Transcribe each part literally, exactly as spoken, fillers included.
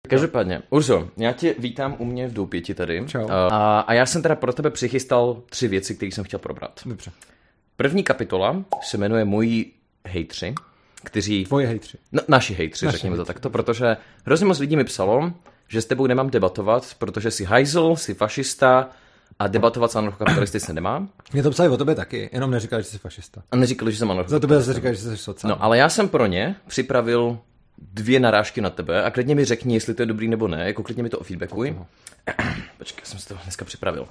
Každopádně, Urzo, já tě vítám u mě v Doupěti tady. Čau. A, a já jsem teda pro tebe přichystal tři věci, které jsem chtěl probrat. Dobře. První kapitola se jmenuje Moji hejtři, kteří... Tvoje hejtři. No, naši hejtři, Naši řekněme hejtři. to takto, protože hrozně moc lidí mi psalo, že s tebou nemám debatovat, protože jsi hajzl, jsi fašista a debatovat s anarchokapitalisty se nemá. Mě to psali o tobě taky, jenom neříkali, že jsi fašista. A neříkali, že jsem Za anarchokapitalista. tobě zase říkali, že jsi sociální. No, ale já jsem pro ně připravil dvě narážky na tebe a klidně mi řekni, jestli to je dobrý nebo ne, jako klidně mi to ofeedbackuj. Počkej, jsem si to dneska připravil.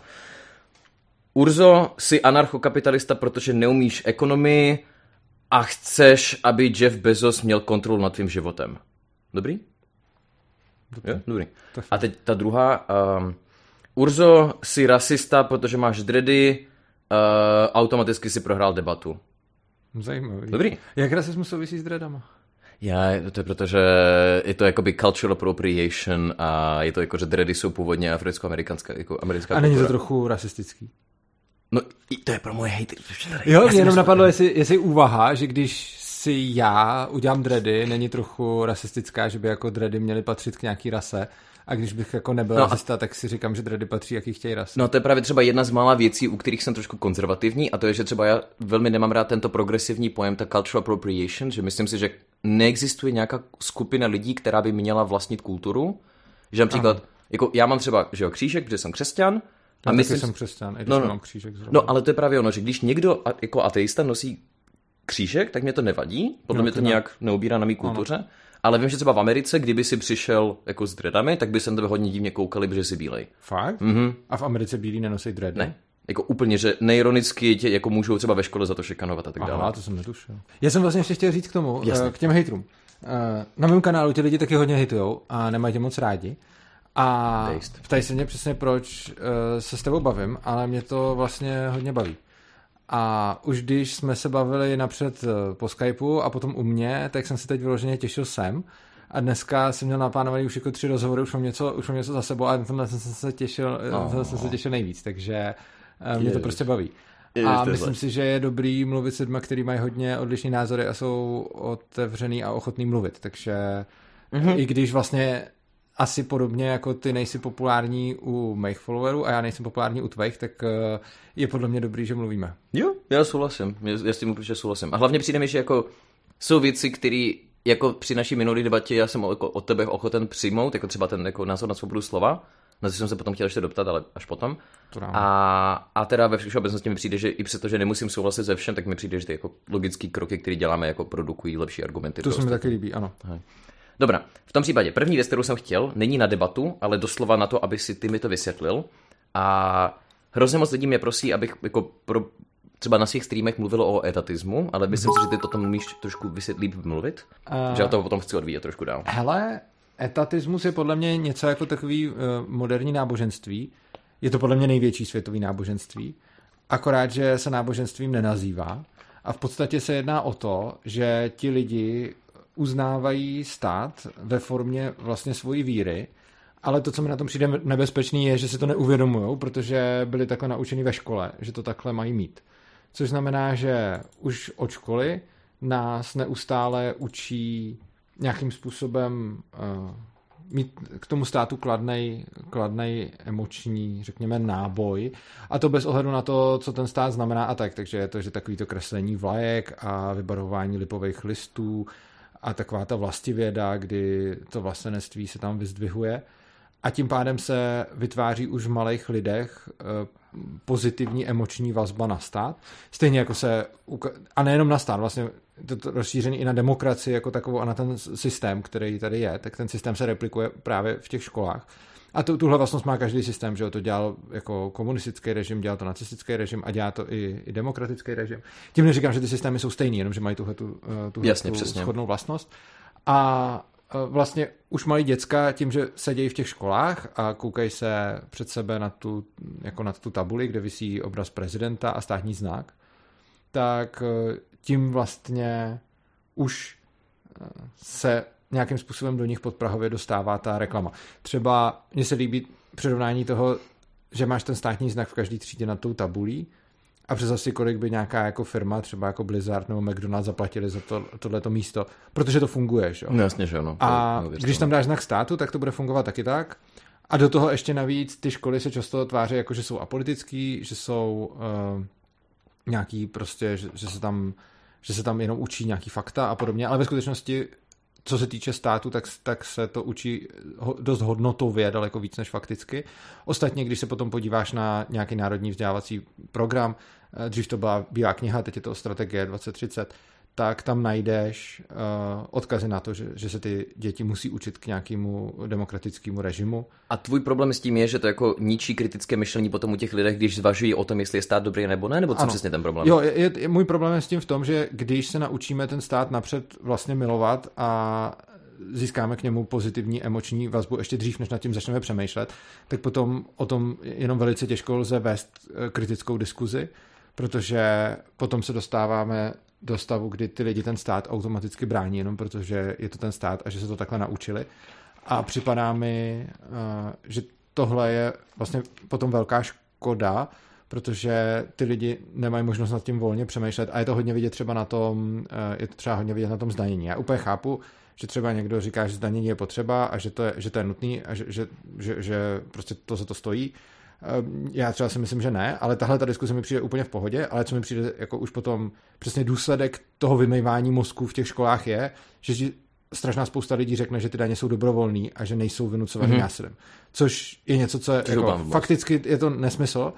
Urzo, jsi anarchokapitalista, protože neumíš ekonomii a chceš, aby Jeff Bezos měl kontrolu nad tvým životem. Dobrý? Dobrý. Jo, dobrý. To je A teď ta druhá. Um, Urzo, jsi rasista, protože máš dready, uh, automaticky si prohrál debatu. Zajímavý. Dobrý. Jak rasismus souvisí s dreadama? Já, to je proto, že je to jakoby cultural appropriation a je to jako, že dready jsou původně africko-americká jako americká A není to kultura. trochu rasistický? No, i to je pro moje hejty. Jo, mě jenom napadlo, jestli, jestli úvaha, že když si já udělám dready, není trochu rasistická, že by jako dready měly patřit k nějaký rase. A když bych jako nebyl No a- rasista, tak si říkám, že dready patří, jaký chtějí rasy. No to je právě třeba jedna z mála věcí, u kterých jsem trošku konzervativní, a to je, že třeba já velmi nemám rád tento progresivní pojem, ta cultural appropriation, že myslím si, že neexistuje nějaká skupina lidí, která by měla vlastnit kulturu. Že například, Aha. jako já mám třeba, že jo, křížek, protože jsem křesťan, Já a taky myslím, jsem křesťan, i když No, no. mám křížek zrovna. no ale to je právě ono, že když někdo a- jako ateista nosí křížek, tak mě to nevadí, podle No, mě to to ne. nějak neubírá na mý kultuře, ale vím, že třeba v Americe, kdyby si přišel jako s dreadami, tak by se na tebe hodně divně koukali, protože jsi bílej. Fakt? Mhm. A v Americe bílí nenosí dready? Ne? Jako úplně, že neironicky tě jako můžou třeba ve škole za to šikanovat a tak dále. Aha, to jsem netušil. Já jsem vlastně ještě chtěl říct k tomu, Jasně. eh, k těm hejtrům. Eh, Na mém kanálu ti lidi taky hodně hejtujou a nemají tě moc rádi. A Taste. ptají se mě přesně, proč eh, se s tebou bavím, ale mě to vlastně hodně baví. A už když jsme se bavili napřed eh, po Skypeu a potom u mě, tak jsem se teď vyloženě těšil sem. A dneska jsem měl naplánovaný už jako tři rozhovory, už mám něco, už mám něco za sebou a na tomhle jsem se těšil, Oh. oh. jsem se těšil nejvíc, takže eh, mě to Ježiš. prostě baví. Ježiš, A to je myslím zle. si, že je dobrý mluvit s lidmi, kteří mají hodně odlišné názory a jsou otevřený a ochotný mluvit. Takže Mhm. i když vlastně asi podobně jako ty nejsi populární u mých followerů a já nejsem populární u tvých, tak eh, je podle mě dobrý, že mluvíme. Jo, já souhlasím, já, já s tím určitě souhlasím. A hlavně přijde mi, že jako jsou věci, které jako při naší minulé debatě já jsem jako od tebe ochoten přijmout, jako třeba ten jako názor na svobodu slova, na to jsem se potom chtěl ještě doptat, ale až potom. To dám. A, a teda ve všeobecnosti mi přijde, že i přesto, že nemusím souhlasit se všem, tak mi přijde, že ty jako logický kroky, které děláme, jako produkují lepší argumenty. To se mi prostě. taky líbí, ano. Dobrá, v tom případě první věc, kterou jsem chtěl, není na debatu, ale doslova na to, aby si ty mi to vysvětlil. A hrozně moc lidí mě prosí, abych jako pro, třeba na svých streamech mluvil o etatismu, ale myslím si, že ty to tam umíš trošku vysvětlit, líp mluvit. A- Že já to potom chci odvíjet trošku dál. Hele, etatismus je podle mě něco jako takový uh, moderní náboženství. Je to podle mě největší světový náboženství. Akorát, že se náboženstvím nenazývá. A v podstatě se jedná o to, že ti lidi uznávají stát ve formě vlastně svojí víry, ale to, co mi na tom přijde nebezpečný, je, že si to neuvědomujou, protože byli takhle naučeni ve škole, že to takhle mají mít. Což znamená, že už od školy nás neustále učí nějakým způsobem uh, mít k tomu státu kladnej, kladnej emoční, řekněme, náboj. A to bez ohledu na to, co ten stát znamená a tak. Takže je to, že takový to kreslení vlajek a vybarvování lipových listů a taková ta vlastivěda, kdy to vlastenectví se tam vyzdvihuje. A tím pádem se vytváří už v malých lidech eh, pozitivní emoční vazba na stát. Stejně jako se, uka- a nejenom na stát, vlastně to, to rozšířený i na demokracii jako takovou a na ten systém, který tady je, tak ten systém se replikuje právě v těch školách. A tu, tuhle vlastnost má každý systém, že jo, to dělal jako komunistický režim, dělal to nacistický režim a dělá to i, i demokratický režim. Tím neříkám, že ty systémy jsou stejný, jenom že mají tuhle tu, tuhle Jasně, tu přesně. shodnou vlastnost. A vlastně už malí děcka tím, že sedějí v těch školách a koukají se před sebe na tu, jako na tu tabuli, kde visí obraz prezidenta a státní znak, tak tím vlastně už se nějakým způsobem do nich podprahově dostává ta reklama. Třeba mně se líbí přirovnání toho, že máš ten státní znak v každé třídě nad tou tabulí a přes asi kolik by nějaká jako firma, třeba jako Blizzard nebo McDonald's zaplatili za to, tohleto místo, protože to funguje, že jo? No jasně, že jo. No. A když tam dáš znak státu, tak to bude fungovat taky tak. A do toho ještě navíc ty školy se často tváří jako, že jsou apolitický, že jsou uh, nějaký prostě, že, že, se tam, že se tam jenom učí nějaký fakta a podobně, ale ve skutečnosti co se týče státu, tak, tak se to učí dost hodnotově, daleko víc než fakticky. Ostatně, když se potom podíváš na nějaký národní vzdělávací program, dřív to byla bílá kniha, teď je to strategie dvacet třicet, tak tam najdeš uh, odkazy na to, že, že se ty děti musí učit k nějakému demokratickému režimu. A tvůj problém s tím je, že to jako ničí kritické myšlení potom u těch lidech, když zvažují o tom, jestli je stát dobrý nebo ne, nebo co ano. Přesně ten problém? Jo, je, je, můj problém je s tím v tom, že když se naučíme ten stát napřed vlastně milovat a získáme k němu pozitivní emoční vazbu ještě dřív, než nad tím začneme přemýšlet, tak potom o tom jenom velice těžko lze vést kritickou diskuzi, protože potom se dostáváme do stavu, kdy ty lidi ten stát automaticky brání, jenom protože je to ten stát a že se to takhle naučili. A připadá mi, že tohle je vlastně potom velká škoda, protože ty lidi nemají možnost nad tím volně přemýšlet a je to hodně vidět třeba na tom, je to třeba hodně vidět na tom zdanění. Já úplně chápu, že třeba někdo říká, že zdanění je potřeba a že to je, že to je nutný a že, že, že, že prostě to za to stojí. Já třeba si myslím, že ne, ale tahle ta diskuse mi přijde úplně v pohodě, ale co mi přijde jako už potom přesně důsledek toho vymývání mozku v těch školách je, že strašná spousta lidí řekne, že ty daně jsou dobrovolný a že nejsou vynucovaný mm-hmm. násilím. Což je něco, co je jako, fakticky je to nesmysl,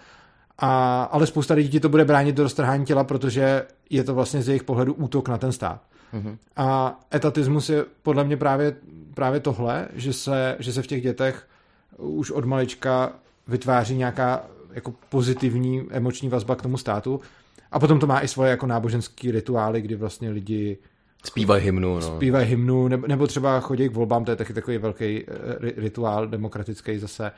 a, ale spousta lidí ti to bude bránit do roztrhání těla, protože je to vlastně z jejich pohledu útok na ten stát. Mm-hmm. A etatismus je podle mě právě, právě tohle, že se, že se v těch dětech už od malička vytváří nějaká jako pozitivní emoční vazba k tomu státu a potom to má i svoje jako náboženský rituály, kdy vlastně lidi zpívají hymnu, no. Zpívají hymnu, nebo, nebo třeba chodí k volbám, to je taky takový velký rituál demokratický zase.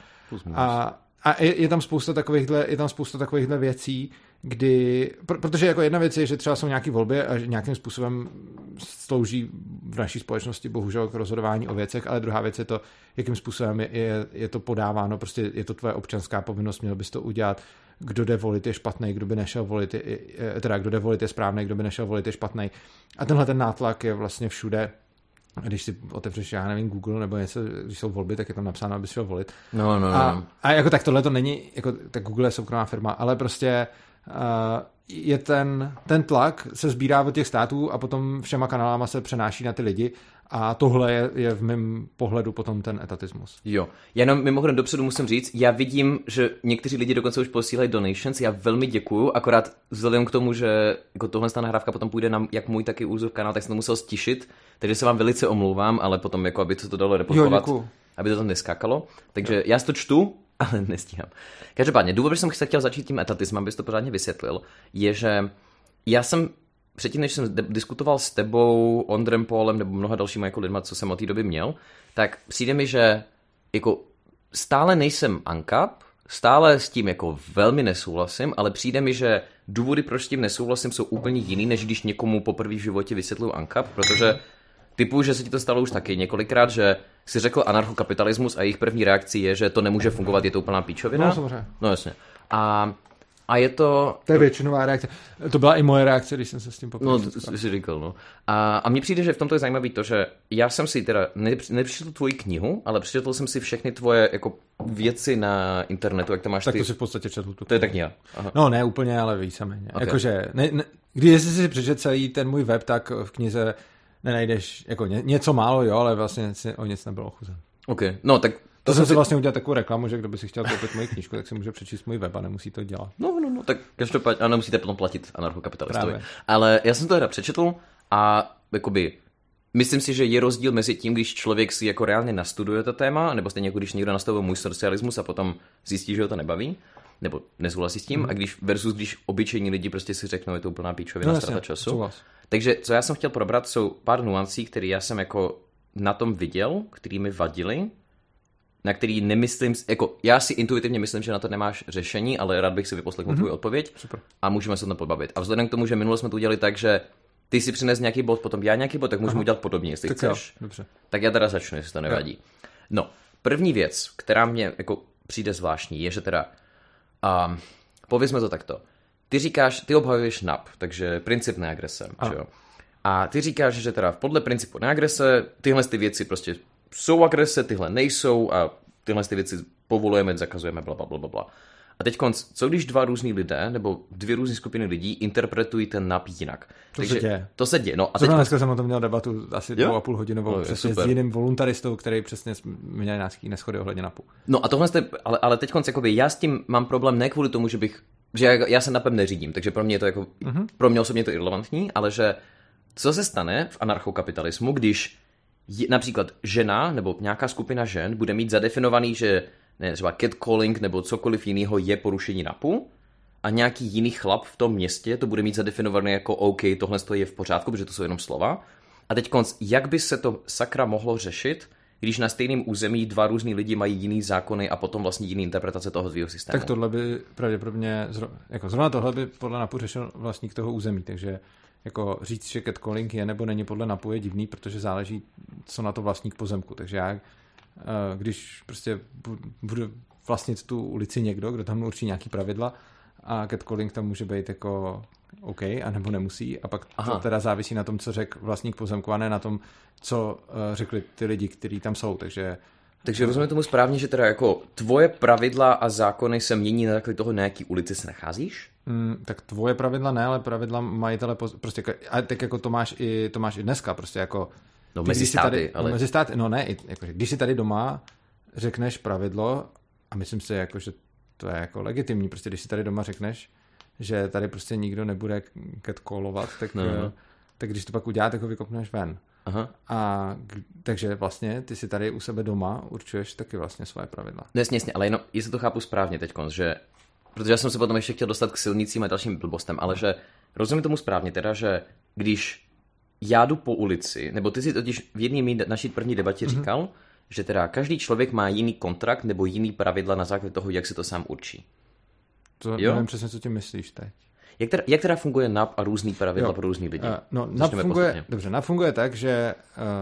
A, a je, je tam spousta takovýchhle, je tam spousta takovýchhle věcí, kdy, pr- protože jako jedna věc je, že třeba jsou nějaké volby a že nějakým způsobem slouží v naší společnosti bohužel k rozhodování o věcech, ale druhá věc je to, jakým způsobem je, je, je to podáváno, prostě je to tvoje občanská povinnost, měl bys to udělat, kdo jde volit je špatný, kdo by nešel volit, je, teda kdo jde volit je správný, kdo by nešel volit je špatný. A tenhle ten nátlak je vlastně všude. Když si otevřeš, já nevím, Google nebo něco, když jsou volby, tak je tam napsáno, aby si šel volit. No, no, no. A, a jako tak tohle to není, jako tak Google je soukromá firma, ale prostě uh, je ten, ten tlak se sbírá od těch států a potom všema kanálama se přenáší na ty lidi a tohle je, je v mém pohledu potom ten etatismus. Jo, jenom mimochodem dopředu musím říct, já vidím, že někteří lidi dokonce už posílají donations, já velmi děkuju, akorát vzhledem k tomu, že jako tohle nahrávka potom půjde na jak můj, tak i Úzov kanál, tak jsem to musel stišit, takže se vám velice omlouvám, ale potom jako aby to, to dalo repostovat, aby to tam neskákalo, takže jo. Já si to čtu, ale nestíhám. Každopádně, důvod, že jsem se chtěl začít tím etatismem, abys to pořádně vysvětlil, je, že já jsem předtím, než jsem diskutoval s tebou, Ondrem Polem nebo mnoha dalšíma jako lidma, co jsem od té doby měl, tak přijde mi, že jako stále nejsem ANCAP, stále s tím jako velmi nesouhlasím, ale přijde mi, že důvody, proč s tím nesouhlasím, jsou úplně jiný, než když někomu poprvé v životě vysvětluju ANCAP, protože typu, že se ti to stalo už taky několikrát, že si řekl anarchokapitalismus a jejich první reakcí je, že to nemůže fungovat, je to úplná píčovina. No, samozřejmě. No jasně. A A je to... To je většinová reakce. To byla i moje reakce, když jsem se s tím poprvé. No, to jsi říkal, no. A, a mně přijde, že v tomto je zajímavý to, že já jsem si teda nepřečetl tvoji knihu, ale přečetl jsem si všechny tvoje jako věci na internetu, jak to máš tak ty... Tak to si v podstatě četl tu. To je ta kniha. Aha. No, ne úplně, ale víceméně. Okay. Jakože, ne, ne, když jsi si přečetl celý ten můj web, tak v knize nenajdeš jako ně, něco málo, jo, ale vlastně si o nic nebylo ochuzen. OK, no tak... To, to jsem si vlastně udělal takovou reklamu, že kdo by si chtěl koupit moji knížku, tak si může přečíst můj web a nemusí to dělat. No, no, no, tak každopádně, a nemusíte potom platit anarchokapitalistovi. Ale já jsem to teda přečetl a jakoby myslím si, že je rozdíl mezi tím, když člověk si jako reálně nastuduje to téma, nebo stejně jako když někdo nastavuje můj socialismus a potom zjistí, že ho to nebaví, nebo nesouhlasí s tím, mm. a když versus když obyčejní lidi prostě si řeknou, je to úplná píčovina, no, ztráta času. Souhlas. Takže co já jsem chtěl probrat, jsou pár nuancí, které já jsem jako na tom viděl, které mi vadily, na který nemyslím, jako já si intuitivně myslím, že na to nemáš řešení, ale rád bych si vyposlechnul mm-hmm. tvůj odpověď. Super. A můžeme se o tom pobavit. A vzhledem k tomu, že minule jsme to udělali tak, že ty si přines nějaký bod, potom já nějaký bod, tak můžeme udělat podobně, jestli tak chceš. Dobře. Tak já teda začnu, jestli to nevadí. Jo. No, první věc, která mě jako přijde zvláštní, je, že teda um, povězme to takto. ty říkáš, ty obhajuješ N A P, takže princip neagrese, že jo? A ty říkáš, že teda podle principu neagrese tyhle ty věci prostě jsou agrese, tyhle nejsou a tyhle ty věci povolujeme, zakazujeme, blablabla. Bla. A teď konc, co když dva různý lidé, nebo dvě různé skupiny lidí interpretují ten N A P jinak? To Takže, se děje. To se děje. No a teď dneska jsem o tom měl debatu asi dvou a půl hodinovou no, přesně s jiným voluntaristou, který přesně měl nějaký neschody ohledně N A P u. No a tohle jste, ale, ale teď konc, jakoby, já s tím mám problém ne kvůli tomu, že bych, že já, já se N A Pem neřídím, takže pro mě je to jako, uh-huh. pro mě osobně je to irrelevantní, ale že co se stane v anarchokapitalismu, když je, například žena nebo nějaká skupina žen bude mít zadefinovaný, že ne, třeba catcalling nebo cokoliv jiného je porušení N A P u a nějaký jiný chlap v tom městě to bude mít zadefinované jako OK, tohle je v pořádku, protože to jsou jenom slova. A teď konc, jak by se to sakra mohlo řešit, když na stejném území dva různý lidi mají jiný zákony a potom vlastně jiný interpretace toho svého systému? Tak tohle by pravděpodobně, jako zrovna tohle by podle N A P u řešil vlastník toho území, takže jako říct, že catcalling je nebo není podle N A P u je divný, protože záleží, co na to vlastník pozemku. Takže já, když prostě budu vlastnit tu ulici někdo, kdo tam určí nějaký pravidla a catcalling tam může být jako OK, anebo nemusí a pak Aha. to teda závisí na tom, co řekl vlastník pozemku a ne na tom, co řekli ty lidi, kteří tam jsou, takže Takže rozumím tomu správně, že teda jako tvoje pravidla a zákony se mění na základě toho, na jaký ulici se nacházíš? Mm, tak tvoje pravidla ne, ale pravidla majitele, prostě, a tak jako to máš i, to máš i dneska, prostě jako... No mezi státy, tady, ale... No, mezi státy, no ne, jako, když si tady doma řekneš pravidlo, a myslím si, jako, že to je jako legitimní, prostě když si tady doma řekneš, že tady prostě nikdo nebude catcallovat, tak, no. tak když to pak udělá, tak ho vykopneš ven. Aha. A takže vlastně ty si tady u sebe doma určuješ taky vlastně svoje pravidla. No jasně, jasně, ale jenom, jestli to chápu správně teďkon, že, protože já jsem se potom ještě chtěl dostat k silnicím a dalším blbostem, ale že rozumím tomu správně teda, že když já jdu po ulici, nebo ty si totiž v jedné naší první debatě mm-hmm. říkal, že teda každý člověk má jiný kontrakt nebo jiný pravidla na základě toho, jak si to sám určí. To jo? Nevím přesně, co tím myslíš teď. Jak teda, jak teda funguje N A P a různý pravidla jo. pro různý lidi? Uh, no, N A P funguje, dobře, N A P funguje tak, že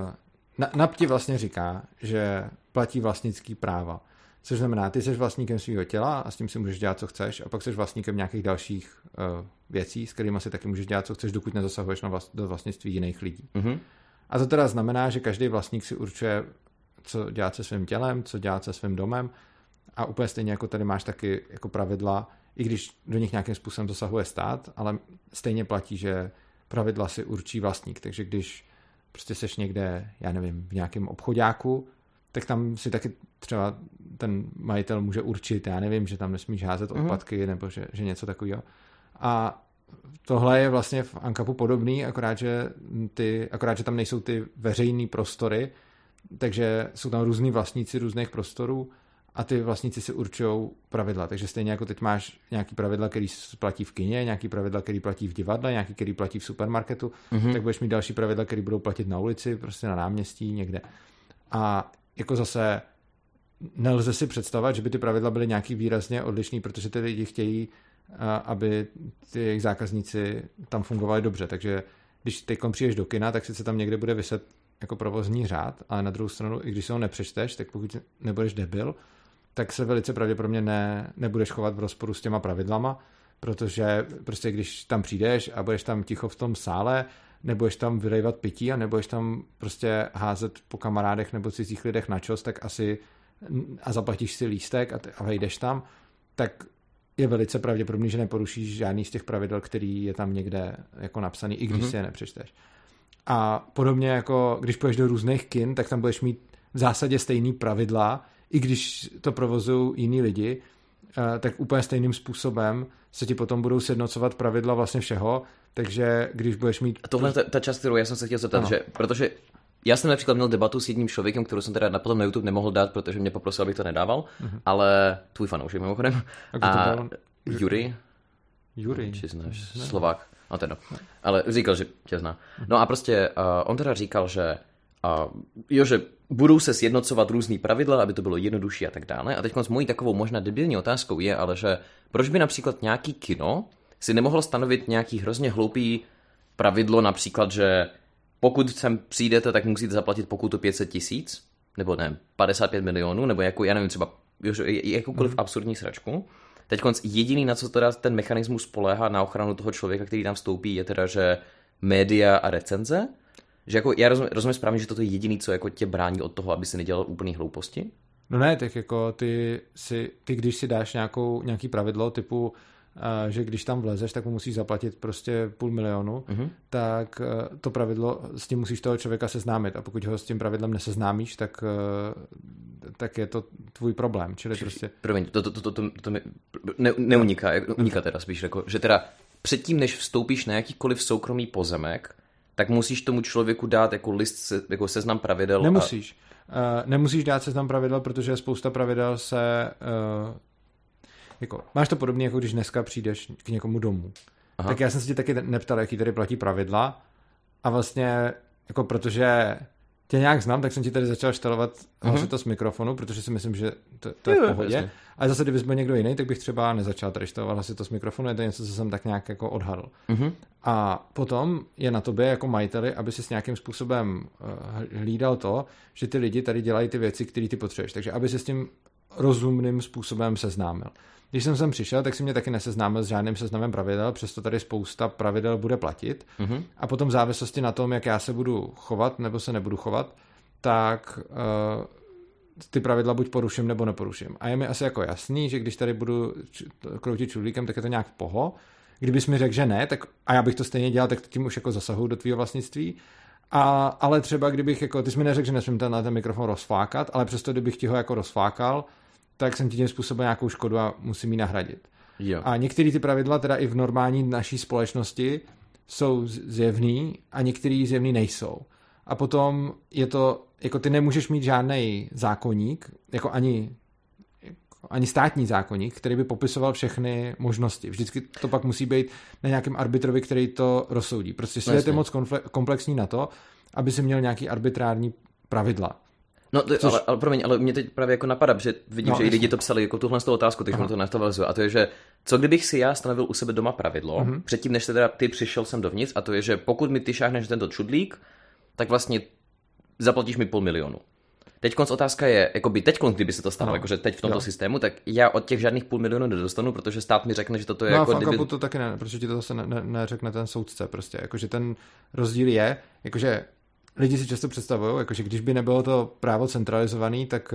uh, N A P ti vlastně říká, že platí vlastnický práva. Což znamená, ty jsi vlastníkem svého těla a s tím si můžeš dělat, co chceš, a pak jsi vlastníkem nějakých dalších uh, věcí, s kterými si taky můžeš dělat, co chceš, dokud nezasahuješ na vlast, do vlastnictví jiných lidí. Mm-hmm. A to teda znamená, že každý vlastník si určuje, co dělat se svým tělem, co dělat se svým domem, a úplně stejně jako tady máš taky jako pravidla, i když do nich nějakým způsobem zasahuje stát, ale stejně platí, že pravidla si určí vlastník. Takže když prostě seš někde, já nevím, v nějakém obchodáku, tak tam si taky třeba ten majitel může určit, já nevím, že tam nesmíš házet odpadky, mm. nebo že, že něco takového. A tohle je vlastně v ANCAPu podobný, akorát že, ty, akorát, že tam nejsou ty veřejný prostory, takže jsou tam různý vlastníci různých prostorů, a ty vlastníci si určují pravidla. Takže stejně jako teď máš nějaký pravidla, který platí v kině, nějaký pravidla, který platí v divadle, nějaký, který platí v supermarketu, mm-hmm. tak budeš mít další pravidla, které budou platit na ulici, prostě na náměstí, někde. A jako zase nelze si představovat, že by ty pravidla byly nějaký výrazně odlišný, protože ty lidi chtějí, aby ty jejich zákazníci tam fungovali dobře. Takže když teď přijdeš do kina, tak sice tam někde bude viset jako provozní řád, ale na druhou stranu, i když se ho nepřečteš, tak pokud nebudeš debil, tak se velice pravděpodobně ne, nebudeš chovat v rozporu s těma pravidlama, protože prostě když tam přijdeš a budeš tam ticho v tom sále, nebudeš tam vylejvat pití a nebudeš tam prostě házet po kamarádech nebo cizích lidech na čos, tak asi a zaplatíš si lístek a, a vejdeš tam, tak je velice pravděpodobný, že neporušíš žádný z těch pravidel, který je tam někde jako napsaný, i když mm-hmm. si je nepřečteš. A podobně jako když půjdeš do různých kin, tak tam budeš mít v zásadě stejný pravidla, i když to provozují jiní lidi, tak úplně stejným způsobem se ti potom budou sjednocovat pravidla vlastně všeho, takže když budeš mít... A tohle je ta část, kterou já jsem se chtěl zeptat, že, protože já jsem například měl debatu s jedním člověkem, kterou jsem teda potom na YouTube nemohl dát, protože mě poprosil, abych to nedával, mm-hmm. ale tvůj fanoušek mimochodem. A Juri? Juri? Či znáš, Slovák. No teda. Ale říkal, že tě zná. No a prostě uh, on teda říkal, že uh, jo, že budou se sjednocovat různý pravidla, aby to bylo jednodušší a tak dále. A teď s mojí takovou možná debilní otázkou je, ale že proč by například nějaký kino si nemohlo stanovit nějaký hrozně hloupý pravidlo, například, že pokud sem přijdete, tak musíte zaplatit pokutu pět set tisíc, nebo ne, padesát pět milionů, nebo jako, já nevím, třeba jakoukoliv mm. absurdní sračku. Teď jediný, na co teda ten mechanismus spoléhá na ochranu toho člověka, který tam vstoupí, je teda, že média a recenze. Že jako, já rozumím, rozumím správně, že toto je jediný, co jako tě brání od toho, aby si nedělal úplný hlouposti? No ne, tak jako ty, si, ty když si dáš nějakou, nějaký pravidlo typu, uh, že když tam vlezeš, tak mu musíš zaplatit prostě půl milionu, uh-huh. tak uh, to pravidlo, s tím musíš toho člověka seznámit a pokud ho s tím pravidlem neseznámíš, tak, uh, tak je to tvůj problém. Čili Čiže, prostě... Promiň, to, to, to, to, to, to mi ne, neuniká, uniká teda spíš řekl, že teda předtím, než vstoupíš na jakýkoliv soukromý pozemek, tak musíš tomu člověku dát jako list, jako seznam pravidel. Nemusíš. A... Uh, nemusíš dát seznam pravidel, protože spousta pravidel se... Uh, jako, máš to podobně, jako když dneska přijdeš k někomu domů. Aha. Tak já jsem se ti taky neptal, jaký tady platí pravidla a vlastně, jako protože tě nějak znám, tak jsem ti tady začal štelovat hlasitost mikrofonu, protože si myslím, že to, to je v pohodě. Jasně. Ale zase, kdybys byl někdo jiný, tak bych třeba nezačal tady štelovat hlasitost mikrofonu, je to něco, co jsem tak nějak jako odhadl. Uh-huh. A potom je na tobě jako majiteli, aby si s nějakým způsobem hlídal to, že ty lidi tady dělají ty věci, které ty potřebuješ. Takže aby se s tím rozumným způsobem seznámil. Když jsem sem přišel, tak si mě taky neseznámil s žádným seznamem pravidel, přesto tady spousta pravidel bude platit. Uh-huh. A potom v závislosti na tom, jak já se budu chovat nebo se nebudu chovat, tak uh, ty pravidla buď poruším nebo neporuším. A je mi asi jako jasný, že když tady budu kroutit čudlíkem, tak je to nějak v poho. Kdybys mi řekl, že ne, tak a já bych to stejně dělal, tak tím už jako zasahuju do tvýho vlastnictví. A, ale třeba kdybych, jako, ty jsi mi neřekl, že nesmím ten, ten mikrofon rozflákat, ale přesto kdybych ti ho jako rozflákal, tak jsem ti tím způsobil nějakou škodu a musím ji nahradit. Jo. A některé ty pravidla teda i v normální naší společnosti jsou zjevný a některý zjevný nejsou. A potom je to, jako ty nemůžeš mít žádnej zákoník, jako ani, jako ani státní zákoník, který by popisoval všechny možnosti. Vždycky to pak musí být na nějakém arbitrovi, který to rozsoudí. Prostě svět je moc komplexní na to, aby si měl nějaký arbitrární pravidla. No, to, Což... ale, ale promiň, ale mě teď právě jako napadá, že vidím, no, že i lidi to psali jako tuhle z toho otázku, takže to nastavilizuju. A to je, že co kdybych si já stanovil u sebe doma pravidlo, uh-huh. předtím, než teda ty přišel sem dovnitř, a to je, že pokud mi ty šáhneš tento čudlík, tak vlastně zaplatíš mi půl milionu. Teďkonc otázka je, jakoby teďkonc, kdyby se to stalo, no. jakože teď v tomto jo. systému, tak já od těch žádných půl milionu nedostanu, protože stát mi řekne, že toto je no jako... No a v kdyby... to taky ne, protože ti to zase ne, ne, neřekne ten soudce prostě, jakože ten rozdíl je, jakože lidi si často představují, jakože když by nebylo to právo centralizované, tak,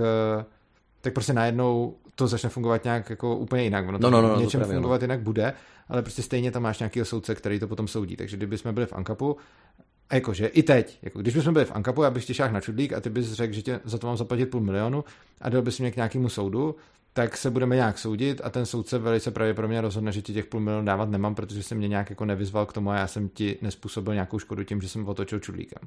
tak prostě najednou to začne fungovat nějak jako úplně jinak. Ono to no, no, no, něčem to právě, fungovat no. jinak bude, ale prostě stejně tam máš nějakého soudce, který to potom soudí. Takže kdyby jsme byli v Ankapu, a jakože i teď, jako když bychom byli v Ankapu, já bych ti šáhl na čudlík a ty bys řekl, že tě za to mám zaplatit půl milionu a dal bys mě k nějakému soudu, tak se budeme nějak soudit a ten soudce velice pravděpodobně rozhodne, že ti těch půl milionu dávat nemám, protože jsem mě nějak jako nevyzval k tomu a já jsem ti nespůsobil nějakou škodu tím, že jsem otočil čudlíkem.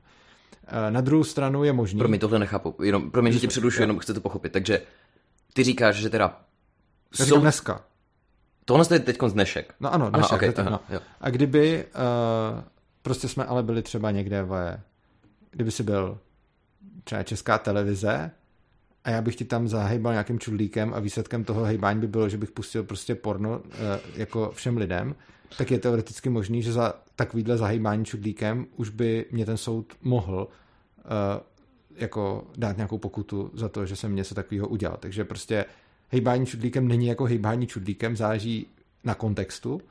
Na druhou stranu je možný... Promiň, tohle nechápu. Jenom, promiň, že tě předušuji, jenom chci to pochopit. Takže ty říkáš, že teda... Já říkám dneska. Tohle je teď dnešek. No ano, dnešek. Aha, okay, teď, aha, no. jo. A kdyby uh, prostě jsme ale byli třeba někde v... Kdyby si byl třeba Česká televize a já bych ti tam zahejbal nějakým čudlíkem a výsledkem toho hejbání by bylo, že bych pustil prostě porno uh, jako všem lidem, tak je teoreticky možný, že za takovýhle zahejbání čudlíkem už by mě ten soud mohl uh, jako dát nějakou pokutu za to, že jsem něco takového udělal. Takže prostě hejbání čudlíkem není jako hejbání čudlíkem, záleží na kontextu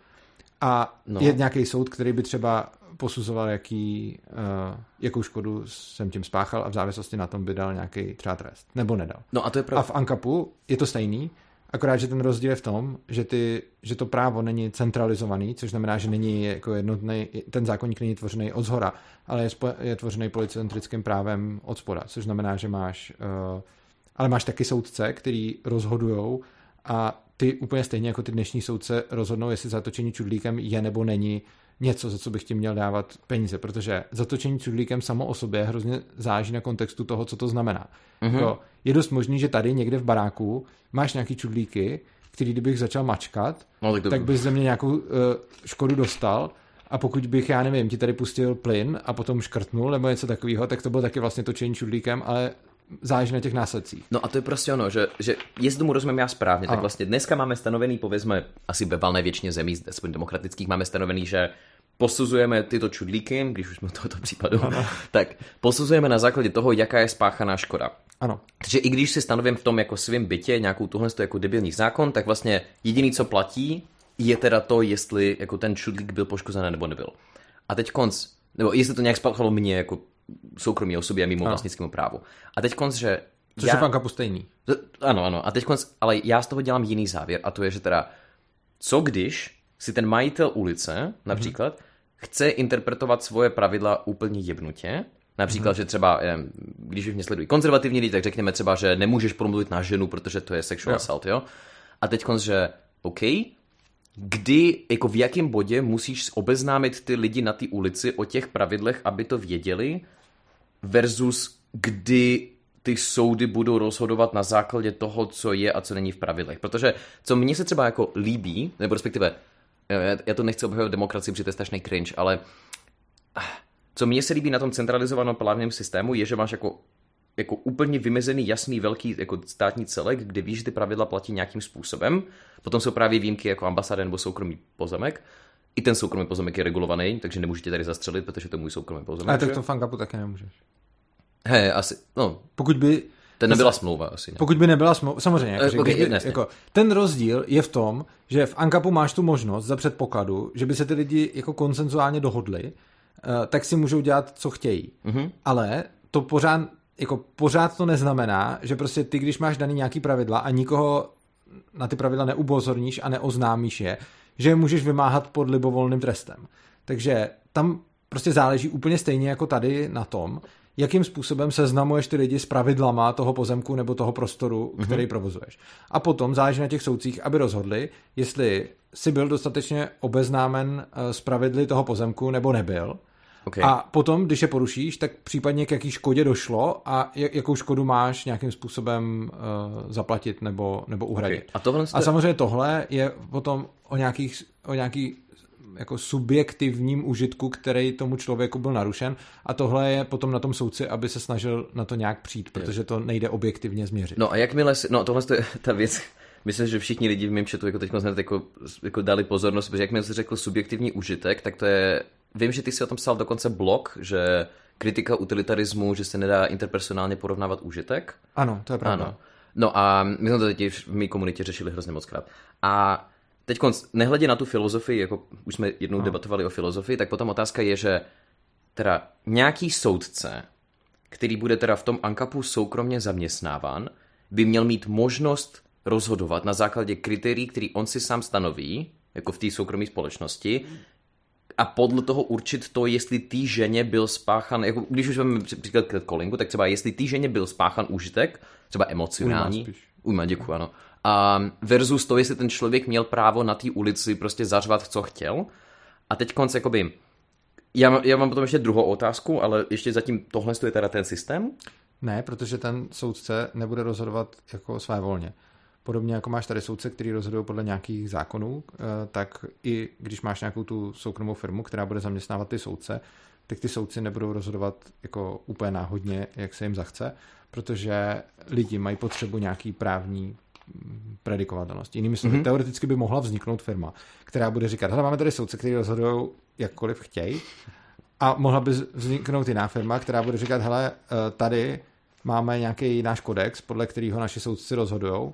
a no. je nějaký soud, který by třeba posuzoval, jaký, uh, jakou škodu jsem tím spáchal a v závislosti na tom by dal nějaký třeba trest. Nebo nedal. No a to je pravda. A v Ankapu je to stejný, akorát, že ten rozdíl je v tom, že, ty, že to právo není centralizovaný, což znamená, že není jako jednotný, ten zákonník není tvořený od zhora, ale je, spo, je tvořený policentrickým právem od spoda, což znamená, že máš, uh, ale máš taky soudce, který rozhodujou a ty úplně stejně jako ty dnešní soudce rozhodnou, jestli zatočení čudlíkem je nebo není něco, za co bych ti měl dávat peníze, protože zatočení čudlíkem samo o sobě hrozně záleží na kontextu toho, co to znamená. Mm-hmm. Jo, je dost možný, že tady někde v baráku máš nějaký čudlíky, který kdybych začal mačkat, no, tak, to... tak bys ze mě nějakou uh, škodu dostal a pokud bych, já nevím, ti tady pustil plyn a potom škrtnul nebo něco takového, tak to bylo taky vlastně točení čudlíkem, ale záleží na těch následcích. No a to je prostě ono, že, že jestli tomu rozumím já správně, tak vlastně dneska máme stanovený, povězme, asi ve valné většině zemí, aspoň demokratických, máme stanovený, že posuzujeme tyto čudlíky, když už jsme tohoto případu, ano. tak posuzujeme na základě toho, jaká je spáchaná škoda. Ano. Takže i když si stanovím v tom jako svém bytě nějakou tuhle jako debilní zákon, tak vlastně jediný, co platí, je teda to, jestli jako ten šudlík byl poškozený nebo nebyl. A teď konc, nebo jestli to nějak spáchalo mě jako soukromí osobě a mimo ano. vlastnickému právu. A teď konc, že Což já... je v Ankapu stejný. Ano, ano. A teď konc, ale já z toho dělám jiný závěr a to je, že teda co když si ten majitel ulice například mm-hmm. chce interpretovat svoje pravidla úplně jebnutě. Například, mm-hmm. že třeba, když už mě sledují konzervativní lidi, tak řekněme třeba, že nemůžeš promluvit na ženu, protože to je sexual jo. assault, jo? A teď konc, že OK, kdy, jako v jakém bodě musíš obeznámit ty lidi na té ulici o těch pravidlech, aby to věděli, versus kdy ty soudy budou rozhodovat na základě toho, co je a co není v pravidlech. Protože co mně se třeba jako líbí, nebo respektive, já to nechci obhajovat demokracii, protože to je strašný cringe, ale co mně se líbí na tom centralizovaném právním systému, je, že máš jako, jako úplně vymezený, jasný, velký jako státní celek, kde víš, že ty pravidla platí nějakým způsobem. Potom jsou právě výjimky jako ambasáda nebo soukromý pozemek. I ten soukromý pozemek je regulovaný, takže nemůžete tady zastřelit, protože to je můj soukromý pozemek. Ale tak to v Ankapu taky nemůžeš. Hej, asi, no. Pokud by... To nebyla smlouva asi. Ne? Pokud by nebyla smlouva, samozřejmě. Jako, uh, okay, by, jako, ten rozdíl je v tom, že v Ankapu máš tu možnost za předpokladu, že by se ty lidi jako konsenzuálně dohodli, uh, tak si můžou dělat, co chtějí. Uh-huh. Ale to pořád, jako pořád to neznamená, že prostě ty, když máš daný nějaký pravidla a nikoho na ty pravidla neubozorníš a neoznámíš je, že je můžeš vymáhat pod libovolným trestem. Takže tam prostě záleží úplně stejně jako tady na tom, jakým způsobem seznamuješ ty lidi s pravidlama toho pozemku nebo toho prostoru, který mm-hmm. provozuješ. A potom záleží na těch soudcích, aby rozhodli, jestli jsi byl dostatečně obeznámen s pravidly toho pozemku nebo nebyl. Okay. A potom, když je porušíš, tak případně k jaký škodě došlo a jakou škodu máš nějakým způsobem uh, zaplatit nebo, nebo uhradit. Okay. A, tohle jste... a samozřejmě tohle je potom o nějakých, o nějaký jako subjektivním užitku, který tomu člověku byl narušen, a tohle je potom na tom soudci, aby se snažil na to nějak přijít, protože to nejde objektivně změřit. No a jakmile si, no tohle je ta věc, myslím, že všichni lidi v mém chatu jako teď jako, jako dali pozornost, protože jakmile jsi řekl subjektivní užitek, tak to je, vím, že ty si o tom psal dokonce blog, že kritika utilitarismu, že se nedá interpersonálně porovnávat užitek. Ano, to je pravda. Ano. No a my jsme to teď v mé komunitě řešili hrozně moc krát. A teď nehledě na tu filozofii, jako už jsme jednou no. debatovali o filozofii, tak potom otázka je, že teda nějaký soudce, který bude teda v tom Ankapu soukromně zaměstnáván, by měl mít možnost rozhodovat na základě kritérií, který on si sám stanoví, jako v té soukromé společnosti, a podle toho určit to, jestli té ženě byl spáchan, jako když už máme příklad k callingu, tak třeba jestli té ženě byl spáchan úžitek, třeba emocionální. Ujma, děkuji, ano. A versus to, jestli ten člověk měl právo na té ulici prostě zařvat, co chtěl. A teď konc, jakoby, já, já mám potom ještě druhou otázku, ale ještě zatím tohle je teda ten systém? Ne, protože ten soudce nebude rozhodovat jako svévolně. Podobně jako máš tady soudce, který rozhodují podle nějakých zákonů, tak i když máš nějakou tu soukromou firmu, která bude zaměstnávat ty soudce, tak ty soudci nebudou rozhodovat jako úplně náhodně, jak se jim zachce, protože lidi mají potřebu nějaký právní predikovatelnosti. Jinými slovy, mm-hmm. teoreticky by mohla vzniknout firma, která bude říkat, hele, máme tady soudce, který rozhodují jakkoliv chtějí, a mohla by vzniknout jiná firma, která bude říkat, hele, tady máme nějaký náš kodex, podle kterého naši soudci rozhodujou,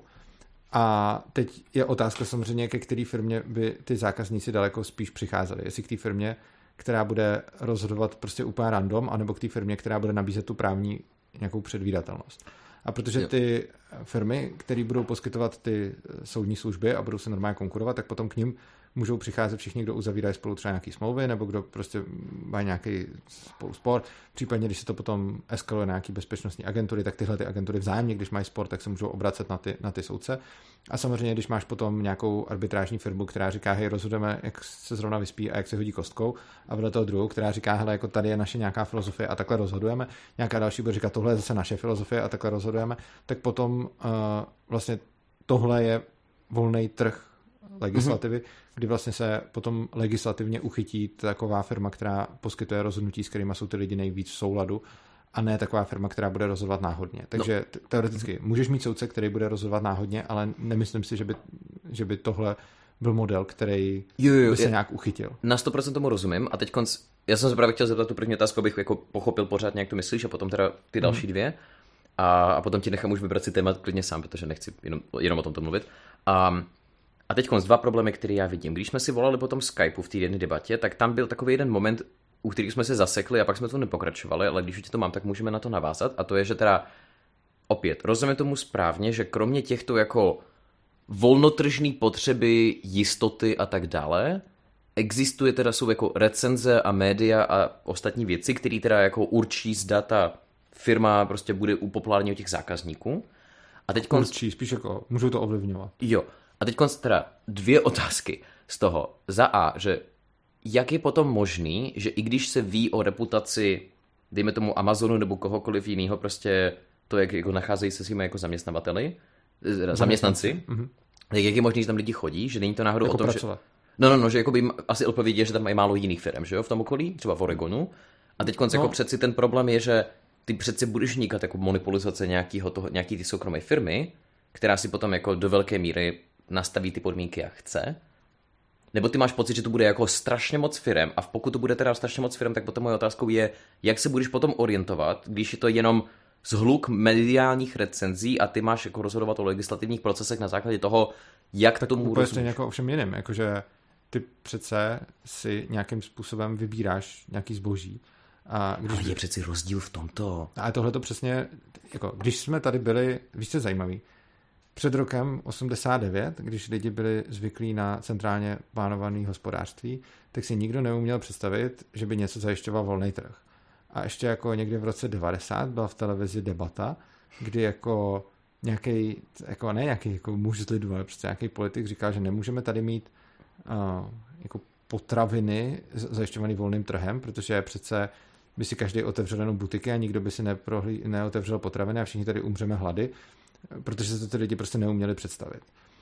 a teď je otázka samozřejmě, ke které firmě by ty zákazníci daleko spíš přicházeli. Jestli k té firmě, která bude rozhodovat prostě úplně random, anebo k té firmě, která bude nabízet tu právní nějakou předvídatelnost. A protože ty firmy, které budou poskytovat ty soudní služby a budou se normálně konkurovat, tak potom k nim můžou přicházet všichni, kdo uzavírají spolu třeba nějaký smlouvy, nebo kdo prostě má nějaký spolu spor. Případně, když se to potom eskaluje na nějaký bezpečnostní agentury, tak tyhle ty agentury vzájemně, když mají spor, tak se můžou obracet na ty, na ty soudce. A samozřejmě, když máš potom nějakou arbitrážní firmu, která říká, hej, rozhodujeme, jak se zrovna vyspí a jak se hodí kostkou, a vedle toho druhou, která říká, hele, jako tady je naše nějaká filozofie a takhle rozhodujeme, nějaká další bude říkat, tohle je zase naše filozofie a takhle rozhodujeme, tak potom uh, vlastně tohle je volný trh legislativy, mm-hmm. kdy vlastně se potom legislativně uchytí taková firma, která poskytuje rozhodnutí, s kterými jsou ty lidi nejvíc v souladu, a ne taková firma, která bude rozhodovat náhodně. Takže no. teoreticky můžeš mít soudce, který bude rozhodovat náhodně, ale nemyslím si, že by, že by tohle byl model, který jo, jo, by se je, nějak uchytil. Na sto procent tomu rozumím, a teď konc, já jsem se právě chtěl zeptat tu první otázku, abych jako pochopil pořád, jak to myslíš, a potom teda ty další mm-hmm. dvě. A, a potom ti nechám už vybrat si téma klidně sám, protože nechci jenom, jenom o tomto mluvit. A, a teď dva problémy, které já vidím. Když jsme si volali po tom Skypeu v té jedné debatě, tak tam byl takový jeden moment, u kterých jsme se zasekli a pak jsme to nepokračovali, ale když už to mám, tak můžeme na to navázat. A to je, že teda opět, rozumím tomu správně, že kromě těchto jako volnotržní potřeby, jistoty a tak dále, existuje teda jsou jako recenze a média a ostatní věci, které teda jako určí, zda ta firma prostě bude u populárního těch zákazníků. A teď konc... Určí, spíš jako můžou to ovlivňovat. Jo. A teď konc teda dvě otázky z toho. Za A, že jak je potom možný, že i když se ví o reputaci, dejme tomu Amazonu nebo kohokoliv jiného, prostě to, jak jako nacházejí se svými jako zaměstnavateli, zaměstnanci, mm-hmm. tak jak je možný, že tam lidi chodí, že není to náhodou jako o tom, pracovat. že... No, no, no, že jako by asi odpovědí, že tam mají málo jiných firm, že jo, v tom okolí, třeba v Oregonu. A teď konc no. jako přeci ten problém je, že ty přeci budeš vnikat jako monopolizace nějakého toho, nějaký ty soukromé firmy, která si potom jako do velké míry nastaví ty podmínky, jak chce. Nebo ty máš pocit, že to bude jako strašně moc firem a pokud to bude teda strašně moc firem, tak potom moje otázkou je, jak se budeš potom orientovat, když je to jenom zhluk mediálních recenzí a ty máš jako rozhodovat o legislativních procesech na základě toho, jak tak tomu rozumíš. Úplně stejně jako o všem jiném, jakože ty přece si nějakým způsobem vybíráš nějaký zboží. A když ale je přeci rozdíl v tomto. A tohle to přesně, jako když jsme tady byli, víš co je zajímavý, před rokem osmdesát devět, když lidi byli zvyklí na centrálně plánované hospodářství, tak si nikdo neuměl představit, že by něco zajišťoval volný trh. A ještě jako někdy v roce devadesát byla v televizi debata, kdy jako nějaký, jako ne nějaký jako muž z lidu, ale prostě nějaký politik říkal, že nemůžeme tady mít uh, jako potraviny zajišťované volným trhem, protože přece by si každý otevřel jenom butiky a nikdo by si neprohlí, neotevřel potraviny a všichni tady umřeme hlady, protože se to ty lidi prostě neuměli představit.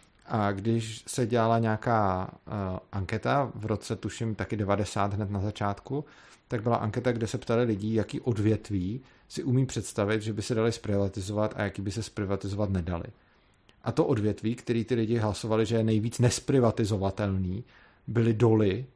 A když se dělala nějaká uh, anketa v roce, tuším, taky devadesát hned na začátku, tak byla anketa, kde se ptali lidí, jaký odvětví si umí představit, že by se dali zprivatizovat a jaký by se zprivatizovat nedali. A to odvětví, který ty lidi hlasovali, že je nejvíc nesprivatizovatelný, byly doly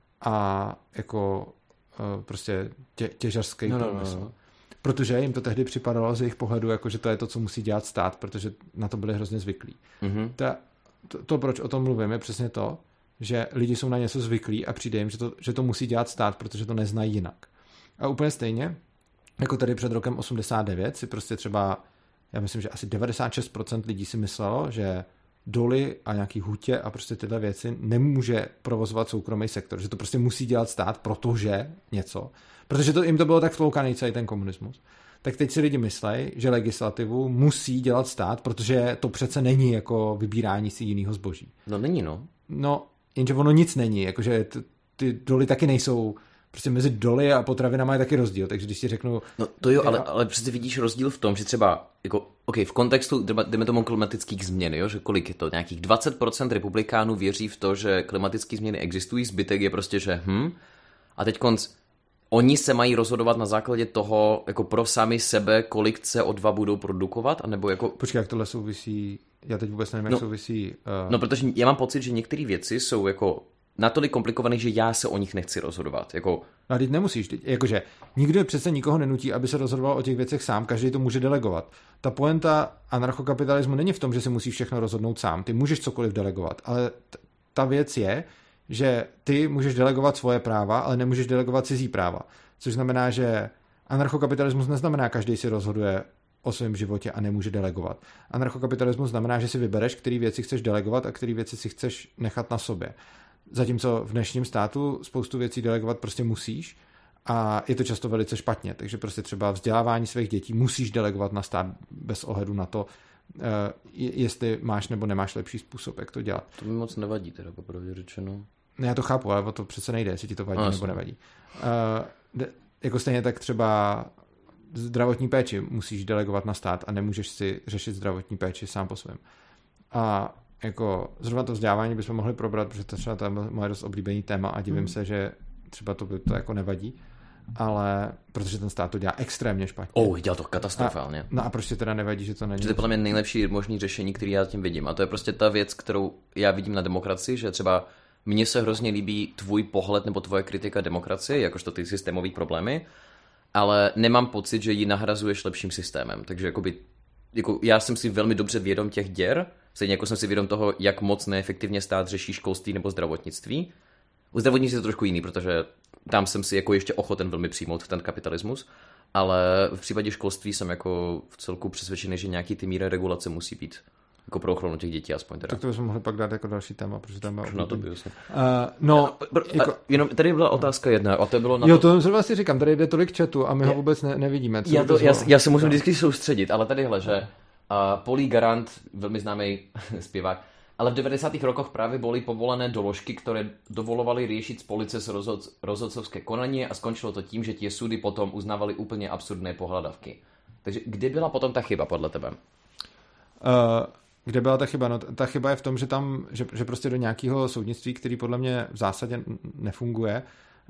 a jako uh, prostě tě, těžařský no, průmysl. No, no. Protože jim to tehdy připadalo z jejich pohledu, jako že to je to, co musí dělat stát, protože na to byli hrozně zvyklí. Mm-hmm. Ta, to, to, proč o tom mluvím, je přesně to, že lidi jsou na něco zvyklí a přijde jim, že to, že to musí dělat stát, protože to neznají jinak. A úplně stejně, jako tady před rokem osmdesát devět, si prostě třeba, já myslím, že asi devadesát šest procent lidí si myslelo, že doly a nějaký hutě a prostě tyhle věci nemůže provozovat soukromý sektor, že to prostě musí dělat stát, protože něco. Protože to, jim to bylo tak vtloukaný celý ten komunismus. Tak teď si lidi myslejí, že legislativu musí dělat stát, protože to přece není jako vybírání si jiného zboží. No není, no. No, jenže ono nic není, jakože t- ty doly taky nejsou, prostě mezi doly a potravinama je taky rozdíl, takže když si řeknu... No to jo, ale, ale přece vidíš rozdíl v tom, že třeba, jako, ok, v kontextu, jdeme tomu klimatických změn, jo, že kolik je to, nějakých dvacet procent republikánů věří v to, že klimatické změny existují, zbytek je prostě, že hm, a teď konc, oni se mají rozhodovat na základě toho, jako pro sami sebe, kolik C O dva budou produkovat, anebo jako... Počkej, jak tohle souvisí, já teď vůbec nevím, jak no, souvisí... Uh... No, protože já mám pocit, že některé věci jsou jako natolik komplikované, že já se o nich nechci rozhodovat, jako... No, teď nemusíš, teď, jakože nikdo přece nikoho nenutí, aby se rozhodoval o těch věcech sám, každý to může delegovat. Ta poenta anarchokapitalismu není v tom, že si musíš všechno rozhodnout sám, ty můžeš cokoliv delegovat, ale t- ta věc je, že ty můžeš delegovat svoje práva, ale nemůžeš delegovat cizí práva. Což znamená, že anarchokapitalismus neznamená, každý si rozhoduje o svém životě a nemůže delegovat. Anarchokapitalismus znamená, že si vybereš, který věci chceš delegovat a který věci si chceš nechat na sobě. Zatímco v dnešním státu spoustu věcí delegovat prostě musíš a je to často velice špatně. Takže prostě třeba vzdělávání svých dětí musíš delegovat na stát bez ohledu na to, jestli máš nebo nemáš lepší způsob, jak to dělat. To mi moc nevadí, teda popravdě řečeno. Ne, já to chápu, ale o to přece nejde, jestli ti to vadí no, nebo nevadí. Uh, de, jako stejně tak třeba zdravotní péči musíš delegovat na stát a nemůžeš si řešit zdravotní péči sám po svém. A jako zrovna to vzdělávání bychom mohli probrat, protože to třeba to je moje dost oblíbený téma a divím hmm. se, že třeba to by to jako nevadí, ale protože ten stát to dělá extrémně špatně. Oh, dělá to katastrofálně. A, no a proč ti teda nevadí, že to není? Že to je podle mě nejlepší možný řešení, který já tím vidím. A to je prostě ta věc, kterou já vidím na demokracii, že třeba mně se hrozně líbí tvůj pohled nebo tvoje kritika demokracie, jakožto ty systémové problémy. ale nemám pocit, že ji nahrazuješ lepším systémem. Takže jakoby, jako já jsem si velmi dobře vědom těch děr, stejně jako jsem si vědom toho, jak moc neefektivně stát řeší školství nebo zdravotnictví. U zdravotnictví je to trošku jiný, protože tam jsem si jako ještě ochoten velmi přijmout ten kapitalismus, ale v případě školství jsem jako v celku přesvědčený, že nějaký ty míry regulace musí být jako pro ochranu těch dětí aspoň teda. Tak to bychom mohli pak dát jako další téma, protože tam má no, to by uh, no, jako... jenom tady byla otázka jedna, a to bylo na jo, to... to zrovna si říkám, tady jde tolik chatu a my je... ho vůbec ne, nevidíme. Co já, to, ho... já, já se musím vždycky soustředit, ale tadyhle, že uh, Polly Garant, velmi známý zpěvák, ale v devadesátých rokoch právě byly povolené doložky, které dovolovaly riešiť z police z rozhod, rozhodcovské konanie a skončilo to tím, že tie súdy potom uznávali úplně absurdné pohľadavky. Takže kde byla potom ta chyba podle tebe? Uh, kde byla ta chyba? No, ta chyba je v tom, že tam, že, že prostě do nějakého soudnictví, který podle mě v zásadě nefunguje,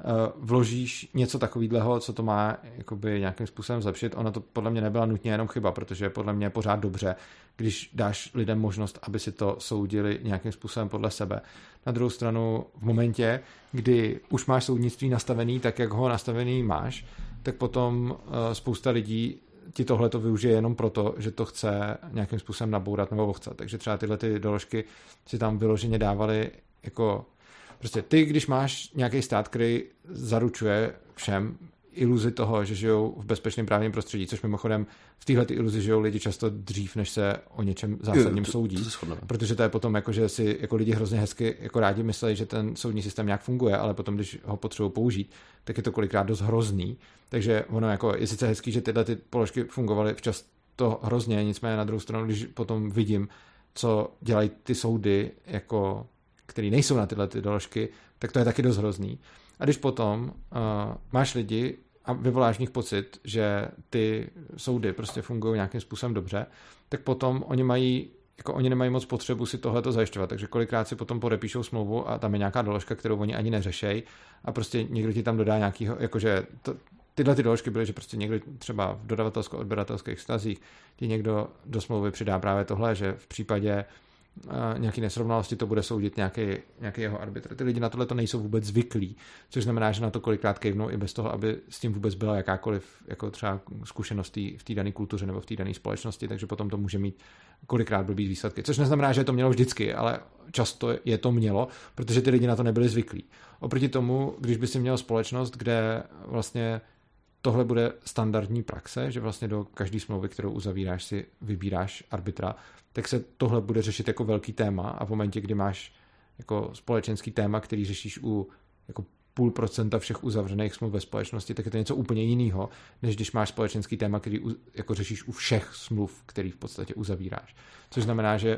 vložíš něco takového, co to má jakoby nějakým způsobem zlepšit. Ona to podle mě nebyla nutně jenom chyba, protože podle mě je pořád dobře, když dáš lidem možnost, aby si to soudili nějakým způsobem podle sebe. Na druhou stranu, v momentě, kdy už máš soudnictví nastavený tak, jak ho nastavený máš, tak potom spousta lidí ti tohle to využije jenom proto, že to chce nějakým způsobem nabourat nebo ochcat. Takže třeba tyhle ty doložky si tam vyloženě dávali jako prostě ty, když máš nějaký stát, který zaručuje všem iluzi toho, že žijou v bezpečném právním prostředí, což mimochodem v téhle ty iluzi žijou lidi často dřív, než se o něčem zásadním to, soudí. To, to protože to je potom jako, že si jako lidi hrozně hezky jako rádi myslí, že ten soudní systém nějak funguje, ale potom, když ho potřebují použít, tak je to kolikrát dost hrozný. Takže ono jako je sice hezký, že tyhle ty položky fungovaly včas to hrozně, nicméně na druhou stranu, když potom vidím, co dělají ty soudy, jako který nejsou na tyhle ty doložky, tak to je taky dost hrozný. A když potom uh, máš lidi a vyvoláš v nich pocit, že ty soudy prostě fungují nějakým způsobem dobře, tak potom oni mají, jako oni nemají moc potřebu si tohleto zajišťovat, takže kolikrát si potom podepíšou smlouvu a tam je nějaká doložka, kterou oni ani neřešejí a prostě někdo ti tam dodá nějakýho, jakože to, tyhle ty doložky byly, že prostě někdo třeba v dodavatelsko-odběratelských vztazích ti někdo do smlouvy přidá právě tohle, že v případě nějaký nesrovnalosti to bude soudit nějaký, nějaký jeho arbitr. Ty lidi na tohle to nejsou vůbec zvyklí, což znamená, že na to kolikrát kejvnou i bez toho, aby s tím vůbec byla jakákoliv jako třeba zkušenost v té dané kultuře nebo v té dané společnosti, takže potom to může mít kolikrát blbý výsledky. Což neznamená, že to mělo vždycky, ale často je to mělo, protože ty lidi na to nebyli zvyklí. Oproti tomu, když by si měl společnost, kde vlastně tohle bude standardní praxe, že vlastně do každé smlouvy, kterou uzavíráš, si vybíráš arbitra, tak se tohle bude řešit jako velký téma a v momentě, kdy máš jako společenský téma, který řešíš u jako půl procenta všech uzavřených smluv ve společnosti, tak je to něco úplně jiného, než když máš společenský téma, který jako řešíš u všech smluv, který v podstatě uzavíráš. Což znamená, že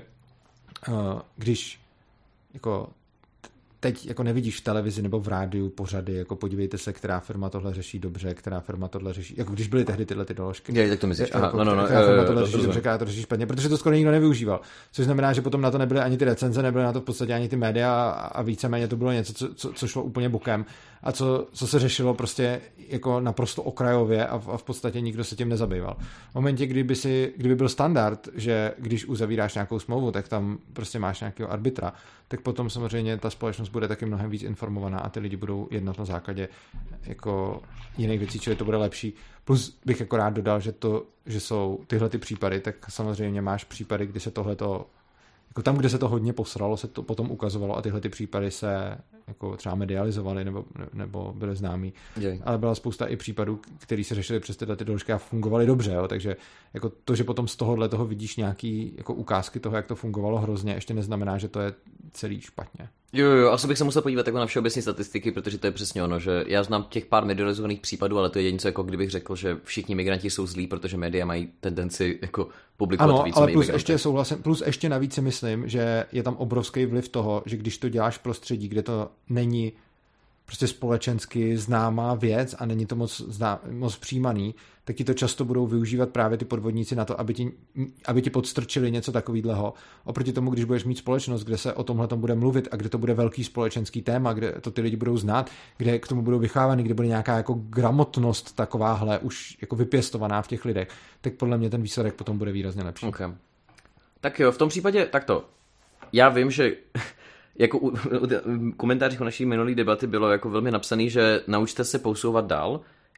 když jako teď jako nevidíš v televizi nebo v rádiu pořady, jako podívejte se, která firma tohle řeší dobře, která firma tohle řeší, jako když byly tehdy tyhle ty doložky. Je, tak to myslíš. Aha, jako, no, no, no, která firma uh, tohle to, řeší to, dobře, která to řeší špatně, protože to skoro nikdo nevyužíval. Což znamená, že potom na to nebyly ani ty recenze, nebyly na to v podstatě ani ty média a víceméně to bylo něco, co, co, co šlo úplně bokem a co, co se řešilo prostě jako naprosto okrajově a v, a v podstatě nikdo se tím nezabýval. V momentě, kdyby, si, kdyby byl standard, že když uzavíráš nějakou smlouvu, tak tam prostě máš nějakého arbitra, tak potom samozřejmě ta společnost bude taky mnohem víc informovaná a ty lidi budou jednat na základě jako jiných věcí, čili to bude lepší. Plus bych jako rád dodal, že to, že jsou tyhle ty případy, tak samozřejmě máš případy, kdy se tohleto, jako tam, kde se to hodně posralo, se to potom ukazovalo a tyhle ty případy se jako třeba medializovaly nebo, nebo byly známý. Děj. Ale byla spousta i případů, které se řešily přes tyhle ty doložky a fungovaly dobře, jo? Takže jako to, že potom z tohohle toho vidíš nějaký jako ukázky toho, jak to fungovalo hrozně, ještě neznamená, že to je celý špatně. Jo, jo, asi bych se musel podívat jako na všeobecné statistiky, protože to je přesně ono, že já znám těch pár medializovaných případů, ale to je něco, jako kdybych řekl, že všichni migranti jsou zlí, protože média mají tendenci jako publikovat ano, víc. Ale plus ještě souhlasím, plus ještě navíc si myslím, že je tam obrovský vliv toho, že když to děláš v prostředí, kde to není prostě společensky známá věc a není to moc, zná, moc přijímaný, tak ti to často budou využívat právě ty podvodníci na to, aby ti, aby ti podstrčili něco takového. Oproti tomu, když budeš mít společnost, kde se o tomhle tom bude mluvit a kde to bude velký společenský téma, kde to ty lidi budou znát, kde k tomu budou vychovávány, kde bude nějaká jako gramotnost takováhle už jako vypěstovaná v těch lidech, tak podle mě ten výsledek potom bude výrazně lepší. Okay. Tak jo, v tom případě takto. Já vím, že jako u, u, u komentářích o naší minulý debaty bylo jako velmi napsaný, že naučte se posouvat dál.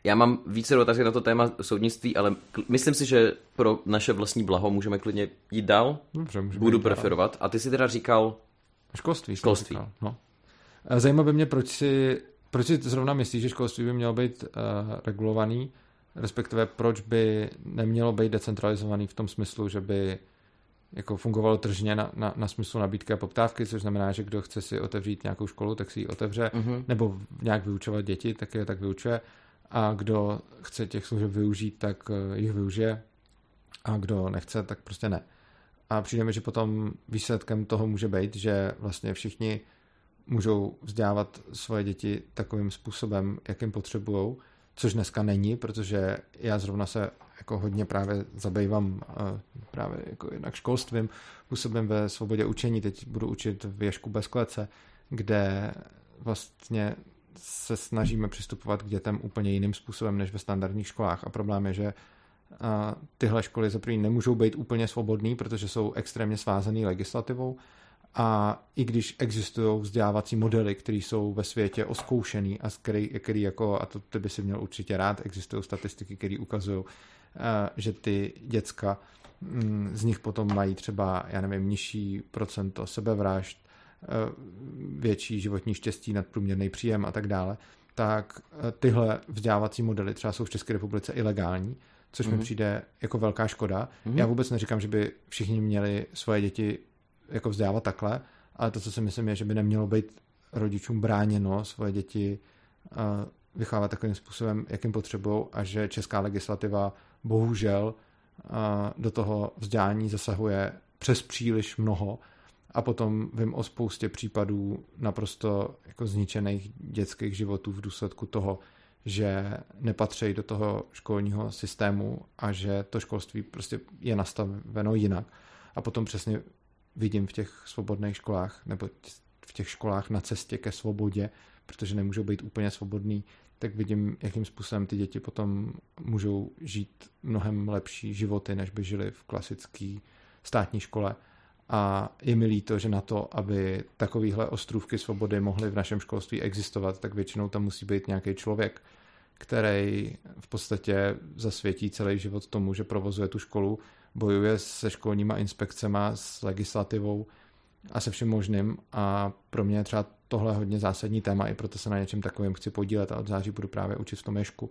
já mám více otázek na to téma soudnictví, ale myslím si, že pro naše vlastní blaho můžeme klidně jít dál. Dobře, budu preferovat. Dál. A ty si teda říkal... Školství. Školství. Říkal, no. Zajímá by mě, proč si, proč si zrovna myslíš, že školství by mělo být uh, regulovaný, respektive proč by nemělo být decentralizovaný v tom smyslu, že by jako fungovalo tržně na, na, na smyslu nabídky a poptávky, což znamená, že kdo chce si otevřít nějakou školu, tak si ji otevře, mm-hmm. nebo nějak vyučovat děti, tak je tak vyučuje, a kdo chce těch služeb využít, tak jich využije, a kdo nechce, tak prostě ne. A přijde mi, že potom výsledkem toho může být, že vlastně všichni můžou vzdělávat svoje děti takovým způsobem, jakým potřebujou, což dneska není, protože já zrovna se jako hodně právě zabývám právě jako jednak školstvím, působím ve svobodě učení, teď budu učit v Ježku bez klece, kde vlastně se snažíme přistupovat k dětem úplně jiným způsobem než ve standardních školách, a problém je, že tyhle školy za první nemůžou být úplně svobodný, protože jsou extrémně svázaný legislativou, a i když existují vzdělávací modely, které jsou ve světě oskoušený a který, který jako, a to ty by si měl určitě rád, existují statistiky, které ukazují, že ty děcka z nich potom mají třeba, já nevím, nižší procento sebevražd, větší životní štěstí, nadprůměrný příjem a tak dále, tak tyhle vzdělávací modely třeba jsou v České republice ilegální, což mm-hmm. mi přijde jako velká škoda. Mm-hmm. Já vůbec neříkám, že by všichni měli svoje děti jako vzdělávat takhle, ale to, co si myslím, je, že by nemělo být rodičům bráněno svoje děti vychovávat takovým způsobem, jakým potřebují, a že česká legislativa bohužel do toho vzdělání zasahuje přes příliš mnoho, a potom vím o spoustě případů naprosto jako zničených dětských životů v důsledku toho, že nepatří do toho školního systému a že to školství prostě je nastaveno jinak. A potom přesně vidím v těch svobodných školách nebo v těch školách na cestě ke svobodě, protože nemůžou být úplně svobodný, tak vidím, jakým způsobem ty děti potom můžou žít mnohem lepší životy, než by žili v klasické státní škole. A je mi líto, že na to, aby takovýhle ostrůvky svobody mohly v našem školství existovat, tak většinou tam musí být nějaký člověk, který v podstatě zasvětí celý život tomu, že provozuje tu školu, bojuje se školníma inspekcema, s legislativou a se vším možným, a pro mě je třeba tohle hodně zásadní téma, i proto se na něčem takovým chci podílet, a od září budu právě učit v tom Ježku.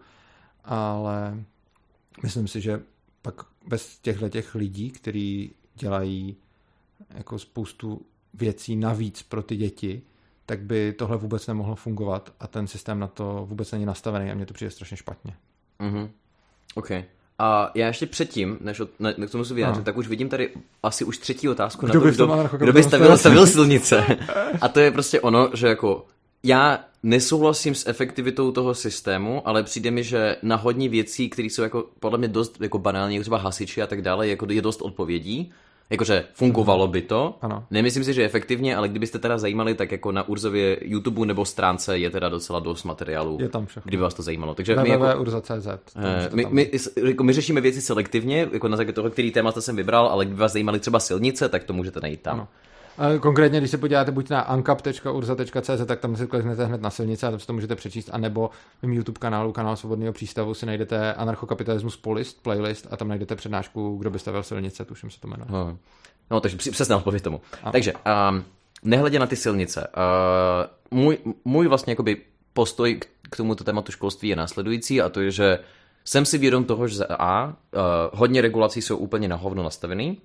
Ale myslím si, že pak bez těchto těch lidí, kteří dělají jako spoustu věcí navíc pro ty děti, tak by tohle vůbec nemohlo fungovat, a ten systém na to vůbec není nastavený, a mně to přijde strašně špatně. Mhm. OK. A já ještě předtím, než od, ne, k tomu se vyjádřím, no. tak už vidím tady asi už třetí otázku kdo na to, kdo, kdo by stavil, stavil silnice. A to je prostě ono, že jako já nesouhlasím s efektivitou toho systému, ale přijde mi, že na hodně věcí, které jsou jako podle mě dost jako banální, jako třeba hasiči a tak dále, jako je dost odpovědí. Jakože fungovalo by to. Ano. Nemyslím si, že efektivně, ale kdybyste teda zajímali, tak jako na Urzově YouTube nebo stránce je teda docela dost materiálu. Je tam všechno. Kdyby vás to zajímalo. Takže my jako, urza tečka cé zet. My, my, jako my řešíme věci selektivně, jako na základě toho, který témata jsem vybral, ale kdyby vás zajímali třeba silnice, tak to můžete najít tam. Ano. Konkrétně, když se podíváte buď na ankap tečka urza tečka cé zet, tak tam si kliknete hned na silnice a tam si to můžete přečíst, anebo v mém YouTube kanálu, kanál Svobodného přístavu, si najdete Anarchokapitalismus Polist, playlist, a tam najdete přednášku Kdo by stavěl silnice, tuším se to jmenuje. No, no takže přesně odpověď tomu. A. Takže, um, nehledě na ty silnice, uh, můj, můj vlastně jakoby postoj k, k tomuto tématu školství je následující, a to je, že jsem si vědom toho, že a uh, hodně regulací jsou úplně na hovno nastavený,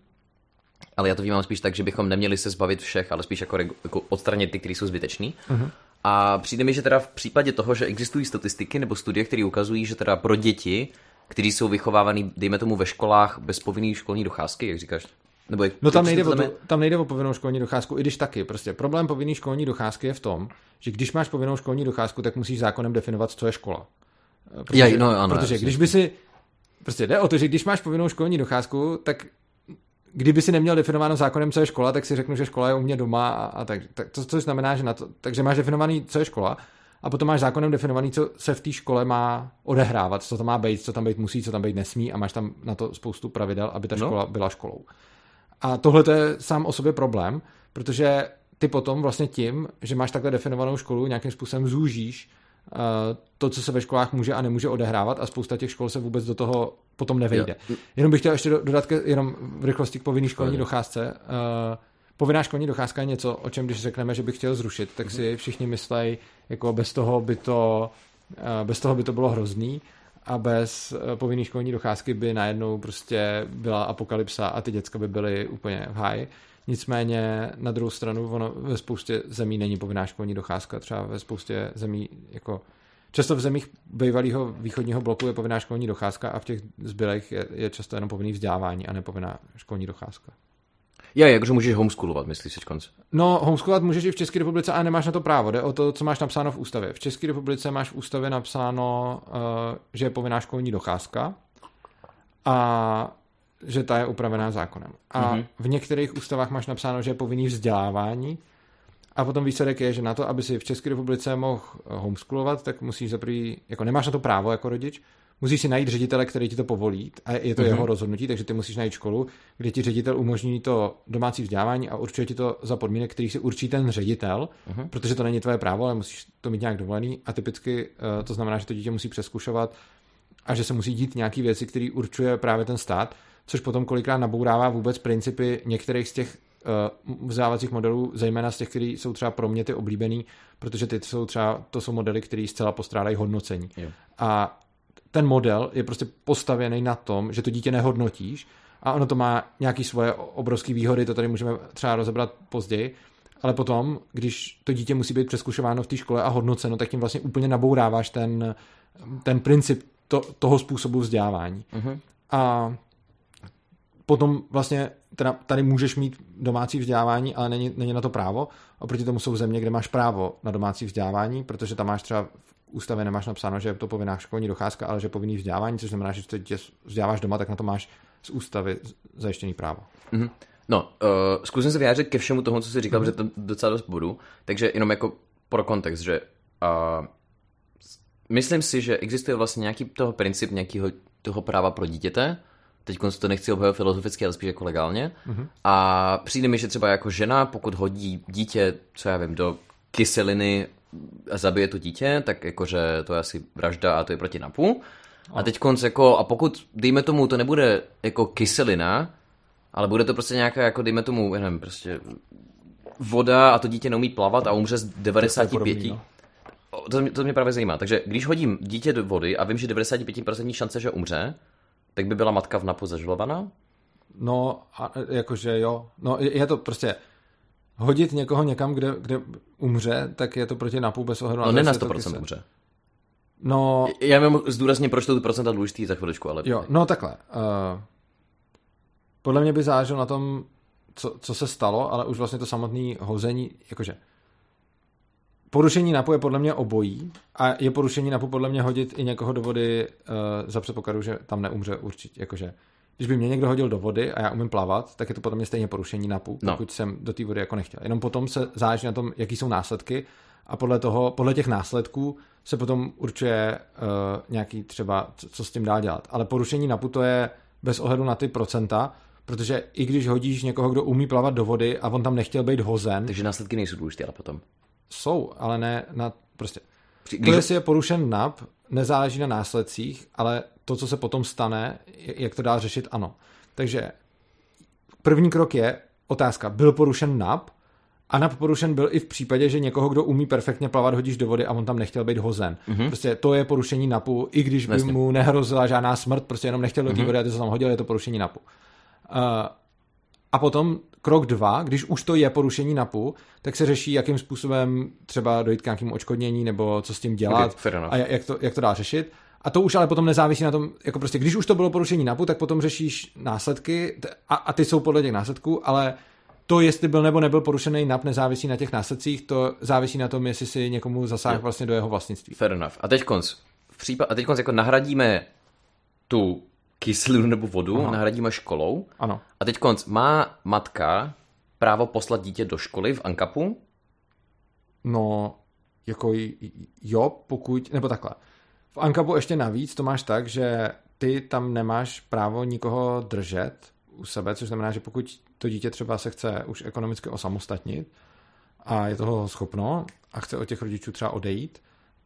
ale já to vnímám spíš tak, že bychom neměli se zbavit všech, ale spíš jako, jako odstranit ty, které jsou zbytečný. Uh-huh. A přijde mi, že teda v případě toho, že existují statistiky nebo studie, které ukazují, že teda pro děti, kteří jsou vychovávaný, dejme tomu ve školách bez povinné školní docházky, jak říkáš? Nebo jak, no tam nejde, o tu, tam nejde o povinnou školní docházku, i když taky. Prostě problém povinné školní docházky je v tom, že když máš povinnou školní docházku, tak musíš zákonem definovat, co je škola. Protože, Jaj, no, ano, protože když by si, prostě jde o to, že když máš povinnou školní docházku, tak kdyby si neměl definováno zákonem, co je škola, tak si řeknu, že škola je u mě doma, a, a tak, tak to, což znamená, že na to, takže máš definovaný, co je škola, a potom máš zákonem definovaný, co se v té škole má odehrávat, co tam má být, co tam být musí, co tam být nesmí, a máš tam na to spoustu pravidel, aby ta škola no. byla školou. A tohle to je sám o sobě problém, protože ty potom vlastně tím, že máš takhle definovanou školu, nějakým způsobem zúžíš to, co se ve školách může a nemůže odehrávat a spousta těch škol se vůbec do toho potom nevejde. Jo. Jenom bych chtěl ještě dodat ke, jenom v rychlosti k povinný školní docházce. Povinná školní docházka je něco, o čem když řekneme, že bych chtěl zrušit, tak si všichni myslejí, jako bez toho by to, bez toho by to bylo hrozný a bez povinné školní docházky by najednou prostě byla apokalypsa a ty děcka by byly úplně v háji. Nicméně na druhou stranu ono ve spoustě zemí není povinná školní docházka, třeba ve spoustě zemí jako často v zemích bývalého východního bloku je povinná školní docházka a v těch zbylých je, je často jenom povinný vzdělávání a ne povinná školní docházka. Já, jakože můžeš homeschoolovat, myslíš teď konc? No, homeschoolovat můžeš i v České republice, ale nemáš na to právo. Jde o to, co máš napsáno v ústavě. V České republice máš v ústavě napsáno, uh, že je povinná školní docházka a že ta je upravená zákonem. A mm-hmm. v některých ústavách máš napsáno, že je povinný vzdělávání a potom výsledek je, že na to, aby si v České republice mohl homeschoolovat, tak musíš zaprý, jako nemáš na to právo jako rodič, musíš si najít ředitele, který ti to povolí a je to mm-hmm. jeho rozhodnutí, takže ty musíš najít školu, kde ti ředitel umožní to domácí vzdělávání a určuje ti to za podmínek, který si určí ten ředitel, mm-hmm. protože to není tvoje právo, ale musíš to mít nějak dovolený a typicky uh, to znamená, že to dítě musí přezkušovat a že se musí dít nějaký věci, které určuje právě ten stát, což potom kolikrát nabourává vůbec principy některých z těch uh, vzdělávacích modelů, zejména z těch, které jsou třeba pro mě ty oblíbený, protože ty jsou třeba, to jsou modely, které zcela postrádají hodnocení. Yeah. A ten model je prostě postavěný na tom, že to dítě nehodnotíš a ono to má nějaké svoje obrovské výhody, to tady můžeme třeba rozebrat později, ale potom, když to dítě musí být přezkušováno v té škole a hodnoceno, tak tím vlastně úplně nabouráváš ten, ten princip to, toho způsobu vzdělávání. Uh-huh. A potom vlastně teda tady můžeš mít domácí vzdělávání, ale není, není na to právo. Oproti tomu jsou země, kde máš právo na domácí vzdělávání, protože tam máš třeba v ústavě nemáš napsáno, že je to povinná školní docházka, ale že povinný vzdělávání, což znamená, že když tě vzděláváš doma, tak na to máš z ústavy zajištěný právo. Mm-hmm. No, uh, zkusím se vyjádřit ke všemu tomu, co jsi říkal, mm-hmm. že to docela dost budu. Takže jenom jako pro kontext, že uh, myslím si, že existuje vlastně nějaký toho princip nějakého toho práva pro dítěte. Teď to nechci obhajovat filozoficky, ale spíš jako legálně. Mm-hmm. A přijde mi, že třeba jako žena, pokud hodí dítě, co já vím, do kyseliny a zabije to dítě, tak jakože to je asi vražda a to je proti napu. A teď konc jako, a pokud, dejme tomu, to nebude jako kyselina, ale bude to prostě nějaká, jako dejme tomu, nevím, prostě voda a to dítě neumí plavat a umře z devadesát pět. Podobný, no. to, to mě právě zajímá. Takže když hodím dítě do vody a vím, že devadesát pět procent šance, že umře, tak by byla matka v napu zažalovaná? No, a, jakože jo. No, je, je to prostě hodit někoho někam, kde, kde umře, tak je to proti napu bez ohledu na to. No ne na sto procent umře. No, já mám zdůrazně, proč to ty procenta důležitý za chviličku, ale... Jo, no takhle. Uh, podle mě by záleželo na tom, co, co se stalo, ale už vlastně to samotné hození, jakože porušení napu je podle mě obojí a je porušení napu podle mě hodit i někoho do vody uh, za předpokladu, že tam neumře určitě, jakože když by mě někdo hodil do vody a já umím plavat, tak je to podle mě stejně porušení napu, no. Pokud jsem do té vody jako nechtěl. Jenom potom se záleží na tom, jaký jsou následky a podle toho, podle těch následků se potom určuje uh, nějaký třeba, co, co s tím dá dělat. Ale porušení napu to je bez ohledu na ty procenta, protože i když hodíš někoho, kdo umí plavat do vody a on tam nechtěl být hozen. Takže následky nejsou důležité, ale potom. Jsou, ale ne na prostě. Když... To, jestli je porušen nap, nezáleží na následcích, ale to, co se potom stane, jak to dá řešit, ano. Takže první krok je otázka, byl porušen nap? A nap porušen byl i v případě, že někoho, kdo umí perfektně plavat, hodíš do vody a on tam nechtěl být hozen. Mm-hmm. Prostě to je porušení napu, i když by Vlastně. mu nehrozila žádná smrt, prostě jenom nechtěl do té mm-hmm. vody a ty se tam hodil, je to porušení napu. Uh, a potom krok dva, když už to je porušení napu, tak se řeší, jakým způsobem třeba dojít k nějakému odškodnění nebo co s tím dělat okay, a jak to, jak to dá řešit. A to už ale potom nezávisí na tom, jako prostě, když už to bylo porušení napu, tak potom řešíš následky a, a ty jsou podle těch následků, ale to, jestli byl nebo nebyl porušený nap, nezávisí na těch následcích, to závisí na tom, jestli si někomu zasáhl yeah. vlastně do jeho vlastnictví. Fair enough. A teď konc, v případ, a teď konc jako nahradíme tu kyselinu nebo vodu, Aha. nahradíme školou. Ano. A teď konc, má matka právo poslat dítě do školy v Ankapu? No, jako jo, pokud, nebo takhle. V Ankapu ještě navíc to máš tak, že ty tam nemáš právo nikoho držet u sebe, což znamená, že pokud to dítě třeba se chce už ekonomicky osamostatnit a je toho schopno a chce od těch rodičů třeba odejít, tak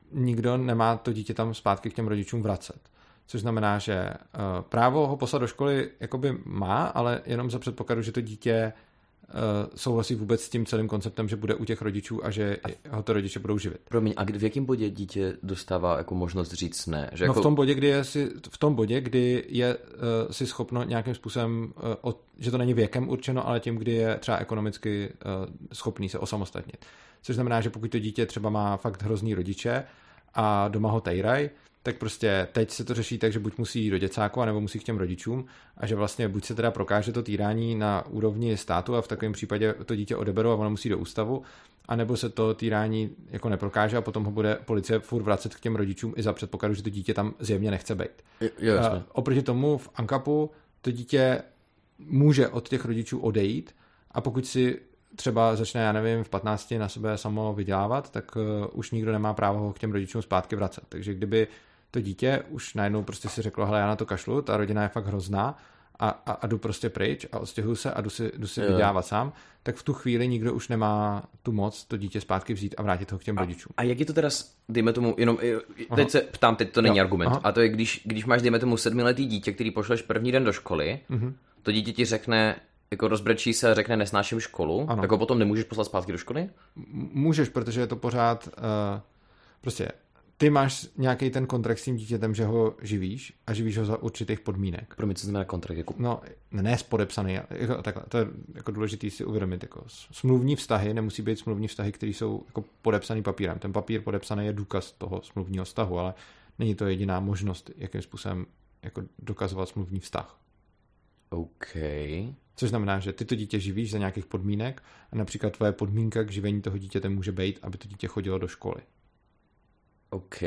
nikdo nemá to dítě tam zpátky k těm rodičům vracet. Což znamená, že právo ho poslat do školy jakoby má, ale jenom za předpokladu, že to dítě souhlasí vůbec s tím celým konceptem, že bude u těch rodičů a že ho to rodiče budou živit. Promiň, a v jakém bodě dítě dostává jako možnost říct ne? Že no jako... v tom bodě, kdy je si, v tom bodě, kdy je uh, si schopno nějakým způsobem, uh, od, že to není věkem určeno, ale tím, kdy je třeba ekonomicky uh, schopný se osamostatnit. Což znamená, že pokud to dítě třeba má fakt hrozný rodiče a doma ho tejraj, tak prostě teď se to řeší tak, že buď musí jít do děcáku, anebo musí k těm rodičům a že vlastně buď se teda prokáže to týrání na úrovni státu a v takovém případě to dítě odeberou a ono musí do ústavu, anebo se to týrání jako neprokáže a potom ho bude policie furt vracet k těm rodičům i za předpokladu, že to dítě tam zjevně nechce být. Jo, jasně. Oproti tomu v ANCAPu to dítě může od těch rodičů odejít a pokud si třeba začne, já nevím, v patnácti na sebe samo vydělávat, tak uh, už nikdo nemá právo ho k těm rodičům zpátky vracet. Takže kdyby to dítě už najednou prostě si řeklo, hele, já na to kašlu, ta rodina je fakt hrozná a, a, a jdu prostě pryč a odstěhuju se a jdu si, jdu si vydělávat sám, tak v tu chvíli nikdo už nemá tu moc to dítě zpátky vzít a vrátit ho k těm a, rodičům. A jak je to teda, dejme tomu, jenom, teď aha. se ptám, teď to není jo. argument, aha. a to je, když, když máš, dejme tomu, sedmiletý dítě, který pošleš první den do školy, uh-huh. to dítě ti řekne, jako rozbrečí se a řekne, nesnáším školu, ano. tak ho potom nemůžeš poslat zpátky do školy? Můžeš, protože je to pořád, uh, prostě ty máš nějaký ten kontrakt s tím dítětem, že ho živíš a živíš ho za určitých podmínek. Pro mě co znamená kontrakt? Jako... No, ne podepsaný, jako, takhle, to je jako důležitý si uvědomit. Jako, smluvní vztahy nemusí být smluvní vztahy, které jsou jako podepsaný papírem. Ten papír podepsaný je důkaz toho smluvního vztahu, ale není to jediná možnost, jakým způsobem jako dokazovat smluvní vztah. OK. Což znamená, že ty to dítě živíš za nějakých podmínek a například tvoje podmínka k živení toho dítěte může být, aby to dítě chodilo do školy. OK.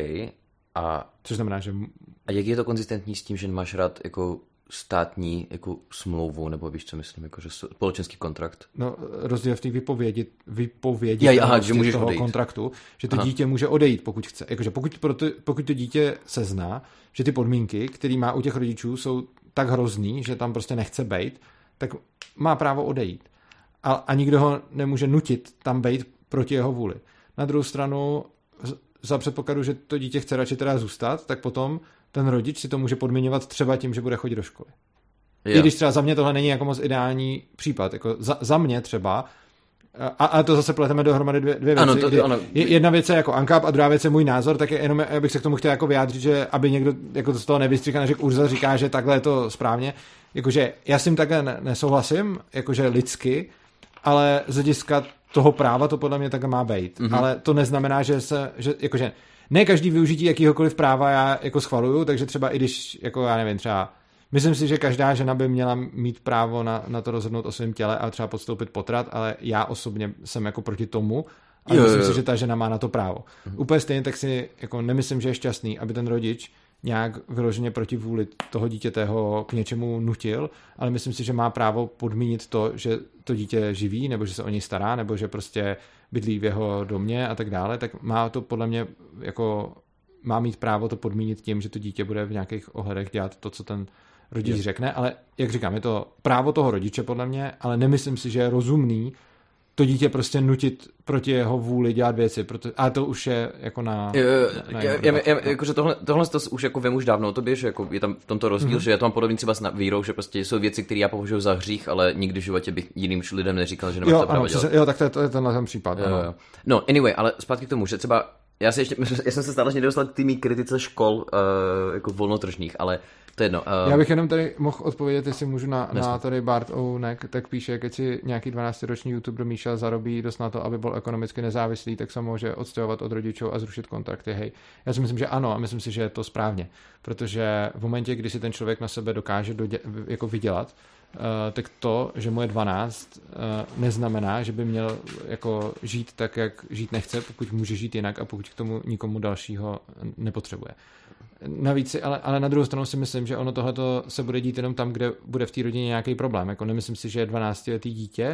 A, což znamená, že... A jak je to konzistentní s tím, že máš rád jako státní jako smlouvu, nebo víš, co myslím, jako že společenský kontrakt? No, rozdíl v té vypovědi, vypovědi Jaj, aha, že můžeš toho odejít. kontraktu, že to aha. dítě může odejít, pokud chce. Jakože pokud, proto, pokud to dítě sezná, že ty podmínky, které má u těch rodičů, jsou tak hrozný, že tam prostě nechce bejt, tak má právo odejít. A, a nikdo ho nemůže nutit tam bejt proti jeho vůli. Na druhou stranu, za předpokladu, že to dítě chce radši teda zůstat, tak potom ten rodič si to může podmiňovat třeba tím, že bude chodit do školy. Jo. I když třeba za mě tohle není jako moc ideální případ. Jako za, za mě třeba, a, a to zase pleteme dohromady dvě, dvě věci. Ano, to, ano. Jedna věc je jako ANCAP a druhá věc je můj názor, tak je jenom, abych se k tomu chtěl jako vyjádřit, že aby někdo jako z toho nevystříkal, neřekl Urza říká, že takhle je to správně. Jakože já s tím takhle nesouhlasím, jakože lidsky, ale z hlediska toho práva to podle mě takhle má být. Mm-hmm. Ale to neznamená, že se, že jakože ne každý využití jakýhokoliv práva já jako schvaluju, takže třeba i když, jako já nevím, třeba myslím si, že každá žena by měla mít právo na, na to rozhodnout o svém těle a třeba podstoupit potrat, ale já osobně jsem jako proti tomu a jo, myslím jo. si, že ta žena má na to právo. Mm-hmm. Úplně stejně tak si jako nemyslím, že je šťastný, aby ten rodič nějak vyloženě proti vůli toho dítěte ho k něčemu nutil, ale myslím si, že má právo podmínit to, že to dítě živí, nebo že se o něj stará, nebo že prostě bydlí v jeho domě a tak dále, tak má to podle mě jako má mít právo to podmínit tím, že to dítě bude v nějakých ohledech dělat to, co ten rodič je. řekne, ale jak říkám, je to právo toho rodiče podle mě, ale nemyslím si, že je rozumný to dítě prostě nutit proti jeho vůli dělat věci, proto, a to už je jako na... Jo, na já, já, já, jakože tohle, tohle to už jako vím už dávno o tobě, že jako je tam v tomto rozdíl, mm-hmm. že já to mám podobný třeba s vírou, že prostě jsou věci, které já považuji za hřích, ale nikdy v životě bych jiným lidem neříkal, že nemáš to právo dělat. Jo, tak to je, to je tenhle ten případ. Jo, jo. No, anyway, ale zpátky k tomu, že třeba já, se ještě, já jsem se stále nedostal k tými kritice škol uh, jako volnotržních, ale to je jedno. Uh... Já bych jenom tady mohl odpovědět, jestli můžu na, na tady Bart Ounek, tak píše, keď si nějaký dvanáctiroční youtuber Míša zarobí dost na to, aby byl ekonomicky nezávislý, tak se může odstěhovat od rodičů a zrušit kontrakty. Hej, já si myslím, že ano a myslím si, že je to správně, protože v momentě, kdy si ten člověk na sebe dokáže dodě, jako vydělat, uh, tak to, že mu je dvanáct, uh, neznamená, že by měl jako žít tak, jak žít nechce, pokud může žít jinak a pokud k tomu nikomu dalšího nepotřebuje. Navíc, ale, ale na druhou stranu si myslím, že ono tohleto se bude dít jenom tam, kde bude v té rodině nějaký problém. Jako nemyslím si, že dvanáctiletý dítě,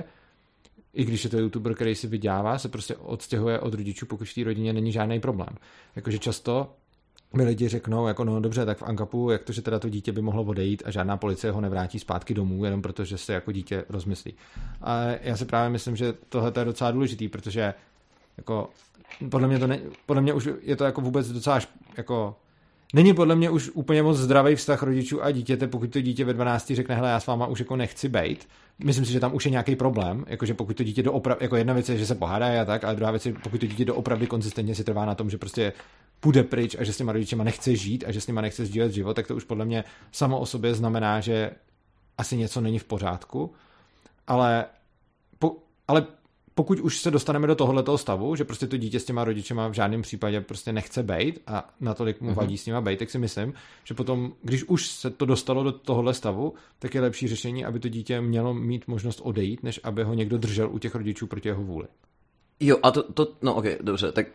i když je to youtuber, který si vydělává, se prostě odstěhuje od rodičů, pokud v té rodině není žádný problém. Jakože často mi lidi řeknou, jako no dobře, tak v ANCAPu, jak to, že teda to dítě by mohlo odejít a žádná policie ho nevrátí zpátky domů, jenom protože se jako dítě rozmyslí. A já si právě myslím, že tohle je docela důležitý, protože jako podle mě to ne, podle mě už je to jako vůbec docela až, jako není podle mě už úplně moc zdravý vztah rodičů a dítěte, pokud to dítě ve dvanácti řekne, hele, já s váma už jako nechci bejt. Myslím si, že tam už je nějaký problém, jakože pokud to dítě doopravdy, jako jedna věc je, že se pohádají a tak, ale druhá věc je, pokud to dítě doopravdy konzistentně si trvá na tom, že prostě půjde pryč a že s těma rodičema nechce žít a že s nima nechce sdílet život, tak to už podle mě samo o sobě znamená, že asi něco není v pořádku. Ale, po, ale pokud už se dostaneme do tohohletoho stavu, že prostě to dítě s těma rodičema v žádném případě prostě nechce bejt a natolik mu vadí s nima bejt, tak si myslím, že potom, když už se to dostalo do tohohle stavu, tak je lepší řešení, aby to dítě mělo mít možnost odejít, než aby ho někdo držel u těch rodičů proti jeho vůli. Jo, a to, to no ok, dobře, tak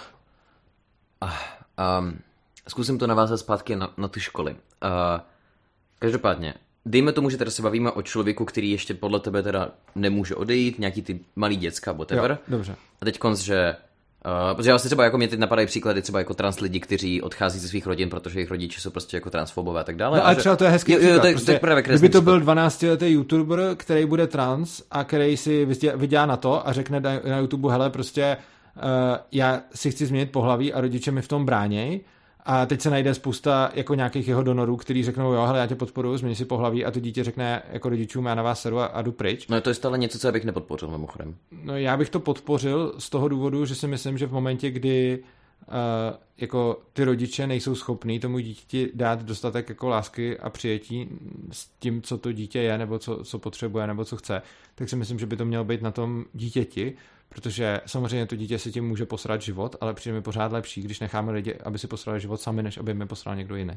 um, zkusím to navázat zpátky na, na ty školy. Uh, každopádně, dejme tomu, že teda se bavíme o člověku, který ještě podle tebe teda nemůže odejít, nějaký ty malý děcka, whatever. Jo, dobře. A teď konc, že Uh, protože vlastně třeba jako mě teď napadají příklady třeba jako trans lidi, kteří odchází ze svých rodin, protože jejich rodiče jsou prostě jako transfobové a tak dále. No a třeba to je hezký příklad. Jo, jo, prostě, kdyby to byl dvanáctiletý youtuber, který bude trans a který si vydělá na to a řekne na YouTube, hele, prostě uh, já si chci změnit pohlaví a rodiče mi v tom bráněj. A teď se najde spousta jako nějakých jeho donorů, kteří řeknou, jo, hele, já tě podporuji, změni si pohlaví a to dítě řekne jako rodičům, já na vás seru a, a jdu pryč. No to je stále něco, co já bych nepodpořil mimochodem. No já bych to podpořil z toho důvodu, že si myslím, že v momentě, kdy uh, jako ty rodiče nejsou schopní tomu dítěti dát dostatek jako lásky a přijetí s tím, co to dítě je, nebo co, co potřebuje, nebo co chce, tak si myslím, že by to mělo být na tom dítěti, protože samozřejmě to dítě si tím může posrat život, ale přijde mi pořád lepší, když necháme lidi, aby si posrali život sami, než aby mi posral někdo jiný.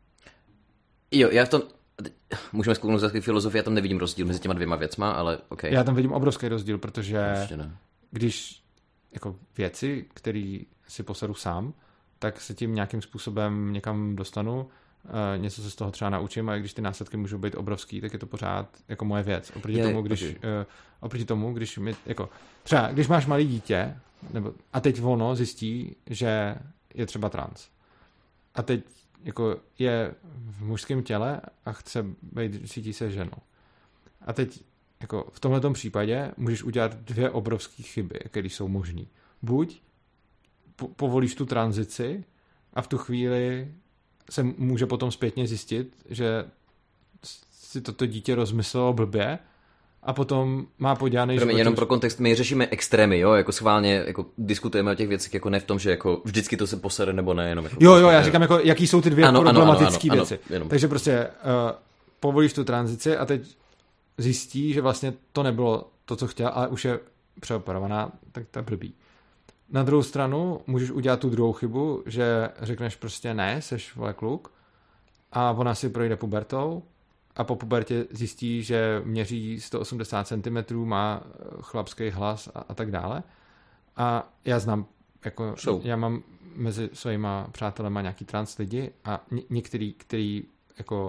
Jo, já v tom, můžeme zkouknout za filozofii, já tam nevidím rozdíl mezi těma dvěma věcma, ale ok. Já tam vidím obrovský rozdíl, protože ne. když jako věci, které si poseru sám, tak se tím nějakým způsobem někam dostanu, Uh, něco se z toho třeba naučím a když ty následky můžou být obrovský, tak je to pořád jako moje věc. Oproti je, tomu, když okay. uh, oproti tomu, když mi, jako, třeba, když máš malé dítě, nebo, a teď ono zjistí, že je třeba trans. A teď jako je v mužském těle a chce být, cítí se ženou. A teď jako v tomhletom případě můžeš udělat dvě obrovské chyby, které jsou možné. Buď po, povolíš tu tranzici a v tu chvíli se může potom zpětně zjistit, že si toto dítě rozmyslelo blbě a potom má podělaný život. Jenom pro kontext, my řešíme extrémy, jo, jako schválně jako diskutujeme o těch věcech, jako ne v tom, že jako vždycky to se posere nebo ne, jenom jako jo, jo, já říkám, jako, jaký jsou ty dvě ano, problematické ano, věci. Ano, Takže prostě uh, povolíš tu tranzici a teď zjistí, že vlastně to nebylo to, co chtěl, ale už je přeoperovaná, tak to je blbý. Na druhou stranu můžeš udělat tu druhou chybu, že řekneš prostě ne, seš vole kluk a ona si projde pubertou a po pubertě zjistí, že měří sto osmdesát centimetrů, má chlapský hlas a, a tak dále. A já znám, jako Jsou. já mám mezi svýma přátelema nějaký trans lidi a ně, některý, který jako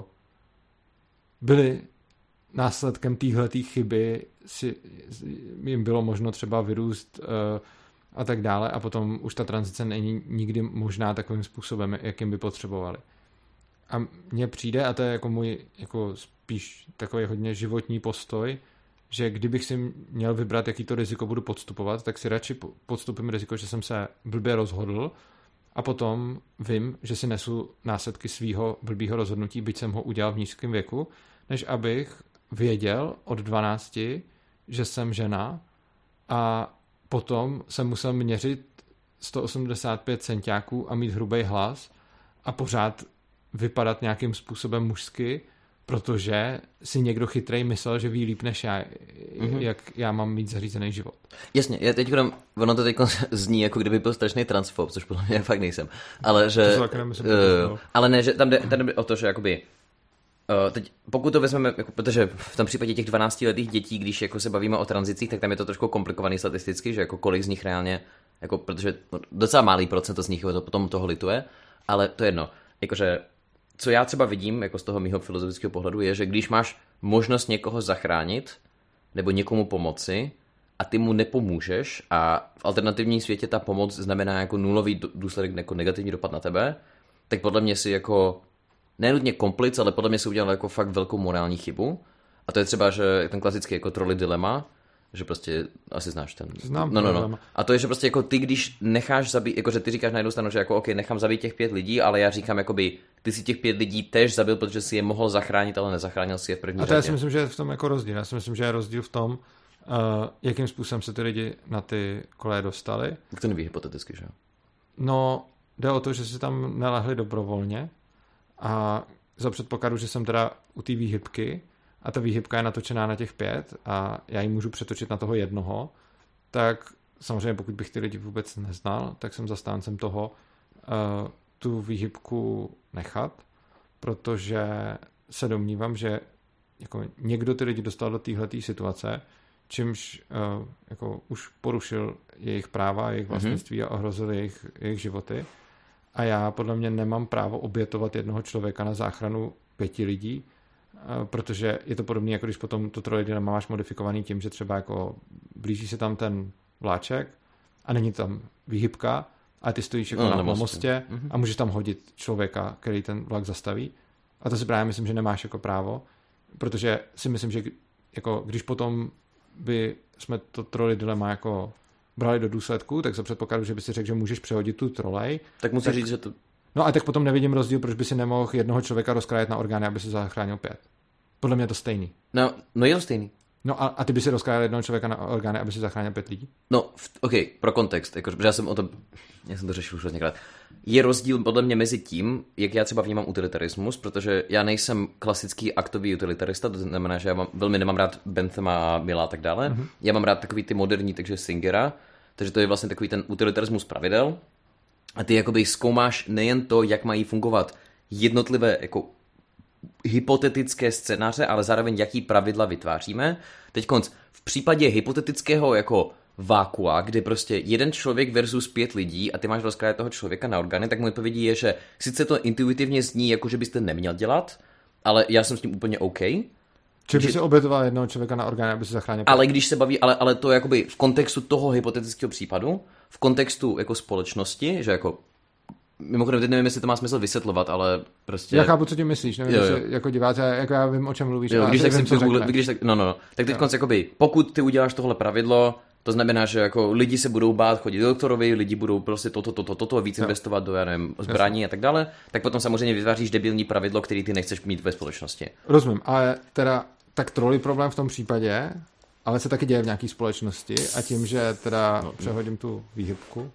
byli následkem téhletý chyby, si, jim bylo možno třeba vyrůst uh, a tak dále a potom už ta tranzice není nikdy možná takovým způsobem, jakým by potřebovali. A mně přijde, a to je jako můj jako spíš takový hodně životní postoj, že kdybych si měl vybrat, jaký to riziko budu podstupovat, tak si radši podstupím riziko, že jsem se blbě rozhodl a potom vím, že si nesu následky svýho blbýho rozhodnutí, byť jsem ho udělal v nízkém věku, než abych věděl od dvanácti, že jsem žena a potom jsem musel měřit sto osmdesát pět centiáků a mít hrubý hlas a pořád vypadat nějakým způsobem mužsky, protože si někdo chytrej myslel, že ví líp než já, mm-hmm. jak já mám mít zařízený život. Jasně, já teď ono to teď zní, jako kdyby byl strašný transfob, což podle mě fakt nejsem. Ale že... To nemyslím, uh, ale ne, že tam jde, tam jde o to, že jakoby Uh, teď, pokud to vezmeme, jako, protože v tom případě těch dvanáctiletých dětí, když jako se bavíme o tranzicích, tak tam je to trošku komplikovaný statisticky, že jako kolik z nich reálně, jako, protože no, docela malý procent z nich to potom toho lituje, ale to je jedno. Jakože, co já třeba vidím jako z toho mýho filozofického pohledu je, že když máš možnost někoho zachránit nebo někomu pomoci a ty mu nepomůžeš a v alternativním světě ta pomoc znamená jako nulový důsledek, jako negativní dopad na tebe, tak podle mě si jako nenutně komplic, ale podle mě se udělal jako fakt velkou morální chybu. A to je třeba, že ten klasický jako trolley dilema, Že prostě asi znáš ten. Znám. No, no, no. A to je, že prostě jako ty, když necháš zabít, jako že ty říkáš na jednu stranu, že jako ok, nechám zabít těch pět lidí, ale já říkám jakoby, ty si těch pět lidí též zabil, protože si je mohl zachránit, ale nezachránil si je v první řadě. A to řadě. já si myslím, že je v tom jako rozdíl. Já si myslím, že je rozdíl v tom, uh, jakým způsobem se ty lidi na ty koleje dostali. Tak to neví hypoteticky, že jo? No, jde o to, že si tam nelehli dobrovolně a za předpokladu, že jsem teda u té výhybky a ta výhybka je natočená na těch pět a já ji můžu přetočit na toho jednoho, tak samozřejmě pokud bych ty lidi vůbec neznal, tak jsem zastáncem toho uh, tu výhybku nechat, protože se domnívám, že jako někdo ty lidi dostal do téhleté situace, čímž uh, jako už porušil jejich práva, jejich vlastnictví mm-hmm. a ohrozil jejich, jejich životy. A já podle mě nemám právo obětovat jednoho člověka na záchranu pěti lidí, protože je to podobné, jako když potom to troj dilema máš modifikovaný tím, že třeba jako blíží se tam ten vláček a není tam výhybka a ty stojíš jako no, na, na mostě, mostě mm-hmm. a můžeš tam hodit člověka, který ten vlak zastaví. A to si právě myslím, že nemáš jako právo, protože si myslím, že jako když potom by jsme to troj dilema jako brali do důsledku, tak za předpokladu, že by si řekl, že můžeš přehodit tu trolej. Tak musíš tak... říct, že to... No a tak potom nevidím rozdíl, proč by si nemohl jednoho člověka rozkrájet na orgány, aby se zachránil pět. Podle mě je to stejný. No, no je to stejný. No a, a ty by si rozkrájel jednoho člověka na orgány, aby si zachránil pět lidí? No, v, OK, pro kontext, jako, já jsem o tom, já jsem to řešil už hodněkrát. Je rozdíl podle mě mezi tím, jak já třeba vnímám utilitarismus, protože já nejsem klasický aktový utilitarista, to znamená, že já mám, velmi nemám rád Benthama a Milla a tak dále. Mm-hmm. Já mám rád takový ty moderní, takže Singera, takže to je vlastně takový ten utilitarismus pravidel. A ty jakoby zkoumáš nejen to, jak mají fungovat jednotlivé jako hypotetické scénáře, ale zároveň jaký pravidla vytváříme. Teď konc, v případě hypotetického jako vákua, kde prostě jeden člověk versus pět lidí a ty máš rozkrájet toho člověka na orgány, tak moje odpovědí je, že sice to intuitivně zní, jako že byste neměl dělat, ale já jsem s tím úplně OK. Čili by si obětoval jednoho člověka na orgány, aby se zachránil. Ale když se baví, ale, ale to jakoby v kontextu toho hypotetického případu, v kontextu jako společnosti, že jako mimochodem, teď nevím, jestli to má smysl vysvětlovat, ale prostě... Já chápu, co tím myslíš, nevím, jo, jo. Jestli, jako diváci, jako já vím, o čem mluvíš. Jo, když tak vím, si Google, když tak, no, no, no. Tak teď konc, jakoby, pokud ty uděláš tohle pravidlo, to znamená, že jako lidi se budou bát chodit do doktorovi, lidi budou prostě toto, toto, toto, víc jo. investovat do, já nevím, zbraní a tak dále, tak potom samozřejmě vytváříš debilní pravidlo, který ty nechceš mít ve společnosti. Rozumím, ale teda tak trolley problém v tom případě, ale se taky děje v nějaké společnosti a tím, že teda no, přehodím no. tu výhybku,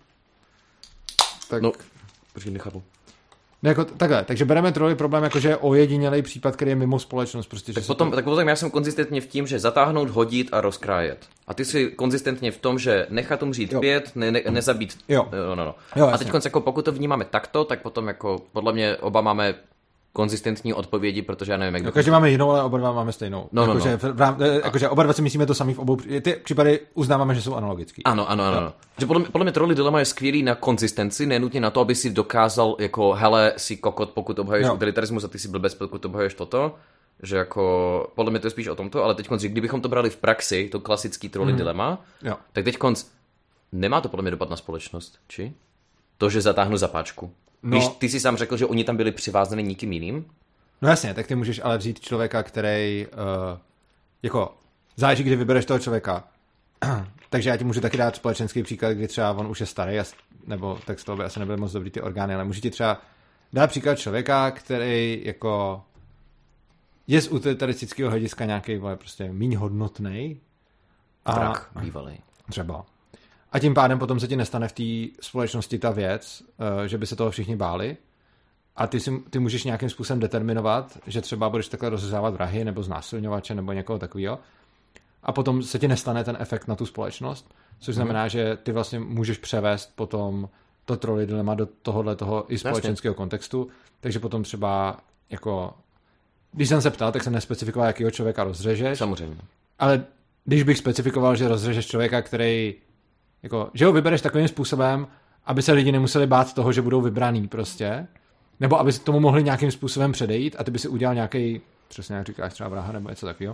tak... No, počkej, nechápu. Ne, jako, takhle, takže bereme trolley problém jako, že je ojedinělej případ, který je mimo společnost. Prostě, tak, že potom, to... tak potom já jsem konzistentně v tím, že zatáhnout, hodit a rozkrájet. A ty jsi konzistentně v tom, že nechat umřít jo. pět, ne, ne, nezabít. Jo. No, no, no. Jo, a teď konc, jako, pokud to vnímáme takto, tak potom jako podle mě oba máme konzistentní odpovědi, protože já nevím, jak... No, každý máme jinou, ale oba dva máme stejnou. No, no, jakože, no. Vrám, jakože oba dva si myslíme to samý v obou... Ty případy uznáváme, že jsou analogický. Ano, ano, ano. No. Že podle, podle mě trolley dilema je skvělý na konzistenci, nenutně na to, aby si dokázal jako hele, si kokot, pokud obhajuješ no. utilitarismus a ty si blbec, pokud obhajuješ toto. Že jako, podle mě to je spíš o tomto, ale teď konc, kdybychom to brali v praxi, to klasický trolley mm. dilema, jo. tak teď konc, nemá to podle mě dopad na společnost, či? To, že zatáhnu zapáčku. No. Když ty si sám řekl, že oni tam byli přivázaný nikým jiným. No jasně, tak ty můžeš ale vzít člověka, který uh, jako záleží, kdy vybereš toho člověka. Takže já ti můžu taky dát společenský příklad, kdy třeba on už je starý, nebo tak z toho by asi nebyly moc dobrý ty orgány, ale můžu ti třeba dát příklad člověka, který jako je z utilitaristického hlediska nějaký vole, prostě míň hodnotnej. A Vrak bývalý. Třeba. A tím pádem potom se ti nestane v té společnosti ta věc, uh, že by se toho všichni báli. A ty, si, ty můžeš nějakým způsobem determinovat, že třeba budeš takhle rozřezávat vrahy nebo znásilňovače nebo někoho takového. A potom se ti nestane ten efekt na tu společnost, což znamená, mm. že ty vlastně můžeš převést potom to trolley dilema do tohohle toho i společenského kontextu. Takže potom třeba jako, když jsem se ptal, tak jsem nespecifikoval, jakýho člověka rozřežeš. Samozřejmě. Ale když bych specifikoval, že rozřežeš člověka, který jako, že ho vybereš takovým způsobem, aby se lidi nemuseli bát toho, že budou vybraný prostě, nebo aby tomu mohli nějakým způsobem předejít a ty by si udělal nějaký, přesně jak říkáš, třeba vraha nebo něco takového,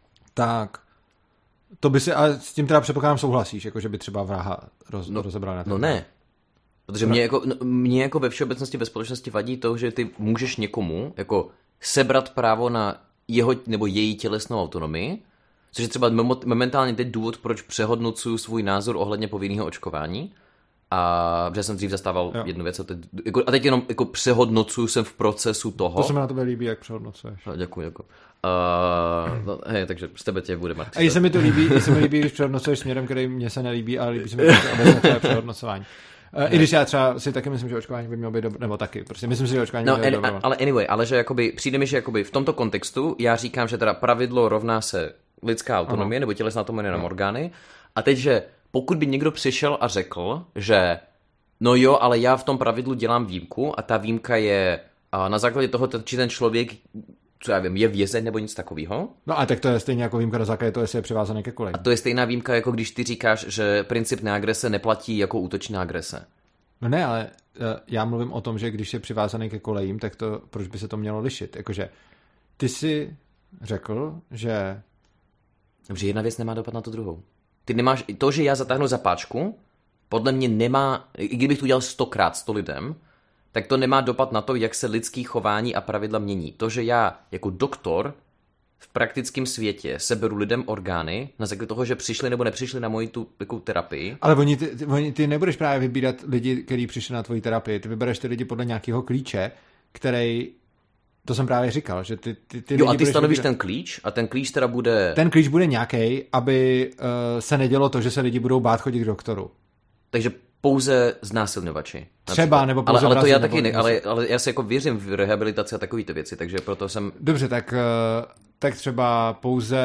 tak to by si, a s tím teda předpokládám souhlasíš, jako že by třeba vraha roz, no, rozebral na to. No ne, protože mě jako, no, mě jako ve všeobecnosti ve společnosti vadí to, že ty můžeš někomu jako sebrat právo na jeho nebo její tělesnou autonomii, což je třeba momentálně teď důvod, proč přehodnocuju svůj názor ohledně povinného očkování. A protože jsem dřív zastával jo. jednu věc a teď, jako, a teď jenom jako přehodnocuju, jsem v procesu toho. To se mi na tebe líbí, jak přehodnocuješ. No, děkuji, děkuji. Uh, no, hej, takže z tebe tě bude Martin. A i se mi to líbí, se mi líbí, když přehodnocuješ směrem, který mě se nelíbí, ale líbí se mi to obecně tvoje přehodnocování. Uh, I když já třeba si taky myslím, že očkování by mělo být dobré, nebo taky, prostě myslím si, že očkování no, by mělo být dobré. Ale anyway, ale že jakoby, přijde mi, že jakoby v tomto kontextu já říkám, že teda pravidlo rovná se lidská autonomie, ano. nebo tělesná autonomie na orgány. A teď, že pokud by někdo přišel a řekl, že no jo, ale já v tom pravidlu dělám výjimku a ta výjimka je a na základě toho, či ten člověk, co já vím, je vězeň nebo nic takového. No a tak to je stejně jako výjimka na základě toho, jestli je přivázaný ke koleji. A to je stejná výjimka, jako když ty říkáš, že princip neagrese neplatí jako útočná agrese. No ne, ale já mluvím o tom, že když je přivázaný ke kolejím, tak to, proč by se to mělo lišit? Jakože ty si řekl, že... Dobře, jedna věc nemá dopad na tu druhou. Ty nemáš, to, že já zatáhnu za páčku, podle mě nemá, i kdybych to udělal stokrát sto lidem, tak to nemá dopad na to, jak se lidský chování a pravidla mění. To, že já jako doktor v praktickém světě seberu lidem orgány na základě toho, že přišli nebo nepřišli na moji tu jako terapii. Ale oni ty, ty, oni, ty nebudeš právě vybírat lidi, kteří přišli na tvoji terapii. Ty vybereš ty lidi podle nějakého klíče, který... To jsem právě říkal, že ty, ty, ty jo, lidi a ty stanovíš vybírat... ten klíč a ten klíč teda bude... Ten klíč bude nějaký, aby uh, se nedělo to, že se lidi budou bát chodit k doktoru. Takže pouze znásilňovači. Třeba, nebo pouze ale, ale to já taky nebo... ne, ale, ale já si jako věřím v rehabilitaci a takovýto věci, takže proto jsem... Dobře, tak, tak třeba pouze...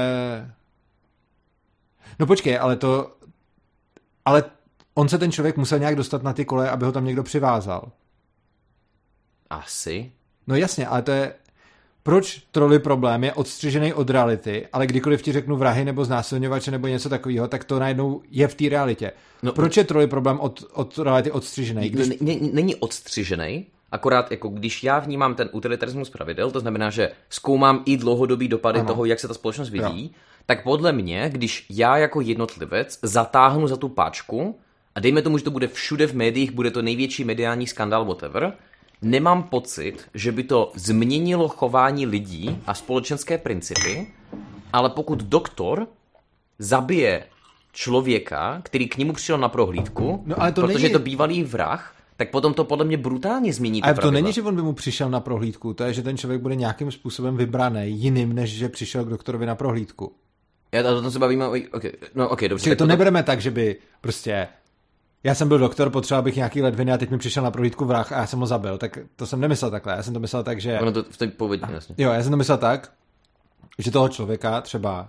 No počkej, ale to... Ale on se ten člověk musel nějak dostat na ty koleje, aby ho tam někdo přivázal. Asi. No jasně, ale to je... Proč troly problém je odstřižený od reality, ale kdykoliv ti řeknu vrahy nebo znásilňovače nebo něco takového, tak to najednou je v té realitě. No, proč je troly problém od, od reality odstřižený? Když... Není odstřižený, akorát jako když já vnímám ten utilitarismus pravidel, to znamená, že zkoumám i dlouhodobý dopady ano. toho, jak se ta společnost vyvíjí, jo. tak podle mě, když já jako jednotlivec zatáhnu za tu páčku a dejme tomu, že to bude všude v médiích, bude to největší mediální skandál, whatever, nemám pocit, že by to změnilo chování lidí a společenské principy, ale pokud doktor zabije člověka, který k němu přišel na prohlídku, no, ale to protože není... je to bývalý vrah, tak potom to podle mě brutálně změní. Ale to není, že on by mu přišel na prohlídku, to je, že ten člověk bude nějakým způsobem vybraný jiným, než že přišel k doktorovi na prohlídku. Já to, to se bavíme, okay. no okay, dobře. Čili to potom... nebereme tak, že by prostě... Já jsem byl doktor, potřeboval bych nějaký ledviny a teď mi přišel na prohlídku vrah a já jsem ho zabil. Tak to jsem nemyslel takhle. Já jsem to myslel tak, že... Ono to v té povědi, jasně. Jo, já jsem to myslel tak, že toho člověka třeba,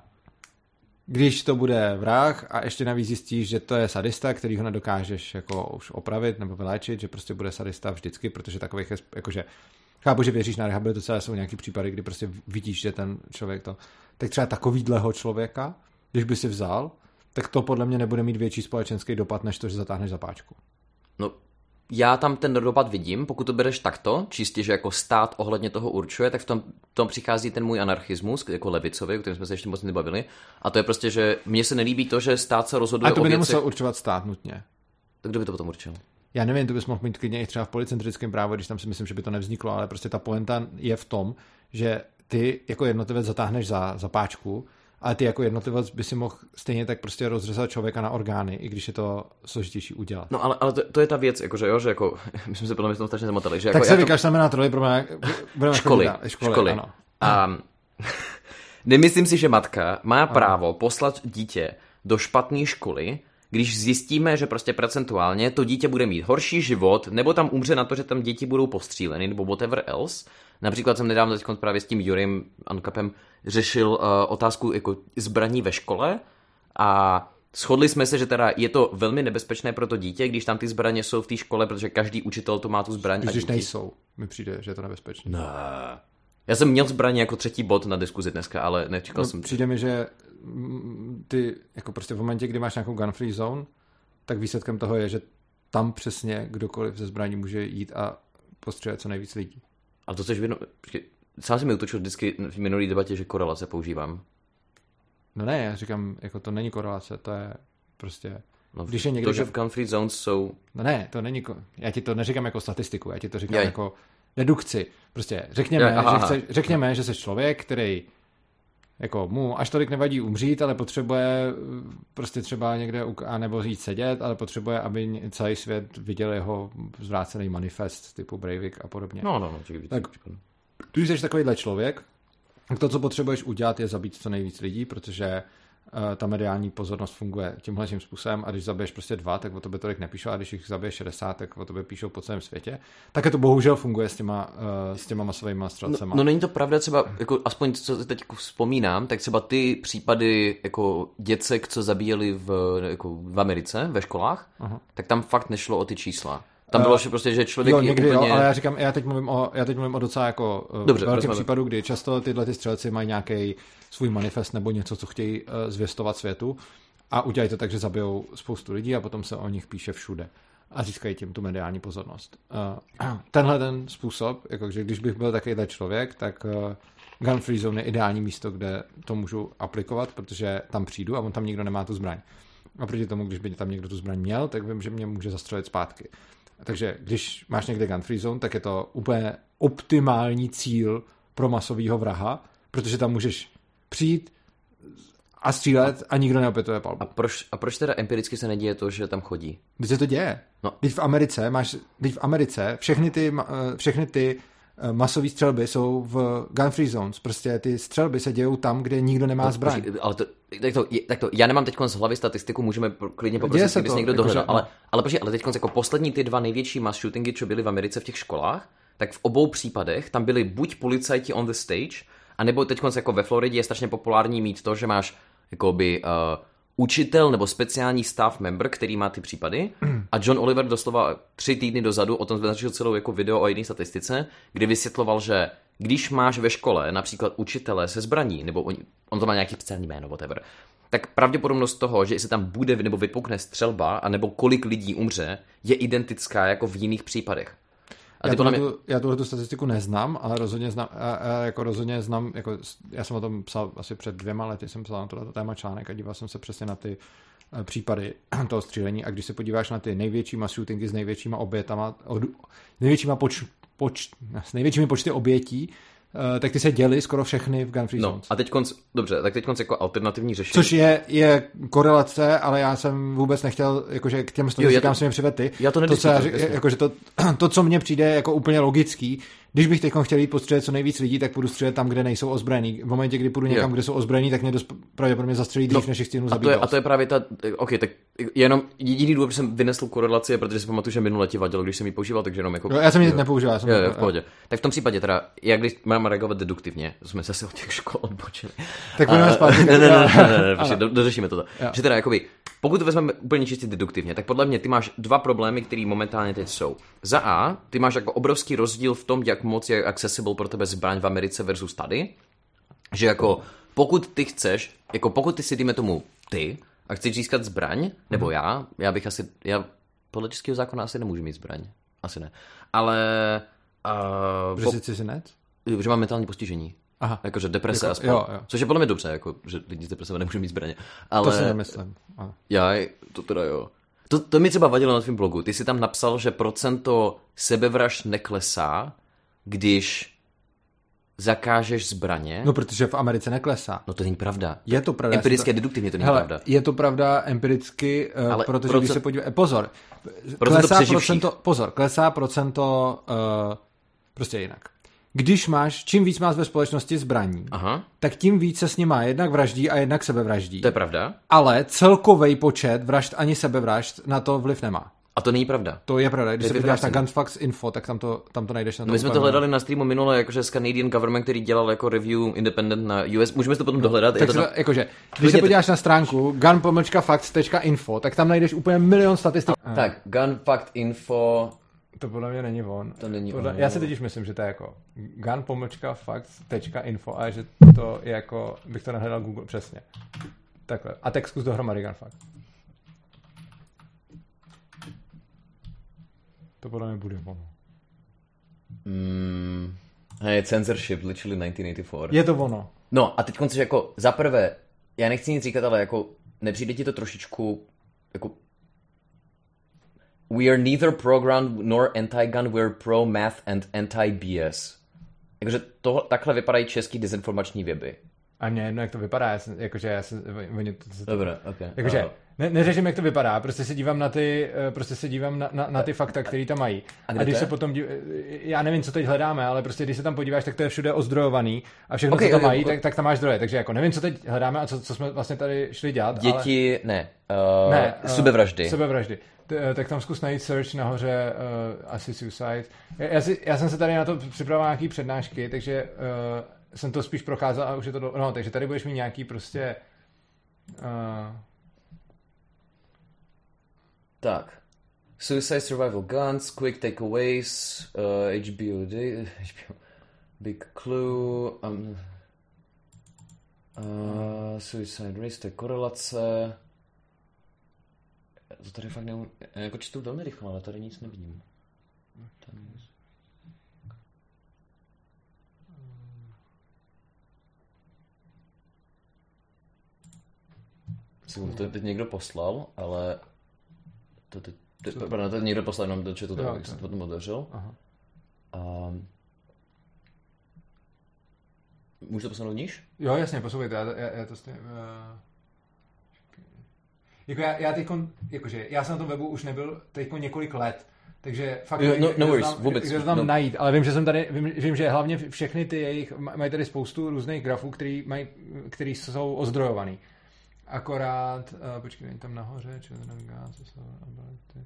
když to bude vrah a ještě navíc zjistíš, že to je sadista, který ho nedokážeš jako už opravit nebo vyléčit, že prostě bude sadista vždycky, protože takových je, jakože chápu, že věříš na rehabilitaci, ale jsou nějaký případy, kdy prostě vidíš, že ten člověk to... Tak třeba takovýhleho člověka, když by si vzal, tak to podle mě nebude mít větší společenský dopad, než to, že zatáhneš za páčku. No, já tam ten dopad vidím, pokud to bereš takto, čistě, že jako stát ohledně toho určuje, tak v tom, tom přichází ten můj anarchismus, jako levicový, o kterém jsme se ještě moc nebavili, a to je prostě, že mně se nelíbí to, že stát se rozhoduje o věcech... A to by nemusel určovat stát nutně. Tak kdo by to potom určil? Já nevím, to bys mohl mít klidně i třeba v policentrickém právu, když tam si myslím, že by to nevzniklo, ale prostě ta pointa je v tom, že ty jako jednotlivec zatáhneš za, za páčku, ale ty jako jednotlivec by si mohl stejně tak prostě rozřezat člověka na orgány, i když je to složitější udělat. No ale, ale to, to je ta věc, jakože jo, že jako, my jsme se podle mě v tom strašně zamotali. Že tak jako, se to... vykašleme na troly, budeme školy, školy, školy. Ano. A nemyslím si, že matka má právo ano. poslat dítě do špatné školy, když zjistíme, že prostě procentuálně to dítě bude mít horší život, nebo tam umře na to, že tam děti budou postříleny, nebo whatever else. Například jsem nedávno teď právě s tím Juriem Ankapem řešil uh, otázku jako zbraní ve škole a shodli jsme se, že teda je to velmi nebezpečné pro to dítě, když tam ty zbraně jsou v té škole, protože každý učitel to má tu zbraň. Když, když nejsou, mi přijde, že je to nebezpečné. Ne. Já jsem měl zbraně jako třetí bod na diskuzi dneska, ale nečekal no, jsem. Přijde mi, že ty jako prostě v momentě, kdy máš nějakou gun free zone, tak výsledkem toho je, že tam přesně kdokoliv ze zbraní může jít a postřelit co nejvíc lidí. A to, což věno... Sám si mi utočil vždycky v minulý debatě, že korelace používám. No ne, já říkám, jako to není korelace, to je prostě... No, když je někdo... To, že v gun free zones jsou... No ne, to není... Já ti to neříkám jako statistiku, já ti to říkám Jaj. jako dedukci. Prostě řekněme, Jaj, aha, že, chceš, řekněme že jsi člověk, který Jako mu až tolik nevadí umřít, ale potřebuje prostě třeba někde a nebo jít sedět, ale potřebuje, aby celý svět viděl jeho zvrácený manifest typu Breivik a podobně. No, no, no. Tak, když jsi takovýhle člověk, to, co potřebuješ udělat, je zabít co nejvíc lidí, protože uh, ta mediální pozornost funguje tímhle tím způsobem a když zabiješ prostě dva, tak o tobě tolik nepíšou a když jich zabiješ šedesát, tak o tobě píšou po celém světě. Také to bohužel funguje s těma, uh, s těma masovými střelcema. No, no není to pravda, třeba, jako, aspoň co teď vzpomínám, tak třeba ty případy jako děcek, co zabíjeli v, jako, v Americe, ve školách, aha, tak tam fakt nešlo o ty čísla. Tam bylo uh, prostě, že člověk jo, někdy je úplně... jo, ale já říkám, já teď mluvím o, já teď mluvím o docela jako Dobře, velkém případu, kdy často tyhle ty střelci mají nějaký svůj manifest nebo něco, co chtějí uh, zvěstovat světu a udělají to tak, že zabijou spoustu lidí a potom se o nich píše všude a získají tím tu mediální pozornost. Uh, tenhle ten způsob, jako že když bych byl takovýhle člověk, tak uh, Gun Free Zone je ideální místo, kde to můžu aplikovat, protože tam přijdu a on tam nikdo nemá tu zbraň. A proti tomu, když by tam někdo tu zbraň měl, tak vím, že mě může zastřelit zpátky. Takže když máš někde Gun Free Zone, tak je to úplně optimální cíl pro masového vraha, protože tam můžeš přijít a střílet a nikdo neopětuje palbu. A proč, a proč teda empiricky se neděje to, že tam chodí? Když se to děje. No. Když v Americe máš, když v Americe všechny ty, všechny ty masové střelby jsou v Gun Free Zones. Prostě ty střelby se dějou tam, kde nikdo nemá zbraň. Počkej, ale to, tak, to, tak to, já nemám teď z hlavy statistiku, můžeme klidně poprosit, kdyby se někdo jako dohledal. že, ale, no. ale počkej, ale teď jako poslední ty dva největší mass shootingy, co byly v Americe v těch školách, tak v obou případech tam byli buď policajti on the stage, anebo teď jako ve Floridě je strašně populární mít to, že máš jakoby uh, učitel nebo speciální staff member, který má ty případy. A John Oliver doslova tři týdny dozadu o tom zvedačil celou jako video o jedné statistice, kdy vysvětloval, že když máš ve škole například učitele se zbraní, nebo on, on to má nějaký speciální jméno, whatever, tak pravděpodobnost toho, že jestli tam bude nebo vypukne střelba, anebo kolik lidí umře, je identická jako v jiných případech. A já, tuhle, mě... já tuhle tu statistiku neznám, ale rozhodně znám, já, jako rozhodně znám, jako, já jsem o tom psal asi před dvěma lety, jsem psal na tohle téma článek a díval jsem se přesně na ty případy toho střílení a když se podíváš na ty největší mass shootingy s největšíma obětama, od, největšíma poč, poč, s největšími počty obětí, tak ty se děly skoro všechny v Gun Free Zones. No a teď konc, dobře, tak teď konc jako alternativní řešení. Což je, je korelace, ale já jsem vůbec nechtěl, jakože k těm statistikám jsem je přived ty. Já to nediskutuji. Jakože to, to, co mně přijde jako úplně logický, když bych teď chtěl jít postřelit co nejvíc lidí, tak půjdu střílet tam, kde nejsou ozbrojení. V momentě, kdy půjdu někam, jo. kde jsou ozbrojení, tak mě dost pravděpodobně zastřelí dřív, no, než jich stihnu zabít. A to, je, a to je právě ta, OK, tak jenom jediný důvod, že jsem vynesl korelaci, je, protože si pamatuju, že minule ti vadilo, když jsem ji používal, takže jenom jako... No, já jsem ji nepoužíval. Jo, jo, v pohodě. Tak v tom případě teda, jak když mám reagovat deduktivně, jsme se od těch škol odbočili. Tak budeme zpátky. Ne, ne, ne, ne, ne, dořešíme to. Že teda jakoby, pokud to vezmeme úplně čistě deduktivně, tak podle mě ty máš dva problémy, které momentálně teď jsou. Za A, ty máš jako obrovský rozdíl v tom, jak moc je accessible pro tebe zbraň v Americe versus tady. Že jako pokud ty chceš, jako pokud ty si dejme tomu ty a chceš získat zbraň, nebo já, já bych asi, já podle českého zákona asi nemůžu mít zbraň. Asi ne. Ale... Uh, Protože jsi cizinec? Že mám mentální postižení. Aha. Jakože deprese jako, a spol. Jo, jo. Což je podle mě dobře, jako, že lidi z deprese nemůžou mít zbraně. Ale... To si nemyslím. Aha. Já, to teda jo. To, to mi třeba vadilo na tvém blogu. Ty jsi tam napsal, že procento sebevražd neklesá, když zakážeš zbraně. No, protože v Americe neklesá. No to není pravda. Je to pravda. Empiricky a deduktivně to není Hele, pravda. Je to pravda empiricky, ale protože procent... když se podíváš... Pozor. Procento klesá procento... Pozor, klesá procento... Uh, prostě jinak. Když máš, čím víc máš ve společnosti zbraní, aha, tak tím víc se s nima jednak vraždí a jednak sebevraždí. To je pravda. Ale celkový počet vražd ani sebevražd na to vliv nemá. A to není pravda. To je pravda. Když se podíváš na Gunfacts Info, tak tam to, tam to najdeš. Na to My jsme to hledali na streamu minule, jakože z Canadian Government, který dělal jako review independent na U S. Můžeme to potom dohledat. Tak to tam... jakože, když se podíváš na stránku gun pomlčka facts tečka info, tak tam najdeš úplně milion statistik. A, tak, Gunfact Info... To podle mě není on. To není podle, on. Já si teď myslím, že to je jako gun pomlčka facts tečka info a že to je jako, bych to nahledal Google přesně. Takhle. A tak zkus dohromady Gunfact. To podle mě bude ono. Mm, hej, censorship, literally nineteen eighty-four. Je to ono. No a teď konci, jako za prvé, já nechci nic říkat, ale jako nepřijde ti to trošičku jako we are neither pro-gun nor anti-gun, we are pro-math and anti-B S. Jakože to, takhle vypadají český dezinformační weby. A mě jedno, jak to vypadá, já jsem, jakože já jsem, oni to, to, Dobré, okay. Jakože, uh. ne, neřeším, jak to vypadá, prostě se dívám na ty, prostě se dívám na, na, na ty fakta, které tam mají. A, a když se potom, dív, já nevím, co teď hledáme, ale prostě když se tam podíváš, tak to je všude ozdrojovaný a všechno, okay, co tam okay, mají, okay. Tak, tak tam máš zdroje. Takže jako nevím, co teď hledáme a co, co jsme vlastně tady šli dělat. Děti, ale... ne, uh, ne uh, sebevraždy. Sebevraždy. T, tak tam zkus najít search nahoře uh, asi suicide. Já, já, si, já jsem se tady na to připravoval nějaký přednášky, takže uh, jsem to spíš procházel a už je to... Do... No, takže tady budeš mít nějaký prostě... Uh... Tak. Suicide Survival Guns, Quick Takeaways, uh, H B O D, H B O, Big Clue, um, uh, Suicide Race, to je korelace. To tady fakt neumím, jako čtu velmi rychle, ale tady nic nevidím. To teď někdo poslal, ale to teď, teď, pardon, to někdo poslal jenom do chatu, tak jsem to potom otevřel. Um, můžu to posunout níž? Jo, jasně, poslouchejte, já, já, já to stejně... Uh... Jako já, já teďkon, jakože, já jsem na tom webu už nebyl teďkon několik let, takže fakt no, no, no worries, tam, vůbec, kde to tam no. najít, ale vím, že jsem tady, vím, vím, že hlavně všechny ty jejich, mají tady spoustu různých grafů, který, mají, který jsou ozdrojovaný. Akorát, uh, počkej, není tam nahoře, children gas, ability.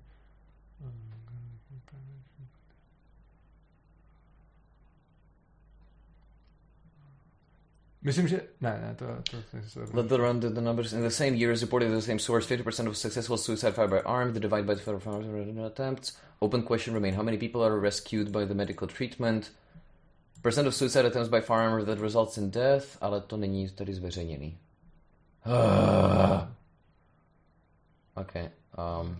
Myslím, že... Ne, ne, to... to, to, to Let the run the, the numbers in the same year is reported the same source. fifty percent of successful suicide fired by armed, the divide by the federal farmers attempts. Open question remain. How many people are rescued by the medical treatment? Percent of suicide attempts by firearms that results in death, ale to není tady zveřejněný. Uh. Okay. Um.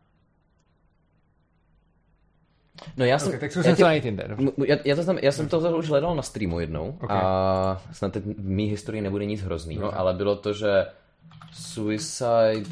No já jsem... Okay, tak zkusím to najít jinde. Já, já, to znam, já jsem to už hledal na streamu jednou okay. A snad teď v mý historii nebude nic hroznýho, okay. Ale bylo to, že Suicide,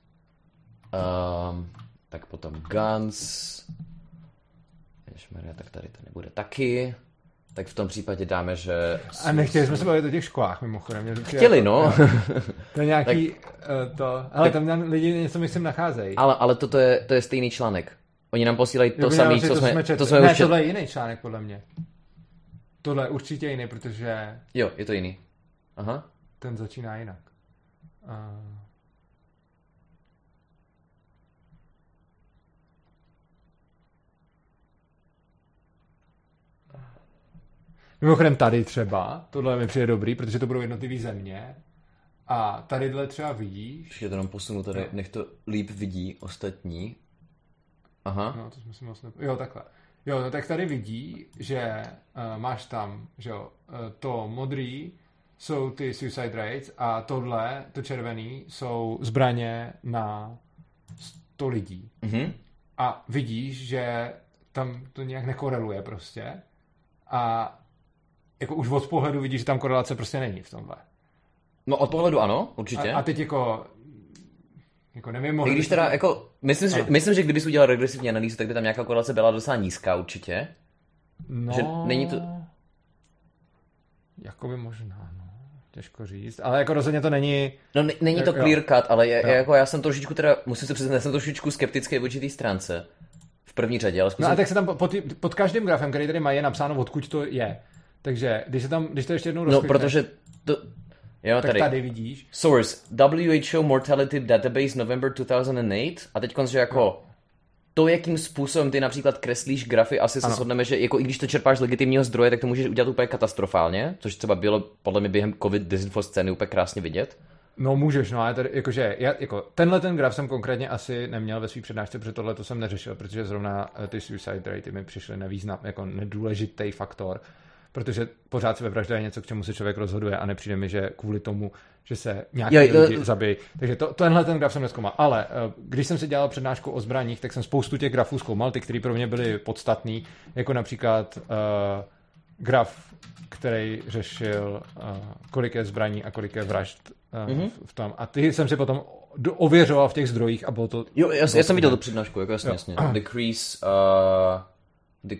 um, tak potom Guns, ježmarja, tak tady to nebude taky, tak v tom případě dáme, že... A nechtěli jsme se bavit o těch školách mimochodem. Mě Chtěli, jako, no. To je nějaký tak, uh, to, ale tak, tam lidi něco myslím nacházejí. Ale, ale toto je, to je stejný článek. Oni nám posílají to samé, co to jsme, jsme to jsme ne, už čet... tohle je jiný článek, podle mě. Tohle je určitě jiný, protože... Jo, je to jiný. Aha. Ten začíná jinak. Uh... Mimochodem tady třeba, tohle mi přijde dobrý, protože to budou jednotlivý země. A tadyhle třeba vidíš... Já to nám posunu tady, no. Nech to líp vidí ostatní. Aha. No, to jsme si moc nepr... Jo, takhle. Jo, no tak tady vidí, že uh, máš tam, že jo, uh, to modrý jsou ty suicide rates a tohle, to červený, jsou zbraně na sto lidí. Mhm. A vidíš, že tam to nějak nekoreluje prostě. A jako už od pohledu vidíš, že tam korelace prostě není v tomhle. No od pohledu ano, určitě. A, a teď jako... Jako nevím, I když teda, jako, myslím, že, myslím, že kdybys udělal regresivní analýzu, tak by tam nějaká korelace byla docela nízká určitě. No... Že není to... Jakoby možná, no. Těžko říct. Ale jako rozhodně to není... No n- není to clear cut, ale je, jako já jsem trošičku teda, musím se přiznat, já jsem trošičku skeptický vůči té stránce. V první řadě, ale zkusím... No a tak se tam pod, pod každým grafem, který tady má, je napsáno, odkud to je. Takže, když se tam, když to ještě jednou rozklikneš... No, protože to... Jo, tak tady. tady vidíš. Source, W H O Mortality Database November two thousand eight a teď že jako no. To, jakým způsobem ty například kreslíš grafy, asi se shodneme, že jako i když to čerpáš z legitimního zdroje, tak to můžeš udělat úplně katastrofálně, což třeba bylo podle mě během covid dezinfo scény úplně krásně vidět. No můžeš, no ale tady, jakože, já, jako, tenhle ten graf jsem konkrétně asi neměl ve své přednášce, protože tohle to jsem neřešil, protože zrovna ty suicide ratey mi přišly nevýznam, jako nedůležitý faktor. Protože pořád sebevražda je něco, k čemu se člověk rozhoduje a nepřijde mi, že kvůli tomu, že se nějaký jo, lidi zabijí. Takže to, tenhle ten graf jsem nezkoumal. Ale když jsem si dělal přednášku o zbraních, tak jsem spoustu těch grafů zkoumal, ty, které pro mě byly podstatný, jako například uh, graf, který řešil, uh, kolik je zbraní a kolik je vražd uh, mm-hmm. v, v tom. A ty jsem si potom do, ověřoval v těch zdrojích a bylo to... Jo, já, já jsem viděl tu přednášku, jako jasně, jasně. Decrease, uh,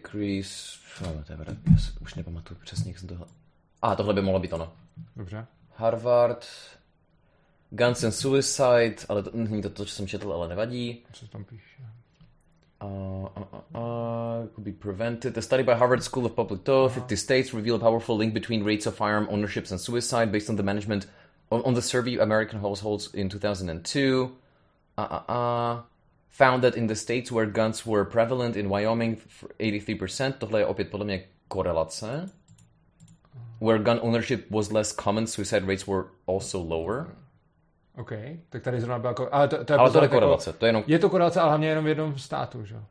decrease... No, to je vrát, já už nepamatuju přesně, jak jsem tohle... A ah, tohle by mohlo být ono. Dobře. Harvard, Guns and Suicide, ale to není to, to, co jsem četl, ale nevadí. Co tam píše? Uh, uh, uh, uh, could be prevented. A study by Harvard School of Public Law, fifty states, revealed a powerful link between rates of firearm ownerships and suicide based on the management on, on the survey of American households in two thousand two. Uh, uh, uh, found that in the states where guns were prevalent, in Wyoming eighty-three percent, tohle je opět podle mě korelace. Where gun ownership was less common, suicide rates were also lower. OK, tak tady zrovna byla ko- ale to, to je, ale to je korelace, jako, to je jenom... Je to korelace, ale hlavně jenom v jednom státu, že? Uh...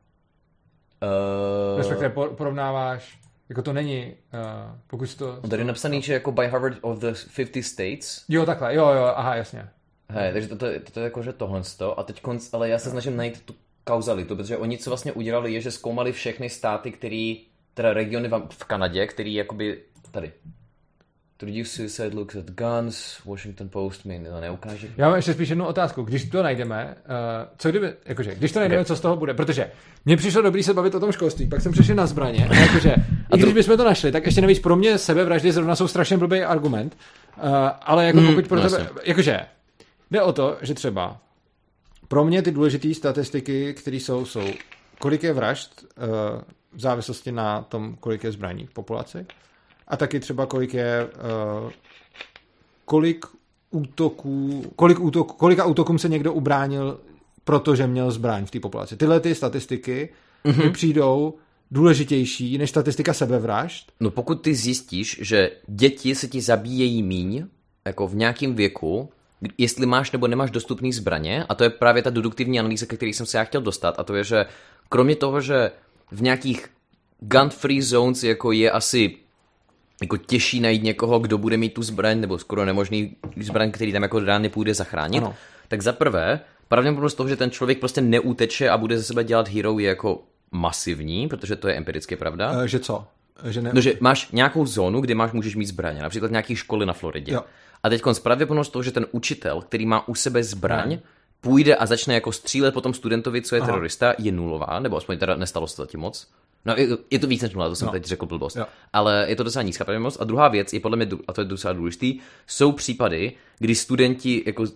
Respektive porovnáváš, jako to není, uh, pokud si to... Tady je napsaný, že jako by Harvard of the fifty states. Jo, takhle, jo, jo, aha, jasně. Hej, takže to, to, to, to je jako, že tohle a teď konc, ale já se snažím najít tu kauzalitu, protože oni co vlastně udělali je, že zkoumali všechny státy, který, teda regiony v Kanadě, který jakoby, tady. To reduce suicide looks at guns, Washington Post mi to neukáže. Já mám ještě spíš jednu otázku. Když to najdeme, uh, co kdyby, jakože, když to najdeme, okay. Co z toho bude? Protože mně přišlo dobrý se bavit o tom školství, pak jsem přišel na zbraně, a jakože, i když bychom to našli, tak ještě nevíš, pro mě sebevraždy zrovna jsou strašně blbý argument, uh, ale jako pokud mm, pro tebe, jakože, jde o to, že třeba pro mě ty důležité statistiky, které jsou, jsou kolik je vražd uh, v závislosti na tom, kolik je zbraní v populaci, a taky třeba kolik je uh, kolik útoků, kolik útok, kolika útokům se někdo ubránil, protože měl zbraň v té populaci. Tyhle ty statistiky mm-hmm. mi přijdou důležitější než statistika sebevražd. No pokud ty zjistíš, že děti se ti zabíjejí míň, jako v nějakém věku, jestli máš nebo nemáš dostupný zbraně, a to je právě ta deduktivní analýza, ke které jsem se já chtěl dostat, a to je, že kromě toho, že v nějakých gun-free zones jako je asi jako těžší najít někoho, kdo bude mít tu zbraň, nebo skoro nemožný zbraň, který tam jako reálně půjde zachránit, ano. Tak za prvé, pravděpodobnost toho, že ten člověk prostě neuteče a bude ze sebe dělat hero, je jako masivní, protože to je empiricky pravda. E, že co? Že ne... No, že máš nějakou zónu, kde máš, můžeš mít zbraně, například nějaký školy na Floridě. Jo. A teď pravděpodobnost toho, že ten učitel, který má u sebe zbraň, ne. půjde a začne jako střílet po tom studentovi, co je Aha. terorista, je nulová, nebo aspoň teda nestalo se zatím moc. No, je to víc než nula, to jsem no. teď řekl blbost. Jo. Ale je to docela nízká pravděpodobnost. A druhá věc je podle mě, a to je docela důležitý, jsou případy, kdy studenti jako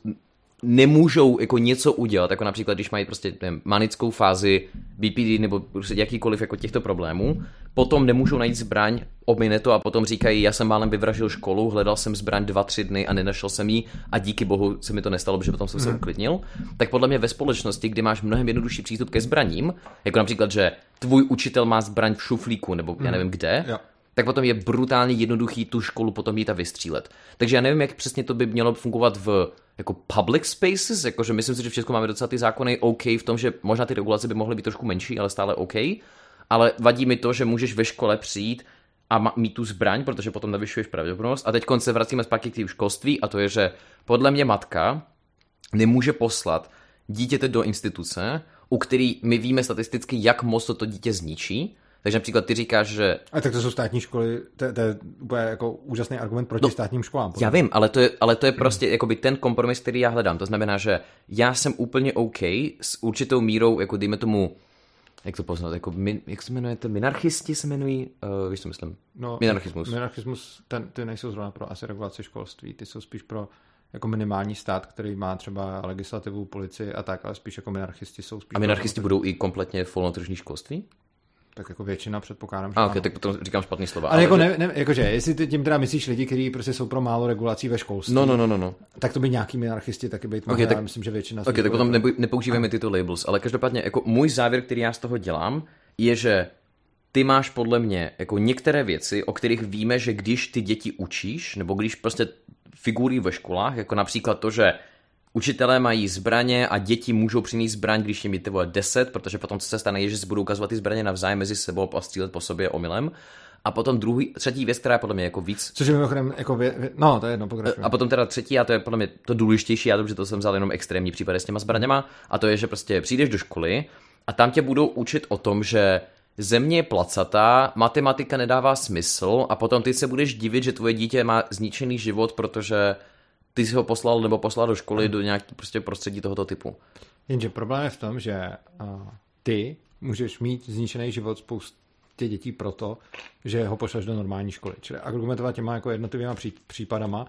nemůžou jako něco udělat, jako například, když mají prostě nevím, manickou fázi B P D nebo prostě jakýkoliv jako těchto problémů, potom nemůžou najít zbraň, omine to a potom říkají, já jsem málem vyvražil školu, hledal jsem zbraň dva, tři dny a nenašel jsem ji a díky bohu se mi to nestalo, protože potom jsem se uklidnil. Tak podle mě ve společnosti, kdy máš mnohem jednodušší přístup ke zbraním, jako například, že tvůj učitel má zbraň v šuflíku nebo já nevím kde, jo. tak potom je brutálně jednoduchý tu školu potom jít a vystřílet. Takže já nevím, jak přesně to by mělo fungovat v jako public spaces, jakože myslím si, že v Česku máme docela ty zákony OK v tom, že možná ty regulace by mohly být trošku menší, ale stále OK, ale vadí mi to, že můžeš ve škole přijít a mít tu zbraň, protože potom navyšuješ pravděpodobnost. A teď se vracíme zpátky k té školství a to je, že podle mě matka nemůže poslat dítěte do instituce, u který my víme statisticky, jak moc to, to dítě zničí. Takže například ty říkáš, že... A tak to jsou státní školy, to, to je úplně jako úžasný argument proti no, státním školám. Já vím, ale to je, ale to je prostě jakoby ten kompromis, který já hledám. To znamená, že já jsem úplně OK s určitou mírou, jako dejme tomu, jak to poznat, jako min, jak se jmenujete, minarchisti se jmenují, uh, víš co myslím? No, minarchismus. Minarchismus, ten, ty nejsou zrovna pro asi regulaci školství, ty jsou spíš pro jako minimální stát, který má třeba legislativu, policii a tak, ale spíš jako minarchisti jsou spíš... A minarchisti budou i kompletně volnotržní školství? Tak jako většina předpokládám, že a, okay, tak potom říkám špatný slova. Ale, ale jako že... ne, ne, jakože, jestli ty tím teda myslíš lidi, kteří prostě jsou pro málo regulací ve školství, no, no, no, no, no. tak to by nějaký minarchisti taky být mohli, okay, já myslím, že většina... Ok, tak potom jako... nepoužíváme tyto labels, ale každopádně jako můj závěr, který já z toho dělám, je, že ty máš podle mě jako některé věci, o kterých víme, že když ty děti učíš, nebo když prostě figurují ve školách, jako například to, že učitelé mají zbraně a děti můžou přinést zbraň, když jim je deset, protože potom co se stane, je, že si budou ukazovat ty zbraně navzájem mezi sebou a střílet po sobě omylem. A potom druhý, třetí věc, která je podle mě jako víc... Což je mimochodem jako vě, vě, no, to je jedno, pokračujeme. A potom teda třetí, a to je podle mě to důležitější, já dobře, to jsem vzal jenom extrémní případy s těma zbraněma, a to je, že prostě přijdeš do školy a tam tě budou učit o tom, že země je placatá, matematika nedává smysl a potom ty se budeš divit, že tvoje dítě má zničený život, protože ty jsi ho poslal nebo poslal do školy hmm. do nějaký prostě prostředí tohoto typu. Jenže problém je v tom, že uh, ty můžeš mít zničený život spoustě dětí proto, že ho pošleš do normální školy. Čili argumentovat těma jako jednotlivýma pří, případama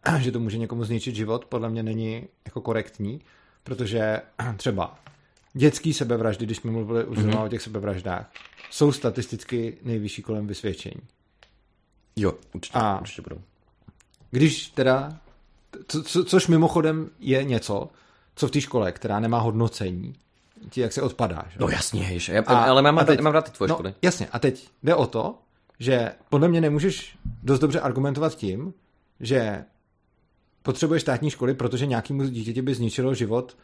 že to může někomu zničit život, podle mě není jako korektní, protože třeba dětský sebevraždy, když jsme mluvili už mm-hmm. o těch sebevraždách, jsou statisticky nejvyšší kolem vysvědčení. Jo, určitě, a určitě budou. Když teda, co, co, což mimochodem je něco, co v té škole, která nemá hodnocení, ti jak se odpadáš. No jasně, jež, já, a, ale mám, teď, mám rád ty tvoje no, školy. Jasně, a teď jde o to, že podle mě nemůžeš dost dobře argumentovat tím, že potřebuješ státní školy, protože nějakému dítěti by zničilo život,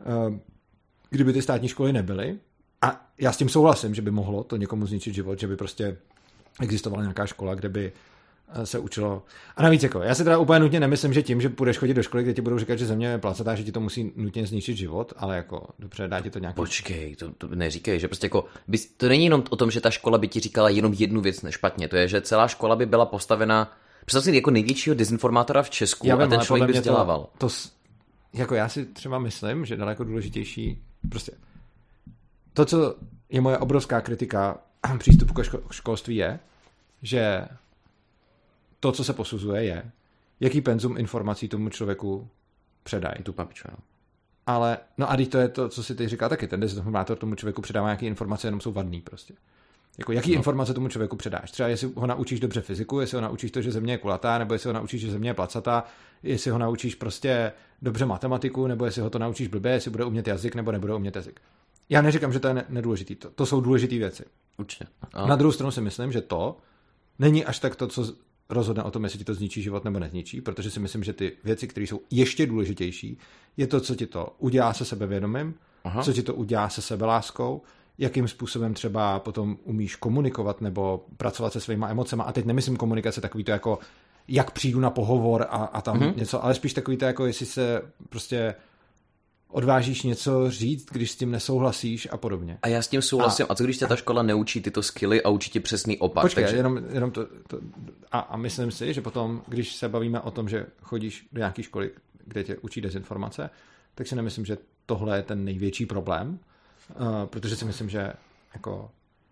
kdyby ty státní školy nebyly. A já s tím souhlasím, že by mohlo to někomu zničit život, že by prostě existovala nějaká škola, kde by se učilo. A navíc jako, já si teda úplně nutně nemyslím, že tím, že půjdeš chodit do školy, kde ti budou říkat, že země je placatá, že ti to musí nutně zničit život, ale jako dobře, dá ti to nějaký. Počkej, to, to neříkej, že prostě jako, bys, to není jenom o tom, že ta škola by ti říkala jenom jednu věc špatně, to je, že celá škola by byla postavena, představ si jako největšího dezinformátora v Česku já a vím, ten člověk by vzdělával. To, to, jako já si třeba myslím, že daleko důležitější, prostě to, co je moje obrovská kritika přístupu ke ško- školství je, že to, co se posuzuje, je, jaký penzum informací tomu člověku předají. Tu papiču, no. Ale, no a teď to je to, co si teď říká taky, ten dezinformátor tomu člověku předává nějaké informace, jenom jsou vadný prostě. Jako, jaký no. informace tomu člověku předáš? Třeba jestli ho naučíš dobře fyziku, jestli ho naučíš to, že země je kulatá, nebo jestli ho naučíš, že země je placatá, jestli ho naučíš prostě dobře matematiku, nebo jestli ho to naučíš blbě, jestli bude umět jazyk, nebo nebude umět jazyk. Já neříkám, že to je nedůležitý. To, to jsou důležité věci. Určitě. A... Na druhou stranu si myslím, že to není až tak to, co rozhodne o tom, jestli ti to zničí život nebo nezničí, protože si myslím, že ty věci, které jsou ještě důležitější, je to, co ti to udělá se sebevědomím, Aha. co ti to udělá se sebeláskou, jakým způsobem třeba potom umíš komunikovat nebo pracovat se svýma emocema. A teď nemyslím komunikace takový to jako, jak přijdu na pohovor a, a tam mm-hmm. něco, ale spíš takový to jako, jestli se prostě odvážíš něco říct, když s tím nesouhlasíš a podobně. A já s tím souhlasím. A, a co když tě ta škola neučí tyto skilly a učí tě přesný opak? Počkej, takže... jenom, jenom to... to a, a myslím si, že potom, když se bavíme o tom, že chodíš do nějaké školy, kde tě učí dezinformace, tak si nemyslím, že tohle je ten největší problém, uh, protože si myslím, že jako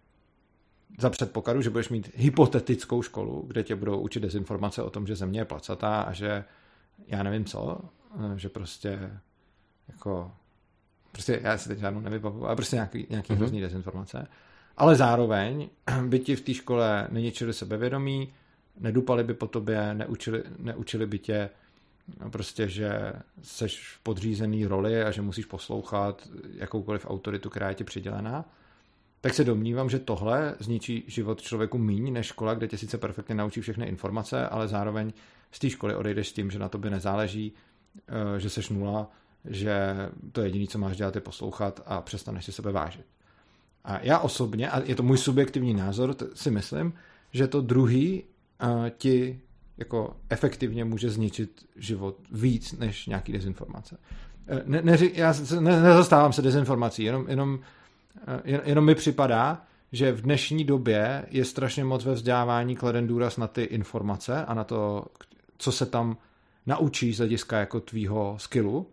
za předpokladu, že budeš mít hypotetickou školu, kde tě budou učit dezinformace o tom, že země je placatá a že já nevím co, uh, že prostě jako prostě já si teď žádnou nevybavuju, ale prostě nějaký, nějaký mm-hmm. hrozný dezinformace. Ale zároveň by ti v té škole neničili sebevědomí, nedupali by po tobě, neučili, neučili by tě prostě, že seš v podřízený roli a že musíš poslouchat jakoukoliv autoritu, která je ti přidělená. Tak se domnívám, že tohle zničí život člověku míň než škola, kde tě sice perfektně naučí všechny informace, ale zároveň z té školy odejdeš s tím, že na tobě nezáleží, že seš nula, že to jediné, co máš dělat, je poslouchat a přestaneš si sebe vážit. A já osobně, a je to můj subjektivní názor, si myslím, že to druhý uh, ti jako efektivně může zničit život víc než nějaký dezinformace. Ne, neři, já se, ne, nezastávám se dezinformací, jenom, jenom, jen, jenom mi připadá, že v dnešní době je strašně moc ve vzdělávání kladen důraz na ty informace a na to, co se tam naučí z hlediska jako tvýho skillu,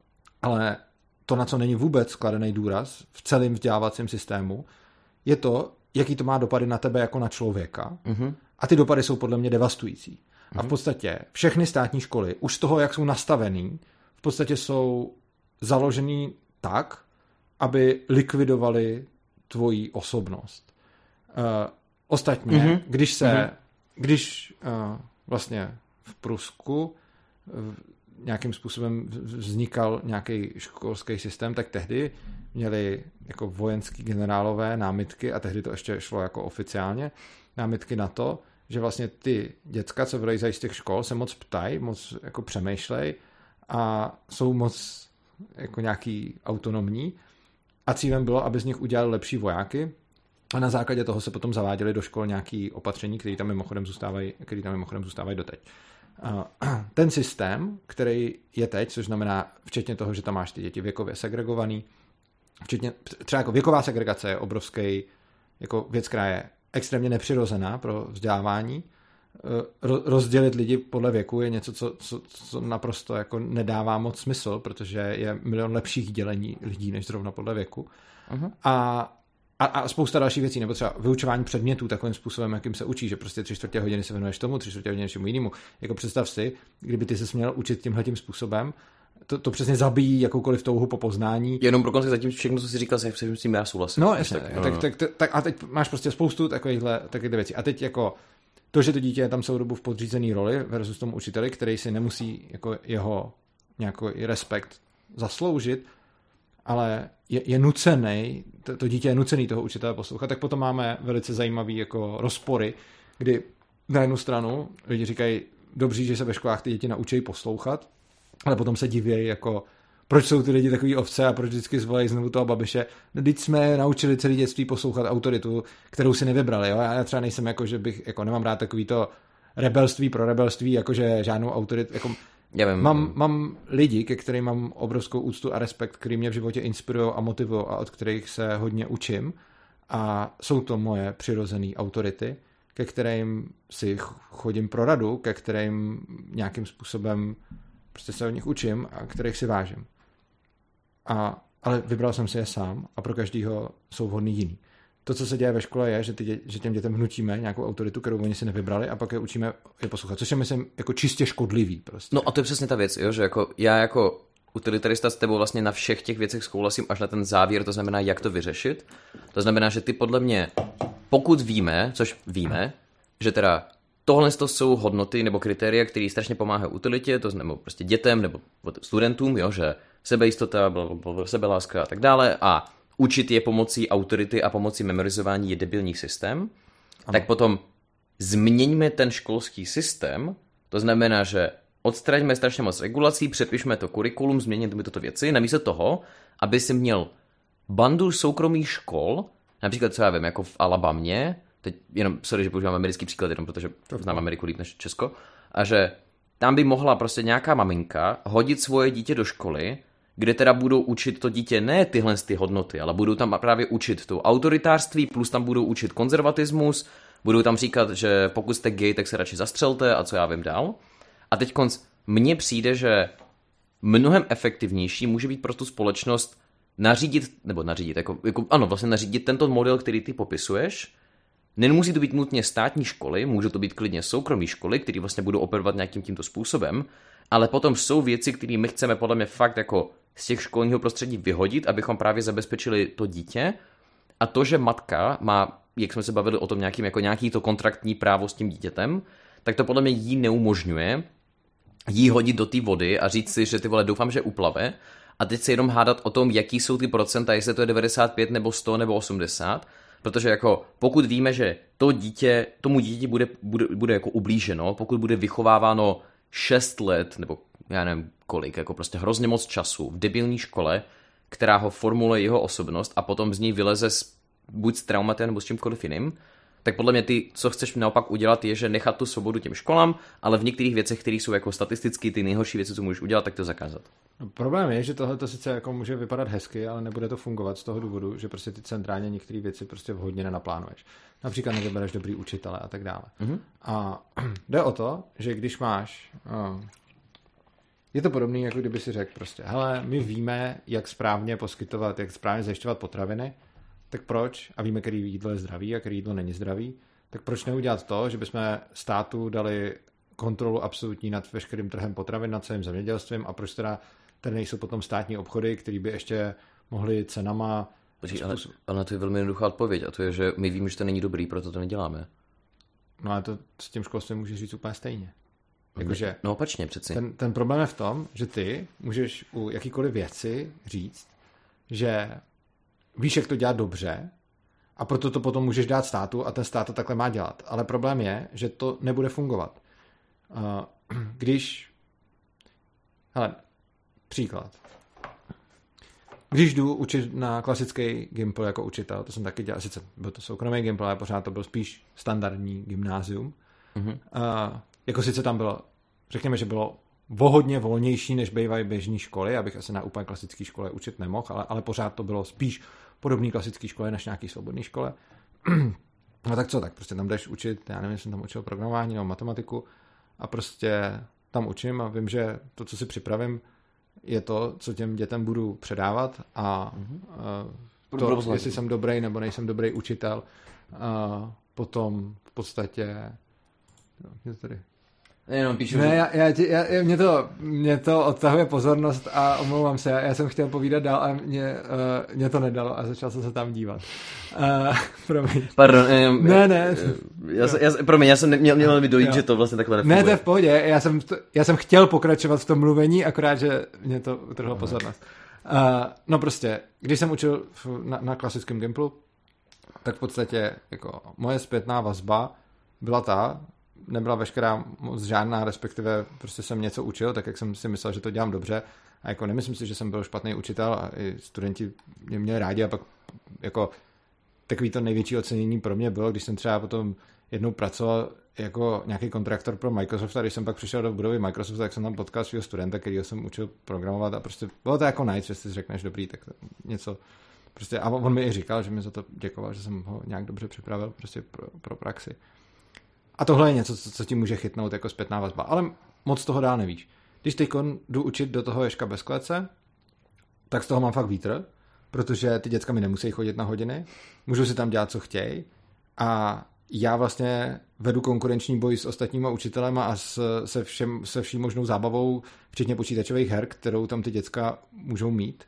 ale to, na co není vůbec skladený důraz v celém vzdělávacím systému, je to, jaký to má dopady na tebe jako na člověka. Uh-huh. A ty dopady jsou podle mě devastující. Uh-huh. A v podstatě všechny státní školy, už z toho, jak jsou nastavený, v podstatě jsou založený tak, aby likvidovali tvoji osobnost. Uh, ostatně, uh-huh. když se, uh-huh. když uh, vlastně v Prusku uh, nějakým způsobem vznikal nějaký školský systém, tak tehdy měli jako vojenský generálové námitky, a tehdy to ještě šlo jako oficiálně, námitky na to, že vlastně ty děcka, co vylejzají z těch škol, se moc ptají, moc jako přemýšlej a jsou moc jako nějaký autonomní a cílem bylo, aby z nich udělali lepší vojáky a na základě toho se potom zaváděli do škol nějaký opatření, které tam mimochodem zůstávají, které tam mimochodem zůstávají doteď. Ten systém, který je teď, což znamená včetně toho, že tam máš ty děti věkově segregovaný, včetně, třeba jako věková segregace je obrovský jako věc, která je extrémně nepřirozená pro vzdělávání. Rozdělit lidi podle věku je něco, co, co, co naprosto jako nedává moc smysl, protože je milion lepších dělení lidí, než zrovna podle věku. Uh-huh. A A, a spousta dalších věcí, nebo třeba vyučování předmětů takovým způsobem, jakým se učí, že prostě tři čtvrtě hodiny se věnuješ tomu, tři čtvrtě hodiny něčemu jinému. Jako představ si, kdyby ty se měl učit tímhletím způsobem, to, to přesně zabíjí jakoukoliv touhu po poznání. Jenom pro konci zatím všechno, co jsi říkal, se s tím já souhlasím. No, jasně, tak, tak, tak, tak, tak, a teď máš prostě spoustu takovýchhle, takovýchhle věcí. A teď jako to, že to dítě je tam celou dobu v podřízený roli versus tomu učiteli, který si nemusí jako jeho nějaký respekt zasloužit, ale je, je nucený, to, to dítě je nucený toho učitele poslouchat, tak potom máme velice zajímavý jako rozpory, kdy na jednu stranu lidi říkají, dobří, že se ve školách ty děti naučí poslouchat, ale potom se divějí, jako proč jsou ty lidi takový ovce a proč vždycky zvolají znovu toho Babiše. No, teď jsme naučili celé dětství poslouchat autoritu, kterou si nevybrali. Jo? Já třeba nejsem jako, že bych, jako nemám rád takový to rebelství pro rebelství, jakože žádnou autoritu, jako Já vím. Mám, mám lidi, ke kterým mám obrovskou úctu a respekt, který mě v životě inspirují a motivují a od kterých se hodně učím. A jsou to moje přirozené autority, ke kterým si chodím pro radu, ke kterým nějakým způsobem prostě se od nich učím a kterých si vážím. A, ale vybral jsem si je sám a pro každýho jsou vhodný jiný. To, co se děje ve škole, je, že, ty dě, že těm dětem vnutíme nějakou autoritu, kterou oni si nevybrali a pak je učíme je poslouchat, což je, myslím, jako čistě škodlivý. Prostě. No a to je přesně ta věc, jo, že jako já jako utilitarista s tebou vlastně na všech těch věcech souhlasím až na ten závěr, to znamená, jak to vyřešit. To znamená, že ty podle mě, pokud víme, což víme, že teda tohle jsou hodnoty nebo kritéria, které strašně pomáhají utilitě, to znamená prostě dětem nebo studentům, jo, že sebejistota, sebeláska a tak dále a učit je pomocí autority a pomocí memorizování je debilní systém, ano. Tak potom změňme ten školský systém, to znamená, že odstraňme strašně moc regulací, přepišme to kurikulum, změníme tyto věci, namísto toho, aby si měl bandu soukromých škol, například co já vím, jako v Alabamě, teď jenom, sorry, že používám americký příklad, jenom protože znám Ameriku líp než Česko, a že tam by mohla prostě nějaká maminka hodit svoje dítě do školy, kde teda budou učit to dítě ne tyhle ty hodnoty, ale budou tam právě učit to autoritářství, plus tam budou učit konzervatismus, budou tam říkat, že pokud jste gay, tak se radši zastřelte a co já vím dál. A teď konc, mně přijde, že mnohem efektivnější může být pro tu společnost nařídit, nebo nařídit, jako, jako ano, vlastně nařídit tento model, který ty popisuješ. Nemusí to být nutně státní školy, můžou to být klidně soukromí školy, které vlastně budou operovat nějakým tímto způsobem, ale potom jsou věci, které my chceme podle mě fakt jako z těch školního prostředí vyhodit, abychom právě zabezpečili to dítě a to, že matka má, jak jsme se bavili o tom nějakým, jako nějaký to kontraktní právo s tím dítětem, tak to podle mě jí neumožňuje jí hodit do té vody a říct si, že ty vole doufám, že uplave a teď se jenom hádat o tom, jaký jsou ty procenta, jestli to je devadesát pět nebo sto nebo osmdesát, protože jako pokud víme, že to dítě, tomu dítě bude, bude, bude jako ublíženo, pokud bude vychováváno šest let, nebo já nevím kolik, jako prostě hrozně moc času v debilní škole, která ho formuluje jeho osobnost a potom z ní vyleze s, buď s traumatem nebo s čímkoliv jiným, tak podle mě ty, co chceš naopak udělat, je, že nechat tu svobodu těm školám, ale v některých věcech, které jsou jako statisticky ty nejhorší věci, co můžeš udělat, tak to zakázat. No, problém je, že tohle to sice jako může vypadat hezky, ale nebude to fungovat z toho důvodu, že prostě ty centrálně některé věci prostě vhodně nenaplánuješ. Například nevybereš dobrý učitele a tak dále. Mm-hmm. A jde o to, že když máš... Uh, je to podobné, jako kdyby si řekl prostě, hele, my víme, jak správně poskytovat, jak správně zajišťovat potraviny, tak proč, a víme, který jídlo je zdravý a který jídlo není zdravý, tak proč neudělat to, že bychom státu dali kontrolu absolutní nad veškerým trhem potravin, nad celým zemědělstvím a proč teda tady nejsou potom státní obchody, které by ještě mohly cenama... Počkej, ale, ale to je velmi jednoduchá odpověď a to je, že my víme, že to není dobrý, proto to neděláme. No ale to s tím školstvím můžeš říct úplně stejně. Jakože no opačně přeci. Ten, ten problém je v tom, že ty můžeš u jakýkoliv věci říct, že víš, jak to dělat dobře a proto to potom můžeš dát státu a ten stát to takhle má dělat. Ale problém je, že to nebude fungovat. Když... Hele, příklad. Když jdu učit na klasický Gimpl jako učitel, to jsem taky dělal, sice byl to soukromý Gimpl, ale pořád to byl spíš standardní gymnázium. Mm-hmm. Uh, jako sice tam bylo, řekněme, že bylo vohodně volnější, než bývají běžní školy, abych asi na úplně klasické škole učit nemohl, ale, ale pořád to bylo spíš podobný klasické škole než nějaký svobodný škole. No tak co, tak prostě tam jdeš učit, já nevím, jestli jsem tam učil programování nebo matematiku a prostě tam učím a vím, že to, co si připravím, je to, co těm dětem budu předávat a mm-hmm. to, jestli jsem dobrý nebo nejsem dobrý učitel. A potom v podstatě... No, mě tady... Jenom píšu, ne, že... já, já, já, já, mě, to, mě to odtahuje pozornost a omlouvám se, já, já jsem chtěl povídat dál a mě, uh, mě to nedalo a začal jsem se tam dívat. Uh, promiň. Pardon. Um, ne, ne. Já, já, já, promiň, já jsem neměl, měl mi dojít, jo. Že to vlastně takhle nefunguje. Ne, to je v pohodě, já jsem, já jsem chtěl pokračovat v tom mluvení, akorát, že mě to utrhlo uh-huh. pozornost. Uh, no prostě, když jsem učil v, na, na klasickém Gimplu, tak v podstatě jako moje zpětná vazba byla ta, nebyla veškerá moc žádná, respektive prostě jsem něco učil, tak jak jsem si myslel, že to dělám dobře. A jako nemyslím si, že jsem byl špatný učitel a i studenti mě měli rádi a pak jako takový to největší ocenění pro mě bylo, když jsem třeba potom jednou pracoval jako nějaký kontraktor pro Microsoft a když jsem pak přišel do budovy Microsoftu, tak jsem tam potkal svého studenta, kterýho jsem učil programovat a prostě bylo to jako nice, že si řekneš dobrý, tak něco prostě a on mi i říkal, že mi za to děkoval, že jsem ho nějak dobře připravil prostě pro, pro praxi. A tohle je něco, co, co ti může chytnout jako zpětná vazba. Ale moc toho dál nevíš. Když teď jdu učit do toho Ježka bez klece, tak z toho mám fakt vítr, protože ty děcka mi nemusí chodit na hodiny, můžu si tam dělat, co chtějí a já vlastně vedu konkurenční boj s ostatníma učitelema a s, se, všem, se vším možnou zábavou, včetně počítačových her, kterou tam ty děcka můžou mít.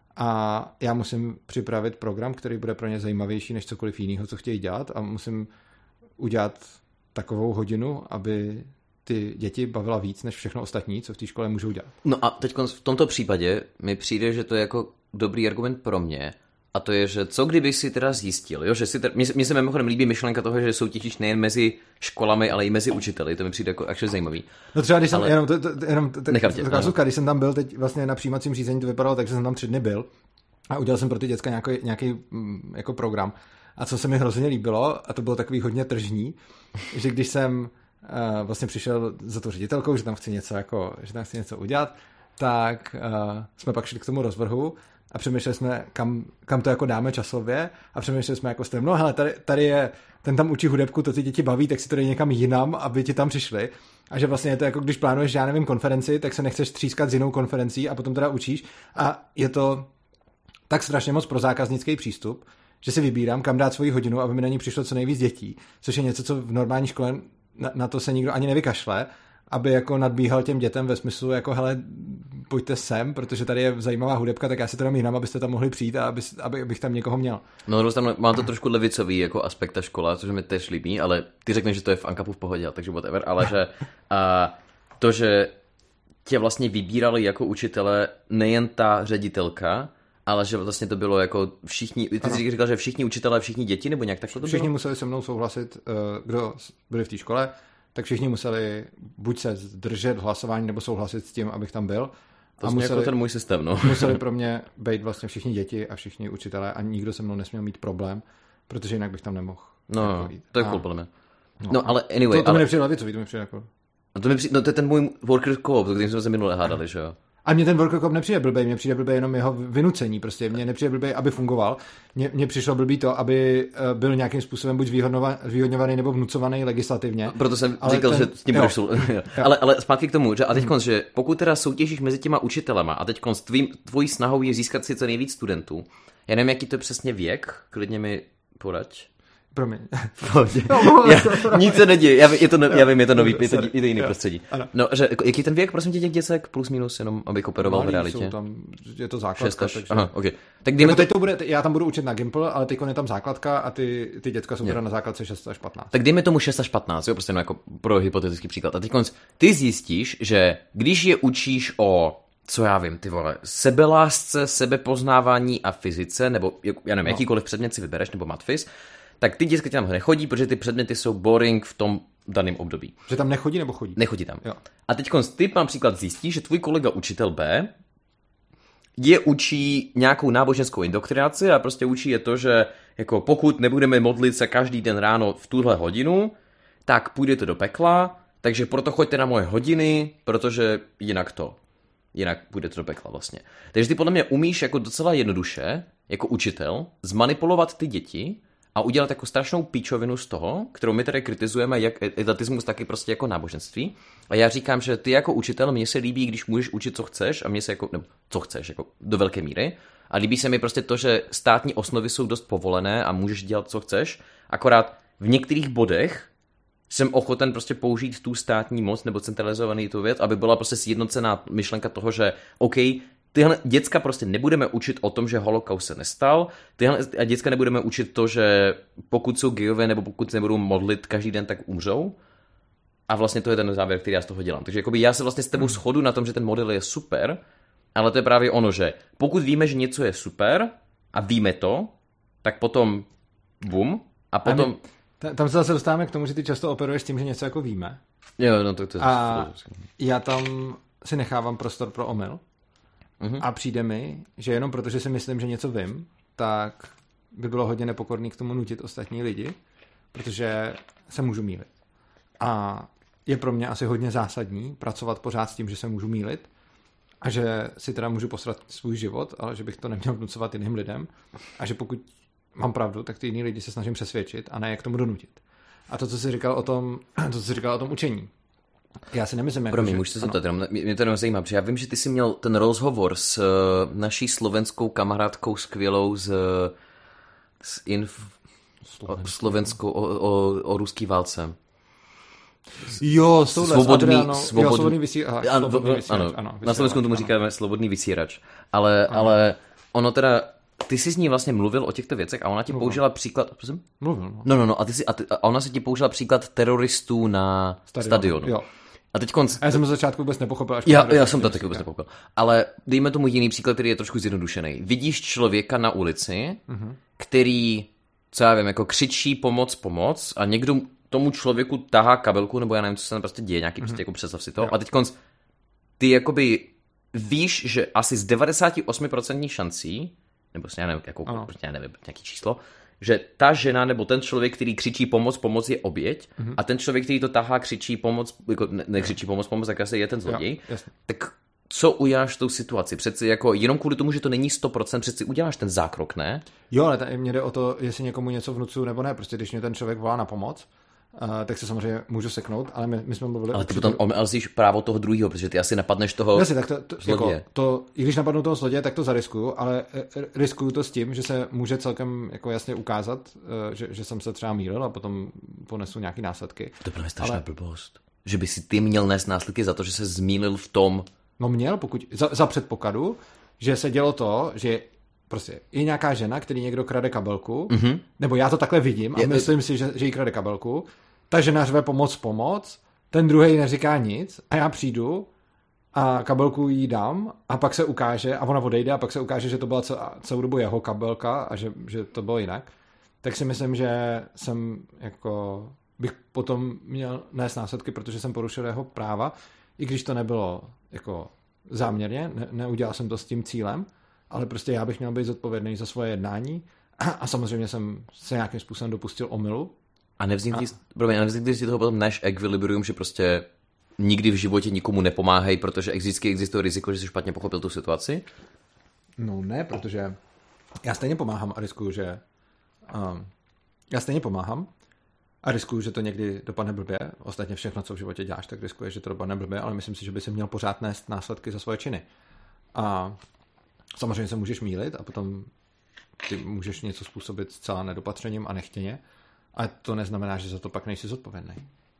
A já musím připravit program, který bude pro ně zajímavější než cokoliv jiného, co chtějí dělat a musím udělat takovou hodinu, aby ty děti bavila víc než všechno ostatní, co v té škole můžou dělat. No a teď v tomto případě mi přijde, že to je jako dobrý argument pro mě, a to je, že co kdyby si teda zjistil, jo, že si teda, mně se mimochodem líbí myšlenka toho, že soutěžíš nejen mezi školami, ale i mezi učiteli, to mi přijde jako actually zajímavý. No třeba když jsem, ale... jenom, to, to, jenom to, nechám tě, taková sutka, když jsem tam byl teď vlastně na přijímacím řízení, to vypadalo tak, že jsem tam tři dny byl a udělal jsem pro ty děcka nějaký, nějaký jako program. A co se mi hrozně líbilo, a to bylo takový hodně tržní, že když jsem uh, vlastně přišel za tu ředitelkou, že tam chci něco jako, že tam chci něco udělat, tak uh, jsme pak šli k tomu rozvrhu a přemýšleli jsme, kam, kam to jako dáme časově a přemýšleli jsme jako s tím, no hele, tady, tady je, ten tam učí hudebku, to ty děti baví, tak si to dej někam jinam, aby ti tam přišli. A že vlastně je to jako, když plánuješ, já nevím, konferenci, tak se nechceš třískat s jinou konferencí a potom teda učíš a je to tak strašně moc pro zákaznický přístup, že si vybírám, kam dát svoji hodinu, aby mi na ní přišlo co nejvíc dětí, což je něco, co v normální škole na, na to se nikdo ani nevykašle, aby jako nadbíhal těm dětem ve smyslu jako hele, pojďte sem, protože tady je zajímavá hudebka, tak já si to dám jinam, abyste tam mohli přijít a aby, aby, abych tam někoho měl. No, tam má to trošku levicový jako aspekt ta škola, což mi tež líbí, ale ty řekneš, že to je v Ankapu v pohodě, takže whatever, ale že a to, že tě vlastně vybírali jako učitele nejen ta ředitelka, ale že vlastně to bylo jako všichni, ty jsi říkal, že všichni učitelé, všichni děti, nebo nějak tak to bylo? Všichni museli se mnou souhlasit, kdo byli v té škole, tak všichni museli buď se zdržet hlasování, nebo souhlasit s tím, abych tam byl. To a museli, jako ten můj systém, no. Museli pro mě být vlastně všichni děti a všichni učitelé a nikdo se mnou nesměl mít problém, protože jinak bych tam nemohl. No, to je cool, podle mě. No, no, ale anyway. To, to ale... mi nepřijde levicový, to mi přijde jako... No to, mi přijde, no to je ten můj worker co-op, kterým jsme se minule hádali, že jo? A mně ten worker co-op nepřijde blbej, mně přijde blbej jenom jeho vynucení, prostě mně nepřijde blbej, aby fungoval. Mně, mně přišlo blbý to, aby byl nějakým způsobem buď zvýhodňovaný nebo vnucovaný legislativně. Proto jsem ale říkal, ten... že s tím budeš sul... ale, ale zpátky k tomu, že a teď konc, že pokud teda soutěžíš mezi těma učitelema a teď konc, tvým, tvojí snahou je získat si co nejvíc studentů, já nevím, jaký to je přesně věk, klidně mi poraď. Promiň. No, já, nic se neděje, já, je to, já vím, je to nový, je to, je to jiný jo. prostředí. Ano. No, že, jaký ten věk, prosím tě, těch děcek, plus minus, jenom abych operoval v realitě? Tam, je to základka. Až, takže... Aha, okay. Tak jako to... teď to bude, já tam budu učit na Gimple, ale teď je tam základka a ty, ty děcka jsou teda na základce šest až patnáct. Tak dejme tomu šest až patnáct, jo, prostě no jako pro hypotetický příklad. A teď konc, ty zjistíš, že když je učíš o co já vím, ty vole, sebelásce, sebepoznávání a fyzice, nebo já nevím, no. jakýkoliv předmět si vybereš, nebo matfis, tak ty děcka tam nechodí, protože ty předměty jsou boring v tom daném období. Že tam nechodí nebo chodí? Nechodí tam. Jo. A teď ty například zjistíš, že tvůj kolega učitel B je učí nějakou náboženskou indoktrinaci a prostě učí je to, že jako pokud nebudeme modlit se každý den ráno v tuhle hodinu, tak půjdete do pekla, takže proto choďte na moje hodiny, protože jinak to. Jinak půjdete do pekla vlastně. Takže ty podle mě umíš jako docela jednoduše, jako učitel, zmanipulovat ty děti, a udělat jako strašnou píčovinu z toho, kterou my tady kritizujeme, jak etatismus, taky prostě jako náboženství. A já říkám, že ty jako učitel, mně se líbí, když můžeš učit, co chceš, a mně se jako, nebo co chceš, jako do velké míry. A líbí se mi prostě to, že státní osnovy jsou dost povolené a můžeš dělat, co chceš, akorát v některých bodech jsem ochoten prostě použít tu státní moc nebo centralizovaný tu věc, aby byla prostě sjednocená myšlenka toho, že OK, tyhle děcka prostě nebudeme učit o tom, že holokaust se nestal, tyhle a děcka nebudeme učit to, že pokud jsou gejové nebo pokud se nebudou modlit každý den, tak umřou. A vlastně to je ten závěr, který já z toho dělám. Takže jakoby já se vlastně s tebou shodu na tom, že ten model je super, ale to je právě ono, že pokud víme, že něco je super a víme to, tak potom bum a potom... A my, tam se zase dostáváme k tomu, že ty často operuješ tím, že něco jako víme. Jo, no to, to je a já tam si nechávám prostor pro omyl. Uh-huh. A přijde mi, že jenom protože si myslím, že něco vím, tak by bylo hodně nepokorný k tomu nutit ostatní lidi, protože se můžu mýlit. A je pro mě asi hodně zásadní pracovat pořád s tím, že se můžu mýlit a že si teda můžu posrat svůj život, ale že bych to neměl vnucovat jiným lidem a že pokud mám pravdu, tak ty jiný lidi se snažím přesvědčit a ne je k tomu donutit. A to, co jsi říkal o tom, to, co jsi říkal o tom učení. Já si nemyslím, jako, Promiň, můžu se zeptat, mě to jenom zajímá, protože já vím, že ty jsi měl ten rozhovor s naší slovenskou kamarádkou skvělou z, z inf, o, slovenskou o, o, o ruský válce. Jo, s touhle, svobodný, Adriano, svobodný, jo, svobodný vysírač. Ano, svobodný vysírač, ano, ano, na Slovensku tomu říkáme svobodný vysírač. Ale, ale ono teda, ty jsi s ní vlastně mluvil o těchto věcech a ona ti mluvil. použila příklad... Prosím? Mluvil, no. No, no, no, a, ty si, a, ty, a ona se ti použila příklad teroristů na stadionu. stadionu. Jo. A teď konc... A já jsem to začátku vůbec nepochopil. Až já, já jsem to taky vůbec nepochopil. Ale dejme tomu jiný příklad, který je trošku zjednodušený. Vidíš člověka na ulici, uh-huh. který, co já vím, jako křičí pomoc, pomoc a někdo tomu člověku tahá kabelku, nebo já nevím, co se tam prostě děje, nějaký uh-huh. prostě jako představ si to. Jo. A teď konc, ty jakoby víš, že asi z devadesát osm procent šancí, nebo já nevím, jakou, prostě já nevím, nějaký číslo, že ta žena nebo ten člověk, který křičí pomoc, pomoc je oběť mm-hmm. a ten člověk, který to tahá, křičí pomoc, jako ne, nekřičí pomoc, pomoc, tak asi je ten zloděj. Jo, tak co uděláš v tou situaci? Přeci jako jenom kvůli tomu, že to není sto procent, přeci uděláš ten zákrok, ne? Jo, ale tady mě jde o to, jestli někomu něco vnucuju nebo ne. Prostě když mě ten člověk volá na pomoc, Uh, tak se samozřejmě můžu seknout, ale my, my jsme mluvili... Ale ty potom omezíš právo toho druhého, protože ty asi napadneš toho Jasně, tak to, to, zloděje. Jako, to, i když napadnu toho zloděje, tak to zariskuju, ale riskuju to s tím, že se může celkem jako jasně ukázat, uh, že, že jsem se třeba mýlil a potom ponesu nějaký následky. To byla strašná ale... blbost. Že by si ty měl nést následky za to, že se zmýlil v tom... No měl, pokud... Za, za předpokladu, že se dělo to, že prostě je nějaká žena, který někdo krade kabelku, mm-hmm. nebo já to takhle vidím a je, myslím si, že, že jí krade kabelku, ta žena řve pomoc, pomoc, ten druhý neříká nic a já přijdu a kabelku jí dám a pak se ukáže, a ona odejde a pak se ukáže, že to byla celou, celou dobu jeho kabelka a že, že to bylo jinak, tak si myslím, že jsem jako bych potom měl nést následky, protože jsem porušil jeho práva, i když to nebylo jako záměrně, ne, neudělal jsem to s tím cílem, ale prostě já bych měl být zodpovědný za svoje jednání a, a samozřejmě jsem se nějakým způsobem dopustil omylu. A nevznikli z toho potom náš ekvilibrium, že prostě nikdy v životě nikomu nepomáhají, protože vždycky existuje riziko, že jsi špatně pochopil tu situaci? No ne, protože já stejně pomáhám a riskuju, že um, já stejně pomáhám a riskuju, že to někdy dopadne blbě. Ostatně všechno, co v životě děláš, tak riskuješ, že to dopadne blbě, ale myslím si, že by si měl pořád nést následky za svoje činy. A samozřejmě se můžeš mýlit a potom ty můžeš něco způsobit zcela nedopatřením a nechtěně. A to neznamená, že za to pak nejsi zodpovědný.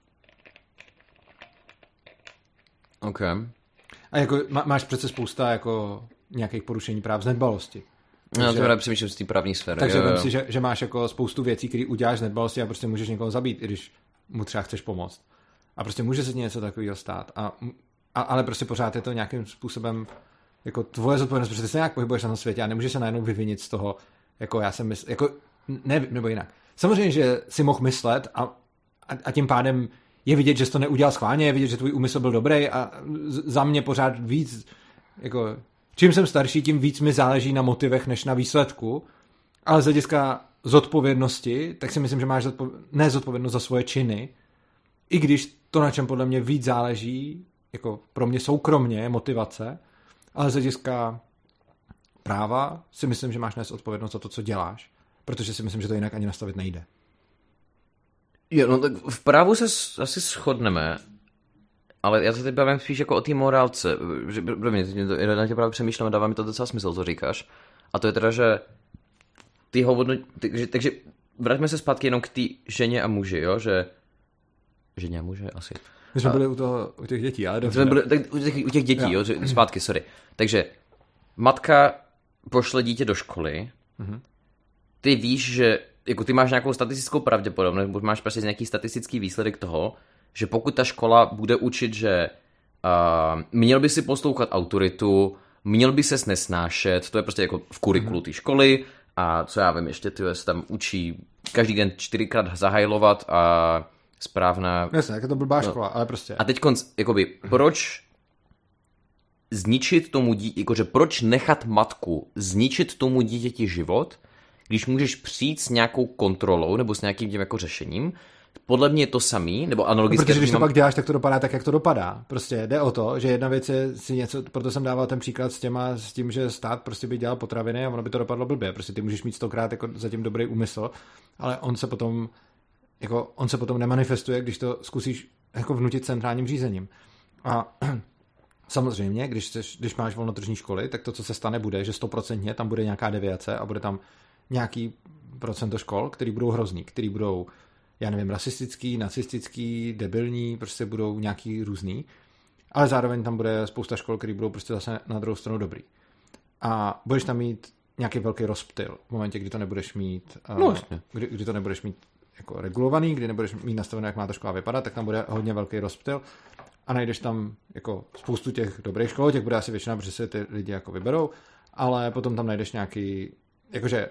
OK. A jako má, máš přece spousta jako nějakých porušení práv z nedbalosti. Já to právě přemýšlím z té právní sféry. Takže vem si, že, že máš jako spoustu věcí, které uděláš z nedbalosti a prostě můžeš někoho zabít, i když mu třeba chceš pomoct. A prostě může se ti něco takového stát. A, a, ale prostě pořád je to nějakým způsobem jako tvoje zodpovědnost, protože ty se nějak pohybuješ na tom světě a nemůžeš se najednou vyvinit z toho, jako já jsem mysl, jako ne, nebo jinak. Samozřejmě, že si mohl myslet a, a, a tím pádem je vidět, že jsi to neudělal schválně, je vidět, že tvůj úmysl byl dobrý a za mě pořád víc, jako čím jsem starší, tím víc mi záleží na motivech, než na výsledku, ale z hlediska zodpovědnosti, tak si myslím, že máš zodpov... ne zodpovědnost za svoje činy, i když to, na čem podle mě víc záleží, jako pro mě soukromně je motivace, ale z hlediska práva si myslím, že máš nést odpovědnost za to, co děláš. protože si myslím, že to jinak ani nastavit nejde. Jo, no tak v právu se s, asi shodneme, ale já se teď bavím spíš jako o té morálce, že pro mě, já na tě právě přemýšlím a dává mi to docela smysl, co říkáš. A to je teda, že ty ho hodnotí, takže, takže vraťme se zpátky jenom k té ženě a muži, jo, že ženě a muže asi. My jsme a... byli u, toho, u těch dětí, ale dobře. Jsme byli, tak, u, těch, u těch dětí, jo, jo zpátky, sorry. Takže matka pošle dítě do školy, mm-hmm. ty víš, že jako ty máš nějakou statistickou pravděpodobnost, nebo máš prostě nějaký statistický výsledek toho, že pokud ta škola bude učit, že uh, měl by si poslouchat autoritu, měl by ses nesnášet, to je prostě jako v kurikulu té školy a co já vím, ještě ty se tam učí každý den čtyřikrát zahajlovat a správná... Jasně, jak je to blbá škola, no. Ale prostě... A teď konc, jakoby, proč zničit tomu dítěti, jakože proč nechat matku zničit tomu dítěti život, když můžeš přijít s nějakou kontrolou nebo s nějakým tím jako řešením, podle mě je to samý, nebo analogicky... No, protože když to pak děláš, tak to dopadá tak, jak to dopadá. Prostě jde o to, že jedna věc je si něco, proto jsem dával ten příklad s těma, s tím, že stát prostě by dělal potraviny a ono by to dopadlo blbě. Prostě ty můžeš mít stokrát jako zatím dobrý úmysl, ale on se potom jako on se potom nemanifestuje, když to zkusíš jako vnutit centrálním řízením. A samozřejmě, když, chceš, když máš volnotržní školy, tak to, co se stane, bude, že stoprocentně tam bude nějaká deviace a bude tam nějaký procento škol, který budou hrozný, který budou, já nevím, rasistický, nacistický, debilní, prostě budou nějaký různý, ale zároveň tam bude spousta škol, který budou prostě zase na druhou stranu dobrý. A budeš tam mít nějaký velký rozptyl v momentě, kdy to nebudeš mít, no, kdy, kdy to nebudeš mít jako regulovaný, kdy nebudeš mít nastavené, jak má ta škola vypadat, tak tam bude hodně velký rozptyl a najdeš tam jako spoustu těch dobrých škol, těch bude asi většina, protože se ty lidi jako vyberou, ale potom tam najdeš nějaký, jakože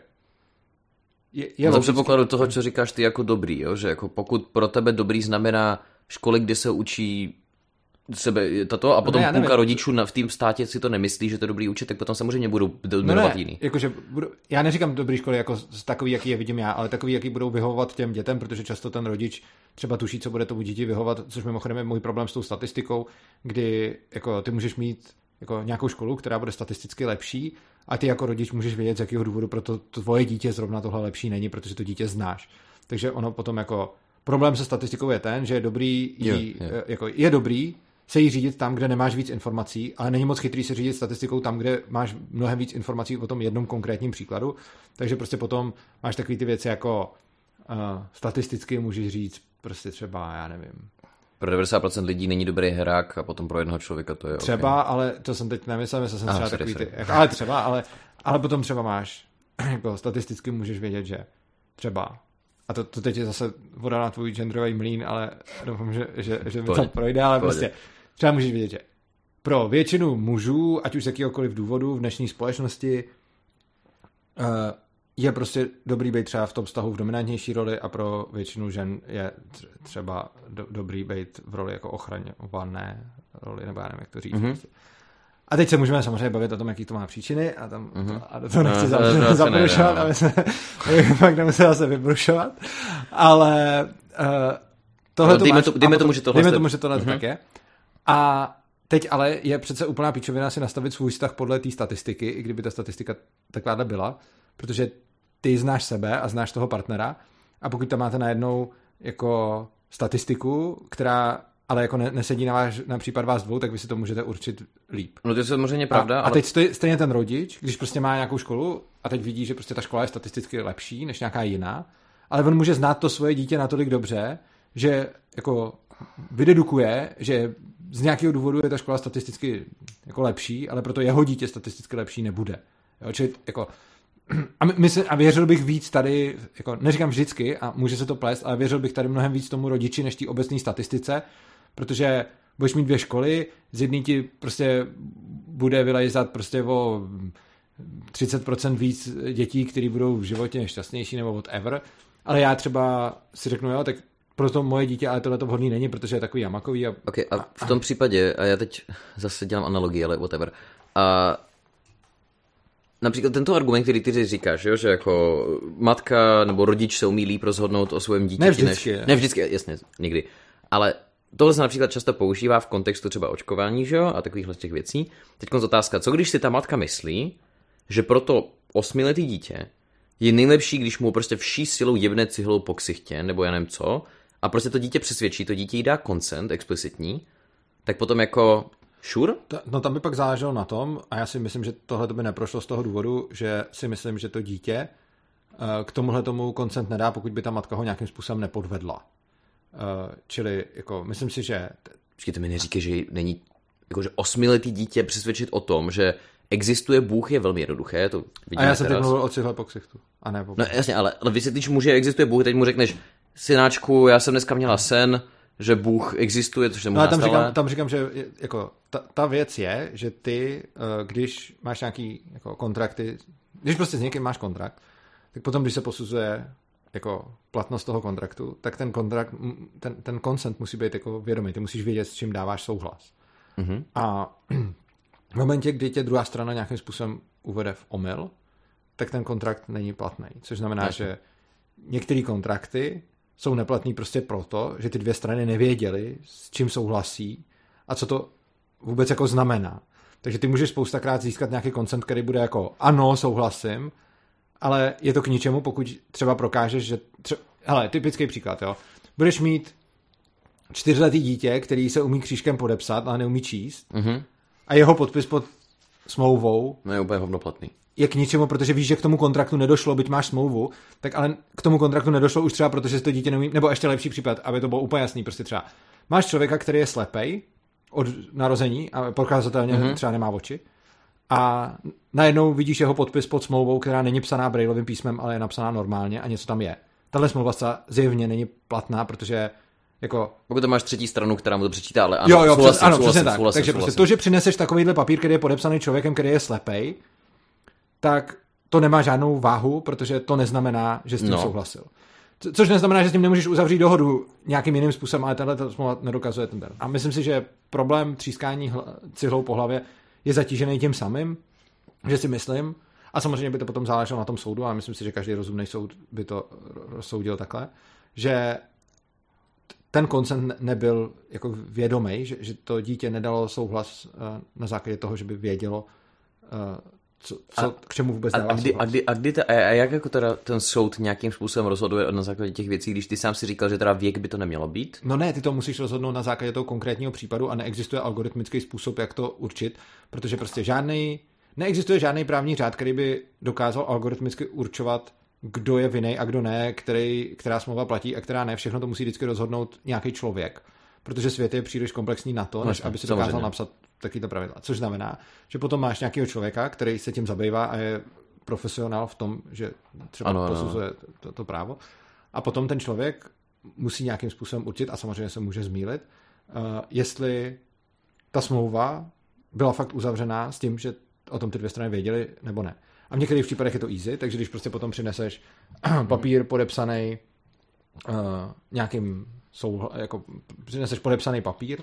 je, je za předpokladu toho, co říkáš ty jako dobrý, jo? Že jako pokud pro tebe dobrý znamená školy, kde se učí sebe tato a potom no ne, půlka rodičů na, v tým státě si to nemyslí, že to je dobrý učit, tak potom samozřejmě budou jmenovat no jiný. Jakože budu, já neříkám dobrý školy jako takový, jaký je vidím já, ale takový, jaký budou vyhovovat těm dětem, protože často ten rodič třeba tuší, co bude tomu dítě vyhovovat, což mimochodem je můj problém s tou statistikou, kdy jako ty můžeš mít jako nějakou školu, která bude statisticky lepší a ty jako rodič můžeš vědět, z jakého důvodu pro to tvoje dítě zrovna tohle lepší není, protože to dítě znáš. Takže ono potom jako problém se statistikou je ten, že je dobrý jí, je, je. Jako je dobrý se jí řídit tam, kde nemáš víc informací, ale není moc chytrý se řídit statistikou tam, kde máš mnohem víc informací o tom jednom konkrétním příkladu. Takže prostě potom máš takový ty věci jako uh, statisticky můžeš říct prostě třeba, já nevím. Pro devadesát procent lidí není dobrý herák a potom pro jednoho člověka to je třeba, okay. Ale to jsem teď nemyslel, myslel jsem ah, třeba sorry, takový sorry. ty, jako, ale třeba, ale, ale potom třeba máš, jako statisticky můžeš vědět, že třeba, a to, to teď je zase voda na tvůj genderový mlýn, ale doufám, že, že, že mi to projde, ale Pohodě. Prostě třeba můžeš vědět, že pro většinu mužů, ať už z jakýhokoliv důvodu v dnešní společnosti uh, je prostě dobrý být třeba v tom vztahu v dominantnější roli a pro většinu žen je třeba do, dobrý být v roli jako ochraňované roli, nebo já nevím, jak to říct. Mm-hmm. A teď se můžeme samozřejmě bavit o tom, jaký to má příčiny a, tam, mm-hmm. to, a do toho nechci no, zabrušovat, aby se pak nemusel se vybrušovat, ale uh, tohle no, to dejme, máš, to, dejme tomu, že tohle, dejme tomu, že tohle mm-hmm. tak je. A teď ale je přece úplná píčovina si nastavit svůj vztah podle té statistiky, i kdyby ta statistika takováhle byla, protože ty znáš sebe a znáš toho partnera a pokud tam máte najednou jako statistiku, která ale jako nesedí na, váš, na případ vás dvou, tak vy si to můžete určit líp. No to je samozřejmě pravda. A, ale... a teď stej, stejně ten rodič, když prostě má nějakou školu a teď vidí, že prostě ta škola je statisticky lepší než nějaká jiná, ale on může znát to svoje dítě natolik dobře, že jako vydedukuje, že z nějakého důvodu je ta škola statisticky jako lepší, ale proto jeho dítě statisticky lepší nebude. Jo, čili jako a, mysl, a věřil bych víc tady, jako neříkám vždycky a může se to plést, ale věřil bych tady mnohem víc tomu rodiči než té obecné statistice, protože budeš mít dvě školy, z jedné ti prostě bude vylejzat prostě o třicet procent víc dětí, které budou v životě šťastnější nebo whatever, ale já třeba si řeknu, jo, tak proto moje dítě, ale tohle to vhodný není, protože je takový jamakový. A, okay, a v tom případě, a já teď zase dělám analogii, ale whatever, a například tento argument, který ty říkáš, jo, že jako matka nebo rodič se umí líp rozhodnout o svém dítěti. Ne vždycky. Než, ne vždycky, jasně, někdy. Ale tohle se například často používá v kontextu třeba očkování, že jo, a takovýchhle těch věcí. Teď otázka, co když si ta matka myslí, že pro to osmiletý dítě je nejlepší, když mu prostě vší silou jebne cihlou po ksichtě, nebo já nevím co, a prostě to dítě přesvědčí, to dítě jí dá consent explicitní, tak potom jako sure? Ta, no tam by pak záleželo na tom, a já si myslím, že tohle by neprošlo z toho důvodu, že si myslím, že to dítě k tomuhle tomu consent nedá, pokud by ta matka ho nějakým způsobem nepodvedla. Čili jako myslím si, že... Počkejte, mi neříkej, že není jakože osmiletý dítě přesvědčit o tom, že existuje Bůh, je velmi jednoduché. To a já jsem teď mluvil o cihle po ksichtu. A ne po... No jasně, ale, ale vysvětlíš mu, že existuje Bůh, teď mu řekneš, synáčku, já jsem dneska měla sen, že Bůh existuje, což se mu no, tam říkám, tam říkám, že jako, ta, ta věc je, že ty, když máš nějaký jako, kontrakty, když prostě s někým máš kontrakt, tak potom, když se posuzuje jako platnost toho kontraktu, tak ten kontrakt, ten, ten consent musí být jako vědomý. Ty musíš vědět, s čím dáváš souhlas. Mm-hmm. A v momentě, kdy tě druhá strana nějakým způsobem uvede v omyl, tak ten kontrakt není platný. Což znamená, Jasně. že některé kontrakty jsou neplatný prostě proto, že ty dvě strany nevěděly, s čím souhlasí a co to vůbec jako znamená. Takže ty můžeš spoustakrát získat nějaký consent, který bude jako ano, souhlasím, ale je to k ničemu, pokud třeba prokážeš, že třeba, hele, typický příklad, jo. Budeš mít čtyřletý dítě, který se umí křížkem podepsat, ale neumí číst mm-hmm. a jeho podpis pod smlouvou no je úplně hovnoplatný. Je k ničemu, protože víš, že k tomu kontraktu nedošlo, byť máš smlouvu, tak ale k tomu kontraktu nedošlo už třeba, protože si to dítě neumí, nebo ještě lepší případ, aby to bylo úplně jasný, prostě třeba máš člověka, který je slepej od narození a prokazatelně mm-hmm. třeba nemá oči a najednou vidíš jeho podpis pod smlouvou, která není psaná brailovým písmem, ale je napsaná normálně a něco tam je. Tahle smlouva zjevně není platná, protože jako... Pokud to máš třetí stranu, která mu to přečítá, ale ano, jo, jo, souhlasím, ano, souhlasím, přesně tak. souhlasím, Takže souhlasím. prostě to, že přineseš takovýhle papír, který je podepsaný člověkem, který je slepej, tak to nemá žádnou váhu, protože to neznamená, že s tím no. souhlasil. Co, což neznamená, že s tím nemůžeš uzavřít dohodu nějakým jiným způsobem, ale tahle smlouva nedokazuje ten. A myslím si, že problém třískání cihlou po hlavě je zatížený tím samým, že si myslím, a samozřejmě by to potom záleželo na tom soudu, a myslím si, že každý rozumný soud by to rozsoudil takhle, že ten consent nebyl jako vědomý, že, že to dítě nedalo souhlas na základě toho, že by vědělo, co, co, a, k čemu vůbec dává a, kdy, a, kdy, a, kdy ta, a jak jako teda ten soud nějakým způsobem rozhoduje na základě těch věcí, když ty sám si říkal, že teda věk by to nemělo být? No ne, ty to musíš rozhodnout na základě toho konkrétního případu a neexistuje algoritmický způsob, jak to určit, protože prostě žádný, neexistuje žádný právní řád, který by dokázal algoritmicky určovat, kdo je vinnej a kdo ne, který, která smlouva platí a která ne. Všechno to musí vždycky rozhodnout nějaký člověk, protože svět je příliš komplexní na to, než aby si dokázal samozřejmě napsat takovýto pravidla. Což znamená, že potom máš nějakého člověka, který se tím zabývá a je profesionál v tom, že třeba ano, posuzuje to, to právo. A potom ten člověk musí nějakým způsobem určit, a samozřejmě se může zmýlit, uh, jestli ta smlouva byla fakt uzavřená s tím, že o tom ty dvě strany věděly, nebo ne. A v některých případech je to easy, takže když prostě potom přineseš papír podepsaný uh, nějakým souhla, jako přineseš podepsaný papír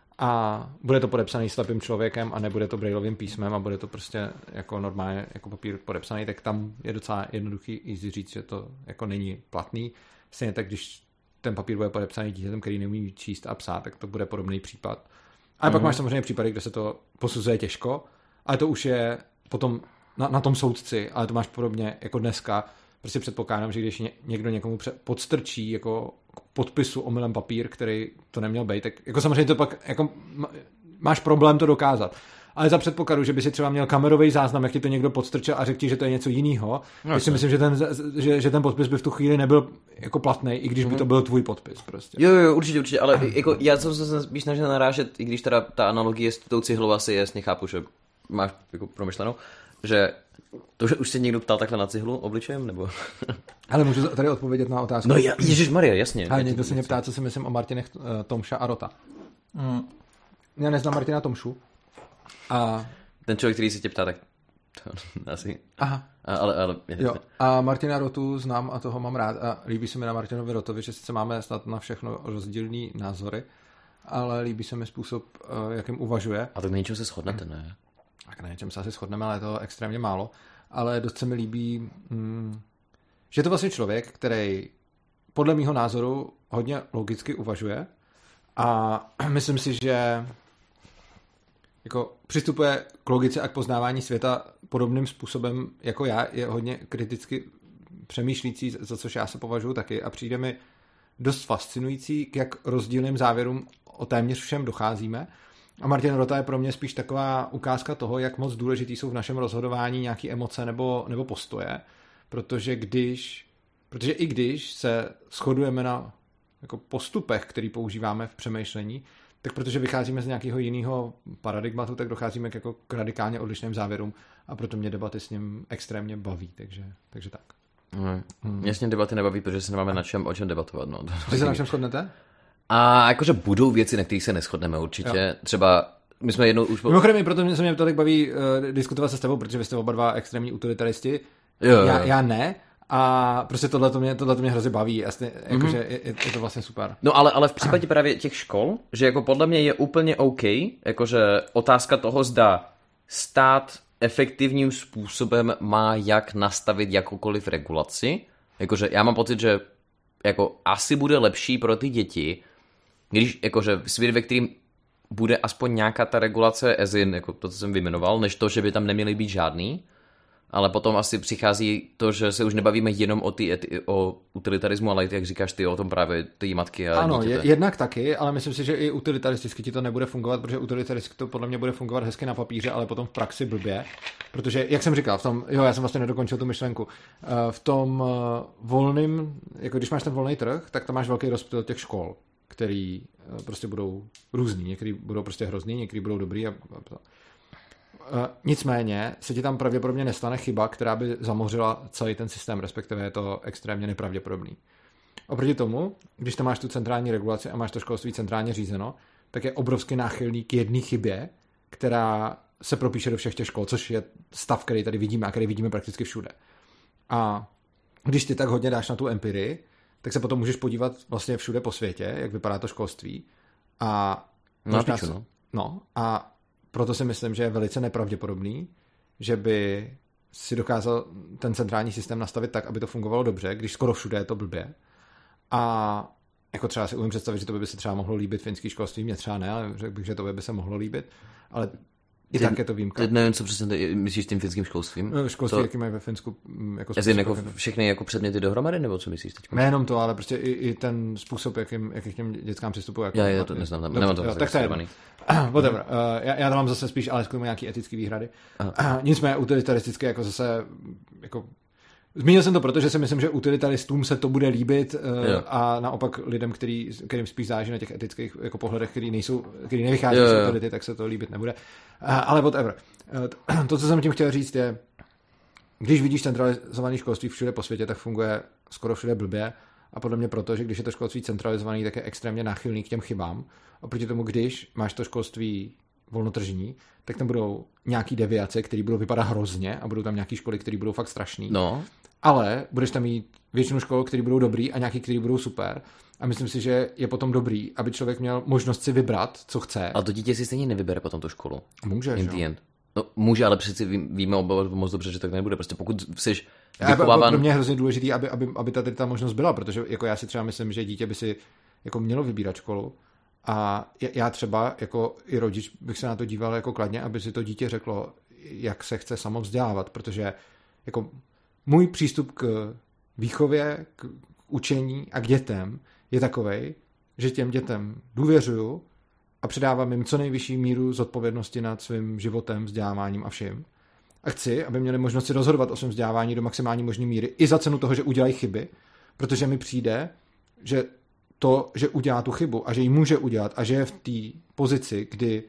a bude to podepsaný slepým člověkem a nebude to brailovým písmem a bude to prostě jako normálně jako papír podepsaný, tak tam je docela jednoduchý easy říct, že to jako není platný. Stejně tak, když ten papír bude podepsaný dítětem, který neumí číst a psát, tak to bude podobný případ. A mm. pak máš samozřejmě případy, kde se to posuzuje těžko, ale to už je potom na, na tom soudci, ale to máš podobně jako dneska. Prostě předpokládám, že když ně, někdo někomu podstrčí jako k podpisu omylem papír, který to neměl být, tak jako samozřejmě to pak jako máš problém to dokázat. Ale za předpokladu, že by si třeba měl kamerový záznam, jak ti to někdo podstrčil a řekl ti, že to je něco jiného, no, tak si myslím, že ten, že, že ten podpis by v tu chvíli nebyl jako platný, i když by to byl tvůj podpis prostě. Jo, jo, určitě, určitě, ale jako já jsem se spíš snažil narážet, i když teda ta analogie s tou cihlou asi jasně chápu, že máš jako promyšlenou, že to, že už se někdo ptal takhle na cihlu obličejem, nebo? Ale můžu tady odpovědět na otázku. No ja, ježišmarja, jasně. Ale někdo se mě ptá, co si myslím o Martinech uh, Tomša a Rota. Mm. Já neznám Martina Tomšu. A... Ten člověk, který se tě ptá, tak to asi... Aha. A, ale, ale... Jo. A Martina Rotu znám a toho mám rád a líbí se mi na Martinovi Rotovi, že sice máme snad na všechno rozdílný názory, ale líbí se mi způsob, uh, jakým uvažuje. A tak na něčem se shodnete, ne? Tak na něčem se asi shodneme, ale je to extrémně málo. Ale dost se mi líbí, mm, že je to vlastně člověk, který podle mýho názoru hodně logicky uvažuje a myslím si, že jako přistupuje k logice a k poznávání světa podobným způsobem jako já, je hodně kriticky přemýšlící, za což já se považuji taky, a přijde mi dost fascinující, k jak rozdílným závěrům o téměř všem docházíme. A Martin Rota je pro mě spíš taková ukázka toho, jak moc důležitý jsou v našem rozhodování nějaké emoce nebo, nebo postoje, protože když, protože i když se shodujeme na jako postupech, který používáme v přemýšlení, tak protože vycházíme z nějakého jiného paradigmatu, tak docházíme k, jako k radikálně odlišným závěrům a proto mě debaty s ním extrémně baví, takže, takže tak. Hmm. Hmm. Jasně debaty nebaví, protože se nemáme na čem, o čem debatovat. No. Vy se na čem shodnete? A jakože budou věci, na kterých se neshodneme určitě. Jo. Třeba my jsme jednou už... Mimochodem, i proto se mě tolik baví uh, diskutovat se s tebou, protože vy jste oba dva extrémní utilitaristi. Jo, jo. Já, já ne. A prostě tohle to mě, tohle to mě hrozně baví. Jasně, jakože mm-hmm. je, je to vlastně super. No ale, ale v případě právě těch škol, že jako podle mě je úplně OK, jakože otázka toho, zda stát efektivním způsobem má jak nastavit jakoukoliv regulaci. Jakože já mám pocit, že jako asi bude lepší pro ty děti, když jakože svět, ve kterým bude aspoň nějaká ta regulace as in, jako to, co jsem vyjmenoval, než to, že by tam neměly být žádný. Ale potom asi přichází to, že se už nebavíme jenom o, ty, o utilitarismu, ale jak říkáš ty, o tom právě ty matky a ano, dítěte. Ano, jednak taky, ale myslím si, že i utilitaristicky ti to nebude fungovat, protože utilitaristicky to podle mě bude fungovat hezky na papíře, ale potom v praxi blbě. Protože, jak jsem říkal, v tom, jo, já jsem vlastně nedokončil tu myšlenku, v tom volným, jako když máš ten volný trh, tak tam máš velký rozptyl těch škol, který prostě budou různý, některý budou prostě hrozný, některý budou dobrý a, a Uh, nicméně se ti tam pravděpodobně nestane chyba, která by zamořila celý ten systém, respektive je to extrémně nepravděpodobný. Oproti tomu, když tam máš tu centrální regulaci a máš to školství centrálně řízeno, tak je obrovsky náchylný k jedné chybě, která se propíše do všech těch škol, což je stav, který tady vidíme a který vidíme prakticky všude. A když ty tak hodně dáš na tu empirii, tak se potom můžeš podívat vlastně všude po světě, jak vypadá to školství. A no, píču, no. no a proto si myslím, že je velice nepravděpodobný, že by si dokázal ten centrální systém nastavit tak, aby to fungovalo dobře, když skoro všude je to blbě. A jako třeba si umím představit, že to by se třeba mohlo líbit finský školství, mě třeba ne, ale řekl bych, že to by se mohlo líbit, ale i tak je to výjimka. Teď nevím, co přesně myslíš tím finským školstvím. Školství, to... jaký mají ve Finsku. Jako, způsob, jako všechny jako předměty dohromady, nebo co myslíš teď? Nejenom to, ale prostě i, i ten způsob, jakým, jaký k těm dětskám přistupují. Jako, já, já to neznám, nemám, nemám to jo, tak to je whatever. Uh, já, já tam mám zase spíš ale k tomu nějaký etický výhrady. Uh, nicméně utilitaristicky jako zase jako zmínil jsem to, protože si myslím, že utilitaristům se to bude líbit uh, a naopak lidem, který, kterým spíš záleží na těch etických jako pohledech, který nejsou, který nevychází z utility, tak se to líbit nebude. Uh, ale whatever. Uh, to, co jsem tím chtěl říct, je, když vidíš centralizované školství všude po světě, tak funguje skoro všude blbě. A podle mě proto, že když je to školství centralizované, tak je extrémně náchylný k těm chybám. Oproti tomu, když máš to školství volnotržní, tak tam budou nějaký deviace, které budou vypadat hrozně a budou tam nějaký školy, které budou fakt strašný. No. Ale budeš tam mít většinu škol, které budou dobrý a nějaký, které budou super. A myslím si, že je potom dobrý, aby člověk měl možnost si vybrat, co chce. A to dítě si stejně nevybere potom tu školu. Může, že? No, může, ale přeci víme oba moc dobře, že tak nebude. Prostě pokud jsi vychováván... Pro mě je hrozně důležitý, aby, aby, aby tady ta možnost byla, protože jako já si třeba myslím, že dítě by si jako mělo vybírat školu a já třeba jako i rodič bych se na to díval jako kladně, aby si to dítě řeklo, jak se chce samo vzdělávat, protože jako můj přístup k výchově, k učení a k dětem je takovej, že těm dětem důvěřuju a předávám jim co nejvyšší míru zodpovědnosti nad svým životem, vzděláváním a vším. A chci, aby měli možnost si rozhodovat o svém vzdělávání do maximální možné míry i za cenu toho, že udělají chyby, protože mi přijde, že to, že udělá tu chybu a že ji může udělat a že je v té pozici, kdy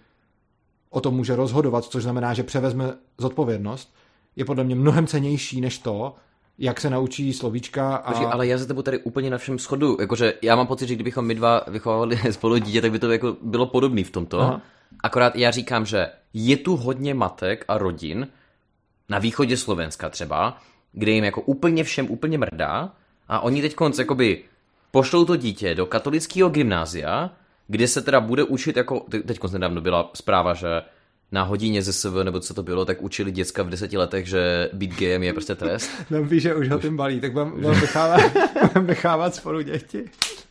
o tom může rozhodovat, což znamená, že převezme zodpovědnost, je podle mě mnohem cennější než to, jak se naučí slovíčka a... Počkej, ale já se tebou tady úplně na všem shodu. Jakože já mám pocit, že kdybychom my dva vychovávali spolu dítě, tak by to jako bylo podobné v tomto. Aha. Akorát já říkám, že je tu hodně matek a rodin, na východě Slovenska třeba, kde jim jako úplně všem úplně mrdá a oni teď konc jakoby pošlou to dítě do katolického gymnázia, kde se teda bude učit jako... Teď konc nedávno byla zpráva, že na hodině ze S V, nebo co to bylo, tak učili děcka v deseti letech, že být gejem je prostě trest. No víš, že už ho tím balí, tak budeme nechávat, nechávat spolu děti.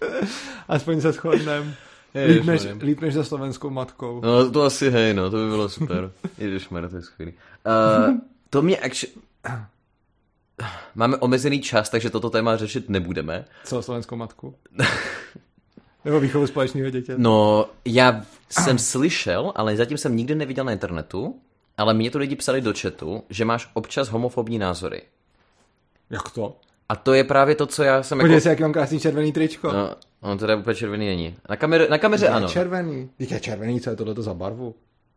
Aspoň se shodneme. Líp než, líp než za slovenskou matkou. No to asi hej, no, to by bylo super. Ježišmarja, to je skvělý. Uh, to mě actually... máme omezený čas, takže toto téma řešit nebudeme. Celoslovenskou matku? Nebo výchovu společného dítěte? No, já jsem slyšel, ale zatím jsem nikdy neviděl na internetu, ale mě to lidi psali do chatu, že máš občas homofobní názory. Jak to? A to je právě to, co já jsem Podívej jako... se, jaký mám krásný červený tričko. No, on teda úplně červený není. Na, kamer, na kameře je ano. Červený. Teď je červený, co je tohleto za barvu?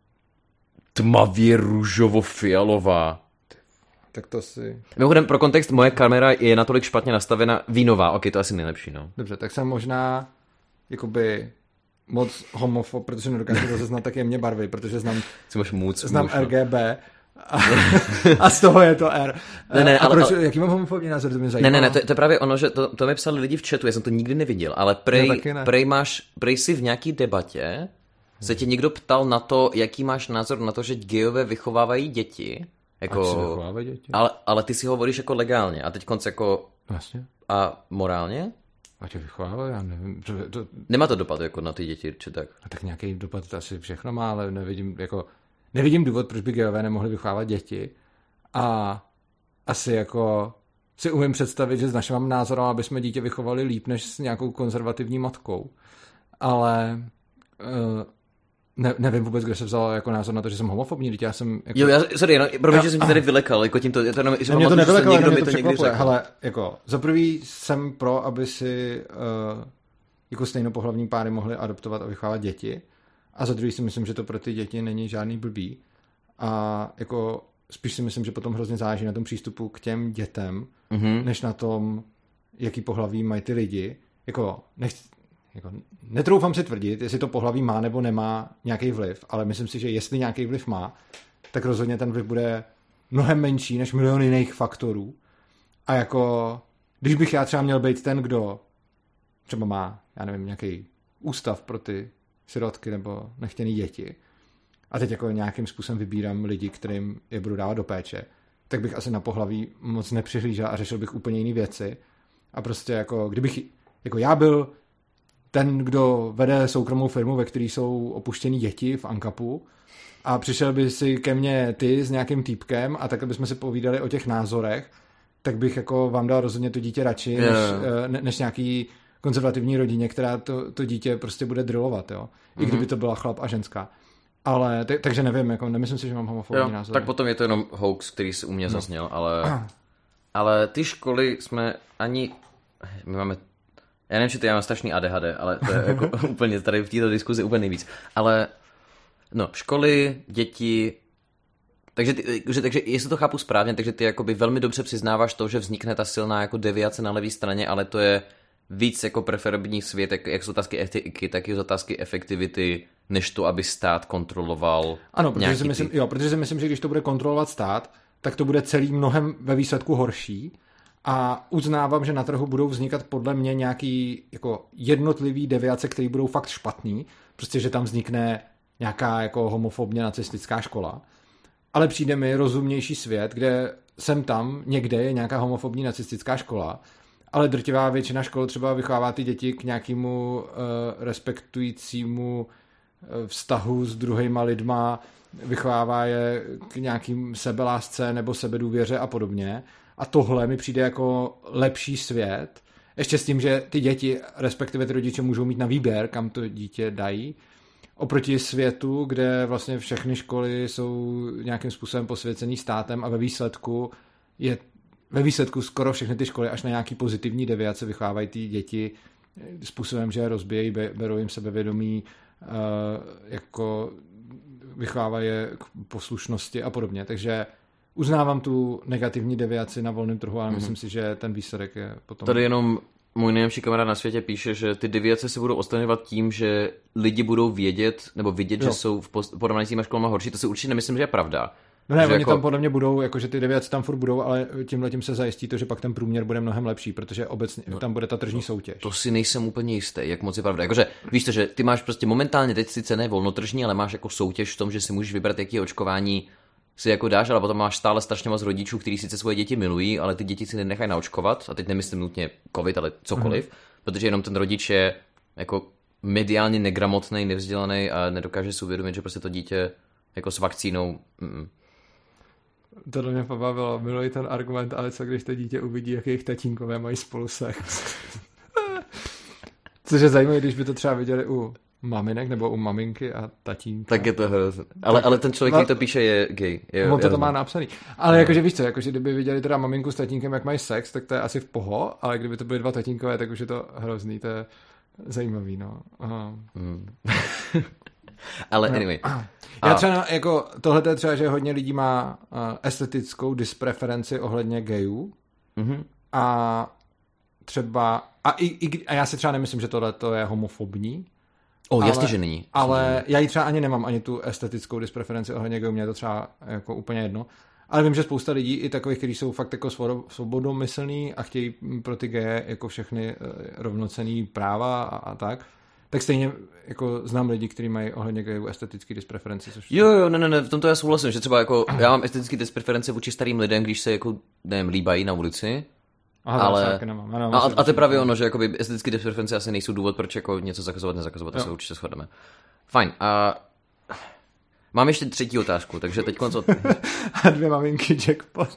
Tmavě růžovo-fialová. Tak to si... Mimochodem, pro kontext, moje kamera je natolik špatně nastavena vínová. Ok, to asi nejlepší, no. Dobře, tak jsem možná jakoby moc homofob, protože nedokážu rozeznat tak jemně barvy, protože znám, Co máš můc, znám můž, R G B a, a z toho je to R. Ne, ne, a ale, proč, ale, jaký mám homofobní názor, to mě zajímá. Ne, ne, ne, to, to je právě ono, že to, to mi psali lidi v chatu, já jsem to nikdy neviděl, ale prej, prej máš, prej si v nějaký debatě se tě někdo ptal na to, jaký máš názor na to, že gejové vychovávají děti. Jako, Ať si vychovávají děti. Ale, ale ty si hovoríš jako legálně a teď konce jako... Vlastně. A morálně? A tě vychovávají, já nevím. To, to... Nemá to dopad jako na ty děti, či tak? A tak nějaký dopad to asi všechno má, ale nevidím, jako, nevidím důvod, proč by gejové nemohli vychovávat děti. A asi jako si umím představit, že s naším názorem, aby jsme dítě vychovali líp, než s nějakou konzervativní matkou. Ale uh, ne, nevím vůbec, kde se vzal jako názor na to, že jsem homofobní, dítě já jsem... Jako... Jo, já, sorry, no, promiň, že jsem ti tady vylekal, jako tím to, to jenom, že mě to nevylekalo, mě to překvapuje. Hele, jako, za prvý jsem pro, aby si uh, jako stejnopohlavní páry mohly adoptovat a vychovávat děti. A za druhý si myslím, že to pro ty děti není žádný blbý. A jako spíš si myslím, že potom hrozně záleží na tom přístupu k těm dětem, mm-hmm. než na tom, jaký pohlaví mají ty lidi. Jako, nechci, jako, netroufám si tvrdit, jestli to pohlaví má nebo nemá nějaký vliv, ale myslím si, že jestli nějaký vliv má, tak rozhodně ten vliv bude mnohem menší než milion jiných faktorů. A jako, když bych já třeba měl být ten, kdo třeba má, já nevím, nějaký ústav pro ty sirotky nebo nechtěný děti, a teď jako nějakým způsobem vybírám lidi, kterým je budu dávat do péče, tak bych asi na pohlaví moc nepřihlížel a řešil bych úplně jiné věci. A prostě jako, kdybych, jako já byl ten, kdo vede soukromou firmu, ve které jsou opuštěný děti v Ankapu, a přišel by si ke mně ty s nějakým týpkem a takhle bychom si povídali o těch názorech, tak bych jako vám dal rozhodně to dítě radši, yeah. než, ne, než nějaký konzervativní rodině, která to, to dítě prostě bude drillovat, jo. I mm-hmm. kdyby to byla chlap a ženská. Ale, t- takže nevím, jako nemyslím si, že mám homofobní názor. Tak potom je to jenom hoax, který se u mě no. zazněl, ale, ale ty školy jsme ani, my máme, já nevím, že to já mám strašný A D H D, ale to je jako úplně tady v této diskuzi úplně nejvíc, ale no, školy, děti, takže, ty, že, takže jestli to chápu správně, takže ty jakoby velmi dobře přiznáváš to, že vznikne ta silná jako deviace na levé straně, ale to je víc jako preferabilní svět, jak, jak z otázky etiky, tak i z otázky efektivity, než to, aby stát kontroloval. Ano, protože si, myslím, ty... jo, protože si myslím, že když to bude kontrolovat stát, tak to bude celý mnohem ve výsledku horší. A uznávám, že na trhu budou vznikat podle mě nějaký jako jednotlivý deviace, které budou fakt špatný, prostě, že tam vznikne nějaká jako homofobně nacistická škola. Ale přijde mi rozumnější svět, kde sem tam někde je nějaká homofobní nacistická škola, ale drtivá většina škol třeba vychovává ty děti k nějakému uh, respektujícímu uh, vztahu s druhýma lidma, vychovává je k nějakým sebelásce nebo sebedůvěře a podobně. A tohle mi přijde jako lepší svět. Ještě s tím, že ty děti, respektive ty rodiče, můžou mít na výběr, kam to dítě dají. Oproti světu, kde vlastně všechny školy jsou nějakým způsobem posvěcený státem a ve výsledku je ve výsledku skoro všechny ty školy až na nějaký pozitivní deviace vychovávají ty děti způsobem, že je rozbíjejí, berou jim sebevědomí, jako vychovávají je k poslušnosti a podobně. Takže uznávám tu negativní deviaci na volném trhu, ale mm-hmm. myslím si, že ten výsledek je potom... Tady jenom můj nejlepší kamarád na světě píše, že ty deviace se budou odstraňovat tím, že lidi budou vědět, nebo vidět, jo. že jsou v porovnání s těma školama horší. To si určitě nemyslím, že je pravda. No ne, oni jako... tam podle mě budou, jakože ty deviace tam furt budou, ale tímhletím se zajistí to, že pak ten průměr bude mnohem lepší, protože obecně no, tam bude ta tržní soutěž. To si nejsem úplně jistý, jak moc je pravda. Jakože víš to, že ty máš prostě momentálně teď sice ne volnotržní, ale máš jako soutěž v tom, že si můžeš vybrat, jaký očkování si jako dáš, ale potom máš stále strašně moc rodičů, kteří sice svoje děti milují, ale ty děti si nenechají naočkovat, a teď nemyslím nutně covid, ale cokoliv, mm. protože jenom ten rodič je jako mediálně negramotný, nevzdělaný a nedokáže si uvědomit, že prostě to dítě jako s vakcínou mm, tohle mě pobavilo, miluji ten argument, ale co když to dítě uvidí, jak jejich tatínkové mají spolu sex. Což je zajímavé, když by to třeba viděli u maminek nebo u maminky a tatínka. Tak je to hrozné. Ale, ale ten člověk, který to píše, je gay. Je, on to tam má napsaný. Ale no. jakože víš co, jakože kdyby viděli teda maminku s tatínkem, jak mají sex, tak to je asi v poho, ale kdyby to byly dva tatínkové, tak už je to hrozný, to je zajímavý, no. Aha. Hmm. Ale anyway. Já třeba jako, tohle je třeba, že hodně lidí má uh, estetickou dispreferenci ohledně gayů mm-hmm. a třeba, a, i, i, a já si třeba nemyslím, že tohle to je homofobní. O, oh, jasně, že není. Ale já ji třeba ani nemám, ani tu estetickou dispreferenci ohledně gayů, mě je to třeba jako úplně jedno. Ale vím, že spousta lidí, i takových, kteří jsou fakt jako svobodomyslný a chtějí pro ty geje jako všechny rovnocenný práva a, a tak, tak stejně jako znám lidi, kteří mají ohledně gayů estetický dispreferenci. Což... Jo, jo, ne, ne, ne, v tomto já souhlasím, že třeba jako já mám estetický dispreference vůči starým lidem, když se jako, nevím, líbají na ulici. Aha, ale... nemám. Ano, a, a to je právě ono, že jakoby estetické dispreference asi nejsou důvod, proč jako něco zakazovat, nezakazovat, to se určitě shodneme. Fajn. A mám ještě třetí otázku, takže teď konc... A dvě maminky jackpot.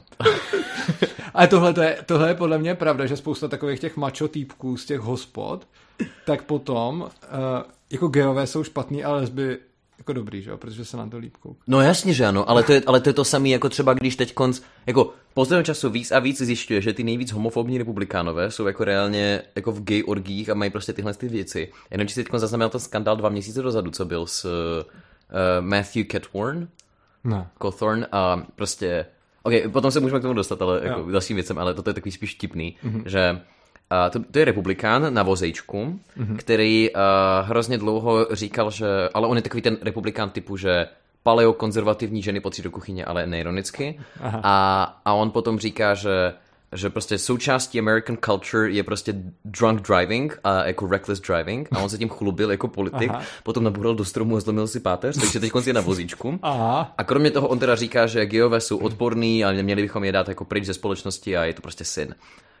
Ale tohle, to je, tohle je podle mě pravda, že spousta takových těch macho týpků z těch hospod, tak potom uh, jako gayové jsou špatný, ale lesby jako dobrý, že jo, protože se na to líp kouká. No jasně, že ano, ale to je, ale to, je to samé, jako třeba když teď konc, jako postupem času víc a víc zjišťuje, že ty nejvíc homofobní republikánové jsou jako reálně jako v gay orgích a mají prostě tyhle ty věci. Jenom si teď konc zaznamenal ten skandál dva měsíce dozadu, co byl s uh, Matthew Cawthorn. No. Cawthorn a prostě, ok, potom se můžeme k tomu dostat, ale jako no. dalším věcem, ale toto je takový spíš vtipný, mm-hmm. že Uh, to, to je republikán na vozejčku, mm-hmm. který uh, hrozně dlouho říkal, že, ale on je takový ten republikán typu, že paleokonzervativní ženy patří do kuchyně, ale neironicky. A, a on potom říká, že, že prostě součástí American culture je prostě drunk driving a jako reckless driving a on se tím chlubil jako politik, Aha. potom naboural do stromu a zlomil si páteř, takže teď je na vozíčku. Aha. A kromě toho on teda říká, že gayové jsou odporný a neměli bychom je dát jako pryč ze společnosti a je to prostě syn.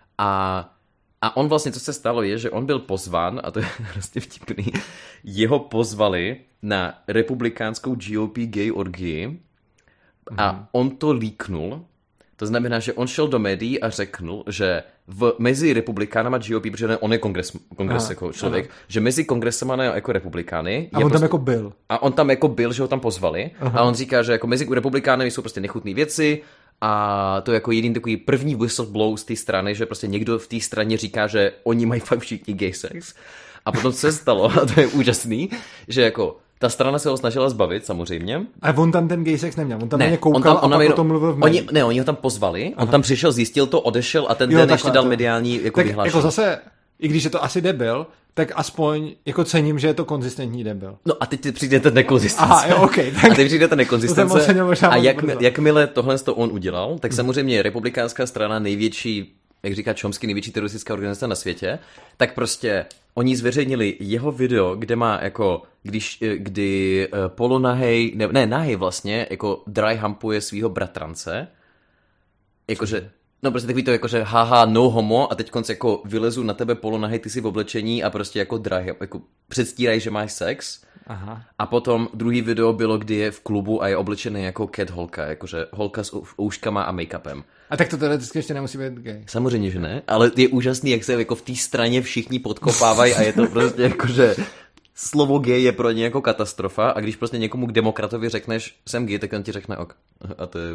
A A on vlastně, co se stalo, je, že on byl pozván, a to je prostě vtipný, jeho pozvali na republikánskou G O P gay orgii a mm. on to líknul. To znamená, že on šel do médií a řekl, že v, mezi republikánama G O P, protože on je kongres, kongres aha, jako člověk, aha. že mezi kongresama jako republikány... A on prostě, tam jako byl. A on tam jako byl, že ho tam pozvali. Aha. A on říká, že jako mezi republikány jsou prostě nechutné věci, a to je jako jediný takový první whistleblow z té strany, že prostě někdo v té straně říká, že oni mají fakt všichni gay sex. A potom se stalo, a to je úžasný, že jako ta strana se ho snažila zbavit, samozřejmě. A on tam ten gay sex neměl, on tam ne, mě koukal on tam, on a pak o tom mluvil v médiích. Ne, oni ho tam pozvali, Aha. on tam přišel, zjistil to, odešel a ten jo, den ještě dal to... mediální jako tak vyhlášení. Jako zase, i když je to asi debil, tak aspoň jako cením, že je to konzistentní debil. No a teď přijde ten nekonzistence. Aha, jo, okay, tak... A teď přijde ten nekonzistence. A jak, jakmile tohle to on udělal, tak samozřejmě republikánská strana největší, jak říká Chomsky, největší teroristická organizace na světě, tak prostě oni zveřejnili jeho video, kde má jako, když, kdy polonahej, ne, ne nahej vlastně, jako dry humpuje svýho bratrance, jakože... No prostě takový to jako, že haha, no homo a teď konc jako vylezu na tebe polonahej, ty jsi v oblečení a prostě jako drahý, jako předstírají, že máš sex. Aha. A potom druhý video bylo, kdy je v klubu a je oblečený jako cat holka, jakože holka s ouškama a make-upem. A tak to teoreticky ještě nemusí být gay. Samozřejmě, že ne, ale je úžasný, jak se jako v té straně všichni podkopávají a je to prostě jakože slovo gay je pro ně jako katastrofa a když prostě někomu k demokratovi řekneš jsem gay, tak on ti řekne ok. A to je...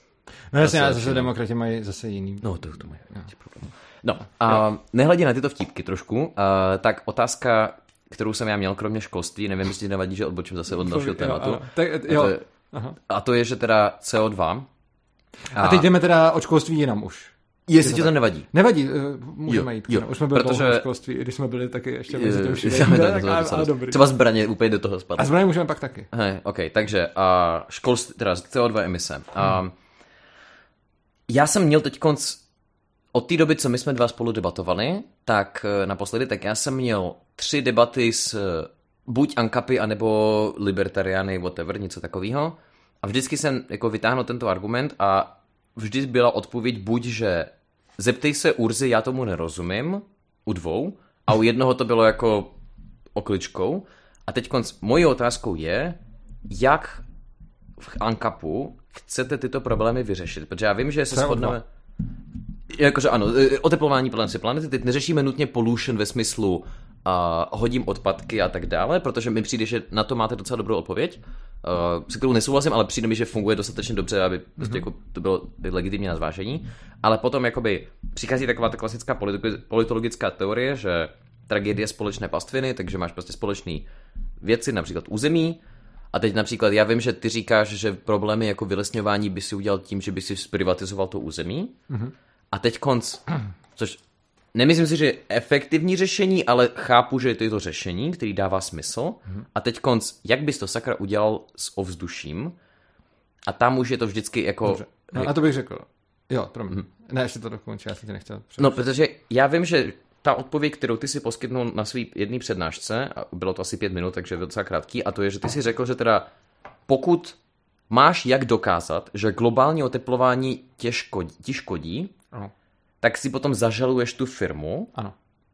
No jasně, ale zase demokrati mají zase jiný. No, to, to mají no. problém. No, a nehledě na tyto vtípky trošku, a, tak otázka, kterou jsem já měl kromě školství, nevím, jestli nevadí, že odbočím zase od dalšího tématu. Jo, tak, jo. A, to je, a to je, že teda C O dva. A, a teď jdeme teda od školství jinam už. Jestli ti to nevadí. Nevadí, můžeme jo, jít. Jo. Už jsme byli protože... v školství, když jsme byli taky ještě mezi tím všude. Třeba zbraně úplně do toho spadly. A zbraně můžeme pak taky. Hej, ok, takže a školství, teda C O dva emise. A, hmm. Já jsem měl teď konc, od té doby, co my jsme dva spolu debatovali, tak naposledy, tak já jsem měl tři debaty s buď Ankapy, anebo libertariány, whatever, něco takového. A vždycky jsem jako vytáhnul tento argument a vždy byla odpověď buď, že zeptej se Urzy, já tomu nerozumím, u dvou, a u jednoho to bylo jako okličkou. A teď konc, mojí otázkou je, jak v Ankapu chcete tyto problémy vyřešit? Protože já vím, že se shodneme... Jakože ano, oteplování planety, teď neřešíme nutně pollution ve smyslu uh, hodím odpadky a tak dále, protože mi přijde, že na to máte docela dobrou odpověď, uh, se kterou nesouhlasím, ale přijde mi, že funguje dostatečně dobře, aby mm-hmm. prostě jako to bylo legitimní na zvážení. Ale potom jakoby přichází taková ta klasická politologická teorie, že tragédie společné pastviny, takže máš prostě společný věci, například území. A teď například já vím, že ty říkáš, že problémy jako vylesňování by si udělal tím, že by si zprivatizoval to území. Mm-hmm. A teď konc, což nemyslím si, že je efektivní řešení, ale chápu, že je to, je to řešení, který dává smysl. Mm-hmm. A teď konc, jak bys to sakra udělal s ovzduším? A tam už je to vždycky jako... Dobře. No a to bych řekl. Jo, promiň. Mm-hmm. Ne, ještě to dokončí, já jsem tě nechtěl přerušit. No, protože já vím, že ta odpověď, kterou ty si poskytnul na svý jedné přednášce, a bylo to asi pět minut, takže docela krátký, a to je, že ty si řekl, že teda pokud máš jak dokázat, že globální oteplování tě škodí, ti škodí, ano. tak si potom zažaluješ tu firmu. Ano.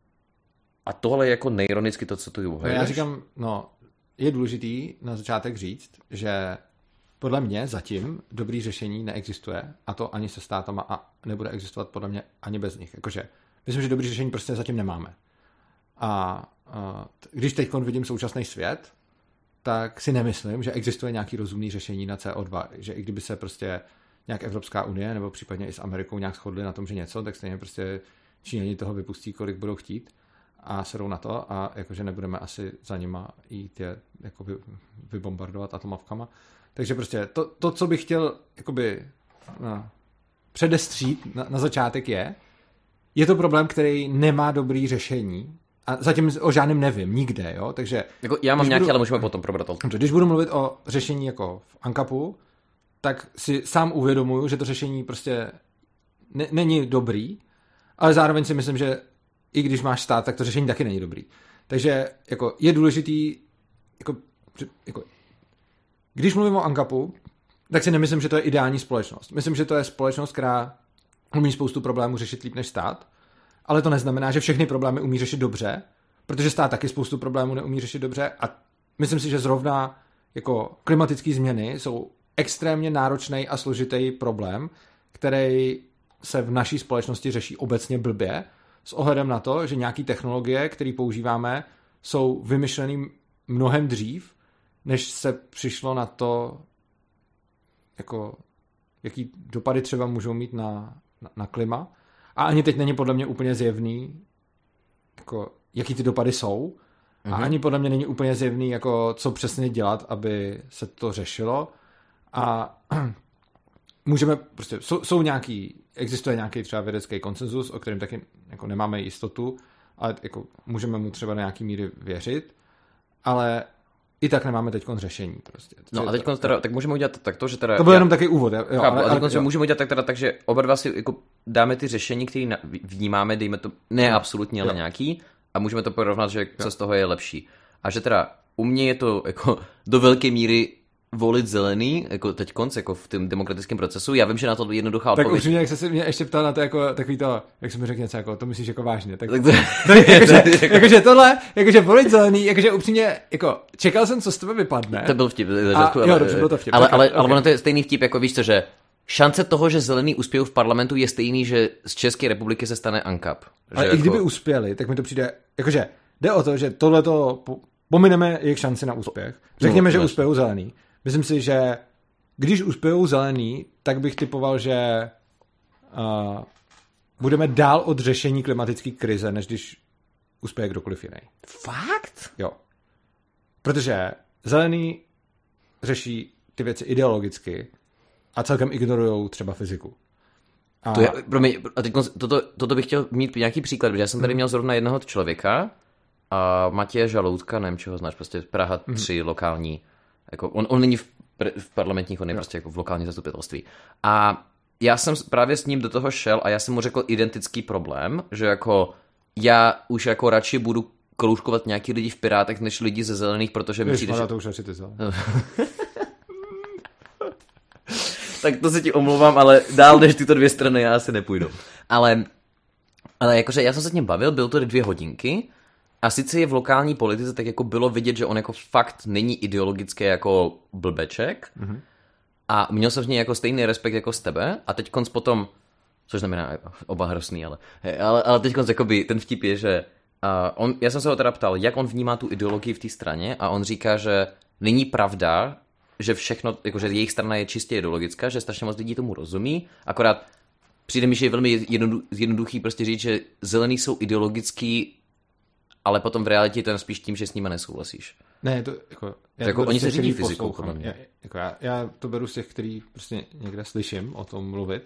A tohle je jako nejironicky to, co ty uhaješ. Já říkám, no, je důležitý na začátek říct, že podle mě zatím dobrý řešení neexistuje, a to ani se státama a nebude existovat podle mě ani bez nich. Jakože myslím, že dobrý řešení prostě zatím nemáme. A, a když teď vidím současný svět, tak si nemyslím, že existuje nějaký rozumný řešení na C O dva, že i kdyby se prostě nějak Evropská unie nebo případně i s Amerikou nějak shodli na tom, že něco, tak stejně prostě Číňani toho vypustí, kolik budou chtít a sedou na to a jakože nebudeme asi za nima jít je jako vy, vybombardovat atomovkama. Takže prostě to, to co bych chtěl jakoby no, předestřít na, na začátek je, je to problém, který nemá dobrý řešení a zatím o žádném nevím, nikde, jo, takže... Jako já mám nějaký, budu, ale můžeme potom probrat. Když budu mluvit o řešení jako v ANCAPu, tak si sám uvědomuju, že to řešení prostě ne, není dobrý, ale zároveň si myslím, že i když máš stát, tak to řešení taky není dobrý. Takže jako je důležitý, jako, jako, když mluvím o ANCAPu, tak si nemyslím, že to je ideální společnost. Myslím, že to je společnost, která umí spoustu problémů řešit líp než stát, ale to neznamená, že všechny problémy umí řešit dobře, protože stát taky spoustu problémů neumí řešit dobře a myslím si, že zrovna jako klimatické změny jsou extrémně náročný a složitý problém, který se v naší společnosti řeší obecně blbě, s ohledem na to, že nějaké technologie, které používáme, jsou vymyšlený mnohem dřív, než se přišlo na to, jako, jaký dopady třeba můžou mít na, na, na klima. A ani teď není podle mě úplně zjevný, jako, jaký ty dopady jsou. Mhm. A ani podle mě není úplně zjevný, jako, co přesně dělat, aby se to řešilo. A můžeme, prostě, jsou, jsou nějaký, existuje nějaký třeba vědecký konsenzus, o kterém taky jako nemáme jistotu, ale jako můžeme mu třeba na nějaký míry věřit, ale i tak nemáme teď řešení. Prostě. No a teď teda, tak můžeme udělat takto, že teda... To byl já, jenom taky úvod. Jo, chápu, ale, ale, ale můžeme udělat tak teda, takže oba dva si jako dáme ty řešení, které vnímáme, dejme to, ne absolutně, ale jo. nějaký, a můžeme to porovnat, že co jo. z toho je lepší. A že teda u mě je to jako do velké míry volit zelený, jako teď konc, jako v tom demokratickém procesu. Já vím, že na to jednoduchá odpověď. Tak upřímně, jak jsi se mě ještě ptal na to, jako takový to, jak jsem mi řekl něco, jako, to myslíš jako vážně. Tak, tak to, to je, jakože, jakože tohle, jakože volit zelený, jakože upřímně, jako, čekal jsem, co z tebe vypadne. To byl vtip. A, ale, jo, dobře, byl to vtip. Ale, ale, okay. ale ono to je stejný vtip, jako víš co, že šance toho, že zelený uspějí v parlamentu, je stejný, že z České republiky se stane ANCAP. Ale jako... i kdyby uspěli, tak mi to přijde, jakože, jde o to, že tohleto, pomineme jejich šanci na úspěch. Řekněme, no, že uspějou zelený. Myslím si, že když uspějou zelený, tak bych typoval, že uh, budeme dál od řešení klimatické krize, než když uspěje kdokoliv jiný. Fakt? Jo. Protože zelený řeší ty věci ideologicky a celkem ignorujou třeba fyziku. A... To je, promiň, a teď toto, toto bych chtěl mít nějaký příklad, protože já jsem tady měl zrovna jednoho člověka, a Matěje Žaloutka, nevím, čeho znáš, prostě Praha tři, mm. lokální. Jako on, on není v, v parlamentních, on je jo. prostě jako v lokální zastupitelství. A já jsem právě s ním do toho šel a já jsem mu řekl identický problém, že jako já už jako radši budu kroužkovat nějaký lidi v Pirátech, než lidi ze zelených, protože mi přijde, že... to už radši ty Tak to se ti omlouvám, ale dál než tyto dvě strany já asi nepůjdu. Ale, ale jakože já jsem se s ním bavil, byl to dvě hodinky. A sice je v lokální politice tak jako bylo vidět, že on jako fakt není ideologický jako blbeček, mm-hmm. a měl jsem v něj jako stejný respekt jako z tebe a teď konc potom, což znamená oba hrozný, ale, ale, ale teď konc jakoby ten vtip je, že uh, on, já jsem se ho teda ptal, jak on vnímá tu ideologii v té straně a on říká, že není pravda, že všechno, jakože jejich strana je čistě ideologická, že strašně moc lidí tomu rozumí, akorát přijde mi, že je velmi jednoduchý prostě říct, že zelení jsou ideologický, ale potom v realitě to je spíš tím, že s nima nesouhlasíš. Ne, to jako... Já to jako to oni se řídí fyzikou, podle mě. Já, jako já, já to beru z těch, který prostě někde slyším o tom mluvit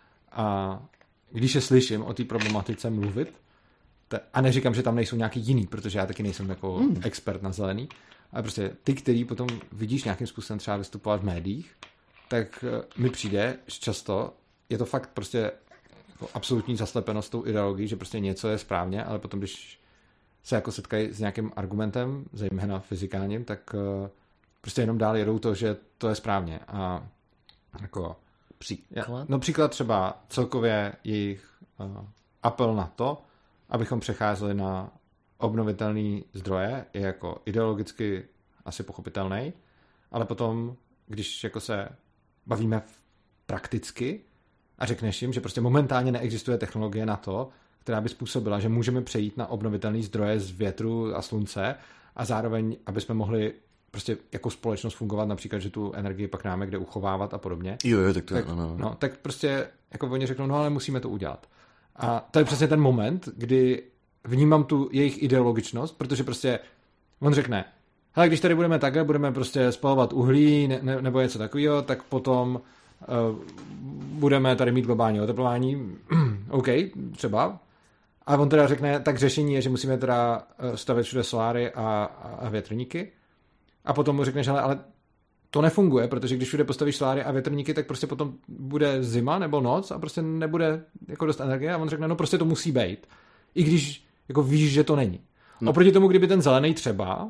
a když je slyším o té problematice mluvit, te, a neříkám, že tam nejsou nějaký jiný, protože já taky nejsem jako hmm. expert na zelený, ale prostě ty, který potom vidíš nějakým způsobem třeba vystupovat v médiích, tak mi přijde, že často je to fakt prostě jako absolutní zaslepenost tou ideologií, že prostě něco je správně, ale potom, když se jako setkají s nějakým argumentem, zejména fyzikálním, tak uh, prostě jenom dál jedou to, že to je správně. A jako... Příklad? No příklad třeba celkově jejich uh, apel na to, abychom přecházeli na obnovitelné zdroje, je jako ideologicky asi pochopitelný, ale potom, když jako se bavíme prakticky a řekneš jim, že prostě momentálně neexistuje technologie na to, která by způsobila, že můžeme přejít na obnovitelné zdroje z větru a slunce a zároveň, aby jsme mohli prostě jako společnost fungovat, například, že tu energii pak máme kde uchovávat a podobně. Jo, jo, tak to tak, no, no. no, tak prostě jako oni řeknou, no ale musíme to udělat. A to je přesně ten moment, kdy vnímám tu jejich ideologičnost, protože prostě on řekne, hele, když tady budeme takhle, budeme prostě spalovat uhlí ne, ne, nebo něco takového, tak potom uh, budeme tady mít globální oteplování. OK, třeba. A on teda řekne, tak řešení je, že musíme teda stavět všude soláry a, a větrníky. A potom mu řekneš, ale, ale to nefunguje, protože když všude postavíš soláry a větrníky, tak prostě potom bude zima nebo noc a prostě nebude jako dost energie. A on řekne, no prostě to musí být. I když jako víš, že to není. No. Oproti tomu, kdyby ten zelený třeba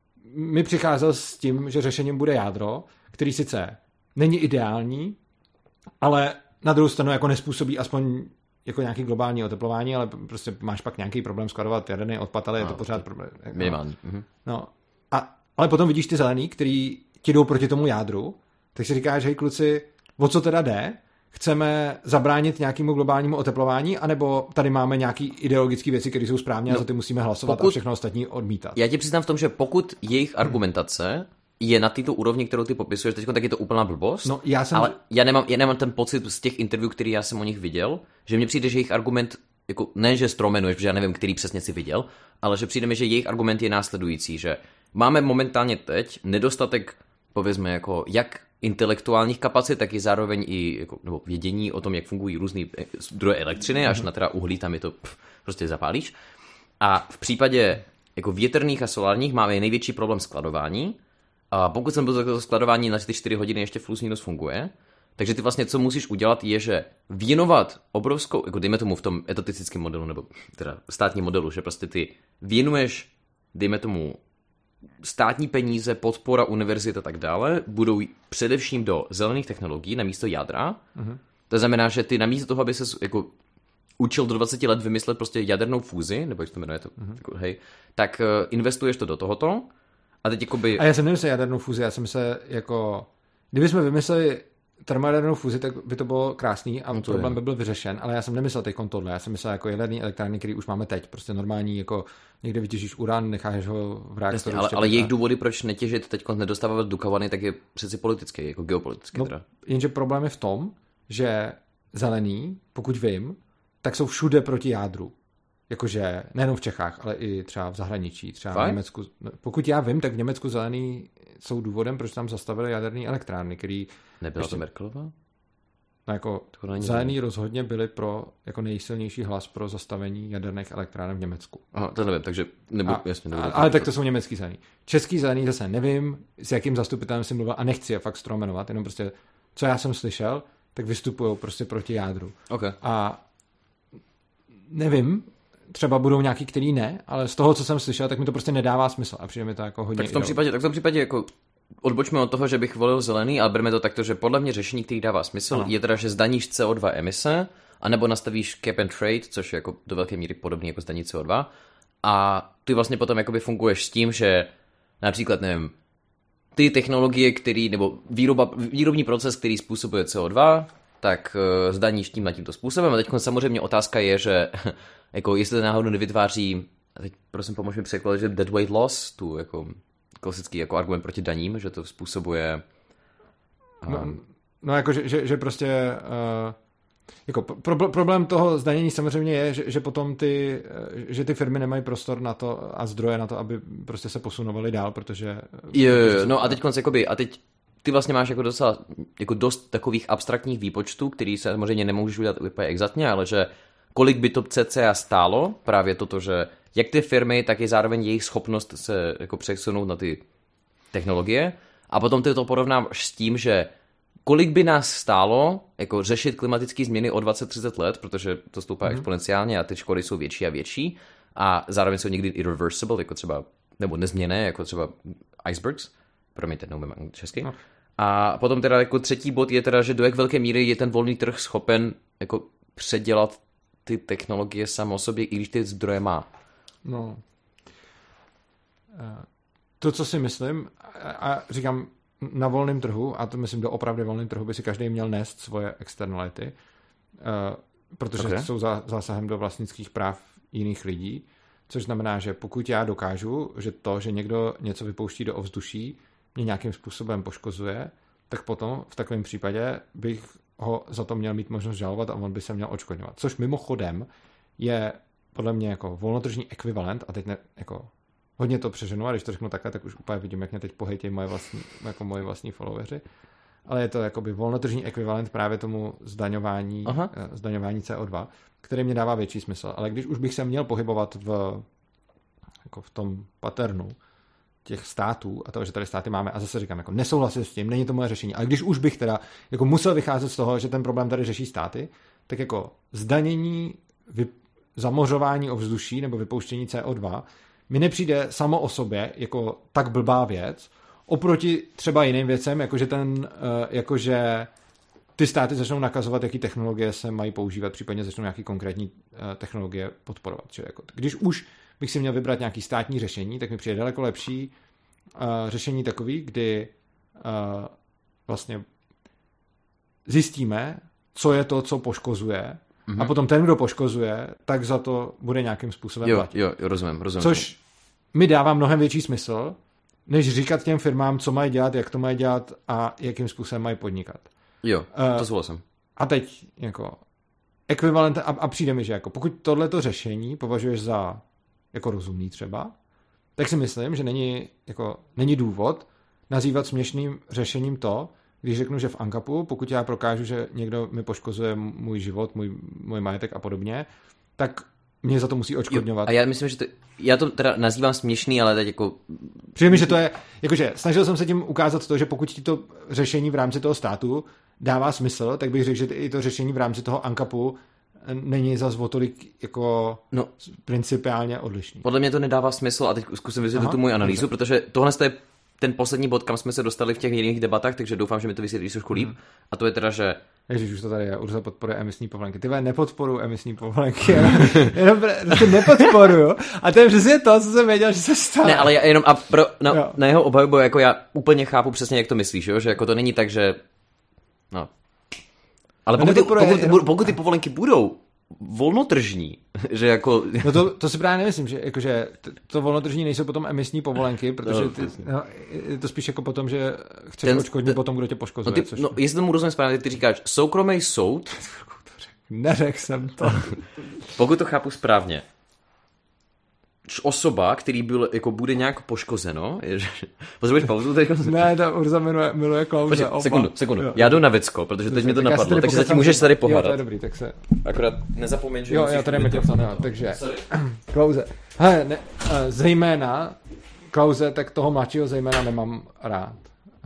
mi přicházel s tím, že řešením bude jádro, který sice není ideální, ale na druhou stranu jako nespůsobí aspoň jako nějaký globální oteplování, ale prostě máš pak nějaký problém skladovat jaderný odpad, ale no, je to pořád problém. Jako, minimální. Mhm. No. A, ale potom vidíš ty zelený, který ti jdou proti tomu jádru, tak si říkáš, hej kluci, o co teda jde? Chceme zabránit nějakému globálnímu oteplování, anebo tady máme nějaký ideologické věci, které jsou správně no, a za ty musíme hlasovat pokud, a všechno ostatní odmítat. Já ti přiznám v tom, že pokud jejich argumentace je na této úrovni, kterou ty popisuješ teď, tak je to úplná blbost. No, já jsem... Ale já nemám, já nemám ten pocit z těch interview, který já jsem o nich viděl, že mně přijde, že jejich argument, jako, ne, že stromenuješ, protože já nevím, který přesně si viděl, ale že přijde mi, že jejich argument je následující, že máme momentálně teď nedostatek, povězme, jako jak intelektuálních kapacit, tak i zároveň i jako, nebo vědění o tom, jak fungují různý zdroje elektřiny, až na teda uhlí, tam je to pff, prostě zapálíš. A v případě jako větrných a solárních máme největší problém skladování. A pokud jsem byl to skladování na ty čtyři hodiny ještě plus minus funguje, takže ty vlastně co musíš udělat je, že věnovat obrovskou, jako dejme tomu v tom etatistickém modelu, nebo teda státním modelu, že prostě ty věnuješ, dejme tomu státní peníze, podpora univerzit a tak dále, budou především do zelených technologií na místo jádra. Uh-huh. To znamená, že ty namísto toho, aby se jako učil do dvaceti let vymyslet prostě jadernou fúzi, nebo jak to jmenuje, to, uh-huh. jako, hej, tak uh, investuješ to do tohoto. A teď jakoby... A já jsem nemyslel jadernou fúzi, já jsem myslel jako... Kdybychom vymysleli termojadernou fúzi, tak by to bylo krásný a no to problém je. by byl vyřešen, ale já jsem nemyslel teď tohle, já jsem myslel jako jaderný elektrárny, který už máme teď, prostě normální, jako někde vytěžíš uran, necháš ho v reaktoru. Ale, ale jejich důvody, proč netěžit teď nedostávat Dukovany, tak je přeci politický, jako geopolitický. No, teda. Jenže problém je v tom, že zelený, pokud vím, tak jsou všude proti jádru. Jakože nejenom v Čechách, ale i třeba v zahraničí, třeba Fajn? v Německu. Pokud já vím, tak v Německu zelený jsou důvodem, proč tam zastavili jaderné elektrárny, který... Nebyla ještě, to Merkelová? No jako zelený rozhodně byli pro jako nejsilnější hlas pro zastavení jaderných elektráren v Německu. Aha, to nevím, takže nebudu, a, jasně nebudu. A, ale tak to jsou německý zelený. Český zelený zase nevím, s jakým zastupitelem jsem mluvil a nechci je fakt stromenovat, jenom prostě, co já jsem slyšel, tak vystupují prostě proti jádru. Okay. A nevím, třeba budou nějaký, který ne, ale z toho, co jsem slyšel, tak mi to prostě nedává smysl a přijde mi to jako hodně... Tak v tom případě, tak v tom případě jako odbočme od toho, že bych volil zelený, ale berme to takto, že podle mě řešení, který dává smysl, ano. je teda, že zdaníš C O dva emise, anebo nastavíš cap and trade, což je jako do velké míry podobný jako zdaní C O dva, a ty vlastně potom jakoby funguješ s tím, že například, nevím, ty technologie, který, nebo výroba, výrobní proces, který způsobuje C O dva, tak uh, zdaníš tím na tímto způsobem. A teď samozřejmě otázka je, že jako jestli to náhodou nevytváří, a teď prosím pomož mi překládat, že dead weight loss, tu jako klasický jako argument proti daním, že to způsobuje... Um, no, no jako, že, že, že prostě... Uh... Jako pro, problém toho zdanění samozřejmě je, že, že potom ty, že ty firmy nemají prostor na to a zdroje na to, aby prostě se posunovaly dál, protože... Jo, jo, no a teď konc, jakoby, a teď ty vlastně máš jako docela, jako dost takových abstraktních výpočtů, který se samozřejmě nemůžu udělat úplně exaktně, ale že kolik by to cca stálo, právě toto, že jak ty firmy, tak i zároveň jejich schopnost se jako přesunout na ty technologie a potom ty to porovnáš s tím, že kolik by nás stálo jako řešit klimatické změny o dvacet třicet let, protože to stoupá mm-hmm. exponenciálně a ty škody jsou větší a větší a zároveň jsou někdy irreversible, jako třeba, nebo nezměnné, jako třeba icebergs, promiňte, neumím česky. No. A potom teda jako třetí bod je teda, že do jak velké míry je ten volný trh schopen jako předělat ty technologie sám o sobě, i když ty zdroje má. No. To, co si myslím, a říkám, na volném trhu, a to myslím do opravdu volném trhu, by si každý měl nést svoje externality, protože okay. jsou zásahem do vlastnických práv jiných lidí, což znamená, že pokud já dokážu, že to, že někdo něco vypouští do ovzduší, mě nějakým způsobem poškozuje, tak potom v takovém případě bych ho za to měl mít možnost žalovat a on by se měl odškodňovat. Což mimochodem je podle mě jako volnotržní ekvivalent, a teď ne, jako hodně to přeženu, a když to řeknu takhle, tak už úplně vidím, jak mě teď pohejtějí moje vlastní, jako moje vlastní followeri. Ale je to jakoby volnotržní ekvivalent právě tomu zdaňování, Aha. zdaňování C O dva, který mě dává větší smysl. Ale když už bych se měl pohybovat v, jako v tom paternu těch států a toho, že tady státy máme, a zase říkám, jako nesouhlasím s tím, není to moje řešení, ale když už bych teda jako musel vycházet z toho, že ten problém tady řeší státy, tak jako zdanění, vy, zamořování ovzduší nebo vypouštění C O dva mi nepřijde samo o sobě jako tak blbá věc, oproti třeba jiným věcem, jakože ten, jakože ty státy začnou nakazovat, jaký technologie se mají používat, případně začnou nějaký konkrétní technologie podporovat. Čili jako, když už bych si měl vybrat nějaký státní řešení, tak mi přijde daleko lepší uh, řešení takový, kdy uh, vlastně zjistíme, co je to, co poškozuje, mm-hmm. a potom ten, kdo poškozuje, tak za to bude nějakým způsobem jo, platit. Jo, jo, rozumím, rozumím. Což mi dává mnohem větší smysl, než říkat těm firmám, co mají dělat, jak to mají dělat a jakým způsobem mají podnikat. Jo, to souhlasím. Uh, a teď jako ekvivalent, a, a přijde mi, že jako pokud tohleto řešení považuješ za jako rozumný třeba, tak si myslím, že není, jako, není důvod nazývat směšným řešením to, když řeknu, že v ANCAPu, pokud já prokážu, že někdo mi poškozuje můj život, můj, můj majetek a podobně, tak mě za to musí odškodňovat. Jo, a já myslím, že to, já to teda nazývám směšný, ale teď jako... Přijde mi, že to je, jakože snažil jsem se tím ukázat to, že pokud ti to řešení v rámci toho státu dává smysl, tak bych řekl, že i to řešení v rámci toho ANCAPu není zas o tolik jako no, principiálně odlišný. Podle mě to nedává smysl a teď zkusím vysvětlit tu moji analýzu, dobře. Protože tohle je ten poslední bod, kam jsme se dostali v těch jiných debatách, takže doufám, že mi to vysvětlíš trošku líp. Hmm. A to je teda, že... Ježiš, už to tady je, Urza podporuje emisní povolenky. Ty nepodporuju emisní povolenky, jenom to nepodporuju. A to je přesně to, co jsem věděl, že se stane. Ne, ale já jenom a pro, na, na jeho obhajobu, jako já úplně chápu přesně, jak to myslíš, jo? Že jako to není tak, že... No... Ale pokud ty, pokud, jenom... pokud ty povolenky budou volnotržní, že jako... No to, to si právě nemyslím, že jakože to volnotržní nejsou potom emisní povolenky, protože ty, no, je to spíš jako potom, že chceš ten, odškodnit ten, potom, kdo tě poškozuje. No, ty, což... no jestli tomu rozumím správně, ty říkáš, soukromý soud... Neřekl jsem to. Pokud to chápu správně, osoba, který byl, jako bude nějak poškozeno, je, že... Potřebuješ pauzu? Teď... Ne, ta Urza miluje, miluje Klause. Počkej, sekundu, sekundu. Jo. Já jdu na Vicko, protože teď mi to napadlo, takže zatím můžeš tady pohádat. Jo, to je dobrý, tak se... Akorát nezapomeň, že jo, já tady mikrofon, jo, takže... Klause. Hele, ne, zejména, Klause, tak toho mladšího zejména nemám rád.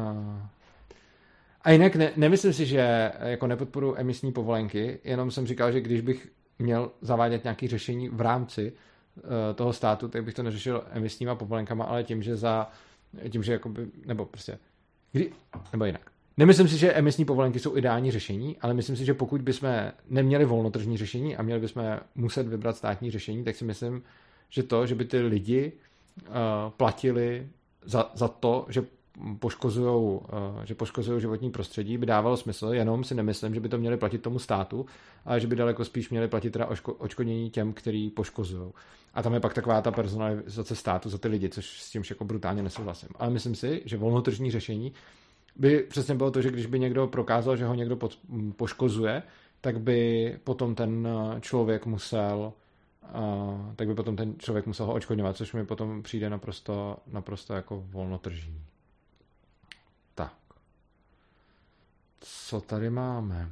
A jinak ne, nemyslím si, že jako nepodporuji emisní povolenky, jenom jsem říkal, že když bych měl zavádět nějaké řešení v rámci toho státu, tak bych to neřešil emisníma povolenkama, ale tím, že za tím, že jakoby, nebo prostě kdy, nebo jinak. Nemyslím si, že emisní povolenky jsou ideální řešení, ale myslím si, že pokud bychom neměli volnotržní řešení a měli bychom muset vybrat státní řešení, tak si myslím, že to, že by ty lidi uh, platili za, za to, že poškozujou, že poškozují životní prostředí, by dávalo smysl, jenom si nemyslím, že by to měli platit tomu státu, ale že by daleko spíš měli platit teda odškodnění těm, který poškozují. A tam je pak taková ta personalizace státu za ty lidi, což s tím jako brutálně nesouhlasím. Ale myslím si, že volnotržní řešení by přesně bylo to, že když by někdo prokázal, že ho někdo pod, poškozuje, tak by potom ten člověk musel Uh, tak by potom ten člověk musel ho odškodňovat, což mi potom přijde naprosto, naprosto jako volnotržní. Tak. Co tady máme?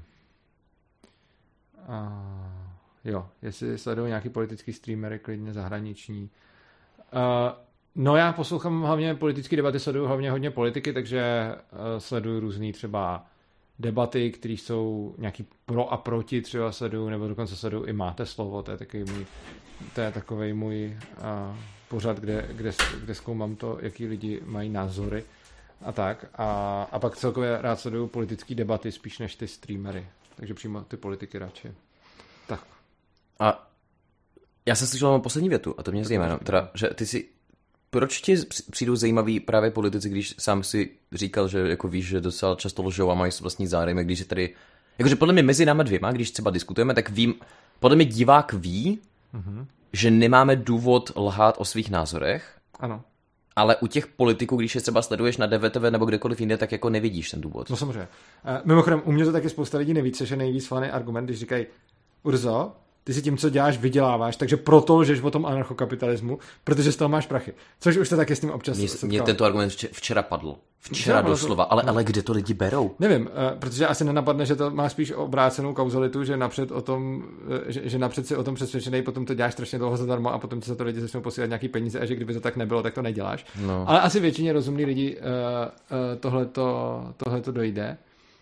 Uh, jo, jestli sledují nějaký politický streamery, klidně zahraniční. Uh, no já poslouchám hlavně politické debaty, sleduju hlavně hodně politiky, takže uh, sleduju různý třeba debaty, které jsou nějaký pro a proti, třeba sleduju, nebo dokonce sleduju i Máte slovo, to je takový můj, to je takovej můj uh, pořad, kde, kde, kde zkoumám to, jaký lidi mají názory a tak. A, a pak celkově rád sleduju politické debaty spíš než ty streamery, takže přímo ty politiky radši. Tak. A já jsem slyšel poslední větu, a to mě zajímá, no, teda, že ty si proč ti přijdou zajímaví právě politici, když sám si říkal, že jako víš, že docela často lžou a mají vlastní zájmy, když je tady, jakože podle mě mezi náma dvěma, když třeba diskutujeme, tak vím, podle mě divák ví, mm-hmm. že nemáme důvod lhát o svých názorech. Ano. Ale u těch politiků, když je třeba sleduješ na D V T V nebo kdekoliv jinde, tak jako nevidíš ten důvod. No samozřejmě. Mimochodem, u mě to taky spousta lidí neví, což je nejvíc flaný argument, když říkají, Urzo, ty si tím, co děláš, vyděláváš, takže proto lžeš o tom anarchokapitalismu, protože z toho máš prachy. Což už to taky s tím občas Mně, setkal. Mně tento argument včera padl. Včera doslova, ale, no. ale kde to lidi berou? Nevím, protože asi nenapadne, že to má spíš obrácenou kauzalitu, že napřed, o tom, že, že napřed si o tom přesvědčený, potom to děláš strašně dlouho zadarmo a potom se to lidi začnou posílat nějaký peníze a že kdyby to tak nebylo, tak to neděláš. No. Ale asi většině rozumný lidi uh, uh, tohleto, tohleto dojde.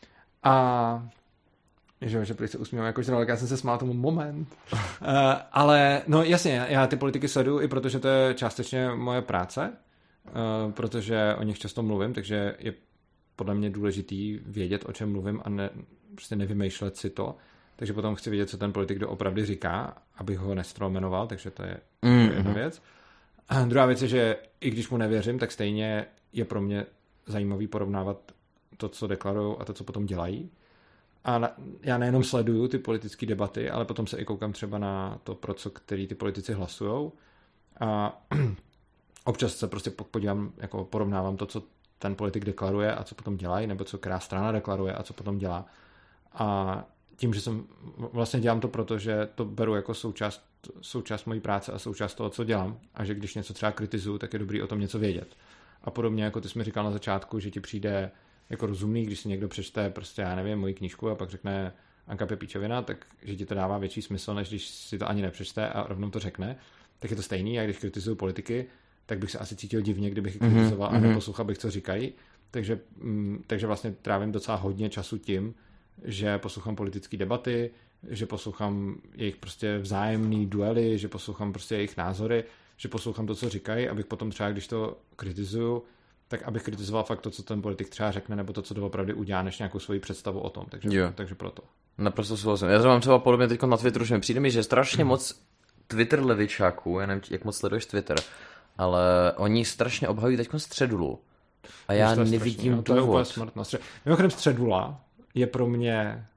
A že, že prý se usmívám jako žralek, já jsem se smál tomu moment. uh, ale no jasně, já ty politiky sleduju i protože to je částečně moje práce, uh, protože o nich často mluvím, takže je podle mě důležitý vědět, o čem mluvím a ne, prostě nevymýšlet si to. Takže potom chci vědět, co ten politik doopravdy říká, abych ho nestromenoval, takže to je mm-hmm. jedna věc. A druhá věc je, že i když mu nevěřím, tak stejně je pro mě zajímavý porovnávat to, co deklarují a to, co potom dělají. A na, já nejenom sleduju ty politické debaty, ale potom se i koukám třeba na to, pro co který ty politici hlasujou. A občas se prostě podívám, jako porovnávám to, co ten politik deklaruje a co potom dělají, nebo co která strana deklaruje a co potom dělá. A tím, že jsem vlastně dělám to proto, že to beru jako součást, součást mojí práce a součást toho, co dělám. A že když něco třeba kritizuju, tak je dobrý o tom něco vědět. A podobně, jako ty jsi mi říkal na začátku, že ti přijde jako rozumný, když si někdo přečte prostě, já nevím, moji knížku a pak řekne Anka Pepíčovina, tak že ti to dává větší smysl, než když si to ani nepřečte a rovnou to řekne. Tak je to stejný, a když kritizuju politiky, tak bych se asi cítil divně, kdybych je kritizoval mm-hmm. a neposlouchal bych, co říkají. Takže, mm, takže vlastně trávím docela hodně času tím, že poslouchám politické debaty, že poslouchám jejich prostě vzájemný duely, že poslouchám prostě jejich názory, že poslouchám to, co říkají, abych potom třeba, když to kritizuju, tak abych kritizoval fakt to, co ten politik třeba řekne, nebo to, co doopravdy udělá, než nějakou svoji představu o tom. Takže, takže proto. Naprosto souhlasím. Já to mám třeba podobně teď na Twitteru, že mi přijde mi, že strašně mm. moc Twitter levičáků, já nevím, jak moc sleduješ Twitter, ale oni strašně obhajují teď středulu. A já nevidím no, to důvod. To je úplně smrt na střed... Mimochodem středula je pro mě...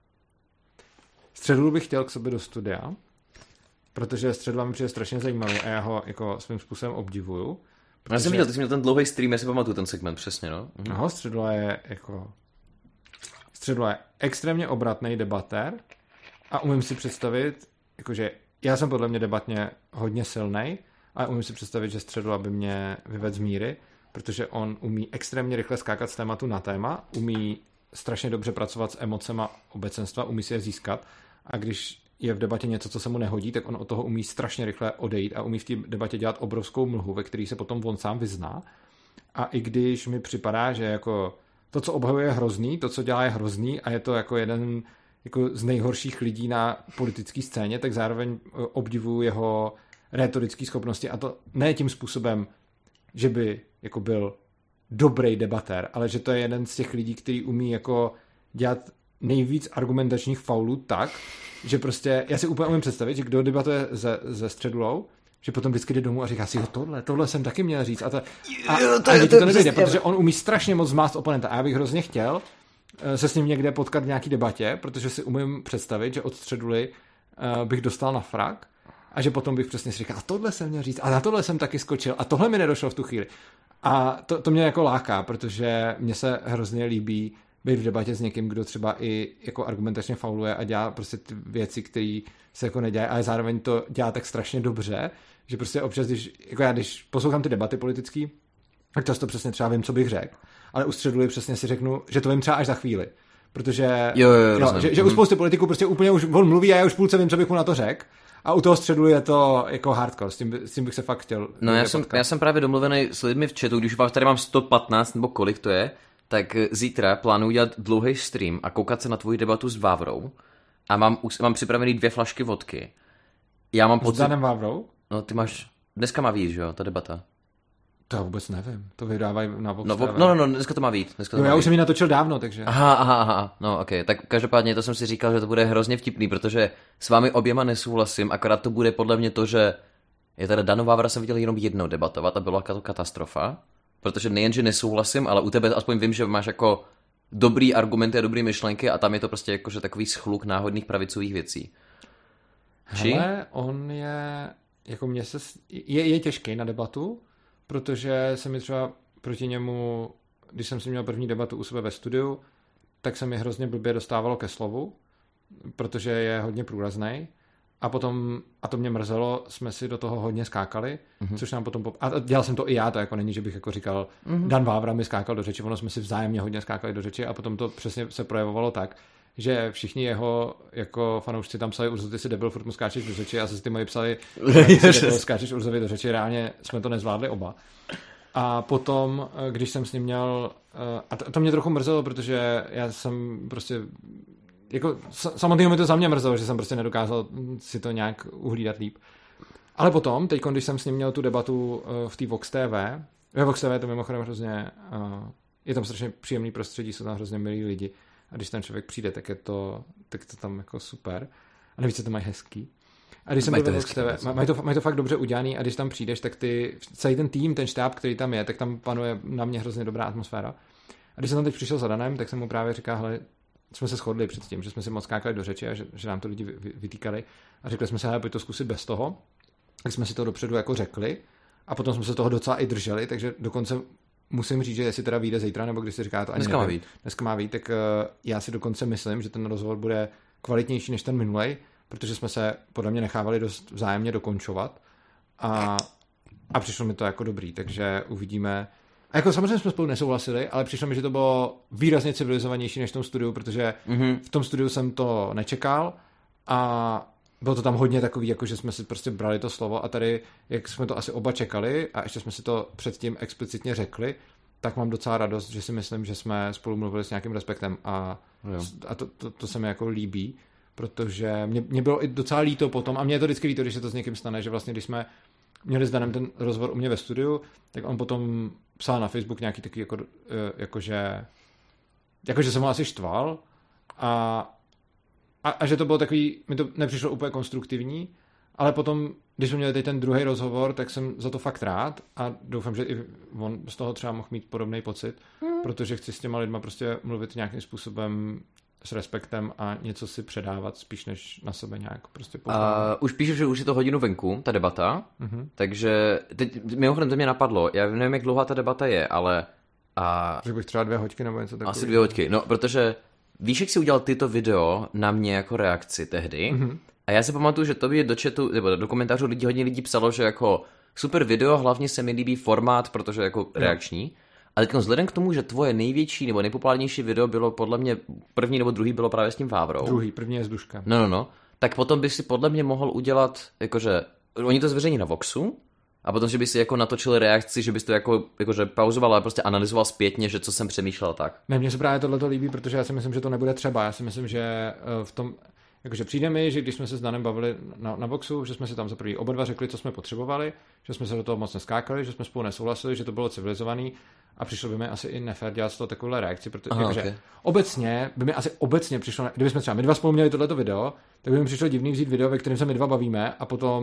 Středulu bych chtěl k sobě do studia, protože středula mi přijde strašně zajímavý a já ho jako svým způsobem obdivuju. Protože... Já jsem viděl, ty jsi měl ten dlouhý stream, já si pamatuju ten segment, přesně, no. Mhm. No, středula je jako... Středula je extrémně obratný debatér a umím si představit, jakože já jsem podle mě debatně hodně silnej, ale umím si představit, že středula by mě vyvedl z míry, protože on umí extrémně rychle skákat z tématu na téma, umí strašně dobře pracovat s emocema obecenstva, umí si je získat a když je v debatě něco, co se mu nehodí, tak on od toho umí strašně rychle odejít a umí v té debatě dělat obrovskou mlhu, ve který se potom on sám vyzná. A i když mi připadá, že jako to, co obhajuje, je hrozný, to, co dělá, je hrozný a je to jako jeden jako z nejhorších lidí na politické scéně, tak zároveň obdivuju jeho rétorické schopnosti a to ne tím způsobem, že by jako byl dobrý debatér, ale že to je jeden z těch lidí, který umí jako dělat nejvíc argumentačních faulů tak, že prostě, já si úplně umím představit, že kdo debatuje se, se středulou, že potom vždycky jde domů a říká si, jo, tohle, tohle jsem taky měl říct. A, to, a, jo, to, a to, to, to to nevyjde, přesně, protože on umí strašně moc zmást oponenta. A já bych hrozně chtěl se s ním někde potkat v nějaký debatě, protože si umím představit, že od středuly uh, bych dostal na frak a že potom bych přesně si říkal, a tohle jsem měl říct, a na tohle jsem taky skočil, a tohle mi nedošlo v tu chvíli. A to, to mě jako láká, protože mně se hrozně líbí být v debatě s někým, kdo třeba i jako argumentačně fauluje a dělá prostě ty věci, které se jako nedělají, ale zároveň to dělá tak strašně dobře, že prostě občas, když, jako já, když poslouchám ty debaty politický, tak často přesně třeba vím, co bych řekl, ale u středuly přesně si řeknu, že to vím třeba až za chvíli. Protože jo, jo, jo, že, že u spousty politiků prostě úplně už on mluví a já už půlce vím, co bych mu na to řekl. A u toho středu je to jako hardcore, s tím, s tím bych se fakt chtěl. No já jsem, já jsem právě domluvený s lidmi v chatu, když vás tady mám sto patnáct nebo kolik to je, tak zítra plánuji dělat dlouhý stream a koukat se na tvoji debatu s Vávrou a mám, mám připravený dvě flašky vodky. Já mám pocit... S Danem Vávrou? No ty máš... Dneska má víc, že jo, ta debata. To já vůbec nevím, to vydávají na Vox no, T V. no, no, no, dneska to má víc. Dneska to jo, má já víc. už jsem ji natočil dávno, takže... Aha, aha, aha, no ok, tak každopádně to jsem si říkal, že to bude hrozně vtipný, protože s vámi oběma nesouhlasím, akorát to bude podle mě to, že je teda Danu Vávra jsem viděl jenom jednou debatovat a byla to katastrofa, protože nejen, že nesouhlasím, ale u tebe aspoň vím, že máš jako dobrý argumenty a dobrý myšlenky a tam je to prostě jakože takový schluk náhodných pravicových věcí. Či? Hele, on je, jako mě se, je, je těžký na debatu, protože se mi třeba proti němu, když jsem si měl první debatu u sebe ve studiu, tak se mi hrozně blbě dostávalo ke slovu, protože je hodně průraznej. A potom, a to mě mrzelo, jsme si do toho hodně skákali, mm-hmm. což nám potom... Pop... A dělal jsem to i já, to jako není, že bych jako říkal, mm-hmm. Dan Vávra mi skákal do řeči, ono jsme si vzájemně hodně skákali do řeči a potom to přesně se projevovalo tak, že všichni jeho jako fanoušci tam psali, Urzo, ty si debil, furt mu skáčeš do řeči a zase ty moji psali, ty si debil, skáčeš Urzovi do řeči, reálně jsme to nezvládli oba. A potom, když jsem s ním měl, a to, to mě trochu mrzelo, protože já jsem prostě, jako samotného mi to za mě mrzelo, že jsem prostě nedokázal si to nějak uhlídat líp. Ale potom, teď, když jsem s ním měl tu debatu v té Vox T V, ve Vox T V to mimochodem hrozně, je tam strašně příjemný prostředí, jsou tam hrozně milí lidi. A když ten člověk přijde, tak je to, tak to tam jako super. A navíc se to mají hezký. A když jsem byl ve Vox T V, mají to, mají to fakt dobře udělaný a když tam přijdeš, tak ty, celý ten tým, ten štáb, který tam je, tak tam panuje na mě hrozně dobrá atmosféra. A když jsem tam teď přišel za Danem, tak jsem mu právě říkal, hele, jsme se shodli předtím, že jsme si moc skákali do řeči a že, že nám to lidi vytýkali a řekli jsme se, hele, pojď to zkusit bez toho. Tak jsme si to dopředu jako řekli a potom jsme se toho docela i drželi, takže dokonce musím říct, že jestli teda vyjde zítra, nebo když si říká to ani dneska má být. Dneska má být, tak uh, já si dokonce myslím, že ten rozhovor bude kvalitnější než ten minulej, protože jsme se podle mě nechávali dost vzájemně dokončovat a, a přišlo mi to jako dobrý, takže uvidíme. A jako samozřejmě jsme spolu nesouhlasili, ale přišlo mi, že to bylo výrazně civilizovanější než v tom studiu, protože mm-hmm. v tom studiu jsem to nečekal a bylo to tam hodně takový, jako že jsme si prostě brali to slovo a tady, jak jsme to asi oba čekali a ještě jsme si to předtím explicitně řekli, tak mám docela radost, že si myslím, že jsme spolu mluvili s nějakým respektem a, a to, to, to se mi jako líbí, protože mě, mě bylo i docela líto potom a mě je to vždycky líto, když se to s někým stane, že vlastně když jsme měli s Danem ten rozhovor u mě ve studiu, tak on potom psal na Facebook nějaký takový jako, jakože jakože jsem ho asi štval a A, a že to bylo takový, mi to nepřišlo úplně konstruktivní, ale potom, když jsme měli teď ten druhý rozhovor, tak jsem za to fakt rád a doufám, že i on z toho třeba mohl mít podobný pocit, mm. protože chci s těma lidma prostě mluvit nějakým způsobem s respektem a něco si předávat spíš než na sebe nějak prostě používat. Už píšu, že už je to hodinu venku, ta debata, mm-hmm. takže teď mimochodem to mě napadlo, já nevím, jak dlouhá ta debata je, ale... A... Že bych třeba dvě hoďky nebo něco takového. Asi dvě hoďky, no protože... Víš, jak jsi udělal tyto video na mě jako reakci tehdy? Mm-hmm. A já si pamatuju, že to by do chatu, nebo do komentářů lidí, hodně lidí psalo, že jako super video, hlavně se mi líbí formát, protože jako mm. reakční. A teď vzhledem k tomu, že tvoje největší nebo nejpopulárnější video bylo podle mě, první nebo druhý bylo právě s tím Vávrou. Druhý, první je s Duškem. No, no, no. Tak potom by si podle mě mohl udělat, jakože, oni to zveřejní na Voxu, a potom, že by si jako natočil reakci, že bys to jako, jakože pauzoval a prostě analyzoval zpětně, že co jsem přemýšlel tak. Ne, mně se právě tohleto líbí, protože já si myslím, že to nebude třeba. Já si myslím, že v tom, jakože přijde mi, že když jsme se s Danem bavili na, na Voxu, že jsme si tam za první oba dva řekli, co jsme potřebovali, že jsme se do toho moc neskákali, že jsme spolu nesouhlasili, že to bylo civilizovaný a přišlo by mi asi i nefér dělat z toho takovouhle reakci, protože Aha, jakože, okay. obecně by mi asi obecně přišlo, kdybychom třeba my dva spolu měli tohleto video, tak by mi přišlo divný vzít video, ve kterém se my dva bavíme a potom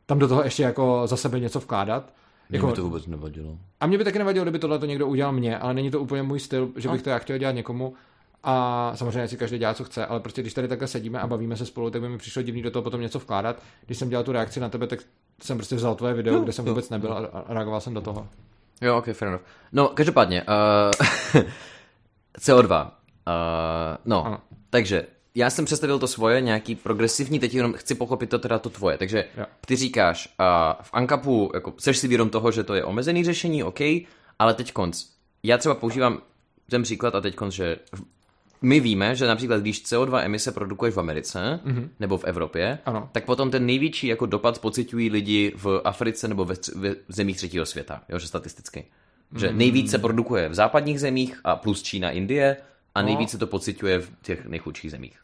tam do toho ještě jako za sebe něco vkládat. Mě jako, by to vůbec nevadilo. A mě by taky nevadilo, kdyby tohle to někdo udělal mě, ale není to úplně můj styl, že bych to já chtěl dělat někomu. A samozřejmě si každý dělá, co chce, ale prostě když tady takhle sedíme a bavíme se spolu, tak by mi přišlo divný do toho potom něco vkládat. Když jsem dělal tu reakci na tebe, tak jsem prostě vzal tvoje video, no, kde jsem vůbec nebyl a reagoval jsem do toho. Jo, ok, fair enough. No, každopádně, uh, C O dva. Uh, no, ano. Takže já jsem představil to svoje, nějaký progresivní, teď jenom chci pochopit to teda to tvoje. Takže jo. Ty říkáš, uh, v Ankapu, jako, seš si vědom toho, že to je omezený řešení, ok, ale teď konc. Já třeba používám ten příklad a teď konc, že my víme, že například když C O dva emise produkuješ v Americe mm-hmm. nebo v Evropě, ano. tak potom ten největší jako dopad pociťují lidi v Africe nebo ve, ve zemích třetího světa, jo, že statisticky. Že mm. nejvíce produkuje v západních zemích a plus Čína, Indie a no. nejvíce to pociťuje v těch nejchudších zemích.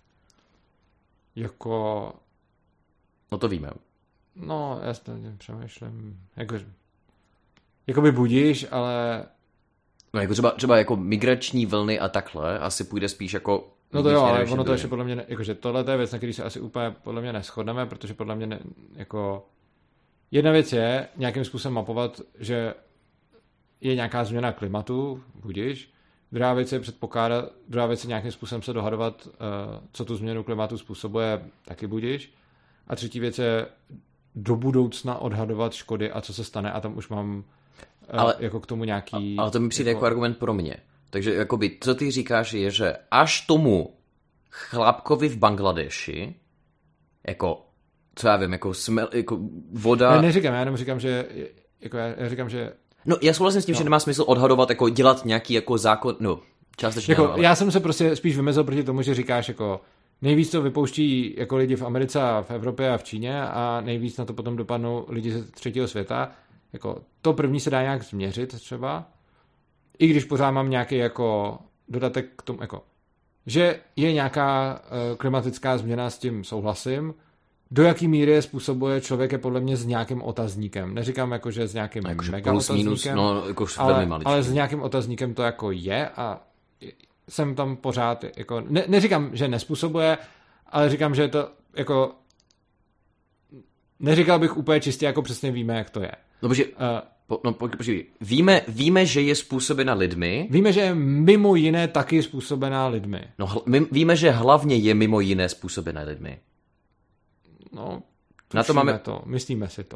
Jako... No to víme. No, já to přemýšlím. Jako... Jakoby budíš, ale... No jako třeba, třeba jako migrační vlny a takhle asi půjde spíš jako... No to jo, ale ono to ještě podle mě, ne, jakože tohle je věc, na který se asi úplně podle mě neshodneme, protože podle mě ne, jako... Jedna věc je nějakým způsobem mapovat, že je nějaká změna klimatu, budíš. Druhá věc je předpokládat, druhá věc je nějakým způsobem se dohadovat, co tu změnu klimatu způsobuje, taky budíš. A třetí věc je do budoucna odhadovat škody a co se stane a tam už mám ale, jako k tomu nějaký... Ale to mi přijde jako, jako argument pro mě. Takže jakoby, co ty říkáš je, že až tomu chlapkovi v Bangladeši, jako, co já vím, jako, smel, jako voda... Ne, neříkám, já jenom říkám, že... Jako já, já říkám, že... No, já souhlasím s tím, no. že nemá smysl odhadovat, jako dělat nějaký jako zákon, no, částečně. Jako, no, ale... Já jsem se prostě spíš vymezil proti tomu, že říkáš, jako nejvíc to vypouští jako lidi v Americe a v Evropě a v Číně a nejvíc na to potom dopadnou lidi ze třetího světa. Jako, to první se dá nějak změřit třeba, i když pořád mám nějaký jako dodatek k tomu, jako, že je nějaká uh, klimatická změna, s tím souhlasím. Do jaký míry je způsobuje člověk je podle mě s nějakým otazníkem. Neříkám jako, že s nějakým jako, mega plus, otazníkem, minus, no, jako ale, velmi maličký. ale s nějakým otazníkem to jako je a jsem tam pořád, jako, ne, neříkám, že nespůsobuje, ale říkám, že je to jako neříkal bych úplně čistě, jako přesně víme, jak to je. No, protože, uh, po, no, po, počkej, víme, víme, že je způsobena lidmi. Víme, že je mimo jiné taky způsobená lidmi. No, hl, my, víme, že hlavně je mimo jiné způsobená lidmi. No, na to máme to, myslíme si to.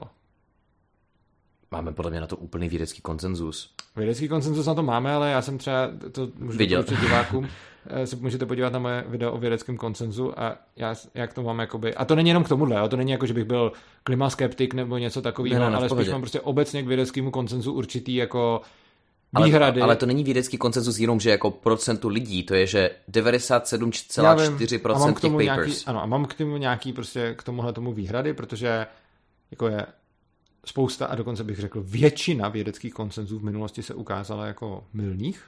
Máme podle mě na to úplný vědecký konsenzus. Vědecký konsenzus na to máme, ale já jsem třeba, to můžu doporučit divákům, si můžete podívat na moje video o vědeckém konsenzu a já, jak to mám jakoby, a to není jenom k tomuhle, jo? To není jako, že bych byl klimaskeptik nebo něco takového, ne, ne, ale spíš mám prostě obecně k vědeckému konsenzu určitý jako výhrady. Ale, ale to není vědecký konsenzus jenom, že jako procentu lidí, to je, že devadesát sedm celá čtyři procenta těch papers. Nějaký, ano, a mám k tomu nějaký prostě k tomuhle tomu výhrady, protože jako je spousta, a dokonce bych řekl většina vědeckých konsenzů v minulosti se ukázala jako mylných.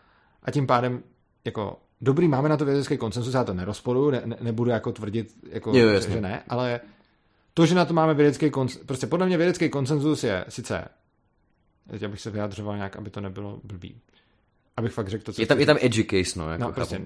A tím pádem jako dobrý, máme na to vědecký konsenzus, já to nerozporuju, ne, ne, nebudu jako tvrdit, jako, jo, že, že ne, ale to, že na to máme vědecký konsenzus, prostě podle mě vědecký konsenzus je sice, teď abych se vyjadřoval nějak, aby to nebylo blbý. Abych fakt řekl to, co je tam, je tam edgy case, no. Jako no prostě,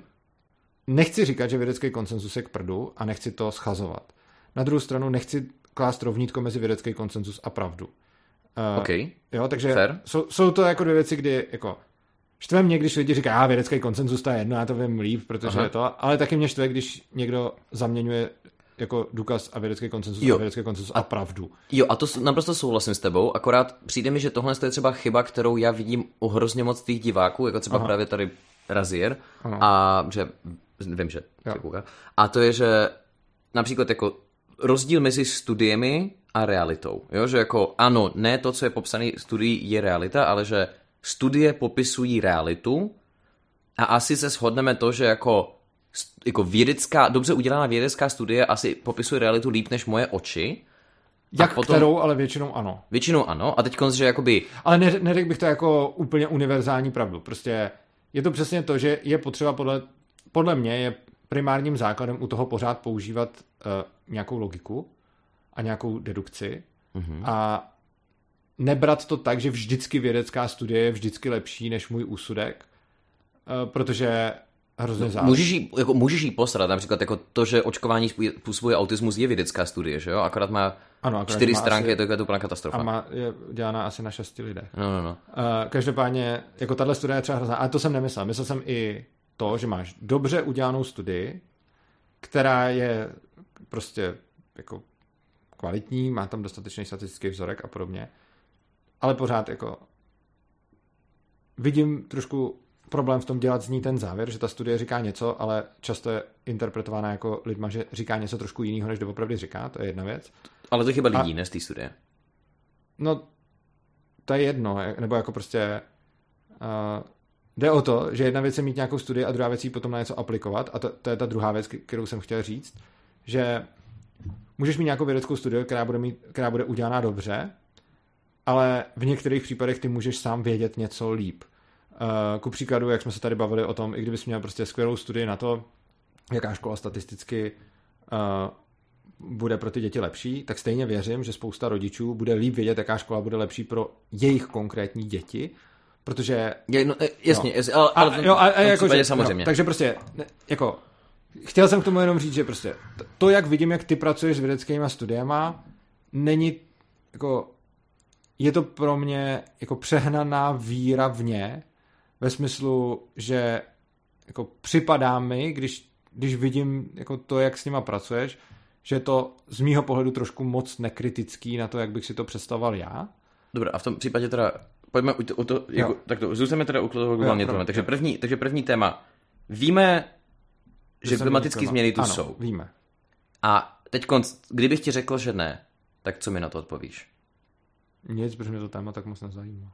nechci říkat, že vědecký konsenzus je k prdu a nechci to schazovat. Na druhou stranu nechci klást rovnítko mezi vědecký konsenzus a pravdu. Uh, OK. Jo, takže jsou, jsou to jako dvě věci, kdy jako štve mě, když lidi říkají, a vědecký konsenzus to je jedno, já to vím líp, protože Aha. je to, ale taky mě štve, když někdo zaměňuje jako důkaz a vědecký konsenzus jo. a vědecký konsenzus a, a pravdu. Jo, a to naprosto souhlasím s tebou, akorát přijde mi, že tohle je třeba chyba, kterou já vidím u hrozně moc těch diváků, jako třeba Aha. právě tady Razier, Aha. a že vím, že se kouká. A to je, že například jako rozdíl mezi studiemi a realitou. Jo? Že jako ano, ne to, co je popsané studií, je realita, ale že studie popisují realitu a asi se shodneme to, že jako, jako vědecká, dobře udělaná vědecká studie asi popisuje realitu líp než moje oči. Jak potom, kterou, ale většinou ano. Většinou ano a teď konc, že jakoby... Ale ne, neřekl bych to jako úplně univerzální pravdu. Prostě je to přesně to, že je potřeba podle, podle mě je primárním základem u toho pořád používat uh, nějakou logiku a nějakou dedukci mm-hmm. a nebrat to tak, že vždycky vědecká studie je vždycky lepší než můj úsudek, uh, protože hrozně záleží. Můžeš jí, jako, můžeš jí posrat, například jako to, že očkování způsobuje autismus je vědecká studie, že jo? Akorát má Ano, čtyři stránky, je to jako úplná katastrofa. A má, je dělána asi na šesti lidech. No, no, no. Uh, každopádně, jako tahle studie je třeba hrozná, ale to jsem nemyslel. Myslel jsem i to, že máš dobře udělanou studii, která je prostě jako kvalitní, má tam dostatečný statistický vzorek a podobně, ale pořád jako vidím trošku problém v tom dělat z ní ten závěr, že ta studie říká něco, ale často je interpretována jako lidma, že říká něco trošku jiného, než doopravdy říká, to je jedna věc. Ale to chyba lidí, a, ne z té studie. No, to je jedno, nebo jako prostě uh, jde o to, že jedna věc je mít nějakou studii a druhá věc je potom na něco aplikovat a to, to je ta druhá věc, kterou jsem chtěl říct, že můžeš mít nějakou vědeckou studii, která bude, mít, která bude udělaná dobře, ale v některých případech ty můžeš sám vědět něco líp. Uh, ku příkladu, jak jsme se tady bavili o tom, i kdybys měl prostě skvělou studii na to, jaká škola statisticky uh, bude pro ty děti lepší, tak stejně věřím, že spousta rodičů bude líp vědět, jaká škola bude lepší pro jejich konkrétní děti, protože... Je, no, jasně, no. jasně, ale, ale v tom, jo, a, a v tom jako, že, samozřejmě. No, takže prostě, jako, chtěl jsem k tomu jenom říct, že prostě to, jak vidím, jak ty pracuješ s vědeckými studiema, není, jako, je to pro mě jako přehnaná víra v ně, ve smyslu, že jako připadá mi, když, když vidím jako to, jak s nima pracuješ, že je to z mýho pohledu trošku moc nekritický na to, jak bych si to představoval já. Dobře, a v tom případě teda pojďme u to, u to jako, tak to, zůstaneme teda u toho globálního tématu. Takže první, takže první téma. Víme, že klimatické změny tu ano, jsou. Víme. A teď kdybych ti řekl, že ne, tak co mi na to odpovíš? Nic, protože mě to téma tak moc nezajímá.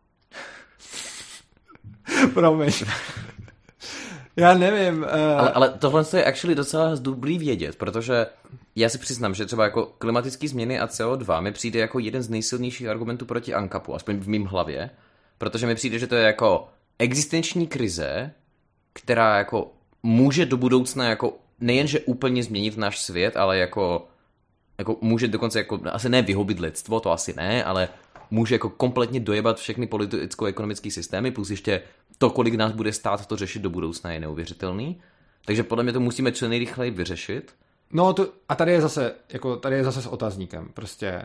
Promiň. Já nevím. Uh... Ale, ale tohle je actually docela dobrý vědět, protože já si přiznám, že třeba jako klimatické změny a C O dva mi přijde jako jeden z nejsilnějších argumentů proti ANCAPu, aspoň v mým hlavě, protože mi přijde, že to je jako existenční krize, která jako může do budoucna jako nejenže úplně změnit náš svět, ale jako, jako může dokonce jako, asi ne vyhubit lidstvo, to asi ne, ale může jako kompletně dojebat všechny politicko-ekonomické systémy, plus ještě to, kolik nás bude stát to řešit do budoucna, je neuvěřitelný. Takže podle mě to musíme co nejrychleji vyřešit. No to, a tady je zase, jako tady je zase s otazníkem. Prostě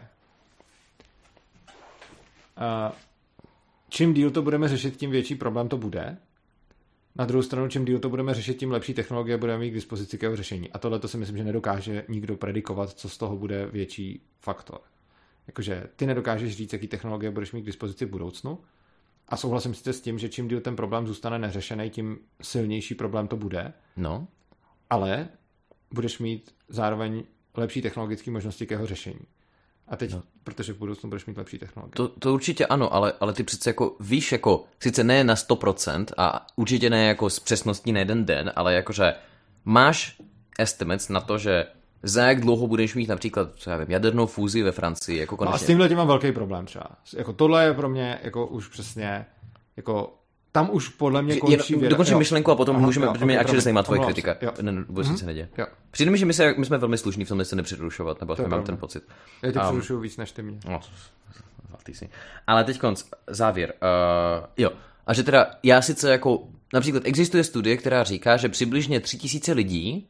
uh, čím díl to budeme řešit, tím větší problém to bude. Na druhou stranu, čím díl to budeme řešit, tím lepší technologie budeme mít k dispozici k jeho řešení. A tohle to si myslím, že nedokáže nikdo predikovat, co z toho bude větší faktor. Jakože ty nedokážeš říct, jaký technologie budeš mít k dispozici v budoucnu. A souhlasím si s tím, že čím díl ten problém zůstane neřešený, tím silnější problém to bude. No. Ale budeš mít zároveň lepší technologické možnosti k jeho řešení. A teď, no. protože v budoucnu budeš mít lepší technologie. To, to určitě ano, ale, ale ty přece jako víš, jako sice ne na sto procent a určitě ne jako s přesností na jeden den, ale jakože máš estimates na to, že za jak dlouho budeš mít například, co já vím, jadernou fúzi ve Francii, jako konečně. No a s tímhle tím mám velký problém třeba. Jako tohle je pro mě jako už přesně, jako tam už podle mě končí věda. Dokončím myšlenku a potom Aha, můžeme, jo, protože mě okay, actually zajímá tvoje omlouvám kritika. Jo. Ne, vůbec nic se neděje. Jo. Přijde mi, že my, se, my jsme velmi slušní v tom, se nepřerušovat, nebo aspoň mám ten pocit. Já tě um, přerušuju víc než ty mě. No, si. Ale teď konc, závěr. Uh, jo, a že teda já sice jako, například existuje studie, která říká, že přibližně tři tisíce lidí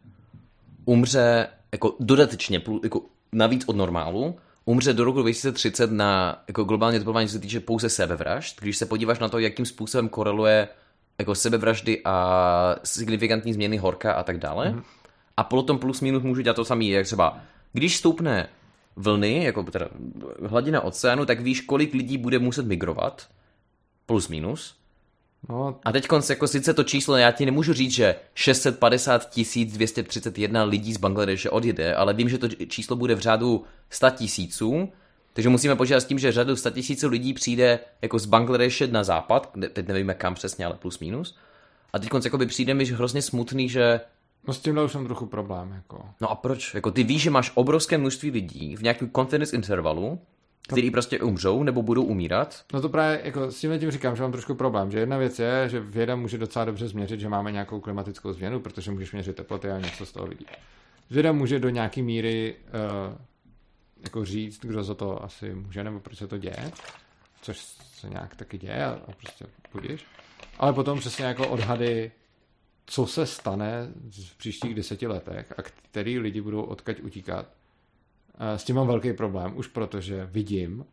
umře jako dodatečně, jako navíc od normálu, umře do roku dva tisíce třicet na jako globální oteplování, co se týče pouze sebevražd. Když se podíváš na to, jakým způsobem koreluje jako sebevraždy a signifikantní změny horka a tak dále. Mm-hmm. A potom plus minus můžu dělat to samý, jak třeba, když stoupne vlny, jako teda hladina oceánu, tak víš, kolik lidí bude muset migrovat, plus minus. No. A teď konc, jako sice to číslo, já ti nemůžu říct, že šest set padesát tisíc dvě stě třicet jedna lidí z Bangladeše odjede, ale vím, že to číslo bude v řádu sto tisíců, takže musíme počítat s tím, že řadu sto tisíců lidí přijde jako z Bangladeše na západ, teď nevíme kam přesně, ale plus minus. A teď konc, jako by přijde mi hrozně smutný, že... No s tímhle už jsem trochu problém, jako. No a proč? Jako ty víš, že máš obrovské množství lidí v nějakém confidence intervalu, který prostě umřou nebo budou umírat. No to právě, jako s tímhle tím říkám, že mám trošku problém, že jedna věc je, že věda může docela dobře změřit, že máme nějakou klimatickou změnu, protože můžeš měřit teploty a něco z toho vidíš. Věda může do nějaký míry uh, jako říct, kdo za to asi může, nebo proč se to děje, což se nějak taky děje a, a prostě budíš. Ale potom přesně jako odhady, co se stane v příštích deseti letech a který lidi budou odkud utíkat, S tím mám velký problém, už protože vidím,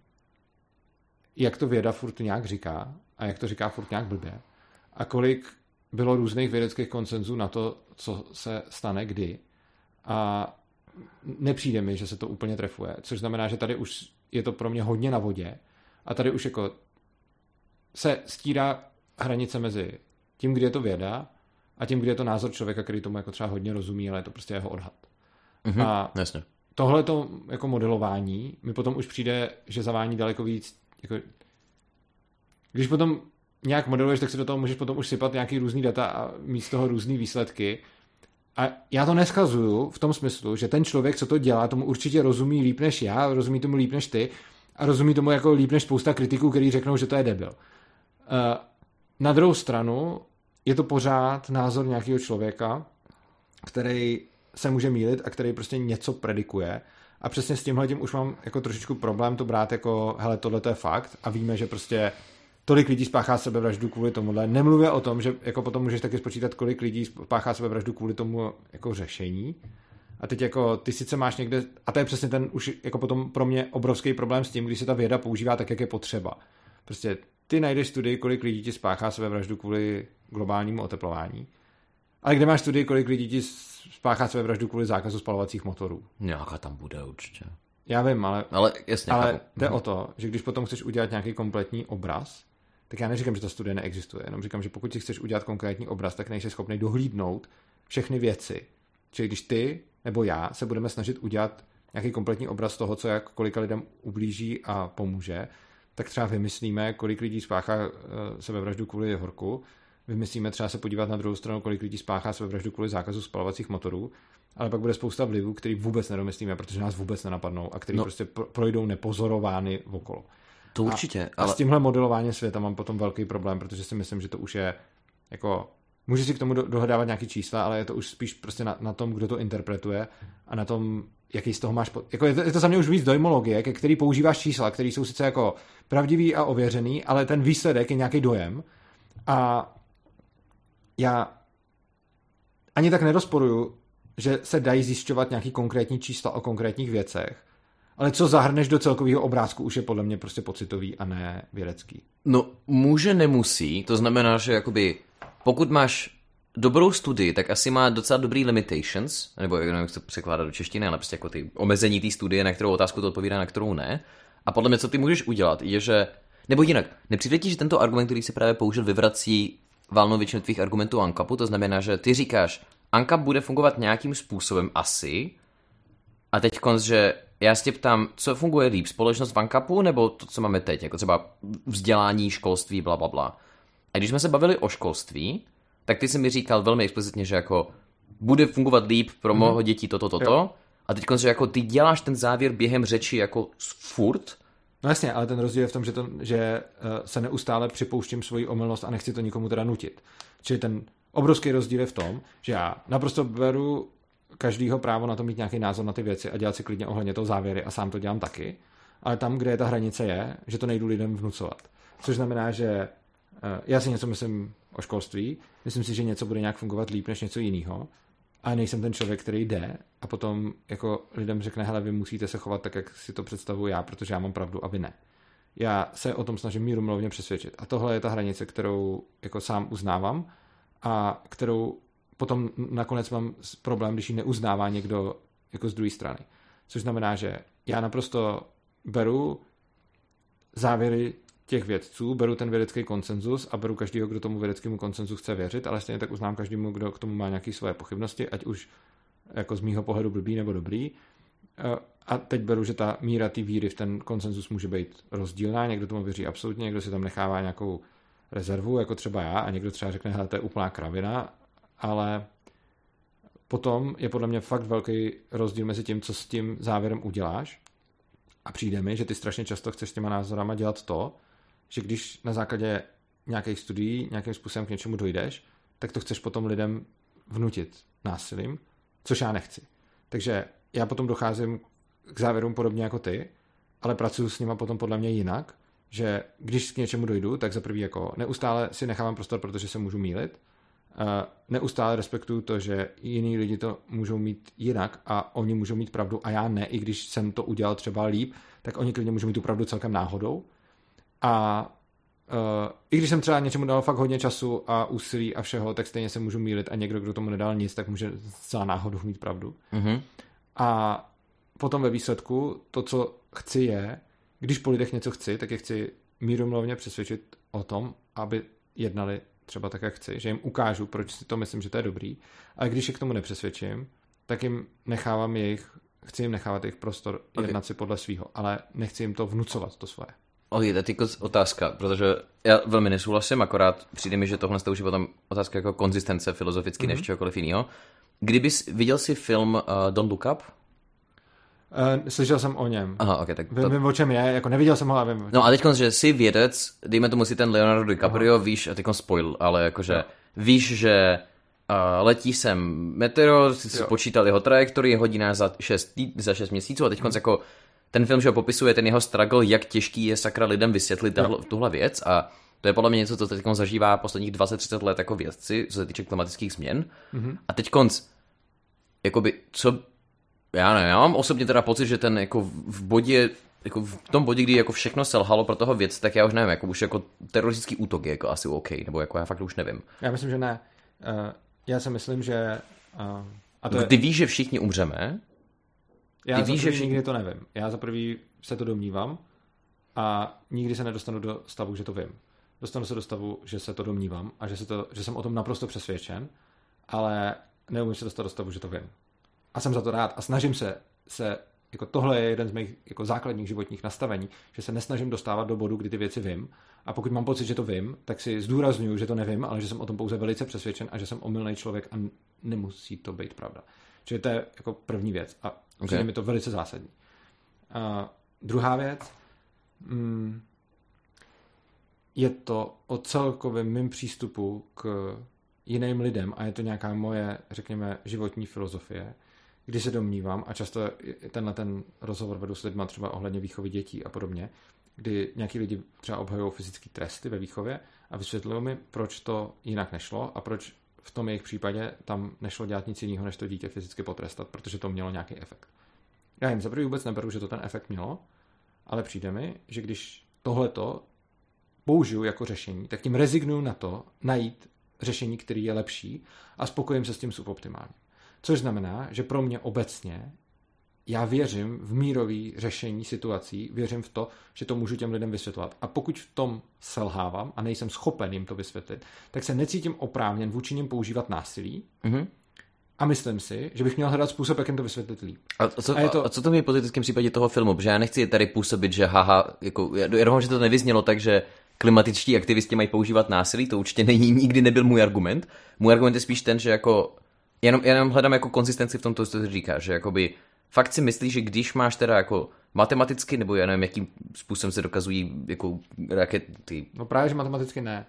jak to věda furt nějak říká a jak to říká furt nějak blbě a kolik bylo různých vědeckých konsenzů na to, co se stane kdy a nepřijde mi, že se to úplně trefuje, což znamená, že tady už je to pro mě hodně na vodě a tady už jako se stírá hranice mezi tím, kdy je to věda a tím, kdy je to názor člověka, který tomu jako třeba hodně rozumí, ale je to prostě jeho odhad. Mm-hmm, a jasně. Tohleto jako modelování mi potom už přijde, že zavání daleko víc jako, když potom nějak modeluješ, tak si do toho můžeš potom už sypat nějaký různý data a mít z toho různý výsledky. A já to neschazuju v tom smyslu, že ten člověk, co to dělá, tomu určitě rozumí líp než já, rozumí tomu líp než ty a rozumí tomu jako líp než spousta kritiků, který řeknou, že to je debil. Na druhou stranu je to pořád názor nějakého člověka, který se může mýlit a který prostě něco predikuje. A přesně s tímhle tím už mám jako trošičku problém to brát jako, hele, tohle to je fakt a víme, že prostě tolik lidí spáchá sebevraždu kvůli tomuhle. Nemluvě o tom, že jako potom můžeš taky spočítat, kolik lidí spáchá sebevraždu kvůli tomu jako řešení. A teď jako ty sice máš někde, a to je přesně ten už jako potom pro mě obrovský problém s tím, když se ta věda používá tak, jak je potřeba. Prostě ty najdeš studii, kolik lidí ti spáchá sebevraždu kvůli globálnímu oteplování. Ale kde máš studii, kolik lidí ti spáchá sebevraždu kvůli zákazu spalovacích motorů? Nějaká tam bude určitě. Já vím, ale, ale, jasně, ale jde o to, že když potom chceš udělat nějaký kompletní obraz, tak já neříkám, že ta studie neexistuje, jenom říkám, že pokud si chceš udělat konkrétní obraz, tak nejsi schopný dohlídnout všechny věci. Čili když ty nebo já se budeme snažit udělat nějaký kompletní obraz toho, co jak kolika lidem ublíží a pomůže, tak třeba vymyslíme, kolik lidí spáchá sebevraždu kvůli horku, vymyslíme třeba se podívat na druhou stranu, kolik lidí spáchá sebevraždu kvůli zákazu spalovacích motorů, ale pak bude spousta vlivů, který vůbec nedomyslíme, protože nás vůbec nenapadnou a který no. prostě projdou nepozorovány okolo. To určitě. A, ale... a s tímhle modelováním světa mám potom velký problém, protože si myslím, že to už je jako, může si k tomu do, dohledávat nějaký čísla, ale je to už spíš prostě na, na tom, kdo to interpretuje a na tom, jaký z toho máš, po... jako je to, je to za mě už víc dojmologie, ke který používáš čísla, které jsou sice jako pravdivý a ověřený, ale ten výsledek je nějaký dojem a já ani tak nerozporuju, že se dají zjišťovat nějaký konkrétní čísla o konkrétních věcech, ale co zahrneš do celkového obrázku, už je podle mě prostě pocitový a ne vědecký. No, může, nemusí, to znamená, že jakoby, pokud máš dobrou studii, tak asi má docela dobrý limitations, nebo nevím, jak to překládat do češtiny, ale prostě jako ty omezení té studie, na kterou otázku to odpovídá, na kterou ne. A podle mě, co ty můžeš udělat, je, že, nebo jinak, nepřijde ti, že tento argument, který si právě použil, vyvrací valnou většinu tvých argumentů ANCAPu, to znamená, že ty říkáš, ANCAP bude fungovat nějakým způsobem asi, a teď konc, že já se tě ptám, co funguje líp, společnost v ANCAPu, nebo to, co máme teď, jako třeba vzdělání, školství, bla, bla, bla. A když jsme se bavili o školství, tak ty jsi mi říkal velmi explicitně, že jako bude fungovat líp pro mnoho mm-hmm. dětí toto, toto, to, a teď konc, že jako ty děláš ten závěr během řeči jako furt. No jasně, ale ten rozdíl je v tom, že, to, že se neustále připouštím svoji omylnost a nechci to nikomu teda nutit. Čili ten obrovský rozdíl je v tom, že já naprosto beru každýho právo na to mít nějaký názor na ty věci a dělat si klidně ohledně toho závěry a sám to dělám taky, ale tam, kde je ta hranice je, že to nejdu lidem vnucovat. Což znamená, že já si něco myslím o školství, myslím si, že něco bude nějak fungovat líp než něco jiného, a nejsem ten člověk, který jde a potom jako lidem řekne, hele, vy musíte se chovat tak, jak si to představuji já, protože já mám pravdu a vy ne. Já se o tom snažím mírumilovně přesvědčit. A tohle je ta hranice, kterou jako sám uznávám a kterou potom nakonec mám problém, když ji neuznává někdo jako z druhé strany. Což znamená, že já naprosto beru závěry těch vědců, beru ten vědecký konsenzus a beru každého, kdo tomu vědeckému konsenzu chce věřit, ale stejně tak uznám každému, kdo k tomu má nějaké svoje pochybnosti, ať už jako z mýho pohledu blbý nebo dobrý. A teď beru, že ta míra té víry v ten konsenzus může být rozdílná, někdo tomu věří absolutně, někdo si tam nechává nějakou rezervu, jako třeba já, a někdo třeba řekne, hele, to je úplná kravina, ale potom je podle mě fakt velký rozdíl mezi tím, co s tím závěrem uděláš, a přijde mi, že ty strašně často chceš s těma názorama dělat to, že když na základě nějakých studií nějakým způsobem k něčemu dojdeš, tak to chceš potom lidem vnutit násilím, což já nechci. Takže já potom docházím k závěrům podobně jako ty, ale pracuji s nima potom podle mě jinak, že když k něčemu dojdu, tak za prvý jako neustále si nechávám prostor, protože se můžu mýlit, neustále respektuju to, že jiní lidi to můžou mít jinak a oni můžou mít pravdu a já ne, i když jsem to udělal třeba líp, tak oni klidně můžou mít tu pravdu celkem náhodou. A uh, i když jsem třeba něčemu dal fakt hodně času a úsilí a všeho, tak stejně se můžu mýlit a někdo, kdo tomu nedal nic, tak může zcela náhodou mít pravdu. Mm-hmm. A potom ve výsledku to, co chci je, když po lidech něco chci, tak je chci mírumilovně přesvědčit o tom, aby jednali třeba tak, jak chci, že jim ukážu, proč si to myslím, že to je dobrý. A když je k tomu nepřesvědčím, tak jim nechávám jejich, chci jim nechávat jejich prostor okay. jednat si podle svýho, ale nechci jim to vnucovat, to svoje. Ok, teď otázka, protože já velmi nesouhlasím, akorát přijde mi, že tohle už je potom otázka jako konzistence filozoficky mm-hmm. než čehokoliv jiného. Kdybys viděl si film uh, Don't Look Up? Uh, slyšel jsem o něm. Aha, okay, tak vím, to... vím, o čem je, jako neviděl jsem ho, ale vím. No a teď, že jsi vědec, dejme tomu si ten Leonardo DiCaprio, Aha. víš, a teď spoil, ale jakože no. víš, že uh, letí sem meteor, jsi si počítal jeho trajektorii, hodina za šest, za šest měsíců a teď hmm. jako ten film, že ho popisuje ten jeho struggle, jak těžký je sakra lidem vysvětlit tahle, tuhle věc a to je podle mě něco, co teď zažívá posledních dvacet třicet let jako vědci, co se týče klimatických změn. Mm-hmm. A teď konc, jakoby, co, já nevím, já mám osobně teda pocit, že ten jako v bodě, jako v tom bodě, kdy jako všechno selhalo pro toho věc, tak já už nevím, jako už jako teroristický útok je jako asi OK, nebo jako já fakt už nevím. Já myslím, že ne. Uh, já si myslím, že... Uh, a to no, je... Ty víš, že všichni umřeme? Já za prvý všichni... nikdy to nevím. Já za prvý se to domnívám a nikdy se nedostanu do stavu, že to vím. Dostanu se do stavu, že se to domnívám a že, se to, že jsem o tom naprosto přesvědčen, ale neumím se dostat do stavu, že to vím. A jsem za to rád a snažím se, se jako tohle je jeden z mých jako základních životních nastavení, že se nesnažím dostávat do bodu, kdy ty věci vím. A pokud mám pocit, že to vím, tak si zdůraznuju, že to nevím, ale že jsem o tom pouze velice přesvědčen a že jsem omylný člověk a nemusí to být pravda. Čili to je jako první věc a přijde okay. mi to velice zásadní. A druhá věc mm, je to o celkovém mým přístupu k jiným lidem a je to nějaká moje, řekněme, životní filozofie, kdy se domnívám a často tenhle ten rozhovor vedu s lidma třeba ohledně výchovy dětí a podobně, kdy nějaký lidi třeba obhajují fyzické tresty ve výchově a vysvětlují mi, proč to jinak nešlo a proč v tom jejich případě tam nešlo dělat nic jiného, než to dítě fyzicky potrestat, protože to mělo nějaký efekt. Já jim za prvý vůbec neberu, že to ten efekt mělo, ale přijde mi, že když tohleto použiju jako řešení, tak tím rezignuju na to najít řešení, který je lepší a spokojím se s tím suboptimálně. Což znamená, že pro mě obecně já věřím v mírový řešení situací, věřím v to, že to můžu těm lidem vysvětlovat. A pokud v tom selhávám a nejsem schopen jim to vysvětlit, tak se necítím oprávněn vůči nim používat násilí mm-hmm. a myslím si, že bych měl hledat způsob, jak jim to vysvětlit líp. A co, a je to, a co to je v politickém případě toho filmu? Protože já nechci tady působit, že haha, jako, já doufám, že to nevyznělo tak, že klimatičtí aktivisti mají používat násilí, to určitě není, nikdy nebyl můj argument. Můj argument je spíš ten, že jako jenom, jenom hledám jako konzistenci v tom, co ty říkáš, že jakoby fakt si myslíš, že když máš teda jako matematicky, nebo já nevím, jakým způsobem se dokazují jako rakety. No právě, že matematicky ne.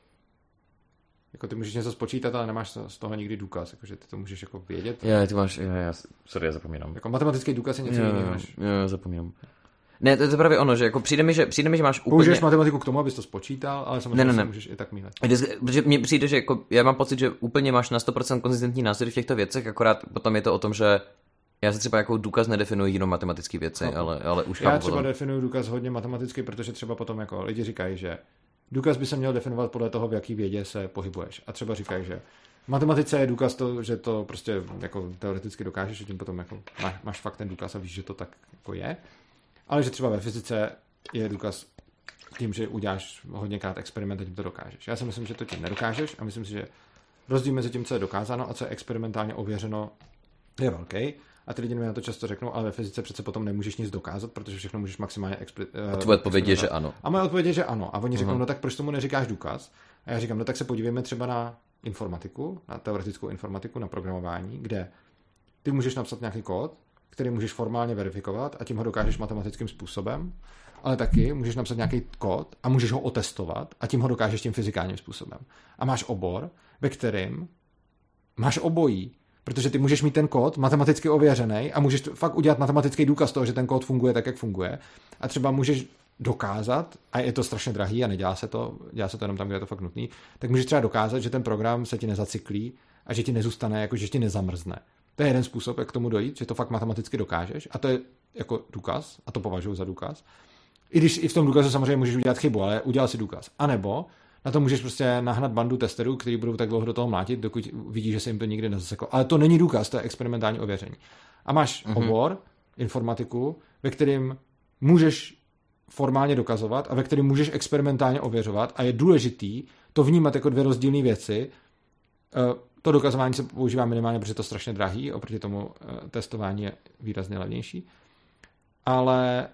Jako ty můžeš něco spočítat, ale nemáš z toho nikdy důkaz, jakože ty to můžeš jako vědět. Já, ty máš, já, já, sorry, já zapomínám. Jako matematický důkaz je něco jiného než... Já zapomínám. Ne, to je právě ono, že jako přijde mi, že, přijde mi, že máš úplně... Použiješ matematiku k tomu, abys to spočítal, ale samozřejmě ne, ne, ne. můžeš i tak mýlet. Protože mně přijde, že jako, já mám pocit, že úplně máš na sto procent konzistentní názor v těchto věcech, akorát potom je to o tom, že já se třeba jako důkaz nedefinuji jenom matematické věci, no. ale, ale už já třeba potom. definuji důkaz hodně matematicky, protože třeba potom jako lidi říkají, že důkaz by se měl definovat podle toho, v jaký vědě se pohybuješ. A třeba říkají, že v matematice je důkaz to, že to prostě jako teoreticky dokážeš, že tím potom jako máš, máš fakt ten důkaz a víš, že to tak jako je. Ale že třeba ve fyzice je důkaz tím, že uděláš hodněkrát experiment a tím to dokážeš. Já si myslím, že to tím nedokážeš a myslím si, že rozdíl mezi tím, co je dokázáno a co je experimentálně ověřeno, je velký. A ty lidi mi na to často řeknou, ale ve fyzice přece potom nemůžeš nic dokázat, protože všechno můžeš maximálně experimentovat. A tvoje odpověď je, že ano. A moje odpověď je, že ano. A oni řeknou, uh-huh. no tak proč tomu neříkáš důkaz? A já říkám, no tak se podívejme třeba na informatiku, na teoretickou informatiku, na programování, kde ty můžeš napsat nějaký kód, který můžeš formálně verifikovat a tím ho dokážeš matematickým způsobem, ale taky můžeš napsat nějaký kód a můžeš ho otestovat a tím ho dokážeš tím fyzikálním způsobem. A máš obor, ve kterém máš obojí, protože ty můžeš mít ten kód matematicky ověřený a můžeš fakt udělat matematický důkaz toho, že ten kód funguje tak, jak funguje. A třeba můžeš dokázat, a je to strašně drahý a nedělá se to, dělá se to jenom tam, kde je to fakt nutný, tak můžeš třeba dokázat, že ten program se ti nezacyklí a že ti nezůstane, jako že ti nezamrzne. To je jeden způsob, jak k tomu dojít, že to fakt matematicky dokážeš a to je jako důkaz a to považuji za důkaz. I když i v tom důkazu samozřejmě můžeš udělat chybu, ale udělal si důkaz. A nebo na to můžeš prostě nahnat bandu testerů, kteří budou tak dlouho do toho mlátit, dokud vidí, že se jim to nikdy nezaseklo. Ale to není důkaz, to je experimentální ověření. A máš mm-hmm. obor, informatiku, ve kterým můžeš formálně dokazovat a ve kterém můžeš experimentálně ověřovat a je důležitý to vnímat jako dvě rozdílné věci. To dokazování se používá minimálně, protože je to strašně drahý, oproti tomu testování je výrazně levnější. Ale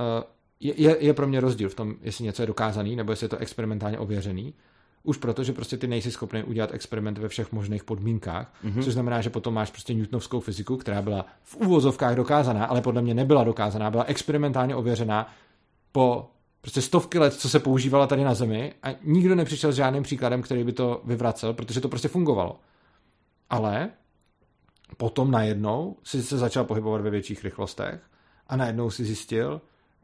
je, je pro mě rozdíl v tom, jestli něco je dokázaný, nebo jestli je to experimentálně ověřený. Už proto, že prostě ty nejsi schopný udělat experiment ve všech možných podmínkách, mm-hmm. což znamená, že potom máš prostě newtonovskou fyziku, která byla v úvozovkách dokázaná, ale podle mě nebyla dokázaná, byla experimentálně ověřená po prostě stovky let, co se používala tady na Zemi a nikdo nepřišel s žádným příkladem, který by to vyvracel, protože to prostě fungovalo. Ale potom najednou si se začal pohybovat ve větších rychlostech a najednou si zjistil,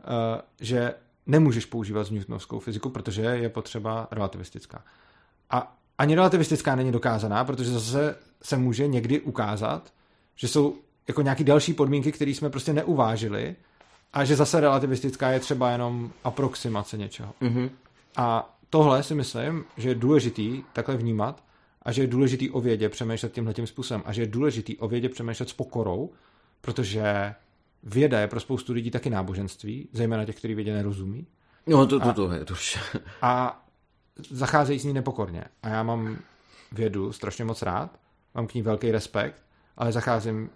že nemůžeš používat newtonovskou fyziku, protože je potřeba relativistická. A ani relativistická není dokázaná, protože zase se může někdy ukázat, že jsou jako nějaký další podmínky, které jsme prostě neuvážili a že zase relativistická je třeba jenom aproximace něčeho. Mm-hmm. A tohle si myslím, že je důležitý takhle vnímat a že je důležitý o vědě přemýšlet tímhletím způsobem a že je důležitý o vědě přemýšlet s pokorou, protože věda je pro spoustu lidí taky náboženství, zejména těch, kteří vědě nerozumí. No to, to, to je to vše. A zacházejí s ní nepokorně. A já mám vědu strašně moc rád, mám k ní velký respekt, ale zacházím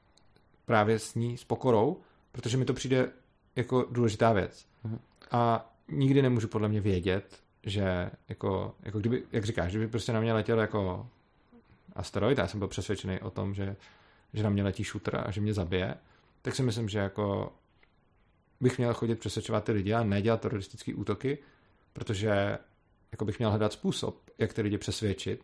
právě s ní s pokorou, protože mi to přijde jako důležitá věc. Mhm. A nikdy nemůžu podle mě vědět, že jako, jako kdyby, jak říkáš, kdyby prostě na mě letěl jako asteroid, já jsem byl přesvědčený o tom, že, že na mě letí šutr a že mě zabije, tak si myslím, že jako bych měl chodit přesvědčovat ty lidi a nedělat teroristické útoky, protože jako bych měl hledat způsob, jak ty lidi přesvědčit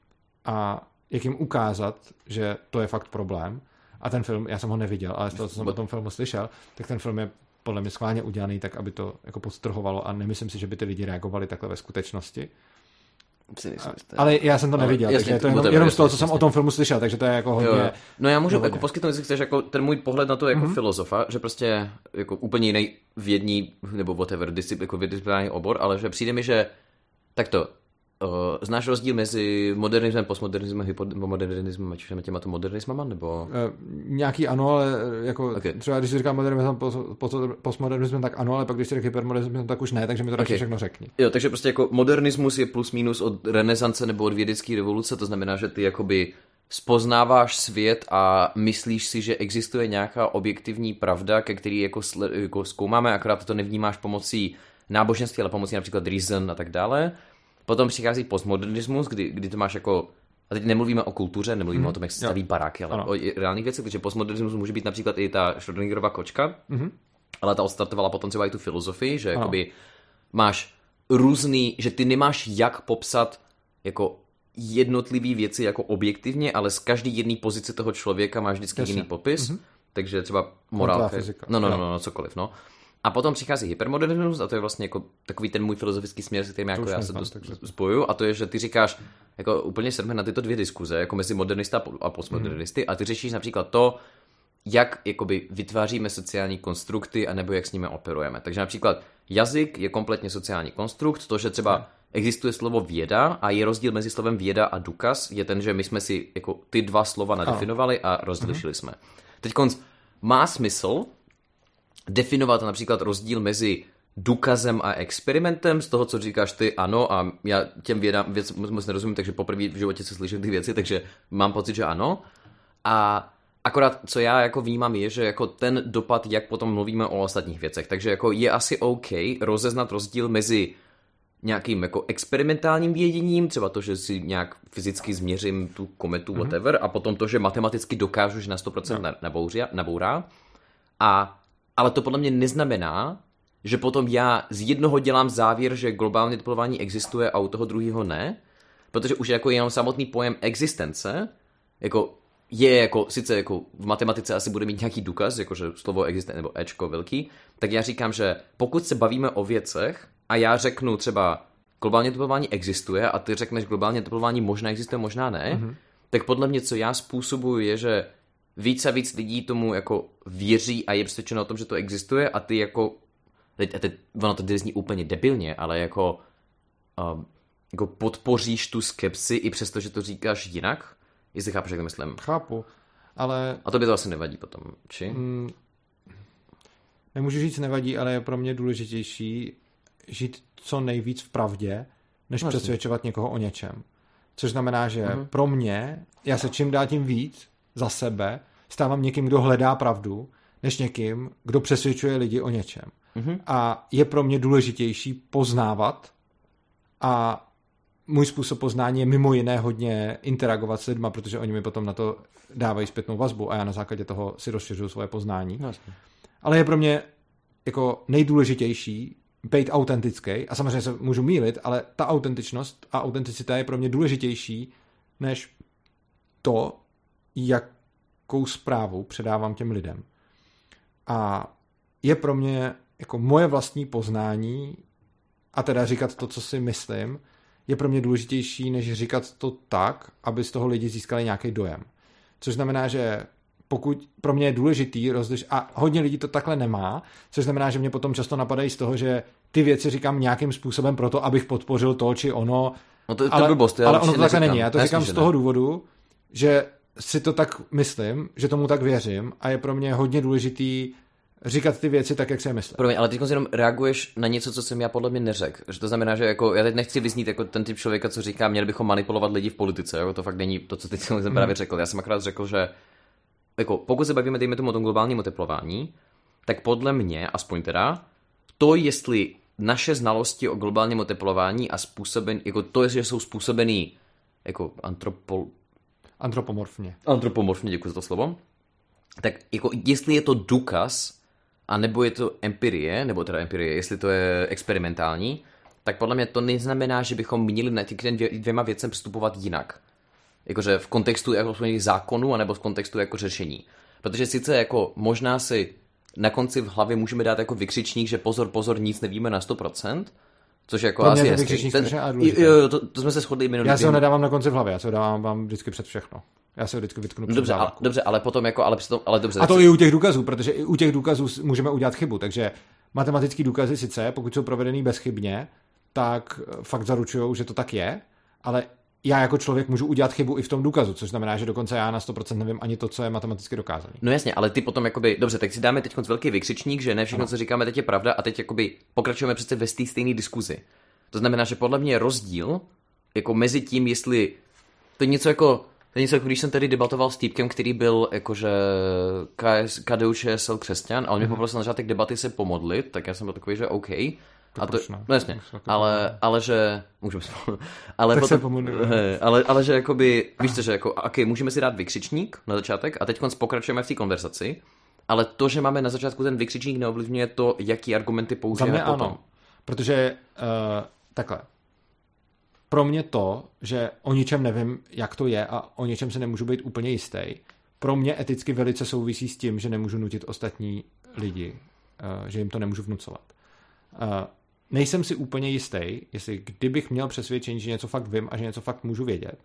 a jak jim ukázat, že to je fakt problém. A ten film, já jsem ho neviděl, ale z toho, co jsem o tom filmu slyšel, tak ten film je podle mě schválně udělaný tak, aby to jako podtrhovalo a nemyslím si, že by ty lidi reagovali takhle ve skutečnosti. A, ale já jsem to neviděl, ale, takže jasně, to je jenom, jenom z toho, co jsem o tom filmu slyšel, takže to je jako hodně... Jo. No já můžu jako poskytnout, jestli chceš, jako ten můj pohled na to jako mm-hmm. filozofa, že prostě jako úplně jiný vědní, nebo whatever, discipl, jako disciplinární obor, ale že přijde mi, že takto, uh, znáš rozdíl mezi modernismem, postmodernismem, hypomodernismem a všemi těma to modernismama, nebo... Uh, nějaký ano, ale jako okay. třeba když si říkám modernismem, postmodernismem, tak ano, ale pak když si říkám hypermodernismem, tak už ne, takže mi to radši okay. všechno řekni. Jo, takže prostě jako modernismus je plus minus od renesance nebo od vědecké revoluce, to znamená, že ty jakoby spoznáváš svět a myslíš si, že existuje nějaká objektivní pravda, ke který jako, sl- jako zkoumáme, akorát to nevnímáš pomocí náboženství, ale pomocí například reason a tak dále. Potom přichází postmodernismus, kdy, kdy to máš jako, a teď nemluvíme o kultuře, nemluvíme hmm. o tom, jak se staví baráky, ale ano. o reálných věcech, takže postmodernismus může být například i ta Schrödingerova kočka, hmm. ale ta odstartovala potom třeba i tu filozofii, že jakoby máš různý, že ty nemáš jak popsat jako jednotlivý věci jako objektivně, ale z každý jedné pozice toho člověka máš vždycky Jasně. jiný popis, hmm. takže třeba morálka, no, no, no, no, no, cokoliv, no. A potom přichází hypermodernismus a to je vlastně jako takový ten můj filozofický směr, s kterým jako já se dost spojuju, a to je, že ty říkáš jako úplně sedme na tyto dvě diskuze, jako mezi modernista a postmodernisty mm. a ty řešíš například to, jak jakoby vytváříme sociální konstrukty anebo jak s nimi operujeme. Takže například jazyk je kompletně sociální konstrukt, to, že třeba existuje slovo věda a je rozdíl mezi slovem věda a důkaz, je ten, že my jsme si jako ty dva slova nadefinovali a rozlišili mm. jsme. Teďkonc má smysl definovat například rozdíl mezi důkazem a experimentem, z toho, co říkáš ty, ano, a já těm vědám věc moc nerozumím, takže poprvé v životě se slyším ty věci, takže mám pocit, že ano. A akorát, co já jako vnímám, je, že jako ten dopad, jak potom mluvíme o ostatních věcech, takže jako je asi OK rozeznat rozdíl mezi nějakým jako experimentálním věděním, třeba to, že si nějak fyzicky změřím tu kometu, whatever, mm-hmm. a potom to, že matematicky dokážu, že na sto procent no. nabourá, nabourá. A ale to podle mě neznamená, že potom já z jednoho dělám závěr, že globální teplování existuje a u toho druhého ne, protože už jako jenom samotný pojem existence jako je jako, sice jako v matematice asi bude mít nějaký důkaz, jakože slovo existuje, nebo Ečko velký, tak já říkám, že pokud se bavíme o věcech a já řeknu třeba globální oteplování existuje a ty řekneš globální oteplování možná existuje, možná ne, mm-hmm. tak podle mě, co já způsobuju, je, že víc a víc lidí tomu jako věří a je přesvědčeno o tom, že to existuje a ty jako, teď, teď ono to zní úplně debilně, ale jako, uh, jako podpoříš tu skepsi i přesto, že to říkáš jinak, jestli chápeš, jak to myslím. Chápu, ale... A to by to asi nevadí potom, či? Mm, nemůžu říct nevadí, ale je pro mě důležitější žít co nejvíc v pravdě, než vlastně přesvědčovat někoho o něčem. Což znamená, že uh-huh. pro mě, já se čím dál tím víc za sebe stávám někým, kdo hledá pravdu, než někým, kdo přesvědčuje lidi o něčem. Uh-huh. A je pro mě důležitější poznávat a můj způsob poznání je mimo jiné hodně interagovat s lidma, protože oni mi potom na to dávají zpětnou vazbu a já na základě toho si rozšiřuju svoje poznání. Vlastně. Ale je pro mě jako nejdůležitější být autentický a samozřejmě se můžu mýlit, ale ta autentičnost a autenticita je pro mě důležitější než to, jakou zprávu předávám těm lidem. A je pro mě jako moje vlastní poznání a teda říkat to, co si myslím, je pro mě důležitější, než říkat to tak, aby z toho lidi získali nějaký dojem. Což znamená, že pokud pro mě je důležitý rozliš... a hodně lidí to takhle nemá, což znamená, že mě potom často napadají z toho, že ty věci říkám nějakým způsobem proto, abych podpořil to či ono. No to, to ale, blbost, to ale ono to takhle není. Já to Nesmí, říkám z toho důvodu, že si to tak myslím, že tomu tak věřím a je pro mě hodně důležitý říkat ty věci tak, jak si je myslím. Promiň, ale teď jenom reaguješ na něco, co jsem já podle mě neřekl. Že to znamená, že jako já teď nechci vyznít jako ten typ člověka, co říká, měli bychom manipulovat lidi v politice. Jako to fakt není to, co teď jsem hmm. právě řekl. Já jsem akorát řekl, že jako, pokud se bavíme dejme tomu o tom globálním oteplování, tak podle mě, aspoň teda, to, jestli naše znalosti o globálním oteplování a způsoben, jako to, že jsou způsobený jako antropol... antropomorfně. Antropomorfně, děkuji za to slovo. Tak jako, jestli je to důkaz, a nebo je to empirie, nebo teda empirie, jestli to je experimentální, tak podle mě to neznamená, že bychom měli na ty dvěma věcem přistupovat jinak. Jakože v kontextu jako zákonů, anebo v kontextu jako řešení. Protože sice jako možná si na konci v hlavě můžeme dát jako vykřičník, že pozor, pozor, nic nevíme na sto procent, což jako pro asi je ten, jo, jo, to, to jsme se shodli minulý. Já si ho nedávám na konci v hlavě, já si ho dávám vám vždycky před všechno. Já se ho vždycky vytknu před dobře, ale, dobře, ale potom jako, ale přitom, ale dobře. A to i u těch důkazů, protože i u těch důkazů můžeme udělat chybu, takže matematický důkazy sice, pokud jsou provedený bezchybně, tak fakt zaručujou, že to tak je, ale já jako člověk můžu udělat chybu i v tom důkazu, což znamená, že dokonce já na sto procent nevím ani to, co je matematicky dokázané. No jasně, ale ty potom jakoby, dobře, tak si dáme teď velký vykřičník, že ne všechno, ano. co říkáme teď je pravda a teď jakoby pokračujeme přece ve té stejné diskuzi. To znamená, že podle mě je rozdíl jako mezi tím, jestli to je něco jako, to je něco jako když jsem tady debatoval s týpkem, který byl jakože K D U Č S L křesťan, ale mě mm-hmm. poprosil na začátek debaty se pomodlit, tak já jsem byl takový, že OK. To a to, no, no jasně, ale, ale že, můžeme spolu, ale, tak potom, he, ale, ale že jakoby, víš co, že jako, ok, můžeme si dát vykřičník na začátek a teď pokračujeme v té konverzaci, ale to, že máme na začátku ten vykřičník, neovlivňuje to, jaký argumenty použijeme potom. Ano, protože uh, takhle, pro mě to, že o ničem nevím, jak to je a o něčem se nemůžu být úplně jistý, pro mě eticky velice souvisí s tím, že nemůžu nutit ostatní lidi, uh, že jim to nemůžu vnucovat. Uh, nejsem si úplně jistý, jestli kdybych měl přesvědčení, že něco fakt vím a že něco fakt můžu vědět.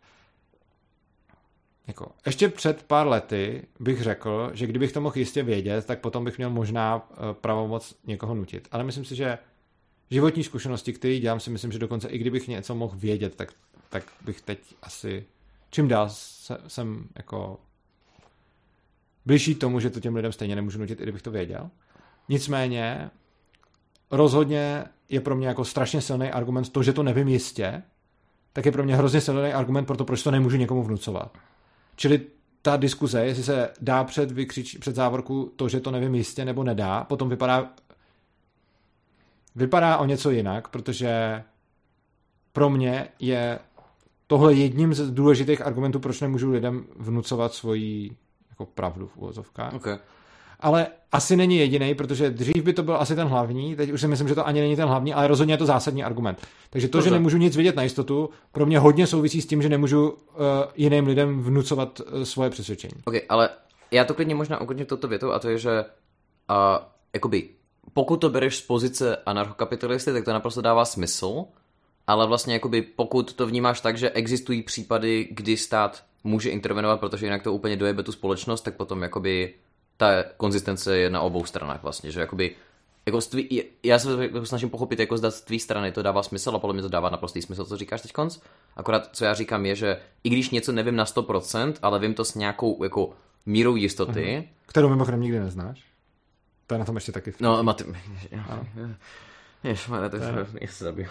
Jako, ještě před pár lety bych řekl, že kdybych to mohl jistě vědět, tak potom bych měl možná uh, pravomoc někoho nutit. Ale myslím si, že životní zkušenosti, které dělám, si myslím, že dokonce i kdybych něco mohl vědět, tak, tak bych teď asi čím dál se, jsem jako blížší tomu, že to těm lidem stejně nemůžu nutit, i kdybych to věděl. Nicméně rozhodně je pro mě jako strašně silný argument to, že to nevím jistě, tak je pro mě hrozně silný argument pro to, proč to nemůžu někomu vnucovat. Čili ta diskuze, jestli se dá před, vykřič, před závorku to, že to nevím jistě nebo nedá, potom vypadá vypadá o něco jinak, protože pro mě je tohle jedním z důležitých argumentů, proč nemůžu lidem vnucovat svoji jako pravdu v uvozovkách. Okay. ale asi není jediný, protože dřív by to byl asi ten hlavní, teď už si myslím, že to ani není ten hlavní, ale rozhodně je to zásadní argument. Takže to, že nemůžu nic vidět na jistotu, pro mě hodně souvisí s tím, že nemůžu uh, jiným lidem vnucovat uh, svoje přesvědčení. Ok, ale já to klidně možná ukončím touto větou a to je, že uh, jakoby, pokud to bereš z pozice anarchokapitalisty, tak to naprosto dává smysl, ale vlastně jakoby, pokud to vnímáš tak, že existují případy, kdy stát může intervenovat, protože jinak to úplně dojebe tu společnost, tak potom jakoby ta konzistence je na obou stranách vlastně, že jakoby jako tvý, já se to snažím pochopit, jako zda z tvý strany to dává smysl a podle mě to dává naprostý smysl, co říkáš teď konc. Akorát, co já říkám je, že i když něco nevím na sto procent, ale vím to s nějakou jako mírou jistoty. Uh-huh. Kterou mimochodem nikdy neznáš. To je na tom ještě taky. No, Maty... Ježmarja, to je se zabiju.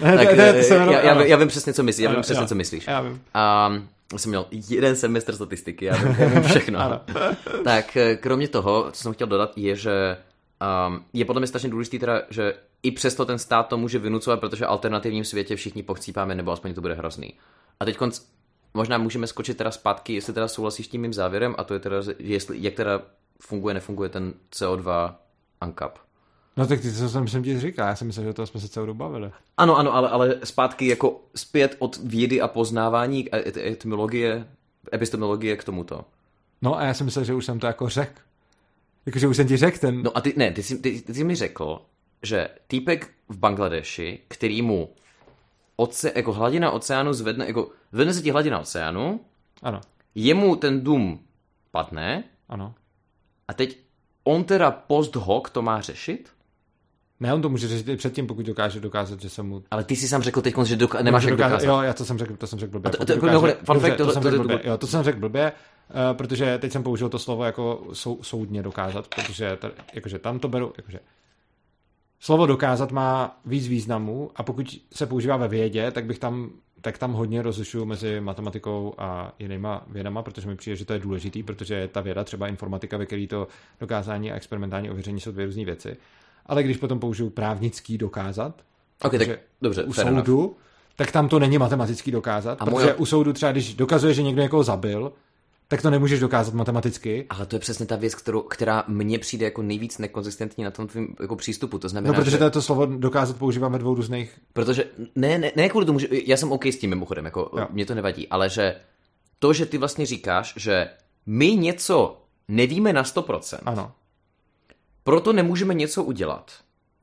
Já vím přesně, co myslíš. Já vím přesně, co myslíš. Já vím. Já jsem měl jeden semestr statistiky, já vím, já vím všechno. Tak kromě toho, co jsem chtěl dodat, je, že um, je podle mě strašně důležitý teda, že i přesto ten stát to může vynucovat, protože v alternativním světě všichni pochcípáme, nebo aspoň to bude hrozný. A teď konc, možná můžeme skočit teda zpátky, jestli teda souhlasíš s tím mým závěrem, a to je teda, jestli, jak teda funguje, nefunguje ten C O dva ANCAP. No tak ty, co jsem, jsem ti říkal, já jsem myslel, že to jsme se celou dobu bavili. Ano, ano, ale, ale zpátky jako zpět od vědy a poznávání etymologie, epistemologie k tomuto. No a já jsem myslel, že už jsem to jako řekl. Jakože už jsem ti řekl ten... No a ty, ne, ty jsi, ty, ty jsi mi řekl, že týpek v Bangladeši, který mu oce, jako hladina oceánu zvedne, jako zvedne se ti hladina oceánu, ano. Jemu ten dům padne, ano. A teď on teda post hoc to má řešit? Ne, on to může řešit i předtím, pokud dokáže dokázat, že se mu... Ale ty jsi sám řekl teď, že doka- nemáš jak dokázat. Jo, já to jsem řekl, to jsem řekl blbě. To, to, dokáže... to, Dobře, to, to, jsem to, řekl to, blbě. Jo, to jsem řekl blbě, uh, protože teď jsem použil to slovo jako sou, soudně dokázat, protože tady, jakože tam to beru, jakože slovo dokázat má víc významů a pokud se používá ve vědě, tak bych tam, tak tam hodně rozlišuju mezi matematikou a jinýma vědama, protože mi přijde, že to je důležitý, protože ta věda, třeba informatika, ve který to dokázání a experimentální ověření jsou dvě různé věci. Ale když potom použiju právnický dokázat, okay, tak, dobře, u soudu, enough. Tak tam to není matematický dokázat, a protože moja... u soudu třeba, když dokazuje, že někdo někoho zabil, tak to nemůžeš dokázat matematicky. Ale to je přesně ta věc, kterou, která mně přijde jako nejvíc nekonzistentní na tom tvým jako přístupu. To znamená, no, protože že... to slovo dokázat používáme dvou různých... Protože, ne, ne, ne kvůli tomu, že já jsem OK s tím mimochodem, jako mě to nevadí, ale že to, že ty vlastně říkáš, že my něco nevíme na sto procent. Ano. Proto nemůžeme něco udělat.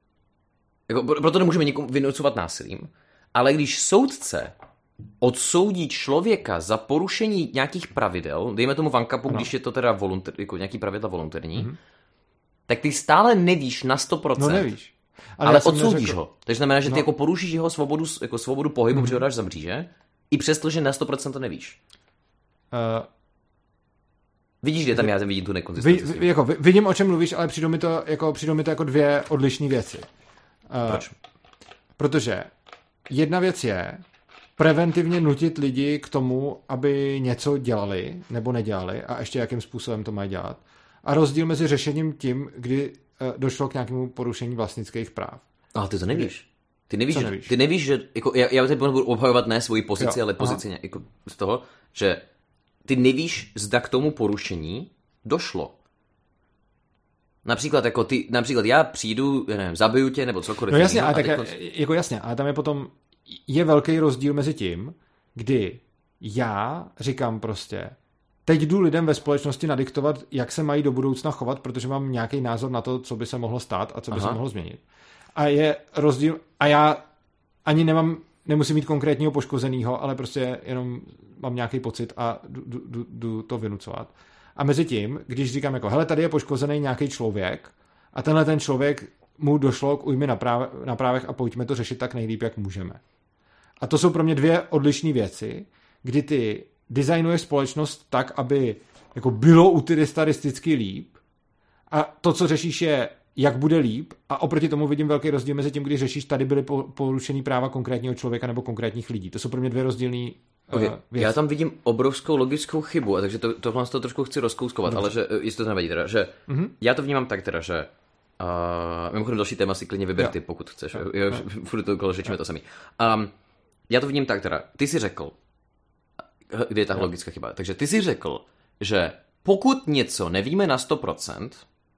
Jako, proto nemůžeme někomu vynucovat násilím. Ale když soudce odsoudí člověka za porušení nějakých pravidel, dejme tomu v ANCAPu, když je to teda voluntar, jako nějaký pravidla voluntarní, mm-hmm. tak ty stále nevíš na sto procent. No nevíš. Ale, ale odsoudíš neřekl... ho. Takže znamená, že ty no. jako porušíš jeho svobodu, jako svobodu pohybu, mm-hmm. protože ho dáš za mříže, i přesto, že na sto procent to nevíš. Uh... Vidíš, že tam já vidím tu nekonzistenci. Vy, jako, vidím, o čem mluvíš, ale přijdou mi to jako, přijdou mi to jako dvě odlišné věci. Uh, Proč? Protože jedna věc je preventivně nutit lidi k tomu, aby něco dělali nebo nedělali a ještě jakým způsobem to mají dělat. A rozdíl mezi řešením tím, kdy uh, došlo k nějakému porušení vlastnických práv. Ale ty to nevíš. Ty nevíš, Co že, nevíš? Ty nevíš, že jako, já, já teď budu obhajovat ne svoji pozici, jo, ale pozici jako z toho, že ty nevíš, zda k tomu porušení došlo. Například, jako ty, například já přijdu, já nevím, zabiju tě, nebo cokoliv. No jasně, ale tak konc... jako jasně, ale tam je potom, je velký rozdíl mezi tím, kdy já říkám prostě, teď jdu lidem ve společnosti nadiktovat, jak se mají do budoucna chovat, protože mám nějaký názor na to, co by se mohlo stát a co by Aha. se mohlo změnit. A je rozdíl, a já ani nemám, nemusím mít konkrétního poškozenýho, ale prostě jenom mám nějaký pocit a jdu, jdu, jdu to vynucovat. A mezi tím, když říkám jako, hele, tady je poškozený nějaký člověk a tenhle ten člověk mu došlo k újmě na, práve, na právech a pojďme to řešit tak nejlíp, jak můžeme. A to jsou pro mě dvě odlišné věci, kdy ty designuješ společnost tak, aby jako bylo utilitaristicky líp a to, co řešíš, je, jak bude líp a oproti tomu vidím velký rozdíl mezi tím, když řešíš, tady byly porušený práva konkrétního člověka nebo konkrétních lidí. To jsou pro mě dvě rozdílný okay. uh, věci. Já tam vidím obrovskou logickou chybu, a takže to, tohle to trošku chci rozkouskovat, ale že, jestli to nevadí teda, že mm-hmm. já to vnímám tak teda, že uh, mimochodem další téma si klidně vyber ty, pokud chceš. Jo, jo, furt to okolo řečíme to samý. Um, já to vidím tak teda, ty jsi řekl, kde je ta logická chyba, takže ty jsi řekl, že pokud něco nevíme na sto procent,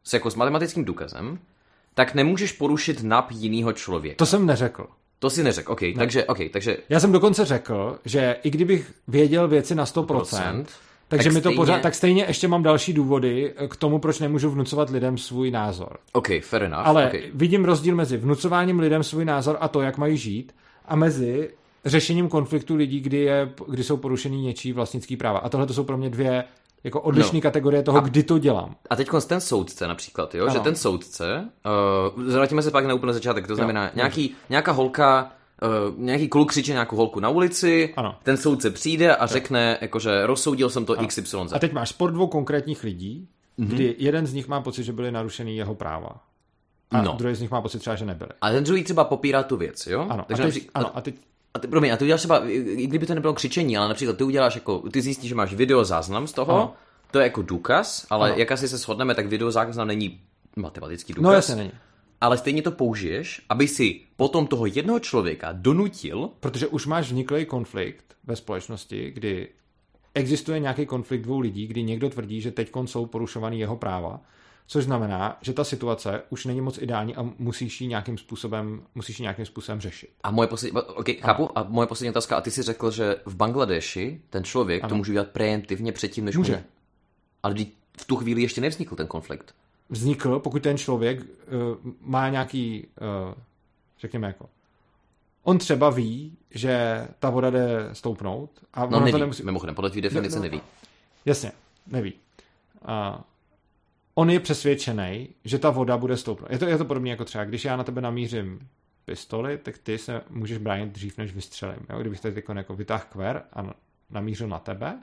s, jako s matematickým důkazem, tak nemůžeš porušit nap jinýho člověka. To jsem neřekl. To si neřekl, OK, ne. takže, okay takže... Já jsem dokonce řekl, že i kdybych věděl věci na sto procent, takže tak mi to stejně... pořád, tak stejně ještě mám další důvody k tomu, proč nemůžu vnucovat lidem svůj názor. OK, fair enough. Ale okay. vidím rozdíl mezi vnucováním lidem svůj názor a to, jak mají žít, a mezi řešením konfliktu lidí, kdy, je, kdy jsou porušený něčí vlastnický práva. A tohle to jsou pro mě dvě jako odlišné no. kategorie toho, a, kdy to dělám. A teď ten soudce například, jo? že ten soudce, uh, vrátíme se pak na úplně začátek, to znamená jo. nějaký, nějaká holka, uh, nějaký kluk křiče nějakou holku na ulici, ano. ten soudce přijde a řekne, jakože rozsoudil jsem to ano. X Y Z. A teď máš spor dvou konkrétních lidí, mm-hmm. kdy jeden z nich má pocit, že byly narušený jeho práva. A no. druhý z nich má pocit třeba, že nebyly. A ten druhý třeba popírá tu věc, jo? Ano. Takže a teď, například, ano, a teď A ty, promiň, a ty uděláš třeba, i kdyby to nebylo křičení, ale například ty uděláš jako, ty zjistíš, že máš videozáznam z toho, ano. to je jako důkaz, ale ano. jak asi se shodneme, tak videozáznam není matematický důkaz. No jasně není. Ale stejně to použiješ, aby si potom toho jednoho člověka donutil. Protože už máš vzniklý konflikt ve společnosti, kdy existuje nějaký konflikt dvou lidí, kdy někdo tvrdí, že teďkon jsou porušovaný jeho práva, což znamená, že ta situace už není moc ideální a musíš ji nějakým způsobem, musíš ji nějakým způsobem řešit. A moje poslední, okay, chápu, a moje poslední otázka, a ty si řekl, že v Bangladeši ten člověk ano. to může dělat preemptivně předtím, než může. Mu... Ale v tu chvíli ještě nevznikl ten konflikt. Vznikl, pokud ten člověk uh, má nějaký, uh, řekněme jako, on třeba ví, že ta voda jde stoupnout. A no neví, to nemusí... mimochodem, podle tvý definice no, no, neví. Jasně, neví. Uh, on je přesvědčený, že ta voda bude stoupnout. Je to, je to podobně jako třeba, když já na tebe namířím pistoli, tak ty se můžeš bránit dřív, než vystřelím. Jo? Kdybych teď jako vytáhl kver a namířil na tebe,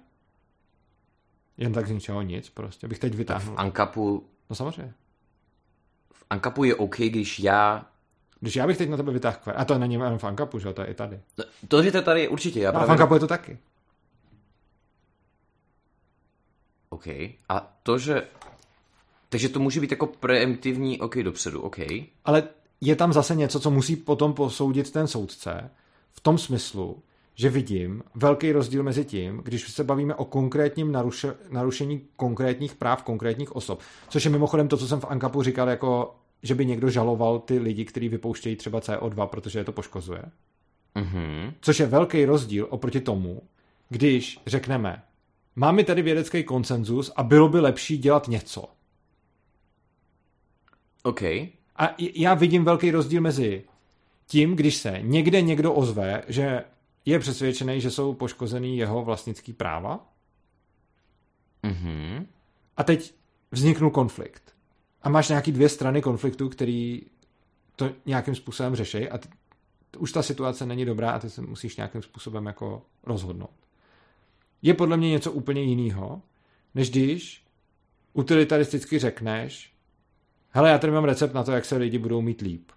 jen tak z ničeho nic, prostě bych teď vytáhl. V Ankapu... No samozřejmě. V Ankapu je OK, když já... Když já bych teď na tebe vytáhl kver, a to není jenom v Ankapu, že to je i tady. To, že to tady je určitě. Já no, právě... v Ankapu je to taky. OK. A to, že... Takže to může být jako preemptivní, OK, dopředu, OK. Ale je tam zase něco, co musí potom posoudit ten soudce, v tom smyslu, že vidím velký rozdíl mezi tím, když se bavíme o konkrétním naruše, narušení konkrétních práv konkrétních osob, což je mimochodem to, co jsem v Ankapu říkal, jako, že by někdo žaloval ty lidi, kteří vypouštějí třeba C O dva, protože je to poškozuje. Mm-hmm. Což je velký rozdíl oproti tomu, když řekneme, máme tady vědecký konsenzus a bylo by lepší dělat něco. OK. A já vidím velký rozdíl mezi tím, když se někde někdo ozve, že je přesvědčený, že jsou poškozený jeho vlastnický práva. Mm-hmm. A teď vzniknul konflikt. A máš nějaký dvě strany konfliktu, který to nějakým způsobem řeší a t- už ta situace není dobrá a ty se musíš nějakým způsobem jako rozhodnout. Je podle mě něco úplně jiného, než když utilitaristicky řekneš, hele, já tady mám recept na to, jak se lidi budou mít líp.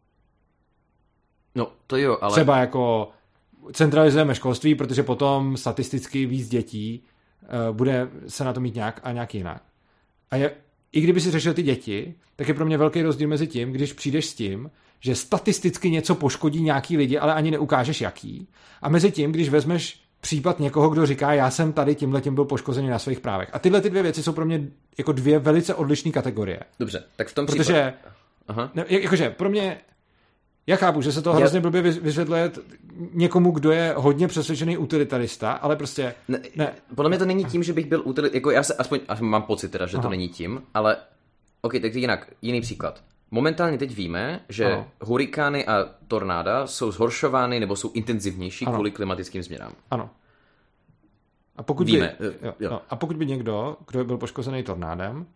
No, to jo, ale... Třeba jako centralizujeme školství, protože potom statisticky víc dětí uh, bude se na to mít nějak a nějak jinak. A je, i kdyby si řešil ty děti, tak je pro mě velký rozdíl mezi tím, když přijdeš s tím, že statisticky něco poškodí nějaký lidi, ale ani neukážeš jaký, a mezi tím, když vezmeš případ někoho, kdo říká, já jsem tady tímhletím byl poškozený na svých právech. A tyhle ty dvě věci jsou pro mě jako dvě velice odlišné kategorie. Dobře, tak v tom Protože, případě... Aha. Ne, jakože pro mě, já chápu, že se to hrozně blbě vysvětluje někomu, kdo je hodně přesvědčený utilitarista, ale prostě... Ne, ne. Podle mě to není tím, že bych byl utilitarista, jako já se aspoň, aspoň mám pocit teda, že Aha. to není tím, ale ok, tak jinak, jiný příklad. Momentálně teď víme, že ano. hurikány a tornáda jsou zhoršovány nebo jsou intenzivnější ano. kvůli klimatickým změnám. Ano. A pokud, víme, by, jo, jo. No, a pokud by někdo, kdo byl poškozený tornádem, uh,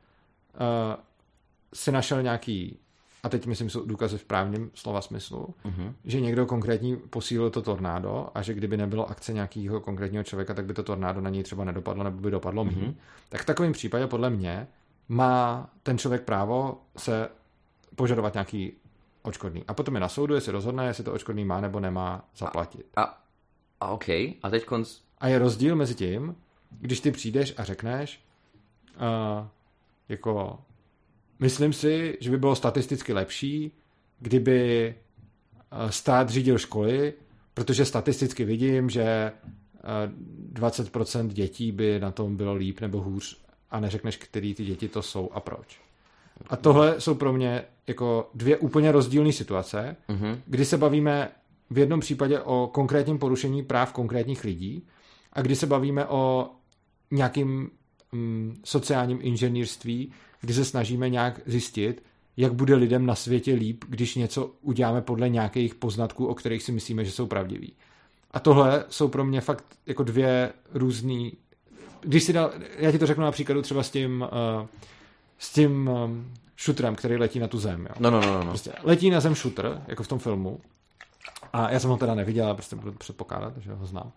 si našel nějaký, a teď myslím, jsou důkazy v právním slova smyslu, uh-huh. že někdo konkrétní posílil to tornádo a že kdyby nebylo akce nějakého konkrétního člověka, tak by to tornádo na něj třeba nedopadlo nebo by dopadlo uh-huh. méně. Tak v takovém případě podle mě má ten člověk právo se požadovat nějaký odškodný. A potom je na soudu, jestli rozhodne, jestli to odškodný má nebo nemá zaplatit. A, a, a OK. A teď konc... A je rozdíl mezi tím, když ty přijdeš a řekneš uh, jako myslím si, že by bylo statisticky lepší, kdyby uh, stát řídil školy, protože statisticky vidím, že uh, dvacet procent dětí by na tom bylo líp nebo hůř a neřekneš, který ty děti to jsou a proč. A tohle jsou pro mě jako dvě úplně rozdílné situace, mm-hmm. kdy se bavíme v jednom případě o konkrétním porušení práv konkrétních lidí a kdy se bavíme o nějakým mm, sociálním inženýrství, kdy se snažíme nějak zjistit, jak bude lidem na světě líp, když něco uděláme podle nějakých poznatků, o kterých si myslíme, že jsou pravdiví. A tohle jsou pro mě fakt jako dvě různý. Když si dal, já ti to řeknu na příkladu třeba s tím uh, s tím um, šutrem, který letí na tu zem. Jo. No, no, no, no. Prostě letí na zem šutr, jako v tom filmu. A já jsem ho teda neviděl, ale prostě budu předpokládat, že ho znám. Uh,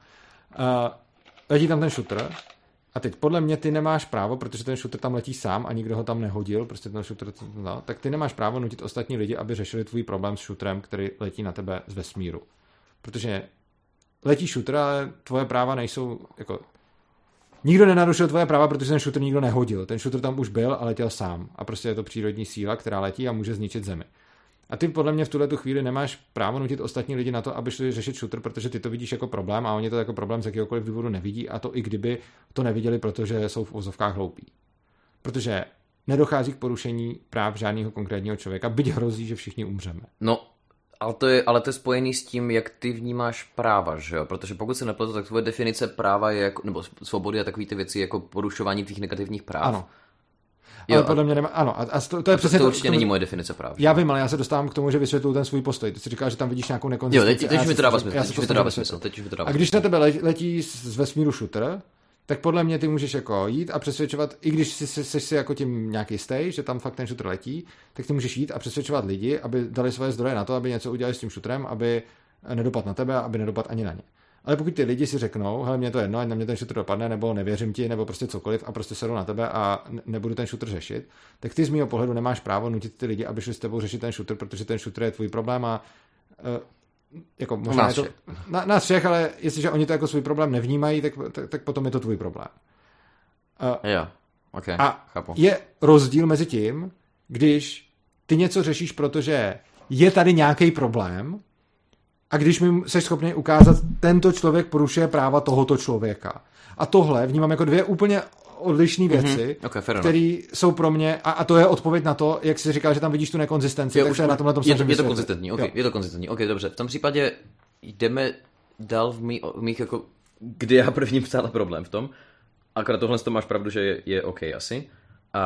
letí tam ten šutr a teď podle mě ty nemáš právo, protože ten šutr tam letí sám a nikdo ho tam nehodil, prostě ten šutr, no, tak ty nemáš právo nutit ostatní lidi, aby řešili tvůj problém s šutrem, který letí na tebe z vesmíru. Protože letí šutr, ale tvoje práva nejsou jako... Nikdo nenarušil tvoje práva, protože ten šutr nikdo nehodil. Ten šutr tam už byl a letěl sám. A prostě je to přírodní síla, která letí a může zničit zemi. A ty podle mě v tuhle tu chvíli nemáš právo nutit ostatní lidi na to, aby šli řešit šutr, protože ty to vidíš jako problém a oni to jako problém z jakéhokoliv důvodu nevidí, a to i kdyby to neviděli, protože jsou v ozovkách hloupí. Protože nedochází k porušení práv žádného konkrétního člověka, byť hrozí, že všichni umřeme. No, ale to je, ale to je spojený s tím, jak ty vnímáš práva, že jo? Protože pokud se nepletu, tak tvoje definice práva je jako, nebo svobody a takové ty věci jako porušování těch negativních práv. Ano. Jo, ale podle mě nemá, ano, a, a to, to je a přesně to, to to, určitě tomu, není moje definice práv. Já vím, ale já se dostávám k tomu, že vysvětluju ten svůj postoj. Ty jsi říkal, že tam vidíš nějakou nekonzistenci. Jo, teď, teď už mi to dává smysl, teď už mi to dává smysl, teď už mi to dává A když smysl. na tebe letí z vesmíru šutr, tak podle mě ty můžeš jako jít a přesvědčovat, i když jsi, jsi, jsi jako tím nějaký stej, že tam fakt ten šutr letí, tak ty můžeš jít a přesvědčovat lidi, aby dali svoje zdroje na to, aby něco udělali s tím šutrem, aby nedopad na tebe, aby nedopad ani na ně. Ale pokud ty lidi si řeknou, hele, mě to jedno, ať na mě ten šutr dopadne, nebo nevěřím ti, nebo prostě cokoliv a prostě sedou na tebe a nebudu ten šutr řešit, tak ty z mýho pohledu nemáš právo nutit ty lidi, aby šli s tebou řešit ten šutr, protože ten šutr je tvůj problém a uh, jako možná nás je to, na, nás všech, ale jestliže oni to jako svůj problém nevnímají, tak, tak, tak potom je to tvůj problém. Uh, jo, ok, a chápu. Je rozdíl mezi tím, když ty něco řešíš, protože je tady nějaký problém, a když mi jsi schopný ukázat, tento člověk porušuje práva tohoto člověka. A tohle vnímám jako dvě úplně odlišné věci, mm-hmm. okay, které jsou pro mě, a, a to je odpověď na to, jak jsi říkal, že tam vidíš tu nekonzistenci, jo, tak už, to je na tomhle tom je, je to konzistentní, okay, je to konzistentní, ok, dobře. V tom případě jdeme dál v, mý, v mých, jako, kdy já první psala problém v tom, akorát tohle to máš pravdu, že je, je ok asi. A...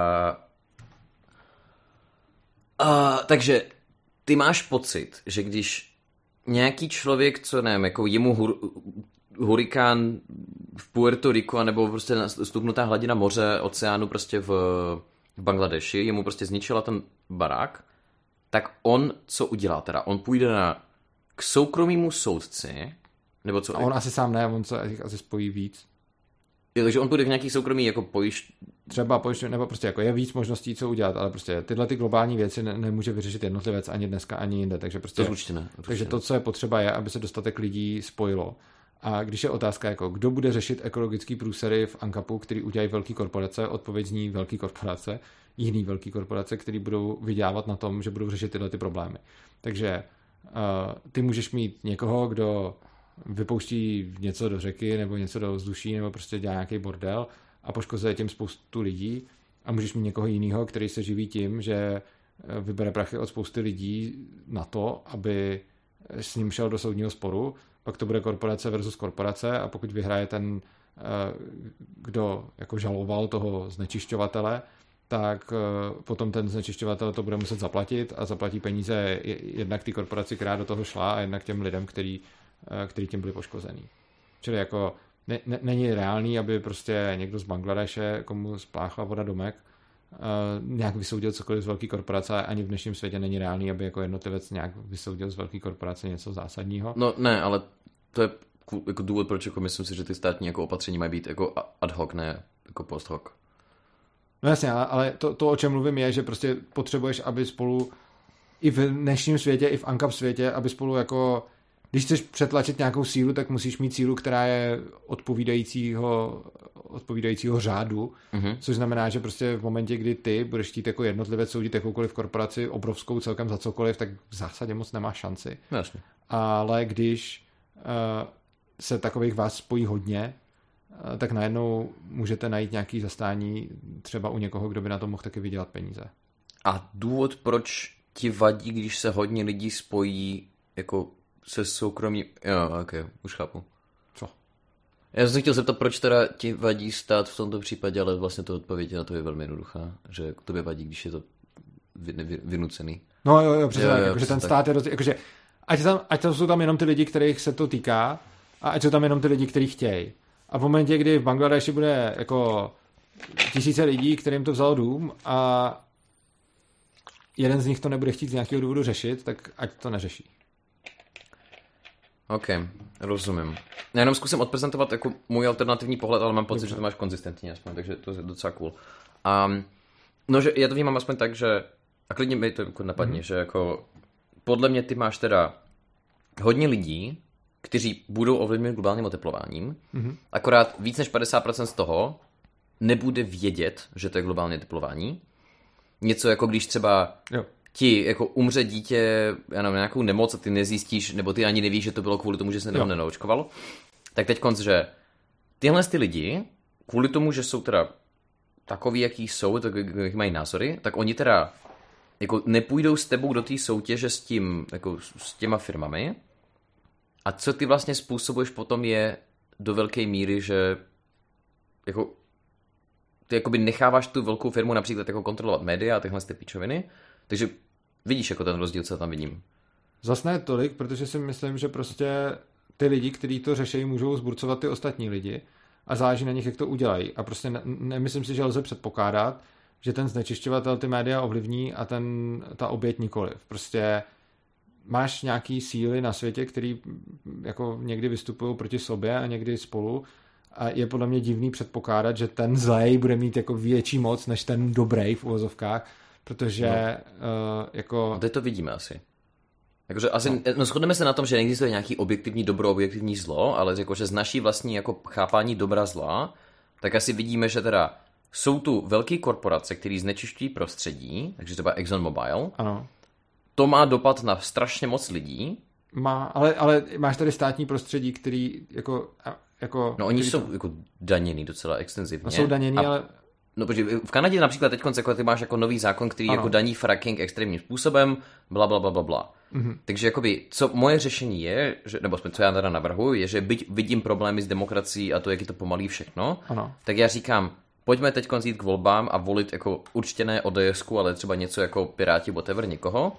A, takže ty máš pocit, že když nějaký člověk, co nevím, jako jemu hur, hurikán v Puerto Rico, nebo prostě stupnutá hladina moře, oceánu prostě v, v Bangladeši, jemu prostě zničila ten barák, tak on co udělá teda? On půjde na, k soukromému soudci, nebo co? A on asi sám ne, on se asi spojí víc. Je, takže on půjde k nějaký soukromý jako pojišť... Třeba pojišť, nebo prostě jako je víc možností, co udělat, ale prostě tyhle ty globální věci ne, nemůže vyřešit jednotlivec ani dneska, ani jinde, takže prostě... To určitě ne. Určitě takže to, co je potřeba, je, aby se dostatek lidí spojilo. A když je otázka, jako kdo bude řešit ekologický průsery v Ankapu, který udělají velký korporace, odpověď zní velký korporace, jiný velký korporace, který budou vydělávat na tom, že budou řešit tyhle ty problémy. Takže uh, ty můžeš mít někoho, kdo vypouští něco do řeky nebo něco do vzduší nebo prostě dělá nějaký bordel a poškozuje tím spoustu lidí, a můžeš mít někoho jiného, který se živí tím, že vybere prachy od spousty lidí na to, aby s ním šel do soudního sporu, pak to bude korporace versus korporace, a pokud vyhraje ten, kdo jako žaloval toho znečišťovatele, tak potom ten znečišťovatel to bude muset zaplatit a zaplatí peníze jednak té korporaci, která do toho šla, a jednak těm lidem, který, který tím byli poškozený. Čili jako ne, ne, není reálný, aby prostě někdo z Bangladeše, komu spláchla voda domek, nějak vysoudil cokoliv z velké korporace, a ani v dnešním světě není reálný, aby jako jednotlivec nějak vysoudil z velké korporace něco zásadního. No ne, ale to je jako důvod, proč jako myslím si, že ty státní jako opatření mají být jako ad hoc, ne jako post hoc. No jasně, ale to, to, o čem mluvím, je, že prostě potřebuješ, aby spolu i v dnešním světě, i v Ankap světě, aby spolu jako, když chceš přetlačit nějakou sílu, tak musíš mít sílu, která je odpovídajícího, odpovídajícího řádu, mm-hmm. což znamená, že prostě v momentě, kdy ty budeš chtít jako jednotlivec soudit jakoukoliv korporaci obrovskou celkem za cokoliv, tak v zásadě moc nemáš šanci. Jasně. Ale když uh, se takových vás spojí hodně, uh, tak najednou můžete najít nějaký zastání třeba u někoho, kdo by na to mohl taky vydělat peníze. A důvod, proč ti vadí, když se hodně lidí spojí jako se soukromí... Jo, ok, už chápu. Co? Já jsem se chtěl zeptat, proč teda ti vadí stát v tomto případě, ale vlastně to odpověď na to je velmi jednoduchá, že tobě vadí, když je to vynucený. No jo, jo, přesně jo, tak, jo, jakože ten tak. stát je roz... jakože, ať, tam, ať tam jsou tam jenom ty lidi, kterých se to týká, a ať jsou tam jenom ty lidi, kteří chtějí. A v momentě, kdy v Bangladeši bude jako tisíce lidí, kterým to vzalo dům a jeden z nich to nebude chtít z nějakého důvodu řešit, tak ať to neřeší. OK, rozumím. Já jenom zkusím odprezentovat jako můj alternativní pohled, ale mám pocit, Dobře. že to máš konzistentní aspoň, takže to je docela cool. Um, no, že já to vnímám aspoň tak, že, a klidně mi to jako napadně, mm-hmm. že jako podle mě ty máš teda hodně lidí, kteří budou ovlivněni globálním oteplováním, mm-hmm. akorát víc než padesát procent z toho nebude vědět, že to je globální oteplování. Něco jako když třeba Jo. ti jako umře dítě, já nevím, nějakou nemoc a ty nezjistíš, nebo ty ani nevíš, že to bylo kvůli tomu, že se nebo nenaočkoval. Tak teď konc, že tyhle ty lidi, kvůli tomu, že jsou teda takový, jaký jsou, tak jaký mají názory, tak oni teda jako nepůjdou s tebou do té soutěže s tím, jako s těma firmami. A co ty vlastně způsobuješ potom je do velké míry, že jako ty jakoby necháváš tu velkou firmu například jako kontrolovat média a tyhle ty píčoviny. Takže vidíš jako ten rozdíl, co tam vidím. Zas ne tolik, protože si myslím, že prostě ty lidi, kteří to řeší, můžou zburcovat ty ostatní lidi a záleží na nich, jak to udělají. A prostě ne, nemyslím si, že lze předpokládat, že ten znečišťovatel ty média ovlivní a ten, ta oběť nikoliv. Prostě máš nějaký síly na světě, který jako někdy vystupují proti sobě a někdy spolu a je podle mě divný předpokládat, že ten zlej bude mít jako větší moc než ten dobrý v uvozovkách, protože no. uh, jako... A teď to vidíme asi. Jakože asi, no. no shodneme se na tom, že neexistuje nějaký objektivní dobro, objektivní zlo, ale jakože z naší vlastní jako chápání dobra zla, tak asi vidíme, že teda jsou tu velké korporace, které znečišťují prostředí, takže třeba ExxonMobil. Ano. To má dopad na strašně moc lidí. Má, ale, ale máš tady státní prostředí, který jako... jako no oni jsou to... jako daněný docela extenzivně. No, jsou daněný, a... ale... No, protože v Kanadě například teď jako ty máš jako nový zákon, který ano. jako daní fracking extrémním způsobem, bla, bla, bla, bla, bla. Mm-hmm. Takže jakoby, co moje řešení je, že, nebo co já teda navrhuji, je, že byť vidím problémy s demokracií a to, jak je to pomalý všechno, ano. tak já říkám, pojďme teď jít k volbám a volit jako určitě ne O D S ku, ale třeba něco jako Piráti, whatever, někoho.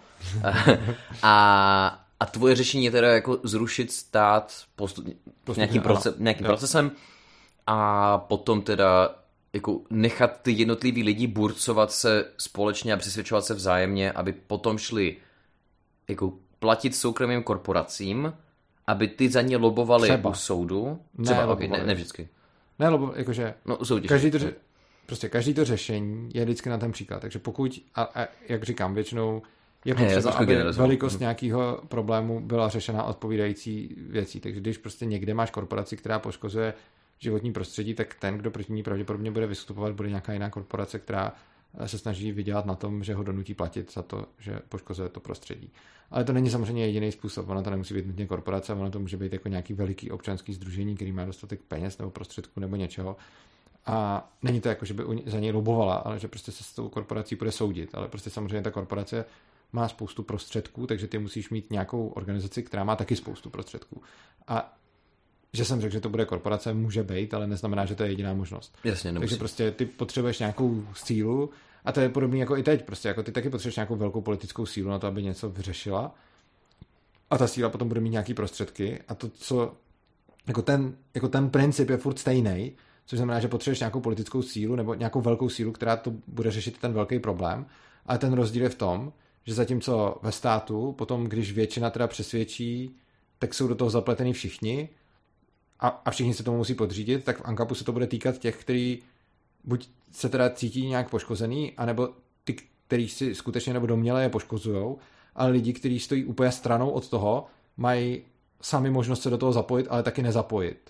a, a tvoje řešení je teda jako zrušit stát postupně, postupně nějakým, proces, nějakým procesem a potom teda jako nechat ty jednotlivý lidi burcovat se společně a přesvědčovat se vzájemně, aby potom šli jako platit soukromým korporacím, aby ty za ně lobovali třeba. U soudu. Třeba, ne, okay, ne, ne vždycky. Ne, lobo, jakože no, každý to, prostě každý to řešení je vždycky na ten příklad. Takže pokud, a, a jak říkám, většinou je potřeba, aby generalizmu. velikost nějakého problému byla řešena odpovídající věcí. Takže když prostě někde máš korporaci, která poškozuje životní prostředí, tak ten, kdo proti ní pravděpodobně bude vystupovat, bude nějaká jiná korporace, která se snaží vydělat na tom, že ho donutí platit za to, že poškozuje to prostředí. Ale to není samozřejmě jediný způsob. Ono to nemusí být nutně korporace, ono to může být jako nějaký veliký občanský sdružení, který má dostatek peněz nebo prostředků nebo něčeho. A není to jako, že by za něj lobovala, ale že prostě se s tou korporací bude soudit. Ale prostě samozřejmě ta korporace má spoustu prostředků, takže ty musíš mít nějakou organizaci, která má taky spoustu prostředků. A že jsem řekl, že to bude korporace, může být, ale neznamená, že to je jediná možnost. Jasně, nemusí. Takže prostě ty potřebuješ nějakou sílu a to je podobné jako i teď. Prostě jako ty taky potřebuješ nějakou velkou politickou sílu na to, aby něco vyřešila. A ta síla potom bude mít nějaký prostředky a to, co jako ten, jako ten princip je furt stejný, což znamená, že potřebuješ nějakou politickou sílu nebo nějakou velkou sílu, která to bude řešit ten velký problém. Ale ten rozdíl je v tom, že zatímco ve státu potom, když většina teda přesvědčí, tak jsou do toho zapletení všichni, A, a všichni se tomu musí podřídit, tak v ANCAPu se to bude týkat těch, kteří buď se teda cítí nějak poškozený, anebo ty, kteří si skutečně nebo domněle je poškozujou, ale lidi, kteří stojí úplně stranou od toho, mají sami možnost se do toho zapojit, ale taky nezapojit.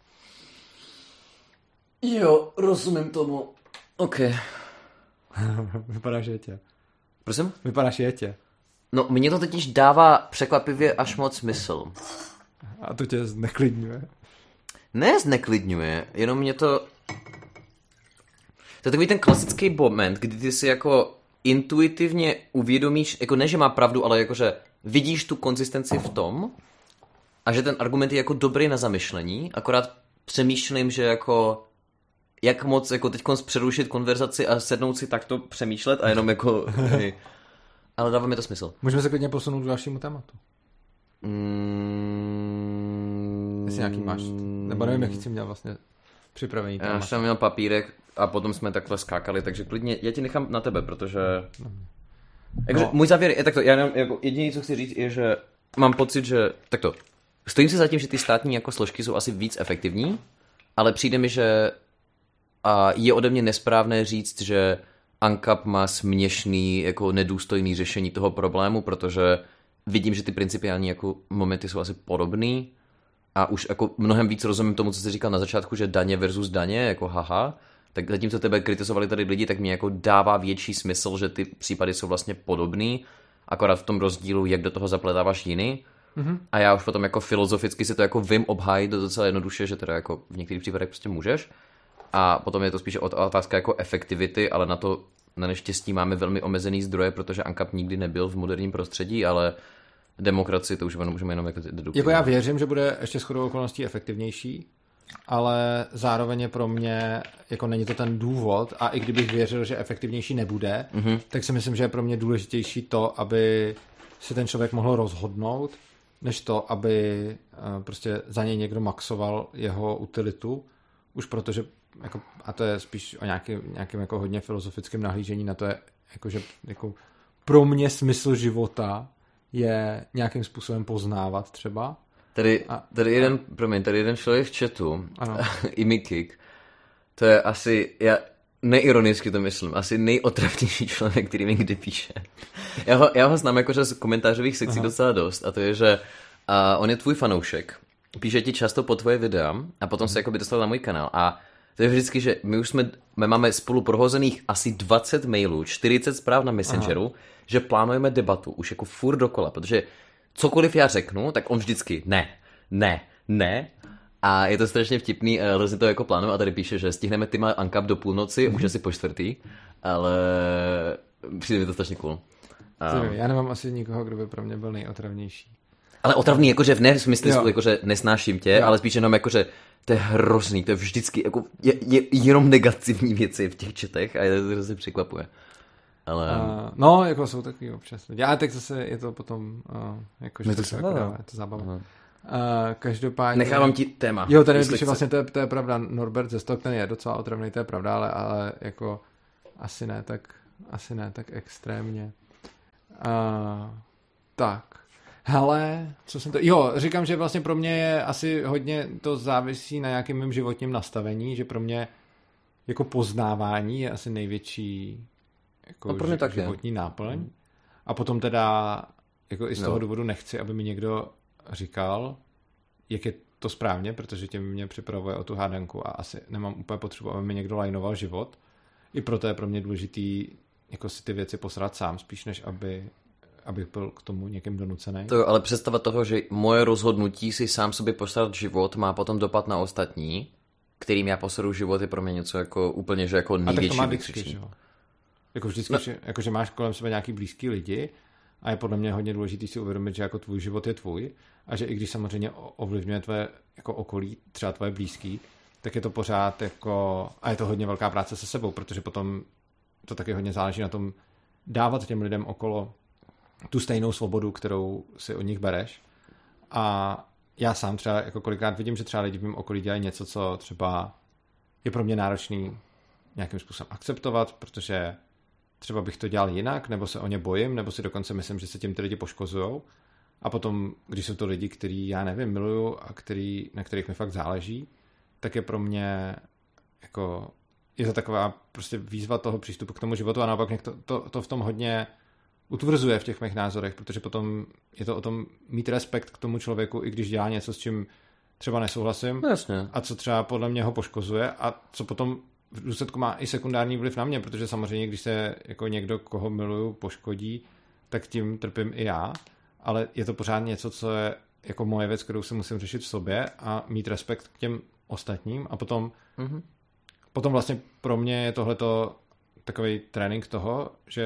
Jo, rozumím tomu. OK. Vypadáš jetě. Prosím? Vypadáš jetě. No, mně to totiž dává překvapivě až moc smysl. A to tě zneklidňuje? Ne, zneklidňuje, jenom mě to... To je takový ten klasický moment, kdy ty si jako intuitivně uvědomíš, jako ne, že má pravdu, ale jakože vidíš tu konzistenci v tom a že ten argument je jako dobrý na zamyšlení, akorát přemýšlím, že jako jak moc jako teď přerušit konverzaci a sednout si takto přemýšlet a jenom jako ale dává mi to smysl. Můžeme se klidně posunout k dalšímu tématu. Mm, Jestli nějaký máš, nebo nevím, jaký jsi měl vlastně připravený téma. Já jsem měl papírek a potom jsme takhle skákali, takže klidně, já ti nechám na tebe, protože jako, no. Můj závěr je takto, já nevím, jako jediné, co chci říct, je, že mám pocit, že takto, stojím si za tím, že ty státní jako složky jsou asi víc efektivní, ale přijde mi, že a je ode mě nesprávné říct, že ANCAP má směšný, jako nedůstojný řešení toho problému, protože vidím, že ty principiální jako momenty jsou asi podobný a už jako mnohem víc rozumím tomu, co jsi říkal na začátku, že daně versus daně, jako haha, tak zatímco tebe kritizovali tady lidi, tak mi jako dává větší smysl, že ty případy jsou vlastně podobný, akorát v tom rozdílu, jak do toho zapletáváš jiný. Mm-hmm. A já už potom jako filozoficky si to jako vím obhájit docela jednoduše, že teda jako v některých případech prostě můžeš. A potom je to spíše otázka jako efektivity, ale na to na neštěstí máme velmi omezený zdroje, protože ANCAP nikdy nebyl v moderním prostředí, ale demokracii to už můžeme jenom jako dedukovat. Jako já věřím, že bude ještě shodou okolností efektivnější, ale zároveň je pro mě, jako není to ten důvod a i kdybych věřil, že efektivnější nebude, mm-hmm. tak si myslím, že je pro mě důležitější to, aby si ten člověk mohl rozhodnout, než to, aby prostě za něj někdo maxoval jeho utilitu, už protože jako, a to je spíš o nějaký, nějakým jako hodně filozofickém nahlížení na to, je, jako, že jako pro mě smysl života je nějakým způsobem poznávat třeba. Tady, a, tady jeden, a... promiň, tady jeden člověk v chatu, Imikik, to je asi, já neironicky to myslím, asi nejotravnější člověk, který mi kdy píše. Já ho, já ho znám jakože z komentářových sekcí Aha. docela dost a to je, že a on je tvůj fanoušek, píše ti často po tvoje videa a potom hmm. se jakoby dostal na můj kanál a to je vždycky, že my už jsme, my máme spolu prohozených asi dvacet mailů, čtyřicet zpráv na Messengeru, Aha. že plánujeme debatu už jako furt dokola, protože cokoliv já řeknu, tak on vždycky ne, ne, ne a je to strašně vtipný, hrozně to jako plánujeme a tady píše, že stihneme Tima ANCAP do půlnoci, mm-hmm. už asi po čtvrtý, ale přijde mi to strašně cool. Um, já nemám asi nikoho, kdo by pro mě byl nejotravnější. Ale otravný, jakože v ne v smyslu, jakože nesnáším tě, jo. ale spíš jenom jakože to je hrozný, to je vždycky jako je, je jenom negativní věci v těch četech a je to se překvapuje. Ale... Uh, no, jako jsou takový občas lidi. Ale tak zase je to potom uh, jako, že to, to, jako dává, je to zábava. Uh, každopádně... Nechávám ti téma. Jo, tady píše vlastně, to je, to je pravda, Norbert ze Stock, ten je docela otravný, to je pravda, ale, ale jako asi ne tak, asi ne tak extrémně. Uh, tak. Hele, co jsem to... Jo, říkám, že vlastně pro mě je asi hodně to závisí na nějakém mém životním nastavení, že pro mě jako poznávání je asi největší jako pro mě ži- životní náplň. Hmm. A potom teda jako i z toho no. důvodu nechci, aby mi někdo říkal, jak je to správně, protože tím mě připravuje o tu hádanku a asi nemám úplně potřebu, aby mi někdo lajnoval život. I proto je pro mě důležitý jako si ty věci posrat sám, spíš než aby... abych byl k tomu někým donucený. To jo, ale představa toho, že moje rozhodnutí si sám sobě postarat život má potom dopad na ostatní, kterým já posadu život, je pro mě něco jako úplně, že jako největší. A tak to má vždycky, že jo? Jako vždycky, no. že, jako, že máš kolem sebe nějaký blízký lidi a je podle mě hodně důležitý si uvědomit, že jako tvůj život je tvůj a že i když samozřejmě ovlivňuje tvoje jako okolí, třeba tvoje blízký, tak je to pořád jako, a je to hodně velká práce se sebou, protože potom to taky hodně záleží na tom dávat těm lidem okolo tu stejnou svobodu, kterou si od nich bereš. A já sám třeba jako kolikrát vidím, že třeba lidi v mém okolí dělají něco, co třeba je pro mě náročný nějakým způsobem akceptovat, protože třeba bych to dělal jinak, nebo se o ně bojím, nebo si dokonce myslím, že se tím ty lidi poškozujou. A potom, když jsou to lidi, který já nevím, miluju a který, na kterých mi fakt záleží, tak je pro mě jako je to taková prostě výzva toho přístupu k tomu životu a naopak mě to, to, to v tom hodně utvrzuje v těch mých názorech, protože potom je to o tom mít respekt k tomu člověku, i když dělá něco, s čím třeba nesouhlasím. Jasně. A co třeba podle mě ho poškozuje a co potom v důsledku má i sekundární vliv na mě, protože samozřejmě, když se jako někdo, koho miluju, poškodí, tak tím trpím i já, ale je to pořád něco, co je jako moje věc, kterou si musím řešit v sobě a mít respekt k těm ostatním a potom mm-hmm. potom vlastně pro mě je tohleto takový trénink toho, že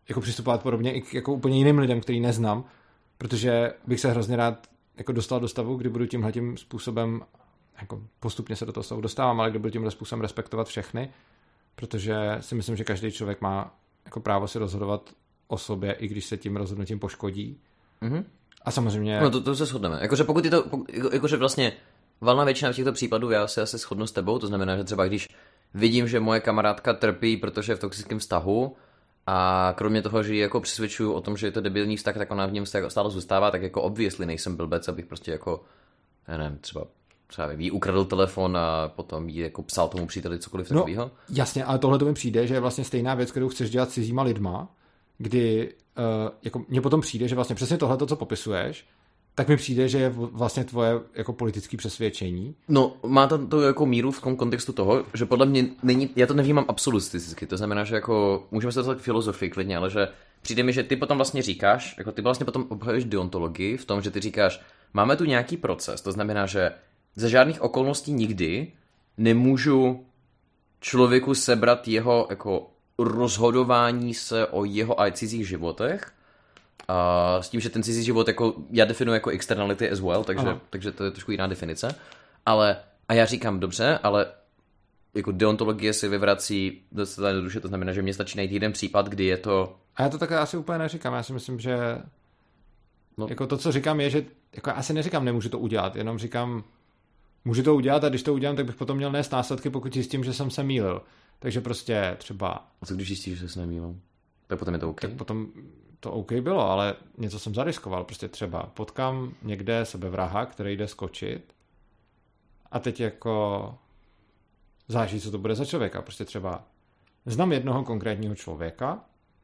jako přistupovat podobně i k jako úplně jiným lidem, který neznám, protože bych se hrozně rád jako dostal do stavu, kdy budu tímhletím způsobem, jako postupně se do toho stavu dostávám, ale kdy budu tímhle způsobem respektovat všechny, protože si myslím, že každý člověk má jako právo si rozhodovat o sobě, i když se tím rozhodnutím poškodí. Mm-hmm. A samozřejmě... No to, to se shodneme. Jakože pokud je to, jako, jakože vlastně valná většina v těchto případů já se asi shodnu s tebou, to znamená, že třeba když vidím, že moje kamarádka trpí, protože je v toxickém vztahu a kromě toho, že ji jako přesvědčuju o tom, že je to debilní vztah, tak ona v něm stále zůstává, tak jako obviously nejsem blbec, abych prostě jako, já nevím, třeba třeba jí ukradl telefon a potom jí jako psal tomu příteli cokoliv no, takového. Jasně, ale tohle to mi přijde, že je vlastně stejná věc, kterou chceš dělat s cizíma lidma, kdy uh, jako mně potom přijde, že vlastně přesně tohle, co popisuješ, tak mi přijde, že je vlastně tvoje jako politické přesvědčení. No, má to, to jako míru v tom kontextu toho, že podle mě není, já to nevnímám absolutisticky, to znamená, že jako můžeme se dostat k filozofii klidně, ale že přijde mi, že ty potom vlastně říkáš, jako ty vlastně potom obhajuješ deontologii v tom, že ty říkáš, máme tu nějaký proces, to znamená, že za žádných okolností nikdy nemůžu člověku sebrat jeho jako rozhodování se o jeho a cizích životech, a s tím, že ten cizí život jako já definuji jako externality as well, takže, takže to je trošku jiná definice. Ale, a já říkám dobře, ale jako deontologie si vyvrací docela jednoduše, to znamená, že mě stačí najít jeden případ, kdy je to... A já to také asi úplně neříkám, já si myslím, že no. Jako to, co říkám, je, že jako já asi neříkám, nemůžu to udělat, jenom říkám, můžu to udělat a když to udělám, tak bych potom měl nést následky, pokud zjistím, že jsem se mýlil. Takže prostě třeba... A co když zjistíš, že jsi nemýlil? Tak potom je to OK? Tak potom to OK bylo, ale něco jsem zariskoval. Prostě třeba potkám někde sebevraha, který jde skočit a teď jako záleží, co to bude za člověka. Prostě třeba znám jednoho konkrétního člověka,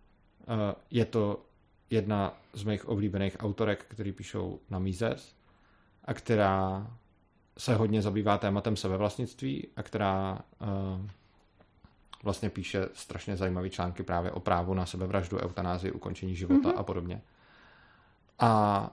je to jedna z mých oblíbených autorek, který píšou na Mises a která se hodně zabývá tématem sebevlastnictví a která uh, vlastně píše strašně zajímavý články právě o právu na sebevraždu, eutanázii, ukončení života mm-hmm. a podobně. A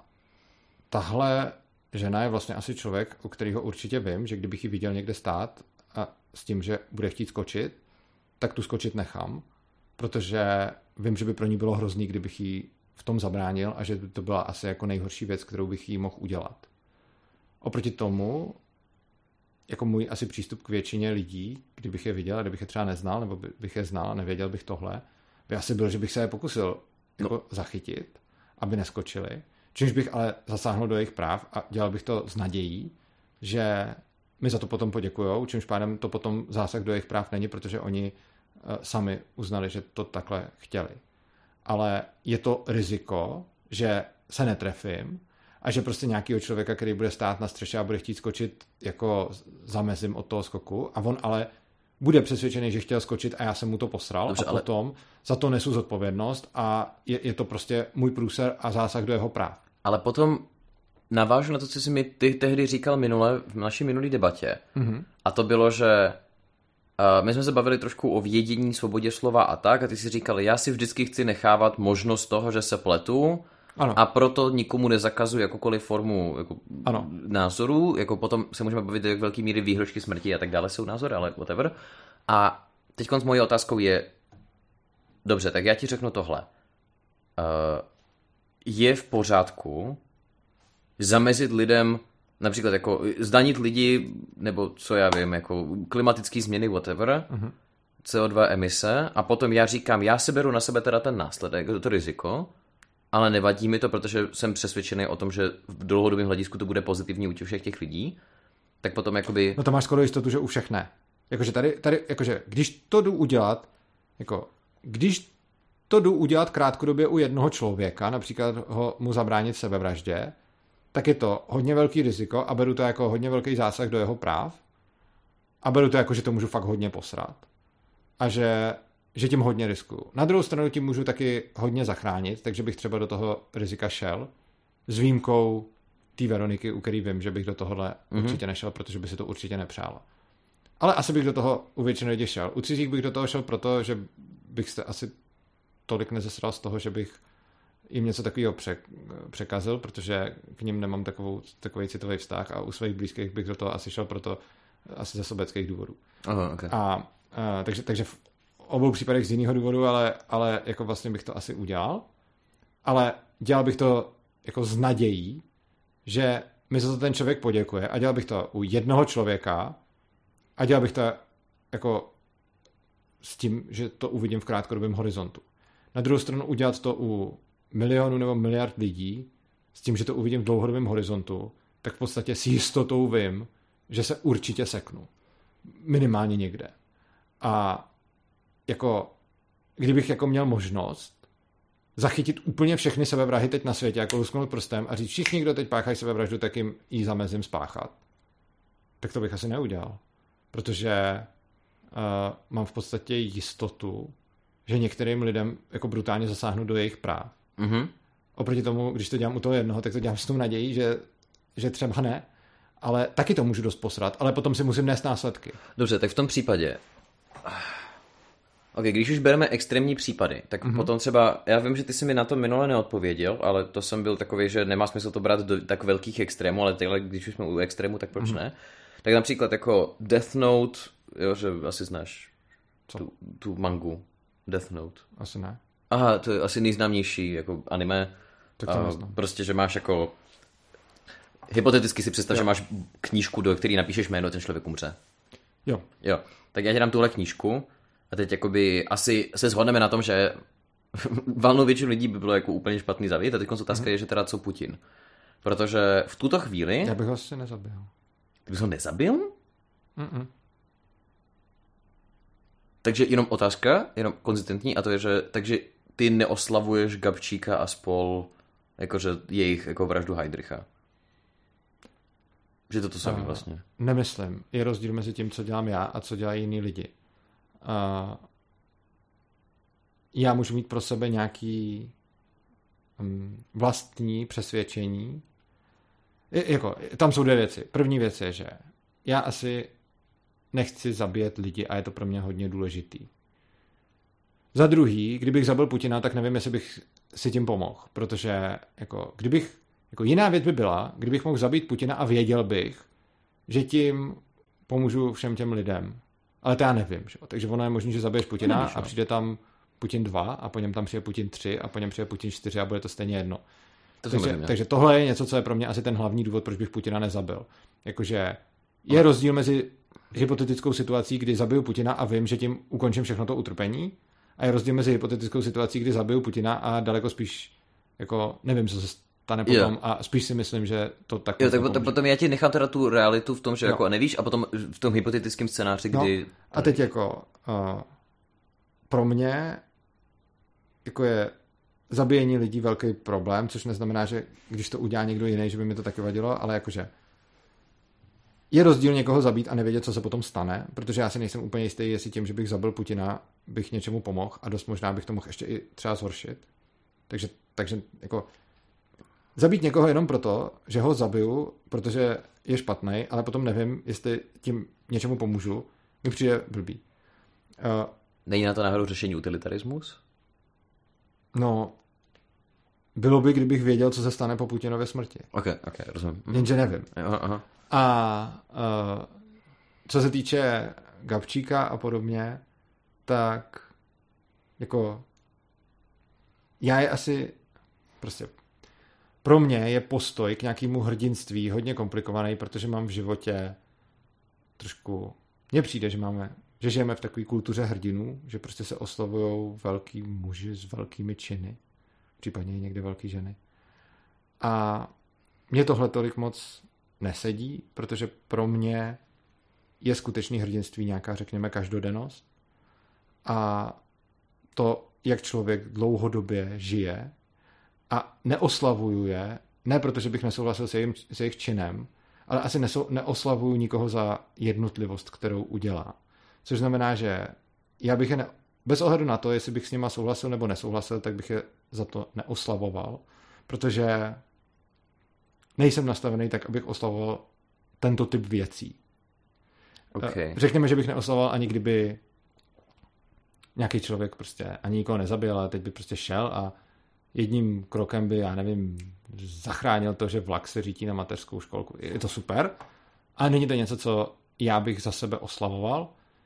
tahle žena je vlastně asi člověk, u kterého určitě vím, že kdybych ji viděl někde stát a s tím, že bude chtít skočit, tak tu skočit nechám, protože vím, že by pro ní bylo hrozný, kdybych jí v tom zabránil a že by to byla asi jako nejhorší věc, kterou bych jí mohl udělat. Oproti tomu, jako můj asi přístup k většině lidí, kdybych je viděl, kdybych je třeba neznal, nebo bych je znal a nevěděl bych tohle, by asi byl, že bych se je pokusil jako no. zachytit, aby neskočili, čímž bych ale zasáhnul do jejich práv a dělal bych to s nadějí, že mi za to potom poděkujou, čímž pádem to potom zásah do jejich práv není, protože oni uh, sami uznali, že to takhle chtěli. Ale je to riziko, že se netrefím, a že prostě nějakýho člověka, který bude stát na střeše a bude chtít skočit, jako zamezím od toho skoku a on ale bude přesvědčený, že chtěl skočit a já jsem mu to posral. Dobře, a potom ale... za to nesu zodpovědnost a je, je to prostě můj průser a zásah do jeho práv. Ale potom navážu na to, co jsi mi ty tehdy říkal minule v naší minulý debatě. Mm-hmm. A to bylo, že uh, my jsme se bavili trošku o vědění, svobodě slova a tak a ty si říkal, já si vždycky chci nechávat možnost toho, že se pletu. Ano. A proto nikomu nezakazuji jakoukoliv formu jako názoru, jako potom se můžeme bavit, jak velký míry výhročky smrti a tak dále jsou názory, ale whatever. A teď s mojí otázkou je, dobře, tak já ti řeknu tohle. Uh, je v pořádku zamezit lidem, například jako zdanit lidi, nebo co já vím, jako klimatické změny, whatever, uh-huh. C O dva emise a potom já říkám, já si beru na sebe teda ten následek, to riziko, ale nevadí mi to, protože jsem přesvědčený o tom, že v dlouhodobém hledisku to bude pozitivní u všech těch lidí, tak potom jakoby... No to máš skoro jistotu, že u všech ne. Jakože tady, tady, jakože když to jdu udělat, jako když to jdu udělat krátkodobě u jednoho člověka, například ho mu zabránit v sebevraždě, tak je to hodně velký riziko a beru to jako hodně velký zásah do jeho práv a beru to jako, že to můžu fakt hodně posrat. A že... že tím hodně riskuju. Na druhou stranu tím můžu taky hodně zachránit, takže bych třeba do toho rizika šel, s výjimkou té Veroniky, u který vím, že bych do tohohle mm-hmm. určitě nešel, protože by si to určitě nepřála. Ale asi bych do toho u většiny lidí šel. U cizích bych do toho šel proto, že bych se asi tolik nezesral z toho, že bych jim něco takového překazil, protože k nim nemám takovou, takový citový vztah a u svých blízkých bych do toho asi šel proto asi ze sobeckých důvodů. Aha, okay. a, a takže, takže obou případech z jiného důvodu, ale, ale jako vlastně bych to asi udělal. Ale dělal bych to jako s nadějí, že mi za to ten člověk poděkuje a dělal bych to u jednoho člověka a dělal bych to jako s tím, že to uvidím v krátkodobém horizontu. Na druhou stranu udělat to u milionu nebo miliard lidí s tím, že to uvidím v dlouhodobém horizontu, tak v podstatě s jistotou vím, že se určitě seknu. Minimálně někde. A jako, kdybych jako měl možnost zachytit úplně všechny sebevrahy teď na světě, jako lusknout prstem a říct, všichni, kdo teď páchají sebevraždu, tak jim ji zamezím spáchat, tak to bych asi neudělal. Protože uh, mám v podstatě jistotu, že některým lidem jako brutálně zasáhnu do jejich práv. Mm-hmm. Oproti tomu, když to dělám u toho jednoho, tak to dělám s tou nadějí, že, že třeba ne, ale taky to můžu dost posrat, ale potom si musím nést následky. Dobře, tak v tom případě... Ok, když už bereme extrémní případy, tak mm-hmm. potom třeba, já vím, že ty jsi mi na to minule neodpověděl, ale to jsem byl takový, že nemá smysl to brát do tak velkých extrémů, ale tyhle, když už jsme u extrému, tak proč mm-hmm. ne? Tak například jako Death Note, jo, že asi znáš tu, tu mangu Death Note. Asi ne. Aha, to je asi nejznámější jako anime. Tak to neznám. Prostě, že máš jako... Hypoteticky si představ, jo. že máš knížku, do které napíšeš jméno, ten člověk umře. Jo. Jo. Tak já ti dám tuhle knížku a teď jakoby asi se shodneme na tom, že valnou většinu lidí by bylo jako úplně špatný zabít a teď otázka mm-hmm. je, že teda co Putin. Protože v tuto chvíli... Já bych ho asi nezabil. Ty bys ho nezabil? Mm-mm. Takže jenom otázka, jenom konzistentní, a to je, že takže ty neoslavuješ Gabčíka a spol, jakože jejich jako vraždu Heydricha. Že to to samé vlastně. Nemyslím. Je rozdíl mezi tím, co dělám já a co dělají jiní lidi. Uh, já můžu mít pro sebe nějaký um, vlastní přesvědčení. Je, jako, tam jsou dvě věci. První věc je, že já asi nechci zabíjet lidi a je to pro mě hodně důležitý. Za druhý, kdybych zabil Putina, tak nevím, jestli bych si tím pomohl, protože jako, kdybych, jako jiná věc by byla, kdybych mohl zabít Putina a věděl bych, že tím pomůžu všem těm lidem. Ale to já nevím. Že? Takže ono je možné, že zabiješ Putina Nevíš, a přijde tam Putin dva a po něm tam přijde Putin tři a po něm přijde Putin čtyři a bude to stejně jedno. To takže, takže tohle je něco, co je pro mě asi ten hlavní důvod, proč bych Putina nezabil. Jakože je no. rozdíl mezi hypotetickou situací, kdy zabiju Putina a vím, že tím ukončím všechno to utrpení, a je rozdíl mezi hypotetickou situací, kdy zabiju Putina a daleko spíš jako nevím, co se stane potom jo. a spíš si myslím, že to tak. Jo, tak potom, potom já ti nechám teda tu realitu v tom, že jo. jako nevíš a potom v tom hypotetickém scénáři, kdy... No, a teď jako uh, pro mě jako je zabíjení lidí velký problém, což neznamená, že když to udělá někdo jiný, že by mi to taky vadilo, ale jakože je rozdíl někoho zabít a nevědět, co se potom stane, protože já si nejsem úplně jistý, jestli tím, že bych zabil Putina, bych něčemu pomohl a dost možná bych to mohl ještě i třeba zhoršit. Takže, takže jako zabít někoho jenom proto, že ho zabiju, protože je špatný, ale potom nevím, jestli tím něčemu pomůžu, mi přijde blbý. Uh, Není na to náhodou řešení utilitarismus? No, bylo by, kdybych věděl, co se stane po Putinově smrti. Ok, ok, rozumím. Jenže nevím. Aha, aha. A uh, co se týče Gabčíka a podobně, tak jako já je asi prostě pro mě je postoj k nějakému hrdinství hodně komplikovaný, protože mám v životě trošku, mně přijde, že máme, že žijeme v takové kultuře hrdinů, že prostě se oslavujou velký muži s velkými činy, případně i někde velký ženy. A mě tohle tolik moc nesedí, protože pro mě je skutečný hrdinství nějaká, řekněme, každodennost. A to, jak člověk dlouhodobě žije a neoslavuju je, ne protože bych nesouhlasil s jejich, s jejich činem, ale asi nesou, neoslavuju nikoho za jednotlivost, kterou udělá. Což znamená, že já bych je ne, bez ohledu na to, jestli bych s nima souhlasil nebo nesouhlasil, tak bych je za to neoslavoval, protože nejsem nastavený tak, abych oslavoval tento typ věcí. Okay. Řekněme, že bych neoslavoval ani kdyby nějaký člověk prostě ani nikoho nezabil, ale teď by prostě šel a jedním krokem by, já nevím, zachránil to, že vlak se řítí na mateřskou školku. Je to super, ale není to něco, co já bych za sebe oslavoval.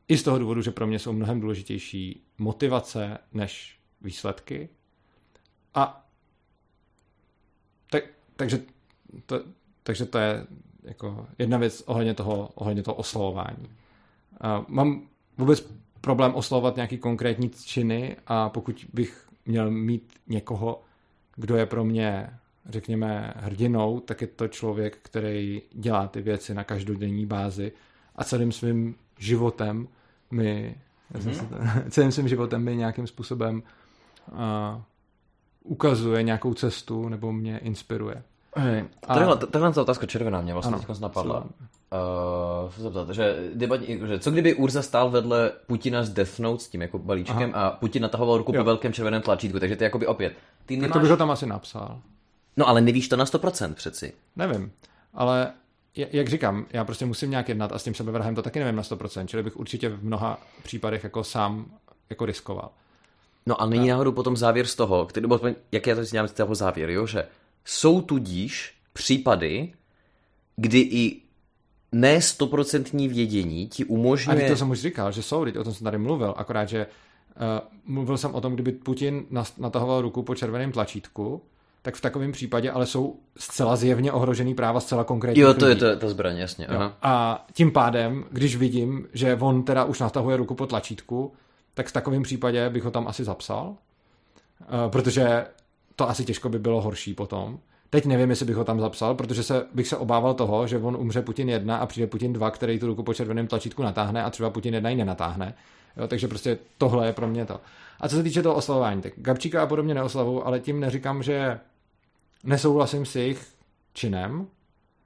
i z toho důvodu, že pro mě jsou mnohem důležitější motivace než výsledky. A tak, takže, to, takže to je jako jedna věc ohledně toho, ohledně toho oslavování. A mám vůbec problém oslavovat nějaký konkrétní činy a pokud bych měl mít někoho, kdo je pro mě, řekněme, hrdinou, tak je to člověk, který dělá ty věci na každodenní bázi a celým svým životem mi mm-hmm. celým svým životem mi nějakým způsobem uh, ukazuje nějakou cestu nebo mě inspiruje. Hey, a... Tahle, tahle otázka červená mě vlastně teď napadla. Uh, se zeptat, že, že co kdyby Urza stál vedle Putina s Death Note s tím jako balíčkem Aha. a Putin natahoval ruku jo. po velkém červeném tlačítku, takže ty jakoby opět. Ty nemáš... Tak to bych ho tam asi napsal. No ale nevíš to na sto procent přeci. Nevím, ale jak říkám, já prostě musím nějak jednat a s tím sebevrhem to taky nevím na sto procent, čili bych určitě v mnoha případech jako sám jako riskoval. No a není náhodou potom závěr z toho, který, jak já to dělám z toho závěr, jo, že jsou tudíž případy, kdy i ne stoprocentní vědění ti umožňuje... A to jsem už říkal, že jsou, o tom jsem tady mluvil, akorát, že uh, mluvil jsem o tom, kdyby Putin natahoval ruku po červeném tlačítku, tak v takovém případě ale jsou zcela zjevně ohrožený práva zcela konkrétně. Jo, to lidí. Je to, ta zbraň, jasně. Aha. A tím pádem, když vidím, že on teda už natahuje ruku po tlačítku, tak v takovém případě bych ho tam asi zapsal, uh, protože to asi těžko by bylo horší potom. Teď nevím, jestli bych ho tam zapsal, protože se, bych se obával toho, že on umře Putin jedna a přijde Putin dva, který tu ruku po červeném tlačítku natáhne a třeba Putin jedna ji nenatáhne. Jo, takže prostě tohle je pro mě to. A co se týče toho oslavování, tak Gabčíka a podobně neoslavuju, ale tím neříkám, že nesouhlasím s jejich činem. Uh,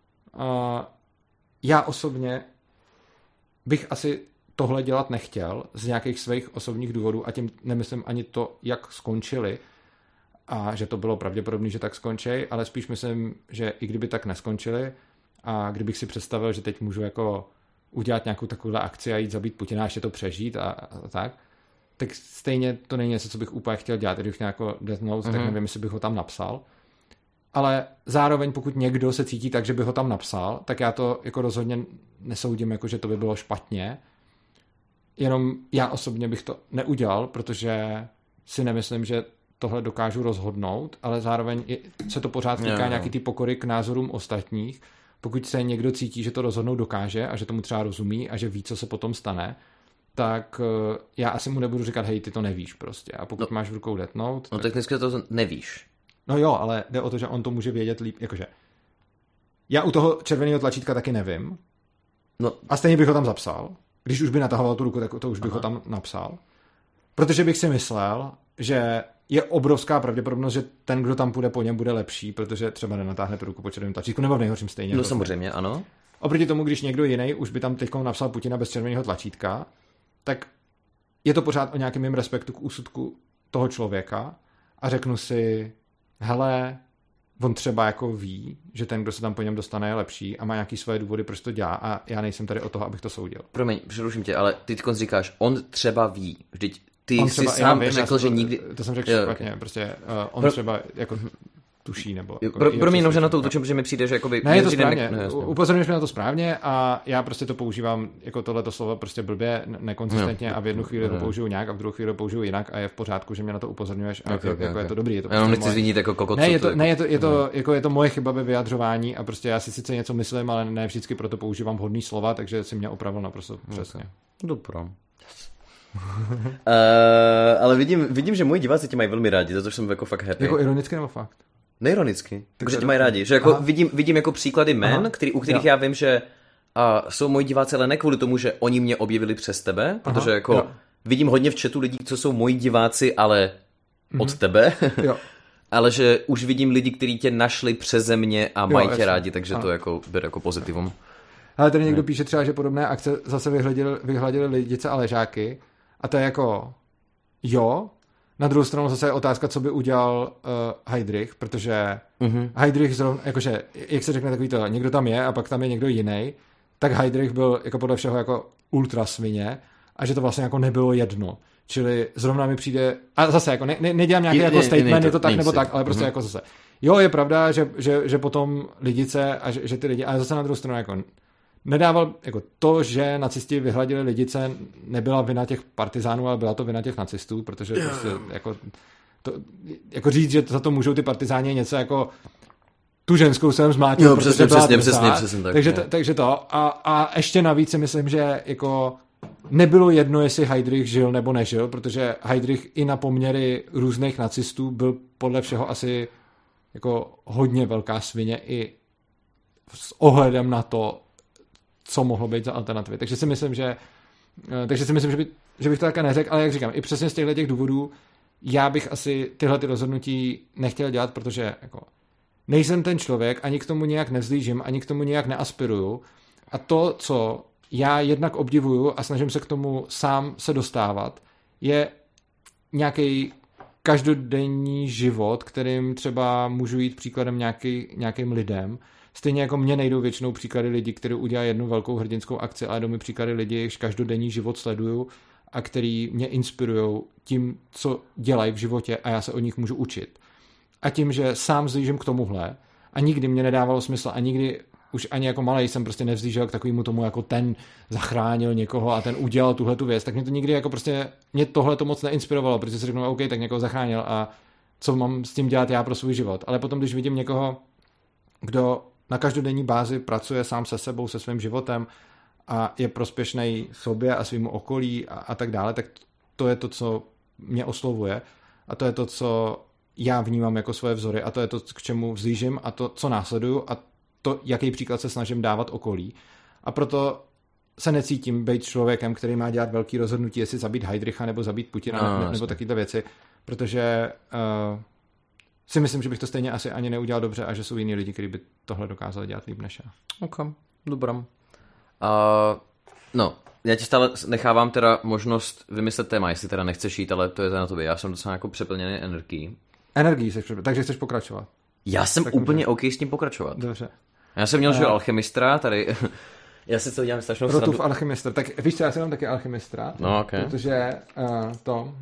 já osobně bych asi tohle dělat nechtěl z nějakých svých osobních důvodů a tím nemyslím ani to, jak skončili, a že to bylo pravděpodobné, že tak skončí, ale spíš myslím, že i kdyby tak neskončili a kdybych si představil, že teď můžu jako udělat nějakou takovouhle akci a jít zabít Putina a ještě to přežít a, a tak, tak stejně to není něco, co bych úplně chtěl dělat. Kdybych měl jako Death Note, mm-hmm. tak nevím, jestli bych ho tam napsal. Ale zároveň, pokud někdo se cítí tak, že by ho tam napsal, tak já to jako rozhodně nesoudím, jako že to by bylo špatně. Jenom já osobně bych to neudělal, protože si nemyslím, že tohle dokážu rozhodnout, ale zároveň se to pořád týká yeah. nějaký ty pokory k názorům ostatních. Pokud se někdo cítí, že to rozhodnout dokáže a že tomu třeba rozumí a že ví, co se potom stane, tak já asi mu nebudu říkat, hej, ty to nevíš prostě. A pokud no, máš v rukou Death Note... No tak dneska to nevíš. No jo, ale jde o to, že on to může vědět líp. Jakože já u toho červeného tlačítka taky nevím. No. A stejně bych ho tam zapsal. Když už by natahoval tu ruku, tak to už bych Aha. ho tam napsal. Protože bych si myslel, že je obrovská pravděpodobnost, že ten, kdo tam půjde po něm, bude lepší, protože třeba nenatáhne tu ruku po červeném tlačítku, nebo v nejhorším stejně. No samozřejmě, ano. Oproti tomu, když někdo jiný už by tam teď napsal Putina bez červeného tlačítka, tak je to pořád o nějakém mým respektu k úsudku toho člověka a řeknu si, hele, on třeba jako ví, že ten, kdo se tam po něm dostane, je lepší a má nějaký své důvody, proč to dělá a já nejsem tady o toho, abych to soudil. Promiň, přeruším tě, ale ty teď říkáš, on třeba ví, vždyť ty on jsi třeba, sám vím, řekl, to, že nikdy... To jsem řekl špatně, okay. prostě uh, on Pro... třeba jako tuší, nebo... Jako pro, pro mě jenom, že na to útočím, protože mi přijde, že jakoby... Ne, je to správně, ne, upozorňuješ mi na to správně a já prostě to používám jako tohleto slovo prostě blbě, nekonzistentně no. a v jednu chvíli no. to použiju nějak a v druhou chvíli to použiju jinak a je v pořádku, že mě na to upozorňuješ a okay, jako okay. je to dobrý. Je to já prostě nechci moje... zvinit jako kokot. Ne, je to, ne, je to, je to, jako je to moje chyba ve vyjadřování a prostě já si sice něco myslím, ale ne vždycky proto používám vhodný slova, takže si mě opravil naprosto přesně. Dobrá. uh, ale vidím, vidím, že moji diváci tě mají velmi rádi, za to jsem jako fakt happy. Jako ironicky nebo fakt? Neironicky, takže tě mají rádi. Že jako vidím, vidím jako příklady men, který, u kterých jo. já vím, že uh, jsou moji diváci, ale ne kvůli tomu, že oni mě objevili přes tebe, Aha, protože jako jo. vidím hodně v chatu lidí, co jsou moji diváci, ale mm-hmm. od tebe. Jo. Ale že už vidím lidi, kteří tě našli přeze mě a mají jo, tě rádi, takže ano. to jako beru jako pozitivum. Ale tady někdo píše třeba, že podobné akce zase vyhladili, vyhladili lidice a ležáky. A to je jako jo. Na druhou stranu zase je otázka, co by udělal uh, Heydrich, protože uh-huh. Heydrich zrovna, jakože, jak se řekne takový to, někdo tam je a pak tam je někdo jiný, tak Heydrich byl jako podle všeho jako ultra svině a že to vlastně jako nebylo jedno. Čili zrovna mi přijde, a zase jako ne, ne, nedělám nějaký je, jako statement, je, je to tak nebo tak, ale prostě uh-huh. jako zase. Jo, je pravda, že, že, že potom lidice a že, že ty lidi, ale zase na druhou stranu jako nedával, jako to, že nacisti vyhladili Lidice, nebyla vina těch partizánů, ale byla to vina těch nacistů, protože prostě jako, to, jako říct, že za to můžou ty partizáni něco jako tu ženskou jsem zmlátil, jo, přesně, přesně, přesně, přesně, tak, takže, t- takže to. A, a ještě navíc si myslím, že jako nebylo jedno, jestli Heydrich žil nebo nežil, protože Heydrich i na poměry různých nacistů byl podle všeho asi jako hodně velká svině i s ohledem na to, co mohlo být za alternativy. Takže si myslím, že takže si myslím, že, by, že bych to také neřekl, ale jak říkám, i přesně z těchto těch důvodů já bych asi tyhle ty rozhodnutí nechtěl dělat, protože jako nejsem ten člověk, ani k tomu nějak nevzlížím, ani k tomu nějak neaspiruju. A to, co já jednak obdivuju a snažím se k tomu sám se dostávat, je nějaký každodenní život, kterým třeba můžu jít příkladem nějaký, nějakým lidem. Stejně jako mě nejdou většinou příklady lidí, kteří udělají jednu velkou hrdinskou akci, ale jdou mi příklady lidí, jejichž každodenní život sleduju a který mě inspirují tím, co dělají v životě a já se od nich můžu učit. A tím, že sám vzlížím k tomuhle a nikdy mě nedávalo smysl a nikdy už ani jako malej jsem prostě nevzlížel k takovému tomu, jako ten zachránil někoho a ten udělal tuhle tu věc, tak mě to nikdy jako prostě, mě tohle to moc neinspirovalo, protože si řeknu, OK, tak někoho zachránil a co mám s tím dělat já pro svůj život. Ale potom, když vidím někoho, kdo na každodenní bázi pracuje sám se sebou, se svým životem a je prospěšný sobě a svýmu okolí a, a tak dále, tak to je to, co mě oslovuje a to je to, co já vnímám jako svoje vzory a to je to, k čemu vzlížím a to, co následuju a to, jaký příklad se snažím dávat okolí. A proto se necítím být člověkem, který má dělat velký rozhodnutí, jestli zabít Heydricha nebo zabít Putina no, nebo, nebo takovéhle věci, protože uh, si myslím, že bych to stejně asi ani neudělal dobře a že jsou jiní lidi, kteří by tohle dokázali dělat líp než já. Ok, dobrá. Uh, no, já ti stále nechávám teda možnost vymyslet téma, jestli teda nechceš jít, ale to je na tobě. Já jsem docela jako přeplněný energií. Energií jsi přeplněný, takže chceš pokračovat. Já jsem tak úplně může... OK s tím pokračovat. Dobře. Já jsem měl, že alchemistra, tady... Já si to dělám strašnou srandu. Rotův alchemistra. Tak víš co, já jsem mám taky alchemistra. No, okay. Protože uh, to...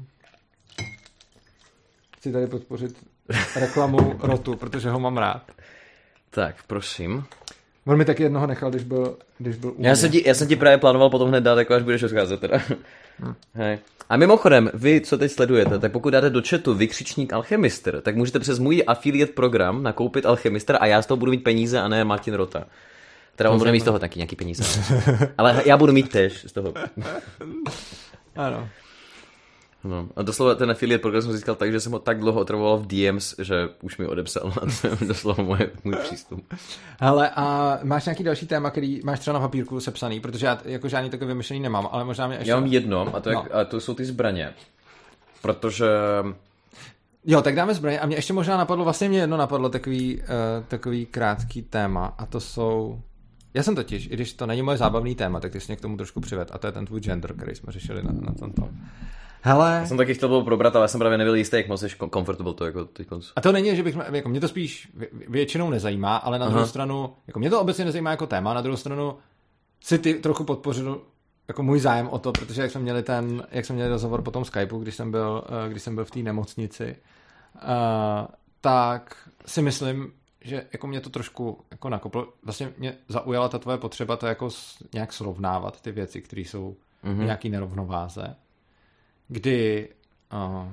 Chci tady podpořit reklamu Rotu, protože ho mám rád. Tak, prosím. On mi taky jednoho nechal, když byl, když byl já jsem, ti, já jsem ti právě plánoval potom hned dát, jako až budeš odcházet teda. Hmm. Hej. A mimochodem, vy, co teď sledujete, tak pokud dáte do chatu vykřičník Alchemistr, tak můžete přes můj affiliate program nakoupit Alchemistr a já z toho budu mít peníze a ne Martin Rota. Teda on bude mít z toho taky nějaký peníze. Ale já budu mít tež z toho. Ano. No. A doslova ten affiliate program jsem získal tak, že jsem ho tak dlouho otravoval v D Ms, že už mi odepsal na doslova moje, můj přístup. Hele, a máš nějaký další téma, který máš třeba na papírku sepsaný, protože já jako žádný takový vymyšlený nemám, ale možná mě ještě... Já mám jedno a to, jak, no. a to jsou ty zbraně. Protože... Jo, tak dáme zbraně a mě ještě možná napadlo, vlastně mě jedno napadlo takový, uh, takový krátký téma a to jsou... Já jsem totiž, i když to není moje zábavný téma, tak ty jsi mě k tomu trošku přived a to je ten tvůj gender, který jsme řešili na, na tomto. Hele. Já jsem taky chtěl bylo probrat, ale já jsem právě nebyl jistý, jak moc jsi comfortable to jako teď konc. A to není, že bych, jako mě to spíš většinou nezajímá, ale na Aha. druhou stranu, jako mě to obecně nezajímá jako téma, na druhou stranu si ty trochu podpořil jako můj zájem o to, protože jak jsme měli ten, jak jsme měli rozhovor po tom Skypeu, když jsem byl, když jsem byl v té nemocnici, uh, tak si myslím, že jako mě to trošku jako nakoplo. Vlastně mě zaujala ta tvoje potřeba to jako nějak srovnávat ty věci, které jsou mm-hmm. v nějaký nerovnováze. Kdy uh,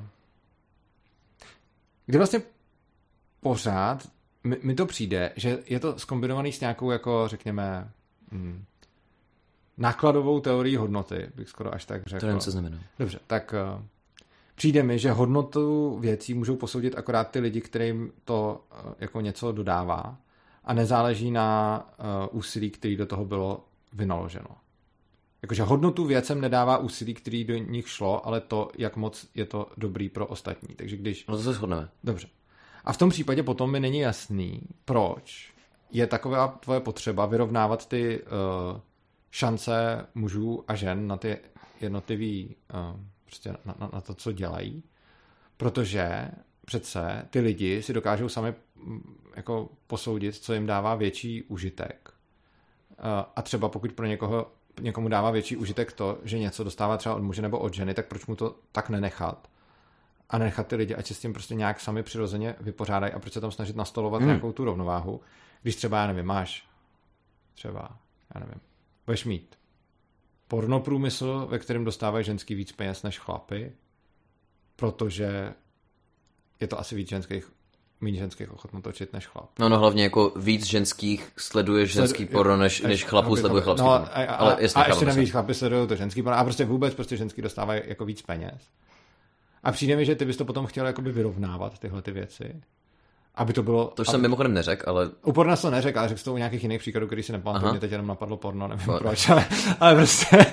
kdy vlastně pořád mi, mi to přijde, že je to zkombinovaný s nějakou jako řekněme hm, nákladovou teorií hodnoty, bych skoro až tak řekl. To nevím, co znamená. Dobře, tak uh, přijde mi, že hodnotu věcí můžou posoudit akorát ty lidi, kterým to uh, jako něco dodává a nezáleží na uh, úsilí, který do toho bylo vynaloženo. Jakože hodnotu věcem nedává úsilí, který do nich šlo, ale to, jak moc je to dobrý pro ostatní. Takže když... No to se shodneme. Dobře. A v tom případě potom mi není jasný, proč je taková tvoje potřeba vyrovnávat ty uh, šance mužů a žen na ty jednotlivý, uh, prostě na, na, na to, co dělají. Protože přece ty lidi si dokážou sami jako posoudit, co jim dává větší užitek. Uh, a třeba pokud pro někoho někomu dává větší užitek to, že něco dostává třeba od muže nebo od ženy, tak proč mu to tak nenechat? A nenechat ty lidi, ať se s tím prostě nějak sami přirozeně vypořádají a proč se tam snažit nastolovat hmm. nějakou tu rovnováhu, když třeba, já nevím, máš třeba, já nevím, budeš mít pornoprůmysl, ve kterém dostávají ženský víc peněz než chlapy, protože je to asi víc ženských, méně ženských ochotno točit než chlap. No, no hlavně jako víc ženských sleduje ženský Sled, porno, než, než chlapů sleduje chlapský no, porno. A, a, Ale jasně, a ještě navíc chlapy sledují to ženský porno a prostě vůbec prostě ženský dostávají jako víc peněz. A přijde mi, že ty bys to potom chtěl jakoby vyrovnávat tyhle ty věci. Aby to bylo... To už aby... jsem mimochodem neřekl, ale... U porna to neřekl, ale řekl to u nějakých jiných příkladů, který si nepamatuju, mě teď jenom napadlo porno, nevím But. proč, ale, ale prostě...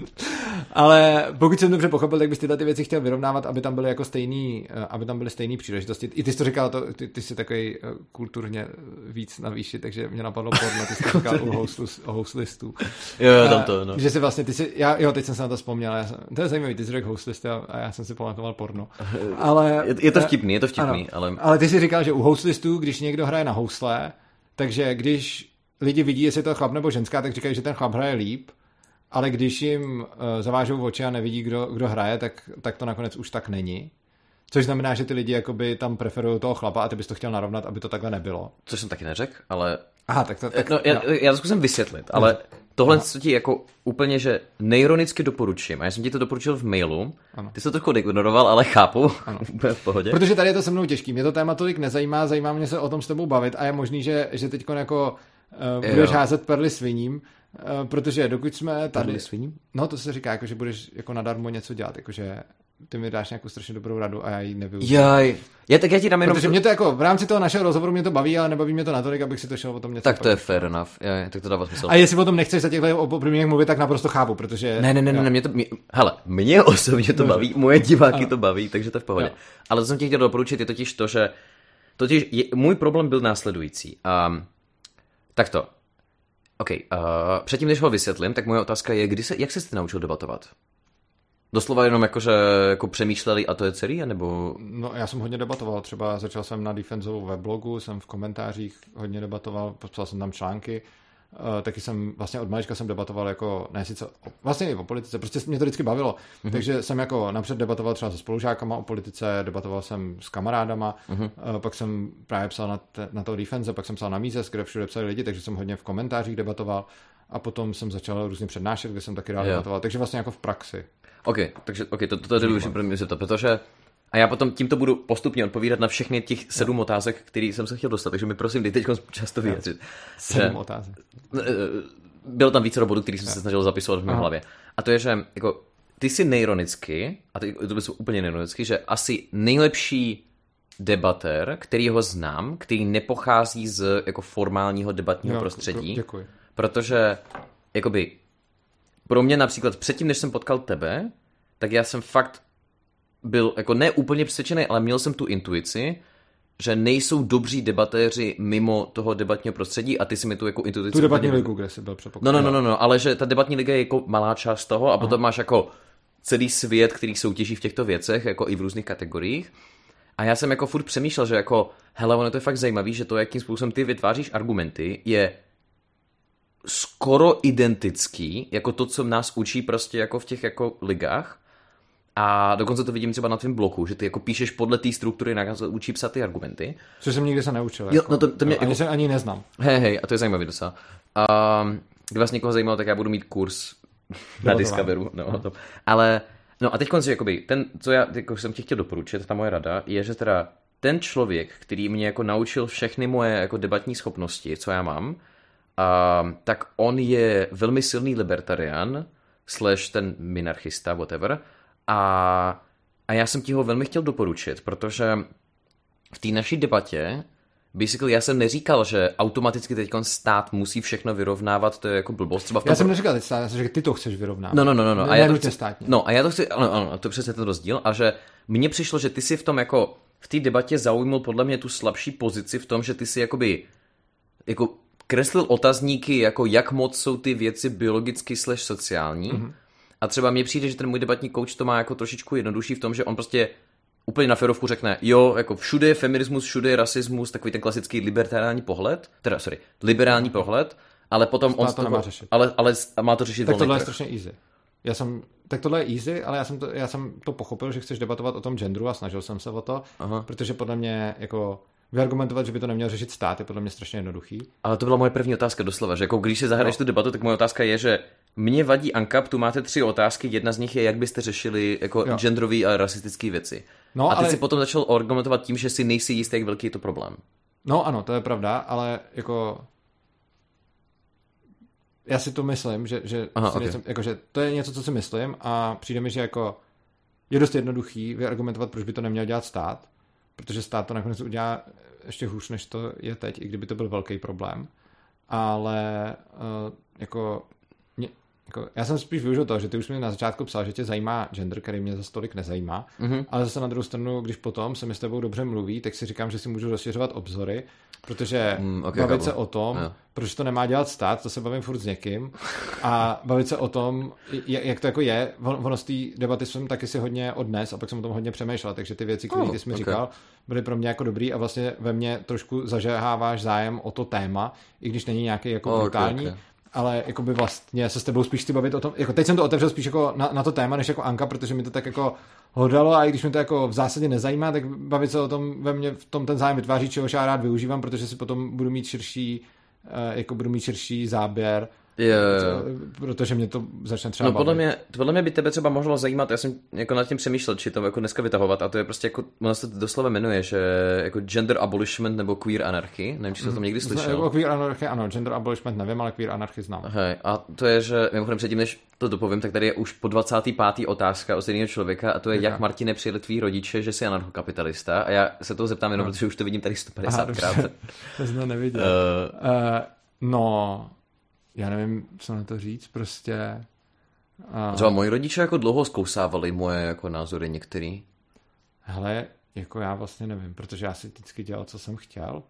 ale pokud jsem dobře pochopil, tak bys tyhle ty věci chtěl vyrovnávat, aby tam byly jako stejný, aby tam byly stejný příležitosti. I ty jsi to říkal, to, ty, ty jsi takový kulturně víc na výši, takže mě napadlo porno, ty jsi to říkal u houslistů. Jo, jo, tam to, no. Že si vlastně, ty jsi, já, jo, teď jsem se na to vzpomněl, já jsem, to je zajímavý, ty jsi řekl houslisty a, a já jsem si pamatoval porno. Ale, je, je to vtipný, je to vtipný, ano, ale... Ale ty jsi říkal, že u houslistů, když někdo hraje na housle, takže když lidi vidí, jestli je to chlap nebo ženská, tak říkají, že ten chlap hraje líp, ale když jim uh, zavážou oči a nevidí, kdo, kdo hraje, tak, tak to nakonec už tak není. Což znamená, že ty lidi jakoby tam preferují toho chlapa a ty bys to chtěl narovnat, aby to takhle nebylo. Což jsem taky neřekl, ale... Aha, tak to... Tak, no, já, já to zkusím vysvětlit, ale tohle co ti jako úplně, že nejronicky doporučím, a já jsem ti to doporučil v mailu, ano. Ty jsi to trochu ignoroval, ale chápu, úplně v pohodě. Protože tady je to se mnou těžký, mě to téma tolik nezajímá, zajímá mě se o tom s tebou bavit a je možný, že, že teď jako uh, budeš házet perly sviním, uh, protože dokud jsme tady... Perly sviním? No to se říká, jako, že budeš jako nadarmo něco dělat, jakože ty mi dáš nějakou strašně dobrou radu a já ji nevyužiju. Jaj. Já tak já ti dám jenom... Protože mě to jako v rámci toho našeho rozhovoru mě to baví, ale nebaví mě to natolik, abych si to šel o tom něco. Tak to je fair enough. Já, tak to dává smysl. A jestli o tom nechceš za těchto podmínek mluvit, tak naprosto chápu, protože... Ne, ne, ne, ne, mě to... Mě, hele, mě osobně to baví, moje diváky to baví, takže to je v pohodě. Jo. Ale to jsem ti chtěl doporučit, je totiž to, že... Totiž je, můj problém byl následující. Um, tak to. OK, uh, předtím, než ho vysvětlím, tak moje otázka je, kdy se, jak jsi se naučil debatovat? Doslova jenom jako, že jako přemýšleli a to je celý, nebo... No já jsem hodně debatoval, třeba začal jsem na Defenzovou weblogu, jsem v komentářích hodně debatoval, psal jsem tam články, uh, taky jsem, vlastně od malička jsem debatoval jako, ne sice, vlastně i o politice, prostě mě to vždycky bavilo, mm-hmm. takže jsem jako napřed debatoval třeba se spolužákama o politice, debatoval jsem s kamarádama, mm-hmm. uh, pak jsem právě psal na, te, na toho Defenze, pak jsem psal na Mízes, kde všude psali lidi, takže jsem hodně v komentářích debatoval a potom jsem začal různě přednášet, kde jsem taky rád debatoval, takže vlastně jako v praxi. OK, takže okay, to, to, to je důležité pro mě to, protože a já potom tímto budu postupně odpovídat na všechny těch sedm no. otázek, které jsem se chtěl dostat, takže mi prosím dej teď často vyjádřit. Sedm že, otázek. Bylo tam více robotů, který jsem se snažil zapisovat v mé hlavě. A to je, že jako, ty jsi nejronicky, a ty, to jsou úplně nejronicky, že asi nejlepší debatér, který ho znám, který nepochází z jako formálního debatního no, prostředí. Děkuji. Protože jakoby pro mě například předtím, než jsem potkal tebe, tak já jsem fakt byl jako ne úplně přesvědčený, ale měl jsem tu intuici, že nejsou dobří debatéři mimo toho debatního prostředí a ty si mi tu jako intuici... Tu debatní ligu, kde jsi byl předpoklad. No, no, no, no, ale že ta debatní liga je jako malá část toho a Aha. potom máš jako celý svět, který soutěží v těchto věcech, jako i v různých kategoriích. A já jsem jako furt přemýšlel, že jako, hele, ono to je fakt zajímavý, že to, jakým způsobem ty vytváříš argumenty, je skoro identický, jako to, co nás učí prostě jako v těch jako ligách. A dokonce to vidím třeba na tvém bloku, že ty jako píšeš podle té struktury, jak se učí psát ty argumenty. Což jsem nikdy se neučil. Jo, jako, no to, to mě, jo, ani, jako, se ani neznám. Hej, hej, a to je zajímavý docela. A kdyby vás někoho zajímalo, tak já budu mít kurz na Discoveru. No, no. To. Ale, no a teď konci, jakoby, ten, co já jako jsem ti chtěl doporučit, ta moje rada, je, že teda ten člověk, který mě jako naučil všechny moje jako debatní schopnosti, co já mám, a, tak on je velmi silný libertarian, slash ten minarchista, whatever, a, a já jsem ti ho velmi chtěl doporučit, protože v té naší debatě basically já jsem neříkal, že automaticky teď stát musí všechno vyrovnávat, to je jako blbost. Třeba v tom... Já jsem neříkal teď stát, já jsem řekl, ty to chceš vyrovnávat. No, no, no, no. no. Ne, a já to chci... státně. No, a já to chci, ano, ano, to je přesně ten rozdíl, a že mně přišlo, že ty si v tom jako, v té debatě zaujmul podle mě tu slabší pozici v tom, že ty si jakoby, jako kreslil otazníky, jako jak moc jsou ty věci biologicky slash sociální. Mm-hmm. A třeba mně přijde, že ten můj debatní coach to má jako trošičku jednodušší v tom, že on prostě úplně na férovku řekne, jo, jako všude je feminismus, všude je rasismus, takový ten klasický liberální pohled, teda, sorry, liberální pohled, ale potom on to toho, nemá řešit. Ale, ale má to řešit tak volný tohle je trh. strašně easy. Já jsem, tak tohle je easy, ale já jsem, to, já jsem to pochopil, že chceš debatovat o tom genderu a snažil jsem se o to, Aha. protože podle mě jako vyargumentovat, že by to neměl řešit stát, je podle mě strašně jednoduchý. Ale to byla moje první otázka doslova, že jako když si zahraješ no. tu debatu, tak moje otázka je, že mě vadí ANCAP, tu máte tři otázky, jedna z nich je, jak byste řešili jako jo. genderový a rasistický věci. No, a ty ale... si potom začal argumentovat tím, že si nejsi jistý, jak velký je to problém. No ano, to je pravda, ale jako já si to myslím, že, že, Aha, si okay. nejsem, jako, že to je něco, co si myslím a přijde mi, že jako je dost jednoduchý vyargumentovat, proč by to neměl dělat stát, protože stát to nakonec udělá ještě hůř, než to je teď, i kdyby to byl velký problém. Ale uh, jako, mě, jako já jsem spíš využil toho, že ty už mi na začátku psal, že tě zajímá gender, který mě za stolik nezajímá, mm-hmm. ale zase na druhou stranu, když potom se mi s tebou dobře mluví, tak si říkám, že si můžu rozšiřovat obzory, protože mm, okay, bavit se o tom, yeah. proč to nemá dělat stát, to se bavím furt s někým a bavit se o tom, jak to jako je, ono z té debaty jsem taky si hodně odnes a pak jsem o tom hodně přemýšlel, takže ty věci, které oh, ty jsi mi okay. říkal, byly pro mě jako dobrý a vlastně ve mně trošku zažeháváš zájem o to téma, i když není nějaký jako oh, brutální, okay, okay. ale jako by vlastně se s tebou spíš chci bavit o tom, jako teď jsem to otevřel spíš jako na, na to téma, než jako Anka, protože mi to tak jako hodalo a i když mi to jako v zásadě nezajímá, tak bavit se o tom ve mně v tom ten zájem vytváří, čehož já rád využívám, protože si potom budu mít širší, jako budu mít širší záběr, je, protože mě to začne třeba no, bavit. Podle mě, podle mě by tebe třeba mohlo zajímat, já jsem jako nad tím přemýšlel, či to jako dneska vytahovat a to je prostě jako, ono se to doslova jmenuje, že jako gender abolishment nebo queer anarchy, nevím, či jsi to tam někdy slyšel. O queer anarchy ano, gender abolishment nevím, ale queer anarchy znám. Hej, a to je, že mimochodem předtím, než to dopovím, tak tady je už po dvacáté páté otázka od stejného člověka a to je, Děká. jak Martine přijeli tví rodiče, že jsi anarchokapitalista a já se toho zeptám jenom, no. protože už to vidím tady sto padesátkrát. To jsem to neviděl. Uh... Uh, no... Já nevím, co na to říct, prostě... A... Třeba moji rodiče jako dlouho zkousávali moje jako názory některý. Hele, jako já vlastně nevím, protože já si vždycky dělal, co jsem chtěl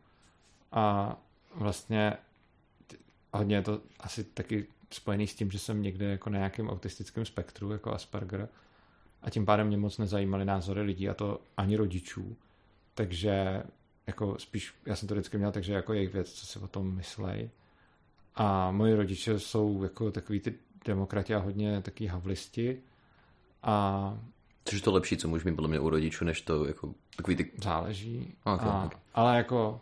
a vlastně hodně je to asi taky spojený s tím, že jsem někde jako na nějakém autistickém spektru, jako Asperger a tím pádem mě moc nezajímaly názory lidí a to ani rodičů, takže jako spíš, já jsem to vždycky měl, takže jako jejich věc, co si o tom myslej. A moji rodiče jsou jako takový ty demokrati a hodně taky havlisti. A... Což je to lepší, co můžeš mít podle mě u rodičů, než to jako takový ty... Záleží. Okay, a, okay. Ale jako...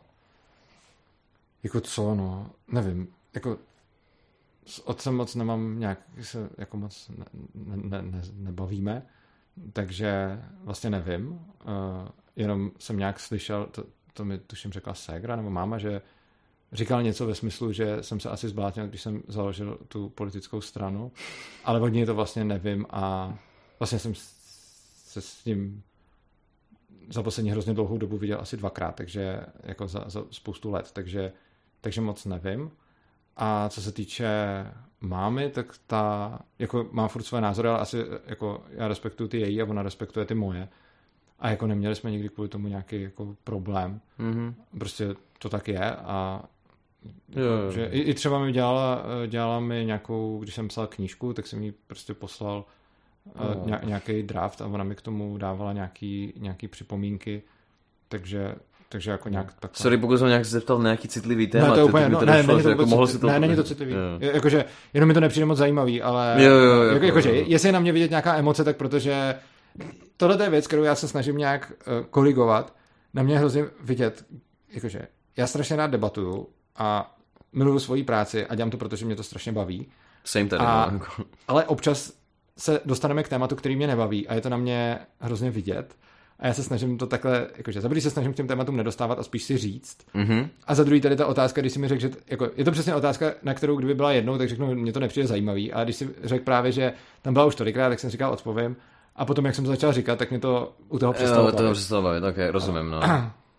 Jako co, no... Nevím. Jako... S otcem moc nemám nějak... Se jako moc ne, ne, ne, nebavíme. Takže vlastně nevím. Uh, jenom jsem nějak slyšel... To, to mi tuším řekla ségra nebo máma, že říkal něco ve smyslu, že jsem se asi zblátil, když jsem založil tu politickou stranu, ale od něj to vlastně nevím a vlastně jsem se s ním za poslední hrozně dlouhou dobu viděl asi dvakrát, takže jako za, za spoustu let, takže, takže moc nevím. A co se týče mámy, tak ta, jako mám furt své názory, ale asi jako já respektuju ty její a ona respektuje ty moje. A jako neměli jsme nikdy kvůli tomu nějaký jako problém. Mm-hmm. Prostě to tak je a jo, že i, i třeba mi dělala, dělala mi nějakou, když jsem psal knížku, tak jsem jí prostě poslal oh. ně, nějaký draft a ona mi k tomu dávala nějaký, nějaký připomínky, takže takže jako nějak takhle. Sorry, pokud jsem nějak zeptal na nějaký citlivý téma. Ne, to je úplně, no, ne, není to, jako mohl si to... ne, není to citlivý. Jo. Jakože, jenom mi to nepřijde moc zajímavý, ale jo, jo, jo, jako, jako, jakože, jo. jestli je na mě vidět nějaká emoce, tak protože tohle je věc, kterou já se snažím nějak uh, korigovat. Na mě hrozně vidět, jakože já strašně rád debatuju a miluju svoji práci a dělám to, protože mě to strašně baví. Same tady. A, ale občas se dostaneme k tématu, který mě nebaví a je to na mě hrozně vidět. A já se snažím to takhle, jakože za první se snažím k těm tématům nedostávat a spíš si říct. Mm-hmm. A za druhý tady ta otázka, když si mi řekl, že jako, je to přesně otázka, na kterou kdyby byla jednou, tak řeknu, mě to nepřijde zajímavý. A když si řekl právě, že tam byla už tolikrát, tak jsem říkal, odpovím. A potom, jak jsem to začal říkat, tak mě to u toho přestalo. Jo, to přestalo bavit, ok, rozumím, no.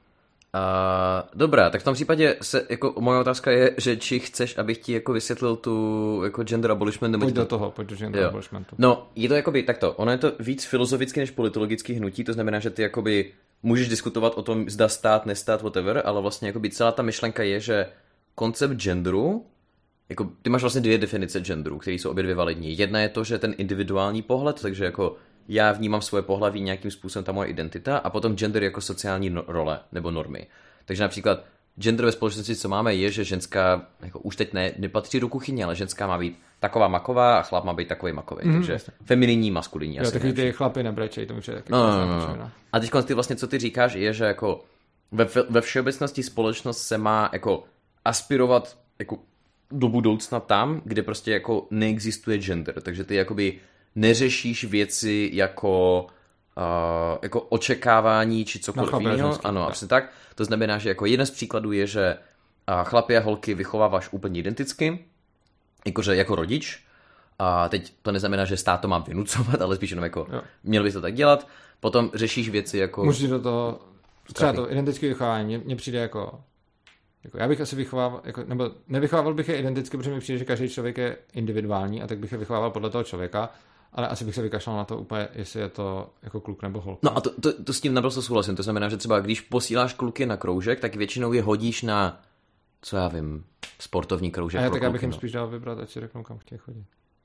A, dobrá, tak v tom případě se, jako moje otázka je, že či chceš, abych ti jako vysvětlil tu jako gender abolishment. Nebo pojď to... do toho, pojď do gender jo. abolishmentu. No, je to jakoby takto, ono je to víc filozoficky než politologický hnutí, to znamená, že ty jakoby můžeš diskutovat o tom, zda stát, nestát, whatever, ale vlastně jakoby celá ta myšlenka je, že koncept genderu, jako ty máš vlastně dvě definice genderu, které jsou obě dvě validní. Jedna je to, že ten individuální pohled, takže jako já vnímám svoje pohlaví nějakým způsobem, ta moje identita, a potom gender jako sociální no- role nebo normy. Takže například gender ve společnosti, co máme, je, že ženská jako už teď ne, nepatří do kuchyně, ale ženská má být taková maková a chlap má být takový makový. Mm, takže jasný. Femininní, maskulinní. Jo, takový ty chlapy nebrečej, tomu vše taky. No, no, no, no. A teď ty vlastně, co ty říkáš, je, že jako ve, ve všeobecnosti společnost se má jako aspirovat jako do budoucna tam, kde prostě jako neexistuje gender, takže ty jakoby neřešíš věci jako, uh, jako očekávání či cokoliv no, jiného. Ano, tak. Přesně tak. To znamená, že jako jeden z příkladů je, že uh, chlapi a holky vychováváš úplně identicky, jakože jako rodič. A teď to neznamená, že stát to má vynucovat, ale spíš jenom jako jo. Měl bys to tak dělat. Potom řešíš věci jako... Můžeš do toho, třeba to identické vychování, mně přijde jako, jako, já bych asi vychovával, jako, nebo nevychovával bych je identicky, protože mi přijde, že každý člověk je individuální a tak bych je vychovával podle toho člověka, ale asi bych se vykašlal na to úplně, jestli je to jako kluk nebo holka. No a to, to, to s tím naprosto souhlasím, to znamená, že třeba když posíláš kluky na kroužek, tak většinou je hodíš na, co já vím, sportovní kroužek. A já pro tak kluky, já bych jim no. spíš dal vybrat, ať si řeknou, kam chtějí chodit.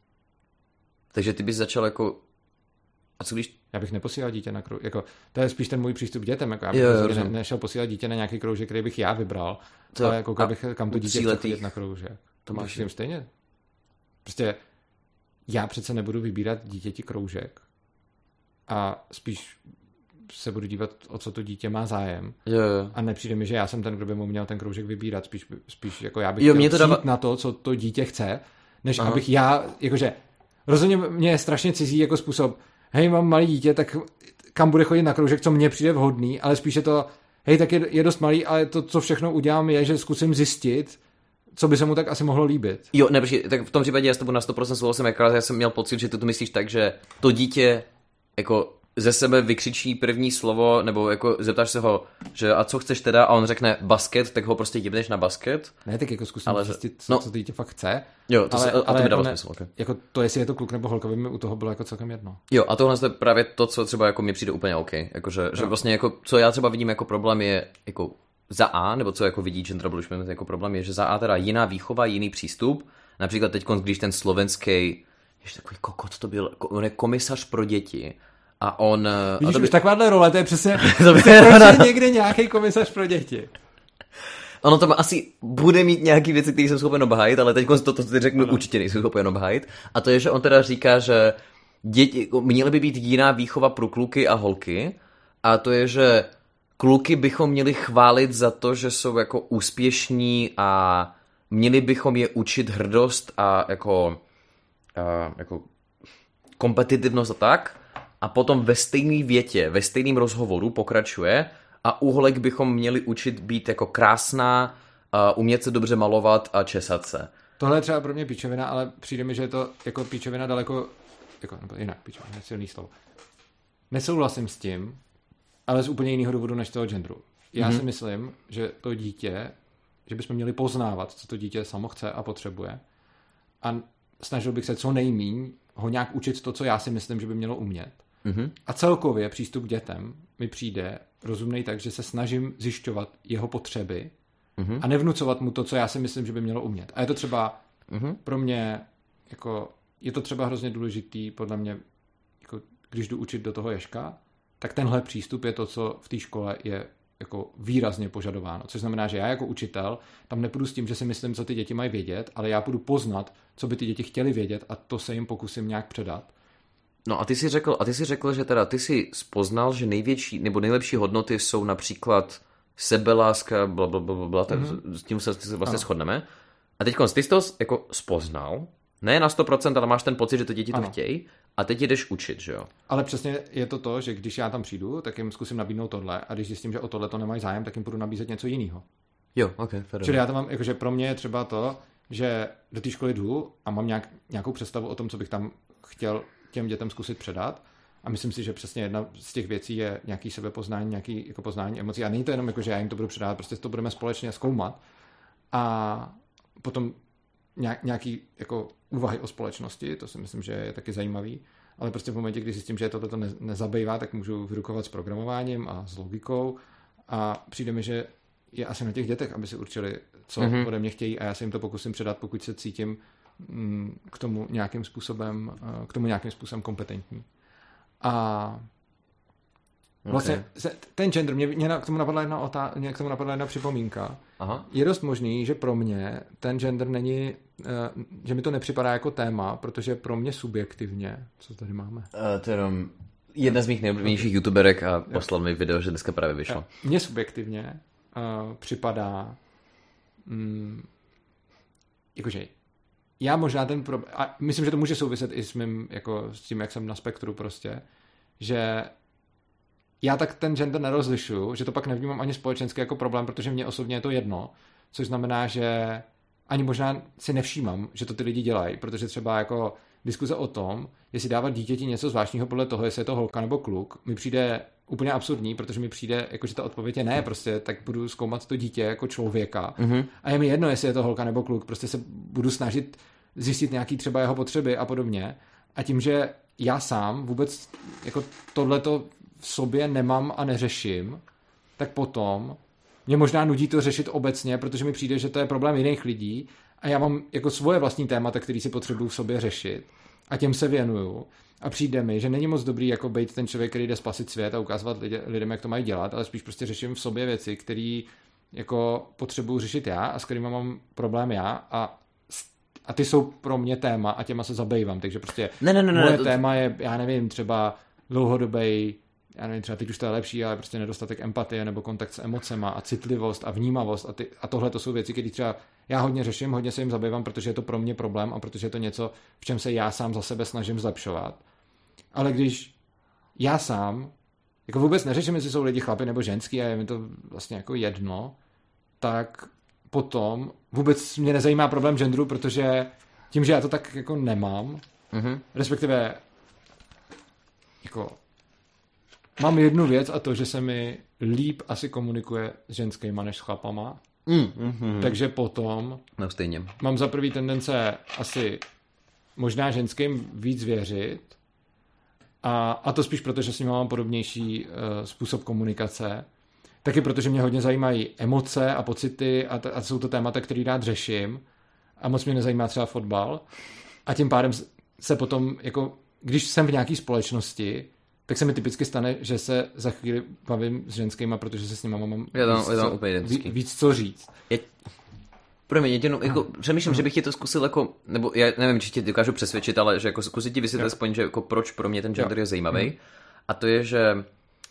Takže ty bys začal jako... A co když... Já bych neposílal dítě na kroužek. Jako, to je spíš ten můj přístup k dětem. Jako, já bych jo, ne, nešel posílat dítě na nějaký kroužek, který bych já vybral. To, ale koukal bych, kam to dítě chce chodit na kroužek. To máš tím stejně. Prostě já přece nebudu vybírat dítěti kroužek. A spíš se budu dívat, o co to dítě má zájem. Jo, jo. A nepřijde mi, že já jsem ten, kdo by mu měl ten kroužek vybírat. Spíš, spíš jako já bych jo, chtěl to dává... na to, co to dítě chce, než Aha. abych já, jakože rozhodně mě je strašně cizí jako způsob, hej, mám malý dítě, tak kam bude chodit na kroužek, co mně přijde vhodný, ale spíš je to, hej, tak je, je dost malý, ale to, co všechno udělám, je, že zkusím zjistit, co by se mu tak asi mohlo líbit. Jo, ne, počkej, tak v tom případě já s tebou na sto procent souhlasím, jakrát já jsem měl pocit, že ty to myslíš tak, že to dítě jako ze sebe vykřičí první slovo, nebo jako zeptáš se ho, že a co chceš teda, a on řekne basket, tak ho prostě jibneš na basket. Ne, tak jako zkusím ale, zjistit, co, no, co to dítě fakt chce. Jo, to, ale, se, ale to by dalo ne, smysl. Okay. Jako to, jestli je to kluk nebo holka, by mi u toho bylo jako celkem jedno. Jo, a tohle je právě to, co třeba jako mi přijde úplně OK. Jakože, že vlastně jako, co já třeba vidím jako problém je jako za A, nebo co jako vidí gender management jako problém je, že za A teda jiná výchova, jiný přístup. Například teď, když ten slovenský, ještě takový kokot to byl, on je komisař pro děti. A on... Vidíš, a to by... už takováhle role, to je přesně, to by... proč je někde nějaký komisař pro děti. Ono tam asi bude mít nějaký věci, které jsem schopen obhájit, ale teď to, to teď řeknu, ano. Určitě nejsem schopen obhájit. A to je, že on teda říká, že děti, měly by být jiná výchova pro kluky a holky. A to je, že kluky bychom měli chválit za to, že jsou jako úspěšní a měli bychom je učit hrdost a jako, a jako kompetitivnost a tak. A potom ve stejné větě, ve stejném rozhovoru pokračuje a u holek bychom měli učit být jako krásná, uh, umět se dobře malovat a česat se. Tohle je třeba pro mě píčovina, ale přijde mi, že je to jako píčovina daleko, jako, nebo jinak píčovina, silný slovo. Nesouhlasím s tím, ale z úplně jiného důvodu než toho genderu. Já mm-hmm. si myslím, že to dítě, že bychom měli poznávat, co to dítě samo chce a potřebuje a snažil bych se co nejmíň ho nějak učit to, co já si myslím, že by mělo umět. Mm-hmm. A celkově přístup k dětem mi přijde rozumnej tak, že se snažím zjišťovat jeho potřeby mm-hmm. a nevnucovat mu to, co já si myslím, že by mělo umět. A je to třeba mm-hmm. pro mě, jako, je to třeba hrozně důležitý, podle mě, jako, když jdu učit do toho Ježka, tak tenhle přístup je to, co v té škole je jako výrazně požadováno. Což znamená, že já jako učitel tam nepůjdu s tím, že si myslím, co ty děti mají vědět, ale já půjdu poznat, co by ty děti chtěly vědět a to se jim pokusím nějak předat. No a ty si řekl, a ty si řekl, že teda ty si spoznal, že největší nebo nejlepší hodnoty jsou například sebeláska, blablabla, tak mm-hmm. s tím se, se vlastně ano. shodneme. A teď ty jsi to jako spoznal, ne na sto procent, ale máš ten pocit, že to děti ano. to chtějí a teď jdeš učit, že jo? Ale přesně je to to, že když já tam přijdu, tak jim zkusím nabídnout tohle a když zjistím, že o tohle to nemají zájem, tak jim budu nabízet něco jiného. Jo, ok. Čili já tam mám, jakože pro mě je třeba to, že do té školy jdu a mám nějak, nějakou představu o tom, co bych tam chtěl těm dětem zkusit předat. A myslím si, že přesně jedna z těch věcí je nějaký sebepoznání, nějaký jako poznání emocí. A není to jenom jako, že já jim to budu předávat, prostě to budeme společně zkoumat. A potom nějaký jako úvahy o společnosti, to si myslím, že je taky zajímavý. Ale prostě v momentě, kdy zjistím, že tohle to nezabývá, tak můžu vyrukovat s programováním a s logikou. A přijde mi, že je asi na těch dětech, aby si určili, co mm-hmm. ode mě chtějí a já se jim to pokusím předat, pokud se cítím k tomu nějakým způsobem, k tomu nějakým způsobem kompetentní. A vlastně okay. ten gender, mě, mě k tomu napadla jedna otá, mě k tomu napadla jedna připomínka. Aha. Je dost možný, že pro mě ten gender není, že mi to nepřipadá jako téma, protože pro mě subjektivně, co tady máme? Uh, to jenom jedna z mých nejoblíbenějších youtuberek a poslal mi video, že dneska právě vyšlo. Mně subjektivně uh, připadá mm, jakože já možná ten problém, a myslím, že to může souviset i s mým, jako s tím, jak jsem na spektru prostě, že já tak ten gender nerozlišuju, že to pak nevnímám ani společensky jako problém, protože mně osobně je to jedno, což znamená, že ani možná si nevšímám, že to ty lidi dělají, protože třeba jako diskuze o tom, jestli dávat dítěti něco zvláštního podle toho, jestli je to holka nebo kluk, mi přijde úplně absurdní, protože mi přijde, jako, že ta odpověď je ne, prostě tak budu zkoumat to dítě jako člověka mm-hmm. a je mi jedno, jestli je to holka nebo kluk, prostě se budu snažit zjistit nějaký třeba jeho potřeby a podobně a tím, že já sám vůbec jako tohleto v sobě nemám a neřeším, tak potom mě možná nudí to řešit obecně, protože mi přijde, že to je problém jiných lidí a já mám jako svoje vlastní témata, který si potřebuju v sobě řešit a těm se věnuju a přijde mi, že není moc dobrý jako být ten člověk, který jde spasit svět a ukazovat lidem, jak to mají dělat, ale spíš prostě řeším v sobě věci, které jako potřebuju řešit já a s kterými mám problém já a a ty jsou pro mě téma a těma se zabývám, takže prostě ne, ne, ne, moje ne, to... téma je, já nevím, třeba dlouhodobý, já nevím, třeba teď už to je lepší, ale prostě nedostatek empatie nebo kontakt s emocema a citlivost a vnímavost a, ty, a tohle to jsou věci, které třeba já hodně řeším, hodně se jim zabývám, protože je to pro mě problém a protože je to něco, v čem se já sám za sebe snažím zlepšovat. Ale když já sám jako vůbec neřeším, jestli jsou lidi chlapi nebo ženský a je mi to vlastně jako jedno, tak potom vůbec mě nezajímá problém genderu, protože tím, že já to tak jako nemám, mm-hmm. respektive jako mám jednu věc a to, že se mi líp asi komunikuje s ženskýma než s chlapama. Mm-hmm. Takže potom no, stejně. mám za prvý tendence asi možná ženským víc věřit a, a to spíš proto, že s nimi mám podobnější uh, způsob komunikace. Taky protože mě hodně zajímají emoce a pocity a, t- a jsou to témata, které rád řeším a moc mě nezajímá třeba fotbal a tím pádem se potom, jako, když jsem v nějaké společnosti, tak se mi typicky stane, že se za chvíli bavím s ženskýma, protože se s nimi mám je to, víc, je to co, úplně ví, víc co říct. Je... Promiň, jenom, jako, přemýšlím, že bych ti to zkusil jako, nebo já nevím, či tě dokážu přesvědčit, ale že jako zkusit ti vysvětlit aspoň, že jako proč pro mě ten gender jo. je zajímavý. Mm. A to je, že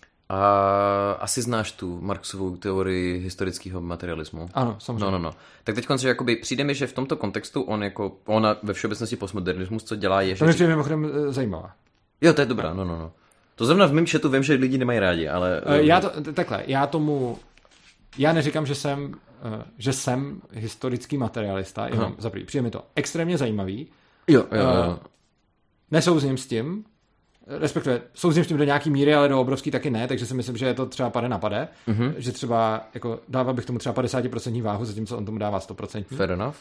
a asi znáš tu Marxovou teorii historického materialismu. Ano, samozřejmě. No, no, no. Tak teď konce, že jakoby přijde mi, že v tomto kontextu on jako, ona ve všeobecnosti postmodernismus, co dělá, je, že... To mi přijde mimochodem zajímavá. Jo, to je dobrá, no, no, no. To zrovna v mém chatu vím, že lidi nemají rádi, ale... Já to, takhle, já tomu... Já neříkám, že jsem, že jsem historický materialista, jenom za prvý. Přijde mi to extrémně zajímavý. Jo, jo, jo. Nesouzním s tím, respektive souzním s tím do nějaký míry, ale do obrovský taky ne, takže si myslím, že je to třeba pade na pade, mm-hmm. že třeba jako dával bych tomu třeba padesát procent váhu, zatímco on tomu dává sto procent. Fair enough.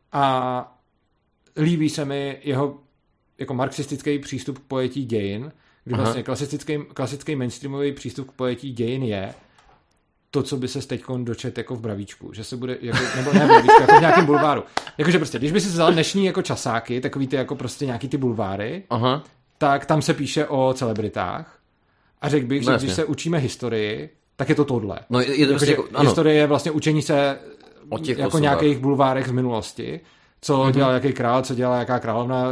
A líbí se mi jeho jako marxistický přístup k pojetí dějin, kdy Aha. vlastně klasický, klasický mainstreamový přístup k pojetí dějin je to, co by se teďkon dočet jako v Bravíčku, že se bude, jako, nebo ne v Bravíčku, jako v nějakém bulváru. Jakože prostě, když by si vzal dnešní jako časáky, takový ty jako prostě nějaký ty bulváry, Aha. tak tam se píše o celebritách a řekl bych, no, že když se učíme historii, tak je to tohle. No, je, je to prostě, jako, historie je vlastně učení se o těch jako osobách. Nějakých bulvárech z minulosti, co mm-hmm. dělal jaký král, co dělala jaká královna,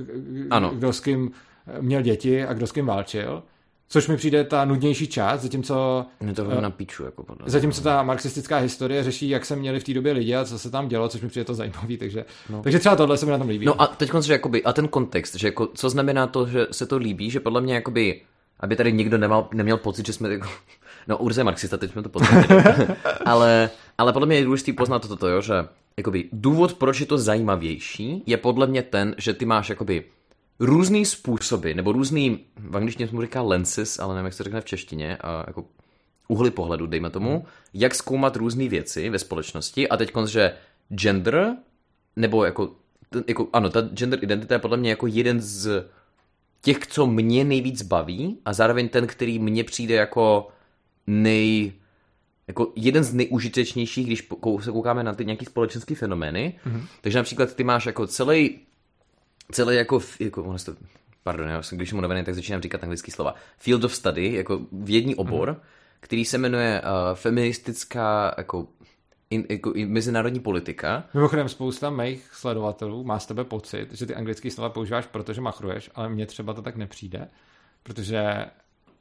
kdo s kým měl děti a kdo s kým válčil. Což mi přijde ta nudnější část, zatímco... Mě to uh, na píču, jako podle. Zatímco ta marxistická historie řeší, jak se měli v té době lidi a co se tam dělo, což mi přijde to zajímavý, takže, no. takže třeba tohle se mi na tom líbí. No a teď konce, že jakoby, a ten kontext, že jako, co znamená to, že se to líbí, že podle mě jakoby, aby tady nikdo nemal, neměl pocit, že jsme jako, no Urza je marxista, teď jsme to potvrdili, ale, ale podle mě je důležitý poznat toto, to, jo, že jakoby, důvod, proč je to zajímavější, je podle mě ten, že ty máš jakoby různý způsoby, nebo různý, v angličtině mu říká lenses, ale nevím, jak se řekne v češtině, a jako úhly pohledu, dejme tomu, jak zkoumat různé věci ve společnosti a teď konc, že gender, nebo jako, jako, ano, ta gender identita je podle mě jako jeden z těch, co mě nejvíc baví a zároveň ten, který mně přijde jako nej, jako jeden z nejužitečnějších, když se koukáme na ty nějaký společenský fenomény, mm-hmm. takže například ty máš jako celý celý jako, jako pardon, já jsem, když jsem unavený, tak začínám říkat anglický slova. Field of study, jako vědní obor, mm. který se jmenuje uh, feministická jako, in, jako in, mezinárodní politika. Mimochodem spousta mých sledovatelů má z tebe pocit, že ty anglické slova používáš, protože machruješ, ale mně třeba to tak nepřijde, protože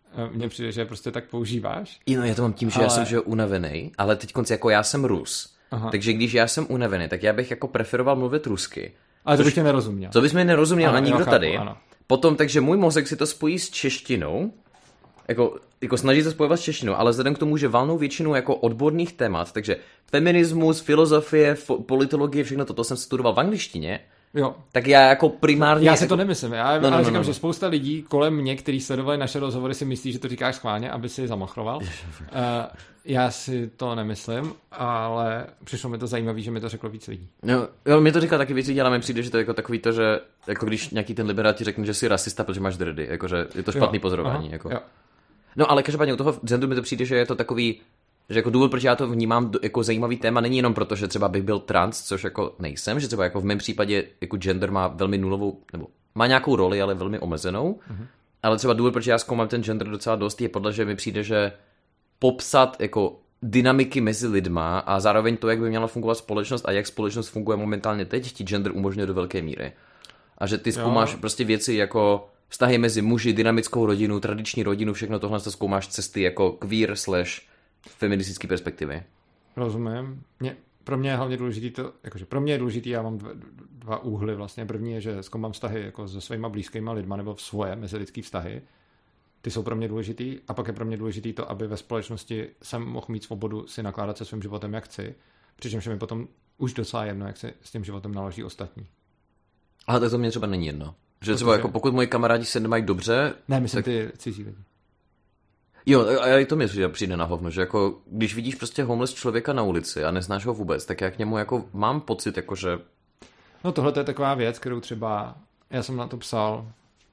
Mně přijde, že prostě tak používáš. Jo, já to mám tím, že ale... já jsem že unavený, ale teď konci jako já jsem Rus. Aha. Takže když já jsem unavený, tak já bych jako preferoval mluvit rusky. Ale to bych tě nerozuměl. To bys mi nerozuměl ano, a nikdo chápu, tady. Ano. Potom, takže můj mozek si to spojí s češtinou, jako, jako snaží se spojovat s češtinou, ale vzhledem k tomu, že valnou většinu jako odborných témat, takže feminismus, filozofie, fo- politologie, všechno toto jsem studoval v angličtině, jo. Tak já jako primárně... Já si to nemyslím. Já no, no, ale no, říkám, no, no. že spousta lidí kolem mě, kteří sledovali naše rozhovory, si myslí, že to říkáš schválně, aby si zamochroval. uh, já si to nemyslím, ale přišlo mi to zajímavé, že mi to řeklo víc lidí. No, jo, mi to říká taky víc lidí, ale mi přijde, že to je jako takový to, že jako když nějaký ten liberál ti řekne, že jsi rasista, protože máš dredy, jakože je to špatný jo, pozorování. Aha, jako. Jo. No ale každopádně u toho genderu mi to přijde, že je to takový, že jako důvod, proč já to vnímám jako zajímavý téma, není jenom proto, že třeba bych byl trans, což jako nejsem, že třeba jako v mém případě jako gender má velmi nulovou, nebo má nějakou roli, ale velmi omezenou, mm-hmm. ale třeba důvod, proč já zkoumám ten gender docela dost, je podle, že mi přijde, že popsat jako dynamiky mezi lidma a zároveň to, jak by měla fungovat společnost a jak společnost funguje momentálně teď, ti gender umožňuje do velké míry. A že ty zkoumáš jo. prostě věci jako vztahy mezi muži, dynamickou rodinu, tradiční rodinu, všechno tohle to zkoumáš cesty jako queer slash feministické perspektivy. Rozumím. Mě, pro mě je hlavně důležitý to, jakože pro mě je důležitý, já mám dva, dva úhly vlastně. První je, že zkoumám vztahy jako se svýma blízkýma lidma nebo svoje mezilidský vztahy. Ty jsou pro mě důležitý a pak je pro mě důležitý to, aby ve společnosti jsem mohl mít svobodu si nakládat se svým životem, jak chci. Přičemž mi potom už docela jedno, jak se s tím životem naloží ostatní. Ale tak to mě třeba není jedno. Že třeba jako pokud moji kamarádi se nemají dobře... Ne, myslím tak... ty cizí lidi. Jo, a i to mi přijde na hovno, že jako když vidíš prostě homeless člověka na ulici a neznáš ho vůbec, tak já k němu jako mám pocit, jako že... No tohle to je taková věc, kterou třeba... Já jsem na to psal...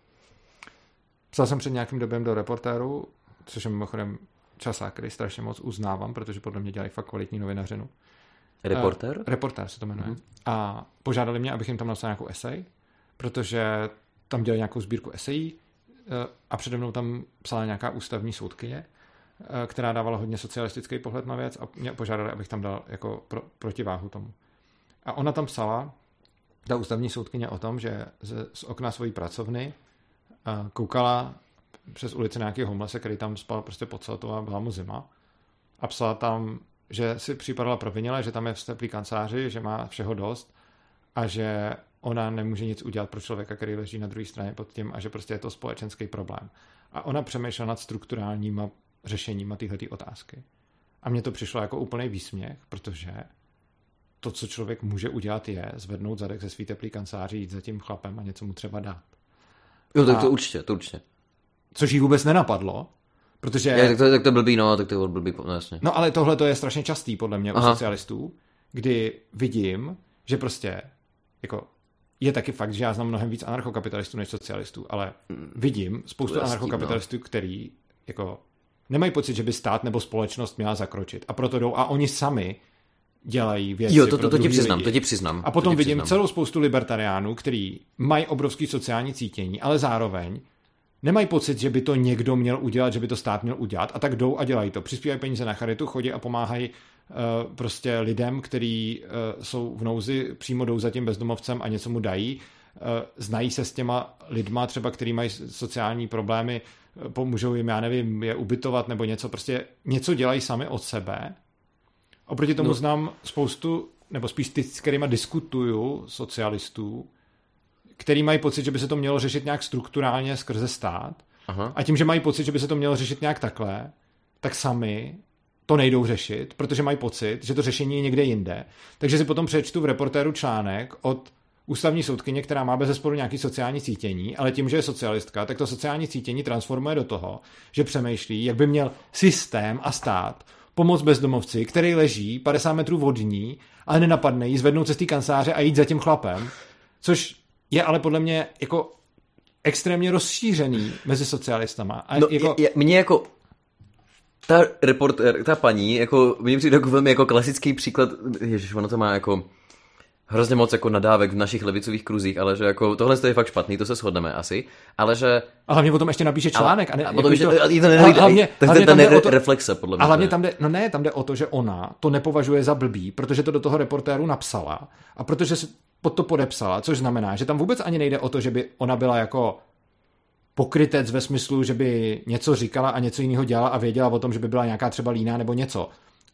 Psal jsem před nějakým dobem do Reportéru, což je mimochodem časák, který strašně moc uznávám, protože podle mě dělají fakt kvalitní novinařinu. Reportér? Uh, Reportér se to jmenuje. Mm. A požádali mě, abych jim tam napsal nějakou esej, protože tam dělali nějakou sbírku esejí a přede mnou tam psala nějaká ústavní soudkyně, která dávala hodně socialistický pohled na věc a mě požádali, abych tam dal jako pro, protiváhu tomu. A ona tam psala, ta ústavní soudkyně, o tom, že z, z okna svojí pracovny koukala přes ulici nějakého homelesse, který tam spal prostě pod celou a byla mu zima. A psala tam, že si připadala provinile, že tam je v teplý kanceláři, že má všeho dost a že ona nemůže nic udělat pro člověka, který leží na druhé straně pod tím a že prostě je to společenský problém. A ona přemýšlela nad strukturálníma řešeníma téhletý otázky. A mně to přišlo jako úplný výsměch, protože to, co člověk může udělat, je zvednout zadek ze svý teplý kanceláři, jít za tím chlapem a něco mu třeba dát. Jo, tak a, to určitě, to určitě. Což jí vůbec nenapadlo, protože... Je, tak, to, tak to blbý, no, tak to blbý, no jasně. No ale tohle to je strašně častý, podle mě, Aha. u socialistů, kdy vidím, že prostě, jako, je taky fakt, že já znám mnohem víc anarchokapitalistů než socialistů, ale vidím spoustu jasný, anarchokapitalistů, no. který, jako, nemají pocit, že by stát nebo společnost měla zakročit. A proto jdou a oni sami dělají věci. Jo, to, to, pro to ti přiznám, lidi. to ti přiznám. A potom vidím přiznám. celou spoustu libertariánů, který mají obrovský sociální cítění, ale zároveň nemají pocit, že by to někdo měl udělat, že by to stát měl udělat, a tak jdou a dělají to. Přispívají peníze na charitu, chodí a pomáhají uh, prostě lidem, kteří uh, jsou v nouzi, přímo jdou za tím bezdomovcem a něco mu dají. Uh, znají se s těma lidma, třeba, který mají sociální problémy, uh, pomůžou jim, já nevím, je ubytovat nebo něco, prostě něco dělají sami od sebe. Oproti tomu no. znám spoustu, nebo spíš ty, s kterýma diskutuju, socialistů, který mají pocit, že by se to mělo řešit nějak strukturálně skrze stát. Aha. A tím, že mají pocit, že by se to mělo řešit nějak takhle, tak sami to nejdou řešit, protože mají pocit, že to řešení je někde jinde. Takže si potom přečtu v Reportéru článek od ústavní soudkyně, která má bezesporu nějaký sociální cítění, ale tím, že je socialistka, tak to sociální cítění transformuje do toho, že přemýšlí, jak by měl systém a stát pomoct bezdomovci, který leží padesát metrů od ní, ale nenapadne jí zvednout se z té kanceláře a jít za tím chlapem, což je ale podle mě jako extrémně rozšířený mezi socialistama. A no, jako... je, je, mně jako ta reportér, ta paní, jako mně přijde jako velmi jako klasický příklad, ježiš, ono to má jako hrozně moc jako nadávek v našich levicových kruzích, ale že jako tohle je fakt špatný, to se shodneme asi, ale že... A hlavně potom ještě napíše článek. Ale, a, ne, a potom jako ještě, to, to nejde, hlavně, tak hlavně to je re, reflexe, podle mě. A hlavně tam jde, no ne, tam jde o to, že ona to nepovažuje za blbý, protože to do toho Reportéru napsala a protože se pod to podepsala, což znamená, že tam vůbec ani nejde o to, že by ona byla jako pokrytec ve smyslu, že by něco říkala a něco jiného dělala a věděla o tom, že by byla nějaká třeba líná nebo něco.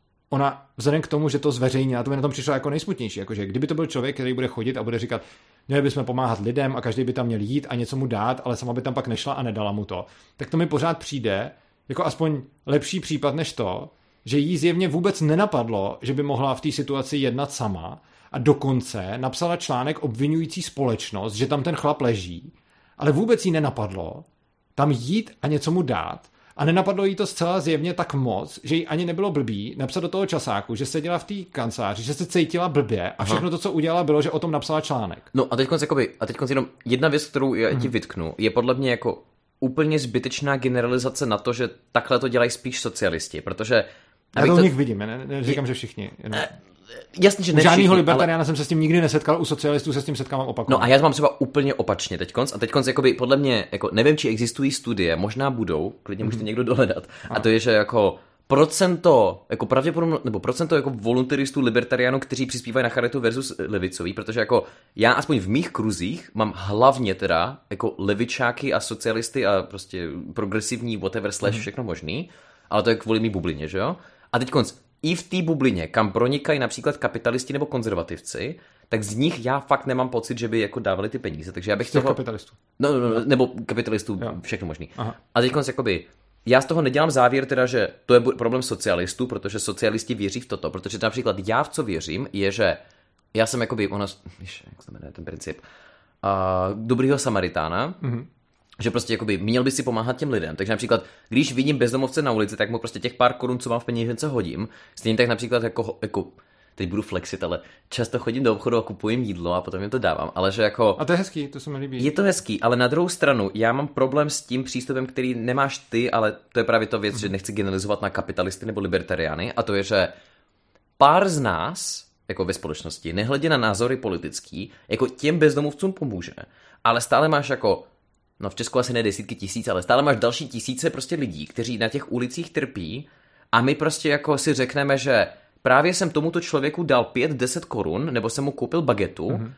Ona vzhledem k tomu, že to zveřejnila, to by na tom přišlo jako nejsmutnější, jakože kdyby to byl člověk, který bude chodit a bude říkat, měli bychom pomáhat lidem a každý by tam měl jít a něco mu dát, ale sama by tam pak nešla a nedala mu to, tak to mi pořád přijde jako aspoň lepší případ než to, že jí zjevně vůbec nenapadlo, že by mohla v té situaci jednat sama a dokonce napsala článek obvinující společnost, že tam ten chlap leží, ale vůbec jí nenapadlo tam jít a něco mu dát. A nenapadlo jí to zcela zjevně tak moc, že jí ani nebylo blbý napsat do toho časáku, že seděla v té kanceláři, že se cítila blbě a všechno Aha. to, co udělala, bylo, že o tom napsala článek. No a teďkonc, jakoby, a teďkonc jenom jedna věc, kterou já ti vytknu, je podle mě jako úplně zbytečná generalizace na to, že takhle to dělají spíš socialisti, protože... Já to u nich vidím, já ne, neříkám, že všichni. Jenom... Jasně, že ne žádnýho libertariána ale... jsem se s tím nikdy nesetkal, u socialistů se s tím setkávám opakovaně. No a já to mám třeba úplně opačně teďkonc, a teďkonc jakoby podle mě, jako nevím, či existují studie, možná budou, klidně můžete mm-hmm. někdo dohledat, a. a to je, že jako procento, jako pravděpodobně, nebo procento jako voluntaristů libertariánů, kteří přispívají na charitu versus levicový, protože jako já aspoň v mých kruzích mám hlavně teda jako levičáky a socialisty a prostě progresivní whatever slash mm-hmm. všechno možný, ale to je kvůli mý bublině, že jo? A teďkonc i v té bublině, kam pronikají například kapitalisti nebo konzervativci, tak z nich já fakt nemám pocit, že by jako dávali ty peníze. Takže já bych z toho... kapitalistů. No, no, no, nebo kapitalistů, jo. Všechno možný. Aha. A teď jakoby, já z toho nedělám závěr teda, že to je problém socialistů, protože socialisti věří v toto, protože například já v co věřím, je, že já jsem jakoby, ona, jak se jmenuje ten princip, uh, dobrýho Samaritána, mm-hmm. že prostě jakoby měl by si pomáhat těm lidem. Takže například, když vidím bezdomovce na ulici, tak mu prostě těch pár korun, co mám v peněžence, hodím. Stejně tak například jako, jako teď budu flexit, ale často chodím do obchodu a kupuji jídlo a potom jim to dávám. Ale že jako... A to je hezký, to se mi líbí. Je to hezký, ale na druhou stranu, já mám problém s tím přístupem, který nemáš ty, ale to je právě to věc, mm. že nechci generalizovat na kapitalisty nebo libertariány, a to je, že pár z nás, jako ve společnosti, nehledě na názory politický, jako těm bezdomovcům pomůže. Ale stále máš jako no v Česku asi ne desítky tisíc, ale stále máš další tisíce prostě lidí, kteří na těch ulicích trpí a my prostě jako si řekneme, že právě jsem tomuto člověku dal pět, deset korun, nebo jsem mu koupil bagetu. Mm-hmm.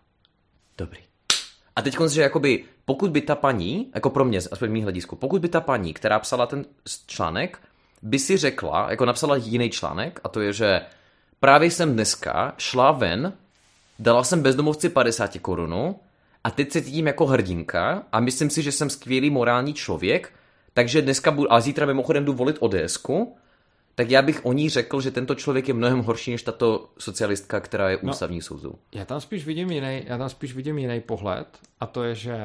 Dobrý. A teď že jakoby, pokud by ta paní, jako pro mě, aspoň v mých hledisku, pokud by ta paní, která psala ten článek, by si řekla, jako napsala jiný článek, a to je, že právě jsem dneska šla ven, dala jsem bezdomovci padesát korun, a teď se cítím jako hrdinka a myslím si, že jsem skvělý morální člověk, takže dneska budu, a zítra mimochodem jdu volit ODSku, tak já bych o ní řekl, že tento člověk je mnohem horší než tato socialistka, která je u ústavní no, soudu. Já tam spíš vidím jiný, já tam spíš vidím jiný pohled, a to je, že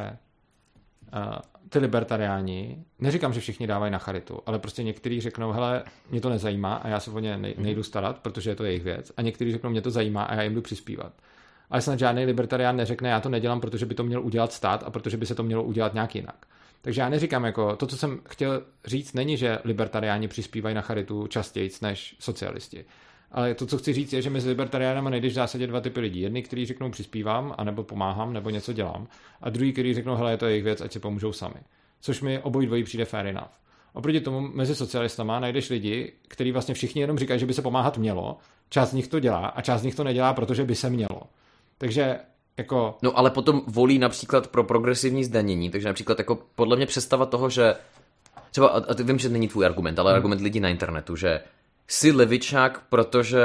uh, ty libertariáni, neříkám, že všichni dávají na charitu, ale prostě někteří řeknou, hele, mě to nezajímá a já se o ně nej, nejdu starat, protože je to jejich věc, a někteří řeknou, mě to zajímá a já jim jdu přispívat. Ale snad žádný libertarián neřekne, já to nedělám, protože by to měl udělat stát a protože by se to mělo udělat nějak jinak. Takže já neříkám, jako to, co jsem chtěl říct, není, že libertariáni přispívají na charitu častěji než socialisti. Ale to, co chci říct, je, že mezi libertariánama najdeš v zásadě dva typy lidí. Jedni, kteří řeknou přispívám, anebo pomáhám, nebo něco dělám, a druhý, kteří řeknou, hele, je to jejich věc, ať si pomůžou sami. Což mi obojí dvojí přijde fair enough. Oproti tomu mezi socialistama najdeš lidi, kteří vlastně všichni jenom říkají, že by se pomáhat mělo, část z nich to dělá a část z nich to nedělá, protože by se mělo. Takže jako... No ale potom volí například pro progresivní zdanění, takže například jako podle mě představa toho, že třeba, a vím, že není tvůj argument, ale hmm. argument lidí na internetu, že jsi levičák, protože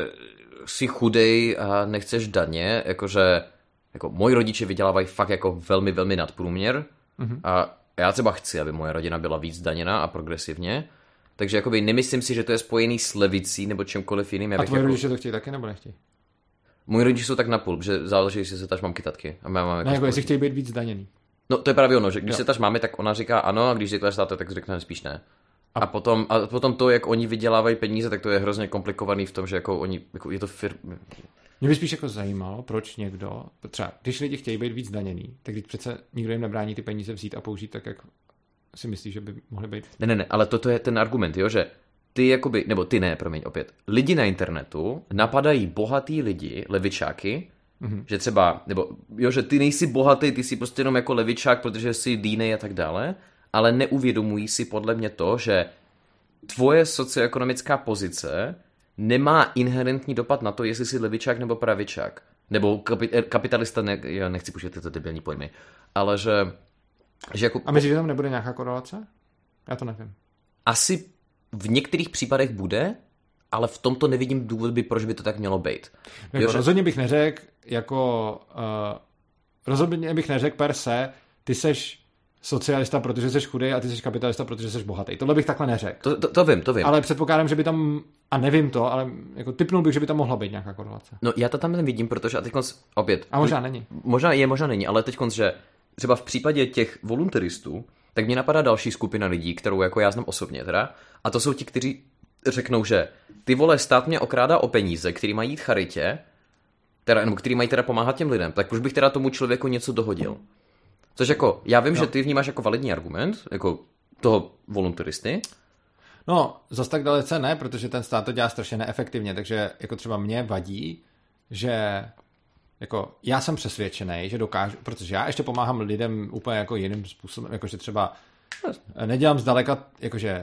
jsi chudej a nechceš daně, jakože jako moji rodiče vydělávají fakt jako velmi, velmi nadprůměr hmm. a já třeba chci, aby moje rodina byla víc zdaněná a progresivně, takže jakoby nemyslím si, že to je spojený s levicí nebo čemkoliv jiným. A tvoje jako... rodiče to chtějí taky nebo nechtějí? Moji rodiče jsou tak napůl, že záleží, jestli se taž mám kytatky. A já mám jako no, jako jestli chtějí být víc zdaněný. No to je právě ono, že když jo. se taž máme, tak ona říká ano, a když řekneš táta, tak řekne spíš ne. A, a, potom, a potom to, jak oni vydělávají peníze, tak to je hrozně komplikovaný v tom, že jako oni, jako je to firmy. Mě by spíš jako zajímalo, proč někdo, třeba když lidi chtějí být víc zdaněný, tak když přece nikdo jim nebrání ty peníze vzít a použít tak, jak si myslí, že by mohly být. Ne, ne, ne, ale toto je ten argument, jo, že ty jakoby, nebo ty ne, promiň, opět, lidi na internetu napadají bohatý lidi, levičáky, mm-hmm. že třeba, nebo jo, že ty nejsi bohatý, ty jsi prostě jenom jako levičák, protože jsi línej a tak dále, ale neuvědomují si podle mě to, že tvoje socioekonomická pozice nemá inherentní dopad na to, jestli jsi levičák nebo pravičák. Nebo kapi- kapitalista, ne, já nechci použít tyto debilní pojmy, ale že Že jako... A myslíš, že tam nebude nějaká korelace? Já to nevím. Asi v některých případech bude, ale v tomto nevidím důvod, by, proč by to tak mělo být. Jako, jo, že... Rozhodně bych neřekl, jako... Uh, rozhodně bych neřekl per se, ty seš socialista, protože jsi chudej a ty jsi kapitalista, protože jsi bohatý. Tohle bych takhle neřekl. To, to, to vím, to vím. Ale předpokládám, že by tam, a nevím to, ale jako tipnul bych, že by tam mohla být nějaká korelace. No já to tam nevidím, protože a teď opět. A možná není. Možná je, možná není, ale teď že třeba v případě těch voluntaristů, tak mě napadá další skupina lidí, kterou jako já znám osobně teda, a to jsou ti, kteří řeknou, že ty vole, stát mě okrádá o peníze, který mají jít charitě, teda, nebo který mají teda pomáhat těm lidem, tak už bych teda tomu člověku něco dohodil. Což jako, já vím, no. že ty vnímáš jako validní argument, jako toho voluntaristy. No, zas tak dalece ne, protože ten stát to dělá strašně neefektivně, takže jako třeba mě vadí, že jako já jsem přesvědčený, že dokážu, protože já ještě pomáhám lidem úplně jako jiným způsobem, jakože třeba nedělám zdaleka, jakože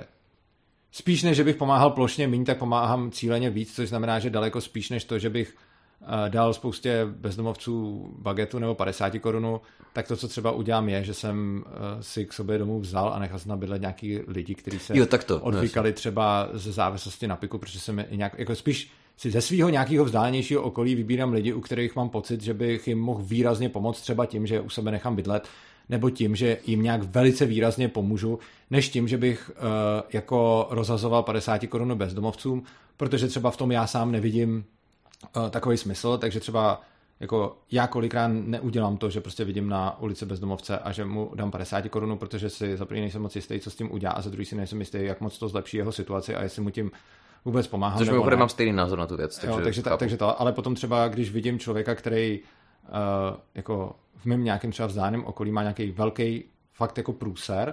spíš než, že bych pomáhal plošně míň, tak pomáhám cíleně víc, což znamená, že daleko spíš než to, že bych dal spoustě bezdomovců bagetu nebo padesát korun, tak to, co třeba udělám, je, že jsem si k sobě domů vzal a nechal jsem nabydlet nějaký lidi, kteří se jo, tak to, odvykali třeba ze závislosti na piku, protože jsem nějak, jako spíš si ze svého nějakého vzdálenějšího okolí vybírám lidi, u kterých mám pocit, že bych jim mohl výrazně pomoct, třeba tím, že u sebe nechám bydlet, nebo tím, že jim nějak velice výrazně pomůžu, než tím, že bych uh, jako rozhazoval padesát korun bezdomovcům, protože třeba v tom já sám nevidím uh, takový smysl, takže třeba jako já kolikrát neudělám to, že prostě vidím na ulici bezdomovce a že mu dám padesát korun, protože si za první nejsem moc jistý, co s tím udělá, a za druhý si nejsem jistý, jak moc to zlepší jeho situaci a jestli mu tím vůbec pomáhám. Což mimochodem mám stejný názor na tu věc. Takže, jo, takže, ta, takže to, ale potom třeba, když vidím člověka, který uh, jako v mém nějakém třeba vzdáleném okolí má nějaký velký fakt jako průser,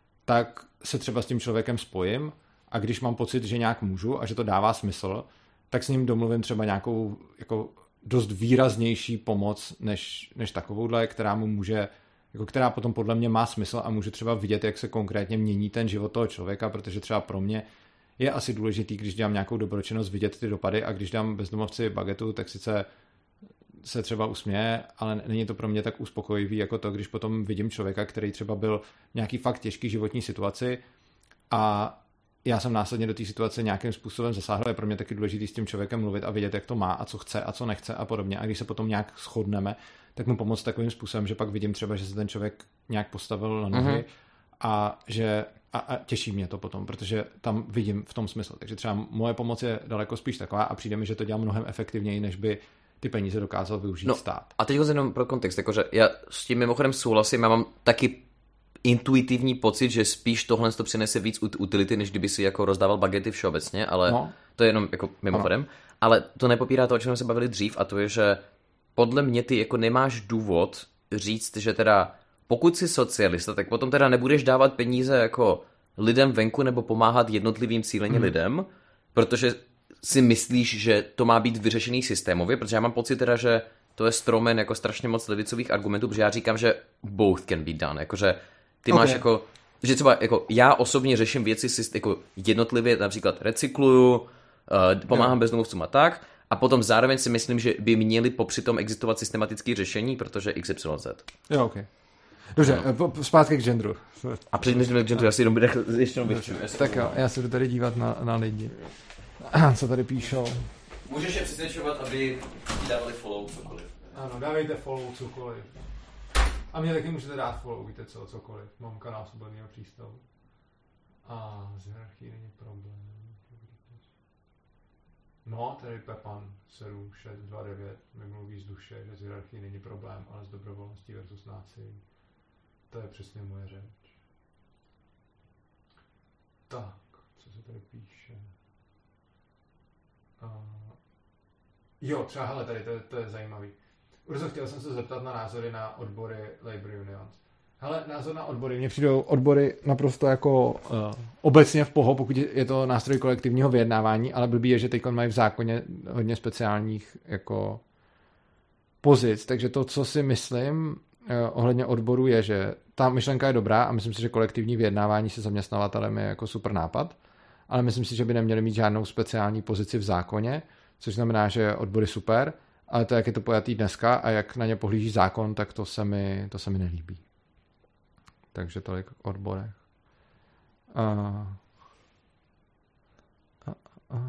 tak se třeba s tím člověkem spojím a když mám pocit, že nějak můžu a že to dává smysl, tak s ním domluvím třeba nějakou jako dost výraznější pomoc než, než takovouhle, která mu může, jako která potom podle mě má smysl a může třeba vidět, jak se konkrétně mění ten život toho člověka, protože třeba pro mě je asi důležitý, když dělám nějakou dobročinnost, vidět ty dopady, a když dám bezdomovci bagetu, tak sice se třeba usměje, ale není to pro mě tak uspokojivý jako to, když potom vidím člověka, který třeba byl v nějaký fakt těžký životní situaci a já jsem následně do té situace nějakým způsobem zasáhl. Je pro mě taky důležitý s tím člověkem mluvit a vidět, jak to má a co chce a co nechce a podobně. A když se potom nějak shodneme, tak mu pomoct takovým způsobem, že pak vidím třeba, že se ten člověk nějak postavil na nohy mm-hmm. a že a, a těší mě to potom, protože tam vidím v tom smysl. Takže třeba moje pomoc je daleko spíš taková a přijde mi, že to dělá mnohem efektivněji, než by ty peníze dokázal využít no, stát. A teď jenom pro kontext, jakože já s tím mimochodem souhlasím, já mám taky intuitivní pocit, že spíš tohle to přinese víc utility, než kdyby si jako rozdával bagety všeobecně, ale no. to je jenom jako mimochodem. Ano. Ale to nepopírá to, o čem jsme se bavili dřív, a to je, že podle mě ty jako nemáš důvod říct, že teda pokud jsi socialista, tak potom teda nebudeš dávat peníze jako lidem venku nebo pomáhat jednotlivým cíleně hmm. lidem, protože si myslíš, že to má být vyřešený systémově, protože já mám pocit teda, že to je stromen jako strašně moc levicových argumentů, protože já říkám, že both can be done, jakože ty okay. máš jako, že třeba jako já osobně řeším věci jako jednotlivě, například recykluju, uh, pomáhám bezdomovcům a tak, a potom zároveň si myslím, že by měly popři tom existovat systematické řešení, protože iks ypsilon zet. Jo, ok. Dobře, no. Zpátky k genderu. A předtím, než jdeme k genderu, já si jenom bych ještě jenom vyčím. Tak jo, já se jdu tady dívat na, na lidi. Co tady píšou? Můžeš je přesvědčovat, aby dávali follow cokoliv. Ano, dávejte follow cokoliv. A mě taky můžete dát follow, víte co, cokoliv. Mám kanál Svobodného přístavu. A z hierarchii není problém. No, tady Pepan sedm šest dva devět mi mluví z duše, že z hierarchii není problém, ale z dobrovolností versus násilí. To je přesně moje řeč. Tak, co se tady píše? Uh, jo, třeba, hele, tady, to, to je zajímavý. Urzo, chtěl jsem se zeptat na názory na odbory Labor Unions. Hele, názor na odbory. Mně přijdou odbory naprosto jako uh, obecně v poho, pokud je to nástroj kolektivního vyjednávání, ale blbý je, že teď mají v zákoně hodně speciálních jako pozic. Takže to, co si myslím uh, ohledně odboru, je, že ta myšlenka je dobrá a myslím si, že kolektivní vyjednávání se zaměstnavatelem je jako super nápad, ale myslím si, že by neměli mít žádnou speciální pozici v zákoně, což znamená, že odbory super, ale to, jak je to pojatý dneska a jak na ně pohlíží zákon, tak to se mi, to se mi nelíbí. takže tolik k odborech. A... A... A...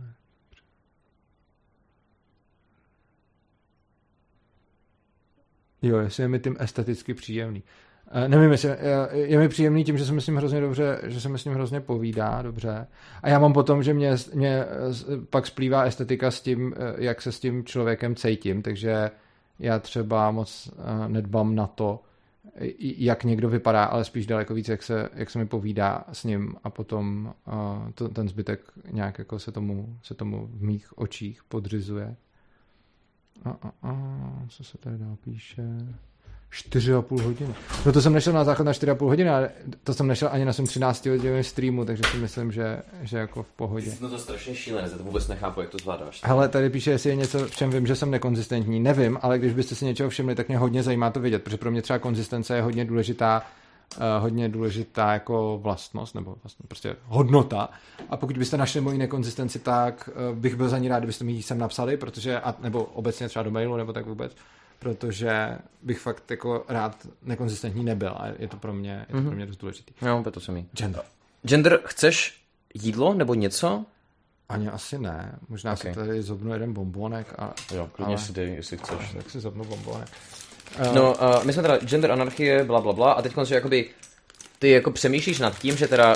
Jo, jestli je mi tím esteticky příjemný. Nevím, jestli je mi příjemný tím, že se myslím hrozně dobře, že se myslím hrozně povídá dobře. A já mám potom, že mě, mě pak splývá estetika s tím, jak se s tím člověkem cítím, takže já třeba moc nedbám na to, jak někdo vypadá, ale spíš daleko víc, jak se, jak se mi povídá s ním a potom to, ten zbytek nějak jako se tomu, se tomu v mých očích podřizuje. A, a, a, co se tady dál píše? čtyři a půl hodiny. No to jsem nešel na záchod na čtyři a půl hodiny, ale to jsem nešel ani na svém třináctihodinovém streamu, takže si myslím, že, že jako v pohodě. No to strašně šílené, to vůbec nechápu, jak to zvládáš. Hele, tady píše, jestli je něco, v čem vím, že jsem nekonzistentní. Nevím, ale když byste si něčeho všimli, tak mě hodně zajímá to vědět, protože pro mě třeba konzistence je hodně důležitá, uh, hodně důležitá jako vlastnost, nebo vlastně prostě hodnota. A pokud byste našli moji nekonzistenci, tak uh, bych byl za ní rád, kdybyste mi ji sem napsali, protože, a, nebo obecně třeba do mailu, nebo tak vůbec, protože bych fakt jako rád nekonzistentní nebyl a je to pro mě, je to mm-hmm. pro mě dost důležitý. Jo, to jsem jí. Gender. Gender, chceš jídlo nebo něco? Ani asi ne. Možná okay. si tady zobnu jeden bombonek. A, jo, klidně ale... si dej, jestli chceš. Tak si zobnu bombonek. No, uh, my jsme teda gender anarchie, bla, bla, bla, a teď konce, jakoby, ty jako přemýšlíš nad tím, že teda,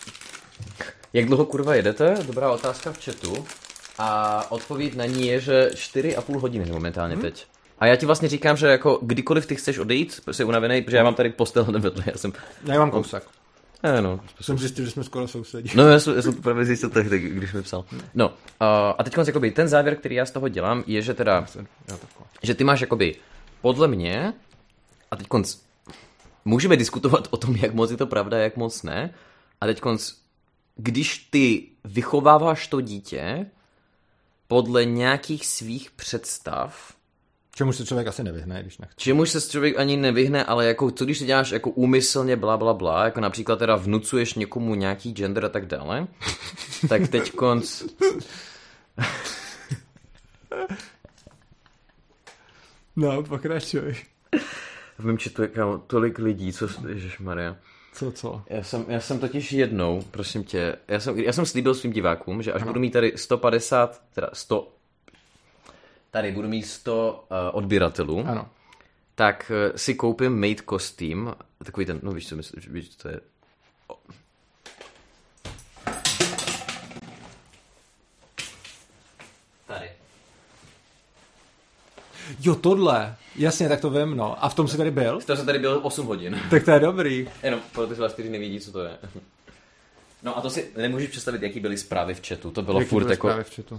jak dlouho kurva jedete? Dobrá otázka v chatu. A odpověď na ní je, že čtyři a půl hodiny momentálně hmm. teď. A já ti vlastně říkám, že jako kdykoliv ty chceš odejít, jsi unavený, protože já mám tady postel nevedle. Já jsem... Já mám kousek. Ne, no. Jsem zjistil, že jsme skoro sousedí. No, já jsem, já jsem to právě zjistil tehdy, když mi psal. No, uh, a teď jakoby, ten závěr, který já z toho dělám, je, že teda, že ty máš jakoby, podle mě, a teď konc, můžeme diskutovat o tom, jak moc je to pravda, jak moc ne, a teď konc, když ty vychováváš to dítě podle nějakých svých představ, čemu se člověk asi nevyhne, když nechce. Čemu se člověk ani nevyhne, ale jako co když to děláš jako úmyslně bla bla bla, jako například teda vnucuješ někomu nějaký gender a tak dále, tak teď konc... No, pokračuj. V mém chatu je tolik lidí, co... Ježišmarja. Co, co? Já jsem, já jsem totiž jednou, prosím tě, já jsem, já jsem slíbil svým divákům, že až ano. budu mít tady sto padesát, teda sto... Tady budu mít sto uh, odběratelů, ano. Tak uh, si koupím maid kostým, takový ten, no víš co, myslím, víš, co to je. Oh. Tady. Jo, tohle, jasně, tak to vím, no. A v tom jsi tady byl? V tom jsem tady byl osm hodin. Tak to je dobrý. Jenom, protože vás, kteří nevědí, co to je. No a to si nemůžeš představit, jaký byly zprávy v chatu, to bylo jaký furt byly jako... zprávy v chatu?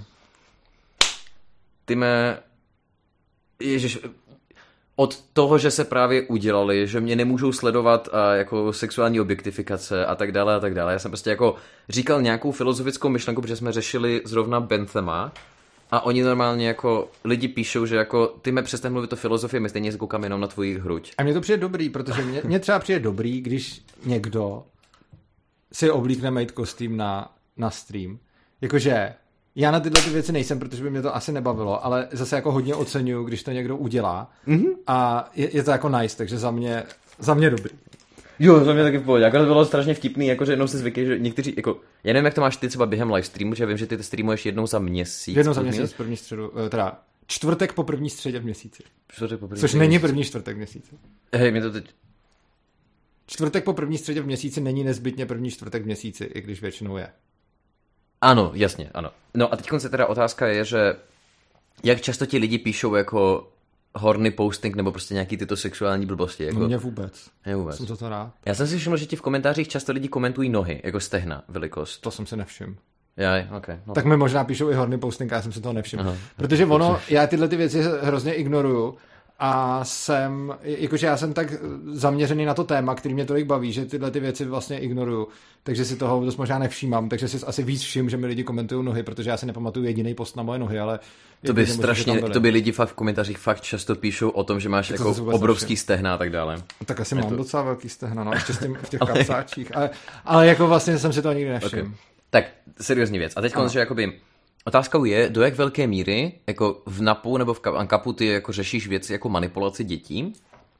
Ty mé... Ježiš, od toho, že se právě udělali, že mě nemůžou sledovat a jako sexuální objektifikace a tak dále a tak dále. Já jsem prostě jako říkal nějakou filozofickou myšlenku, protože jsme řešili zrovna Benthama a oni normálně jako lidi píšou, že jako ty mě přestaň mluvit o filozofii, my stejně koukám jenom na tvoji hruď. A mně to přijde dobrý, protože mě, mě třeba přijde dobrý, když někdo si oblíkne maid kostým na, na stream. Jakože já na tyhle ty věci nejsem, protože by mě to asi nebavilo, ale zase jako hodně oceňuju, když to někdo udělá. Mm-hmm. A je, je to jako nice, takže za mě, za mě dobrý. Jo, za mě taky v pohodě. Jako to bylo strašně vtipný, jakože jednou si zvyklí, že někteří, jako, já nevím, jak to máš ty třeba během live streamu, že já vím, že ty streamuješ jednou za měsíc. Jednou za měsíc, první středu, teda čtvrtek po první středě v měsíci. Čtvrtek po první Což není první čtvrtek v měsíci. Hej, mě to teď... Čtvrtek po první středě v měsíci není nezbytně první čtvrtek v měsíci, i když většinou je. Ano, jasně, ano. No a teď se teda otázka je, že jak často ti lidi píšou jako horny posting nebo prostě nějaký tyto sexuální blbosti. Jako... No mě vůbec. Mě vůbec. Jsem za to rád. Já jsem si všiml, že ti v komentářích často lidi komentují nohy, jako stehna, velikost. To jsem si nevšiml. Jaj, okay, no. Tak mi možná píšou i horny posting, já jsem si toho nevšiml. Aha. Protože ono, já tyhle ty věci hrozně ignoruju a jsem, jakože já jsem tak zaměřený na to téma, který mě tolik baví, že tyhle ty věci vlastně ignoruju, takže si toho dost možná nevšímám, takže si asi víc všim, že mi lidi komentují nohy, protože já si nepamatuju jediný post na moje nohy, ale... To by strašně, to by lidi fakt v komentářích fakt často píšou o tom, že máš jako obrovský nevšim. Stehna a tak dále. Tak asi mám to... docela velký stehna, no, ještě s tím, v těch kapsáčích, ale, ale jako vlastně jsem si to nikdy nevšiml. Okay. Tak, seriózní věc. A teď konec, že jakoby... Otázkou je, do jak velké míry jako v napu nebo v kapu ty jako řešíš věci jako manipulaci dětí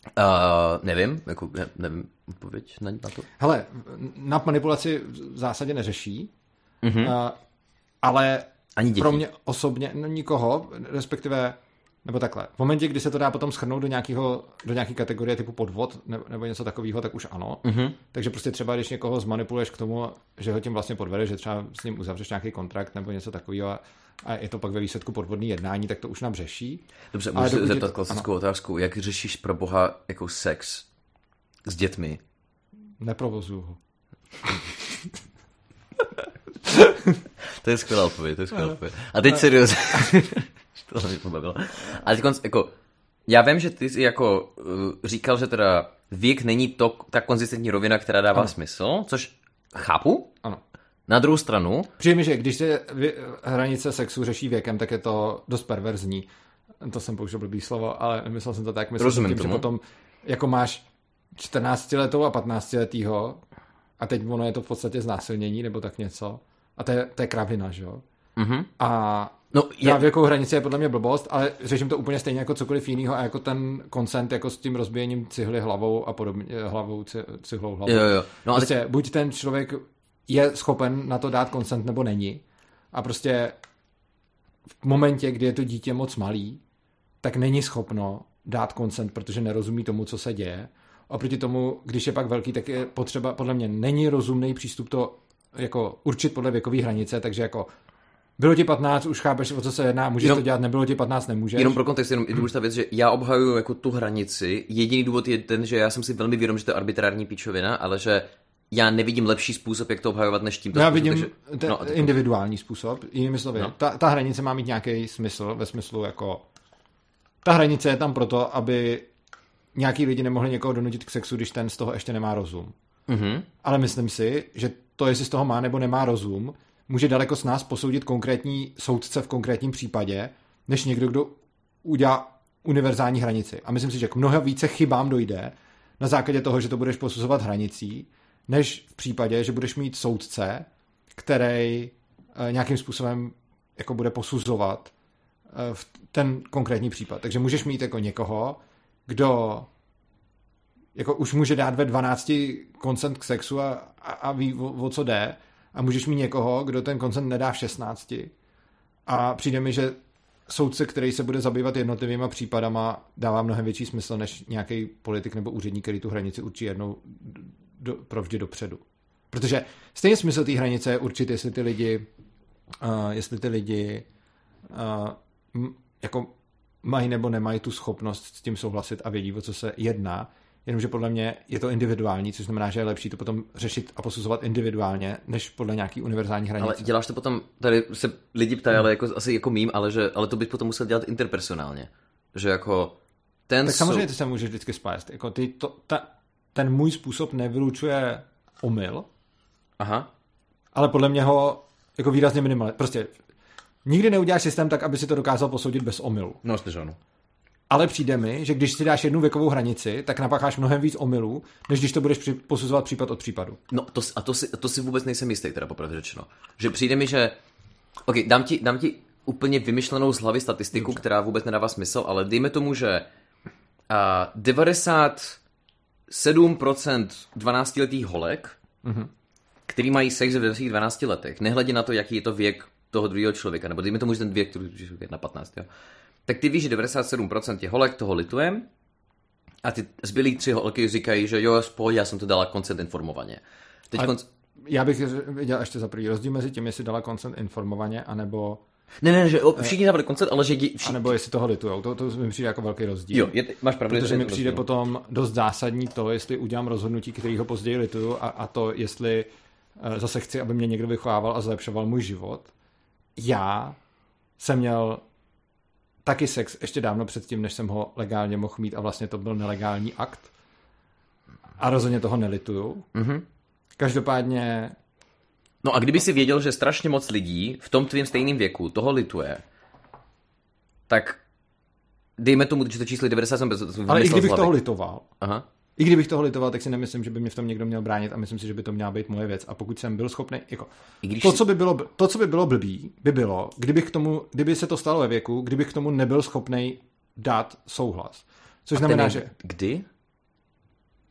Uh, nevím, jako ne, nevím odpověď na, na to. Hele, na manipulaci v zásadě neřeší, Mm-hmm. uh, ale Ani děti. pro mě osobně, no nikoho, respektive, nebo takhle, v momentě, kdy se to dá potom shrnout do nějakého, do nějaké kategorie typu podvod nebo, nebo něco takového, tak už ano. Mm-hmm. Takže prostě třeba, když někoho zmanipuluješ k tomu, že ho tím vlastně podvedeš, že třeba s ním uzavřeš nějaký kontrakt nebo něco takového a, a je to pak ve výsledku podvodný jednání, tak to už nám řeší. Dobře, můžu se zeptat klasickou ano. otázku. Jak řešíš pro boha jako sex s dětmi? Neprovozuju ho. To je skvělá odpověď, to je skvělá odpověď. A teď seriózně. Tohle mě pobavilo. A teď konc, jako, já vím, že ty jsi jako uh, říkal, že teda věk není to, ta konzistentní rovina, která dává ano. smysl, což chápu. Ano. Na druhou stranu... Přijde mi, že když se hranice sexu řeší věkem, tak je to dost perverzní. To jsem použil blbý slovo, ale myslel jsem to tak. Myslel Rozumím jsem tím, tomu. že potom jako máš čtrnáctiletou a patnáctiletýho a teď ono je to v podstatě znásilnění nebo tak něco. A to je, to je kravina, že jo? Mm-hmm. A no, je... na věkovou hranici je podle mě blbost, ale řeším to úplně stejně jako cokoliv jiného a jako ten koncent jako s tím rozbíjením cihly hlavou a podobně, hlavou, cihlou hlavou. Jo, jo. No, ale... Prostě buď ten člověk je schopen na to dát konsent nebo není. A prostě v momentě, kdy je to dítě moc malý, tak není schopno dát konsent, protože nerozumí tomu, co se děje. Oproti tomu, když je pak velký, tak je potřeba, podle mě není rozumný přístup to jako určit podle věkové hranice, takže jako bylo ti patnáct, už chápeš, o co se jedná, můžeš jenom, to dělat, nebylo ti patnáct, nemůžeš. Jenom pro kontext, jenom je důležitá věc, že já obhajuju jako tu hranici. Jediný důvod je ten, že já jsem si velmi vědom, že to je arbitrární píčovina, ale že já nevidím lepší způsob, jak to obhajovat, než tímto. No já způsob, vidím takže... ten no, individuální způsob, jinými slovy. No. Ta, ta hranice má mít nějaký smysl, ve smyslu jako ta hranice je tam proto, aby nějaký lidi nemohli někoho donutit k sexu, když ten z toho ještě nemá rozum. Mm-hmm. Ale myslím si, že to, jestli z toho má nebo nemá rozum, může daleko s nás posoudit konkrétní soudce v konkrétním případě, než někdo, kdo udělá univerzální hranici. A myslím si, že k mnoha více chybám dojde na základě toho, že to budeš posuzovat hranicí, než v případě, že budeš mít soudce, který nějakým způsobem jako bude posuzovat v ten konkrétní případ. Takže můžeš mít jako někoho, kdo jako už může dát ve dvanácti konsent k sexu a, a, a ví, o, o co jde. A můžeš mít někoho, kdo ten konsent nedá v šestnácti. A přijde mi, že soudce, který se bude zabývat jednotlivýma případama, dává mnohem větší smysl, než nějaký politik nebo úředník, který tu hranici určí jednou do, provždy dopředu. Protože stejně smysl té hranice je určit, jestli ty lidi uh, jestli ty lidi uh, m, jako mají nebo nemají tu schopnost s tím souhlasit a vědí, o co se jedná. Jenomže podle mě je to individuální, což znamená, že je lepší to potom řešit a posuzovat individuálně, než podle nějaký univerzální hranice. Ale děláš to potom, tady se lidi ptají, ale jako, asi jako mým, ale, že, ale to bys potom musel dělat interpersonálně. Že jako ten tak sou... samozřejmě ty se můžeš vždycky spést. Jako ty to, ta, ten můj způsob nevylučuje omyl, Aha. ale podle mě ho jako výrazně minimalizuje. Prostě nikdy neuděláš systém tak, aby si to dokázal posoudit bez omylu. No, slyš, ano. Ale přijde mi, že když si dáš jednu věkovou hranici, tak napácháš mnohem víc omylů, než když to budeš při, posuzovat případ od případu. No to, a to si, to si vůbec nejsem jistý, teda popravdě řečeno. Že přijde mi, že... Ok, dám ti, dám ti úplně vymyšlenou z hlavy statistiku, Dobře. která vůbec nedává smysl, ale dejme tomu, že uh, devadesát sedm procent dvanáctiletých holek, mm-hmm. který mají sex ve svých dvanácti letech, nehledě na to, jaký je to věk toho druhého člověka, nebo dejme tomu, že ten věk, který je na patnáct, jo. Tak ty víš, že devadesát sedm procent těch holek toho litujem a ty zbylý tři holky říkají, že jo, spoj, já jsem to dala consent informovaně. Teď konc... Já bych viděl ještě za první rozdíl mezi tím, jestli dala consent informovaně, anebo... Ne, ne, že všichni dávali consent, ale že... Všichni... A nebo jestli toho litujou, to, to mi přijde jako velký rozdíl. Jo, je, máš pravdu. Protože mi přijde rozdíl. Potom dost zásadní to, jestli udělám rozhodnutí, kterýho později lituju a, a to, jestli uh, zase chci, aby mě někdo vychovával a zlepšoval můj život. Já jsem měl taky sex ještě dávno předtím, než jsem ho legálně mohl mít a vlastně to byl nelegální akt. A rozhodně toho nelituju. Mm-hmm. Každopádně... No a kdyby si věděl, že strašně moc lidí v tom tvým stejném věku toho lituje, tak dejme tomu, že to číslo je devadesát sedm. Ale i kdybych toho litoval, Aha. i kdybych toho litoval, tak si nemyslím, že by mě v tom někdo měl bránit a myslím si, že by to měla být moje věc. A pokud jsem byl schopný, jako, když... to, co by bylo, to, co by bylo blbý, by bylo, kdybych k tomu, kdyby se to stalo ve věku, kdybych k tomu nebyl schopný dát souhlas. Což a znamená, je... že... Kdy?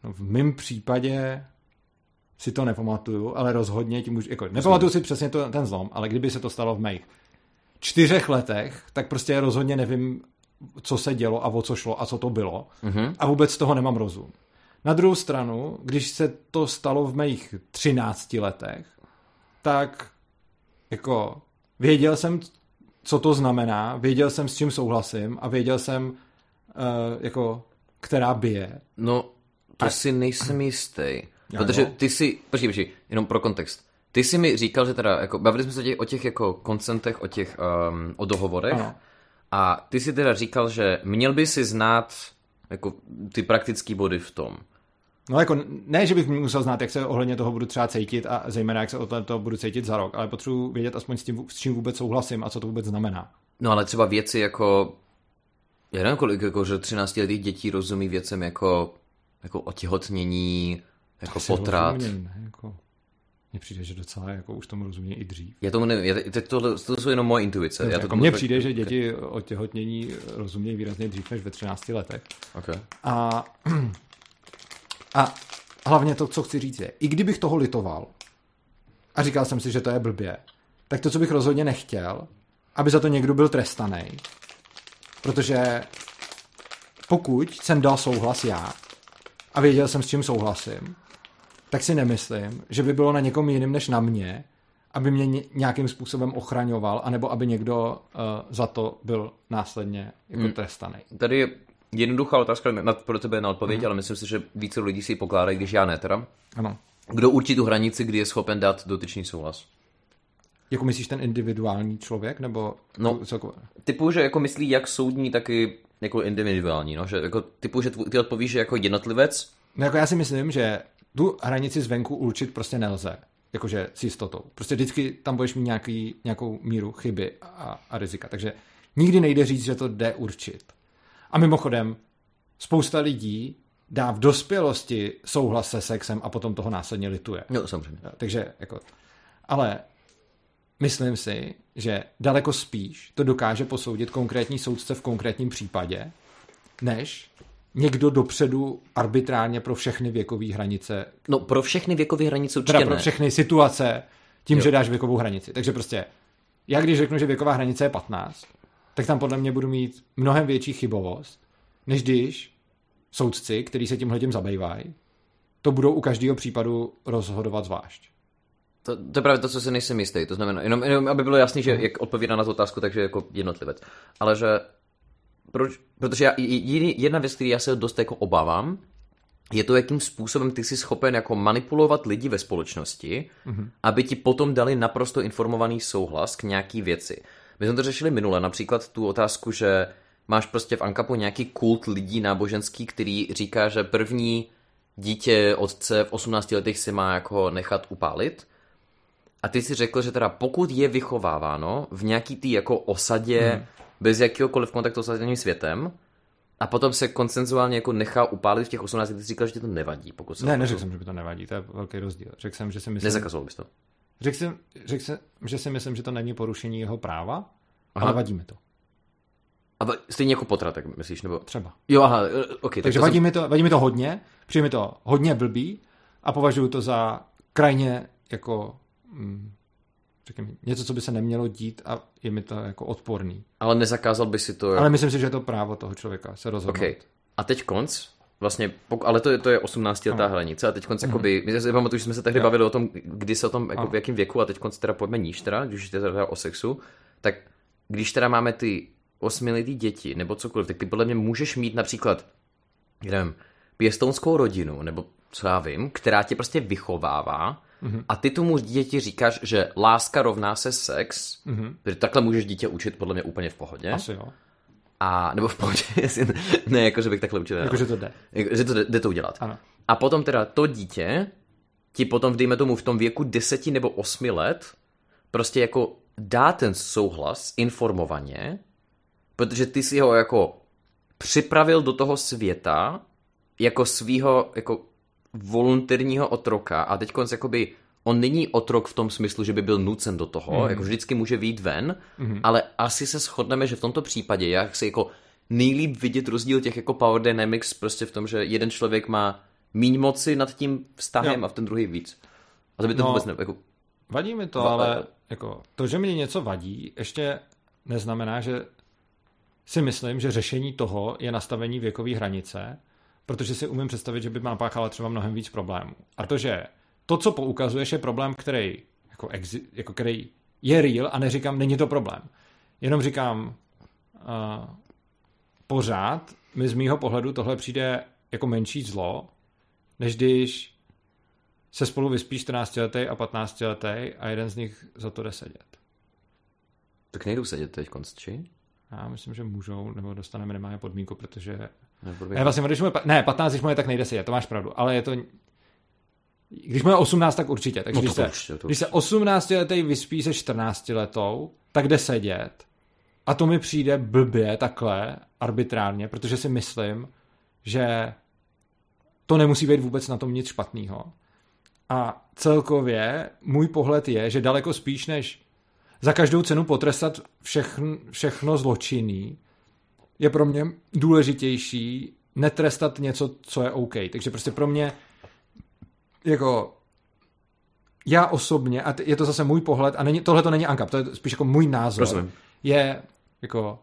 No, v mém případě si to nepamatuju, ale rozhodně tím už, jako, nepamatuju si přesně to, ten zlom, ale kdyby se to stalo v mých čtyřech letech, tak prostě rozhodně nevím, co se dělo a o co šlo a co to bylo. Mm-hmm. A vůbec z toho nemám rozum. Na druhou stranu, když se to stalo v mých třinácti letech, tak jako věděl jsem, co to znamená, věděl jsem, s čím souhlasím a věděl jsem, uh, jako, která bije. No, to a... si nejsem jistý. Protože ty si, počkej, počkej, jenom pro kontext. Ty jsi mi říkal, že teda, jako, bavili jsme se těch, o těch jako koncentech, o těch, um, o dohovorech. Ano. A ty si teda říkal, že měl by si znát jako ty praktické body v tom. No jako ne, že bych musel znát, jak se ohledně toho budu třeba cítit a zejména jak se o to budu cítit za rok, ale potřebuji vědět aspoň s tím, s čím vůbec souhlasím a co to vůbec znamená. No ale třeba věci jako, já nevím kolik, jako, že třináctiletých dětí rozumí věcem jako, jako otěhotnění, jako potrat. Rozumím, jako, mně přijde, že docela jako už tomu rozumí i dřív. Já tomu nevím, já, to, to jsou jenom moje intuice. Dobře, já to jako mně přijde, že děti otěhotnění rozumějí výrazně dřív než ve třinácti letech. Okay. A, a hlavně to, co chci říct je, i kdybych toho litoval a říkal jsem si, že to je blbě, tak to, co bych rozhodně nechtěl, aby za to někdo byl trestaný. Protože pokud jsem dal souhlas já a věděl jsem, s čím souhlasím, tak si nemyslím, že by bylo na někom jiným než na mě, aby mě nějakým způsobem ochraňoval, anebo aby někdo uh, za to byl následně jako hmm. trestaný. Tady je jednoduchá otázka pro tebe na odpověď, hmm. ale myslím si, že více lidí si ji pokládají, když já ne teda. Ano. Kdo určí tu hranici, kdy je schopen dát dotyčný souhlas? Jako myslíš ten individuální člověk, nebo no, celkově? Typu, že jako myslí jak soudní, tak i jako individuální, no, že jako typu, že ty odpovíš, že jako jednotlivec. No jako já si myslím, že tu hranici zvenku určit prostě nelze, jakože s jistotou. Prostě vždycky tam budeš mít nějaký, nějakou míru chyby a, a rizika, takže nikdy nejde říct, že to jde určit. A mimochodem, spousta lidí dá v dospělosti souhlas se sexem a potom toho následně lituje. No, samozřejmě. Takže jako, ale myslím si, že daleko spíš to dokáže posoudit konkrétní soudce v konkrétním případě, než někdo dopředu arbitrárně pro všechny věkové hranice. No pro všechny věkové hranice určitě teda pro ne. všechny situace tím, jo. že dáš věkovou hranici. Takže prostě já když řeknu, že věková hranice je patnáct, tak tam podle mě budu mít mnohem větší chybovost, než když soudci, kteří se tímhletím zabývají, to budou u každého případu rozhodovat zvlášť. To, to je právě to, co si nejsem jistý. To znamená, jenom, jenom aby bylo jasný, že jak odpovídá na tu otázku, takže jako jednotlivec. Ale že proč, protože já, jedna věc, který já se dost jako obávám, je to, jakým způsobem ty jsi schopen jako manipulovat lidi ve společnosti, mm-hmm. aby ti potom dali naprosto informovaný souhlas k nějaký věci. My jsme to řešili minule, například tu otázku, že máš prostě v Ankapu nějaký kult lidí náboženský, který říká, že první dítě otce v osmnácti letech si má jako nechat upálit. A ty si řekl, že teda pokud je vychováváno v nějaký tý jako osadě, mm. bez jakýhokoliv kontaktu s ostatním světem, a potom se konsenzuálně jako nechá upálit v těch osmnácti, ty jsi říkal, že ti to nevadí. Pokud se ne, neřekl jsem, že by to nevadí, to je velký rozdíl. Řekl jsem, že si myslím... Nezakazoval bys to. Řekl jsem, řekl jsem, že si myslím, že to není porušení jeho práva, aha. ale vadí mi to. A stejně jako potrat, tak myslíš, nebo... Třeba. Jo, aha, okay, takže tak vadí, jsem... mi to, vadí mi to hodně, přijde mi to hodně blbý a považuji to za krajně jako... Mm, řekněme, něco, co by se nemělo dít a je mi to jako odporný. Ale nezakázal by si to... Jako... Ale myslím si, že je to právo toho člověka se rozhodnout. Okay. A teď konc, vlastně, pok... ale to je, to je osmnáctiletá hranice a teď konc, mm-hmm. jakoby, my si pamatuju, že jsme se tehdy jo. bavili o tom, kdy se o tom, jako v jakém věku a teď konc teda pojďme níž teda, když jste teda o sexu, tak když teda máme ty osmiletý děti nebo cokoliv, tak ty podle mě můžeš mít například, nevím, pěstounskou rodinu, nebo co já vím, která tě prostě vychovává mm-hmm. a ty tomu děti říkáš, že láska rovná se sex, mm-hmm. protože takhle můžeš dítě učit podle mě úplně v pohodě. Asi jo. A, nebo v pohodě, ne, jako že bych takhle učil. Jako, že to jde. Jako, že to jde, jde to udělat. Ano. A potom teda to dítě ti potom, dejme tomu, v tom věku deseti nebo osmi let prostě jako dá ten souhlas informovaně, protože ty si ho jako připravil do toho světa jako svýho jako volunterního otroka a teď konc jakoby on není otrok v tom smyslu, že by byl nucen do toho, mm. jako vždycky může vyjít ven, mm. ale asi se shodneme, že v tomto případě, jak si jako nejlíp vidět rozdíl těch jako power dynamics prostě v tom, že jeden člověk má míň moci nad tím vztahem jo. a v ten druhý víc. A to by to no, vůbec ne... Jako... Vadí mi to, ale jako, to, že mi něco vadí, ještě neznamená, že si myslím, že řešení toho je nastavení věkové hranice, protože si umím představit, že by má páchala třeba mnohem víc problémů. A to, že to, co poukazuješ, je problém, který, jako, exi, jako, který je real a neříkám, není to problém. Jenom říkám, uh, pořád mi z mýho pohledu tohle přijde jako menší zlo, než když se spolu vyspí čtrnáctiletý a patnáctiletý a jeden z nich za to jde sedět. Tak nejdou sedět teď konci? Já myslím, že můžou, nebo dostaneme minimálně podmínku, protože... Ne, ne, vlastně, když mu je, ne, patnáct, když mu je, tak nejde sedět, to máš pravdu, ale je to... Když mu je osmnáct, tak určitě. Takže no, když, se, určitě, když se osmnáctiletý vyspí se čtrnáctiletou, tak jde sedět. A to mi přijde blbě takhle, arbitrárně, protože si myslím, že to nemusí být vůbec na tom nic špatného. A celkově můj pohled je, že daleko spíš než za každou cenu potrestat všechno, všechno zločinný, je pro mě důležitější netrestat něco, co je OK. Takže prostě pro mě jako já osobně, a je to zase můj pohled, a není, tohle to není ANCAP, to je spíš jako můj názor, Rozumím. je jako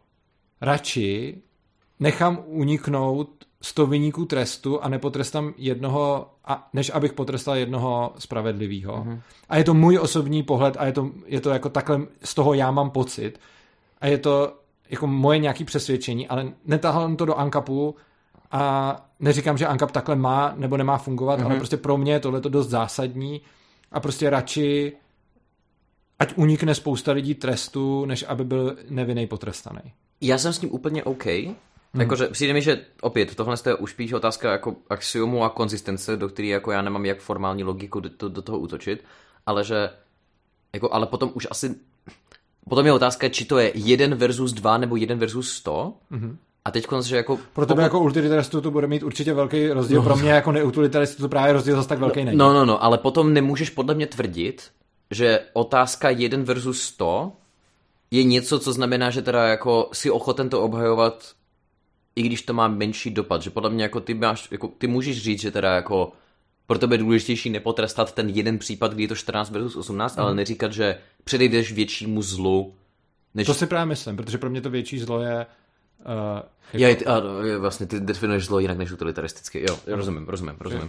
radši nechám uniknout sto viníků trestu a nepotrestám jednoho, a, než abych potrestal jednoho spravedlivého. Mm-hmm. A je to můj osobní pohled a je to, je to jako takhle, z toho já mám pocit. A je to jako moje nějaké přesvědčení, ale netahám to do ANCAPu a neříkám, že ANCAP takhle má nebo nemá fungovat, mm-hmm. ale prostě pro mě je tohleto dost zásadní a prostě radši ať unikne spousta lidí trestu, než aby byl nevinnej potrestaný. Já jsem s tím úplně OK. Hmm. Jakože přijde mi, že opět tohle je už spíš otázka jako axiomu a konzistence, do který jako já nemám jak formální logiku do, do, do toho útočit, ale že jako, ale potom už asi potom je otázka, či to je jeden versus dva nebo jeden versus sto. Hmm. A teď že jako... Pro tebe pokud... jako utilitaristu to bude mít určitě velký rozdíl, no. Pro mě jako neutilitaristu to právě rozdíl zase tak velký není. No, no, no, ale potom nemůžeš podle mě tvrdit, že otázka jeden versus sto je něco, co znamená, že teda jako si ochoten to obhajovat, i když to má menší dopad, že podle mě jako ty máš, jako ty můžeš říct, že teda jako pro tebe je důležitější nepotrestat ten jeden případ, kdy je to čtrnáct versus osmnáct, mm. ale neříkat, že předejdeš většímu zlu. Než... To si právě myslím, protože pro mě to větší zlo je... Uh, jako... Já, ty, a, vlastně ty definuješ zlo jinak než utilitaristicky. Jo, rozumím, rozumím, rozumím.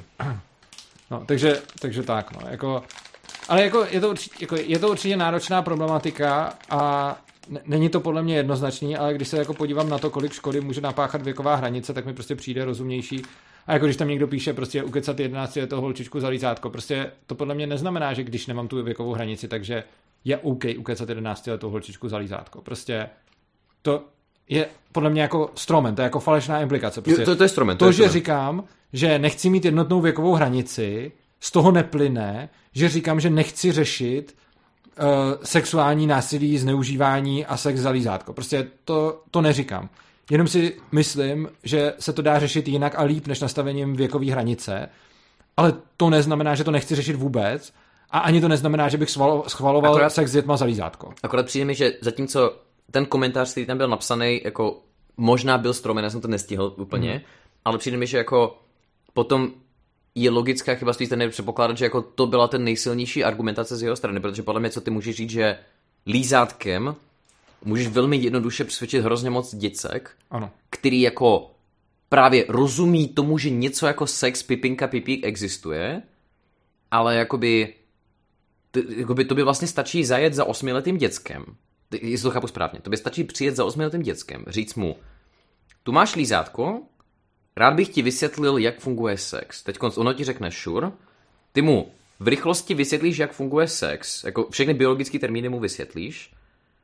No, takže, takže tak, no, jako... Ale jako je, to určitě, jako je to určitě náročná problematika a není to podle mě jednoznačný, ale když se jako podívám na to, kolik škody může napáchat věková hranice, tak mi prostě přijde rozumnější. A jako když tam někdo píše prostě ukecat jedenáctiletou holčičku za lízátko, prostě to podle mě neznamená, že když nemám tu věkovou hranici, takže je OK ukecat jedenáctiletou holčičku za lízátko. Prostě to je podle mě jako stromen, to je jako falešná implikace. Prostě jo, to, to je stromen. To, to je že stromen. říkám, že nechci mít jednotnou věkovou hranici, z toho neplyne, že říkám, že nechci řešit uh, sexuální násilí, zneužívání a sex za lízátko. Prostě to, to neříkám. Jenom si myslím, že se to dá řešit jinak a líp než nastavením věkové hranice, ale to neznamená, že to nechci řešit vůbec a ani to neznamená, že bych svalo, schvaloval akorát, sex s dětma za lízátko. Akorát přijde mi, že zatímco ten komentář, který tam byl napsaný, jako možná byl stromen, já jsem to nestihl úplně, hmm. ale přijde mi, že jako potom je logická chyba z té strany předpokládat, že jako to byla ten nejsilnější argumentace z jeho strany, protože podle mě, co ty můžeš říct, že lízátkem můžeš velmi jednoduše přesvědčit hrozně moc děcek, ano. který jako právě rozumí tomu, že něco jako sex, pipinka, pipík existuje, ale jakoby, ty, jakoby to by vlastně stačí zajet za osmiletým děckem. Jestli to chápu správně. To by stačí přijet za osmiletým děckem, říct mu, tu máš lízátko, rád bych ti vysvětlil, jak funguje sex. Teď ono ti řekne sure, ty mu v rychlosti vysvětlíš, jak funguje sex, jako všechny biologické termíny mu vysvětlíš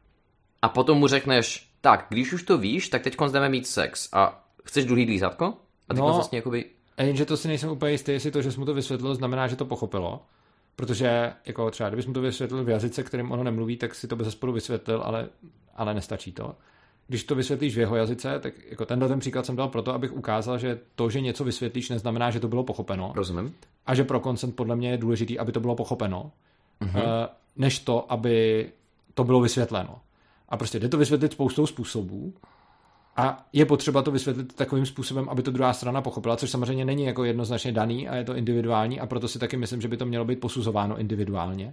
a potom mu řekneš, tak, když už to víš, tak teď jdeme mít sex a chceš druhý lízátko? A teď no, vlastně jakoby... jenže to si nejsem úplně jistý, jestli to, že jsi mu to vysvětlil, znamená, že to pochopilo. Protože jako třeba, kdybys mu to vysvětlil v jazyce, kterým ono nemluví, tak si to bezesporu vysvětlil, ale, ale nestačí to. Když to vysvětlíš v jeho jazyce, tak jako tenhle ten příklad jsem dal proto, abych ukázal, že to, že něco vysvětlíš, neznamená, že to bylo pochopeno. Rozumím. A že pro consent podle mě je důležitý, aby to bylo pochopeno, uh-huh. než to, aby to bylo vysvětleno. A prostě jde to vysvětlit spoustou způsobů A je potřeba to vysvětlit takovým způsobem, aby to druhá strana pochopila, což samozřejmě není jako jednoznačně daný a je to individuální a proto si taky myslím, že by to mělo být posuzováno individuálně.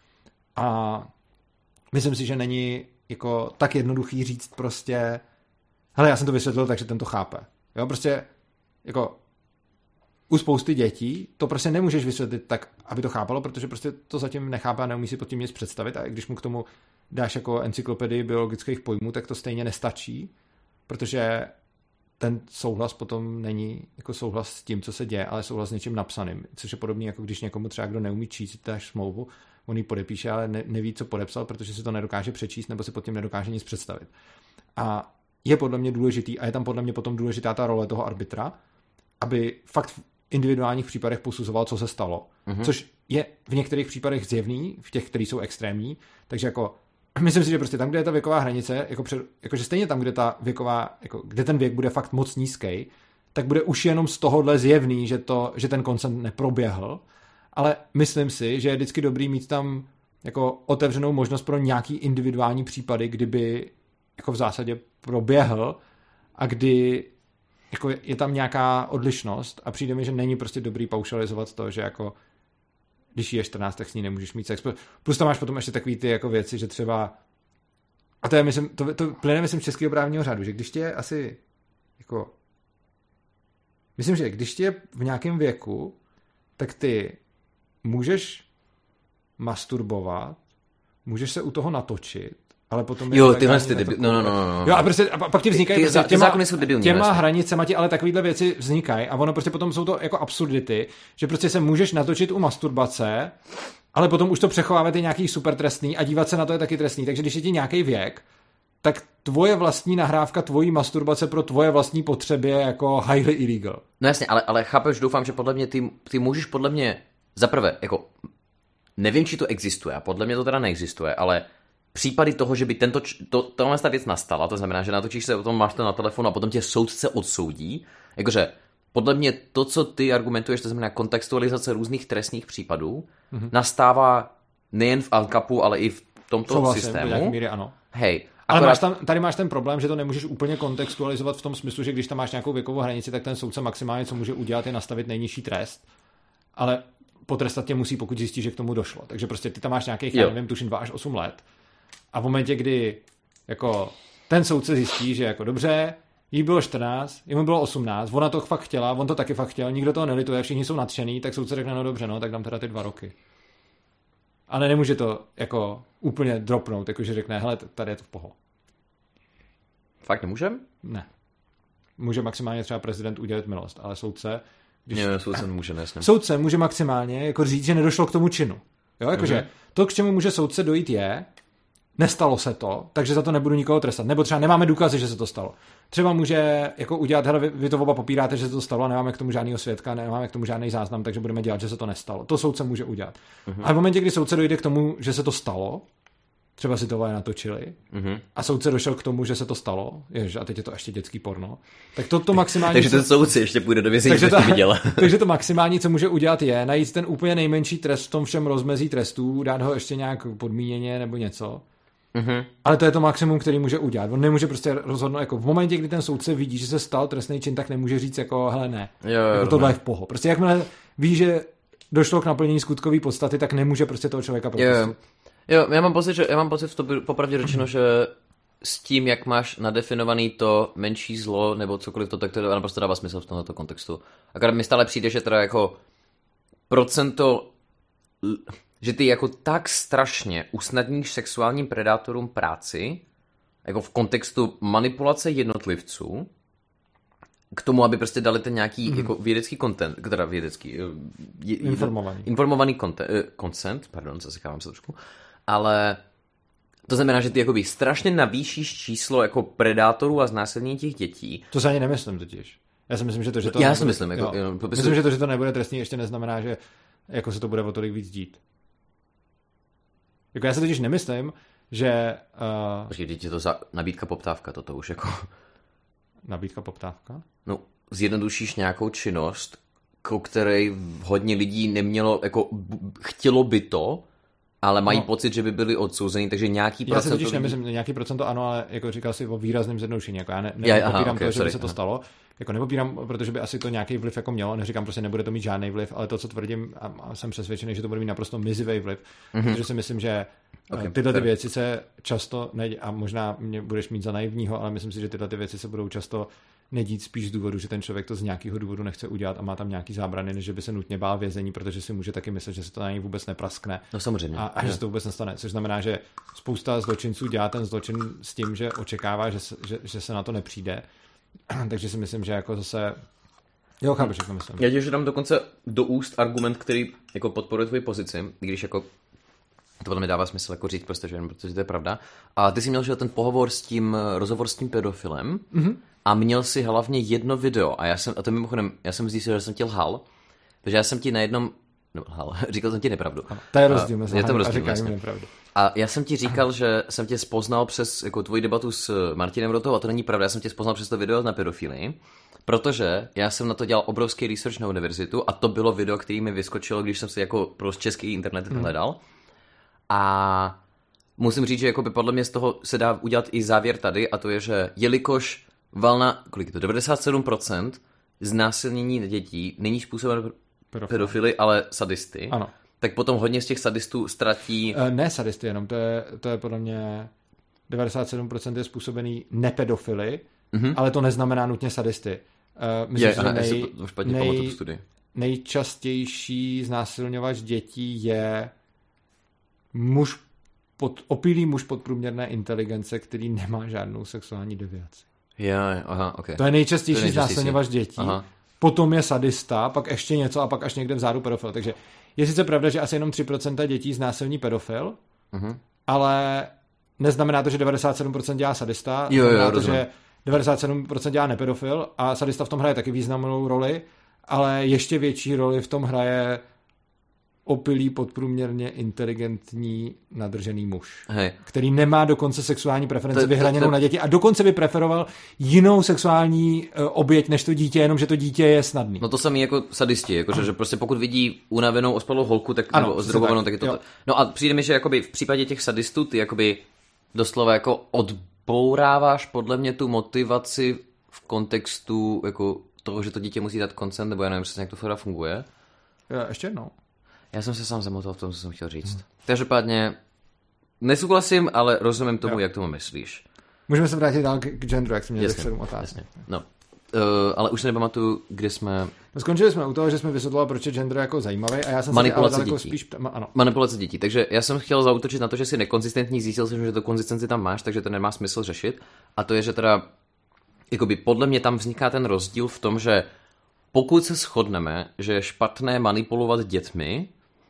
A myslím si, že není jako tak jednoduchý říct prostě hele, já jsem to vysvětlil, takže ten to chápe. Jo, prostě jako u spousty dětí to prostě nemůžeš vysvětlit tak, aby to chápalo, protože prostě to zatím nechápe a neumí si pod tím nic představit a když mu k tomu dáš jako encyklopedii biologických pojmů, tak to stejně nestačí, protože ten souhlas potom není jako souhlas s tím, co se děje, ale souhlas s něčím napsaným, což je podobný, jako když někomu třeba, kdo neumí číst, dáš smlouvu, on ji podepíše, ale ne, neví, co podepsal, protože si to nedokáže přečíst nebo si pod tím nedokáže nic představit. A je podle mě důležitý a je tam podle mě potom důležitá ta role toho arbitra, aby fakt v individuálních případech posuzoval, co se stalo. Mm-hmm. Což je v některých případech zjevný, v těch, které jsou extrémní, takže jako myslím si, že prostě tam, kde je ta věková hranice, jako, před, jako že stejně tam, kde ta věková, jako, kde ten věk bude fakt moc nízký, tak bude už jenom z tohohle zjevný, že, to, že ten konsent neproběhl, ale myslím si, že je vždycky dobrý mít tam jako otevřenou možnost pro nějaký individuální případy, kdyby jako v zásadě proběhl a kdy jako je tam nějaká odlišnost a přijde mi, že není prostě dobrý paušalizovat to, že jako když je čtrnáct, tak s ní nemůžeš mít sex. Plus tam máš potom ještě takový ty jako věci, že třeba a to je, myslím, to, to plyne, myslím, z českého právního řádu, že když tě je asi jako myslím, že když tě je v nějakém věku, tak ty můžeš masturbovat, můžeš se u toho natočit, ale potom jo, tyhle ty debil... No, no, no, no. Jo, a, prostě, a pak ti vznikají ty, ty, prostě těma, zákony jsou debilní, těma vlastně. hranicema ti ale takovýhle věci vznikají a ono prostě potom jsou to jako absurdity, že prostě se můžeš natočit u masturbace, ale potom už to přechovávat je nějaký super trestný a dívat se na to je taky trestný, takže když je ti nějaký věk, tak tvoje vlastní nahrávka, tvojí masturbace pro tvoje vlastní potřeby je jako highly illegal. No jasně, ale, ale chápeš, doufám, že podle mě ty, ty můžeš podle mě zaprvé, jako nevím, či to existuje a podle mě to teda neexistuje, ale případy toho, že by tento, to, tohle ta věc nastala, to znamená, že natočíš se, o tom máš to na telefonu a potom tě soudce odsoudí, jakože podle mě to, co ty argumentuješ, to znamená kontextualizace různých trestných případů, mm-hmm. nastává nejen v Al Capu, ale i v tomto Souhlasím, systému. Míry, ano. Hej. Ale akorát... máš tam, tady máš ten problém, že to nemůžeš úplně kontextualizovat v tom smyslu, že když tam máš nějakou věkovou hranici, tak ten soudce maximálně, co může udělat, je nastavit nejnižší trest, ale potrestat tě musí, pokud zjistí, že k tomu došlo. Takže prostě ty tam máš nějakých, já nevím, tuším dva až osm let. A v momentě, kdy jako ten soudce zjistí, že jako dobře, jí bylo čtrnáct, jemu bylo osmnáct, ona to fakt chtěla, on to taky fakt chtěl, nikdo toho nelituje, všichni jsou nadšený, tak soudce řekne, no dobře, no, tak dám teda ty dva roky. Ale nemůže to jako úplně dropnout, jakože řekne, hele, tady je to v poho. Fakt nemůžem? Ne. Může maximálně třeba prezident udělat milost, ale soudce... Když... Ne, soudce může, nesně. Soudce může maximálně jako říct, že nedošlo k tomu činu. Jo, jakože mm-hmm. to, k čemu může soudce dojít je, nestalo se to, takže za to nebudu nikoho trestat. Nebo třeba nemáme důkazy, že se to stalo. Třeba může jako udělat, hele, vy, vy to oba popíráte, že se to stalo, nemáme k tomu žádného svědka, nemáme k tomu žádný záznam, takže budeme dělat, že se to nestalo. To soudce může udělat. Mm-hmm. A v momentě, kdy soudce dojde k tomu, že se to stalo, třeba si tohle natočili mm-hmm. a soudce došel k tomu, že se to stalo, jež, a teď je to ještě dětský porno, tak to, to maximálně... takže ten soudce ještě půjde do vězení, takže to viděla. Takže to maximální, co může udělat, je najít ten úplně nejmenší trest v tom všem rozmezí trestů, dát ho ještě nějak podmíněně nebo něco. Mm-hmm. Ale to je to maximum, který může udělat. On nemůže prostě rozhodnout, jako v momentě, kdy ten soudce vidí, že se stal trestný čin, tak nemůže říct jako, hele ne, jo, jo, jako tohle je v poho. Prostě jakmile ví, že došlo k naplnění skutkové podstaty, tak nemůže prostě toho člověka propustit. Jo, já mám pocit, že já mám pocit v to popravdě řečeno, že s tím, jak máš nadefinovaný to menší zlo nebo cokoliv to, tak to naprosto dává smysl v tomto kontextu. Akorát mi stále přijde, že teda jako procento, že ty jako tak strašně usnadníš sexuálním predátorům práci, jako v kontextu manipulace jednotlivců, k tomu, aby prostě dali ten nějaký mm. jako vědecký content, teda vědecký, je, informovaný, informovaný content, consent, pardon, zasekávám se trošku, ale to znamená, že ty jakoby strašně navýšíš číslo jako predátorů a znásilnění těch dětí. To se ani nemyslím totiž. Já si myslím, že to, že to Já nebude, si myslím, jako, jo, popisu... myslím, že to, že to nebude trestný, ještě neznamená, že jako se to bude o tolik víc dít. Jako já si totiž nemyslím, že... Uh... Počkej, teď je to za nabídka poptávka, toto už jako... Nabídka poptávka? No, zjednodušíš nějakou činnost, o které hodně lidí nemělo, jako chtělo by to, ale mají no. pocit, že by byli odsouzeni, takže nějaký procent... Já si totiž nemyslím, nějaký procento ano, ale jako říkal si o výrazném zjednodušení, jako já ne, ne, já, nepopírám aha, okay, to, že sorry, by se to aha. stalo, jako nepopírám, protože by asi to nějaký vliv jako mělo, neříkám prostě nebude to mít žádný vliv, ale to, co tvrdím a, a jsem přesvědčený, že to bude mít naprosto mizivý vliv, mm-hmm. protože si myslím, že okay, tyhle ty věci se často nedějí, a možná mě budeš mít za naivního, ale myslím si, že tyhle ty věci se budou často nedít spíš z důvodu, že ten člověk to z nějakého důvodu nechce udělat a má tam nějaký zábrany, než že by se nutně bál vězení, protože si může taky myslet, že se to na něj vůbec nepraskne. No samozřejmě. A, a že se to vůbec nestane. Což znamená, že spousta zločinců dělá ten zločin s tím, že očekává, že se, že, že se na to nepřijde. Takže si myslím, že jako zase... Jo, chápeš, jak to myslím. Já ti dám dokonce do úst argument, který jako podporuje tvoji pozici, když jako to podle mě dává smysl jako říct prostě, že protože to je pravda. A ty jsi měl že ten pohovor s tím, rozhovor s tím pedofilem, mm-hmm. a měl si hlavně jedno video a já jsem, a to mimochodem, já jsem zjistil, že jsem ti lhal, protože já jsem ti na jednom, no lhal, říkal jsem ti nepravdu. Ano, to je rozdíl mezi je to rozdíl, a říkám vlastně. nepravdu. A já jsem ti říkal, že jsem tě spoznal přes jako tvoji debatu s Martinem Rotou a to není pravda, já jsem tě spoznal přes to video na pedofilii, protože já jsem na to dělal obrovský research na univerzitu a to bylo video, který mi vyskočilo, když jsem si jako pro český internet hmm. hledal. A musím říct, že jako by podle mě z toho se dá udělat i závěr tady a to je, že jelikož valna, kolik je to, devadesát sedm procent znásilnění dětí není způsoben pedofily, ale sadisty. Ano. Tak potom hodně z těch sadistů ztratí... Ne sadisty jenom, to je, to je podle mě devadesát sedm procent je způsobený nepedofily, mm-hmm. ale to neznamená nutně sadisty. Uh, myslím, je, že aha, nej, nej, nejčastější znásilňovač dětí je muž pod, opilý muž podprůměrné inteligence, který nemá žádnou sexuální deviaci. Ja, aha, okay. To je nejčastější znásilňovač dětí. Aha. Potom je sadista, pak ještě něco a pak až někde vzadu pedofil. Takže je sice pravda, že asi jenom tři procenta dětí znásilní pedofil, uh-huh. ale neznamená to, že devadesát sedm procent dělá sadista. Jo, znamená jo, to, že devadesát sedm procent dělá nepedofil a sadista v tom hraje taky významnou roli, ale ještě větší roli v tom hraje opilý, podprůměrně inteligentní, nadržený muž, Hej. který nemá dokonce sexuální preferenci vyhraněnou na děti a dokonce by preferoval jinou sexuální uh, oběť než to dítě, jenom že to dítě je snadný. No to samý jako sadisti, jakože, že prostě pokud vidí unavenou, ospalou holku, tak, ano, nebo ozdrogovanou, tak, tak je to... Jo. No a přijde mi, že jakoby v případě těch sadistů ty jakoby doslova jako odbouráváš podle mě tu motivaci v kontextu jako toho, že to dítě musí dát koncent, nebo já nevím přesně, jak to teda funguje. Já, ještě jednou. Já jsem se sám zamotal v tom, co jsem chtěl říct. Hmm. Každopádně nesouhlasím, ale rozumím tomu, jo. jak tomu myslíš. Můžeme se vrátit dál k, k genderu, jak jsme měli sedm otázek. No. Uh, ale už se nepamatuju, kde jsme... No, skončili jsme u toho, že jsme vysvětlovali, proč je gender jako zajímavý a já jsem Manipulace se ale dětí. spíš... Ano. Manipulace dětí. Takže já jsem chtěl zaútočit na to, že jsi nekonzistentní, zjistil jsem, že to konzistenci tam máš, takže to nemá smysl řešit. A to je, že teda jakoby podle mě tam vzniká ten rozdíl v tom, že pokud se shodneme, že je špatné manipulovat dětmi,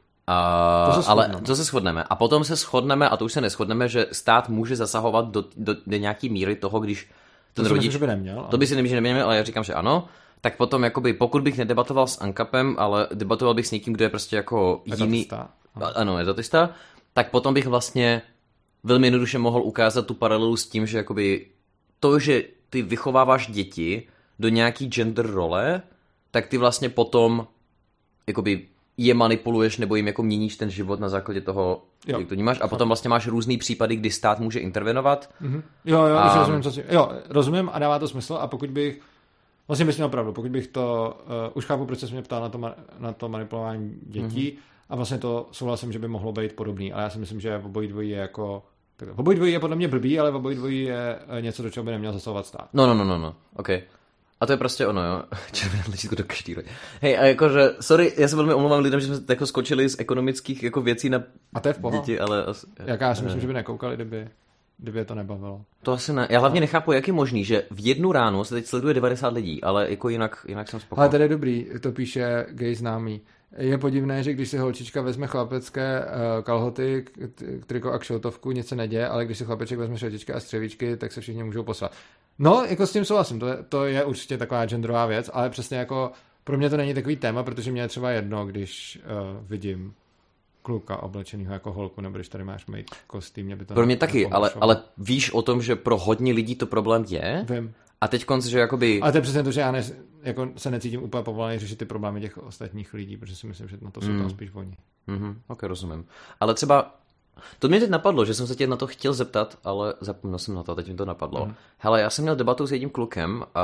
Uh, to ale to se shodneme. A potom se shodneme, a to už se neshodneme, že stát může zasahovat do, do, do nějaký míry toho, když ten to rodič... Myslím, že by neměl. To by si nemyslím, že neměl, ale já říkám, že ano. Tak potom, jakoby, pokud bych nedebatoval s Ankapem, ale debatoval bych s někým, kdo je prostě jako jiný... Etatista. Ano, etatista. Tak potom bych vlastně velmi jednoduše mohl ukázat tu paralelu s tím, že jakoby to, že ty vychováváš děti do nějaký gender role, tak ty vlastně potom jakoby je manipuluješ nebo jim jako měníš ten život na základě toho, jo. jak to vnímáš. A potom vlastně máš různý případy, kdy stát může intervenovat. Mm-hmm. Jo, jo, a... rozumím, co si... jo, rozumím a dává to smysl. A pokud bych, vlastně bys měl pravdu, pokud bych to, uh, už chápu, proč jsi mě ptal na to, na to manipulování dětí mm-hmm. a vlastně to souhlasím, že by mohlo být podobný, ale já si myslím, že v obojí dvojí je jako... V obojí dvojí je podle mě blbý, ale v obojí dvojí je něco, do čeho by neměl zasahovat stát. No, no, no, no, no, ok. A to je prostě ono, jo. Červené tlačítko do každý. Hej, a jakože, sorry, já se velmi omlouvám lidem, že jsme jako skočili z ekonomických jako věcí na a to je v pohodě. Děti, ale... As, Jaká já si myslím, že by nekoukali, kdyby, kdyby je to nebavilo. To asi ne. Já hlavně nechápu, jak je možný, že v jednu ránu se teď sleduje devadesát lidí, ale jako jinak, jinak jsem spokojený. Ale tady je dobrý, to píše gay známý. Je podivné, že když si holčička vezme chlapecké uh, kalhoty, triko a kšeltovku, nic se neděje, ale když si chlapeček vezme šeltičky a střevíčky, tak se všichni můžou poslat. No, jako s tím souhlasím, to je, to je určitě taková genderová věc, ale přesně jako pro mě to není takový téma, protože mě je třeba jedno, když uh, vidím kluka oblečenýho jako holku, nebo když tady máš mít kostým, mě by to... Pro mě taky, ale, ale víš o tom, že pro hodně lidí to problém je? Vím. A teď konc, že jakoby... Ale to je přesně to, že já ne, jako se necítím úplně povolaný řešit ty problémy těch ostatních lidí, protože si myslím, že na to jsou mm. tam spíš oni. Mm-hmm, ok, rozumím. Ale třeba To mě teď napadlo, že jsem se tě na to chtěl zeptat, ale zapomněl jsem na to, teď mi to napadlo. Mm. Hele, já jsem měl debatu s jedním klukem, uh,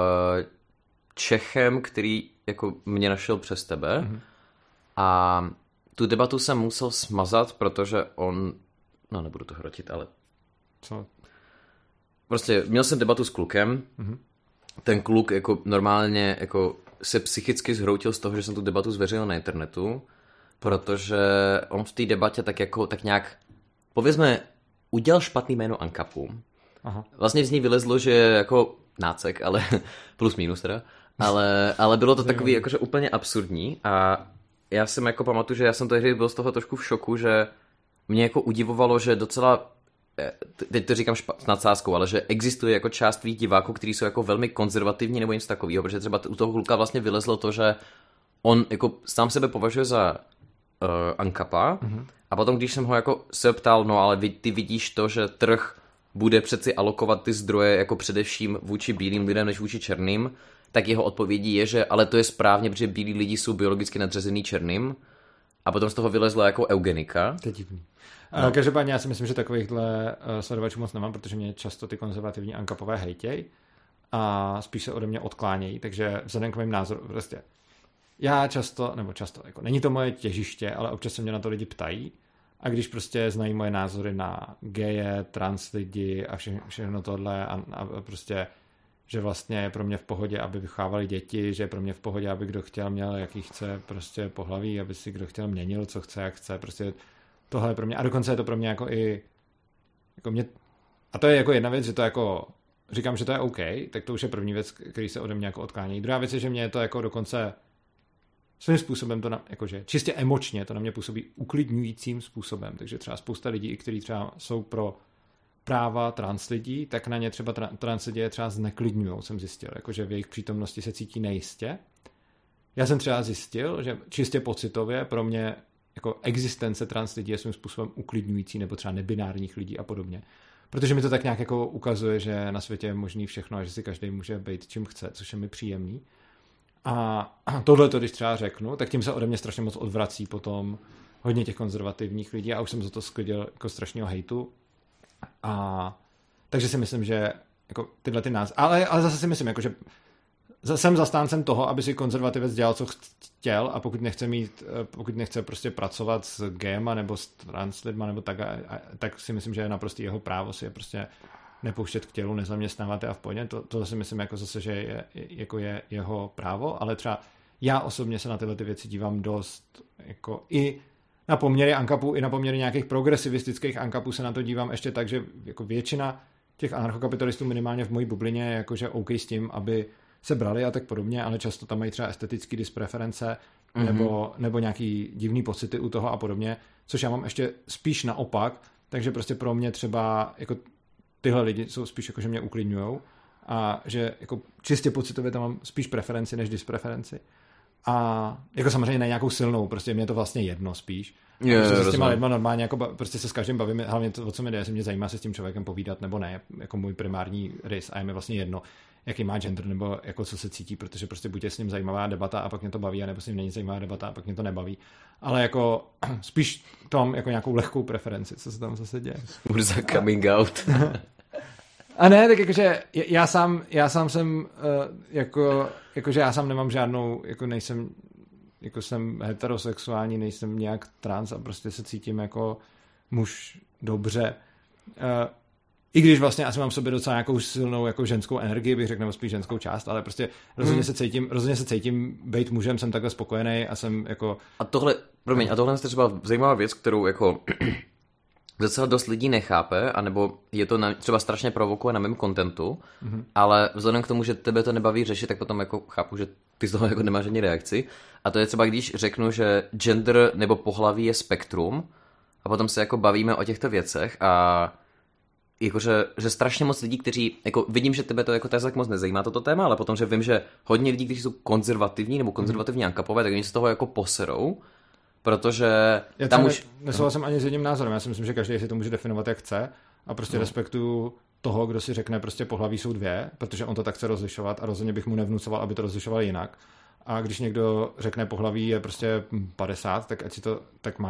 Čechem, který jako mě našel přes tebe mm. a tu debatu jsem musel smazat, protože on, no nebudu to hrotit, ale... Co? Prostě měl jsem debatu s klukem, mm. ten kluk jako normálně jako se psychicky zhroutil z toho, že jsem tu debatu zveřejnil na internetu, protože on v té debatě tak jako, tak nějak, povězme, udělal špatný jméno Ankapu. Aha. Vlastně z ní vylezlo, že je jako nácek, ale plus minus teda, ale, ale bylo to takový jakože úplně absurdní a já jsem jako pamatuju, že já jsem tehdy byl z toho trošku v šoku, že mě jako udivovalo, že docela, teď to říkám špa, s nadsázkou, ale že existuje jako část tvých diváků, kteří jsou jako velmi konzervativní nebo něco takového, protože třeba u toho kluka vlastně vylezlo to, že on jako sám sebe považuje za uh, Ankapa mm-hmm. a potom, když jsem ho jako se ptal, no ale vy, ty vidíš to, že trh bude přeci alokovat ty zdroje jako především vůči bílým lidem než vůči černým, tak jeho odpovědí je, že ale to je správně, protože bílí lidi jsou biologicky nadřazený černým a potom z toho vylezla jako eugenika. To je divný. No. Každopádně já si myslím, že takovýchhle sledovačů moc nemám, protože mě často ty konzervativní ankapové hejtěj a spíš se ode mě odklánějí, takže vzhledem k mým názorům prostě já často, nebo často, jako není to moje těžiště, ale občas se mě na to lidi ptají a když prostě znají moje názory na geje, trans lidi a vše, všechno tohle a, a prostě, že vlastně je pro mě v pohodě, aby vychovávali děti, že je pro mě v pohodě, aby kdo chtěl měl, jaký chce prostě pohlaví, aby si kdo chtěl měnil, co chce, jak chce, prostě tohle je pro mě, a dokonce je to pro mě jako i jako mě, a to je jako jedna věc, že to jako říkám, že to je OK, tak to už je první věc, který se ode mě jako odklání. Druhá věc je, že mě je to jako dokonce svým způsobem to na, jakože čistě emočně to na mě působí uklidňujícím způsobem, takže třeba spousta lidí, kteří třeba jsou pro práva trans lidí, tak na ně třeba tra- trans lidi je třeba zneklidňujou, jsem zjistil, jakože v jejich přítomnosti se cítí nejistě. Já jsem třeba zjistil, že čistě pocitově pro mě jako existence trans lidí je svým způsobem uklidňující, nebo třeba nebinárních lidí a podobně. Protože mi to tak nějak jako ukazuje, že na světě je možný všechno a že si každý může být čím chce, což je mi příjemný. A tohle to, když třeba řeknu, tak tím se ode mě strašně moc odvrací potom hodně těch konzervativních lidí a už jsem za to sklidil jako strašného hejtu. A takže si myslím, že jako tyhle ty názory, ale, ale zase si myslím, jako, že jsem zastáncem toho, aby si konzervativec dělal, co chtěl a pokud nechce mít, pokud nechce prostě pracovat s gayma nebo s trans lidma nebo tak, tak si myslím, že je naprosto jeho právo si je prostě nepouštět k tělu, nezaměstnávat je a v pohodě. To, to si myslím jako zase, že je, jako je jeho právo, ale třeba já osobně se na tyhle ty věci dívám dost jako i na poměry ankapů, i na poměry nějakých progresivistických ankapů se na to dívám ještě tak, že jako většina těch anarchokapitalistů minimálně v mojí bublině je jakože OK s tím, aby se brali a tak podobně, ale často tam mají třeba estetický dispreference mm-hmm. nebo, nebo nějaký divný pocity u toho a podobně, což já mám ještě spíš naopak, takže prostě pro mě třeba jako tyhle lidi jsou spíš jako, že mě uklidňujou a že jako čistě pocitově tam mám spíš preferenci než dispreferenci. A jako samozřejmě ne nějakou silnou, prostě mě je to vlastně jedno spíš. Je, prostě se s těma lidma normálně jako prostě se s každým bavím, hlavně to, o co mi jde, jestli mě zajímá se s tím člověkem povídat nebo ne, jako můj primární rys a je mi vlastně jedno, jaký má gender nebo jako co se cítí, protože prostě buď je s ním zajímavá debata a pak mě to baví, anebo s ním není zajímavá debata a pak mě to nebaví. Ale jako spíš to mám jako nějakou lehkou preferenci, co se tam zase děje. Urza coming out. A ne, tak jakože já sám, já sám jsem uh, jako, jakože já sám nemám žádnou, jako nejsem, jako jsem heterosexuální, nejsem nějak trans a prostě se cítím jako muž dobře. Uh, I když vlastně asi mám v sobě docela nějakou silnou jako ženskou energii, bych řekl, nebo spíš ženskou část, ale prostě rozhodně hmm. se cítím, rozhodně se cítím být mužem, jsem takhle spokojený a jsem jako... A tohle, promiň, a tohle je třeba zajímavá věc, kterou jako docela dost lidí nechápe, anebo je to na, třeba strašně provokuje na mém kontentu, mm-hmm. ale vzhledem k tomu, že tebe to nebaví řešit, tak potom jako chápu, že ty z toho jako nemáš ani reakci. A to je třeba, když řeknu, že gender nebo pohlaví je spektrum a potom se jako bavíme o těchto věcech a jakože, že strašně moc lidí, kteří, jako vidím, že tebe to jako tak moc nezajímá toto téma, ale potom, že vím, že hodně lidí, kteří jsou konzervativní nebo konzervativní ankapové, tak oni se toho jako poserou, protože já tam ne, už... nesouhlasím ani s jedním názorem, já si myslím, že každý si to může definovat, jak chce a prostě no. respektuju toho, kdo si řekne, prostě pohlaví jsou dvě, protože on to tak chce rozlišovat a rozhodně bych mu nevnucoval, aby to rozlišoval jinak. A když někdo řekne pohlaví je prostě padesát, tak ať si to tak má.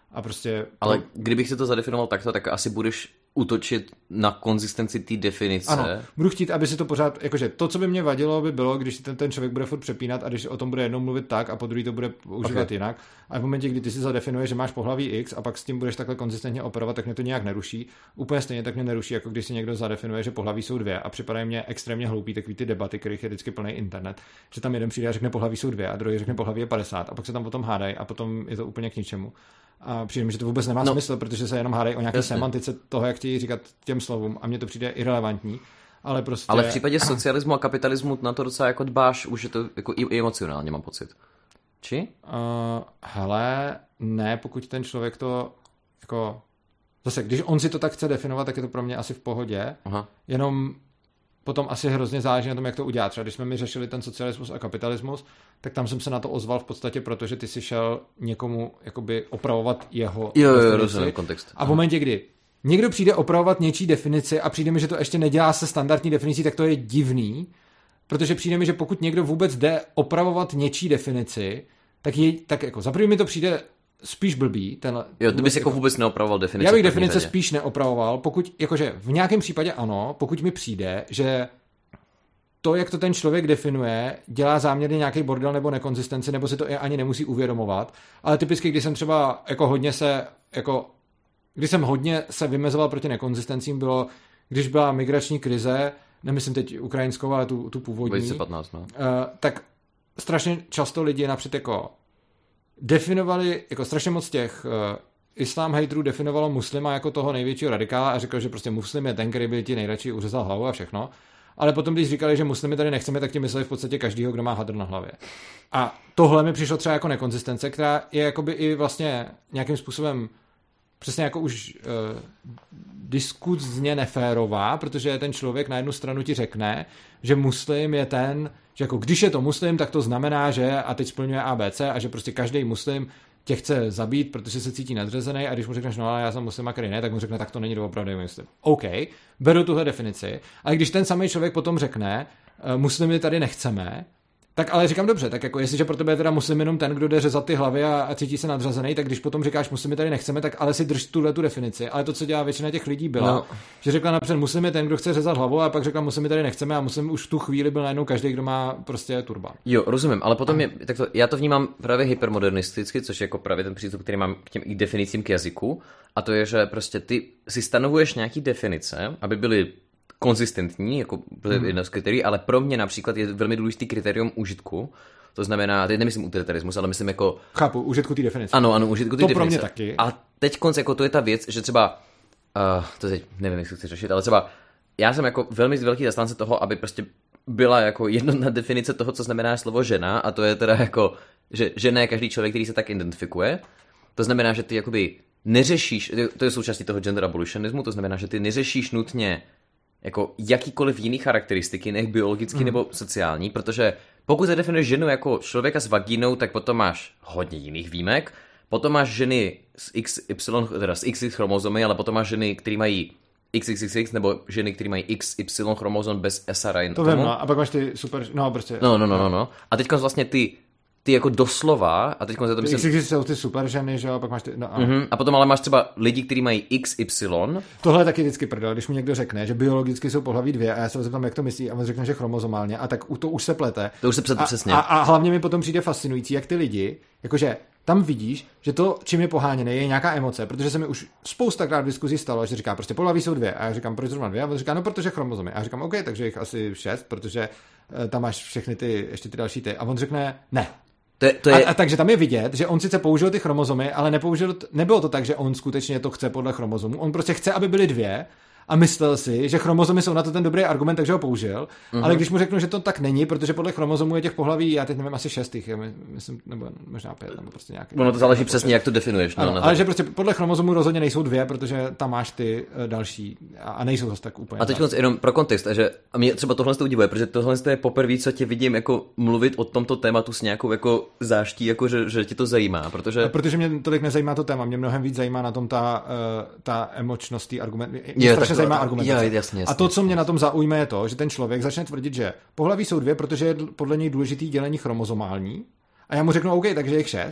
A prostě... Ale kdybych si to zadefinoval takto, tak asi budeš útočit na konzistenci té definice. Ano, budu chtít, aby si to pořád, jakože to, co by mě vadilo, by bylo, když ten, ten člověk bude furt přepínat a když o tom bude jednou mluvit tak a po druhý to bude užívat okay. jinak. A v momentě, kdy ty si zadefinuješ, že máš pohlaví X a pak s tím budeš takhle konzistentně operovat, tak mě to nějak neruší. Úplně stejně tak mě neruší, jako když si někdo zadefinuje, že pohlaví jsou dvě a připadají mě extrémně hloupý takový ty debaty, kterých je vždycky plný internet, že tam jeden přijde a řekne pohlaví jsou dvě a druhý řekne pohlaví je padesát a pak se tam potom hádají a potom je to úplně k ničemu. A přijde mi, že to vůbec nemá no. smysl, protože se jenom hádají o nějaké semantice toho, jak chtějí říkat těm slovům a mně to přijde irelevantní. Ale, prostě... ale v případě socialismu a kapitalismu na to docela jako dbáš, už je to jako i emocionálně, mám pocit. Či? Uh, hele, ne, pokud ten člověk to jako... Zase, když on si to tak chce definovat, tak je to pro mě asi v pohodě. Aha. Jenom potom asi hrozně záleží na tom, jak to udělat. Třeba když jsme mi řešili ten socialismus a kapitalismus, tak tam jsem se na to ozval v podstatě, protože ty si šel někomu jakoby opravovat jeho jo, jo, rozumím kontext. A v momentě, kdy někdo přijde opravovat něčí definici a přijde mi, že to ještě nedělá se standardní definicí, tak to je divný, protože přijde mi, že pokud někdo vůbec jde opravovat něčí definici, tak, je, tak jako za první mi to přijde spíš blbý. Tenhle, jo, ty bys jako vůbec neopravoval definici. Já bych definice řadě. spíš neopravoval, pokud, jakože v nějakém případě ano, pokud mi přijde, že to, jak to ten člověk definuje, dělá záměrně nějaký bordel nebo nekonzistenci, nebo si to ani nemusí uvědomovat. Ale typicky, když jsem třeba jako hodně se, jako, když jsem hodně se vymezoval proti nekonzistencím, bylo, když byla migrační krize, nemyslím teď ukrajinskou, ale tu, tu původní, dvacet patnáct, no. uh, tak strašně často lidi napřed jako definovali, jako strašně moc těch uh, islám hejtrů definovalo muslima jako toho největšího radikála a řekl, že prostě muslim je ten, který by ti nejradši uřezal hlavu a všechno. Ale potom, když říkali, že muslimy tady nechceme, tak ti mysleli v podstatě každýho, kdo má hadr na hlavě. A tohle mi přišlo třeba jako nekonzistence, která je jakoby i vlastně nějakým způsobem přesně jako už uh, diskuzně neférová, protože ten člověk na jednu stranu ti řekne, že muslim je ten, že jako když je to muslim, tak to znamená, že a teď splňuje A B C a že prostě každý muslim tě chce zabít, protože se cítí nadřazený a když mu řekneš, no ale já jsem muslim a který ne, tak mu řekne, tak to není doopravdy muslim. OK, beru tuhle definici, ale když ten samý člověk potom řekne, uh, muslimy tady nechceme, tak ale říkám dobře, tak jako jestliže pro tebe je teda muslim jenom ten, kdo jde řezat ty hlavy a, a cítí se nadřazený, tak když potom říkáš muslimy tady nechceme, tak ale si drž tuhle tu definici. Ale to, co dělá většina těch lidí, byla, no. že řekla napřed muslim je ten, kdo chce řezat hlavu a pak řekla muslimy tady nechceme a muslim už v tu chvíli byl najednou každý, kdo má prostě turban. Jo, rozumím, ale potom je, tak to, já to vnímám právě hypermodernisticky, což je jako právě ten přístup, který mám k těm i definicím k jazyku, a to je, že prostě ty si stanovuješ nějaký definice, aby byly konzistentní, jako hmm. jedno z kritérií, ale pro mě například je velmi důležitý kritérium užitku. To znamená, teď nemyslím utilitarismus, ale myslím jako... Chápu, užitku té definice. Ano, ano, užitku té definice. To pro mě taky. A teď konc, jako to je ta věc, že třeba, uh, to teď nevím, jestli chci řešit, ale třeba já jsem jako velmi velký zastánce toho, aby prostě byla jako jednotná definice toho, co znamená slovo žena, a to je teda jako, že žena je každý člověk, který se tak identifikuje. To znamená, že ty jakoby neřešíš, to je součástí toho gender abolitionismu, to znamená, že ty neřešíš nutně jako jakýkoliv jiný charakteristiky, nech biologický mm. nebo sociální, protože pokud zadefinuješ ženu jako člověka s vagínou, tak potom máš hodně jiných výjimek, potom máš ženy s X Y, teda s X X chromozomy, ale potom máš ženy, které mají X X X nebo ženy, které mají X Y chromozom bez S R N. To vím, no, a pak máš ty super, no prostě. No, no, no, no, no. A teď vlastně ty ty jako doslova, a teď za to myslím... Ty jsou ty super ženy, že jo, a pak máš ty... No, a... Mm-hmm. A potom ale máš třeba lidi, kteří mají X Y. Tohle je taky vždycky prdel, když mu někdo řekne, že biologicky jsou pohlaví dvě a já se ho zeptám, jak to myslí, a on řekne, že chromozomálně, a tak to už se plete. To už se plete přesně. A, a hlavně mi potom přijde fascinující, jak ty lidi, jakože tam vidíš, že to, čím je poháněné, je nějaká emoce, protože se mi už spoustakrát v diskuzi stalo, že říká, prostě pohlaví jsou dvě, a já říkám, proč zrovna dvě, a on říká, no protože chromozomy. A já říkám, OK, takže jich asi šest, protože tam máš všechny ty, ještě ty další ty. A on řekne, ne. To je, to je... A, a takže tam je vidět, že on sice použil ty chromozomy, ale nepoužil, nebylo to tak, že on skutečně to chce podle chromozomů. On prostě chce, aby byly dvě a myslel si, že chromozomy jsou na to ten dobrý argument, takže ho použil. Mm-hmm. Ale když mu řeknu, že to tak není, protože podle chromozomů je těch pohlaví, já teď nevím, asi šestých, myslím, nebo možná pět, nebo prostě nějaký. Ono to záleží přesně, jak to definuješ. Ano, no, ale že prostě podle chromozomů rozhodně nejsou dvě, protože tam máš ty další a nejsou zase tak úplně. A teď jenom pro kontext, že a mě třeba tohle to udivuje, protože tohle je poprvé, co tě vidím jako mluvit o tomto tématu s nějakou jako záští, jako že, že tě to zajímá, protože a protože mě tolik nezajímá to téma, mě mnohem víc zajímá na tom ta ta emočnost, tý argument. Mě strašně zajímá argumentace. Jasně, jasně, a to, co mě na tom zaujme, je to, že ten člověk začne tvrdit, že pohlaví jsou dvě, protože je podle něj důležitý dělení chromozomální. A já mu řeknu, OK, takže je jich šest.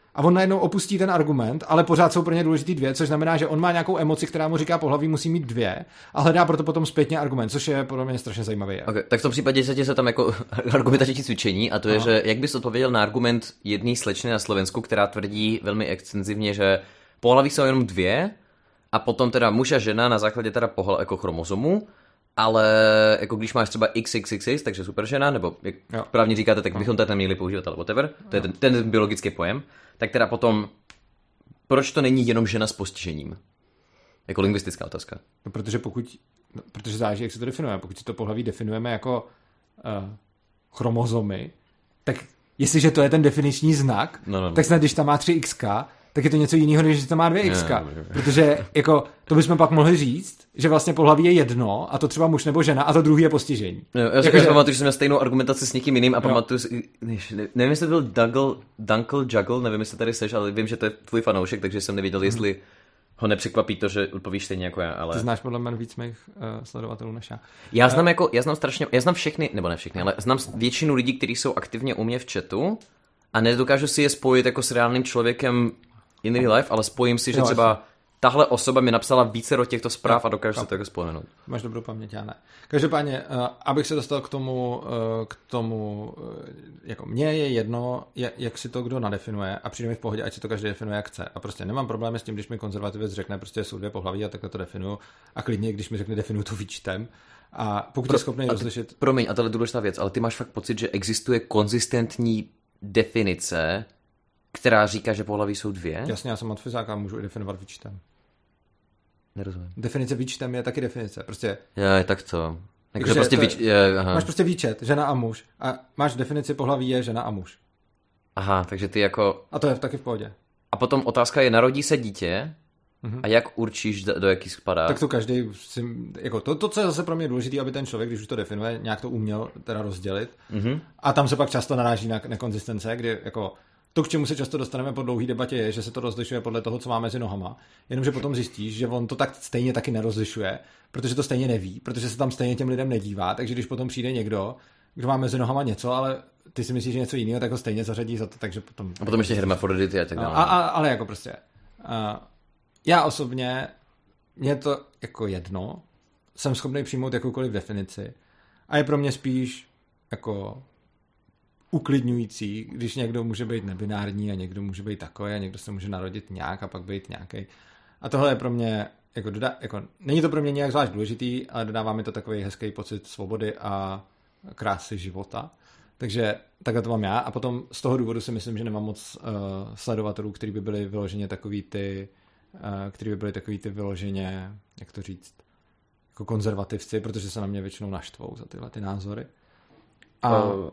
A on najednou opustí ten argument, ale pořád jsou pro ně důležitý dvě, což znamená, že on má nějakou emoci, která mu říká pohlaví musí mít dvě a hledá proto potom zpětně argument, což je podle mě strašně zajímavý. Okay, tak v tom případě se tě se tam jako argumentační cvičení a to je, no. že jak bys odpověděl na argument jedné slečny na Slovensku, která tvrdí velmi extenzivně, že pohlaví jsou jenom dvě a potom teda muž a žena na základě teda pohla, jako chromozomu, ale jako když máš třeba iks iks iks iks, takže super žena, nebo jak jo. správně říkáte, tak bychom to neměli používat, ale whatever, to je ten, ten biologický pojem, tak teda potom, proč to není jenom žena s postižením? Jako lingvistická otázka. No, protože pokud, no, protože záleží, jak se to definuje, pokud si to pohlaví definujeme jako uh, chromozomy, tak jestliže to je ten definiční znak, no, no, no. tak snad když tam má tři iks, tak je to něco jiného, než že tam má dvě iks. Protože jako, to bychom pak mohli říct, že vlastně pohlaví je jedno a to třeba muž nebo žena a to druhý je postižení. No, já si jako, pamatuju, že jsem měl stejnou argumentaci s někým jiným a pamatuju si, nevím, jestli to byl Dungle, Dunkle Juggle, nevím, jestli tady seš, ale vím, že to je tvůj fanoušek, takže jsem nevěděl, hmm. jestli ho nepřekvapí to, že odpovíš stejně jako já, ale... Ty znáš podle mě víc mých uh, sledovatelů než já. Já znám jako, já znám strašně, já znám všechny, nebo ne všechny, ale znám většinu lidí, kteří jsou aktivně u mě v chatu a nedokážu si je spojit jako s reálným člověkem in real life, ale spojím si, že jo, třeba tahle osoba mi napsala vícero těchto zpráv a dokážu se to jako spojenout. Máš dobrou paměť, já ne. Každopádně, uh, abych se dostal k tomu, uh, k tomu uh, jako mně je jedno, jak, jak si to kdo nadefinuje a přijde mi v pohodě, ať si to každý definuje, jak chce. A prostě nemám problémy s tím, když mi konzervativec řekne, prostě jsou dvě pohlaví a takhle to definuju. A klidně, když mi řekne, definuju to výčtem. A pokud Pro, je schopný rozlišit... Promiň, a tohle je důležitá věc, ale ty máš fakt pocit, že existuje konzistentní definice, která říká, že pohlaví jsou dvě? Jasně, já jsem matfyzák a můžu i definovat výčtem. Nerozumím. Definice výčtem je taky definice. Prostě... Je, tak to. Jako, prostě to výč... je, máš prostě výčet, žena a muž. A máš definici pohlaví je žena a muž. Aha, takže ty jako... A to je taky v pohodě. A potom otázka je, narodí se dítě mm-hmm. a jak určíš, do, do jaký spadá? Tak to každý si... Jako to, to, co je zase pro mě důležité, aby ten člověk, když už to definuje, nějak to uměl teda rozdělit. Mm-hmm. A tam se pak často naráží na nekonzistence, kdy jako... To, k čemu se často dostaneme po dlouhé debatě, je, že se to rozlišuje podle toho, co má mezi nohama. Jenomže potom zjistíš, že on to tak stejně taky nerozlišuje, protože to stejně neví, protože se tam stejně těm lidem nedívá. Takže když potom přijde někdo, kdo má mezi nohama něco, ale ty si myslíš, že něco jiného, tak ho stejně zařadí za to, takže potom... A potom ještě hermafrodity a tak dále. A, a, ale jako prostě... A já osobně, mě to jako jedno, jsem schopný přijmout jakoukoliv definici a je pro mě spíš jako... uklidňující, když někdo může být nebinární a někdo může být takový a někdo se může narodit nějak a pak být nějaký. A tohle je pro mě, jako, doda, jako není to pro mě nějak zvlášť důležitý, ale dodává mi to takový hezký pocit svobody a krásy života. Takže takhle to mám já a potom z toho důvodu si myslím, že nemám moc uh, sledovatelů, kteří by byli vyloženě takový ty, uh, kteří by byli takový ty vyloženě, jak to říct, jako konzervativci, protože se na mě většinou naštvou za tyhle ty názory. A uh,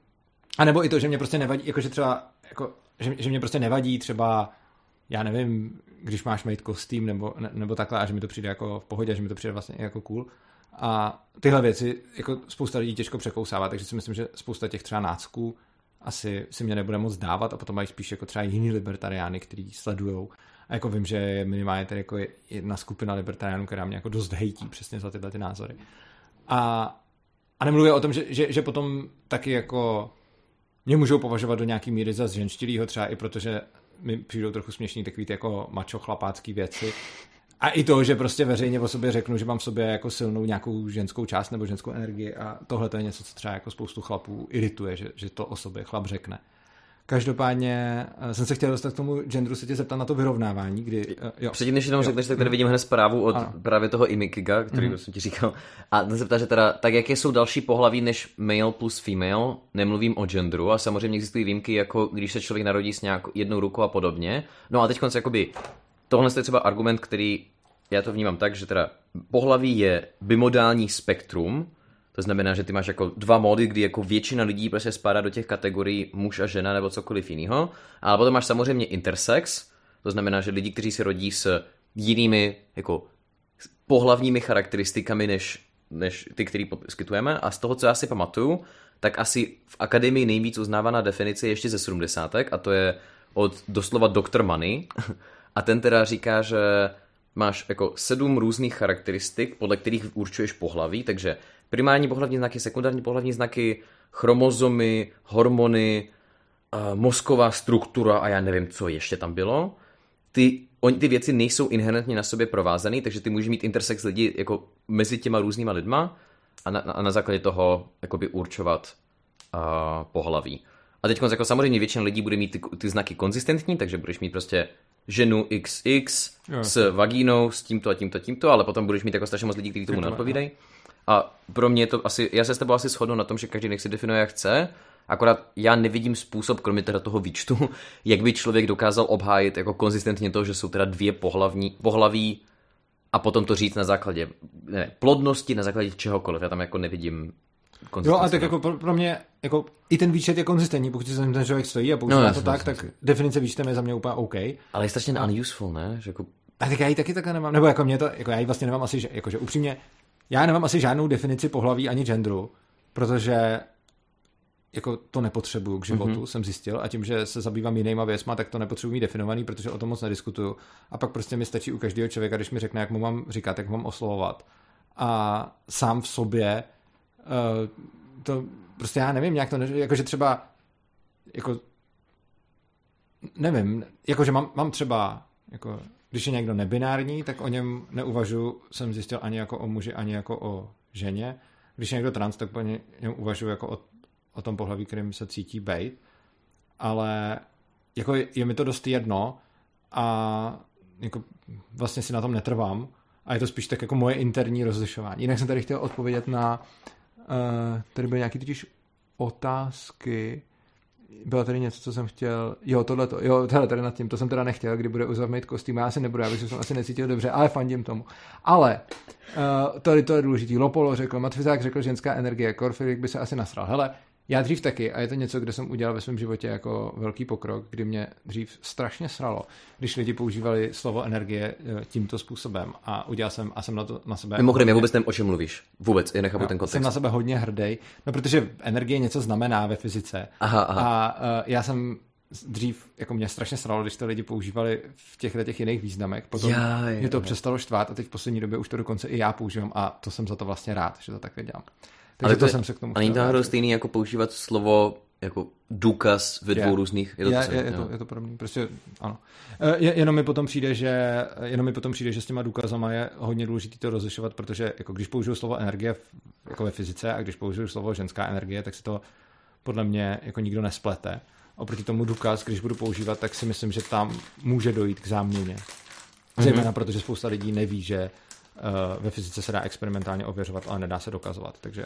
A nebo i to, že mě prostě nevadí, jakože třeba, jako, že, že mě prostě nevadí třeba, já nevím, když máš mít kostým nebo, ne, nebo takhle a že mi to přijde jako v pohodě, že mi to přijde vlastně jako cool. A tyhle věci jako spousta lidí těžko překousává, takže si myslím, že spousta těch třeba nácků asi si mě nebude moc dávat a potom mají spíš jako třeba jiný libertariány, který sledujou. A jako vím, že je minimálně tady jako jedna skupina libertariánů, která mě jako dost hejtí přesně za tyhle ty názory. A, a nemluvím o tom, že, že, že potom taky jako mě můžou považovat do nějaký míry za zženštilýho, třeba i protože mi přijdou trochu směšný takový ty jako mačo chlapácký věci. A i to, že prostě veřejně o sobě řeknu, že mám v sobě jako silnou nějakou ženskou část nebo ženskou energii a tohle to je něco, co třeba jako spoustu chlapů irituje, že, že to o sobě chlap řekne. Každopádně jsem se chtěl dostat k tomu genderu, se tě zeptat na to vyrovnávání, kdy... Jo. Předtím, než jenom řekneš, tak tady vidím hned zprávu od ano. právě toho Imikiga, který mm. jsem ti říkal. A ten se ptá, že teda, tak jaké jsou další pohlaví než male plus female, nemluvím o genderu a samozřejmě existují výjimky, jako když se člověk narodí s nějakou jednou rukou a podobně. No a teď konce jakoby, tohle je třeba argument, který já to vnímám tak, že teda pohlaví je bimodální spektrum. To znamená, že ty máš jako dva módy, kdy jako většina lidí prostě spadá do těch kategorií muž a žena nebo cokoliv jiného. Ale potom máš samozřejmě intersex, to znamená, že lidi, kteří se rodí s jinými jako pohlavními charakteristikami než, než ty, který poskytujeme. A z toho, co já si pamatuju, tak asi v akademii nejvíc uznávaná definice je ještě ze sedmdesátek a to je od doslova doktor Money. A ten teda říká, že máš jako sedm různých charakteristik, podle kterých určuješ pohlaví, takže primární pohlavní znaky, sekundární pohlavní znaky, chromozomy, hormony, uh, mozková struktura a já nevím, co ještě tam bylo. Ty, on, ty věci nejsou inherentně na sobě provázané, takže ty můžeš mít intersex lidí jako mezi těma různýma lidma a na, a na základě toho jakoby určovat uh, pohlaví. A teď jako samozřejmě většina lidí bude mít ty, ty znaky konzistentní, takže budeš mít prostě ženu iks iks jo. s vagínou, s tímto a tímto a tímto, ale potom budeš mít jako strašně moc lidí, kteří tomu neodpovídají. A pro mě je to asi, já se s tebou asi shodnu na tom, že každý nech si definuje, jak chce, akorát já nevidím způsob, kromě teda toho výčtu, jak by člověk dokázal obhájit jako konzistentně to, že jsou teda dvě pohlavní, pohlaví a potom to říct na základě ne, plodnosti, na základě čehokoliv. Já tam jako nevidím Jo, a tak jako pro, pro mě jako i ten výčet je konzistentní, pokud si ten člověk stojí a používá no, to tak, tak definice výčtem je za mě úplně OK. Ale je strašně a... unuseful, ne? Že jako... A tak já ji taky takhle nemám, nebo jako mě to, jako já ji vlastně nemám asi, jakože upřímně, já nemám asi žádnou definici pohlaví ani genderu, protože jako to nepotřebuju k životu, mm-hmm. jsem zjistil, a tím, že se zabývám jinýma věcma, tak to nepotřebuji mít definovaný, protože o tom moc nediskutuju. A pak prostě mi stačí u každého člověka, když mi řekne, jak mu mám říkat, jak mu mám oslovovat. A sám v sobě uh, to prostě já nevím, nějak to, ne, jakože třeba jako nevím, jakože mám, mám třeba jako, když je někdo nebinární, tak o něm neuvažuji, jsem zjistil, ani jako o muži, ani jako o ženě. Když je někdo trans, tak o něm uvažuji jako o, o tom pohlaví, kterým se cítí bejt. Ale jako je, je mi to dost jedno a jako vlastně si na tom netrvám a je to spíš tak jako moje interní rozlišování. Jinak jsem tady chtěl odpovědět na uh, tady byly nějaký totiž otázky. Bylo tady něco, co jsem chtěl... Jo, tohleto. Jo, tady, tady nad tím. To jsem teda nechtěl, kdy bude uzavřít kostým. Já asi nebudu, já bych se asi necítil dobře, ale fandím tomu. Ale uh, tady to je důležitý. Lopolo řekl, Matfizák řekl ženská energie. Korfilik by se asi nasral. Hele, já dřív taky, a je to něco, kde jsem udělal ve svém životě jako velký pokrok, kdy mě dřív strašně sralo, když lidi používali slovo energie tímto způsobem a udělal jsem a jsem na to na sebe... Mimochodem, já vůbec nevím, o čem mluvíš. Vůbec, já nechápu no, ten kontext. Jsem na sebe hodně hrdý, no protože energie něco znamená ve fyzice. Aha, aha. A uh, já jsem dřív, jako mě strašně sralo, když to lidi používali v těchto těch jiných významech. Potom já, mě to přestalo štvát a teď v poslední době už to dokonce i já používám a to jsem za to vlastně rád, že to takhle dělám. Takže ale to, to jsem se k tomu a není to náhodou stejný jako používat slovo jako důkaz ve dvou je, různých... Je to, je, to, je, je, to, je to podobný. Prostě ano. Je, jenom mi potom přijde, že jenom mi potom přijde, že s těma důkazama je hodně důležité to rozlišovat, protože jako když použiju slovo energie v, jako ve fyzice a když použiju slovo ženská energie, tak se to podle mě jako nikdo nesplete. Oproti tomu důkaz, když budu používat, tak si myslím, že tam může dojít k záměně. Mm-hmm. Zejména protože spousta lidí neví, že ve fyzice se dá experimentálně ověřovat, ale nedá se dokazovat, takže...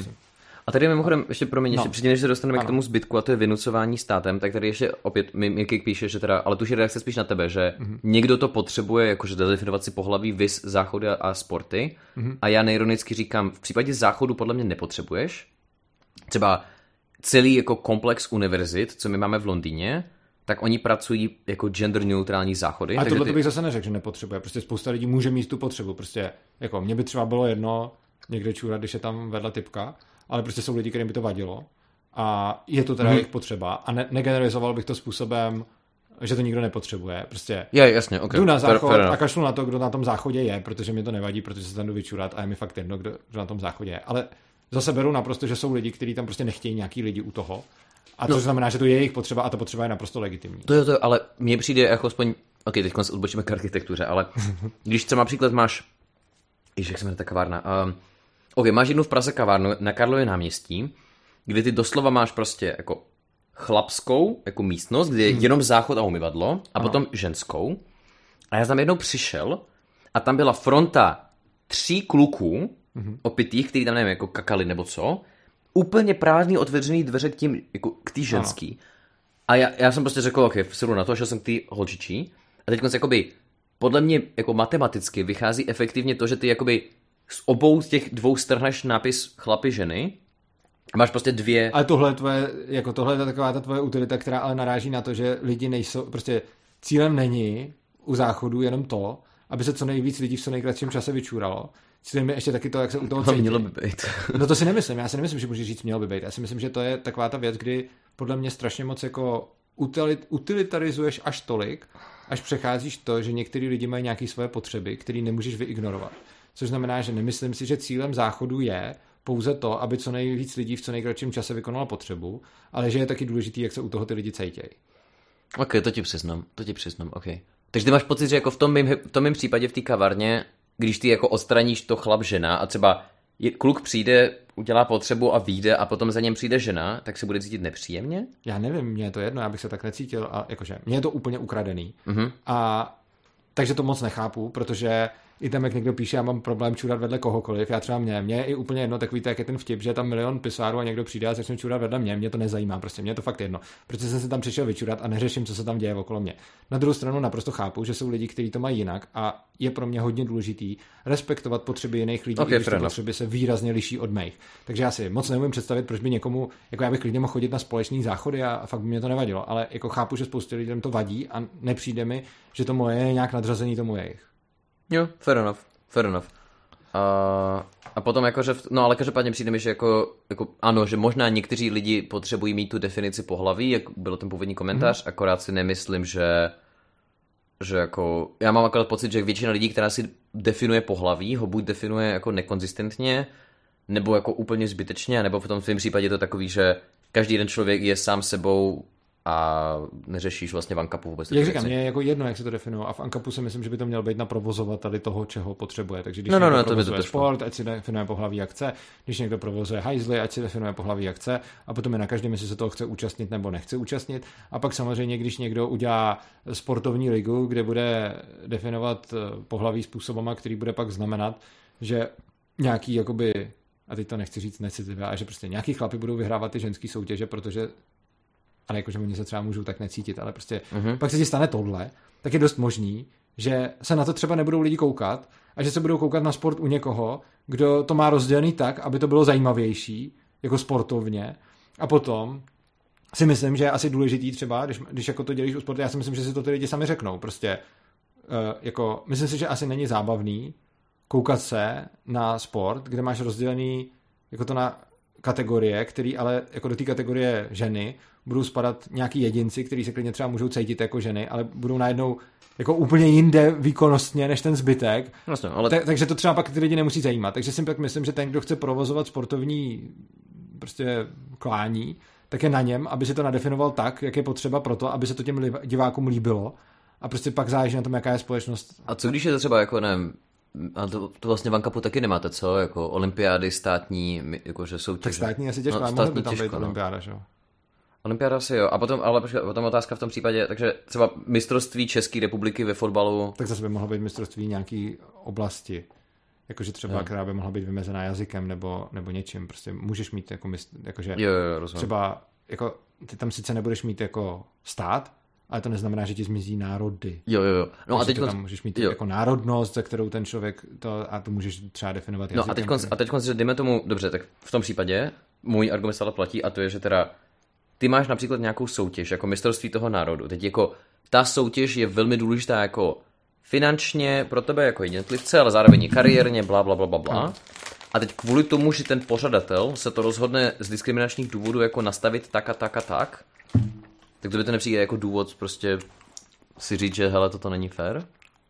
A tady mimochodem, ještě promiň, ještě no. předtím, než se dostaneme ano. k tomu zbytku, a to je vynucování státem, tak tady ještě opět Mikik píše, že teda, ale tu reakce spíš na tebe, že mm-hmm. někdo to potřebuje, jakože definovat si pohlaví, vis, záchody a sporty, mm-hmm. a já neironicky říkám, v případě záchodu podle mě nepotřebuješ, třeba celý jako komplex univerzit, co my máme v Londýně, tak oni pracují jako gender neutrální záchody. A tohle ty... bych zase neřekl, že nepotřebuje. Prostě spousta lidí může mít tu potřebu. Prostě jako mě by třeba bylo jedno někde čůrat, když je tam vedle typka, ale prostě jsou lidi, kterým by to vadilo. A je to teda mm-hmm. jejich potřeba. A ne- negeneralizoval bych to způsobem, že to nikdo nepotřebuje. Prostě je, jasně, okay. jdu na záchod fair, fair a kašlu na to, kdo na tom záchodě je, protože mi to nevadí, protože se tam jdu vyčurat a je mi fakt jedno, kdo, kdo na tom záchodě je. Ale zase beru naprosto, že jsou lidi, kteří tam prostě nechtějí nějaký lidi u toho. A to no. znamená, že to je jejich potřeba a ta potřeba je naprosto legitimní. To je to, ale mně přijde jako aspoň, ok, teď se odbočíme k architektuře, ale když třeba například máš, ježiš, jak se jmenuje ta kavárna, um, ok, máš jednu v Praze kavárnu na Karlově náměstí, kde ty doslova máš prostě jako chlapskou jako místnost, kde je hmm. jenom záchod a umyvadlo, a ano. potom ženskou. A já tam jednou přišel a tam byla fronta tří kluků, hmm. opitých, kteří tam nevím, jako kakali nebo co, úplně prázdný otevřený dveře k tím, jako k té ženský. Ano. A já, já jsem prostě řekl, ok, vsedu na to, šel jsem k té holčičí. A teď jakoby, podle mě jako matematicky vychází efektivně to, že ty jakoby z obou z těch dvou strhneš nápis chlapi ženy a máš prostě dvě... Ale tohle je tvoje, jako tohle je taková ta tvoje utilita, která ale naráží na to, že lidi nejsou, prostě cílem není u záchodu jenom to, aby se co nejvíc lidí v co nejkratším čase vyčůralo. Cílem je ještě taky to, jak se u toho cítí. Mělo by být. No to si nemyslím, já si nemyslím, že můžeš říct mělo by být. Já si myslím, že to je taková ta věc, kdy podle mě strašně moc jako utilit, utilitarizuješ až tolik, až přecházíš to, že některý lidi mají nějaké svoje potřeby, které nemůžeš vyignorovat. Což znamená, že nemyslím si, že cílem záchodu je pouze to, aby co nejvíc lidí v co nejkratším čase vykonalo potřebu, ale že je taky důležitý, jak se u toho ty lidi cítějí. Ok, to ti přiznám, to ti přiznám, ok. Takže ty máš pocit, že jako v tom mým, v tom mým případě v té kavárně, když ty jako odstraníš to chlap žena a třeba je, kluk přijde, udělá potřebu a vyjde a potom za něm přijde žena, tak se bude cítit nepříjemně? Já nevím, mně je to jedno, já bych se tak necítil, a jakože mně je to úplně ukradený. Mm-hmm. A takže to moc nechápu, protože i tam, jak někdo píše, já mám problém čurat vedle kohokoliv, já třeba mě, mě je i úplně jedno, tak víte, jak je ten vtip, že je tam milion pisárů a někdo přijde a začne čurat vedle mě, mě to nezajímá, prostě mě je to fakt jedno, protože jsem se tam přišel vyčurat a neřeším, co se tam děje okolo mě. Na druhou stranu naprosto chápu, že jsou lidi, kteří to mají jinak a je pro mě hodně důležitý respektovat potřeby jiných lidí, okay, když ty potřeby se výrazně liší od mých. Takže já si moc neumím představit, proč by někomu, jako já bych klidně mohl chodit na společné záchody a fakt by mě to nevadilo, ale jako chápu, že spoustu lidem to vadí a nepřijde mi, že to moje je nějak nadřazený tomu jejich. Jo, fair enough. Fair enough. A, a potom jakože, no ale každopádně přijde mi, že jako, jako ano, že možná někteří lidi potřebují mít tu definici pohlaví, jak byl ten původní komentář, mm. akorát si nemyslím, že že jako, já mám akorát pocit, že většina lidí, která si definuje pohlaví, ho buď definuje jako nekonzistentně, nebo jako úplně zbytečně, nebo v tom svém případě je to takový, že každý jeden člověk je sám sebou a neřešíš vlastně v Ankapu vůbec. Jak říkám, mě je jako jedno, jak se to definuje. A v Ankapu si myslím, že by to mělo být na provozovateli toho, čeho potřebuje. Takže když no, někdo no, no, provozuje sport, ať si definuje pohlaví, jak chce. Když někdo provozuje hajzly, ať si definuje pohlaví, jak chce. A potom je na každém, jestli se toho chce účastnit nebo nechce účastnit. A pak samozřejmě, když někdo udělá sportovní ligu, kde bude definovat pohlaví způsobama, který bude pak znamenat, že nějaký jakoby, a teď to nechci říct necitlivé, ale že prostě nějaký chlapi budou vyhrávat ty ženský soutěže, protože ale jakože oni se třeba můžou tak necítit, ale prostě uh-huh. pak se ti stane tohle, tak je dost možný, že se na to třeba nebudou lidi koukat a že se budou koukat na sport u někoho, kdo to má rozdělený tak, aby to bylo zajímavější, jako sportovně. A potom si myslím, že je asi důležitý třeba, když, když jako to dělíš u sportu, já si myslím, že si to ty lidi sami řeknou. Prostě uh, jako, myslím si, že asi není zábavný koukat se na sport, kde máš rozdělený jako to na kategorie, který ale jako do té kategorie ženy budou spadat nějaký jedinci, kteří se klidně třeba můžou cítit jako ženy, ale budou najednou jako úplně jinde výkonnostně než ten zbytek. Vlastně, ale... Ta, takže to třeba pak ty lidi nemusí zajímat. Takže si pak myslím, že ten, kdo chce provozovat sportovní prostě klání, tak je na něm, aby si to nadefinoval tak, jak je potřeba pro to, aby se to těm divákům líbilo. A prostě pak záleží na tom, jaká je společnost. A co když je to třeba jako, nevím, a to, to vlastně v Ankapu taky nemáte, co? Jako olympiády státní, jakože soutěže. Tak státní asi těžko, no, mohla by tam těžko, být no. olympiáda, že jo? Olympiáda asi jo. A potom, ale potom otázka v tom případě, takže třeba mistrovství České republiky ve fotbalu. Tak zase by mohlo být mistrovství nějaký oblasti. Jakože třeba, jo. která by mohla být vymezená jazykem nebo, nebo něčím. Prostě můžeš mít jako, jakože jo, jo, rozumím. Třeba, jako, ty tam sice nebudeš mít jako stát, ale to neznamená, že ti zmizí národy. Jo, jo, jo. No takže a teď tam konc... můžeš mít jo. jako národnost, za kterou ten člověk to, a to můžeš třeba definovat jazykem. No a teď konc... a teď konc, že dejme tomu, dobře, tak v tom případě můj argument stále platí a to je, že teda ty máš například nějakou soutěž jako mistrovství toho národu. Teď jako ta soutěž je velmi důležitá jako finančně pro tebe jako jednotlivce, ale zároveň i kariérně, bla, bla, bla, bla, bla. Hmm. A teď kvůli tomu, že ten pořadatel se to rozhodne z diskriminačních důvodů jako nastavit tak a tak a tak, tak to by to nepřijde jako důvod prostě si říct, že hele, toto není fér?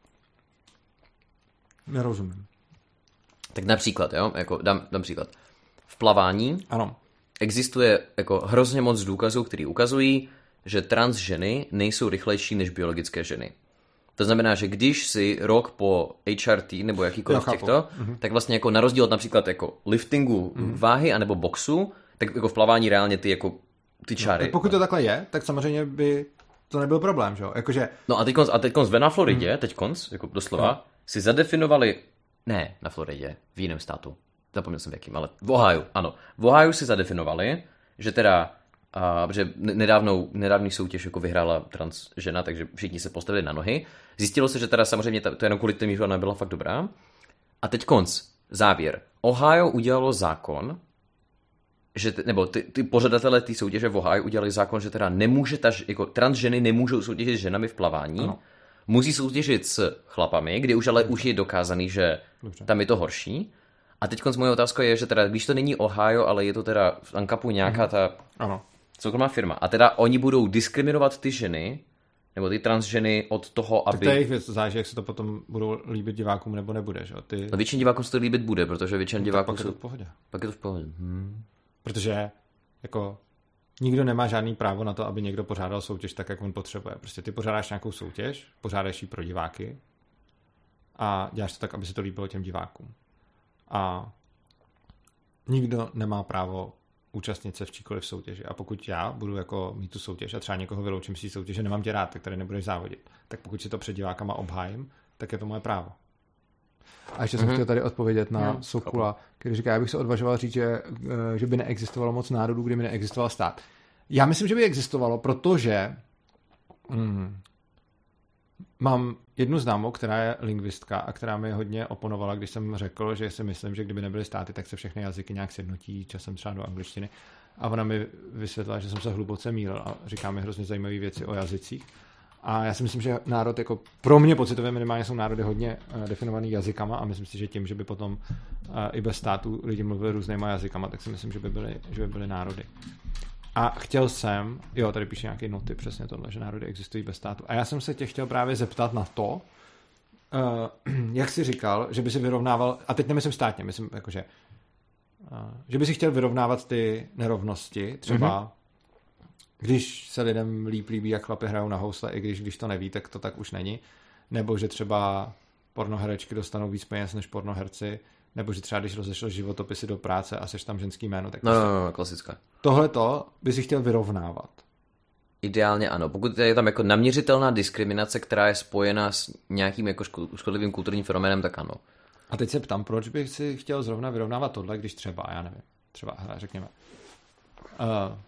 Nerozumím. Tak například, jo, jako dám, dám příklad. V plavání ano. existuje jako hrozně moc důkazů, který ukazují, že trans ženy nejsou rychlejší než biologické ženy. To znamená, že když si rok po H R T nebo jakýkoliv těchto, mhm. tak vlastně jako na rozdíl od například jako liftingu mhm. váhy anebo boxu, tak jako v plavání reálně ty jako ty čáry. No, pokud to takhle je, tak samozřejmě by to nebyl problém, že jo? Jakože... No a teďkonc, a teďkonc ve na Floridě, hmm. teďkonc, jako doslova, no. si zadefinovali, ne na Floridě, v jiném státu, zapomněl jsem v jakým, ale v Ohio, ano. V Ohio si zadefinovali, že teda, a, že nedávnou, nedávný soutěž jako vyhrála trans žena, takže všichni se postavili na nohy. Zjistilo se, že teda samozřejmě to jenom kvůli tomu, že ona byla fakt dobrá. A teďkonc, závěr. Ohio udělalo zákon, že ty, nebo ty, ty pořadatelé té soutěže v Ohio udělali zákon, že teda nemůže ta, jako trans ženy nemůžou soutěžit s ženami v plavání, ano. musí soutěžit s chlapami, kde už ale Dobře. už je dokázaný, že Dobře. tam je to horší. A teď moje otázka je, že teda, když to není Ohio, ale je to teda v Ankapu nějaká ta ano. soukromá firma, a teda oni budou diskriminovat ty ženy, nebo ty trans ženy od toho, aby... Tak to je jejich věc, záleží, jak se to potom budou líbit divákům nebo nebude, že? Ty... No většině divákům se to líbit bude, protože většina no, diváků pak jsou... je to v pohodě. Pak je to v pohodě. Hmm. Protože jako nikdo nemá žádný právo na to, aby někdo pořádal soutěž tak, jak on potřebuje. Prostě ty pořádáš nějakou soutěž, pořádáš ji pro diváky a děláš to tak, aby se to líbilo těm divákům. A nikdo nemá právo účastnit se v číkoliv soutěži. A pokud já budu jako mít tu soutěž a třeba někoho vyloučím z té soutěže, nemám tě rád, tak tady nebudeš závodit. Tak pokud si to před divákama obhájím, tak je to moje právo. A ještě mm-hmm. jsem chtěl tady odpovědět na mm, Sokula, který říká, já bych se odvažoval říct, že, že by neexistovalo moc národů, kdyby neexistoval stát. Já myslím, že by existovalo, protože mm, mám jednu známou, která je lingvistka a která mi hodně oponovala, když jsem řekl, že si myslím, že kdyby nebyly státy, tak se všechny jazyky nějak sjednotí, časem třeba do angličtiny. A ona mi vysvětlila, že jsem se hluboce mýlil a říká mi hrozně zajímavé věci o jazycích. A já si myslím, že národ, jako pro mě pocitově minimálně jsou národy hodně uh, definovaný jazykama a myslím si, že tím, že by potom uh, i bez státu lidi mluvili různýma jazykama, tak si myslím, že by byly, že by byly národy. A chtěl jsem, jo, tady píše nějaké noty, přesně tohle, že národy existují bez státu. A já jsem se tě chtěl právě zeptat na to, uh, jak jsi říkal, že by si vyrovnával, a teď nemyslím státně, myslím jakože, uh, že by si chtěl vyrovnávat ty nerovnosti, třeba mm-hmm. když se lidem líp líbí, jak chlapi hrajou na housle, i když, když to neví, tak to tak už není. Nebo že třeba pornoherečky dostanou víc peněz než pornoherci, nebo že třeba když rozešel životopisy do práce a seš tam ženský jméno, tak... No, no, no, no, klasická. Tohleto by si chtěl vyrovnávat. Ideálně ano. Pokud je tam jako naměřitelná diskriminace, která je spojena s nějakým jako škodlivým kulturním fenoménem, tak ano. A teď se ptám, proč bych si chtěl zrovna vyrovnávat tohle, když třeba, já nevím, třeba, hele, řekněme, uh,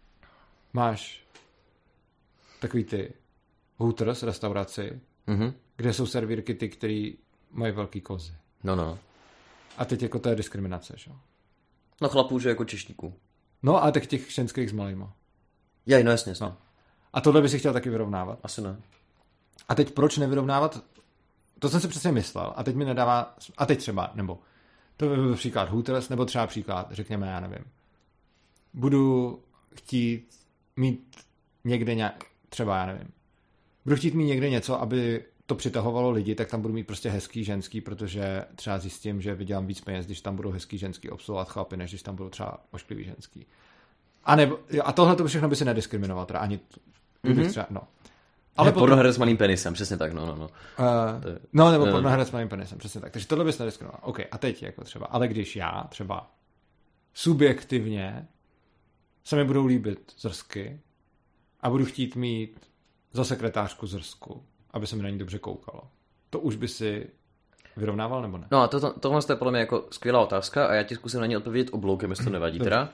máš takový ty Hooters restauraci, mm-hmm. kde jsou servírky ty, který mají velký kozy. No, no. A teď jako to je diskriminace, že? No chlapů, že jako češníků. No a tak těch ženských s malýma. Jej, no jasně, jasně. No. A tohle by si chtěl taky vyrovnávat. Asi ne. A teď proč nevyrovnávat? To jsem si přesně myslel. A teď mi nedává... A teď třeba, nebo... To by byl příklad Hooters, nebo třeba příklad, řekněme, já nevím. Budu chtít mít někde nějak... Třeba, já nevím. Budu chtít mít někde něco, aby to přitahovalo lidi, tak tam budu mít prostě hezký ženský, protože třeba zjistím, že vydělám víc peněz, když tam budou hezký ženský obsluhovat chlapy, než když tam budou třeba ošklivý ženský. A, nebo, a tohle to všechno by se nediskriminoval, teda ani mm-hmm. třeba, no. Ale potom... pornoherec s malým penisem, přesně tak, no, no, no. Uh, je... No, nebo pornoherec s malým penisem, přesně tak. Takže tohle bys nediskriminoval. OK, a teď jako třeba, ale když já třeba subjektivně se mi budou líbit zrsky a budu chtít mít za sekretářku zrsku, aby se mi na ní dobře koukalo. To už by si vyrovnával, nebo ne? No a to, to, tohle je podle mě jako skvělá otázka a já ti zkusím na ní odpovědět obloukem, jestli to nevadí teda.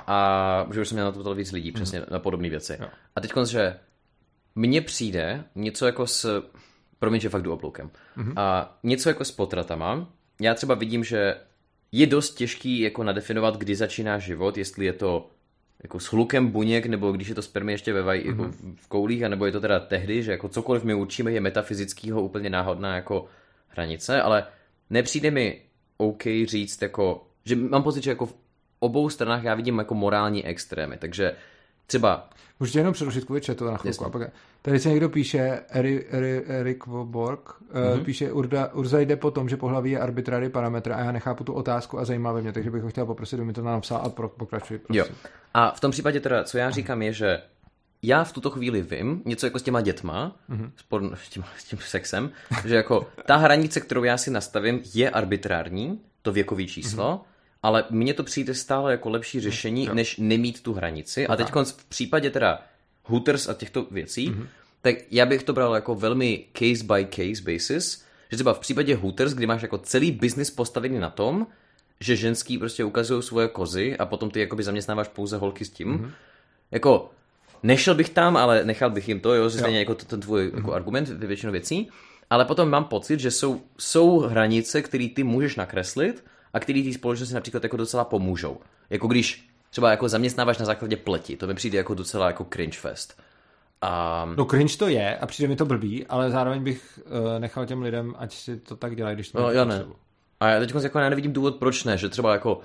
A že už jsem měl na to ptal víc lidí, přesně mm. na podobné věci. Jo. A teď že mně přijde něco jako s... Promiň, že fakt jdu obloukem. Mm-hmm. A něco jako s potratama. Já třeba vidím, že je dost těžký jako nadefinovat, kdy začíná život, jestli je to jako s hlukem buněk, nebo když je to spermy ještě ve vaj, mm-hmm. jako v koulích, anebo je to teda tehdy, že jako cokoliv my učíme je metafyzického úplně náhodná jako hranice, ale nepřijde mi OK říct jako, že mám pocit, že jako v obou stranách já vidím jako morální extrémy, takže třeba... Můžete jenom přerušit kvůli chatu na chvilku. A pak, tady se někdo píše, Eri, Eri, Erik Voborg, mm-hmm. píše, Urda, Urza jde po tom, že pohlaví je arbitrary parametr a já nechápu tu otázku a zajímavé mě, takže bych ho chtěl poprosit, aby mi to napsal a pro, pokračuji, prosím. Jo. A v tom případě teda, co já říkám je, že já v tuto chvíli vím něco jako s těma dětma, mm-hmm. s, porno, s, tím, s tím sexem, že jako ta hranice, kterou já si nastavím, je arbitrární, to věkové číslo, mm-hmm. ale mně to přijde stále jako lepší řešení, mm-hmm. než nemít tu hranici. A teď v případě teda Hooters a těchto věcí, mm-hmm. tak já bych to bral jako velmi case by case basis, že třeba v případě Hooters, kdy máš jako celý business postavený na tom, že ženský prostě ukazují svoje kozy a potom ty jakoby zaměstnáváš pouze holky s tím, mm-hmm. jako nešel bych tam, ale nechal bych jim to, jo, že stejně jako to, ten tvůj mm-hmm. jako argument ve většinou věcí, ale potom mám pocit, že jsou, jsou hranice, které ty můžeš nakreslit a které ty společnosti například jako docela pomůžou. Jako když třeba jako zaměstnáváš na základě pleti, to mi přijde jako docela jako cringe fest. A... No cringe to je a přijde mi to blbý, ale zároveň bych uh, nechal těm lidem, ať si to tak dělají, když to no, já ne. A já teď jako já nevidím důvod, proč ne, že třeba jako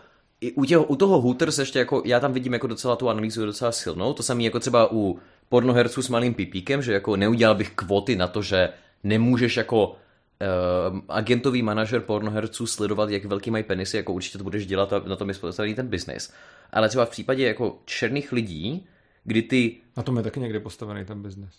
u, těho, u toho Hooters ještě jako, já tam vidím jako docela tu analýzu docela silnou, to samé jako třeba u pornoherců s malým pipíkem, že jako neudělal bych kvóty na to, že nemůžeš jako uh, agentový manažer pornoherců sledovat, jak velký mají penisy, jako určitě to budeš dělat a na tom je postavený ten biznis. Ale třeba v případě jako černých lidí, kdy ty... Na tom je taky někde postavený ten biznis.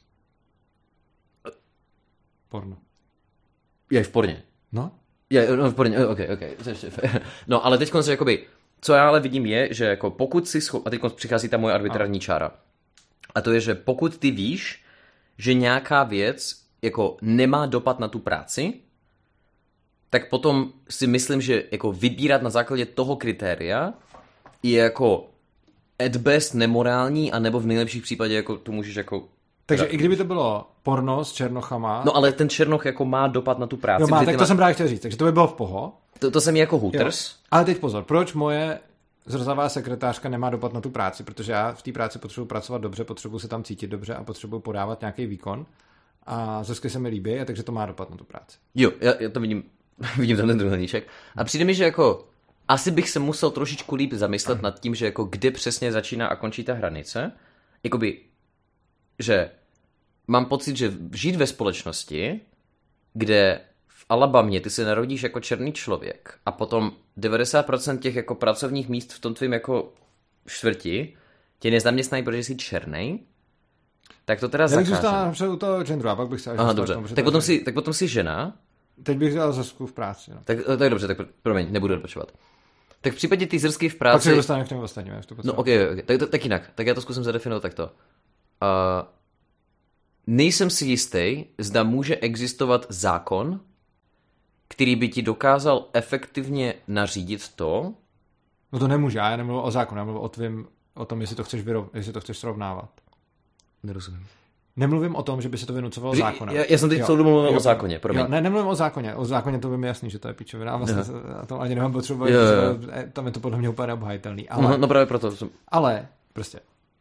Porno. Je v porně. No? Je, no v porně, ok, ok. No ale teď konce, jakoby, co já ale vidím je, že jako pokud si schop... A teď přichází ta moje arbitrární čára. A to je, že pokud ty víš, že nějaká věc jako nemá dopad na tu práci, tak potom si myslím, že jako vybírat na základě toho kritéria je jako at best nemorální, anebo v nejlepších případě jako to můžeš jako... Takže i kdyby to bylo porno s černochama... No ale ten černoch jako má dopad na tu práci. Jo, má, tak to má... jsem právě chtěl říct, takže to by bylo v poho. To, to jsem jako Hooters. Jo. Ale teď pozor, proč moje zrzavá sekretářka nemá dopad na tu práci? Protože já v té práci potřebuji pracovat dobře, potřebuji se tam cítit dobře a potřebuji podávat nějaký výkon. A zrsky se mi líbí, a takže to má dopad na tu práci. Jo, já, já to vidím, vidím tam ten druhýček. A přijde mi, že jako asi bych se musel trošičku líp zamyslet nad tím, že jako kde přesně začíná a končí ta hranice. Jakoby, že mám pocit, že žít ve společnosti, kde v Alabamě ty se narodíš jako černý člověk a potom devadesát procent těch jako pracovních míst v tom tvým jako čtvrti tě nezaměstnají, protože jsi černej, tak to teda zakážem. Já bych zůstal napřed u toho genderu a pak bych se až Aha, dobře. Tom, tak, potom si, tak potom si žena. Teď bych dal zrsku v práci. No. Tak to je dobře, tak promiň, nebudu dopočovat. Tak v případě ty zrsky v práci... Pak se dostaneme k těm ostatním. No ok, okay. Tak, tak, tak jinak. Tak já to zkusím zadefinovat takto. Uh, nejsem si jistý, zda může existovat zákon, který by ti dokázal efektivně nařídit to... No to nemůže, já nemluvím o zákonu, já mluvím o tvým, o tom, jestli to chceš, vyrov, jestli to chceš srovnávat. Nerozumím. Nemluvím o tom, že by se to vynucovalo zákonem. Já, já jsem teď celou dobu mluvil o zákoně, promiň. Jo, ne, nemluvím o zákoně. O zákoně to by mi jasný, že to je pičovina. A vlastně a to ani nemám potřebu, tam je to podle mě úplně neobhajitelný. Ale, no, no právě proto. Jsem... Ale prostě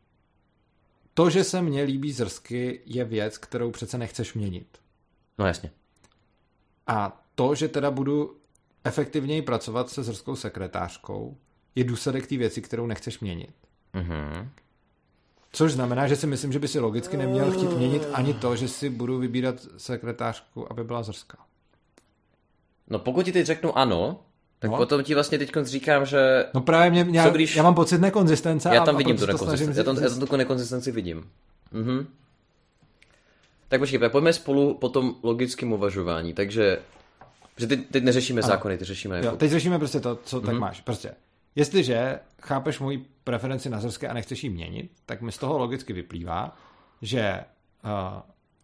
to, že se mně líbí zrsky, je věc, kterou přece nechceš měnit. No jasně. A to, že teda budu efektivněji pracovat se zrskou sekretářkou, je důsledek té věci, kterou nechceš měnit. Mhm. Což znamená, že si myslím, že by si logicky neměl chtít měnit ani to, že si budu vybírat sekretářku, aby byla zrská. No pokud ti teď řeknu ano, tak no. Potom ti vlastně teď říkám, že... No právě mě, mě, když... já mám pocit nekonzistence. Já tam a, vidím a tu nekonzistenci. Já tam, já tam tu nekonzistenci vidím. Mhm. Tak počkej, pojďme spolu po tom logickém uvažování. Takže že teď, teď neřešíme ano. zákony, teď řešíme... Jako... Jo, teď řešíme prostě to, co mm-hmm. tak máš. Prostě, jestliže chápeš moji preferenci na zrské a nechceš ji měnit, tak mi z toho logicky vyplývá, že uh,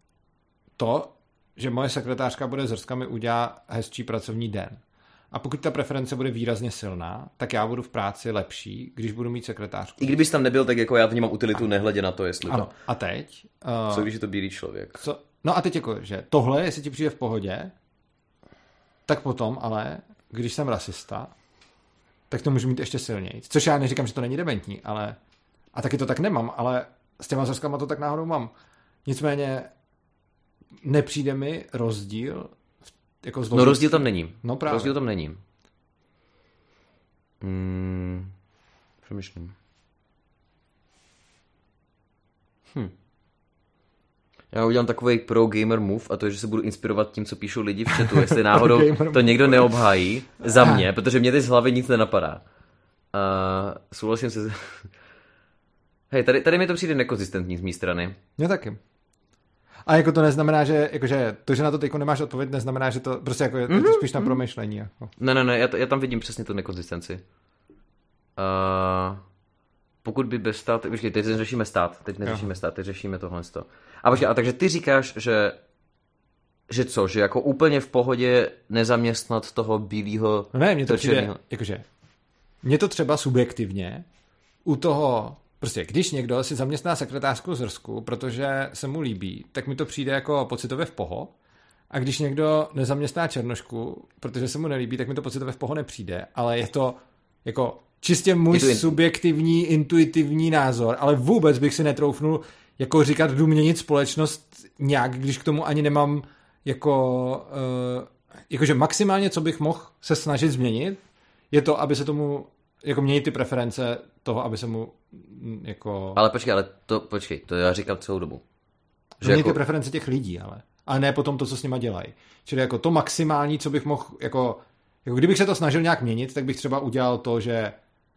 to, že moje sekretářka bude zrska, mi udělá hezčí pracovní den. A pokud ta preference bude výrazně silná, tak já budu v práci lepší, když budu mít sekretářku. I kdybys tam nebyl, tak jako já vnímám utilitu, nehledě na to, jestli ano. to... A teď... Uh, co když je to bílý člověk? Co, no a teď jako, že tohle, jestli ti přijde v pohodě, tak potom ale, když jsem rasista, tak to můžu mít ještě silněji. Což já neříkám, že to není dementní, ale... A taky to tak nemám, ale s těma zrskama to tak náhodou mám. Nicméně nepřijde mi rozdíl... Jako no rozdíl tam není. No právě. Rozdíl tam není. Hmm. Přemýšlím. Hm. Já udělám takový pro gamer move a to je, že se budu inspirovat tím, co píšou lidi v chatu, jestli náhodou to někdo neobhájí za mě, protože mě teď z hlavy nic nenapadá. A souhlasím se... Hej, tady, tady mi to přijde nekonzistentní z mé strany. Mě taky. A jako to neznamená, že, jakože to, že na to teďko nemáš odpověď, neznamená, že to prostě jako je mm-hmm. to spíš na promyšlení. Jako. Ne, ne, ne, já, já tam vidím přesně tu nekonzistenci. Uh, pokud by bez stát, počkej, teď řešíme stát, teď neřešíme jo. stát, teď řešíme tohle. A počkej, a takže ty říkáš, že že co, že jako úplně v pohodě nezaměstnat toho bílýho... No ne, mně to přijde, jakože, mně to třeba subjektivně u toho... Prostě, když někdo si zaměstná sekretářskou zrsku, protože se mu líbí, tak mi to přijde jako pocitově v poho. A když někdo nezaměstná černošku, protože se mu nelíbí, tak mi to pocitově v poho nepřijde. Ale je to jako čistě můj in... subjektivní, intuitivní názor, ale vůbec bych si netroufnul jako říkat, jdu měnit společnost nějak, když k tomu ani nemám jako... Uh, jakože maximálně, co bych mohl se snažit změnit, je to, aby se tomu jako měnit ty preference toho, aby se mu jako... Ale počkej, ale to, počkej, to já říkám celou dobu. Že měnit jako... ty preference těch lidí, ale. Ale ne potom to, co s nima dělají. Čili jako to maximální, co bych mohl, jako, jako kdybych se to snažil nějak měnit, tak bych třeba udělal to, že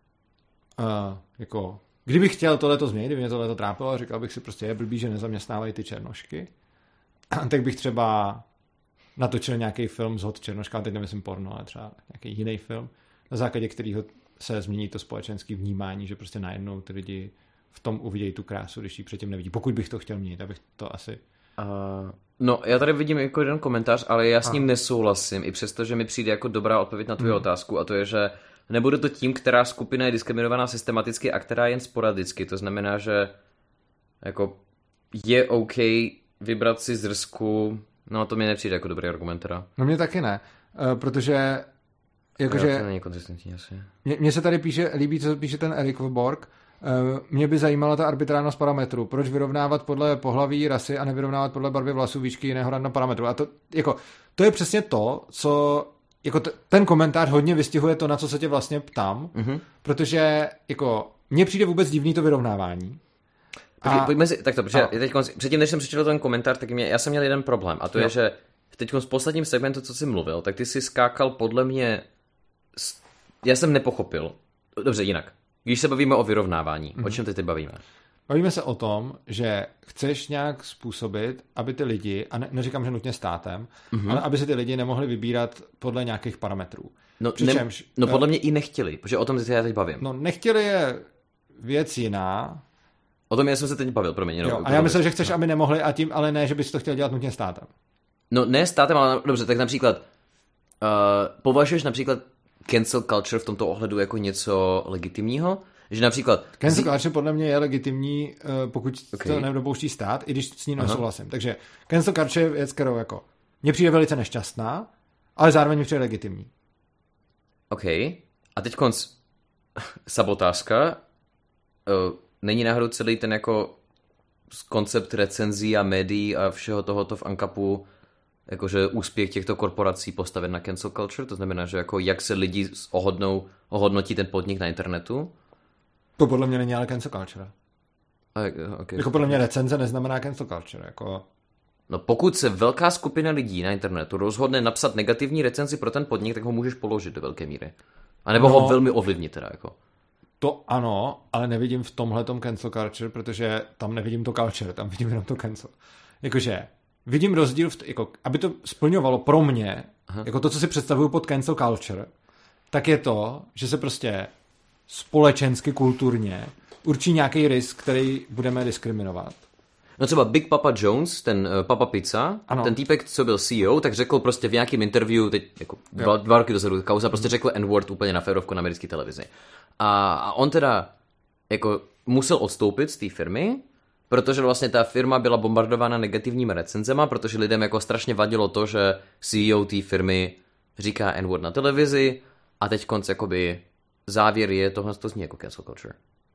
uh, jako, kdybych chtěl tohleto změnit, kdyby mě tohleto trápilo, říkal bych si prostě, je blbý, že nezaměstnávají ty černošky, tak bych třeba natočil nějaký film z hot černoška, teď nemyslím porno, ale třeba nějaký jiný film, na základě kterého se změní to společenské vnímání, že prostě najednou ty lidi v tom uvidějí tu krásu, když ji předtím nevidí. Pokud bych to chtěl měnit, abych to asi... Uh, no, já tady vidím jako jeden komentář, ale já s a. ním nesouhlasím, i přesto, že mi přijde jako dobrá odpověď na tvoji hmm. otázku, a to je, že nebude to tím, která skupina je diskriminovaná systematicky a která jen sporadicky. To znamená, že jako je OK vybrat si z rsku, no to mi nepřijde jako dobrý argument teda. No mně taky ne, uh, protože jakože... To není konzistentní asi. Mně se tady píše, líbí, co píše ten Erik Borg. Mě by zajímala ta arbitrárnost parametru. Proč vyrovnávat podle pohlaví, rasy a nevyrovnávat podle barvy vlasů, výšky jiného randna parametru? A to, jako, to je přesně to, co jako t- ten komentář hodně vystihuje to, na co se tě vlastně ptám, mm-hmm. protože jako mně přijde vůbec divný to vyrovnávání. A... Pojďme si, tak to, protože teď, předtím, než jsem přečetl ten komentář, tak mě, já jsem měl jeden problém, a to jo. je, že teď z posledním segmentu, co jsi mluvil, tak ty jsi skákal podle mě, já jsem nepochopil, dobře, jinak. Když se bavíme o vyrovnávání, mm-hmm. o čem teď teď bavíme? Bavíme se o tom, že chceš nějak způsobit, aby ty lidi, a ne, neříkám, že nutně státem, mm-hmm. ale aby si ty lidi nemohli vybírat podle nějakých parametrů. No, Přičemž, ne, no podle mě i nechtěli, protože o tom se já teď bavím. No nechtěli je věc jiná. O tom já jsem se teď bavil, promiň. Jo, no, a já myslím, že chceš, no. aby nemohli, a tím, ale ne, že bys to chtěl dělat nutně státem. No ne státem, ale dobře, tak například uh, považuješ například cancel culture v tomto ohledu jako něco legitimního? Že například... Cancel culture podle mě je legitimní, pokud okay. to nedopouští stát, i když s ní nesouhlasím. Takže cancel culture je věc, kterou jako mně přijde velice nešťastná, ale zároveň mi přijde legitimní. OK. A teď konc sabotázka. Není náhodou celý ten jako koncept recenzí a médií a všeho tohoto v ANCAPu jakože úspěch těchto korporací postaven na cancel culture, to znamená, že jako jak se lidi ohodnou, ohodnotí ten podnik na internetu. To podle mě není ale cancel culture. A, okay, jako podle mě recenze neznamená cancel culture. Jako... No pokud se velká skupina lidí na internetu rozhodne napsat negativní recenzi pro ten podnik, tak ho můžeš položit do velké míry. A nebo no, ho velmi ovlivnit teda jako. To ano, ale nevidím v tomhletom cancel culture, protože tam nevidím to culture, tam vidím jenom to cancel. Jakože vidím rozdíl, v t- jako, aby to splňovalo pro mě, aha. jako to, co si představuju pod cancel culture, tak je to, že se prostě společensky, kulturně určí nějaký risk, který budeme diskriminovat. No třeba Big Papa Jones, ten uh, Papa Pizza, ano. ten týpek, co byl C E O, tak řekl prostě v nějakém interview, teď jako dva, dva roky dozadu kauza, prostě řekl N-word úplně na férovku na americké televizi. A, a on teda jako musel odstoupit z té firmy, protože vlastně ta firma byla bombardována negativními recenzema, protože lidem jako strašně vadilo to, že C E O té firmy říká N-word na televizi a teď konc jakoby závěr je, tohle to zní jako cancel culture.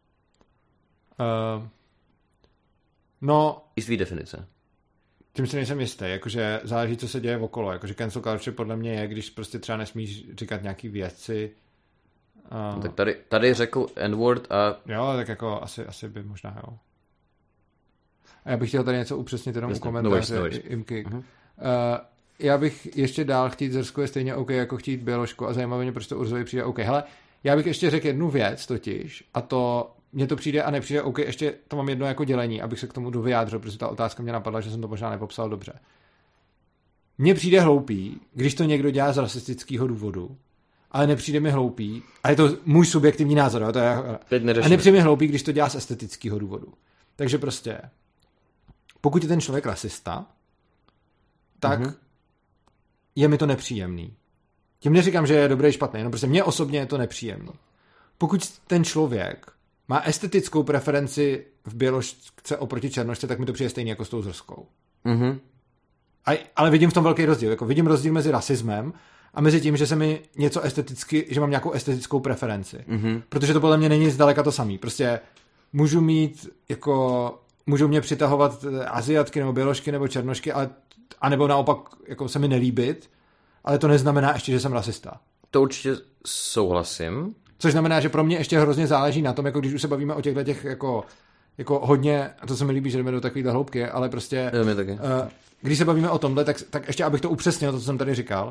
Uh, no... I svý definice. Tím si nejsem jistý, jakože záleží, co se děje okolo. Jakože cancel culture podle mě je, když prostě třeba nesmíš říkat nějaký věci. Uh, no, tak tady, tady řekl N-word a... Jo, tak jako asi, asi by možná, jo. A já bych chtěl tady něco upřesnit jenom u komentáře no, Imky. Uh-huh. Uh, já bych ještě dál chtít zrsku je stejně OK, jako chtít běložku a zajímavé mě, proč to Urzovi přijde OK. Hele, já bych ještě řekl jednu věc totiž, a to mně to přijde a nepřijde OK, ještě to mám jedno jako dělení, abych se k tomu dovyjádřil, protože ta otázka mě napadla, že jsem to možná nepopsal dobře. Mně přijde hloupý, když to někdo dělá z rasistického důvodu, ale nepřijde mi hloupý, a je to můj subjektivní názor, jo, to je, a nepřijde mi hloupý, když to dělá z estetického důvodu. Takže prostě, pokud je ten člověk rasista, tak mm-hmm. je mi to nepříjemný. Tím neříkám, že je dobrý, špatný, no prostě mně osobně je to nepříjemný. Pokud ten člověk má estetickou preferenci v běložce oproti černošce, tak mi to přijde stejně jako s tou zrskou. Mm-hmm. A, ale vidím v tom velký rozdíl. Jako vidím rozdíl mezi rasismem a mezi tím, že se mi něco esteticky, že mám nějakou estetickou preferenci. Mm-hmm. Protože to podle mě není zdaleka to samý. Prostě můžu mít jako, můžou mě přitahovat Aziatky nebo běložky nebo černošky, ale, anebo naopak jako se mi nelíbit, ale to neznamená ještě, že jsem rasista. To určitě souhlasím. Což znamená, že pro mě ještě hrozně záleží na tom, jako když už se bavíme o těchto těch jako, jako hodně, a to se mi líbí, že jdeme do takovýhle hloubky, ale prostě, jo, taky. Uh, když se bavíme o tomhle, tak, tak ještě abych to upřesnil, to, co jsem tady říkal,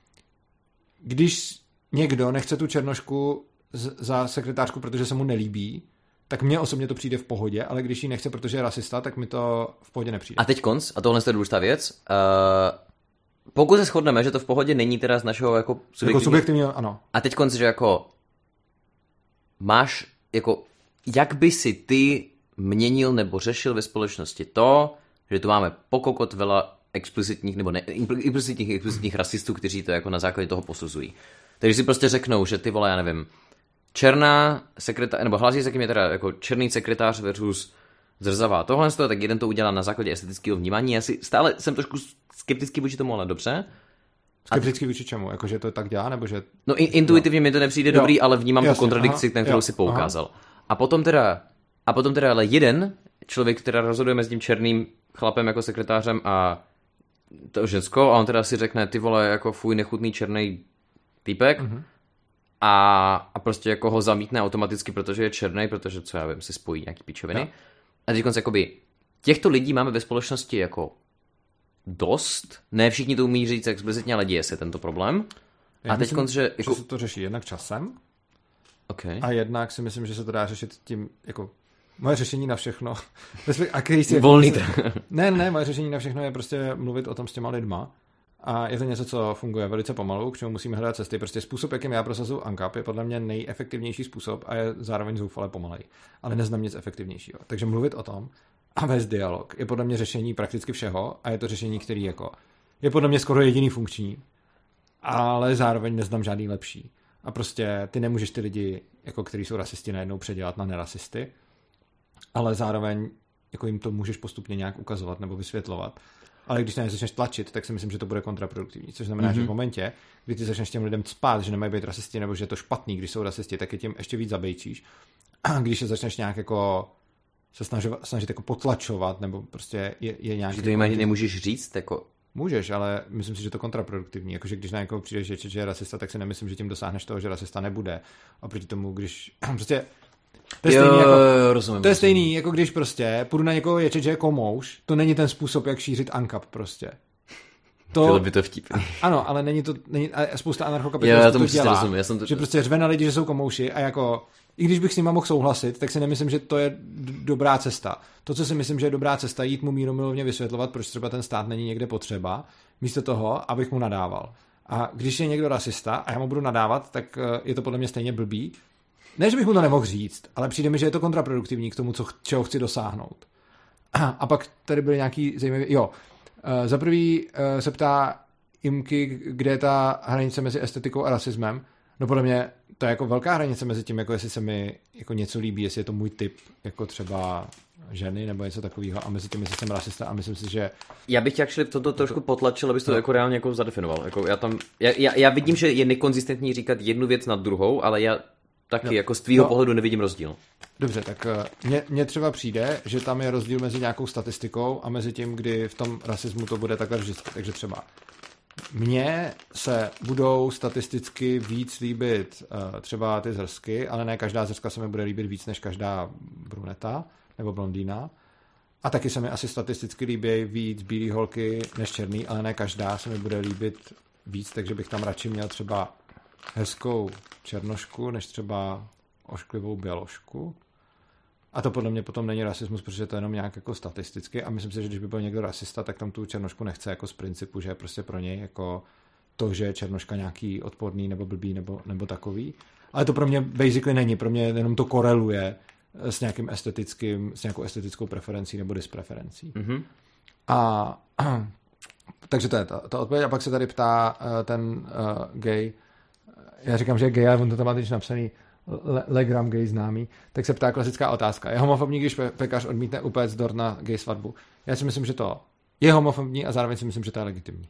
když někdo nechce tu černošku z, za sekretářku, protože se mu nelíbí, tak mně osobně to přijde v pohodě, ale když ji nechce, protože je rasista, tak mi to v pohodě nepřijde. A teď konc, a tohle je důležitá věc, uh, pokud se shodneme, že to v pohodě není teda z našeho jako subjektivního... Jako subjektivního, ano. A teď konc, že jako máš, jako jak by si ty měnil nebo řešil ve společnosti to, že tu máme pokokot vela explicitních, nebo ne, implicitních, explicitních rasistů, kteří to jako na základě toho posuzují. Takže si prostě řeknou, že ty vole, já nevím, černá sekretář, nebo hlásí se k mě teda jako černý sekretář versus zrzavá tohle, tak jeden to udělá na základě estetického vnímání. Já si stále jsem trošku skeptický vůči tomu, ale dobře. Skeptický vůči čemu? Jako, že to tak dělá, nebo že... No intuitivně mi to nepřijde jo. dobrý, ale vnímám Jasně, tu kontradikci, aha, na kterou jo, si poukázal. Aha. A potom teda, a potom teda ale jeden člověk, který rozhoduje mezi tím černým chlapem jako sekretářem a to ženskou, a on teda si řekne, ty vole, jako fuj, nechutný černý týpek, mm-hmm. a, a prostě jako ho zamítne automaticky, protože je černý, protože, co já vím, si spojí nějaký pičoviny. Ja. A teď konce, jakoby, těchto lidí máme ve společnosti jako dost, ne všichni to umí říct explicitně, ale děje se tento problém. Já a teď myslím, konce, že... Jako... že se to řeší jednak časem, okay. a jednak si myslím, že se to dá řešit tím, jako moje řešení na všechno. A který si, Volný Ne, ne, moje řešení na všechno je prostě mluvit o tom s těma lidma. A je to něco, co funguje velice pomalu, k čemu musíme hledat cesty. Prostě způsob, jakým já prosazuju ANCAP, je podle mě nejefektivnější způsob a je zároveň zoufale pomalej. Ale neznám nic efektivnějšího. Takže mluvit o tom a vést dialog je podle mě řešení prakticky všeho a je to řešení, který jako je podle mě skoro jediný funkční, ale zároveň neznám žádný lepší. A prostě ty nemůžeš ty lidi, jako kteří jsou rasisti, najednou předělat na nerasisty, ale zároveň jako jim to můžeš postupně nějak ukazovat nebo vysvětlovat. Ale když na ně začneš tlačit, tak si myslím, že to bude kontraproduktivní. Což znamená, mm-hmm. že v momentě, kdy ty začneš těm lidem cpát, že nemají být rasisti, nebo že je to špatný, když jsou rasisti, tak je tím ještě víc zabejčíš. A když se začneš nějak jako se snažit, snažit jako potlačovat, nebo prostě je, je nějaký... Že to jim ani nemůžeš říct, jako... Můžeš, ale myslím si, že to je kontraproduktivní. Jakože když na někoho přijdeš řečit, že je rasista, tak si nemyslím, že tím dosáhneš toho, že rasista nebude. A proti tomu, když... prostě... To je, jo, stejný, jako, jo, rozumím, to je rozumím. stejný, jako když prostě půjdu na někoho ječet, že je komouš, to není ten způsob, jak šířit ANCAP prostě. To by to vtipný. Ano, ale není to, není, a spousta anarchokapitalistů to dělá, rozumím, já jsem to... že prostě řve na lidi, že jsou komouši a jako, i když bych s nima mohl souhlasit, tak si nemyslím, že to je d- dobrá cesta. To, co si myslím, že je dobrá cesta, jít mu mírumilovně vysvětlovat, proč třeba ten stát není někde potřeba, místo toho, abych mu nadával. A když je někdo rasista a já mu budu nadávat, tak je to podle mě stejně blbý. Ne, že bych mu to nemohl říct, ale přijde mi, že je to kontraproduktivní k tomu, co, čeho chci dosáhnout. A pak tady byly nějaký zajímavý... Jo, uh, za prvý uh, se ptá Imky, kde je ta hranice mezi estetikou a rasismem. No podle mě to je jako velká hranice mezi tím, jako jestli se mi jako něco líbí, jestli je to můj typ, jako třeba ženy nebo něco takového, a mezi tím, jestli jsem rasista, a myslím si, že... Já bych chtěl actually toto trošku potlačil, abys to no. jako reálně jako zadefinoval. Jako já, tam, já, já, já vidím, že je nekonzistentní říkat jednu věc nad druhou, ale já taky no. jako z tvýho no. pohledu nevidím rozdíl. Dobře, tak mně, mně třeba přijde, že tam je rozdíl mezi nějakou statistikou a mezi tím, kdy v tom rasismu to bude takhle vždycky. Takže třeba mně se budou statisticky víc líbit uh, třeba ty zrsky, ale ne každá zrska se mi bude líbit víc než každá bruneta nebo blondýna. A taky se mi asi statisticky líbí víc bílý holky než černý, ale ne každá se mi bude líbit víc, takže bych tam radši měl třeba hezkou černošku, než třeba ošklivou bělošku. A to podle mě potom není rasismus, protože to je jenom nějak jako statisticky, a myslím si, že když by byl někdo rasista, tak tam tu černošku nechce jako z principu, že je prostě pro něj jako to, že je černoška nějaký odporný nebo blbý nebo, nebo takový. Ale to pro mě basically není, pro mě jenom to koreluje s nějakým estetickým, s nějakou estetickou preferencí nebo dispreferencí. Mm-hmm. A takže to je ta, ta odpověď. A pak se tady ptá uh, ten uh, gay, já říkám, že je gay, ale on to tam má teď napsaný Le- Legram gay známý, tak se ptá klasická otázka. Je homofobní, když pe- pekař odmítne upéct dort na gay svatbu? Já si myslím, že to je homofobní a zároveň si myslím, že to je legitimní.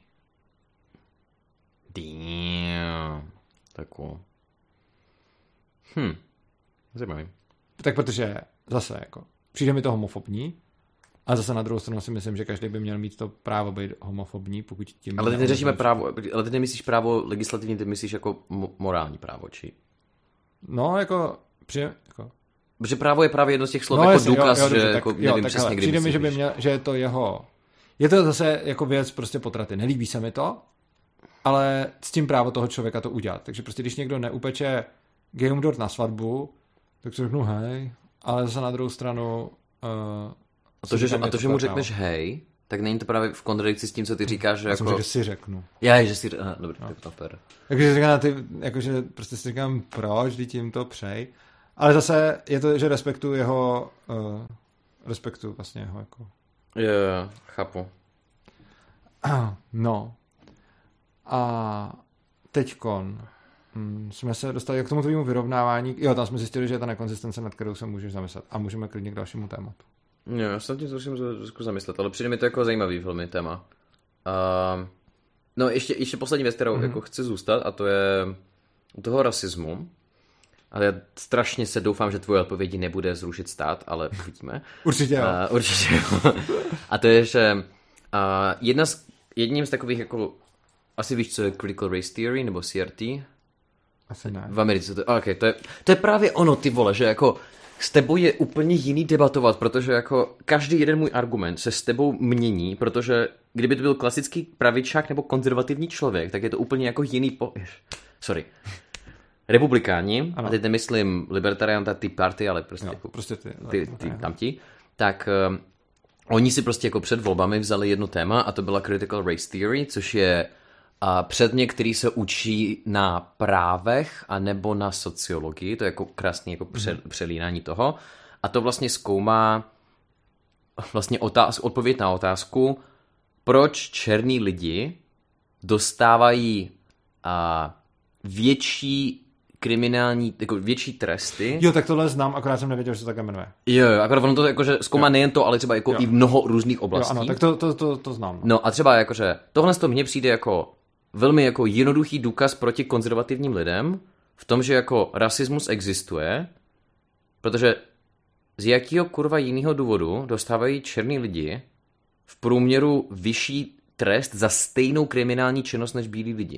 Damn. Tako. Hm. Zajímavý. Tak protože zase jako přijde mi to homofobní, a zase na druhou stranu si myslím, že každý by měl mít to právo být homofobní, pokud tím... Ale teď neřešíme právo, ale teď nemyslíš právo legislativní, ty myslíš jako morální právo, či... No, jako... Při, jako Protože právo je právě jedno z těch slov no, jako jasně, důkaz, jo, jo, že dobře, jako tak, nevím jo, tak přesně, hele, kdy přijde mi, že, by myslíš. měl, že je to jeho... Je to zase jako věc prostě potraty. Nelíbí se mi to, ale s tím právo toho člověka to udělat. Takže prostě když někdo neupeče gejům dort na svatbu, tak si řeknu hej, ale zase na druhou stranu... Uh, a to, že, a to, že mu právo. řekneš hej, tak není to právě v kontradikci s tím, co ty říkáš, že Já jako... jsem řekl, že si řeknu. Já, že si... Aha, dobrý, no. Tak to fér. Takže říkám, ty, jakože prostě si říkám, proč, vždyť jim to přej. Ale zase je to, že respektuju jeho... Uh, respektuju vlastně jeho jako... Jo, jo, chápu. No. A teďkon hm, jsme se dostali k tomu tvému vyrovnávání. Jo, tam jsme zjistili, že je ta nekonzistence, nad kterou se můžeš zamyslet. A můžeme klidně k dalšímu tématu. Jo, já se nad tím zkusím zamyslet, ale přijde mi to jako zajímavý velmi téma. Uh, no ještě, ještě poslední věc, kterou mm-hmm. jako chci zůstat, a to je u toho rasismu. Ale já strašně se doufám, že tvoje odpovědi nebude zrušit stát, ale uvidíme. Určitě jo. Uh, určitě jo. A to je, že uh, jedna z, jedním z takových jako, asi víš, co je Critical Race Theory, nebo C R T? Asi ne. V Americe. To, okay, to, je, to je právě ono, ty vole, že jako s tebou je úplně jiný debatovat, protože jako každý jeden můj argument se s tebou mění, protože kdyby to byl klasický pravičák nebo konzervativní člověk, tak je to úplně jako jiný po... Sorry. Republikáni, ano. A teď nemyslím libertarian, ty party, ale prostě, jo, jako prostě ty, ty, ty tamti, tak um, oni si prostě jako před volbami vzali jedno téma a to byla Critical Race Theory, což je uh, předmět, který se učí na právech a nebo na sociologii, to je jako krásný jako pře, mm. přelínání toho a to vlastně zkoumá vlastně otáz, odpověď na otázku, proč černí lidi dostávají uh, větší kriminální, jako větší tresty. Jo, tak tohle znám, akorát jsem nevěděl, že se takhle jmenuje. Jo, jo, akorát ono to jakože zkoumá nejen to, ale třeba jako jo. i mnoho různých oblastí. Jo, ano, tak to, to, to, to znám. No. no a třeba jakože tohle z toho mně přijde jako velmi jako jednoduchý důkaz proti konzervativním lidem v tom, že jako rasismus existuje, protože z jakého kurva jiného důvodu dostávají černí lidi v průměru vyšší trest za stejnou kriminální činnost než bílí lidi.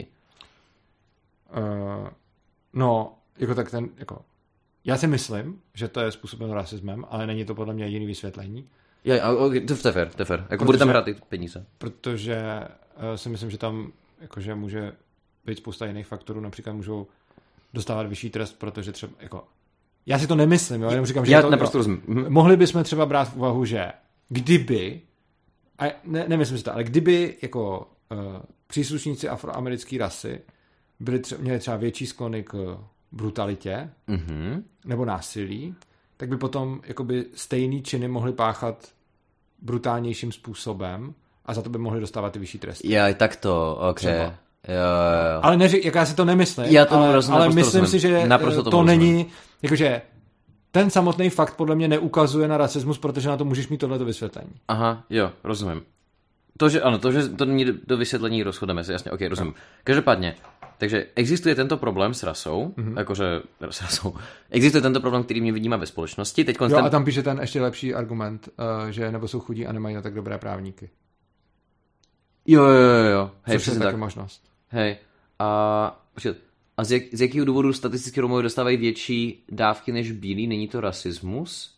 Uh, no, jako tak ten, jako, já si myslím, že to je způsobeno rasismem, ale není to podle mě jiný vysvětlení. Ja, okay, to je fér, to je fér. Jako protože, bude tam hrát ty peníze. Protože uh, si myslím, že tam jakože může být spousta jiných faktorů, například můžou dostávat vyšší trest, protože třeba, jako, já si to nemyslím, jo, jenom říkám, že já to, naprosto jo, rozumím. Mhm. Mohli bychom třeba brát v úvahu, že kdyby, a ne, nemyslím si to, ale kdyby jako uh, příslušníci afroamerické rasy byli tře- měli třeba větší sklony k brutalitě mm-hmm. nebo násilí, tak by potom jakoby stejný činy mohli páchat brutálnějším způsobem a za to by mohli dostávat ty vyšší tresty. Já, tak to, ok. Jo, jo, jo. Ale neři- jak já si to nemyslím, já to ale, rozum, ale myslím rozumím. si, že naprosto to, to není, jakože ten samotný fakt podle mě neukazuje na rasismus, protože na to můžeš mít tohleto vysvětlení. Aha, jo, rozumím. To, že ano, to, že to není do vysvětlení, rozhodneme se, jasně, ok, rozumím. No. Každopádně, takže existuje tento problém s rasou, mm-hmm. jakože s rasou, existuje tento problém, který mě vidíme ve společnosti. Teď jo, ten... a tam píše ten ještě lepší argument, uh, že nebo jsou chudí a nemají na tak dobré právníky. Jo, jo, jo, jo. Hej, což je taky možnost. Hej, a, počkat, a z, jak, z jakého důvodu statisticky Romové dostávají větší dávky než bílí? Není to rasismus?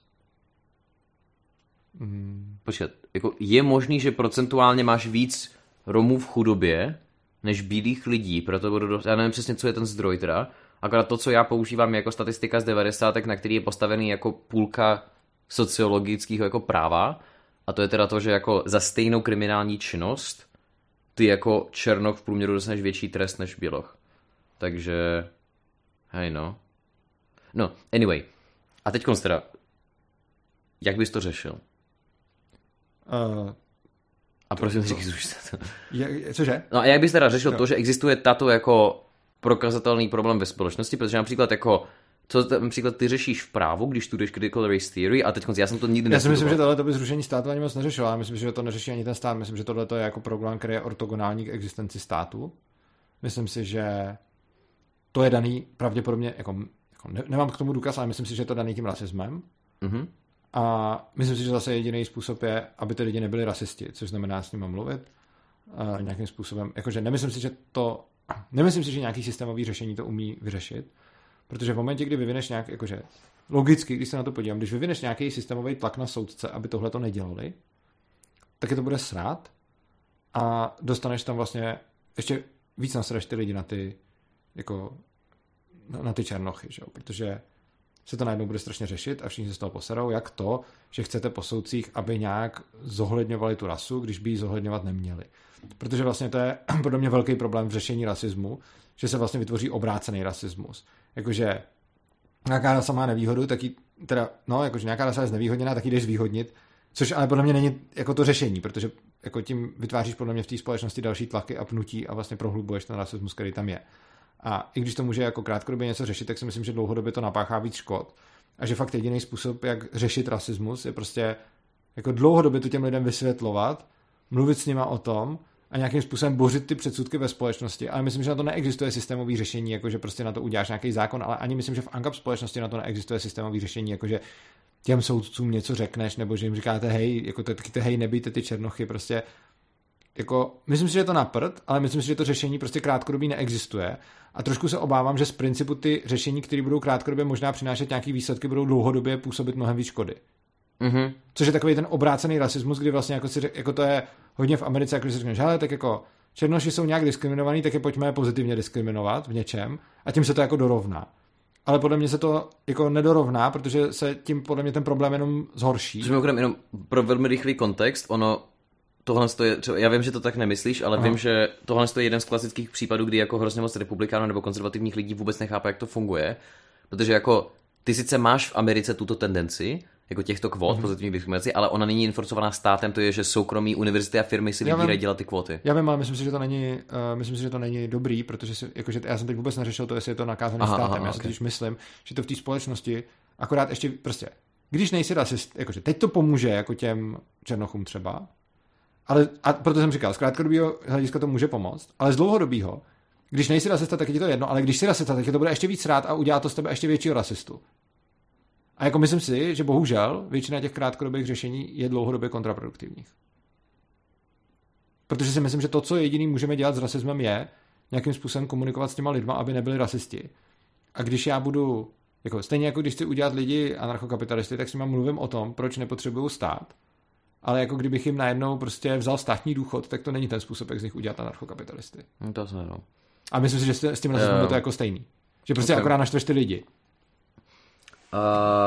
Mm. Počkat, jako je možný, že procentuálně máš víc Romů v chudobě než bílých lidí, proto budu dost, já nevím přesně, co je ten zdroj teda, akorát to, co já používám jako statistika z devadesátek, na který je postavený jako půlka sociologického jako práva, a to je teda to, že jako za stejnou kriminální činnost ty jako černoch v průměru dostaneš větší trest než běloch. Takže, hej no. No, anyway. A teď teda, jak bys to řešil? Uh, a prosím, říkej, to. Cože? No a jak bys teda řešil jo. to, že existuje tato jako prokazatelný problém ve společnosti, protože například jako, co t- například ty řešíš v právu, když studuješ Critical Race Theory, a teď já jsem to nikdy nestudoval. Já si myslím, že tohle to by zrušení státu ani moc neřešilo, ale myslím, že to neřeší ani ten stát. Myslím, že tohle je jako problém, který je ortogonální k existenci státu. Myslím si, že to je daný pravděpodobně, jako, jako ne, nemám k tomu důkaz, ale myslím si, že je to daný tím rasismem. Mm-hmm. A myslím si, že zase jediný způsob je, aby ty lidi nebyli rasisti, což znamená s nimi mluvit uh, nějakým způsobem. Jakože nemyslím si, že to, nemyslím si, že nějaký systémový řešení to umí vyřešit, Protože v momentě, kdy vyvineš nějak, jakože logicky, když se na to podívám, když vyvineš nějaký systémový tlak na soudce, aby tohle to nedělali, tak je to bude srát a dostaneš tam vlastně ještě víc nasraš ty lidi na ty jako na, na ty černochy, že jo? Protože se to najednou bude strašně řešit a všichni se z toho poserou, jak to, že chcete po soudcích, aby nějak zohledňovali tu rasu, když by ji zohledňovat neměli. Protože vlastně to je podle mě velký problém v řešení rasismu, že se vlastně vytvoří obrácený rasismus. Jakože nějaká rasa má nevýhodu, tak jí, teda, no, jakože nějaká rasa je znevýhodněná, tak ji jdeš zvýhodnit, což ale podle mě není jako to řešení, protože jako tím vytváříš podle mě v té společnosti další tlaky a pnutí a vlastně prohlubuješ ten rasismus, který tam je. A i když to může jako krátkodobě něco řešit, tak si myslím, že dlouhodobě to napáchá víc škod. A že fakt jediný způsob, jak řešit rasismus, je prostě jako dlouhodobě to těm lidem vysvětlovat, mluvit s nima o tom a nějakým způsobem bořit ty předsudky ve společnosti. Ale myslím, že na to neexistuje systémový řešení, jakože prostě na to uděláš nějaký zákon, ale ani myslím, že v ANCAP společnosti na to neexistuje systémový řešení, jakože těm soudcům něco řekneš, nebo že jim říkáte hej, jako to, taky hej, nebijte ty černochy, prostě jako, myslím si, že je to na prd, ale myslím si, že to řešení prostě krátkodobí neexistuje. A trošku se obávám, že z principu ty řešení, které budou krátkodobě možná přinášet nějaký výsledky, budou dlouhodobě působit mnohem víc škody. Mm-hmm. Což je takový ten obrácený rasismus, kdy vlastně jako, si, jako to je hodně v Americe, jako si řekneš, hele, tak jako černoši jsou nějak diskriminovaní, tak je pojďme pozitivně diskriminovat v něčem a tím se to jako dorovná. Ale podle mě se to jako nedorovná, protože se tím podle mě ten problém jenom zhorší. Což mimochodem jenom pro velmi rychlý kontext, ono tohle je, třeba, já vím, že to tak nemyslíš, ale Aha. vím, že tohle je jeden z klasických případů, kdy jako hrozně moc republikánů nebo konzervativních lidí vůbec nechápe, jak to funguje, protože jako ty sice máš v Americe tuto tendenci, jako těchto kvót, mm-hmm. pozitivní diskriminaci, ale ona není informovaná státem, to je, že soukromí univerzity a firmy si vybírají dělat ty kvóty. Já vím, ale myslím si, že to není, uh, myslím si, že to není dobrý, protože si, jakože, já jsem teď vůbec neřešil to, jestli je to nakázané aha, státem. Aha, já si okay. teď myslím, že to v té společnosti akorát ještě prostě, když nejsi rasist, jakože teď to pomůže jako těm černochům třeba, ale a proto jsem říkal, z krátkodobého hlediska to může pomoct, ale z dlouhodobého, když nejsi rasista, tak je ti to jedno, ale když jsi rasista, tak je to bude ještě víc rád a udělá to z tebe ještě většího rasistu. A jako myslím si, že bohužel většina těch krátkodobých řešení je dlouhodobě kontraproduktivních. Protože si myslím, že to, co jediný můžeme dělat s rasismem, je nějakým způsobem komunikovat s těma lidma, aby nebyli rasisti. A když já budu, jako stejně jako když chci udělat lidi anarchokapitalisty, tak s nimi mluvím o tom, proč nepotřebují stát. Ale jako kdybych jim najednou prostě vzal státní důchod, tak to není ten způsob, jak z nich udělat anarchokapitalisty. No to se no. A myslím si, že s tím rasismem je to jako stejný. Že prostě okay. akorát naštveš ty lidi. Uh,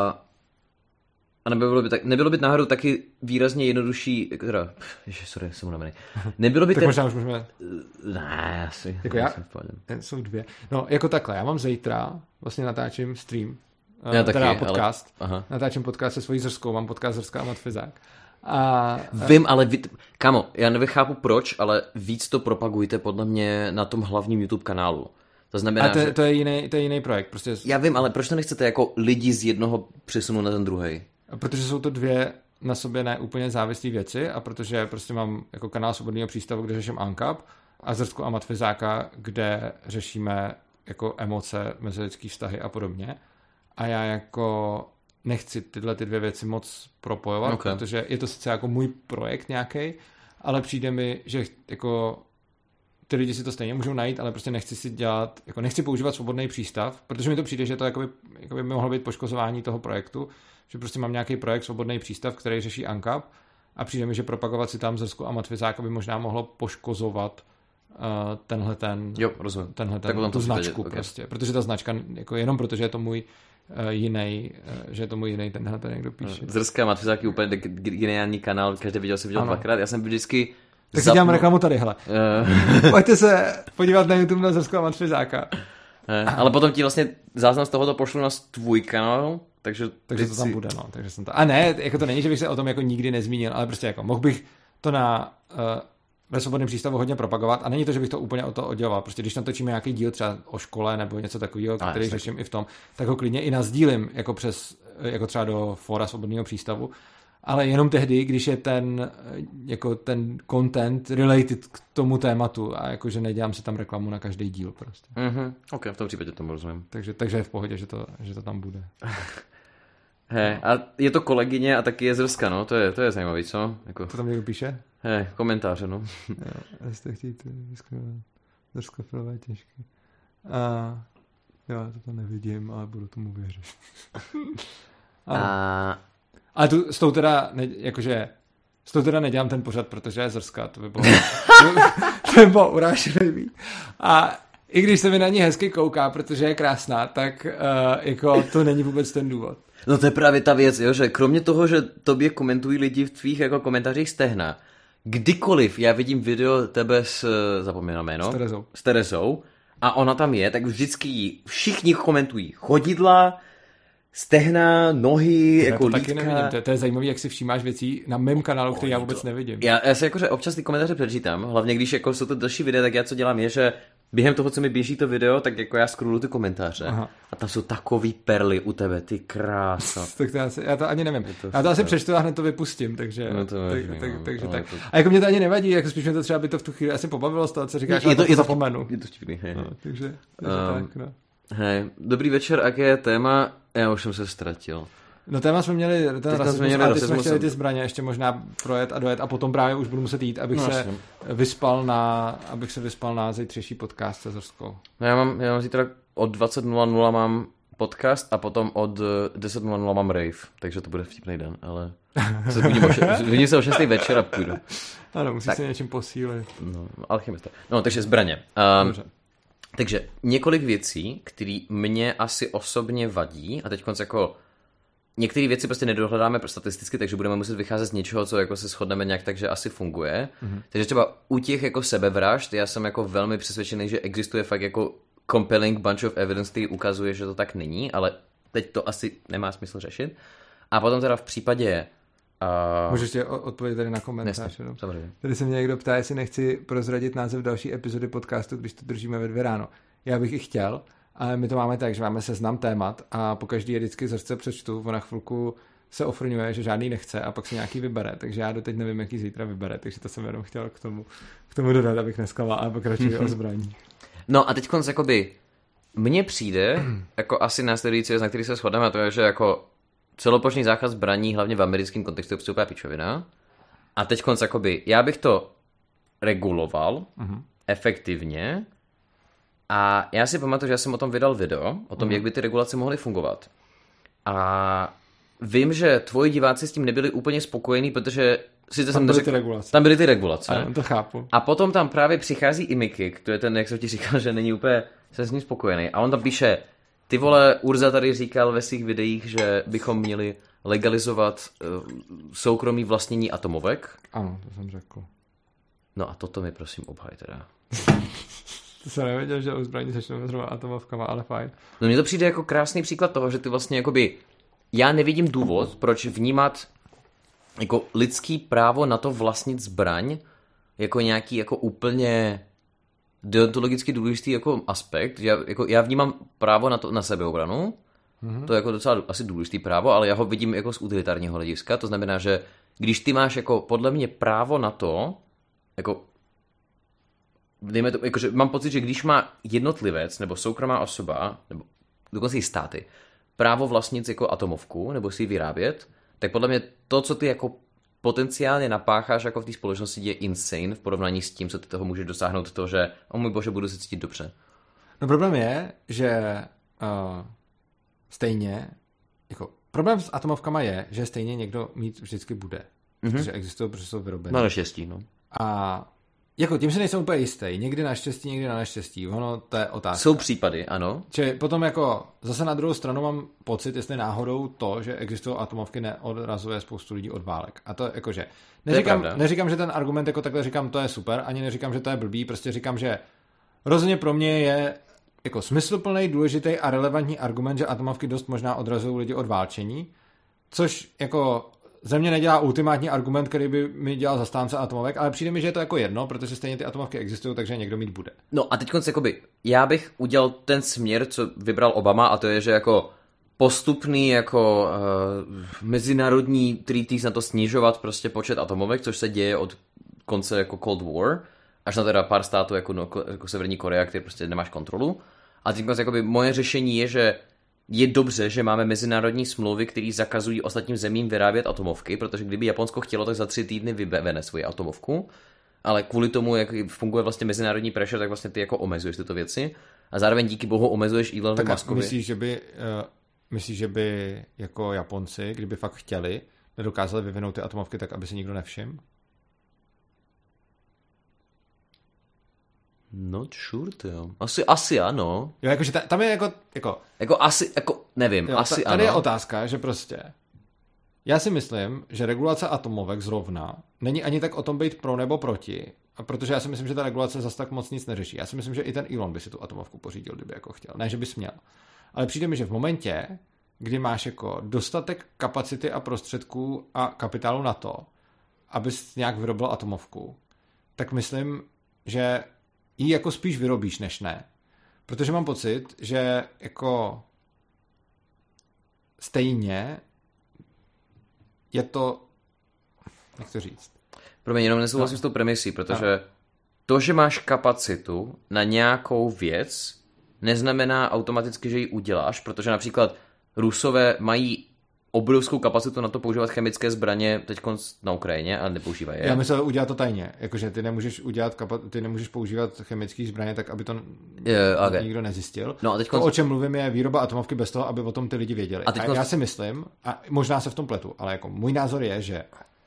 a nebylo by, tak, nebylo by náhodou taky výrazně jednodušší, teda, ježi, sorry, jsem unavený. Nebylo by tak ten... možná už můžeme... Ne, asi. Jako já? Jsou dvě. No, jako takhle, já mám zítra, vlastně natáčím stream, já teda taky, podcast, ale... natáčím podcast se svojí Zrskou, mám podcast Zrská a Matfizák. A... Vím, ale vy... Kamo, já nevychápu proč, ale víc to propagujte podle mě na tom hlavním YouTube kanálu. To znamená, a to, že... to, je jiný, to je jiný projekt. Prostě... Já vím, ale proč to nechcete jako lidi z jednoho přesunout na ten druhý? Protože jsou to dvě na sobě neúplně závislé věci a protože prostě mám jako kanál Svobodného přístavu, kde řeším ANCAP a Zrsku a Matfizáka, kde řešíme jako emoce, mezilidský vztahy a podobně. A já jako nechci tyhle ty dvě věci moc propojovat, okay. protože je to sice jako můj projekt nějaký, ale přijde mi, že jako ty lidi si to stejně můžou najít, ale prostě nechci si dělat, jako nechci používat Svobodný přístav, protože mi to přijde, že to jakoby, jakoby mohlo být poškozování toho projektu, že prostě mám nějaký projekt Svobodný přístav, který řeší ANCAP a přijde mi, že propagovat si tam Zrsku a Matfizáka by možná mohlo poškozovat uh, tenhle ten, jo, rozumím. tenhle ten, tu značku okay. prostě, protože ta značka, jako jenom protože je to můj uh, jiný, uh, že je to můj jiný tenhle ten někdo píše. Zrská a Matfizák je úplně geniální kanál, každý viděl jsem viděl ano. dvakrát, já jsem vždycky tak si dělám reklamu tady, hele. Uh. Pojďte se podívat na YouTube na Zrsku a Matfizáka. Uh, ale potom ti vlastně záznam z tohoto pošlu na tvůj kanál, takže... Takže to tam si... bude, no. Takže jsem to... A ne, jako to není, že bych se o tom jako nikdy nezmínil, ale prostě jako mohl bych to na uh, ve Svobodném přístavu hodně propagovat a není to, že bych to úplně o to odděloval. Prostě když natočíme nějaký díl třeba o škole nebo něco takového, a který řeším i v tom, tak ho klidně i nazdílím jako přes, jako třeba do fóra Svobodného přístavu. Ale jenom tehdy, když je ten, jako ten content related k tomu tématu a jakože nedělám si tam reklamu na každý díl prostě. Mm-hmm. Ok, v tom případě tomu rozumím. Takže, takže je v pohodě, že to, že to tam bude. He, a je to kolegyně a taky je Zrska, no, to je, to je zajímavý, co? Jako... To tam někdo píše? He, komentáře, no. Jo, jestli to chtějí, Zrska filové těžké. A... Já to tam nevidím, ale budu tomu věřit. A... Ale tu, s tou teda, ne, jakože, s tou teda nedělám ten pořad, protože je zrská, to by bylo, to by bylo urážlivý. A i když se mi na ní hezky kouká, protože je krásná, tak uh, jako to není vůbec ten důvod. No to je právě ta věc, jo, že kromě toho, že tobě komentují lidi v tvých jako komentářích stehna, kdykoliv já vidím video tebe s, zapomínám jméno, s Terezou. s Terezou a ona tam je, tak vždycky všichni komentují chodidla, stehna, nohy, já jako to lítka. taky nevidím, to je, to je zajímavý, jak si všímáš věcí na mém kanálu, který já vůbec nevidím. Já, já se jakože občas ty komentáře přečítám, hlavně když jako jsou to další videa, tak já co dělám je, že během toho, co mi běží to video, tak jako já scrolluju ty komentáře. Aha. A tam jsou takový perly u tebe, ty krása. Tak to já, si, já to ani nevím. To já to asi přečtu a hned to vypustím, takže, no to tak, nevím, tak, no, takže no, tak. To... A jako mě to ani nevadí, jako spíš mě to třeba by to v tu chvíli asi pobavilo z toho, co říkáš, je, je to, to, je to zapomenu. Je to vtipný, hej. No, takže, takže um, tak, no. Hej, dobrý večer, jaké je téma? Já už jsem se ztratil. No téma jsme měli ten rasismus, rasismus, měli a teď rasismus jsme chtěli jsem... ty zbraně ještě možná projet a dojet a potom právě už budu muset jít, abych no, se jasně. vyspal na, abych se vyspal na zítřejší podcast se Zorskou. No já mám, já mám zítra od dvacet nula nula mám podcast a potom od deset nula nula mám rave, takže to bude vtipný den, ale se zbudím se o šestý večer a půjdu. Ano, musíš tak. se něčím posílit. No, alchymista. No, takže zbraně. Um, takže několik věcí, které mě asi osobně vadí a teď konc jako některé věci prostě nedohledáme statisticky, takže budeme muset vycházet z něčeho, co jako se shodneme nějak tak, že asi funguje. Mm-hmm. Takže třeba u těch jako sebevražd, já jsem jako velmi přesvědčený, že existuje fakt jako compelling bunch of evidence, který ukazuje, že to tak není, ale teď to asi nemá smysl řešit. A potom teda v případě... Uh... Můžeš ještě odpovědět tady na komentář. Tady se mě někdo ptá, jestli nechci prozradit název další epizody podcastu, když to držíme ve dvě ráno. Já bych i chtěl, ale my to máme tak, že máme seznam témat a po každý je vždycky Zorsce přečtu, ona chvilku se ofrňuje, že žádný nechce a pak si nějaký vybere, takže já doteď nevím, jaký zítra vybere, takže to jsem jenom chtěl k tomu, k tomu dodat, abych nesklamal, ale pokračuji o zbraní. No a teď konc jakoby mně přijde jako asi následující věc, na který se shodneme, a to je, že jako celoplošný zákaz zbraní, hlavně v americkém kontextu, je úplně pičovina. A teď konc jakoby, já bych to reguloval uh-huh. efektivně. A já si pamatuju, že já jsem o tom vydal video, o tom, mm. jak by ty regulace mohly fungovat. A vím, že tvoji diváci s tím nebyli úplně spokojení, protože si to tam jsem byly neřekl, ty regulace. Tam byly ty regulace. Ano, to chápu. A potom tam právě přichází i Mikik, to je ten, jak jsem ti říkal, že není úplně se s ním spokojený. A on tam píše, ty vole, Urza tady říkal ve svých videích, že bychom měli legalizovat uh, soukromý vlastnění atomovek. Ano, to jsem řekl. No a toto mi prosím obhaj teda. To jsem nevěděl, že o zbraní začneme zrovna atomovkama, ale fajn. No mně to přijde jako krásný příklad toho, že ty vlastně jakoby, já nevidím důvod, proč vnímat jako lidský právo na to vlastnit zbraň jako nějaký jako úplně deontologicky důležitý jako aspekt. Já, jako, já vnímám právo na, to, na sebeobranu, mm-hmm. to je jako docela asi důležitý právo, ale já ho vidím jako z utilitárního hlediska, to znamená, že když ty máš jako podle mě právo na to, jako dejme to, jakože mám pocit, že když má jednotlivec nebo soukromá osoba, nebo dokonce i státy, právo vlastnit jako atomovku, nebo si ji vyrábět, tak podle mě to, co ty jako potenciálně napácháš jako v té společnosti, je insane v porovnání s tím, co ty toho můžeš dosáhnout to, že o můj bože, budu se cítit dobře. No problém je, že uh, stejně, jako problém s atomovkama je, že stejně někdo mít vždycky bude, mm-hmm. protože existují, protože jsou vyrobené. Na neštěstí, no. A jako tím se nejsem úplně jistý. Někdy naštěstí, někdy na neštěstí. Ono, to je otázka. Jsou případy, ano. Čiže potom jako zase na druhou stranu mám pocit, jestli náhodou to, že existují atomovky, neodrazuje spoustu lidí od válek. A to jakože neříkám, neříkám, že ten argument jako takhle říkám, to je super, ani neříkám, že to je blbý, prostě říkám, že rozhodně pro mě je jako smysluplný, důležitý a relevantní argument, že atomovky dost možná odrazují lidi od válčení, což jako ze mě nedělá ultimátní argument, který by mi dělal zastánce atomovek, ale přijde mi, že je to jako jedno, protože stejně ty atomovky existují, takže někdo mít bude. No a teď konec jakoby, já bych udělal ten směr, co vybral Obama, a to je, že jako postupný jako uh, mezinárodní treaties na to snižovat prostě počet atomovek, což se děje od konce jako Cold War, až na teda pár států jako, no, jako Severní Korea, který prostě nemáš kontrolu. A teď konec jakoby moje řešení je, že je dobře, že máme mezinárodní smlouvy, které zakazují ostatním zemím vyrábět atomovky, protože kdyby Japonsko chtělo, tak za tři týdny vybene svoji atomovku, ale kvůli tomu, jak funguje vlastně mezinárodní pressure, tak vlastně ty jako omezuješ tyto věci. a zároveň díky bohu omezuješ Elonovi Muskovi. Myslíš, že by, uh, myslíš, že by jako Japonci, kdyby fakt chtěli, nedokázali vyvinout ty atomovky tak, aby si nikdo nevšiml? No, sure, jo. Asi, asi ano. Jo, jakože ta, tam je jako, jako... Jako asi, jako, nevím, jo, asi tady ano. Tady je otázka, že prostě... Já si myslím, že regulace atomovek zrovna není ani tak o tom být pro nebo proti, a protože já si myslím, že ta regulace zas tak moc nic neřeší. Já si myslím, že i ten Elon by si tu atomovku pořídil, kdyby jako chtěl. Ne, že bys měl. Ale přijde mi, že v momentě, kdy máš jako dostatek kapacity a prostředků a kapitálu na to, abys nějak vyrobil atomovku, tak myslím, že ji jako spíš vyrobíš, než ne. Protože mám pocit, že jako stejně je to, jak to říct? Pro mě jenom nesouhlasím no. s tou premisí, protože no. to, že máš kapacitu na nějakou věc, neznamená automaticky, že ji uděláš, protože například Rusové mají obrovskou kapacitu na to používat chemické zbraně teď na Ukrajině a nepoužívají je. Já myslel udělat to tajně, jakože ty nemůžeš udělat kapa- ty nemůžeš používat chemické zbraně tak, aby to je, okay. nikdo nezjistil. No a teďkon... To, o čem mluvím, je výroba atomovky bez toho, aby o tom ty lidi věděli. A, teďkon... a já si myslím, a možná se v tom pletu, ale jako můj názor je, že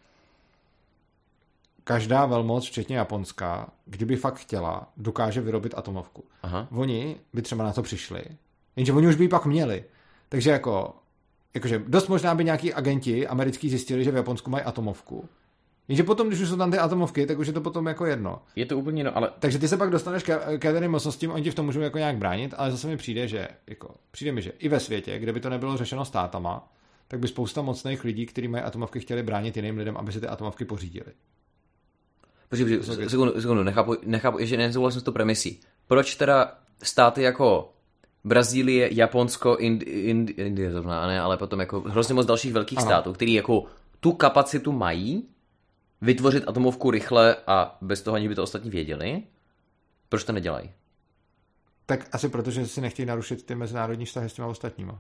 každá velmoc, včetně Japonska, kdyby fakt chtěla, dokáže vyrobit atomovku. Aha. Oni by třeba na to přišli, jenže oni už by ji pak měli. Takže jako Jakože dost možná by nějaký agenti americký zjistili, že v Japonsku mají atomovku. Jenže potom, když už jsou tam ty atomovky, tak už je to potom jako jedno. Je to úplně no, ale... Takže ty se pak dostaneš k jaderný mocnostím, oni ti v tom můžou jako nějak bránit, ale zase mi přijde, že jako, přijde mi, že i ve světě, kde by to nebylo řešeno státama, tak by spousta mocných lidí, kteří mají atomovky, chtěli bránit jiným lidem, aby si ty atomovky pořídili. Počkej, počkej, sekundu, sekundu, nechápu, nechápu, ještě nesouhlasím s tou premisí. Proč teda státy jako Brazílie, Japonsko, Indie, Ind, Indie zrovna, ne, ale potom jako hrozně moc dalších velkých Aha. států, který jako tu kapacitu mají vytvořit atomovku rychle a bez toho ani by to ostatní věděli, proč to nedělají? Tak asi protože si nechtějí narušit ty mezinárodní vztahy s těma ostatníma.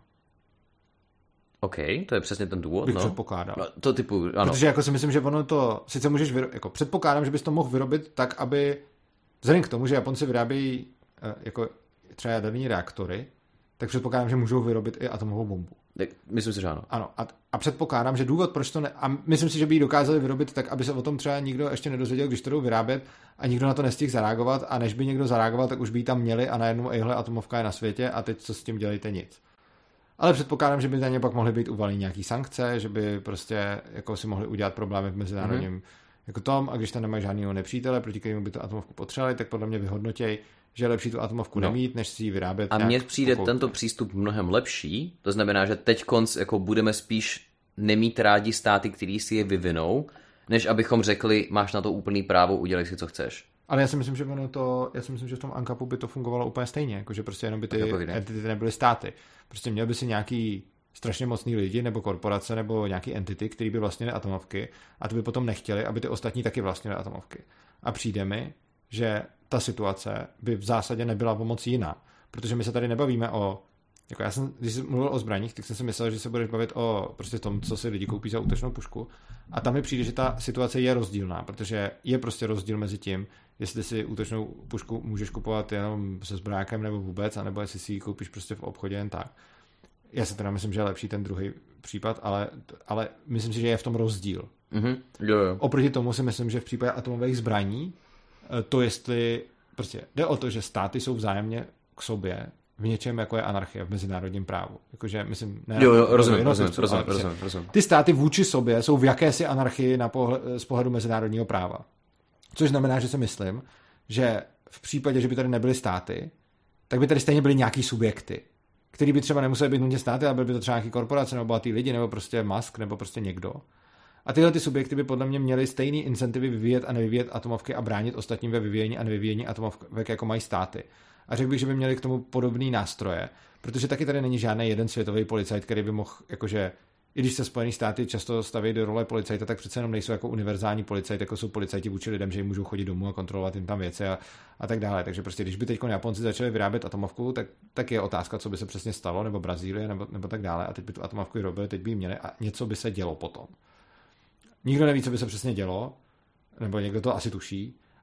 OK, to je přesně ten důvod. Bych no. předpokládal. No, to typu, ano. Protože jako si myslím, že ono to, sice můžeš vyrobit, jako předpokládám, že bys to mohl vyrobit tak, aby vzhledem k tomu, že Japonci vyrábějí jako třeba jaderní reaktory, tak předpokládám, že můžou vyrobit i atomovou bombu. Tak, myslím si, že ano. Ano. A, a předpokládám, že důvod, proč to ne... A myslím si, že by ji dokázali vyrobit tak, aby se o tom třeba nikdo ještě nedozvěděl, když to jdou vyrábět a nikdo na to nestihl zareagovat a než by někdo zareagoval, tak už by ji tam měli a najednou ejhle atomovka je na světě a teď co s tím dělejte nic. Ale předpokládám, že by na ně pak mohly být uvaleny nějaký sankce, že by prostě jako si mohli udělat problémy v mezinárodním mm-hmm. jako tom a když tam nemají žádného nepřítele, proti kterému by tu atomovku potřebovali, tak podle mě vyhodnotěj, že je lepší tu atomovku no. nemít, než si ji vyrábět. A mně přijde pokoutně. Tento přístup mnohem lepší, to znamená, že teď konc jako budeme spíš nemít rádi státy, který si je vyvinou, než abychom řekli, máš na to úplný právo, udělej si, co chceš. Ale já si myslím, že ono to, já si myslím, že v tom ANCAPu by to fungovalo úplně stejně, jakože prostě jenom by ty entity nebyly státy. Prostě měl by si nějaký strašně mocný lidi, nebo korporace, nebo nějaký entity, který by vlastnili atomovky a ty by potom nechtěli, aby ty ostatní taky vlastnili atomovky. A přijde mi, že ta situace by v zásadě nebyla o moc jiná, protože my se tady nebavíme o, jako já jsem, když jsem mluvil o zbraních, tak jsem si myslel, že se budeš bavit o prostě tom, co si lidi koupí za útočnou pušku a tam mi přijde, že ta situace je rozdílná, protože je prostě rozdíl mezi tím, jestli si útočnou pušku můžeš kupovat jenom se zbrákem nebo vůbec, anebo jestli si ji koupíš prostě v obchodě jen tak. Já si teda myslím, že je lepší ten druhý případ, ale, ale myslím si, že je v tom rozdíl. Mm-hmm. Jo, jo. Oproti tomu si myslím, že v případě atomových zbraní to, jestli prostě jde o to, že státy jsou vzájemně k sobě v něčem, jako je anarchie v mezinárodním právu. Jakože, myslím, ne... Jo, jo, rozumím, rozumím, rozumím, rozumím, rozumím. Ty státy vůči sobě jsou v jakési anarchii na pohled, z pohledu mezinárodního práva. Což znamená, že si myslím, že v případě, že by tady nebyly státy, tak by tady stejně byly nějaký subjekty, který by třeba nemuseli být nutně státy, ale byly by to třeba nějaký korporace, nebo bohatý lidi, nebo prostě Musk, nebo prostě někdo. A tyhle ty subjekty by podle mě měly stejný incentivy vyvíjet a nevyvíjet atomovky a bránit ostatním ve vyvíjení a nevyvíjení atomovek, jako mají státy. A řekl bych, že by měli k tomu podobné nástroje, protože taky tady není žádný jeden světový policajt, který by mohl, jakože, i když se Spojené státy často staví do role policajta, tak přece jenom nejsou jako univerzální policajt, jako jsou policajti vůči lidem, že jim můžou chodit domů a kontrolovat jim tam věci a, a tak dále. Takže prostě, když by teď Japonci začali vyrábět atomovku, tak, tak je otázka, co by se přesně stalo, nebo Brazílie, nebo, nebo tak dále. A teď by tu atomovku vyrobili, teď by ji měli a něco by se dělo potom. Nikdo neví, co by se přesně dělo, nebo někdo to asi tuší,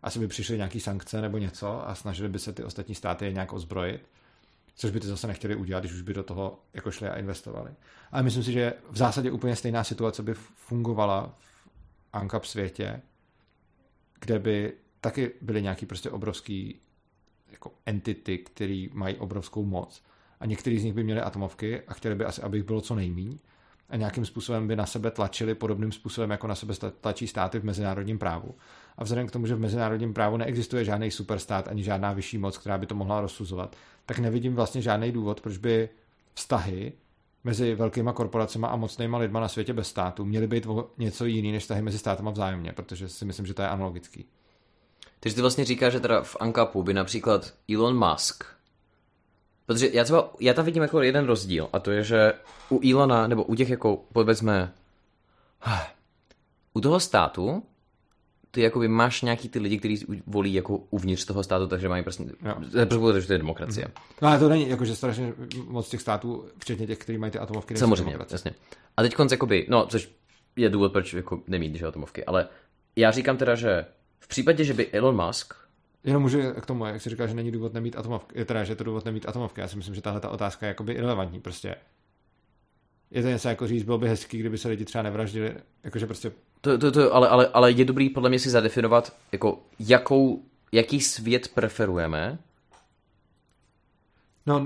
asi by přišly nějaký sankce nebo něco a snažili by se ty ostatní státy je nějak ozbrojit, což by ty zase nechtěli udělat, když už by do toho jako šli a investovali. Ale myslím si, že v zásadě úplně stejná situace by fungovala v ANCAP světě, kde by taky byly nějaký prostě obrovský jako entity, který mají obrovskou moc a některý z nich by měli atomovky a chtěli by asi, aby jich bylo co nejmíň a nějakým způsobem by na sebe tlačili podobným způsobem, jako na sebe tlačí státy v mezinárodním právu. A vzhledem k tomu, že v mezinárodním právu neexistuje žádný superstát ani žádná vyšší moc, která by to mohla rozsuzovat, tak nevidím vlastně žádný důvod, proč by vztahy mezi velkýma korporacemi a mocnýma lidma na světě bez státu měly být něco jiný než vztahy mezi státama vzájemně, protože si myslím, že to je analogický. Takže ty vlastně říkáš, že teda v ANCAPu by například Elon Musk, protože já třeba, já tam vidím jako jeden rozdíl a to je, že u Elona, nebo u těch jako, povedzme, u toho státu, ty jakoby máš nějaký ty lidi, kteří volí jako uvnitř toho státu, takže mají prostě, předpoklad, že to je demokracie. No ale to není, jakože strašně moc těch států, včetně těch, kteří mají ty atomovky. Samozřejmě, jasně. A teď konc jakoby, no, což je důvod, proč jako nemít, že atomovky, ale já říkám teda, že v případě, že by Elon Musk... Jenom můžu k tomu, jak jsi říkal, že není důvod nemít atomovky, teda, že je to důvod nemít atomovky. Já si myslím, že tahle ta otázka je jakoby irelevantní. Prostě je to něco jako říct, bylo by hezký, kdyby se lidi třeba nevraždili, jakože prostě... To, to, to, ale, ale, ale je dobrý podle mě si zadefinovat, jako jakou, jaký svět preferujeme. No,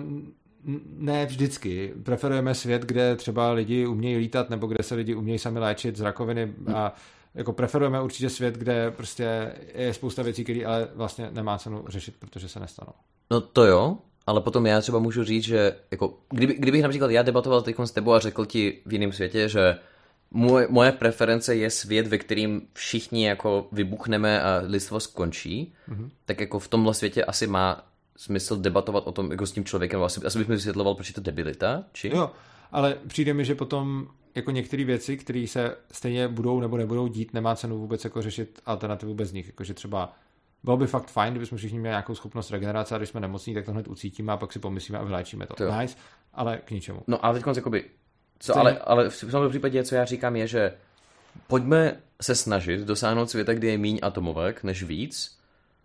ne vždycky. Preferujeme svět, kde třeba lidi umějí lítat, nebo kde se lidi umějí sami léčit z rakoviny a jako preferujeme určitě svět, kde prostě je spousta věcí, které ale vlastně nemá cenu řešit, protože se nestanou. No to jo, ale potom já třeba můžu říct, že jako, kdyby, kdybych například já debatoval teď s tebou a řekl ti v jiném světě, že moje, moje preference je svět, ve kterým všichni jako vybuchneme a lidstvo skončí, mm-hmm. tak jako v tomhle světě asi má smysl debatovat o tom jako s tím člověkem, asi, asi bych mi vysvětloval, proč je to debilita, či? Jo, ale přijde mi, že potom jako některé věci, které se stejně budou nebo nebudou dít, nemá cenu vůbec jako řešit alternativu bez nich. Jakože třeba bylo by fakt fajn, kdybychom všichni měli nějakou schopnost regenerace a když jsme nemocní, tak to hned ucítíme a pak si pomyslíme a vyléčíme to. to nice, ale k ničemu. No ale teď jakoby, co, ale, ale v tomto případě, co já říkám, je, že pojďme se snažit dosáhnout světa, kde je míň atomovek než víc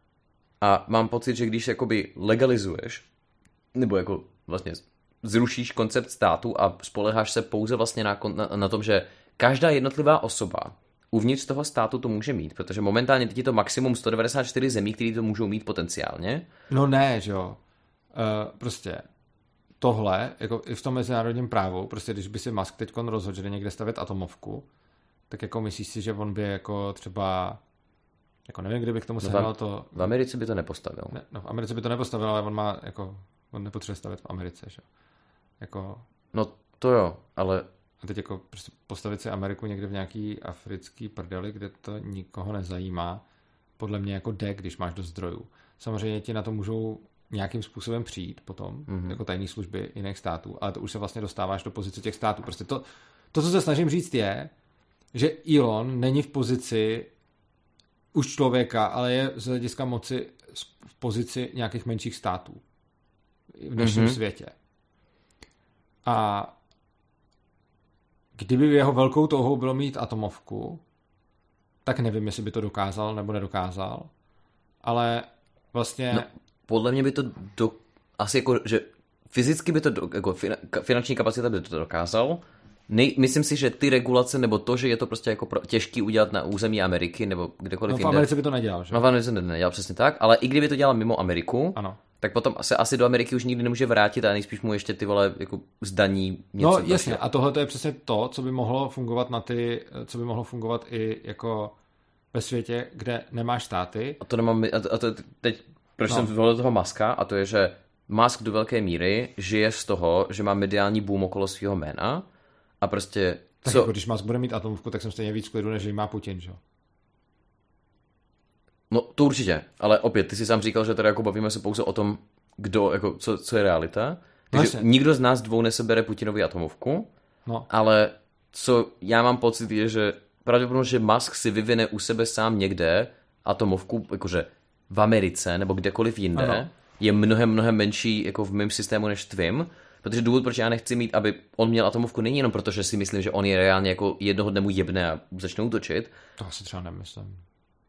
a mám pocit, že když jakoby legalizuješ nebo jako vlastně zrušíš koncept státu a spoleháš se pouze vlastně na, na, na tom, že každá jednotlivá osoba uvnitř toho státu to může mít, protože momentálně teď je to maximum sto devadesát čtyři zemí, které to můžou mít potenciálně. No ne, že jo. Uh, prostě tohle, jako i v tom mezinárodním právu, prostě když by si Musk teď rozhodl, že jde někde stavět atomovku, tak jako myslíš si, že on by jako třeba, jako nevím, kdyby k tomu sehnal no to... V Americe by to nepostavil. Ne, no v Americe by to nepostavil, ale on má jako, on nepotřebuje stavět v Americe, že jo. Jako... No to jo, ale... A teď jako prostě postavit si Ameriku někde v nějaký africký prdeli, kde to nikoho nezajímá, podle mě jako jde, když máš dost zdrojů. Samozřejmě ti na to můžou nějakým způsobem přijít potom, mm-hmm. jako tajné služby jiných států, ale to už se vlastně dostáváš do pozice těch států. Prostě to, to, co se snažím říct je, že Elon není v pozici už člověka, ale je z hlediska moci v pozici nějakých menších států v dnešním mm-hmm. světě. A kdyby jeho velkou touhou bylo mít atomovku, tak nevím, jestli by to dokázal nebo nedokázal, ale vlastně... No, podle mě by to do... asi jako, že fyzicky by to, do... jako finanční kapacita by to dokázal. Nej... Myslím si, že ty regulace, nebo to, že je to prostě jako těžký udělat na území Ameriky, nebo kdekoliv jinde. No v Americe by to nedělal, že? No v Americe by to nedělal, přesně tak, ale i kdyby to dělal mimo Ameriku, ano. tak potom se asi do Ameriky už nikdy nemůže vrátit a nejspíš mu ještě ty vole jako zdaní něco. No jasně, a tohle to je přesně to, co by mohlo fungovat na ty, co by mohlo fungovat i jako ve světě, kde nemáš státy. A to nemám, a to teď, proč no. jsem zvolil toho Muska, a to je, že Musk do velké míry žije z toho, že má mediální boom okolo svého jména a prostě... Tak co... jako když Musk bude mít atomovku, tak jsem stejně víc klidu, než má Putin, že? No to určitě, ale opět, ty jsi sám říkal, že teda jako bavíme se pouze o tom, kdo, jako, co, co je realita. Takže no nikdo z nás dvou nesebere Putinovi atomovku, no. ale co já mám pocit je, že pravděpodobně, že Musk si vyvine u sebe sám někde atomovku, jakože v Americe nebo kdekoliv jinde, ano. je mnohem, mnohem menší jako v mém systému než tvým, protože důvod, proč já nechci mít, aby on měl atomovku, není jenom proto, že si myslím, že on je reálně jako jednoho dne mu jebne a začnou točit. To asi třeba nemyslím.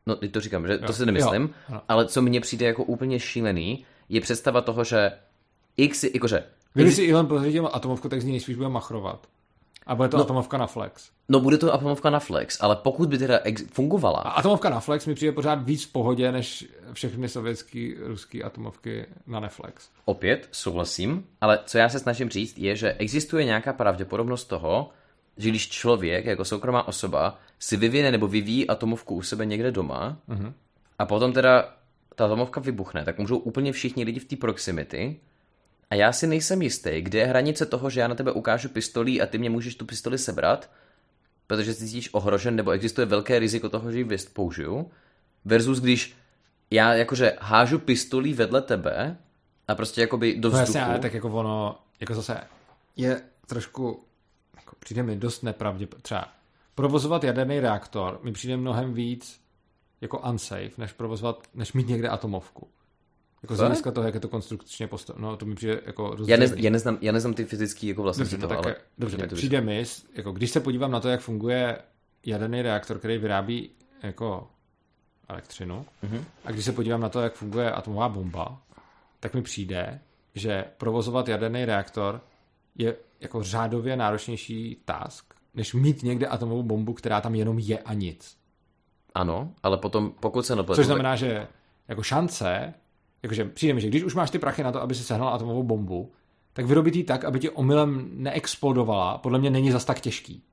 No, teď to říkám, že jo. to si nemyslím, jo. ale co mně přijde jako úplně šílený, je představa toho, že X, jakože... Kdyby si Elon pořídil atomovku, tak z ní nejspíš bude machrovat. A bude to no, atomovka na flex. No bude to atomovka na flex, ale pokud by teda ex- fungovala... A atomovka na flex mi přijde pořád víc v pohodě, než všechny sovětský, ruský atomovky na neflex. Opět souhlasím, ale co já se snažím říct, je, že existuje nějaká pravděpodobnost toho, že když člověk jako soukromá osoba si vyvine nebo vyvíjí atomovku u sebe někde doma uh-huh. a potom teda ta atomovka vybuchne, tak můžou úplně všichni lidi v té proximity. A já si nejsem jistý, kde je hranice toho, že já na tebe ukážu pistolí a ty mě můžeš tu pistoli sebrat, protože si cítíš ohrožen, nebo existuje velké riziko toho, že ji použiju, versus když já jakože hážu pistolí vedle tebe a prostě jakoby do vzduchu. No jasně, ale tak jako ono, jako zase je trošku, jako přijde mi dost nepravděpodobné. Třeba provozovat jaderný reaktor mi přijde mnohem víc jako unsafe, než provozovat, než mít někde atomovku. Jako z hlediska toho, jak je to konstrukčně postaveno, no to mi přijde jako dost já, ne, já, neznám, já neznám ty fyzické jako vlastnosti dobře, toho, no, tak, ale... Dobře, tak přijde mi, jako když se podívám na to, jak funguje jaderný reaktor, který vyrábí jako elektřinu, mm-hmm. a když se podívám na to, jak funguje atomová bomba, tak mi přijde, že provozovat jaderný reaktor je jako řádově náročnější task, než mít někde atomovou bombu, která tam jenom je a nic. Ano, ale potom, pokud se nepletu... Což znamená, že jako šance... Jakože přijde mi, že když už máš ty prachy na to, aby si sehnal atomovou bombu, tak vyrobit ji tak, aby ti omylem neexplodovala, podle mě není zas tak těžký.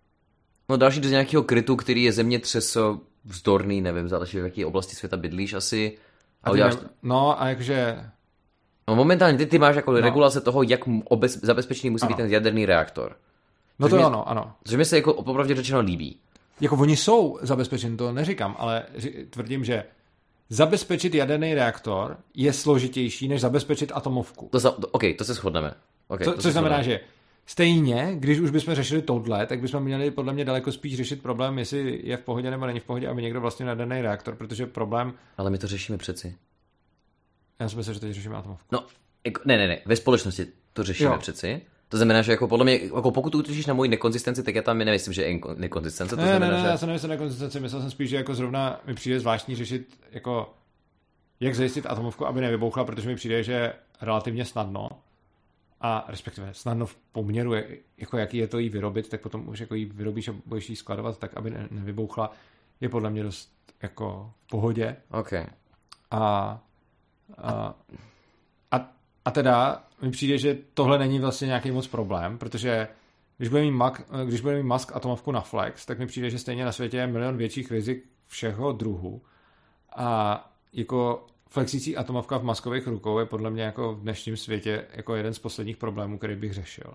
No další do nějakého krytu, který je zemětřeso vzdorný, nevím, záleží v jaké oblasti světa bydlíš asi. A a uděláš... ne... No a jakože... No momentálně ty, ty máš jako no. regulace toho, jak obez... zabezpečený musí ano. být ten jaderný reaktor. No což to mě... ano, ano. Což mi se jako opravdu řečeno líbí. Jako oni jsou zabezpečeni, to neříkám, ale tvrdím, že zabezpečit jaderný reaktor je složitější, než zabezpečit atomovku. To za, to, OK, to se shodneme. Okay, Co, to což znamená, že stejně, když už bychom řešili tohle, tak bychom měli podle mě daleko spíš řešit problém, jestli je v pohodě nebo není v pohodě, aby někdo vlastně jaderný reaktor, protože problém... Ale my to řešíme přeci. Já si myslím, že teď řešíme atomovku. No, jako, ne, ne, ne, ve společnosti to řešíme jo. přeci. To znamená, že jako podle mě, jako pokud útočíš na moji nekonzistenci, tak já tam nemyslím, že je nekonzistence. To ne, znamená, ne, ne, že... já jsem nemyslel nekonzistenci, myslel jsem spíš, že jako zrovna mi přijde zvláštní řešit, jako jak zajistit atomovku, aby nevybouchla, protože mi přijde, že relativně snadno, a respektive snadno v poměru, jako jaký je to jí vyrobit, tak potom už jako jí vyrobíš a budeš jí skladovat tak, aby ne, nevybouchla, je podle mě dost jako v pohodě. Okay. A, a, a, a teda mi přijde, že tohle není vlastně nějaký moc problém, protože když bude mít, Mak, když bude mít Musk atomovku na flex, tak mi přijde, že stejně na světě je milion větších rizik všeho druhu. A jako flexící atomovka v Muskových rukou je podle mě jako v dnešním světě jako jeden z posledních problémů, který bych řešil.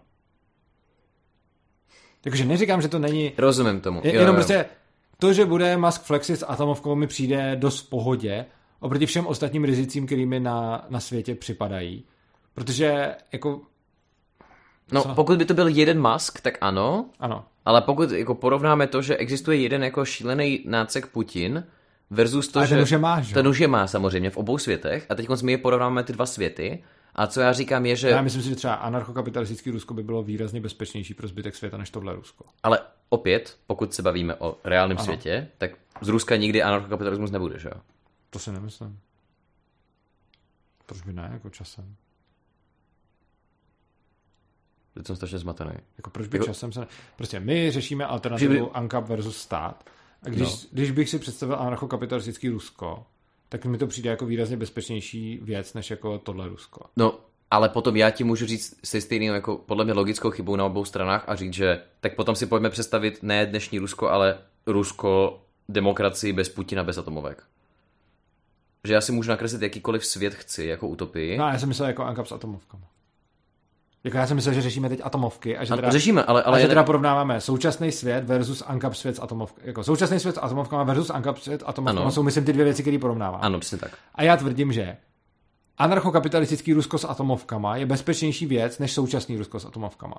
Takže neříkám, že to není... Rozumím tomu. Je, jo, jenom jo. prostě to, že bude Musk flexit s atomovkou, mi přijde dost v pohodě oproti všem ostatním rizicím, kterými na, na světě připadají. Protože jako... No, co? pokud by to byl jeden Musk, tak ano. Ano. Ale pokud jako porovnáme to, že existuje jeden jako šílený nácek Putin versus to, ale že... ten už je má, že? Ten už je má samozřejmě v obou světech a teď my je porovnáme ty dva světy a co já říkám je, že... Já myslím si, že třeba anarchokapitalistický Rusko by bylo výrazně bezpečnější pro zbytek světa než tohle Rusko. Ale opět, pokud se bavíme o reálném ano. světě, tak z Ruska nikdy anarchokapitalismus nebude, že jo? To si nemyslím. Proč by ne, jako časem? Teď jsem strašně zmatený. Jako proč by jako... časem se... Ne... Prostě my řešíme alternativu by... ANCAP versus stát. A když, no. když bych si představil anarchokapitalistický Rusko, tak mi to přijde jako výrazně bezpečnější věc, než jako tohle Rusko. No, ale potom já ti můžu říct se stejným jako podle mě logickou chybou na obou stranách a říct, že tak potom si pojďme představit ne dnešní Rusko, ale Rusko demokracii bez Putina, bez atomovek. Že já si můžu nakreslit jakýkoliv svět chci, jako utopii. No a já jsem myslel jako ANCAP s atomovkama. Jako já jsem myslel, že řešíme teď atomovky a že teda, řešíme, ale, ale a že ne... teda porovnáváme současný svět versus ANCAP svět s atomovkami. Jako současný svět s atomovkama versus ANCAP svět s atomovkama ano. jsou myslím ty dvě věci, které porovnáváme. Ano, přesně tak. A já tvrdím, že anarchokapitalistický Rusko s atomovkama je bezpečnější věc než současný Rusko s atomovkama.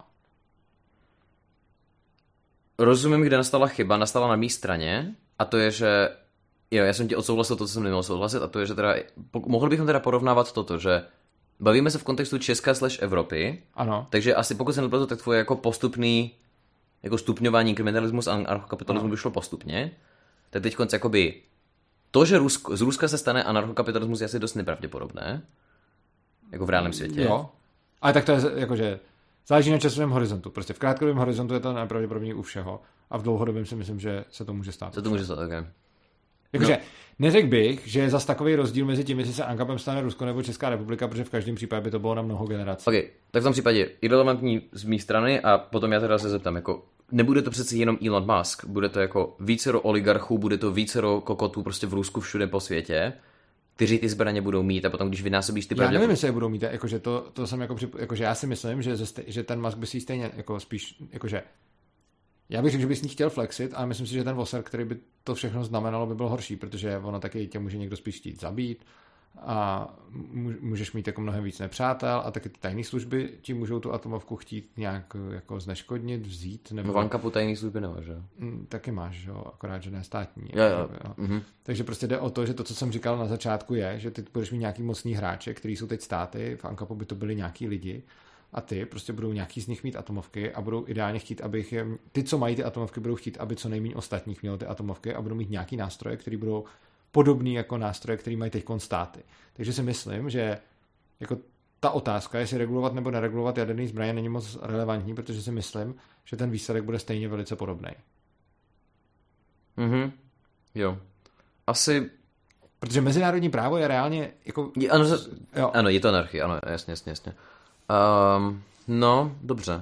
Rozumím, kde nastala chyba, nastala na mý straně a to je, že jo, já jsem ti odsouhlasil to, co jsem neměl souhlasit a to je, že teda mohli bychom teda porovnávat toto, že bavíme se v kontextu Česka slash Evropy. Ano. Takže asi pokud se nepletu, tak tvoje jako postupný jako stupňování kriminalismus a anarchokapitalismu by šlo postupně. Tak teď konc jakoby To, že Rusko, z Ruska se stane anarchokapitalismus, je asi dost nepravděpodobné. Jako v reálném světě. Jo. Ale tak to je jakože záleží na časovém horizontu. Prostě v krátkodobém horizontu je to nepravděpodobně u všeho. A v dlouhodobém si myslím, že se to může stát. Se to může stát, okay. Jakože no. neřekl bych, že je zas takový rozdíl mezi tím, jestli se ANCAPem stane Rusko nebo Česká republika, protože v každém případě by to bylo na mnoho generací. Ok, tak v tom případě irrelevantní z mé strany a potom já teda se zeptám, jako nebude to přece jenom Elon Musk, bude to jako vícero oligarchů, bude to vícero kokotů prostě v Rusku všude po světě, kteří ty zbraně budou mít a potom, když vynásobíš ty pravděpodobně... Já nevím, jestli je budou mít, jakože to, to jsem jako, jakože já si myslím, že, že ten Musk by si stejně jako spíš, jakože já bych řekl, že bys ní chtěl flexit, ale myslím si, že ten voser, který by to všechno znamenalo, by byl horší, protože ono taky tě může někdo spíš chtít zabít a můžeš mít jako mnohem víc nepřátel a taky ty tajné služby ti můžou tu atomovku chtít nějak jako zneškodnit, vzít. Nebo... No v ANCAPu tajné služby nemáš, jo? Taky máš, jo, akorát, že ne státní. Jo, jo. Jo. Mhm. Takže prostě jde o to, že to, co jsem říkal na začátku je, že ty budeš mít nějaký mocný hráče, který jsou teď státy, v ANCAPu by to byli nějaký lidi, a ty prostě budou nějaký z nich mít atomovky a budou ideálně chtít, aby je, ty, co mají ty atomovky, budou chtít, aby co nejméně ostatních mělo ty atomovky a budou mít nějaký nástroje, které budou podobný jako nástroje, které mají teď státy. Takže si myslím, že jako ta otázka, jestli regulovat nebo neregulovat jaderný zbraně, není moc relevantní, protože si myslím, že ten výsledek bude stejně velice podobný. Mhm. Jo. Asi... Protože mezinárodní právo je reálně jako... Je, ano, jo. ano, je to anarchie, ano, jasně, jasně, jasně. Um, no, dobře.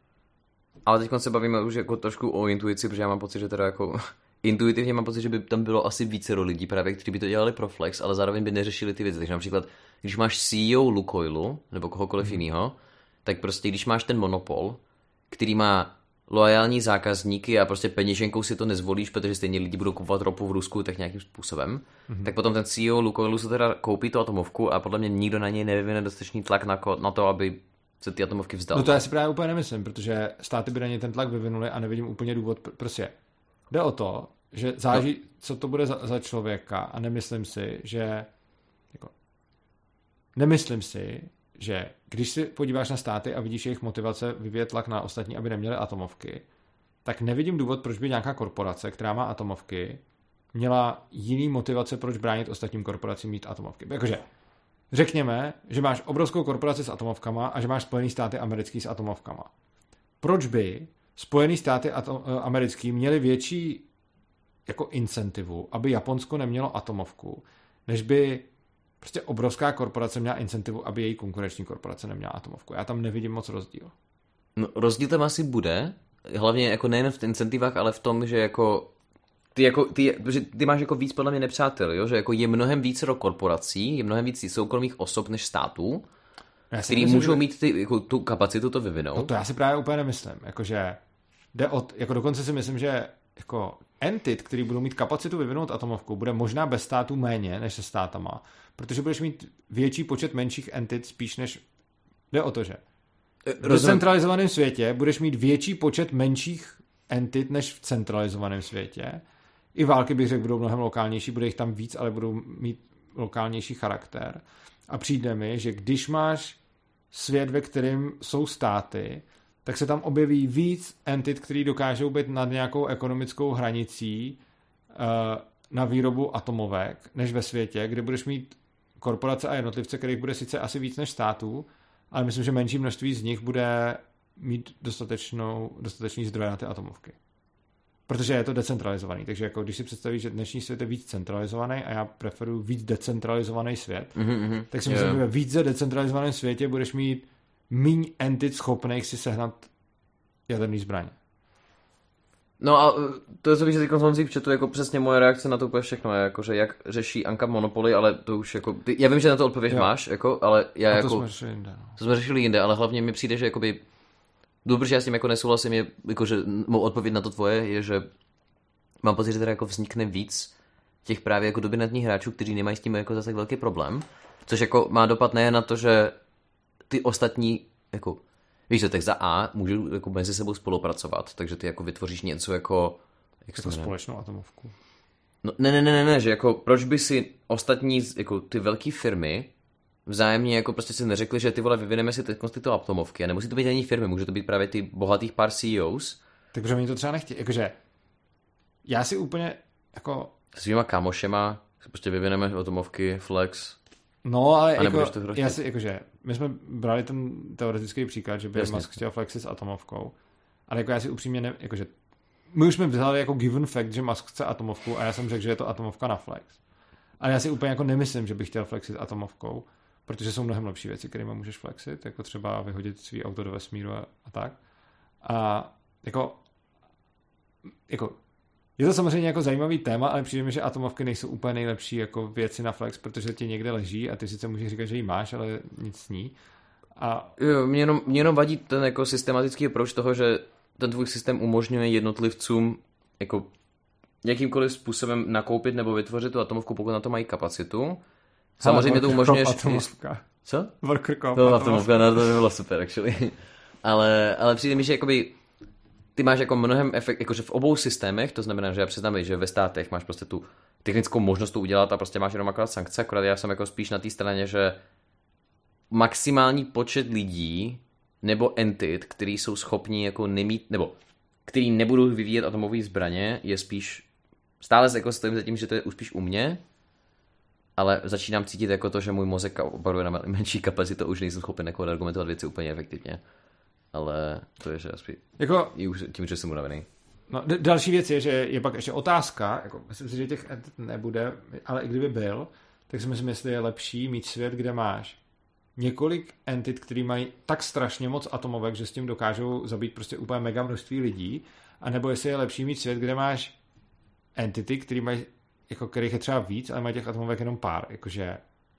Ale teď se bavíme už jako trošku o intuici, protože já mám pocit, že teda jako intuitivně mám pocit, že by tam bylo asi vícero lidí právě, kteří by to dělali pro flex, ale zároveň by neřešili ty věci. Takže například, když máš C E O Lukoilu nebo kohokoliv mm. jiného, tak prostě když máš ten monopol, který má loajální zákazníky a prostě peněženkou si to nezvolíš, protože stejně lidi budou kupovat ropu v Rusku tak nějakým způsobem, mm-hmm. tak potom ten C E O Lukoilu se teda koupí tu atomovku a podle mě nikdo na něj nevyvine dostatečný tlak na, ko- na to, aby se ty atomovky vzdal. No to já si právě úplně nemyslím, protože státy by na něj ten tlak vyvinuli a nevidím úplně důvod. Prostě jde o to, že záleží, no. co to bude za, za člověka a nemyslím si, že jako, nemyslím si, že když si podíváš na státy a vidíš jejich motivace vyvíjet tlak na ostatní, aby neměli atomovky, tak nevidím důvod, proč by nějaká korporace, která má atomovky, měla jiný motivace, proč bránit ostatním korporacím mít atomovky. Jakože řekněme, že máš obrovskou korporaci s atomovkama a že máš Spojený státy americký s atomovkama. Proč by Spojený státy atom, americký měli větší jako incentivu, aby Japonsko nemělo atomovku, než by prostě obrovská korporace měla incentivu, aby její konkurenční korporace neměla atomovku. Já tam nevidím moc rozdíl. No, rozdíl tam asi bude, hlavně jako nejen v incentivách, ale v tom, že jako ty, jako, ty, že ty máš jako víc podle mě nepřátel, jo? Že jako je mnohem víc korporací, je mnohem víc soukromých osob než států, který myslím, můžou že... mít ty, jako, tu kapacitu to vyvinout. No to já si právě úplně nemyslím. Jakože jde od, jako dokonce si myslím, že jako entit, který budou mít kapacitu vyvinout atomovku, bude možná bez států méně než se státama, protože budeš mít větší počet menších entit spíš než... Jde o to, že v decentralizovaném světě budeš mít větší počet menších entit než v centralizovaném světě. I války, bych řekl, budou mnohem lokálnější, bude jich tam víc, ale budou mít lokálnější charakter. A přijde mi, že když máš svět, ve kterém jsou státy, tak se tam objeví víc entit, který dokážou být nad nějakou ekonomickou hranicí uh, na výrobu atomovek, než ve světě, kde budeš mít korporace a jednotlivce, kterých bude sice asi víc než států, ale myslím, že menší množství z nich bude mít dostatečnou, dostatečný zdroje na ty atomovky. Protože je to decentralizovaný. Takže jako když si představíš, že dnešní svět je víc centralizovaný a já preferuji víc decentralizovaný svět, mm-hmm, tak si myslím, yeah. že ve více decentralizovaném světě budeš mít míň entit schopných si sehnat jaderný zbraně. No a to je, co bych si teď konzolí v chatu, jako přesně moje reakce na to úplně všechno je, jako, že jak řeší ANCAP monopoly, ale to už jako, ty, já vím, že na to odpověď jo. máš, jako, ale já a to jako... jsme řešili jinde. No. To jsme řešili jinde, ale hlavně mi přijde, že jakoby, dobře, že já s tím jako nesouhlasím, je, jako, že mou odpověď na to tvoje je, že mám pocit, že teda jako vznikne víc těch právě jako dominantních hráčů, kteří nemají s tím jako zase velký problém, což jako má dopad nejen na to, že ty ostatní, jako, víš co, tak za A můžou jako mezi sebou spolupracovat, takže ty jako vytvoříš něco jako... Jak jako společnou atomovku. No, ne, ne, ne, ne, ne, že jako proč by si ostatní, jako ty velké firmy vzájemně jako prostě si neřekli, že ty vole vyvineme si teď tyto atomovky a nemusí to být ani firmy, může to být právě ty bohatých pár C E Os. Takže oni to třeba nechtějí, jakože já si úplně jako... S svýma kámošema. Prostě vyvineme atomovky, flex. No, ale jako, já si, jakože, my jsme brali ten teoretický příklad, že by Jasně. Musk chtěl flexit s atomovkou, ale jako já si upřímně ne, jakože, my už jsme vzali jako given fact, že Musk chce atomovku a já jsem řekl, že je to atomovka na flex. Ale já si úplně jako nemyslím, že bych chtěl flexit atomovkou, protože jsou mnohem lepší věci, kterými můžeš flexit, jako třeba vyhodit svý auto do vesmíru a, a tak. A jako, jako je to samozřejmě jako zajímavý téma, ale přijde mi, že atomovky nejsou úplně nejlepší jako věci na flex, protože ti někde leží a ty sice můžeš říkat, že ji máš, ale nic s ní. A... Jo, mě jenom, mě jenom vadí ten jako systematický approach toho, že ten tvůj systém umožňuje jednotlivcům jako jakýmkoliv způsobem nakoupit nebo vytvořit tu atomovku, pokud na to mají kapacitu. Samozřejmě to umožňuje... Co? Worker co? No, atomovka, no, to by bylo super, actually. ale, ale přijde mi, že jakoby ty máš jako mnohem efekt, jakože v obou systémech, to znamená, že já přiznám, že ve státech máš prostě tu technickou možnost to udělat a prostě máš jenom akorát sankce, akorát já jsem jako spíš na té straně, že maximální počet lidí nebo entit, který jsou schopní jako nemít, nebo který nebudou vyvíjet atomové zbraně, je spíš, stále se jako stojím za tím, že to je už spíš u mě, ale začínám cítit jako to, že můj mozek operuje na menší kapacitu, už nejsem schopen jako argumentovat věci úplně efektivně. Ale to je, že asi jako, i už tím, že jsem unavený. No, d- další věc je, že je pak ještě otázka, jako, myslím si, že těch entit nebude, ale i kdyby byl, tak si myslím, jestli je lepší mít svět, kde máš několik entit, který mají tak strašně moc atomovek, že s tím dokážou zabít prostě úplně mega množství lidí, anebo jestli je lepší mít svět, kde máš entity, který mají, jako, kterých je třeba víc, ale mají těch atomovek jenom pár. Jakože,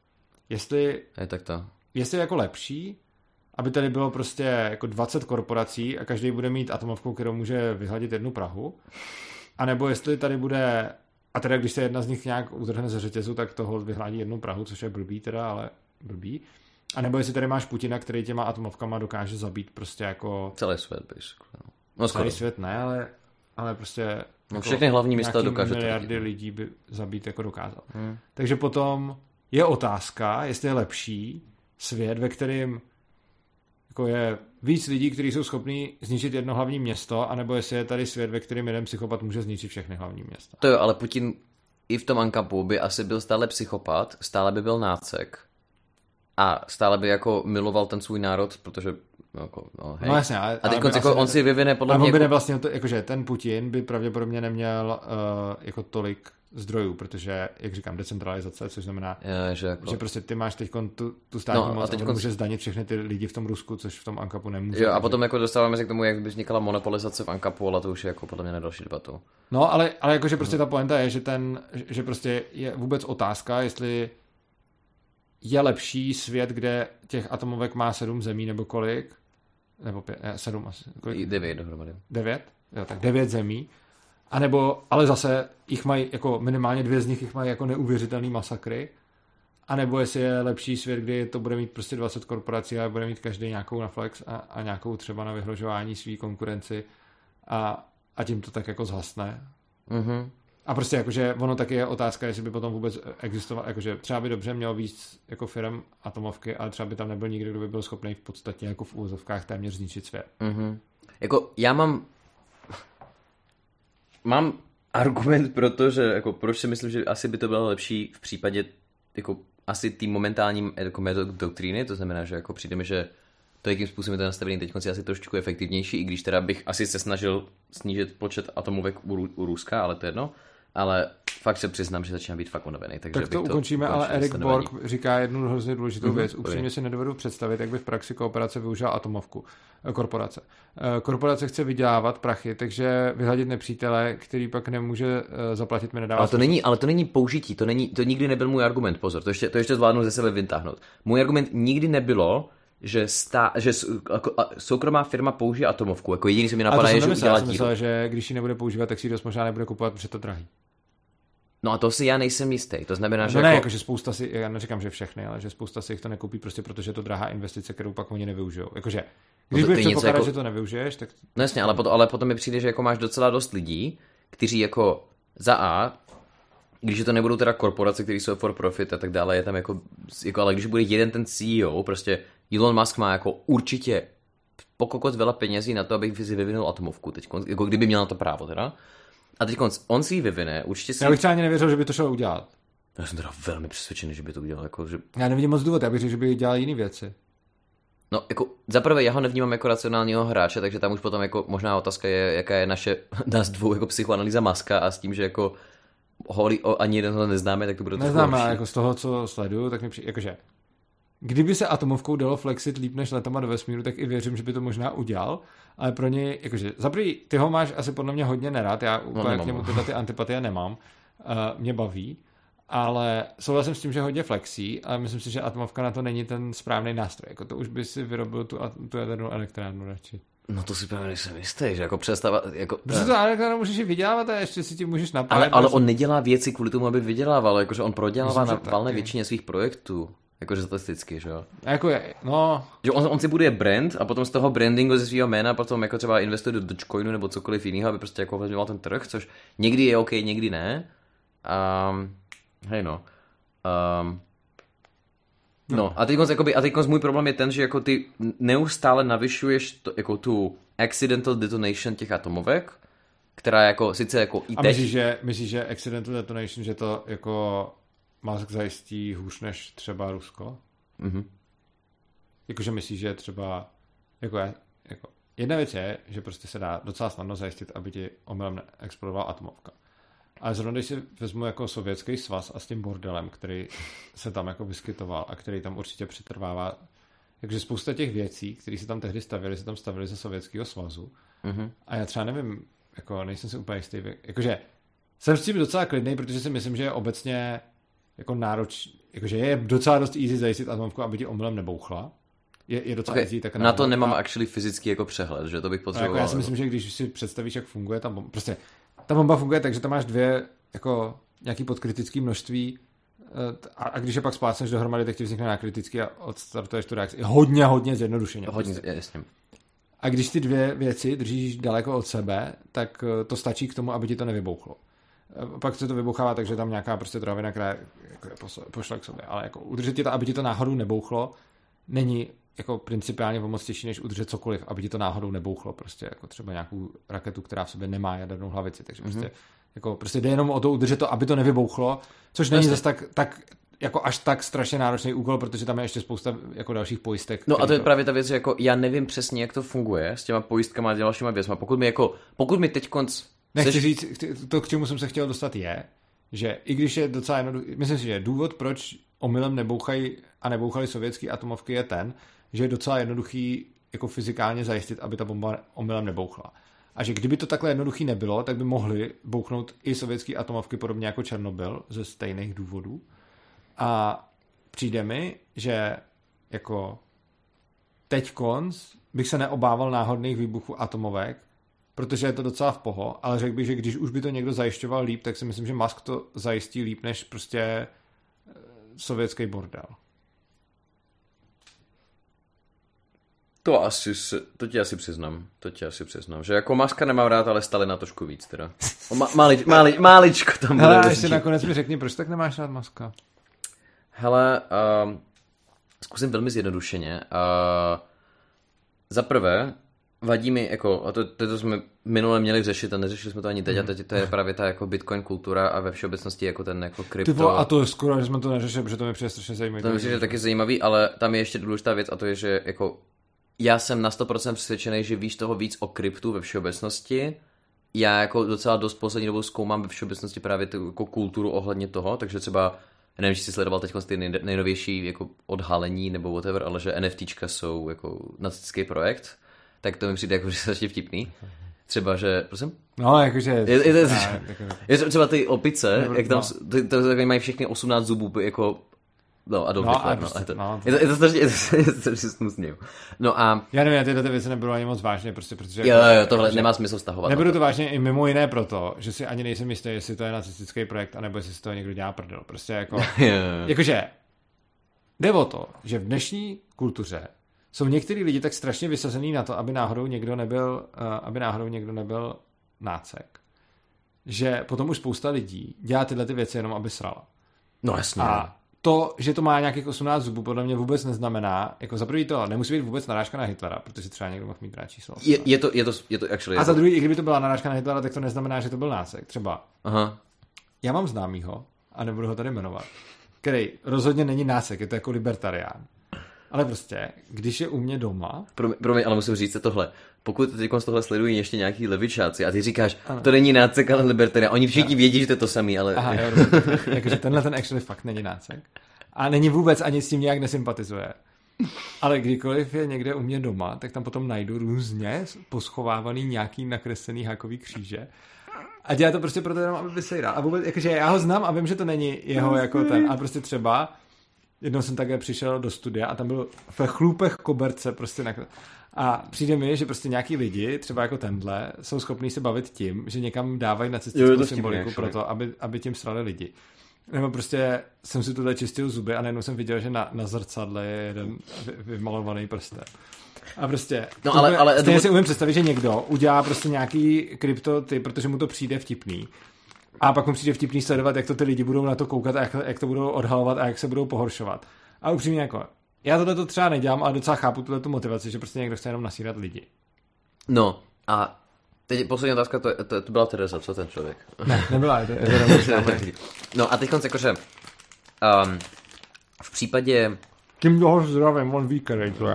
jestli je tak to. Jestli je jako lepší, aby tady bylo prostě jako dvacet korporací a každý bude mít atomovku, kterou může vyhladit jednu prahu, anebo jestli tady bude, a teda když se jedna z nich nějak udrhne ze řetězu, tak toho vyhládí jednu prahu, což je blbý teda, ale blbý. A nebo jestli tady máš Putina, který těma atomovkama dokáže zabít prostě jako... Celý svět, basically. No, celý svět ne, ale, ale prostě... No, jako všechny hlavní města dokáže miliardy to lidí by zabít jako dokázal. Hmm. Takže potom je otázka, jestli je lepší svět, ve kterém jako je víc lidí, kteří jsou schopní zničit jedno hlavní město, anebo jestli je tady svět, ve kterém jeden psychopat může zničit všechny hlavní města. To jo, ale Putin i v tom Ankapu by asi byl stále psychopat, stále by byl nácek a stále by jako miloval ten svůj národ, protože jako, no, hej. No jasně, ale, a teď jako on si vyvine podle mě... Ale on by jako... nevlastnil to, jakože ten Putin by pravděpodobně neměl uh, jako tolik zdrojů, protože, jak říkám, decentralizace, což znamená, je, že, jako... že prostě ty máš teď tu, tu státní no, moc a, a on může zdanit všechny ty lidi v tom Rusku, což v tom Ankapu nemůže. Jo, a potom jako dostáváme se k tomu, jak by vznikala monopolizace v Ankapu, ale to už je jako podle mě na další debatu. No, ale, ale jakože prostě ta pointa je, že ten, že prostě je vůbec otázka, jestli je lepší svět, kde těch atomovek má sedm zemí nebo kolik, nebo pět, sedm asi. Kolik? Devět dohromady. Devět? Jo, tak devět zemí. A nebo, ale zase jich mají, jako minimálně dvě z nich jich mají jako neuvěřitelný masakry. A nebo jestli je lepší svět, kdy to bude mít prostě dvacet korporací a bude mít každý nějakou na flex a, a nějakou třeba na vyhrožování svý konkurenci a, a tím to tak jako zhasne. Mhm. A prostě jakože ono taky je otázka, jestli by potom vůbec existoval, jakože třeba by dobře mělo víc jako firm atomovky, ale třeba by tam nebyl nikdo, kdo by byl schopný v podstatě jako v úvozovkách téměř zničit svět. Mhm. Jako já mám mám argument pro to, že jako proč si myslím, že asi by to bylo lepší v případě jako asi tým momentálním jako metod doktríny, to znamená, že jako přijde mi, že to, jakým způsobem je to nastavený teď, je asi trošičku efektivnější, i když teda bych asi se snažil snížit počet atomovek u, u Ruska, ale to je jedno. Ale fakt se přiznám, že začíná být fakt unavený. Takže tak to ukončíme, to ale Erik Borg říká jednu hrozně důležitou mm-hmm, věc. Upřímně si nedovedu představit, jak by v praxi kooperace využila atomovku. Korporace. Korporace chce vydělávat prachy, takže vyhladit nepřítele, který pak nemůže zaplatit, mi nedává. Ale to není, ale to není použití, to, není, to nikdy nebyl můj argument, pozor, to ještě, to ještě zvládnu ze sebe vytáhnout. Můj argument nikdy nebylo, že, stá, že soukromá firma použije atomovku. Jako jediný, co mi napadá, je, že udělá díru. Myslel, že když ji nebude používat, tak si ji dost možná nebude kupovat, protože to drahý. No a to si já nejsem jistý. To znamená, no že ne, jako... jako, že spousta si, já neříkám, že všechny, ale že spousta si jich to nekoupí prostě protože je to drahá investice, kterou pak oni nevyužijou. Jakože, když no budeš předpokládat, jako... že to nevyužiješ, tak... No jasně, ale, potom, ale potom mi přijde, že jako máš docela dost lidí, kteří jako za A, když to nebudou teda korporace, které jsou for profit a tak dále, je tam jako, jako ale když bude jeden ten C E O, prostě Elon Musk má jako určitě pokokot veľa penězí na to, aby si vyvinul atomovku teď, jako kdyby měl na to právo teda. A teď on si ji vyvine, určitě si... Já bych třeba ani nevěřil, že by to šel udělat. Já jsem teda velmi přesvědčený, že by to udělal. Jako, že... Já nevidím moc důvod, já bych řekl, že by dělal jiné věci. No, jako, zaprvé já ho nevnímám jako racionálního hráče, takže tam už potom jako možná otázka je, jaká je naše, nás dvou jako psychoanalýza Muska a s tím, že jako ho ani jeden ho neznáme, tak to bude trochu Neznáme, jako z toho, co sleduju, tak mi přijde, jakože kdyby se atomovkou dalo flexit líp než letama do vesmíru, tak i věřím, že by to možná udělal, ale pro něj, jakože zaprý, ty ho máš asi podle mě hodně nerad, já úplně no, k němu tyhle ty antipatie nemám, uh, mě baví, ale souhlasím s tím, že hodně flexí, ale myslím si, že atomovka na to není ten správný nástroj, jako to už by si vyrobil tu, tu jadernou elektrárnu radši. No to si právě nejsem jistý, že jako přestava, jako... Protože to elektrárnu můžeš i vydělávat a ještě si tím můžeš napájet. Ale, ale on nedělá věci kvůli tomu, aby vydělával, jakože on prodělává myslím, na valné většině svých projektů. Jakože statisticky, že jo? Jako je, no... Že on, on si buduje brand a potom z toho brandingu ze svého jména potom jako třeba investuje do Dogecoinu nebo cokoliv jiného, aby prostě jako ovlivňoval ten trh, což někdy je OK, někdy ne. Um, hej no. Um, no. no a teď jakoby, a teď můj problém je ten, že jako ty neustále navyšuješ to, jako tu accidental detonation těch atomovek, která jako sice jako i teď... A myslíš, že, myslíš, že accidental detonation, že to jako... Musk zajistí hůř než třeba Rusko? Mhm. Jakože myslíš, že třeba jako, je, jako jedna věc je, že prostě se dá docela snadno zajistit, aby ti omylem neexplodovala atomovka. Ale zrovna když si vezmu jako Sovětský svaz a s tím bordelem, který se tam jako vyskytoval a který tam určitě přetrvává, takže spousta těch věcí, které se tam tehdy stavěly, se tam stavěly ze Sovětského svazu. Mhm. A já třeba nevím, jako nejsem si úplně jistý, jakože jsem s tím docela klidný, protože si myslím, že je obecně jako nároč, jakože je docela dost easy zajistit atomovku, aby ti omylem nebouchla. Je, je docela okay. easy. Tak na to nemám actually fyzicky jako přehled, že to bych potřeboval. Jako já si myslím, že když si představíš, jak funguje ta bomba, prostě ta bomba funguje tak, že tam máš dvě jako nějaký podkritický množství a, a když je pak splácneš dohromady, tak ti vznikne nákritický a odstartuješ tu reakci. Hodně, hodně zjednodušeně. Hodně, prostě. jasně. A když ty dvě věci držíš daleko od sebe, tak to stačí k tomu, aby ti to nevybouchlo. Pak se to vybouchává, takže tam nějaká prostě travina, která jako pošle k sobě. Ale jako udržet ti to, aby ti to náhodou nebouchlo, není jako principiálně moc těžší, než udržet cokoliv, aby ti to náhodou nebouchlo. Prostě jako třeba nějakou raketu, která v sobě nemá jadernou hlavici. Takže prostě, mm-hmm. jako, prostě jde jenom o to udržet to, aby to nevybouchlo, což není zase tak, tak jako až tak strašně náročný úkol, protože tam je ještě spousta jako dalších pojistek. No a to je to... právě ta věc, že jako já nevím přesně, jak to funguje s těma pojistkama a dalšíma věcma. Pokud mi jako, pokud mi teď konc Nechci říct, to, k čemu jsem se chtěl dostat je, že i když je docela jednoduchý, myslím si, že důvod, proč omylem nebouchají a nebouchaly sovětské atomovky je ten, že je docela jednoduchý jako fyzikálně zajistit, aby ta bomba omylem nebouchla. A že kdyby to takhle jednoduchý nebylo, tak by mohly bouchnout i sovětské atomovky podobně jako Černobyl ze stejných důvodů. A přijde mi, že jako teďkonc bych se neobával náhodných výbuchů atomovek, protože je to docela v poho, ale řekl bych, že když už by to někdo zajišťoval líp, tak si myslím, že Musk to zajistí líp než prostě sovětský bordel. To asi, to ti asi přiznám, to ti asi přiznám, že jako Muska nemám rád, ale Stalina trošku víc teda. Ma, málič, málič, máličko tam bude. Hele, ještě nakonec mi řekni, proč tak nemáš rád Muska? Hele, uh, zkusím velmi zjednodušeně. Uh, za prvé, vadí mi, jako, a to, to, to jsme minule měli řešit a neřešili jsme to ani teď, a teď to je právě ta jako Bitcoin kultura a ve všeobecnosti jako ten jako krypto. Typo, a to je skoro, že jsme to neřešili, protože to mi přijde strašně zajímavé. To myslím, že je taky zajímavý, ale tam je ještě důležitá věc a to je, že jako já jsem na sto procent přesvědčený, že víš toho víc o kryptu ve všeobecnosti. Já jako docela dost poslední dobou zkoumám ve všeobecnosti právě tu jako kulturu ohledně toho, takže třeba nevím, jestli jsi sledoval teď ty nejnovější jako odhalení nebo whatever, ale že NFTčka jsou jako nacistický projekt. Tak to mi přijde jako, že je strašně vtipný. Třeba, že, prosím? No, jakože... Je, je, je, je třeba ty opice, jak tam, no. ty, to, to mají všechny osmnáct zubů, jako, no a dobře, no, no, no, to, no, to... Je, to, je to strašně, je to strašně snusný. No a... Já nevím, tyhle ty věci nebylo ani moc vážně, prostě, protože... Jo, jo, tohle že, nemá smysl vztahovat. Nebudu to vážně i mimo jiné proto, že si ani nejsem jistý, jestli to je nacistický projekt, anebo jestli si to někdo dělá prdel. Prostě jako... jakože, jde o to, že v dnešní kultuře jsou některý lidi tak strašně vysazený na to, aby náhodou někdo nebyl, uh, aby náhodou někdo nebyl nácek, že potom už spousta lidí dělá tyhle ty věci jenom, aby srala. No jasně. A to, že to má nějakých osmnáct zubů, podle mě vůbec neznamená, jako za prvý to nemusí být vůbec narážka na Hitlera, protože třeba někdo mohl mít rád číslo. Je, je to, je to, je to actually... A za druhý, i kdyby to byla narážka na Hitlera, tak to neznamená, že to byl nácek. Třeba Aha. Já mám známýho, a nebudu ho tady jmenovat, který rozhodně není nácek, je to jako libertarián. Ale prostě, když je u mě doma... Promiň, promiň ale musím říct tohle. Pokud teď z tohle sledují ještě nějaký levičáci a ty říkáš, ano. To není nácek, ale libertarián. Oni všichni vědí, že to je to samý, ale... Aha, jo, jakože tenhle ten actually fakt není nácek. A není vůbec, ani s tím nějak nesympatizuje. Ale kdykoliv je někde u mě doma, tak tam potom najdu různě poschovávaný nějaký nakreslený hákový kříže. A dělá to prostě proto jenom, aby vysejral. A vůbec, jakože já ho znám a vím, že to není jeho jako ten. A prostě třeba jednou jsem také přišel do studia a tam byl ve chlupech koberce prostě nakres... A přijde mi, že prostě nějaký lidi, třeba jako tenhle, jsou schopní se bavit tím, že někam dávají nacistickou symboliku pro to, aby, aby tím srali lidi. Nebo prostě jsem si tuhle čistil zuby a najednou jsem viděl, že na, na zrcadle je jeden vymalovaný prstem. A prostě no, ale, ale, stejně to... si umím představit, že někdo udělá prostě nějaký kryptoty, protože mu to přijde vtipný. A pak mu přijde vtipný sledovat, jak to ty lidi budou na to koukat a jak, jak to budou odhalovat a jak se budou pohoršovat. A upřímně jako, já tohle to třeba nedělám, ale docela chápu tuhle tu motivaci, že prostě někdo chce jenom nasírat lidi. No a teď poslední otázka, to, to, to byla Tereza, co ten člověk? Ne, nebyla. To, to no a teď konce jakože um, v případě... Tím toho zdravím, on ví, který to je.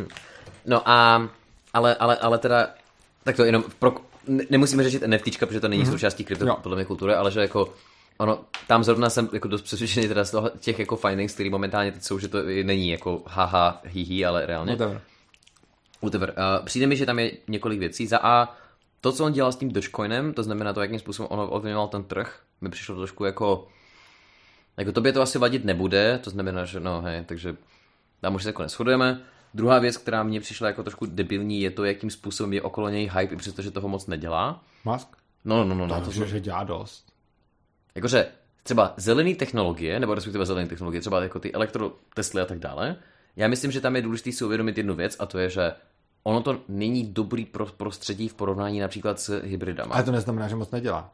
No a, ale, ale, ale teda, tak to jenom, pro, ne, nemusíme řešit NFTčka, protože to není mm-hmm. součástí krypto, podle mě kultury, ale že jako, ono, tam zrovna jsem jako dost přesvědčený teda z toho, těch jako findings, který momentálně teď jsou, že to není jako haha, hihi, ale reálně. Whatever. Whatever. Uh, přijde mi, že tam je několik věcí. Za A, to, co on dělal s tím Dogecoinem, to znamená to, jakým způsobem on ovlivňoval ten trh, mi přišlo trošku jako, jako tobě to asi vadit nebude, to znamená, že no hej, takže tam už se jako neshodujeme. Druhá věc, která mně přišla jako trošku debilní, je to, jakým způsobem je okolo něj hype, i přestože toho moc nedělá. Musk? No, no, no. no to, to že dělá dost. Jakože třeba zelený technologie, nebo respektive zelený technologie, třeba jako ty elektrotesly a tak dále, já myslím, že tam je důležité si uvědomit jednu věc, a to je, že ono to není dobrý pro prostředí v porovnání například s hybridama. Ale to neznamená, že moc nedělá.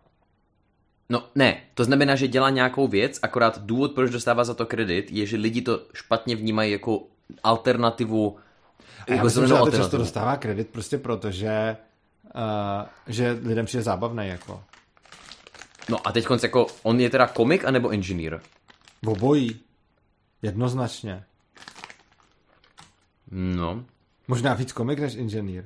No ne, to znamená, že dělá nějakou věc, akorát důvod, proč dostává za to kredit, je, že lidi to špatně vnímají jako alternativu. A já myslím, že to často dostává kredit prostě proto, že, uh, že lidem přijde zábavný jako. No a teď konc jako, on je teda komik anebo inženýr? Obojí. Jednoznačně. No. Možná víc komik než inženýr.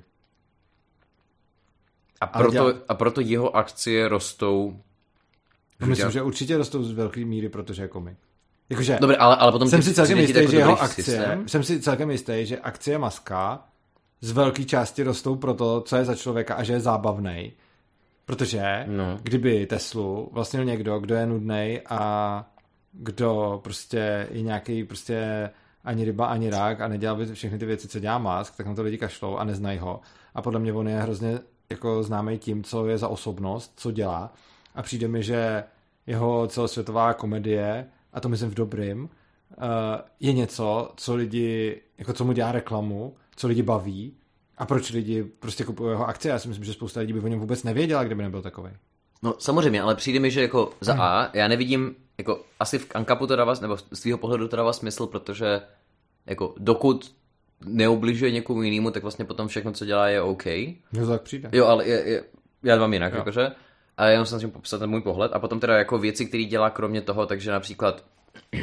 A proto, dělá... a proto jeho akcie rostou. Myslím, dělá... že určitě rostou z velké míry, protože je komik. Jakože, Dobře, ale, ale potom jsem si celkem jistý, jako že jeho akcie, systém. jsem si celkem jistý, že akcie Muska z velké části rostou pro to, co je za člověka a že je zábavnej. Protože no. kdyby Teslu vlastnil někdo, kdo je nudnej a kdo prostě je nějaký prostě ani ryba, ani rák a nedělal by všechny ty věci, co dělá Musk, tak na to lidi kašlou a neznají ho. A podle mě on je hrozně jako známý tím, co je za osobnost, co dělá. A přijde mi, že jeho celosvětová komedie, a to myslím v dobrým, je něco, co lidi, jako co mu dělá reklamu, co lidi baví a proč lidi prostě kupují jeho akcie. Já si myslím, že spousta lidí by o něm vůbec nevěděla, kdyby nebyl takovej. No samozřejmě, ale přijde mi, že jako za A, já nevidím, jako asi v Ankapu to dává, nebo z tvýho pohledu to dává smysl, protože jako dokud neubližuje někomu jinému, tak vlastně potom všechno, co dělá, je OK. No tak přijde. Jo, ale je, je, já vám jinak, jo. jakože. A jenom jsem si popsat ten můj pohled. A potom teda jako věci, které dělá kromě toho, takže například uh,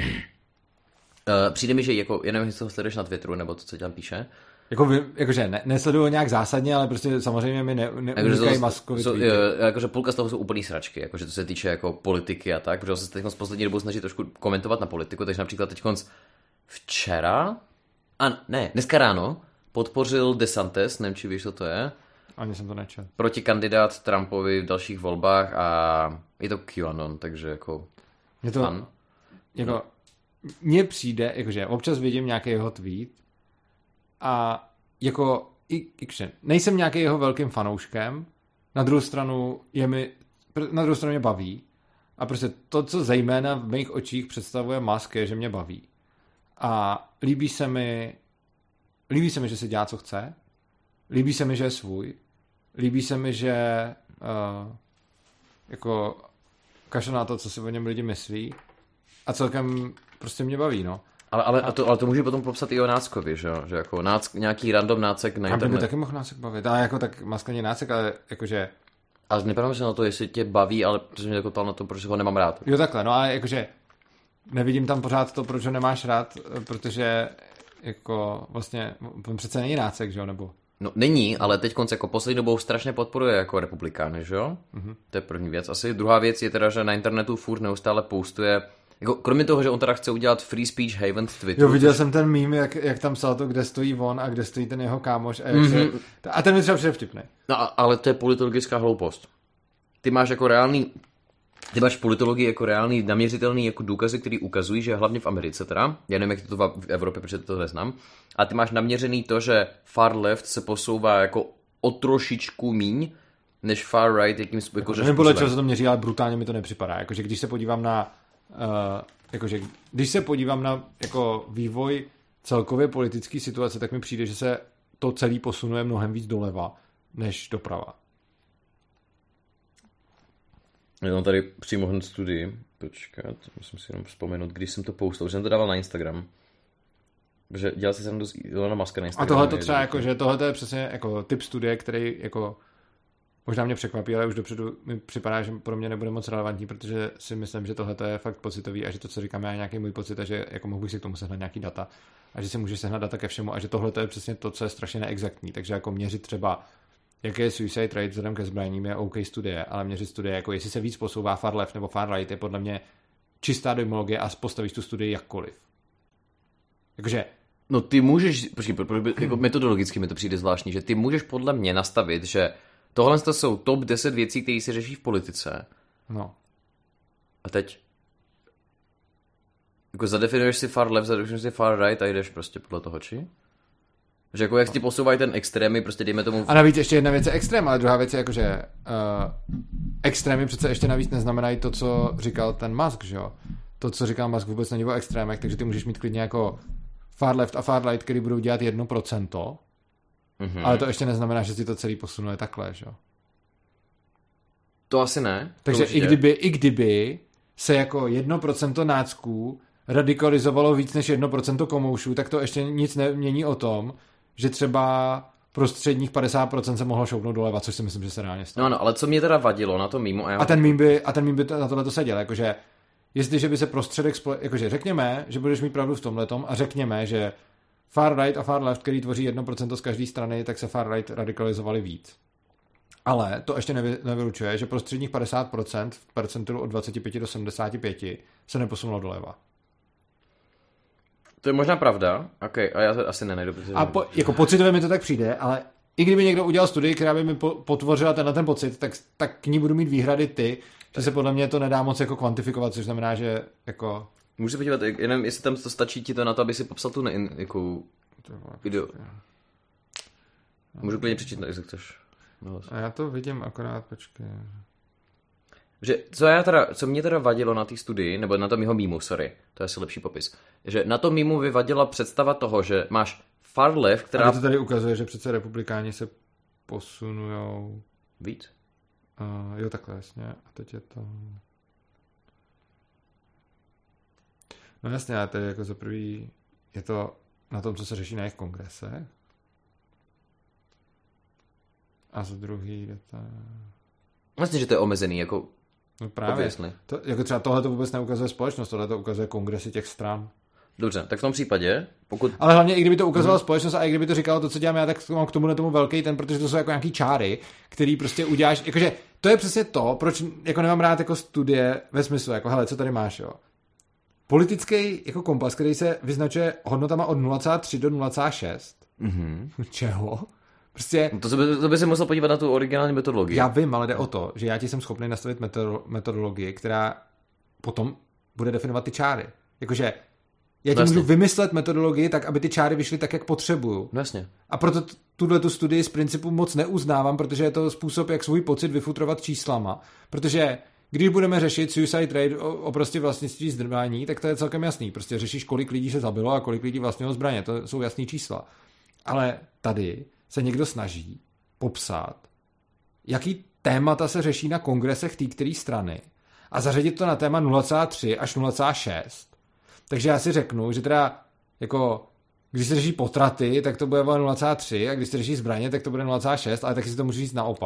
přijde mi, že jako, já nevím, jestli toho sleduješ na Twitteru, nebo to, co tam píše. Jako, jakože ne, nesleduju nějak zásadně, ale prostě samozřejmě mi ne, neunikají Muskovi tweety. Jakože půlka z toho jsou úplný sračky, jakože to se týče jako politiky a tak, protože se teď z poslední dobou snaží trošku komentovat na politiku, takže například teď včera, a ne, dneska ráno podpořil DeSantis, nevím, či víš, co to je. Ani jsem to nečel. Protikandidát Trumpovi v dalších volbách a je to QAnon, takže jako je to, fun. Jako, mně přijde, jakože občas vidím nějaký jeho tweet a jako, i, i, nejsem nějaký jeho velkým fanouškem, na druhou stranu je mi, na druhou stranu mě baví a prostě to, co zejména v mých očích představuje Musk, je, že mě baví. A líbí se mi, líbí se mi, že se dělá, co chce, líbí se mi, že je svůj, líbí se mi, že uh, jako kašle na to, co si o něm lidi myslí a celkem prostě mě baví, no. Ale, ale, a to, ale to může potom popsat i o náckovi, že jo? Že jako náck, nějaký random nácek na internet. A by taky mohl nácek bavit. A jako tak Musk není nácek, ale jakože A nepadám se na to, jestli tě baví, ale protože mě jako ptal na to, proč ho nemám rád. Jo takhle, no a jakože nevidím tam pořád to, proč ho nemáš rád, protože jako vlastně on přece není nácek, že jo, nebo... No není, ale teď konce jako poslední dobou strašně podporuje jako republikány, že jo? Mm-hmm. To je první věc. Asi druhá věc je teda, že na internetu furt neustále postuje, jako kromě toho, že on teda chce udělat free speech haven z Twitteru. Jo, viděl což... jsem ten meme, jak, jak tam psal to, kde stojí on a kde stojí ten jeho kámoš a, jak mm-hmm. se... a ten mi třeba přijde vtipný. No ale to je politologická hloupost. Ty máš jako reálný Ty máš politologii jako reálný, naměřitelný jako důkazy, které ukazují, že hlavně v Americe teda, já nevím, jak to v Evropě, protože to neznám, a ty máš naměřený to, že far left se posouvá jako o trošičku míň, než far right, jakým jako, nevím, podle čeho se to měří, ale brutálně mi to nepřipadá. Jakože když se podívám na uh, jakože když se podívám na jako vývoj celkově politické situace, tak mi přijde, že se to celý posunuje mnohem víc doleva, než doprava. Já mám tady přímo hned studii, počkat, musím si jenom vzpomenout, když jsem to postal, že jsem to dával na Instagram. Protože dělal si jsem do Elona Muska na Instagram. A tohle to třeba jako, že tohle je přesně jako typ studie, který jako možná mě překvapí, ale už dopředu mi připadá, že pro mě nebude moc relevantní, protože si myslím, že tohle je fakt pocitový a že to, co říkám, je nějaký můj pocit a že jako mohu bych si k tomu sehnat nějaký data a že si můžeš sehnat data ke všemu a že tohle je přesně to, co je strašně neexaktní. Takže jako měřit třeba jaký je suicide rate vzhledem ke zbraním je OK studie, ale měřit studie, jako jestli se víc posouvá far left nebo far right, je podle mě čistá dojmologie a postavíš tu studii jakkoliv. Jakože no ty můžeš, počkej, jako metodologicky mi to přijde zvláštní, že ty můžeš podle mě nastavit, že tohle jsou top deset věcí, které se řeší v politice. No. A teď jako zadefinuješ si far left, zadefinuješ si far right a jdeš prostě podle toho, či? Že jako jak ti posouvají ten extrémy, prostě dejme tomu... A navíc ještě jedna věc je extrém, ale druhá věc je jako, že uh, extrémy přece ještě navíc neznamenají to, co říkal ten Musk, že jo? To, co říkal Musk, vůbec není o extrémech, takže ty můžeš mít klidně jako far left a far right, který budou dělat jedno procento, mm-hmm. ale to ještě neznamená, že si to celý posunuje takhle, že jo? To asi ne. Takže i kdyby, i kdyby se jako jedno procento nácků radikalizovalo víc než jedno procento komoušů, tak to ještě nic nemění o tom, že třeba prostředních padesát procent se mohlo šoupnout doleva, což si myslím, že se reálně stalo. No, no, ale co mě teda vadilo na tom mimo... A, já... a ten mím by, a ten mím by na tohle to seděl, jakože jestliže by se prostředek, spole... jakože řekněme, že budeš mít pravdu v tomhletom a řekněme, že far right a far left, který tvoří jedno procento z každé strany, tak se far right radikalizovali víc. Ale to ještě nevy, nevylučuje, že prostředních padesát procent v percentilu od dvacet pět do sedmdesát pět se neposunulo doleva. To je možná pravda, okay, a já to asi nenajdu. Protože... A po, jako pocitově mi to tak přijde, ale i kdyby někdo udělal studii, která by mi po, potvořila tenhle ten pocit, tak, tak k ní budu mít výhrady ty, že se podle mě to nedá moc jako kvantifikovat, což znamená, že jako... Můžu se podívat, jenom jestli tam to stačí ti to na to, aby si popsal tu ne, jako video. Můžu klidně přečíst, jestli chceš. A já to vidím akorát, počkej. Že co, já teda, co mě teda vadilo na té studii, nebo na tom jeho mýmu, sorry, to je asi lepší popis, že na tom mýmu vyvadila představa toho, že máš far left, která... A to tady ukazuje, že přece republikáni se posunujou... Víc? Uh, jo, takhle jasně. A teď je to... No jasně, ale tady jako za prvý je to na tom, co se řeší na jejich kongresech. A za druhý je to... Vlastně, že to je omezený, jako... No právě. To, jako třeba tohle to vůbec neukazuje společnost, tohle to ukazuje kongresy těch stran. Dobře, tak v tom případě, pokud... Ale hlavně, i kdyby to ukazovala hmm. společnost a i kdyby to říkalo to, co dělám já, tak mám k tomu na tomu velký ten, protože to jsou jako nějaký čáry, který prostě uděláš, jakože to je přesně to, proč jako nemám rád jako studie ve smyslu, jako hele, co tady máš, jo. Politický jako kompas, který se vyznačuje hodnotama od nula celá tři do nula celá šest. Mhm. Čeho? Prostě... No to, by, to by si musel podívat na tu originální metodologii. Já vím, ale jde o to, že já ti jsem schopný nastavit metodologii, která potom bude definovat ty čáry. Jakože já ti no můžu vymyslet metodologii tak, aby ty čáry vyšly tak, jak potřebuju. No jasně. A proto tuhle tu studii z principu moc neuznávám, protože je to způsob, jak svůj pocit vyfutrovat číslama. Protože když budeme řešit suicide rate o, o prostě vlastnictví zbraní, tak to je celkem jasný. Prostě řešíš, kolik lidí se zabilo a kolik lidí vlastnilo zbraně. To jsou jasný čísla. Ale tady se někdo snaží popsat, jaký témata se řeší na kongresech té které strany a zařadit to na téma nula celá tři až nula celá šest. Takže já si řeknu, že teda jako když se řeší potraty, tak to bude nula celá tři a když se řeší zbraně, tak to bude nula celá šest, ale taky si to můžu říct naopak.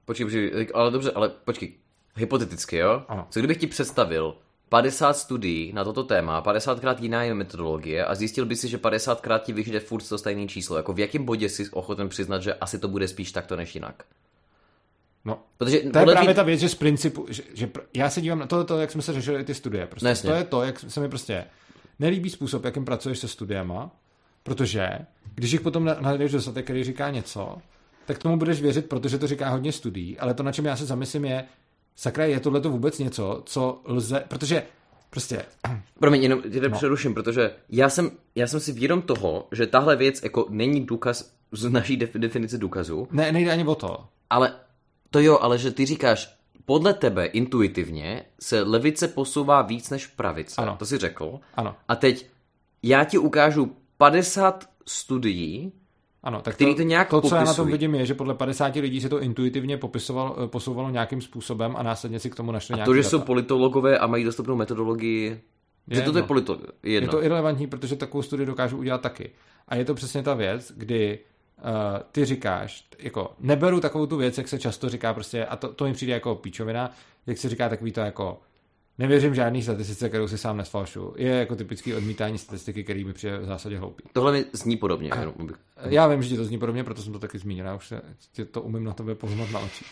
Počkej, počkej, ale dobře, ale počkej, hypoteticky, jo? Ano. Co kdybych ti představil padesát studií na toto téma, padesátkrát jiná je metodologie a zjistil by si, že padesátkrát ti vyjde furt to stejné číslo. Jako v jakém bodě jsi ochoten přiznat, že asi to bude spíš takto než jinak? No, protože to je právě tvý... ta věc, že z principu, že, že pr- já se dívám na to, to, jak jsme se řešili ty studie. Prostě. No, to je to, jak se mi prostě nelíbí způsob, jakým pracuješ se studiema, protože když jich potom najdeš dostatek, který říká něco, tak tomu budeš věřit, protože to říká hodně studií, ale to, na čem já se zamyslím, je, sakra, je tohleto vůbec něco, co lze, protože prostě... Promiň, jenom tě no. přeruším, protože já jsem, já jsem si vědom toho, že tahle věc jako není důkaz z naší definice důkazu. Ne, nejde ani o to. Ale to jo, ale že ty říkáš, podle tebe intuitivně se levice posouvá víc než pravice. Ano. To jsi řekl. Ano. A teď já ti ukážu padesát studií, ano, tak který to, to nějak to, co popisují. já na tom vidím, je, že podle padesáti lidí se to intuitivně popisoval, posouvalo nějakým způsobem a následně si k tomu našli a nějaký to, že data. jsou politologové a mají dostupnou metodologii, je to, to je polito... jedno. Je to irelevantní, protože takovou studii dokážu udělat taky. A je to přesně ta věc, kdy uh, ty říkáš, jako neberu takovou tu věc, jak se často říká prostě, a to, to mi přijde jako píčovina, jak se říká takový to jako nevěřím žádný statistice, kterou si sám nesfalšuju. Je jako typický odmítání statistiky, který mi přijde v zásadě hloupý. Tohle mi zní podobně. Jenom bych... Já vím, že ti to zní podobně, proto jsem to taky zmínil. Já už se, tě to umím na tebe poznat na očích.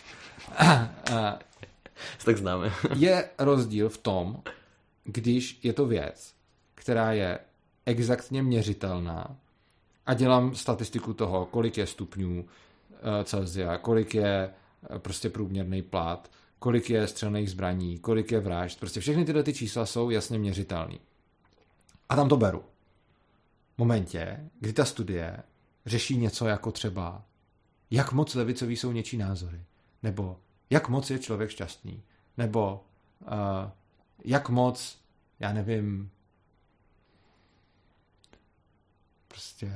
Tak známe. Je rozdíl v tom, když je to věc, která je exaktně měřitelná a dělám statistiku toho, kolik je stupňů Celsia, kolik je prostě průměrný plat, kolik je střelných zbraní, kolik je vražd. Prostě všechny tyhle ty čísla jsou jasně měřitelné. A tam to beru. V momentě, kdy ta studie řeší něco jako třeba, jak moc levicový jsou něčí názory, nebo jak moc je člověk šťastný, nebo uh, jak moc, já nevím, prostě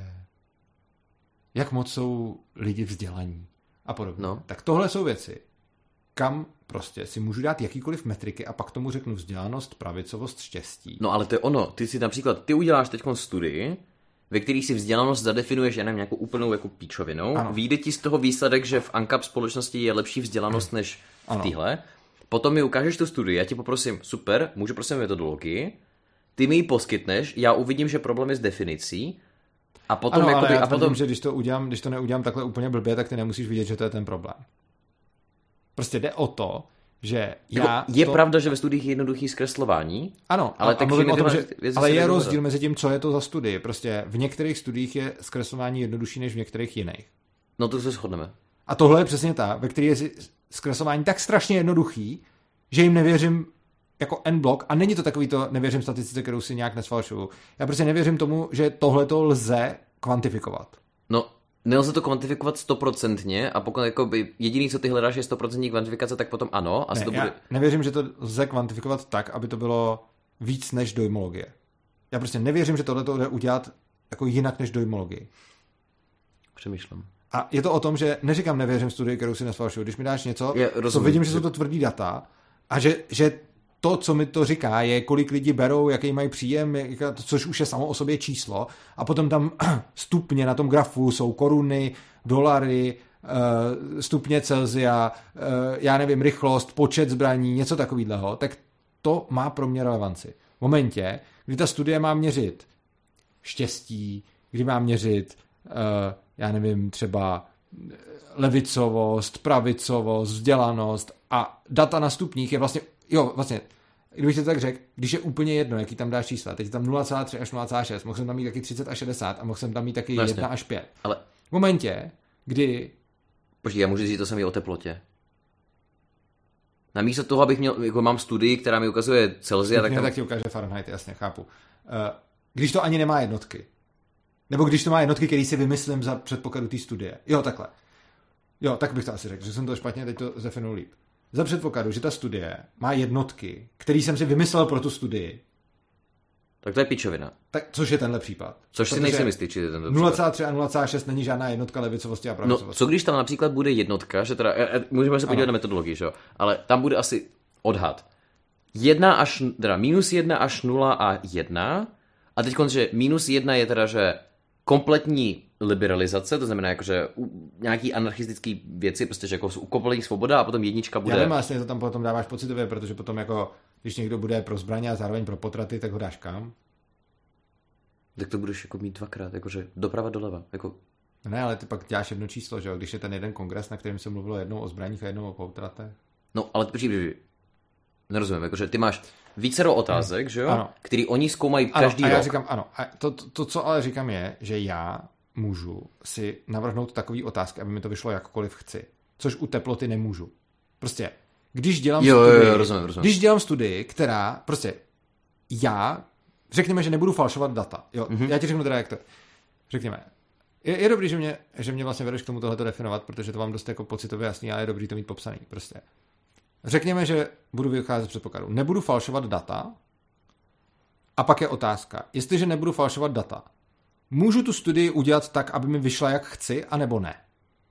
jak moc jsou lidi vzdělaní a podobně. No. Tak tohle jsou věci, kam prostě si můžu dát jakýkoliv metriky a pak tomu řeknu vzdělanost, pravicovost, štěstí. No ale to je ono. Ty si například, ty uděláš teď studii, ve který si vzdělanost zadefinuješ, já nevím, nějakou úplnou jako píčovinou. Ano. Vyjde ti z toho výsledek, že v ANCAP společnosti je lepší vzdělanost než v téhle. Potom mi ukážeš tu studii, já ti poprosím, super, můžu prosím metodologii, ty mi ji poskytneš, já uvidím, že problém je s definicí. A potom ano, jakoby, ale já a potom tvrdím, že když to udělám, když to neudělám takhle úplně blbě, tak ty nemusíš vidět, že to je ten problém. Prostě jde o to, že já... Jako je to... pravda, že ve studiích je jednoduchý zkreslování. Ano, ale, tak mluvím o tom, že, ale je rozdíl dohodat. mezi tím, co je to za studii. Prostě v některých studiích je zkreslování jednodušší než v některých jiných. No to se shodneme. A tohle je přesně ta, ve které je zkreslování tak strašně jednoduchý, že jim nevěřím jako n-blok, a není to takový to nevěřím statistice, kterou si nějak nesfalšuju. Já prostě nevěřím tomu, že tohleto lze kvantifikovat. No, nelze to kvantifikovat stoprocentně a pokud jakoby jediný, co ty hledáš, je stoprocentní kvantifikace, tak potom ano. Asi ne, to bude... Já nevěřím, že to lze kvantifikovat tak, aby to bylo víc než dojmologie. Já prostě nevěřím, že tohleto jde udělat jako jinak než dojmologii. Přemýšlím. A je to o tom, že neříkám nevěřím studii, kterou si nesfalšuju. Když mi dáš něco, je, rozumím, co vidím, že jsou to tvrdý data a že, že to, co mi to říká, je, kolik lidí berou, jaký mají příjem, což už je samo o sobě číslo. A potom tam stupně na tom grafu jsou koruny, dolary, stupně Celsia, já nevím, rychlost, počet zbraní, něco takového, tak to má pro mě relevanci. V momentě, kdy ta studie má měřit štěstí, kdy má měřit, já nevím, třeba levicovost, pravicovost, vzdělanost a data na stupních je vlastně, jo, vlastně, kdybych to tak řekl, když je úplně jedno, jaký tam dáš čísla, teď je tam nula celá tři až nula celá šest, mohl jsem tam mít taky třicet až šedesát a mohl jsem tam mít taky vlastně. jedna až pět. Ale... V momentě, kdy... Počkej, já můžu říct to samé o teplotě. Namísto toho, abych měl, jako mám studii, která mi ukazuje Celsia, tak tam... tak ti ukáže Fahrenheit, jasně, chápu. Když to ani nemá jednotky. Nebo když to má jednotky, který si vymyslím za předpokladu té studie. Jo, takhle. Jo, tak bych to asi řekl, že jsem to špatně, teď to zdefinuji líp. Za předpokladu, že ta studie má jednotky, který jsem si vymyslel pro tu studii. Tak to je pičovina. Tak, což je tenhle případ. Což si nejsem jistý, či je tenhle nula celá tři a nula celá šest není žádná jednotka levicovosti a pravicovosti. No, co když tam například bude jednotka, že teda, můžeme se podívat ano. na metodologii, že jo, ale tam bude asi odhad. Jedna až, teda minus jedna až nula a jedna, a teď že minus jedna je teda, že kompletní liberalizace, to znamená jakože nějaký anarchistický věci, prostě, že jako ukopalí svoboda a potom jednička bude... Já nevím, jestli to tam potom dáváš pocitově, protože potom jako, když někdo bude pro zbraně a zároveň pro potraty, tak ho dáš kam? Tak to budeš jako mít dvakrát, jakože doprava doleva, jako... Ne, ale ty pak děláš jedno číslo, že jo, když je ten jeden kongres, na kterém se mluvilo jednou o zbraních a jednou o potratech. No, ale počkej, nerozumím, jakože ty máš vícero otázek, hmm. že jo, ano. Který oni zkoumají ano, každý a rok. já říkám, ano, a to, to, to, co ale říkám je, že já můžu si navrhnout takový otázky, aby mi to vyšlo jakkoliv chci, což u teploty nemůžu. Prostě, když dělám jo, studii, jo, jo, rozumím, rozumím. když dělám studii, která, prostě, já, řekněme, že nebudu falšovat data, jo, mm-hmm. já ti řeknu teda, jak to, řekněme, je, je dobrý, že mě, že mě vlastně vedeš k tomu tohleto definovat, protože to vám dost jako pocitově jasný, ale je dobrý to mít popsaný, prostě. Řekněme, že budu vycházet z předpokladu. Nebudu falšovat data a pak je otázka. Jestliže nebudu falšovat data, můžu tu studii udělat tak, aby mi vyšla jak chci, anebo ne?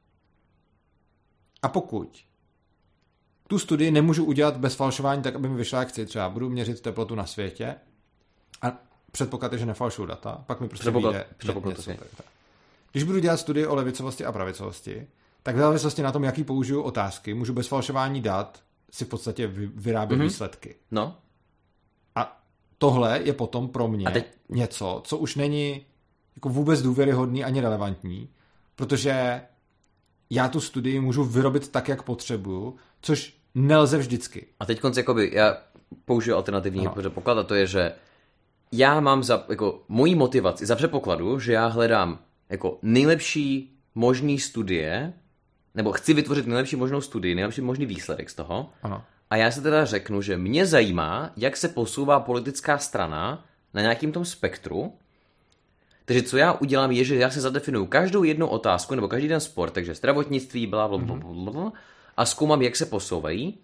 A pokud tu studii nemůžu udělat bez falšování tak, aby mi vyšla jak chci, třeba budu měřit teplotu na světě a předpoklad je, že nefalšuju data, pak mi prostě předpoklad, vyjde předpoklad něco. Když budu dělat studii o levicovosti a pravicovosti, tak v závislosti na tom, jaký použiju otázky, můžu bez falšování dat si v podstatě vyrábět mm-hmm. výsledky. No. A tohle je potom pro mě teď... něco, co už není jako vůbec důvěryhodný ani relevantní, protože já tu studii můžu vyrobit tak, jak potřebuju, což nelze vždycky. A teď konc, jakoby, já použiju alternativní předpoklad a to je, že já mám za, jako, mojí motivaci, za předpokladu, že já hledám jako nejlepší možný studie, nebo chci vytvořit nejlepší možnou studii, nejlepší možný výsledek z toho. Ano. A já se teda řeknu, že mě zajímá, jak se posouvá politická strana na nějakým tom spektru. Takže co já udělám je, že já se zadefinuju každou jednu otázku, nebo každý den sport, takže zdravotnictví, bla, bla, bla, bla, bla, a zkoumám, jak se posouvají.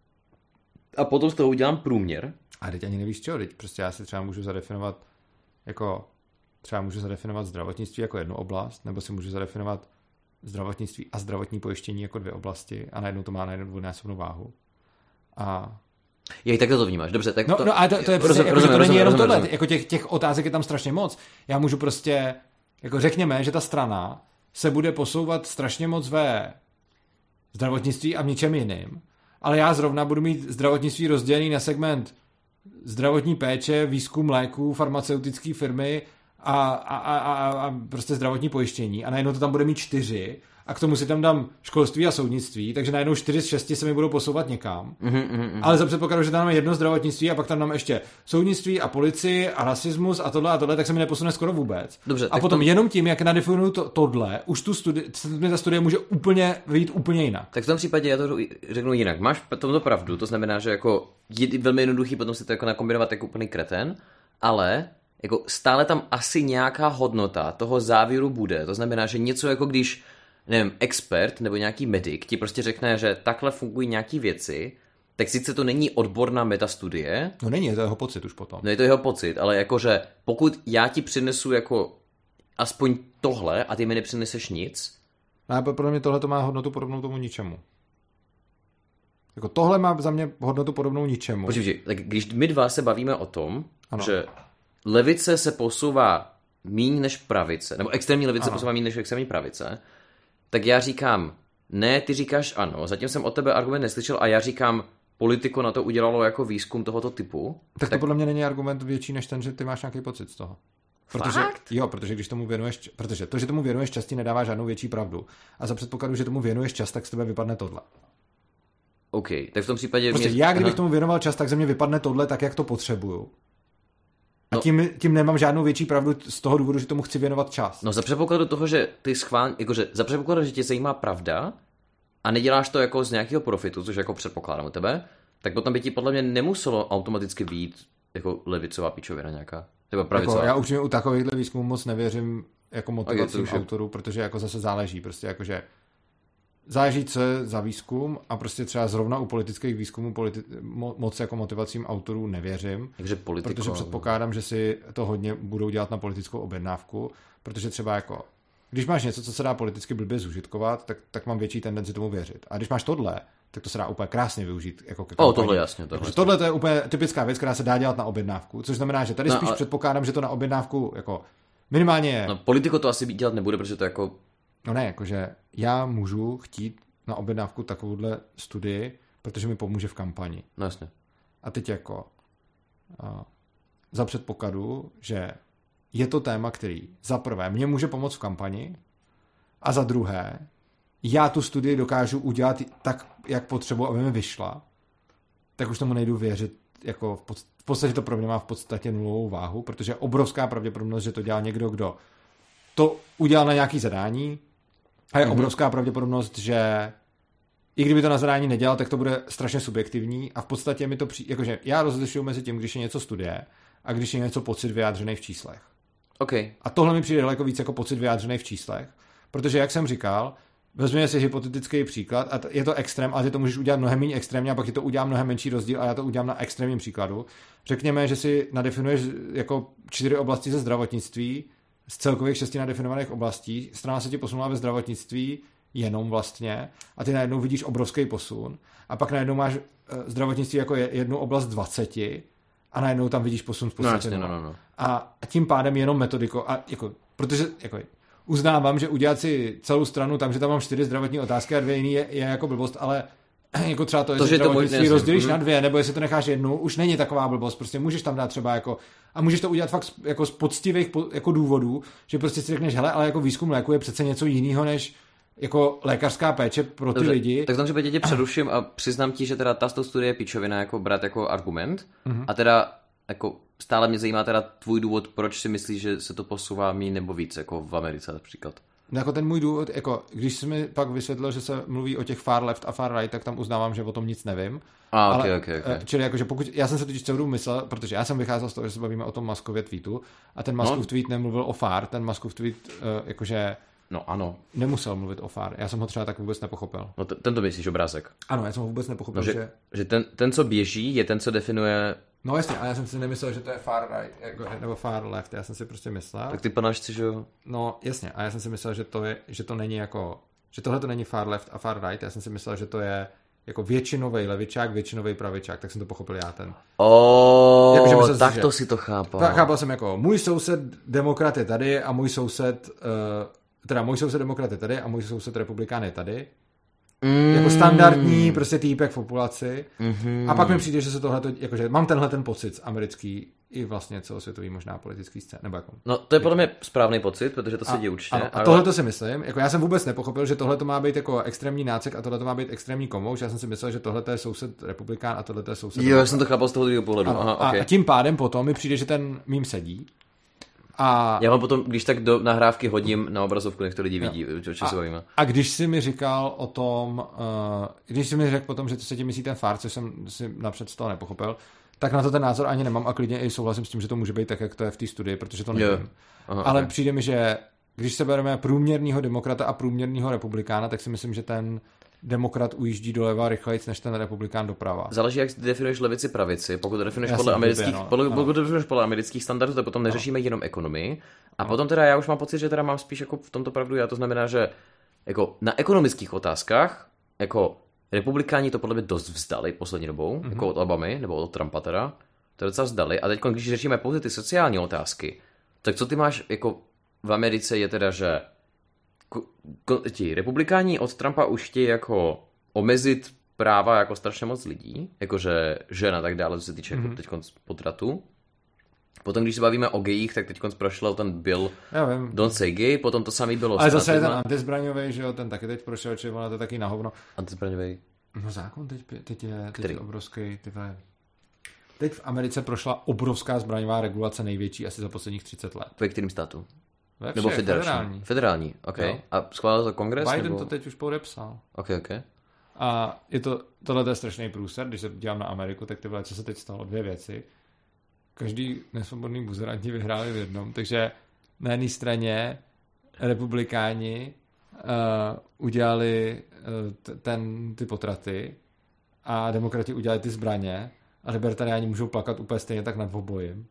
A potom z toho udělám průměr. A teď ani nevíš čo, teď prostě já si třeba můžu zadefinovat jako, třeba můžu zadefinovat zdravotnictví jako jednu oblast, nebo si můžu zadefinovat zdravotnictví a zdravotní pojištění jako dvě oblasti a najednou to má najednou dvojnásobnou váhu. A... Jak takhle to vnímáš, dobře. Tak no, to... no a to, to je přesně, rozum, jako, rozum, to rozum, není jenom rozum, tohle, rozum. jako těch, těch otázek je tam strašně moc. Já můžu prostě, jako řekněme, že ta strana se bude posouvat strašně moc ve zdravotnictví a v ničem jiným, ale já zrovna budu mít zdravotnictví rozdělený na segment zdravotní péče, výzkum léků, farmaceutické firmy a, a, a, a, a prostě zdravotní pojištění a najednou to tam bude mít čtyři a k tomu si tam dám školství a soudnictví, takže najednou čtyři z šesti se mi budou posouvat někam. Mm-hmm, mm-hmm. Ale za předpokladu, že tam máme jedno zdravotnictví a pak tam máme ještě soudnictví a policii a rasismus a tohle a tohle, tak se mi neposune skoro vůbec. Dobře, a potom to... jenom tím, jak nadefinuju to, tohle, už tu studi- ta studie může úplně vyjít úplně jinak. Tak v tom případě já to řeknu jinak. Máš v tomto pravdu, to znamená, že jako je velmi jednoduchý potom si to jako nakombinovat jako úplný kreten, ale jako stále tam asi nějaká hodnota toho závěru bude. To znamená, že něco jako když nevím, expert nebo nějaký medic ti prostě řekne, že takhle fungují nějaký věci, tak sice to není odborná metastudie. No není, je to jeho pocit už potom. No je to jeho pocit, ale jakože pokud já ti přinesu jako aspoň tohle a ty mi nepřineseš nic. No, podle mě tohle to má hodnotu podobnou tomu ničemu. Jako tohle má za mě hodnotu podobnou ničemu. Počkej, tak když my dva se bavíme o tom, ano. že levice se posouvá míň než pravice, nebo extrémní levice se posouvá míň než extrémní pravice, tak já říkám, ne, ty říkáš ano, zatím jsem od tebe argument neslyšel a já říkám, Politico na to udělalo jako výzkum tohoto typu. Tak, tak to podle mě není argument větší než ten, že ty máš nějaký pocit z toho. Protože, Fakt? Jo, protože když tomu věnuješ, protože to, že tomu věnuješ čas, ti nedává žádnou větší pravdu. A za předpokladu, že tomu věnuješ čas, tak z tebe vypadne tohle. OK, tak v tom případě... Prostě mě... já, kdybych Aha. tomu věnoval čas, tak ze mě vypadne tohle tak, jak to potřebuju. A no, tím, tím nemám žádnou větší pravdu z toho důvodu, že tomu chci věnovat čas. No za předpokladu toho, že ty schválně, jakože za předpokladu, že tě zajímá pravda a neděláš to jako z nějakého profitu, což jako předpokládám u tebe, tak potom by ti podle mě nemuselo automaticky být jako levicová píčovina nějaká. Třeba pravicová. Jako, já určitě u takovýchhle výzkumů moc nevěřím jako motivacím okay, autorů, protože jako zase záleží. Prostě jakože záleží, co je za výzkum a prostě třeba zrovna u politických výzkumů politi- mo- moc jako motivacím autorů nevěřím. Takže Politico, protože předpokládám, že si to hodně budou dělat na politickou objednávku, protože třeba jako když máš něco, co se dá politicky blbě zužitkovat, tak, tak mám větší tendenci tomu věřit. A když máš tohle, tak to se dá úplně krásně využít. Jako o, tohle jasně. Tohle, jasně. tohle to je úplně typická věc, která se dá dělat na objednávku, což znamená, že tady no, spíš ale... předpokládám, že to na objednávku jako Minimálně... No politiko to asi dělat nebude, protože to jako... No ne, jakože já můžu chtít na objednávku takovouhle studii, protože mi pomůže v kampani. No jasně. A teď jako uh, za předpokladu, že je to téma, který za prvé mě může pomoct v kampani a za druhé já tu studii dokážu udělat tak, jak potřebuji, aby mi vyšla, tak už tomu nejdu věřit. Jako v, pod, v podstatě to pro mě má v podstatě nulovou váhu, protože je obrovská pravděpodobnost, že to dělá někdo, kdo to udělal na nějaký zadání a je mm-hmm. obrovská pravděpodobnost, že i kdyby to na zadání nedělal, tak to bude strašně subjektivní a v podstatě mi to přijde, jakože já rozlišuju mezi tím, když je něco studie a když je něco pocit vyjádřený v číslech. Okay. A tohle mi přijde daleko víc jako pocit vyjádřený v číslech, protože jak jsem říkal, vezměme si hypotetický příklad a je to extrém, ale ty to můžeš udělat mnohem méně extrémně a pak ti to udělám mnohem menší rozdíl a já to udělám na extrémním příkladu. Řekněme, že si nadefinuješ jako čtyři oblasti ze zdravotnictví z celkových šesti nadefinovaných oblastí, strana se ti posunula ve zdravotnictví jenom vlastně a ty najednou vidíš obrovský posun a pak najednou máš zdravotnictví jako jednu oblast dvaceti a najednou tam vidíš posun v podstatě. No, no, no, no. A tím pádem jenom metodiko a jako, protože jako uznávám, že udělat si celou stranu tam, že tam mám čtyři zdravotní otázky a dvě jiný je, je jako blbost, ale jako třeba to, to jestli zdravotnictví to rozdělíš mm. na dvě, nebo jestli to necháš jednu, už není taková blbost, prostě můžeš tam dát třeba jako, a můžeš to udělat fakt jako z poctivých jako důvodů, že prostě si řekneš, hele, ale jako výzkum léku je přece něco jiného, než jako lékařská péče pro ty Dobře, lidi. Tak v tom případě tě přeruším a přiznám ti, že teda ta studie je píčovina jako brát jako argument mm. a teda jako stále mě zajímá teda tvůj důvod, proč si myslíš, že se to posouvá méně nebo víc, jako v Americe například. Jako ten můj důvod, jako když jsi mi pak vysvětlil, že se mluví o těch far left a far right, tak tam uznávám, že o tom nic nevím. A, ale, okay, okay, okay. Čili jakože pokud, já jsem se totiž celou dobu myslel, protože já jsem vycházel z toho, že se bavíme o tom Muskově tweetu a ten Muskův no. tweet nemluvil o far, ten Muskův tweet uh, jakože no ano. Nemusel mluvit o far, já jsem ho třeba tak vůbec nepochopil. No t- tento myslíš obrázek. Ano, já jsem ho vůbec nepochopil, no, že, že... že ten, ten, co běží, je ten, co definuje... No jasně, ale já jsem si nemyslel, že to je far right, jako, nebo far left, já jsem si prostě myslel. Tak ty panáš si, že jo? No jasně, a já jsem si myslel, že to je, že to není jako, že tohle to není far left a far right, já jsem si myslel, že to je jako většinový levičák, většinový pravičák, tak jsem to pochopil já ten. Oh, jako, myslel, tak si, to si to chápal. Tak chápal jsem jako, můj soused demokrat je tady a můj soused, uh, teda můj soused demokrat je tady a můj soused republikán je tady. Mm. Jako standardní prostě týpek v populaci. Mm-hmm. A pak mi přijde, že se tohle, jakože mám tenhle ten pocit z americký i vlastně celosvětový možná politický scén. Nebo jako, no to je podle mě správný pocit, protože to se děje určitě. Ano, a tohle to si myslím, jako já jsem vůbec nepochopil, že tohle to má být jako extrémní nácek a tohle to má být extrémní komouš. Já jsem si myslel, že tohle je soused republikán a tohle je soused. Jo, já jsem to chápal z toho druhého pohledu. Aha, a, okay. a tím pádem potom mi přijde, že ten mím sedí. A... Já vám potom, když tak do nahrávky hodím na obrazovku, nech to lidi vidí, o čem se bavíme. A když jsi mi říkal o tom, uh, když jsi mi řekl potom, že to se ti myslí ten fár, což jsem si napřed z toho nepochopil, tak na to ten názor ani nemám a klidně i souhlasím s tím, že to může být tak, jak to je v té studii, protože to nevím. Aha, ale okay. Přijde mi, že když se bereme průměrného demokrata a průměrného republikána, tak si myslím, že ten demokrat ujíždí doleva rychlejc než ten republikán doprava. Záleží, jak definuješ levici, pravici. Pokud to definuješ podle amerických, no, podle, pokud to definuješ podle amerických standardů, tak potom neřešíme no. jenom ekonomii. A no. potom teda já už mám pocit, že teda mám spíš jako v tomto pravdu, já to znamená, že jako na ekonomických otázkách, jako republikáni to podle mě dost vzdali poslední dobou, mm-hmm. jako od Obamy, nebo od Trumpa teda, to docela vzdali. A teď, když řešíme pouze ty sociální otázky, tak co ty máš jako v Americe je teda, že ti republikáni od Trumpa už chtějí jako omezit práva jako strašně moc lidí, jakože žen a tak dále, co se týče mm-hmm. jako teď potratu. Potom, když se bavíme o gejích, tak teď prošel ten bill Don't Say Gay, potom to samý bylo. Ale zase je ten antizbraňový, že jo, ten taky teď prošel, či ono to taky na hovno. Antizbraňový? No zákon teď, teď, je, teď je obrovský, ty vole. Teď v Americe prošla obrovská zbraňová regulace, největší asi za posledních třicet let. Ve kterým státu? Ve všech, nebo federační? Federální. Federální, ok. Jo. A schválil to kongres? Biden nebo... to teď už podepsal. Ok, ok. A je to, tohle je strašný průser, když se dělám na Ameriku, tak ty vole, co se teď stalo? Dvě věci. Každý nesvobodný buzeranti vyhráli v jednom, takže na jedné straně republikáni uh, udělali uh, t- ten, ty potraty a demokrati udělali ty zbraně a libertariáni můžou plakat úplně stejně tak nad obojím.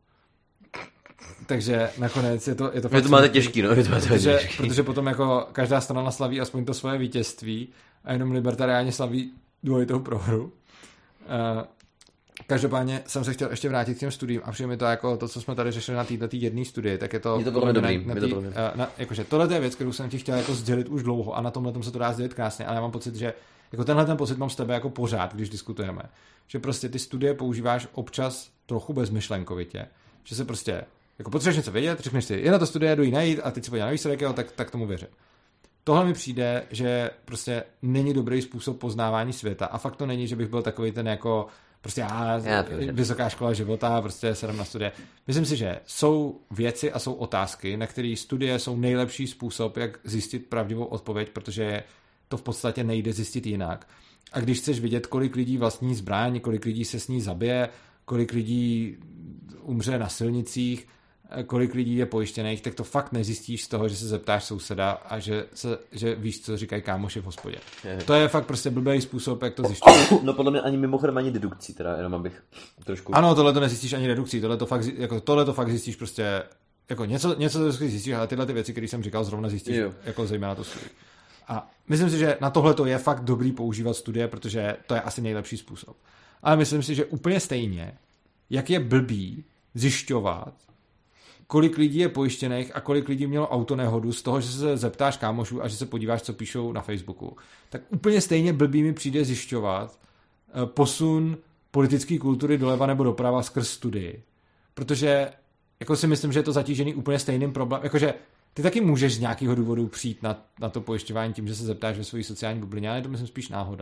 Takže nakonec je to je to fakt... to máte těžký, no. Je to máte protože, těžký. Protože potom jako každá strana slaví aspoň to svoje vítězství a jenom libertariáni slaví dvojitou prohru. Uh, Každopádně jsem se chtěl ještě vrátit k těm studiím a přijde mi to jako to, co jsme tady řešili na této jedné studii, tak je to... Je to velmi dobrý. Na, na tý, na, jakože tohle je věc, kterou jsem ti chtěl jako sdělit už dlouho a na tomhle tom se to dá sdělit krásně, ale já mám pocit, že jako tenhle ten pocit mám z tebe jako pořád, když diskutujeme. Že prostě ty studie používáš občas trochu bezmyšlenkovitě, že se prostě jako potřebuješ něco vědět, řekneš si, je na to studie, jdu jí najít a teď si podívám na výsledek, jo, tak, tak tomu věřím. Tohle mi přijde, že prostě není dobrý způsob poznávání světa a fakt to není, že bych byl takový ten jako prostě já, já vysoká škola života, prostě sedem na studie. Myslím si, že jsou věci a jsou otázky, na které studie jsou nejlepší způsob, jak zjistit pravdivou odpověď, protože to v podstatě nejde zjistit jinak. A když chceš vidět, kolik lidí vlastní zbraň, kolik lidí se s ní zabije, kolik lidí umře na silnicích, kolik lidí je pojištěných, tak to fakt nezjistíš z toho, že se zeptáš souseda a že, se, že víš, co říkají kámoši v hospodě. Je. To je fakt prostě blbý způsob, jak to zjišťuješ. No podle mě ani mimochodem ani dedukcí, teda jenom abych trošku... Ano, tohle to nezjistíš ani dedukcí, tohle to fakt, jako, tohle to fakt zjistíš prostě, jako něco, něco zjistíš, ale tyhle ty věci, které jsem říkal, zrovna zjistíš, jo. Jako zejména to studii. A myslím si, že na tohle to je fakt dobrý používat studie, protože to je asi nejlepší způsob. Ale myslím si, že úplně stejně, jak je blbý zjišťovat, kolik lidí je pojištěných a kolik lidí mělo autonehodu z toho, že se zeptáš kámošů a že se podíváš, co píšou na Facebooku, tak úplně stejně blbý mi přijde zjišťovat posun politické kultury doleva nebo doprava skrz studii. Protože jako si myslím, že je to zatížený úplně stejným problémem. Jakože ty taky můžeš z nějakého důvodu přijít na, na to pojišťování tím, že se zeptáš ve své sociální bublině, ale je to myslím spíš náhoda.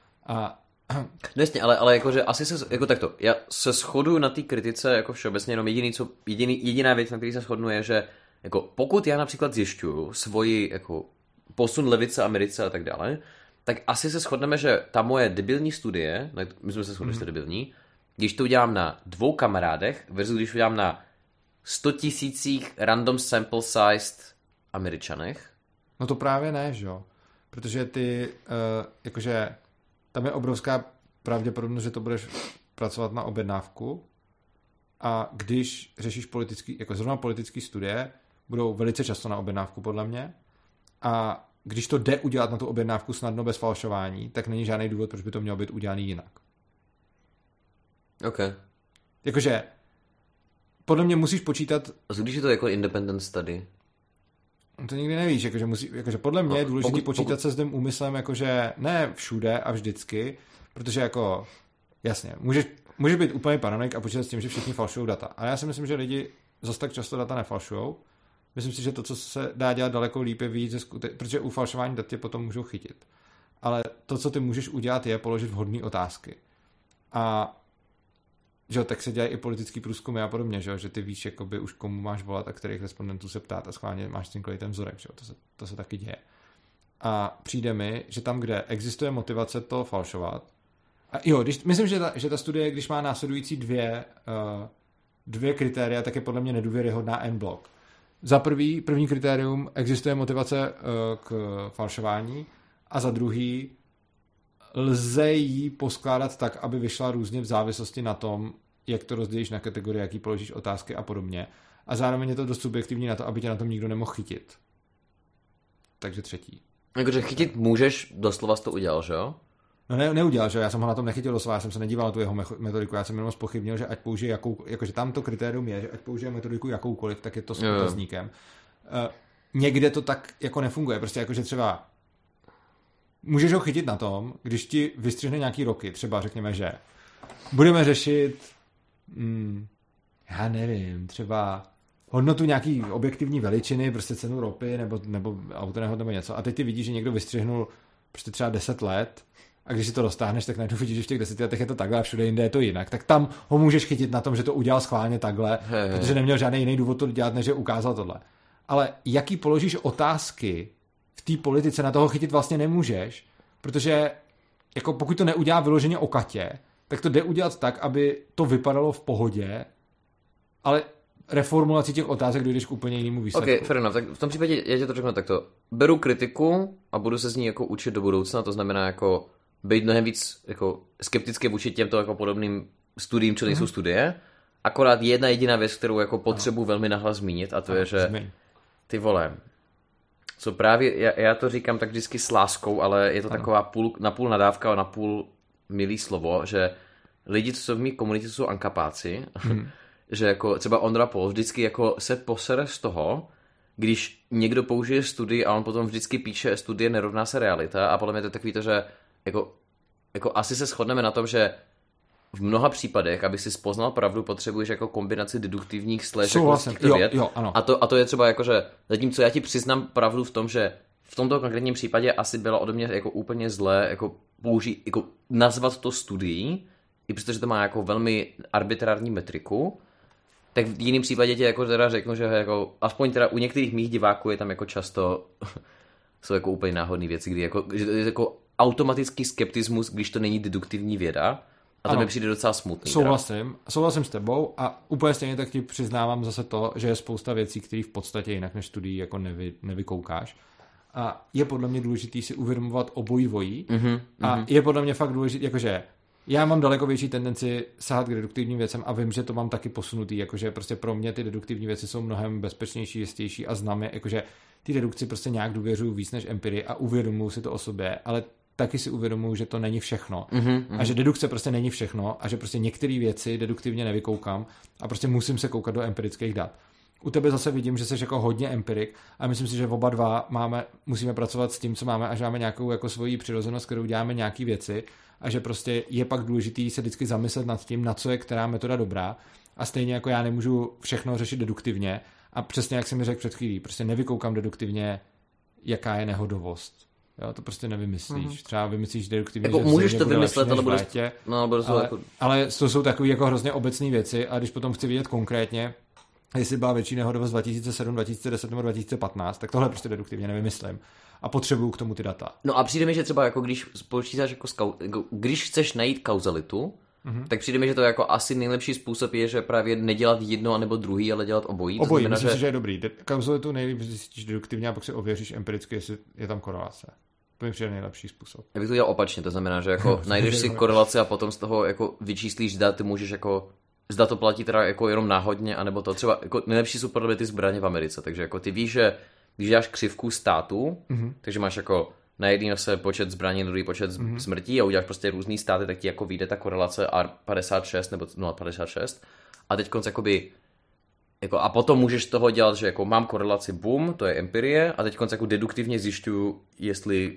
A no jasně, ale, ale jakože asi se, jako takto, já se shoduju na té kritice jako všeobecně, jenom jediný, co, jediný, jediná věc, na který se shodnu je, že jako pokud já například zjišťuju svoji jako posun levice, Americe a tak dále, tak asi se shodneme, že ta moje debilní studie, my jsme se shodli, že to debilní, když to udělám na dvou kamarádech versus když to udělám na sto tisících random sample sized Američanech. No to právě ne, že jo? Protože ty, uh, jakože tam je obrovská pravděpodobnost, že to budeš pracovat na objednávku a když řešíš politický, jako zrovna politické studie, budou velice často na objednávku podle mě a když to jde udělat na tu objednávku snadno bez falšování, tak není žádný důvod, proč by to mělo být udělaný jinak. OK. Jakože podle mě musíš počítat... A když je to jako independent study? To nikdy nevíš, jakože, musí, jakože podle mě je důležité pokud, počítat pokud... se s tím úmyslem, jakože ne všude a vždycky, protože jako, jasně, můžeš, můžeš být úplně paranoik a počítat s tím, že všichni falšují data. Ale já si myslím, že lidi zase tak často data nefalšujou. Myslím si, že to, co se dá dělat daleko líp, je víc, protože u falšování dat tě potom můžou chytit. Ale to, co ty můžeš udělat, je položit vhodné otázky. A že jo, tak se dělají i politický průzkumy a podobně, že jo, že ty víš, jakoby už komu máš volat a kterých respondentů se ptát a schválně máš tím ten vzorek, že jo, to se, to se taky děje. A přijde mi, že tam, kde existuje motivace to falšovat, a jo, když, myslím, že ta, že ta studie, když má následující dvě, uh, dvě kritéria, tak je podle mě nedůvěryhodná en-bloc. Za prvý, první kritérium, existuje motivace uh, k falšování a za druhý, lze ji poskládat tak, aby vyšla různě v závislosti na tom, jak to rozdělíš na kategorie, jaký položíš otázky a podobně. A zároveň je to dost subjektivní na to, aby tě na tom nikdo nemohl chytit. Takže třetí. Jakože chytit můžeš, doslova jsi to udělal, že jo? No ne, neudělal, že jo? Já jsem ho na tom nechytil doslova, já jsem se nedíval na tu jeho metodiku, já jsem jenom zpochybnil, že ať použije jakou, jakože tam to kritérium je, že ať použije metodiku jakoukoliv, tak je to s otazníkem. Uh, někde to tak jako nefunguje, prostě jakože třeba můžeš ho chytit na tom, když ti vystřihne nějaký roky, třeba řekněme, že budeme řešit, hmm, já nevím, třeba hodnotu nějaký objektivní veličiny, prostě cenu ropy nebo, nebo autonehod nebo něco. A teď ty vidíš, že někdo vystřihnul prostě třeba deset let a když si to roztáhneš, tak najednou vidíš, že v těch deseti letech je to takhle a všude jinde je to jinak. Tak tam ho můžeš chytit na tom, že to udělal schválně takhle, he, he. Protože neměl žádný jiný důvod to dělat, než že ukázal tohle. Ale jaký položíš otázky v té politice, na toho chytit vlastně nemůžeš, protože jako pokud to neudělá vyloženě o Katě, tak to jde udělat tak, aby to vypadalo v pohodě, ale reformulací těch otázek dojdeš k úplně jinému výsledku. Ok, fair enough. Tak v tom případě já tě to řeknu takto. Beru kritiku a budu se z ní jako učit do budoucna, to znamená jako být mnohem víc jako skepticky vůči těmto jako podobným studiím, co nejsou mm-hmm. studie. Akorát jedna jediná věc, kterou jako potřebuji velmi nahlas zmínit, a to ano, je, že změň. Ty vole, co právě, já, já to říkám tak vždycky s láskou, ale je to ano. taková půl, napůl nadávka a napůl milý slovo, že lidi, co jsou v mý komunitě, jsou ankapáci, hmm. že jako třeba Ondra Pol vždycky jako se posere z toho, když někdo použije studii a on potom vždycky píše studie nerovná se realita a podle mě to je takový to, že jako, jako asi se shodneme na tom, že v mnoha případech, aby si spoznal pravdu, potřebuješ jako kombinaci deduktivních slash jako těchto věd. Jo, ano. A, to, a to je třeba jako, že zatímco já ti přiznám pravdu v tom, že v tomto konkrétním případě asi bylo ode mě jako úplně zlé jako použít, jako nazvat to studií, i přestože to má jako velmi arbitrární metriku, tak v jiném případě ti jako teda řeknu, že jako, aspoň teda u některých mých diváků je tam jako často jsou jako úplně náhodné věci, kdy jako, že je jako automatický skeptismus, když to není deduktivní věda. A to ano, mi přijde docela smutný. Souhlasím, teda. souhlasím s tebou a úplně stejně tak ti přiznávám zase to, že je spousta věcí, které v podstatě jinak než studií jako nevy, nevykoukáš. A je podle mě důležitý si uvědomovat obojí dvojí. Mm-hmm, a mm-hmm. je podle mě fakt důležitý, jakože já mám daleko větší tendenci sahat k deduktivním věcem a vím, že to mám taky posunutý, jakože prostě pro mě ty deduktivní věci jsou mnohem bezpečnější, jistější a znám je, jakože ty dedukci prostě nějak důvěřuju víc než empirii a uvědomuji si to o sobě, ale taky si uvědomuji, že to není všechno. Mm-hmm. A že dedukce prostě není všechno a že prostě některé věci deduktivně nevykoukám a prostě musím se koukat do empirických dat. U tebe zase vidím, že jsi jako hodně empirik a myslím si, že oba dva máme, musíme pracovat s tím, co máme a že máme nějakou jako svoji přirozenost, kterou děláme nějaký věci a že prostě je pak důležitý se vždycky zamyslet nad tím, na co je která metoda dobrá a stejně jako já nemůžu všechno řešit deduktivně a přesně jak jsem mi řekl před chvílí, prostě nevykoukám deduktivně, jaká je nehodovost. Jo, to prostě nevymyslíš. Mm-hmm. Třeba vymyslíš deduktivně, jako že můžeš to vymyslet, ale budeš, létě, no, budeš ale, jako... ale to jsou takové jako hrozně obecné věci a když potom chci vidět konkrétně, jestli byla větší nehodovost dva tisíce sedm, dva tisíce deset nebo dva tisíce patnáct, tak tohle prostě deduktivně nevymyslím. A potřebuju k tomu ty data. No a přijde mi, že třeba jako když spočítáš jako, skau... jako když chceš najít kauzalitu, mm-hmm. tak přijde mi, že to jako asi nejlepší způsob je, že právě nedělat jedno anebo druhý, ale dělat obojí. Obojí, myslím že... si, že je dobrý. Kauzalitu nejlíp zjistíš deduktivně a pak si ověříš empiricky, jestli je tam korelace. To mi přijde nejlepší způsob. Já bych to dělal opačně, to znamená, že jako najdeš si korelaci a potom z toho jako vyčíslíš, zda ty můžeš jako, zda to platí teda jako jenom náhodně, anebo to třeba, jako nejlepší jsou podle mě ty zbraně v Americe, takže jako ty víš, že když děláš křivku státu, mm-hmm. takže máš jako na jedný se počet zbraní, na druhý počet mm-hmm. smrtí a uděláš prostě různý státy, tak ti jako vyjde ta korelace R padesát šest nebo nula padesát šest a teď konc jakoby jako, a potom můžeš toho dělat, že jako mám korelaci boom, to je empirie a teď konc jako deduktivně zjišťuju, jestli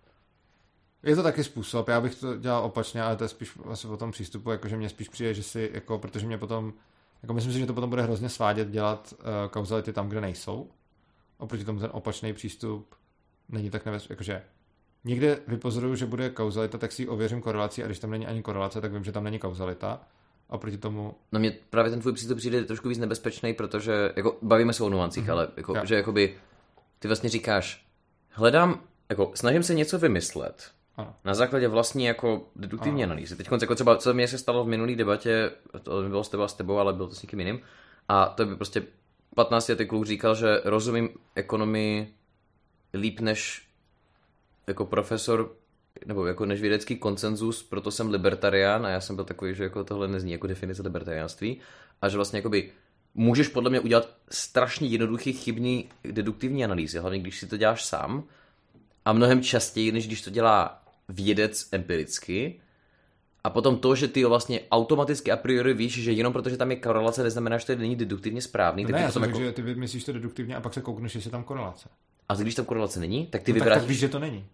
je to taky způsob, já bych to dělal opačně, ale to je spíš asi o tom přístupu, jakože mě spíš přijde, že si, jako, protože mě potom, jako myslím si, že to potom bude hrozně svádět dělat uh, kauzality tam, kde nejsou. Oproti tomu ten opačný přístup není tak nebezpečný, jakože někde vypozoruju, že bude kauzalita, tak si ji ověřím korelací a když tam není ani korelace, tak vím, že tam není kauzalita. A proti tomu... No mě právě ten tvůj přístup přijde trošku víc nebezpečný, protože jako bavíme se o nuancích, mm-hmm. ale jako, že jakoby ty vlastně říkáš, hledám, jako snažím se něco vymyslet, ano. Na základě vlastní jako deduktivní ano. analýzy. Teď jako třeba, co mě se stalo v minulý debatě, to nebylo s tebou a s tebou, ale bylo to s někým jiným. A to by prostě patnáctiletý kluk říkal, že rozumím ekonomii líp než jako profesor, nebo jako než vědecký konsenzus, proto jsem libertarián a já jsem byl takový, že jako tohle nezní jako definice libertariánství. A že vlastně jakoby můžeš podle mě udělat strašně jednoduchý chybný deduktivní analýzy, hlavně když si to děláš sám. A mnohem častěji, než když to dělá vědec empiricky. A potom to, že ty vlastně automaticky a priori víš, že jenom protože tam je korelace, neznamená, že to není deduktivně správný. No ne, já jsem jako... že ty vymyslíš to deduktivně a pak se koukneš, jestli je tam korelace. A když tam korelace není, tak ty no vyvrátíš... Tak, tak víš, že to není.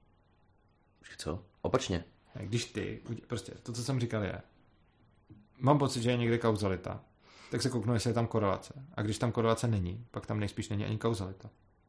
Co? Opačně. Když ty, prostě to, co jsem říkal je, mám pocit, že je někde kauzalita, tak se kouknu, jestli je tam korelace. A když tam korelace není, pak tam nejspíš není ani kauzalita.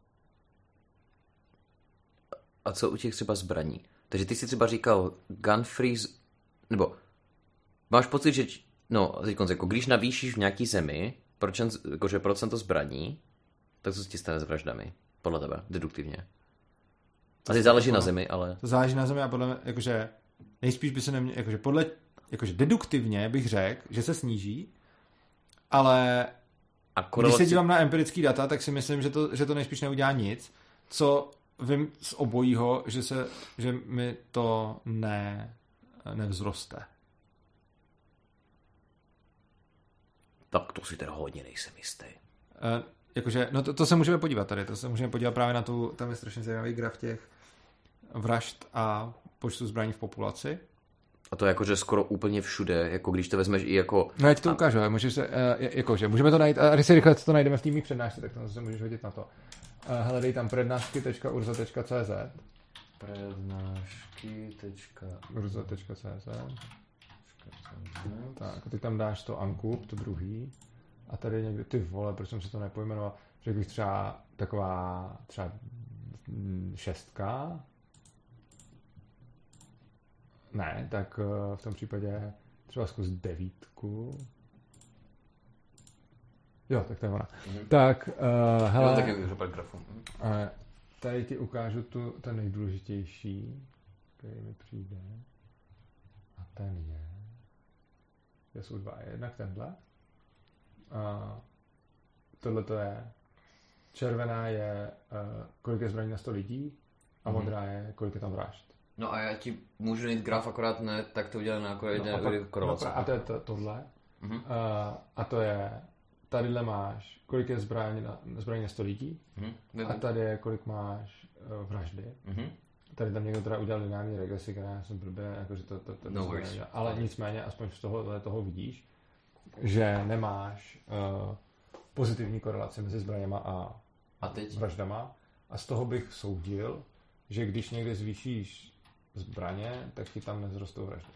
A co u těch třeba zbraní? Takže ty jsi třeba říkal gun freeze, nebo máš pocit, že no, teď konce, jako když navýšíš v nějaký zemi procent, jakože procento zbraní, tak co se ti stane s vraždami? Podle tebe, deduktivně. Asi záleží na zemi, ale... To záleží na zemi a podle mě, jakože nejspíš by se neměl, jakože podle, jakože deduktivně bych řekl, že se sníží, ale a korelaci... když se dívám na empirický data, tak si myslím, že to, že to nejspíš neudělá nic, co vím z obojího, že, se, že mi to ne, nevzroste. Tak to si teda hodně nejsem jistý. Uh, jakože, no to, to se můžeme podívat tady, to se můžeme podívat právě na tu, tam je strašně zajímavý graf těch vražd a počtu zbraní v populaci. A to je jakože skoro úplně všude, jako když to vezmeš i jako... No já ti to ukážu, ale můžeš se, uh, jakože, můžeme to najít, a když si rychle to najdeme v té mý přednášce, tak to se můžeš hodit na to. Uh, hele, dej tam prednášky tečka urza tečka cé zet Prednášky tečka urza tečka cé zet Tak, ty tam dáš to Ankup, to druhý. A tady někde, ty vole, proč jsem se to nepojmenoval, řekl bych třeba taková, třeba šestka. Ne, tak v tom případě třeba zkus devítku. Jo, tak to je ona. Mm-hmm. Tak, uh, hele. Jo, taky vyhřepat grafu. Uh, tady ti ukážu tu, ten nejdůležitější, který mi přijde. A ten je... Je jsou dva. Jednak tenhle. Uh, tohle to je... Červená je, uh, kolik je zbraní na sto lidí a mm-hmm. modrá je, kolik je tam vražd. No a já ti můžu najít graf, akorát ne, tak to udělám na jako jedné no korelace. No a to je to, tohle. Mm-hmm. Uh, a to je, tadyhle máš, kolik je zbraní na, zbraní na sto lidí mm-hmm. a tady je, kolik máš uh, vraždy. Mm-hmm. Tady tam někdo teda udělal lineární regresi, která já jsem blbě, jakože to, to, to, to no nedělal. Ale nicméně, aspoň z toho, toho vidíš, že nemáš uh, pozitivní korelaci mezi zbraněma a, a teď? vraždama. A z toho bych soudil, že když někde zvýšíš zbraně, tak ti tam nezrostou vraždy.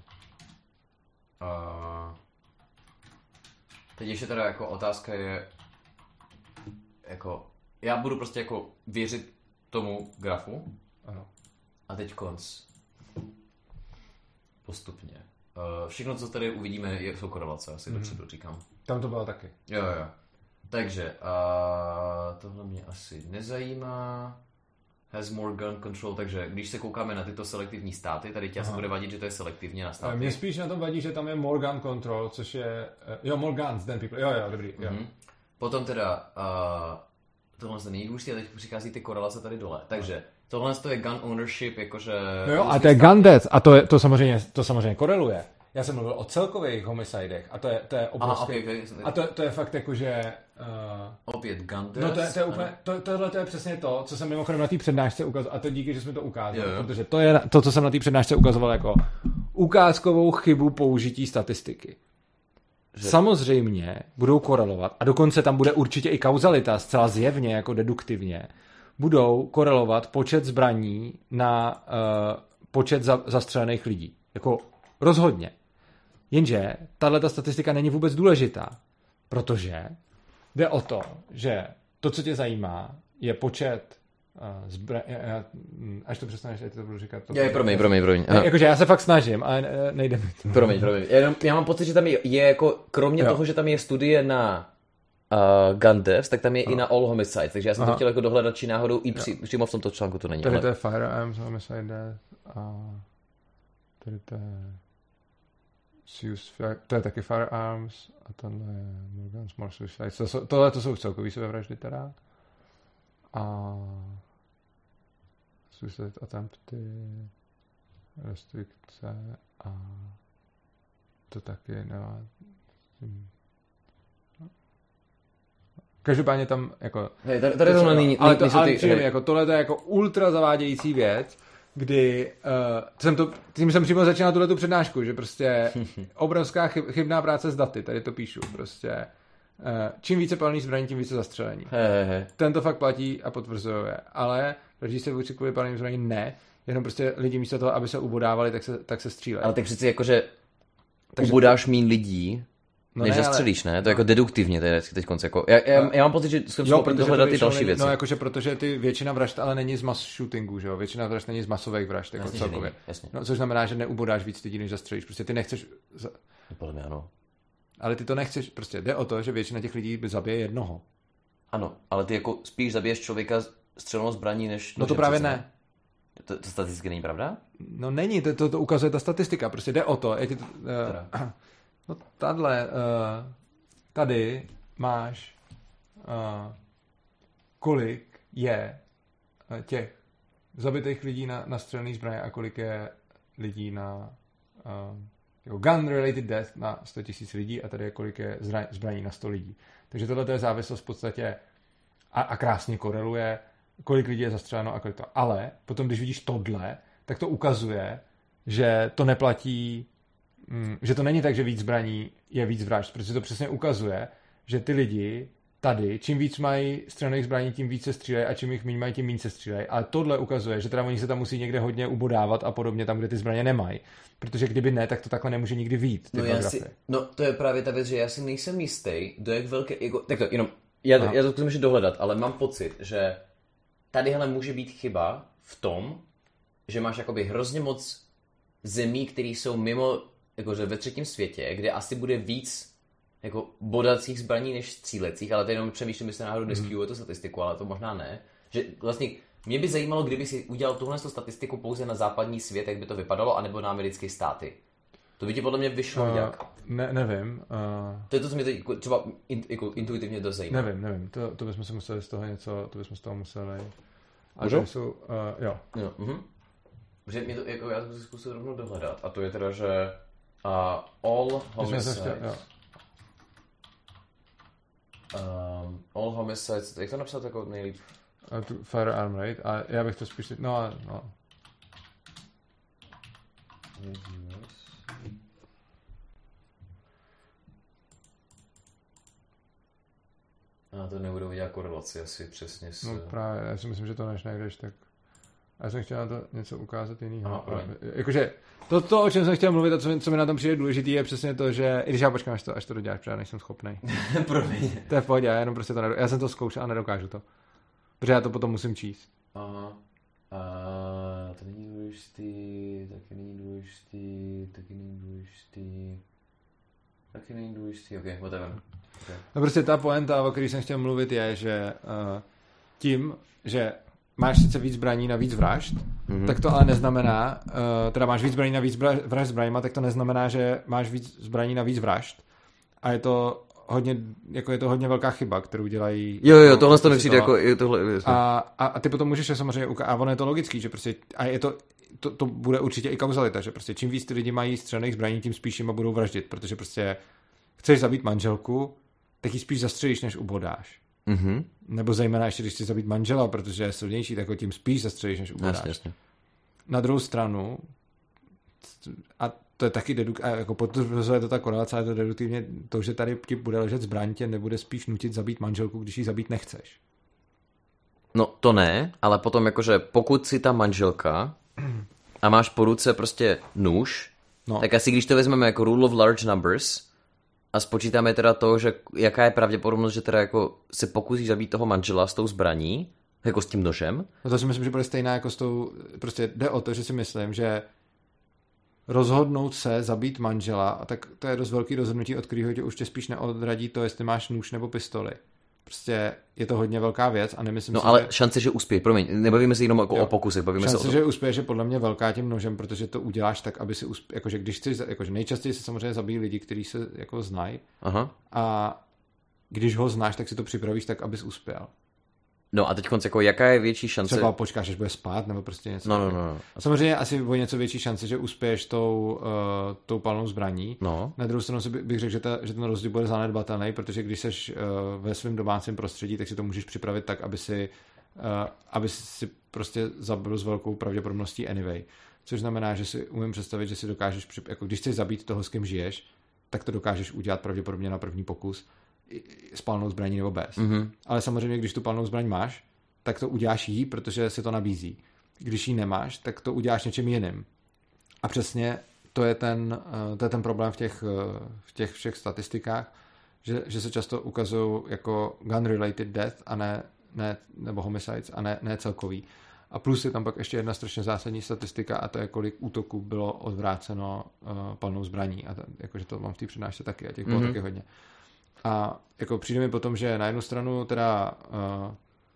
Uh, teď ještě teda jako otázka je, jako, já budu prostě jako věřit tomu grafu. Ano. A teď konc. Postupně. Uh, všechno, co tady uvidíme, je, jsou korelace, asi mm-hmm. dopředu říkám. Tam to bylo taky. Jo, jo. Takže, uh, tohle mě asi nezajímá. Has more gun control, takže když se koukáme na tyto selektivní státy, tady tě asi bude vadit, že to je selektivně na státy. Mně spíš na tom vadí, že tam je more gun control, což je, jo, more guns than people, jo, jo, dobrý, jo. Mm-hmm. Potom teda, uh, tohle se nejdůležitější a teď přichází ty korelace tady dole, takže tohle je gun ownership, jakože... No jo, a to je gun death, a to, je, to, samozřejmě, to samozřejmě koreluje. Já jsem mluvil o celkových homicidech a to je, to je obrovský... Aha, okay, okay. A to, to je fakt jako, že... Uh, Opět gun death. No to je, to je úplně, to, tohle to je přesně to, co jsem mimochodem na té přednášce ukazoval, a to díky, že jsme to ukázali, jo, jo. Protože to je to, co jsem na té přednášce ukazoval jako ukázkovou chybu použití statistiky. Že... Samozřejmě budou korelovat, a dokonce tam bude určitě i kauzalita, zcela zjevně, jako deduktivně, budou korelovat počet zbraní na uh, počet za, zastřelených lidí. Jako rozhodně. Jenže tahle statistika není vůbec důležitá, protože jde o to, že to, co tě zajímá, je počet uh, zbraní. Až to přestaneš, já to budu říkat. To je, promiň, promiň, promiň. Jakože já se fakt snažím, ale nejde mi to. Promiň, promiň. Já, já mám pocit, že tam je, je jako, kromě jo. toho, že tam je studie na uh, gun deaths, tak tam je Aha. i na all homicides, takže já jsem Aha. to chtěl jako dohledat, či náhodou i při, přímo v tomto článku to není. Tady ale... to je firearms homicide death a tady to je to je taky firearms a tenhle je Morgan Small Suicide. To, tohle to jsou celkový sebevraždy teda. A suicide attempty, restrikce a to taky nemá. Každopádně tam jako... Hej, tady, tady to, to není... Ale, to, ale ty, přijde, jako, tohle to je jako ultra zavádějící věc, kdy uh, jsem to, tím jsem přímo začínal tuhletu přednášku, že prostě obrovská chyb, chybná práce s daty, tady to píšu, prostě uh, čím více palných zbraní, tím více zastřelení. He, he, he. Ten to fakt platí a potvrzuje, ale když se vůči kvůli palným zbraním ne, jenom prostě lidi místo toho, aby se ubodávali, tak se, tak se střílejí. Ale tak přeci jakože Takže... ubodáš míň lidí, No než ne, zastřelíš, ne? To je jako deduktivně teď, teď konce. Jako, já, já, já mám pocit, že jsem schopný dohledat ty další není, věci. No jakože protože ty většina vražd ale není z mass shootingu, že jo? Většina vražd není z masových vražd, jako celkově. No, což znamená, že neubodáš víc lidí, než zastřelíš. Prostě ty nechceš... Za... Podle mě ano. Ale ty to nechceš, prostě jde o to, že většina těch lidí zabije jednoho. Ano, ale ty jako spíš zabiješ člověka střelnou zbraní, než... No to právě ne. To, to statisticky není pravda? No není, to, to, to ukazuje ta statistika. Prostě jde o to. Je to uh, no tadle... Uh, Tady máš uh, kolik je uh, těch zabitých lidí na, na střelný zbraně a kolik je lidí na uh, jako gun-related death na sto tisíc lidí a tady je kolik je zra, zbraní na sto lidí. Takže tohle je závislost v podstatě a, a krásně koreluje, kolik lidí je zastřeleno a kolik to. Ale potom, když vidíš tohle, tak to ukazuje, že to neplatí mm, že to není tak, že víc zbraní je víc vražd, protože to přesně ukazuje, že ty lidi tady, čím víc mají střelných zbraní, tím víc se střílejí a čím jich méně mají, tím méně se střílejí. Ale tohle ukazuje, že teda oni se tam musí někde hodně ubodávat a podobně tam, kde ty zbraně nemají. Protože kdyby ne, tak to takhle nemůže nikdy vyjít. No, já si, no to je právě ta věc, že já si nejsem jistý, do jak velké... Jako, tak to, jenom, já, já to zkusím ještě dohledat, ale mám pocit, že tadyhle může být chyba v tom, že máš jakoby hrozně moc zemí, které jsou mimo, jakože ve třetím světě, kde asi bude víc jako bodacích zbraní než střílecích, ale teď jenom přemýšlím, jestli náhodou neskývuje tu statistiku, ale to možná ne. Že vlastně mě by zajímalo, kdyby si udělal tuhle statistiku pouze na západní svět, jak by to vypadalo, anebo na americké státy. To by ti podle mě vyšlo uh, jak? Ne, nevím. Uh... To je to, co mě teď třeba in, jako intuitivně dost zajímá. Nevím, nevím. To, to bychom se museli z toho něco, to bychom z toho museli... A že jsou, uh, jo. Jo, uh-huh. Že mě to, jako já to si zkusil rovnou dohledat. A to je teda, že uh, all homicides... Um, all homicides, jak to napsat jako nejlíp? Uh, firearm rate, a já bych to spíš... No, no. A to nebudou dělat korelaci asi přesně s... No právě, já si myslím, že to než najdeš, tak... Já jsem chtěl na to něco ukázat jinýho. Jakože to, to, o čem jsem chtěl mluvit a co, co mi na tom přijde důležitý, je přesně to, že... I když já počkám, až to, až to doděláš, protože já nejsem schopnej. Promiň. To je v pohodě, já jenom prostě to nedokážu. Já jsem to zkoušel a nedokážu to. Protože já to potom musím číst. Aha. A to není důležitý, taky není důležitý, taky není důležitý, taky není důležitý, ok, whatever. Okay. No prostě ta poenta, o které jsem chtěl mluvit, je, že uh, tím, že máš sice víc zbraní na víc vražd, mm-hmm. tak to ale neznamená, uh, teda máš víc zbraní na víc vražd zbraněma, tak to neznamená, že máš víc zbraní na víc vražd. A je to hodně, jako je to hodně velká chyba, kterou dělají... Jo, jo, tohle to mi přijde jako... Je tohle, a, a, a ty potom můžeš samozřejmě ukázat, a ono je to logický, že prostě, a je to, to, to bude určitě i kauzalita, že prostě čím víc ty lidi mají střelných zbraní, tím spíš jim budou vraždit, protože prostě chceš zabít manželku, tak ji spíš zastřelíš, než ubodáš. Mm-hmm. Nebo zejména ještě, když chceš zabít manžela, protože je silnější, tak ho tím spíš zastřelíš, než ubodáš. Jasně, jasně. Na druhou stranu, a to je taky deduk, jako potvrzuje to ta korelace, ale to deduktivně to, že tady ti bude ležet zbraň, tě nebude spíš nutit zabít manželku, když ji zabít nechceš. No to ne, ale potom jakože pokud si ta manželka a máš po ruce prostě nůž, no. Tak asi když to vezmeme jako rule of large numbers a spočítáme teda to, že jaká je pravděpodobnost, že teda jako se pokusíš zabít toho manžela s tou zbraní, jako s tím nožem. No to si myslím, že bude stejná jako s tou, prostě jde o to, že si myslím, že rozhodnout se zabít manžela, a tak to je dost velký rozhodnutí, od kterého tě už tě spíš neodradí to, jestli máš nůž nebo pistoli. Prostě je to hodně velká věc a nemyslím no, si, ale že... šance, že uspěje, promiň, nebavíme se jenom jako jo. o pokusech, bavíme šance, se o tom. že uspěje, že podle mě velká tím nožem, protože to uděláš tak, aby si uspěl, jakože když chceš, jakože nejčastěji se samozřejmě zabíjí lidi, kteří se jako znají. Aha. A když ho znáš, tak si to připravíš tak, abys uspěl. No a teď konc, jako jaká je větší šance... Třeba počkáš, až bude spát, nebo prostě něco. No, no, no, no. Samozřejmě asi o něco větší šance, že uspěješ tou, uh, tou palnou zbraní. No. Na druhou stranu bych řekl, že, ta, že ten rozdíl bude zanedbatelný, protože když seš uh, ve svém domácím prostředí, tak si to můžeš připravit tak, aby si, uh, aby si prostě zabil s velkou pravděpodobností anyway. Což znamená, že si umím představit, že si dokážeš, jako když chceš zabít toho, s kým žiješ, tak to dokážeš udělat pravděpodobně na první pokus. S palnou zbraní nebo bez. Mm-hmm. Ale samozřejmě, když tu palnou zbraň máš, tak to uděláš jí, protože se to nabízí. Když ji nemáš, tak to uděláš něčím jiným. A přesně to je ten, to je ten problém v těch, v těch všech statistikách, že, že se často ukazují jako gun-related death a ne, ne nebo homicides a ne, ne celkový. A plus je tam pak ještě jedna strašně zásadní statistika a to je, kolik útoků bylo odvráceno uh, palnou zbraní. A to, jakože to mám v té přednášce taky a těch bylo mm-hmm. taky hodně. A jako přijde mi potom, že na jednu stranu teda uh,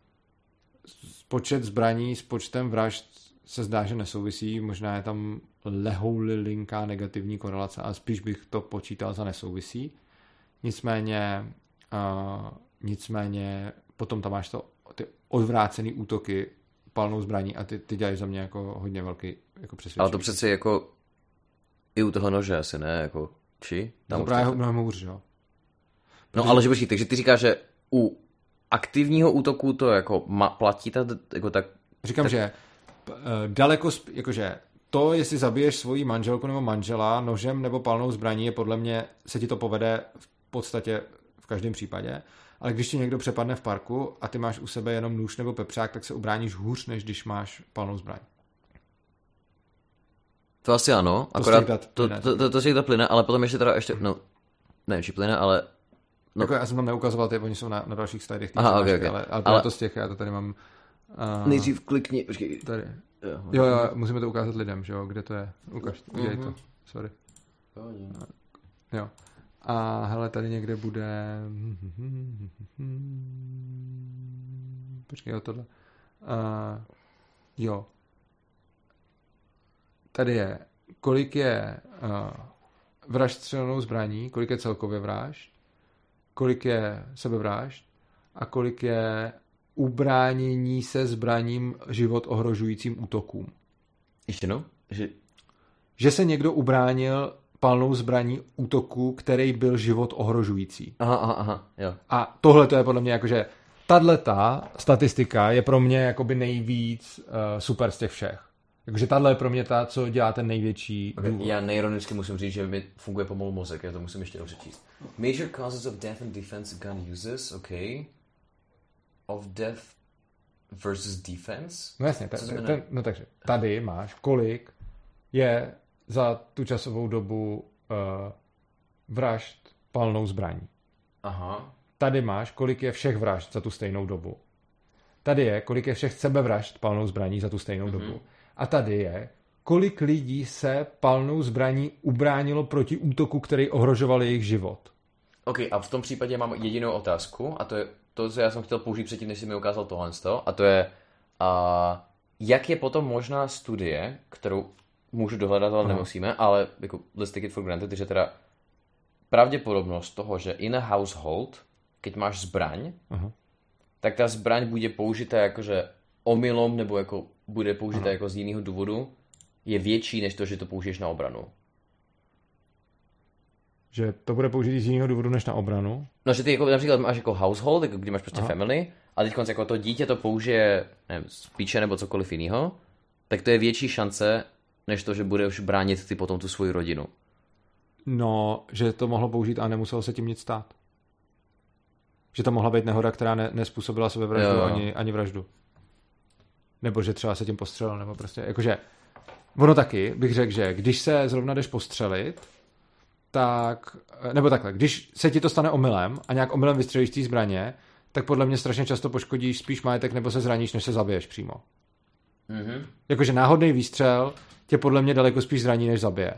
počet zbraní s počtem vražd se zdá, že nesouvisí, možná je tam lehouly linká negativní korelace, ale spíš bych to počítal za nesouvisí. Nicméně uh, nicméně potom tam máš to, ty odvrácený útoky palnou zbraní a ty, ty dělají za mě jako hodně velký jako přesvědčení. Ale to přece jako i u toho nože asi ne, jako či? Tam to právě mnohem hůř, jo. No ale že počkej, takže ty říkáš, že u aktivního útoku to jako ma, platí ta, jako tak... Říkám, tak... že uh, daleko, jakože to, jestli zabiješ svoji manželku nebo manžela nožem nebo palnou zbraní, je podle mě, se ti to povede v podstatě v každém případě. Ale když ti někdo přepadne v parku a ty máš u sebe jenom nůž nebo pepřák, tak se ubráníš hůř, než když máš palnou zbraň. To asi ano, To akorát z těch dat to, plyne. to, to, to z těch dat plyne, ale potom ještě teda ještě, no, nevím, či plyne, ale No. Jako já jsem tam neukazoval, ty, oni jsou na, na dalších slidech, Aha, okay, okay. ale, ale, ale to z těch, já to tady mám. Uh, nejdřív klikni, počkej. Tady. Jo, Jo, jo, musíme to ukázat lidem, že jo, kde to je. Ukaž, udělej Mhm. to, sorry. Jo. A hele, tady někde bude... Počkej, jo, tohle. Uh, jo. Tady je, kolik je uh, vražd střelnou zbraní, kolik je celkově vražd, kolik je sebevražd a kolik je ubránění se zbraním život ohrožujícím útokům. Ještě no? Že... Že se někdo ubránil palnou zbraní útoku, který byl život ohrožující. Aha, aha, aha, jo. A tohle to je podle mě jakože tato statistika je pro mě jakoby nejvíc uh, super z těch všech. Jakože tahle je pro mě ta, co dělá ten největší Okay. důvod. Já nejironicky musím říct, že mi funguje pomalu mozek, já to musím ještě jednou přečíst. Major causes of death and defense gun uses, okay. Of death versus defense? No jasně, Co ten, znamená? ten, no takže tady máš, kolik je za tu časovou dobu uh, vražd palnou zbraní. Aha. Tady máš, kolik je všech vražd za tu stejnou dobu. Tady je, kolik je všech sebevražd palnou zbraní za tu stejnou mm-hmm. dobu. A tady je, kolik lidí se palnou zbraní ubránilo proti útoku, který ohrožoval jejich život. Ok, a v tom případě mám jedinou otázku, a to je to, co já jsem chtěl použít předtím, než jsi mi ukázal tohle, a to je, uh, jak je potom možná studie, kterou můžu dohledat, ale Aha. nemusíme, ale jako, let's take it for granted, že teda pravděpodobnost toho, že in a household, keď máš zbraň, Aha. tak ta zbraň bude použita jakože omylom, nebo jako bude použita Aha. jako z jiného důvodu, je větší, než to, že to použiješ na obranu. Že to bude použít z jiného důvodu než na obranu. No, že ty jako, například máš jako household, jako kdy máš prostě Aha. family, a teď jako to dítě to použije, nevím, spíče nebo cokoliv jiného, tak to je větší šance, než to, že budeš bránit ty potom tu svoji rodinu. No, že to mohlo použít a nemuselo se tím nic stát. Že to mohla být nehoda, která ne, nespůsobila sebevraždu ani, ani vraždu. Nebo že třeba se tím postřelil, nebo prostě, jakože, ono taky, bych řekl, že když se zrovna jdeš postřelit, tak, nebo takhle, když se ti to stane omylem a nějak omylem vystřelíš té zbraně, tak podle mě strašně často poškodíš spíš majetek nebo se zraníš, než se zabiješ přímo. Mhm. Jakože náhodný výstřel tě podle mě daleko spíš zraní, než zabije.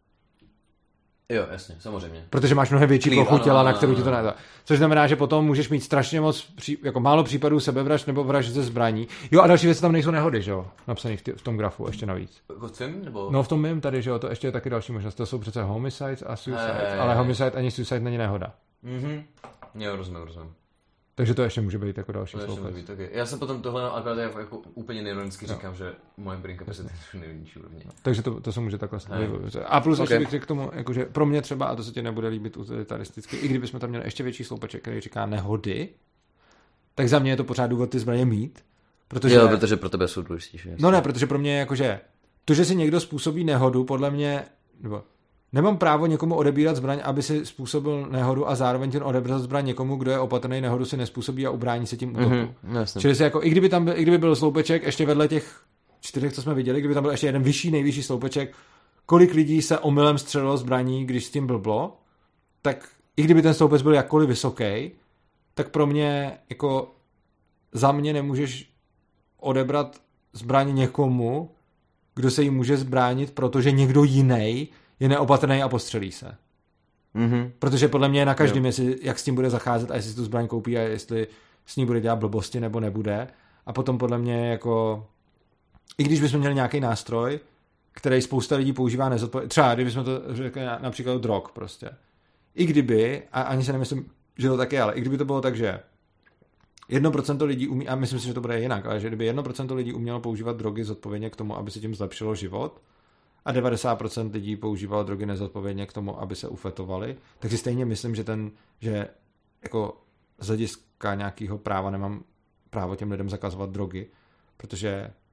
Jo, jasně, samozřejmě. Protože máš mnohem větší Clear, plochu ano, těla, ano, na kterou ano. ti to ne... Což znamená, že potom můžeš mít strašně moc, pří... jako málo případů sebevražd nebo vražd ze zbraní. Jo, a další věci tam nejsou nehody, že jo? Napsaný v, tě... v tom grafu ještě navíc. Jako v tvým, nebo? No v tom mým tady, že jo, to ještě je taky další možnost. To jsou přece homicides a suicide, Hej, hej, ale hej. homicide ani suicide není nehoda. Mhm. Jo, rozumím, rozumím. Takže to ještě může být jako další To ještě sloupec. může být, okay. Já jsem potom tohle akorát jako, jako úplně neironicky říkám, že moje brain capacity je nejnižší úrovně. Takže to, to se může takhle Hej. stát. A plus ještě Okay. bych řekl k tomu, jakože pro mě třeba, a to se ti nebude líbit utilitaristicky, i kdybychom tam měli ještě větší sloupeček, který říká nehody, tak za mě je to pořád důvod ty zbraně mít. Protože... Jo, protože pro tebe jsou důležitější. No ne, protože pro mě je jakože to, že si někdo způsobí nehodu, podle mě, nebo nemám právo někomu odebírat zbraň, aby si způsobil nehodu a zároveň ten odebrat zbraň někomu, kdo je opatrný, nehodu si nespůsobí a ubrání se tím útoku. Mhm, jasně. Čili si jako, i kdyby tam byl, i kdyby byl sloupeček ještě vedle těch čtyřech, co jsme viděli, kdyby tam byl ještě jeden vyšší, nejvyšší sloupeček, kolik lidí se omylem střelilo zbraní, když s tím blblo, tak i kdyby ten sloupec byl jakkoliv vysoký, tak pro mě jako za mě nemůžeš odebrat zbraň někomu, kdo se jí může zbránit, protože někdo jiný je neopatrný a postřelí se. Mhm. Protože podle mě je na každém, jestli, jak s tím bude zacházet a jestli si tu zbraň koupí a jestli s ní bude dělat blbosti nebo nebude. A potom podle mě jako, i když bychom měli nějaký nástroj, který spousta lidí používá nezodpovědně, třeba kdybychom to řekli na, například drog prostě. I kdyby, a ani se nemyslím, že to tak je, ale i kdyby to bylo tak, že jedno procento lidí umí, a myslím si, že to bude jinak, ale že kdyby jedno procento lidí umělo používat drogy zodpovědně k tomu, aby se tím zlepšilo život, a devadesát procent lidí používalo drogy nezodpovědně k tomu, aby se ufetovali, tak si stejně myslím, že ten, že jako z hlediska nějakého práva nemám právo těm lidem zakazovat drogy, protože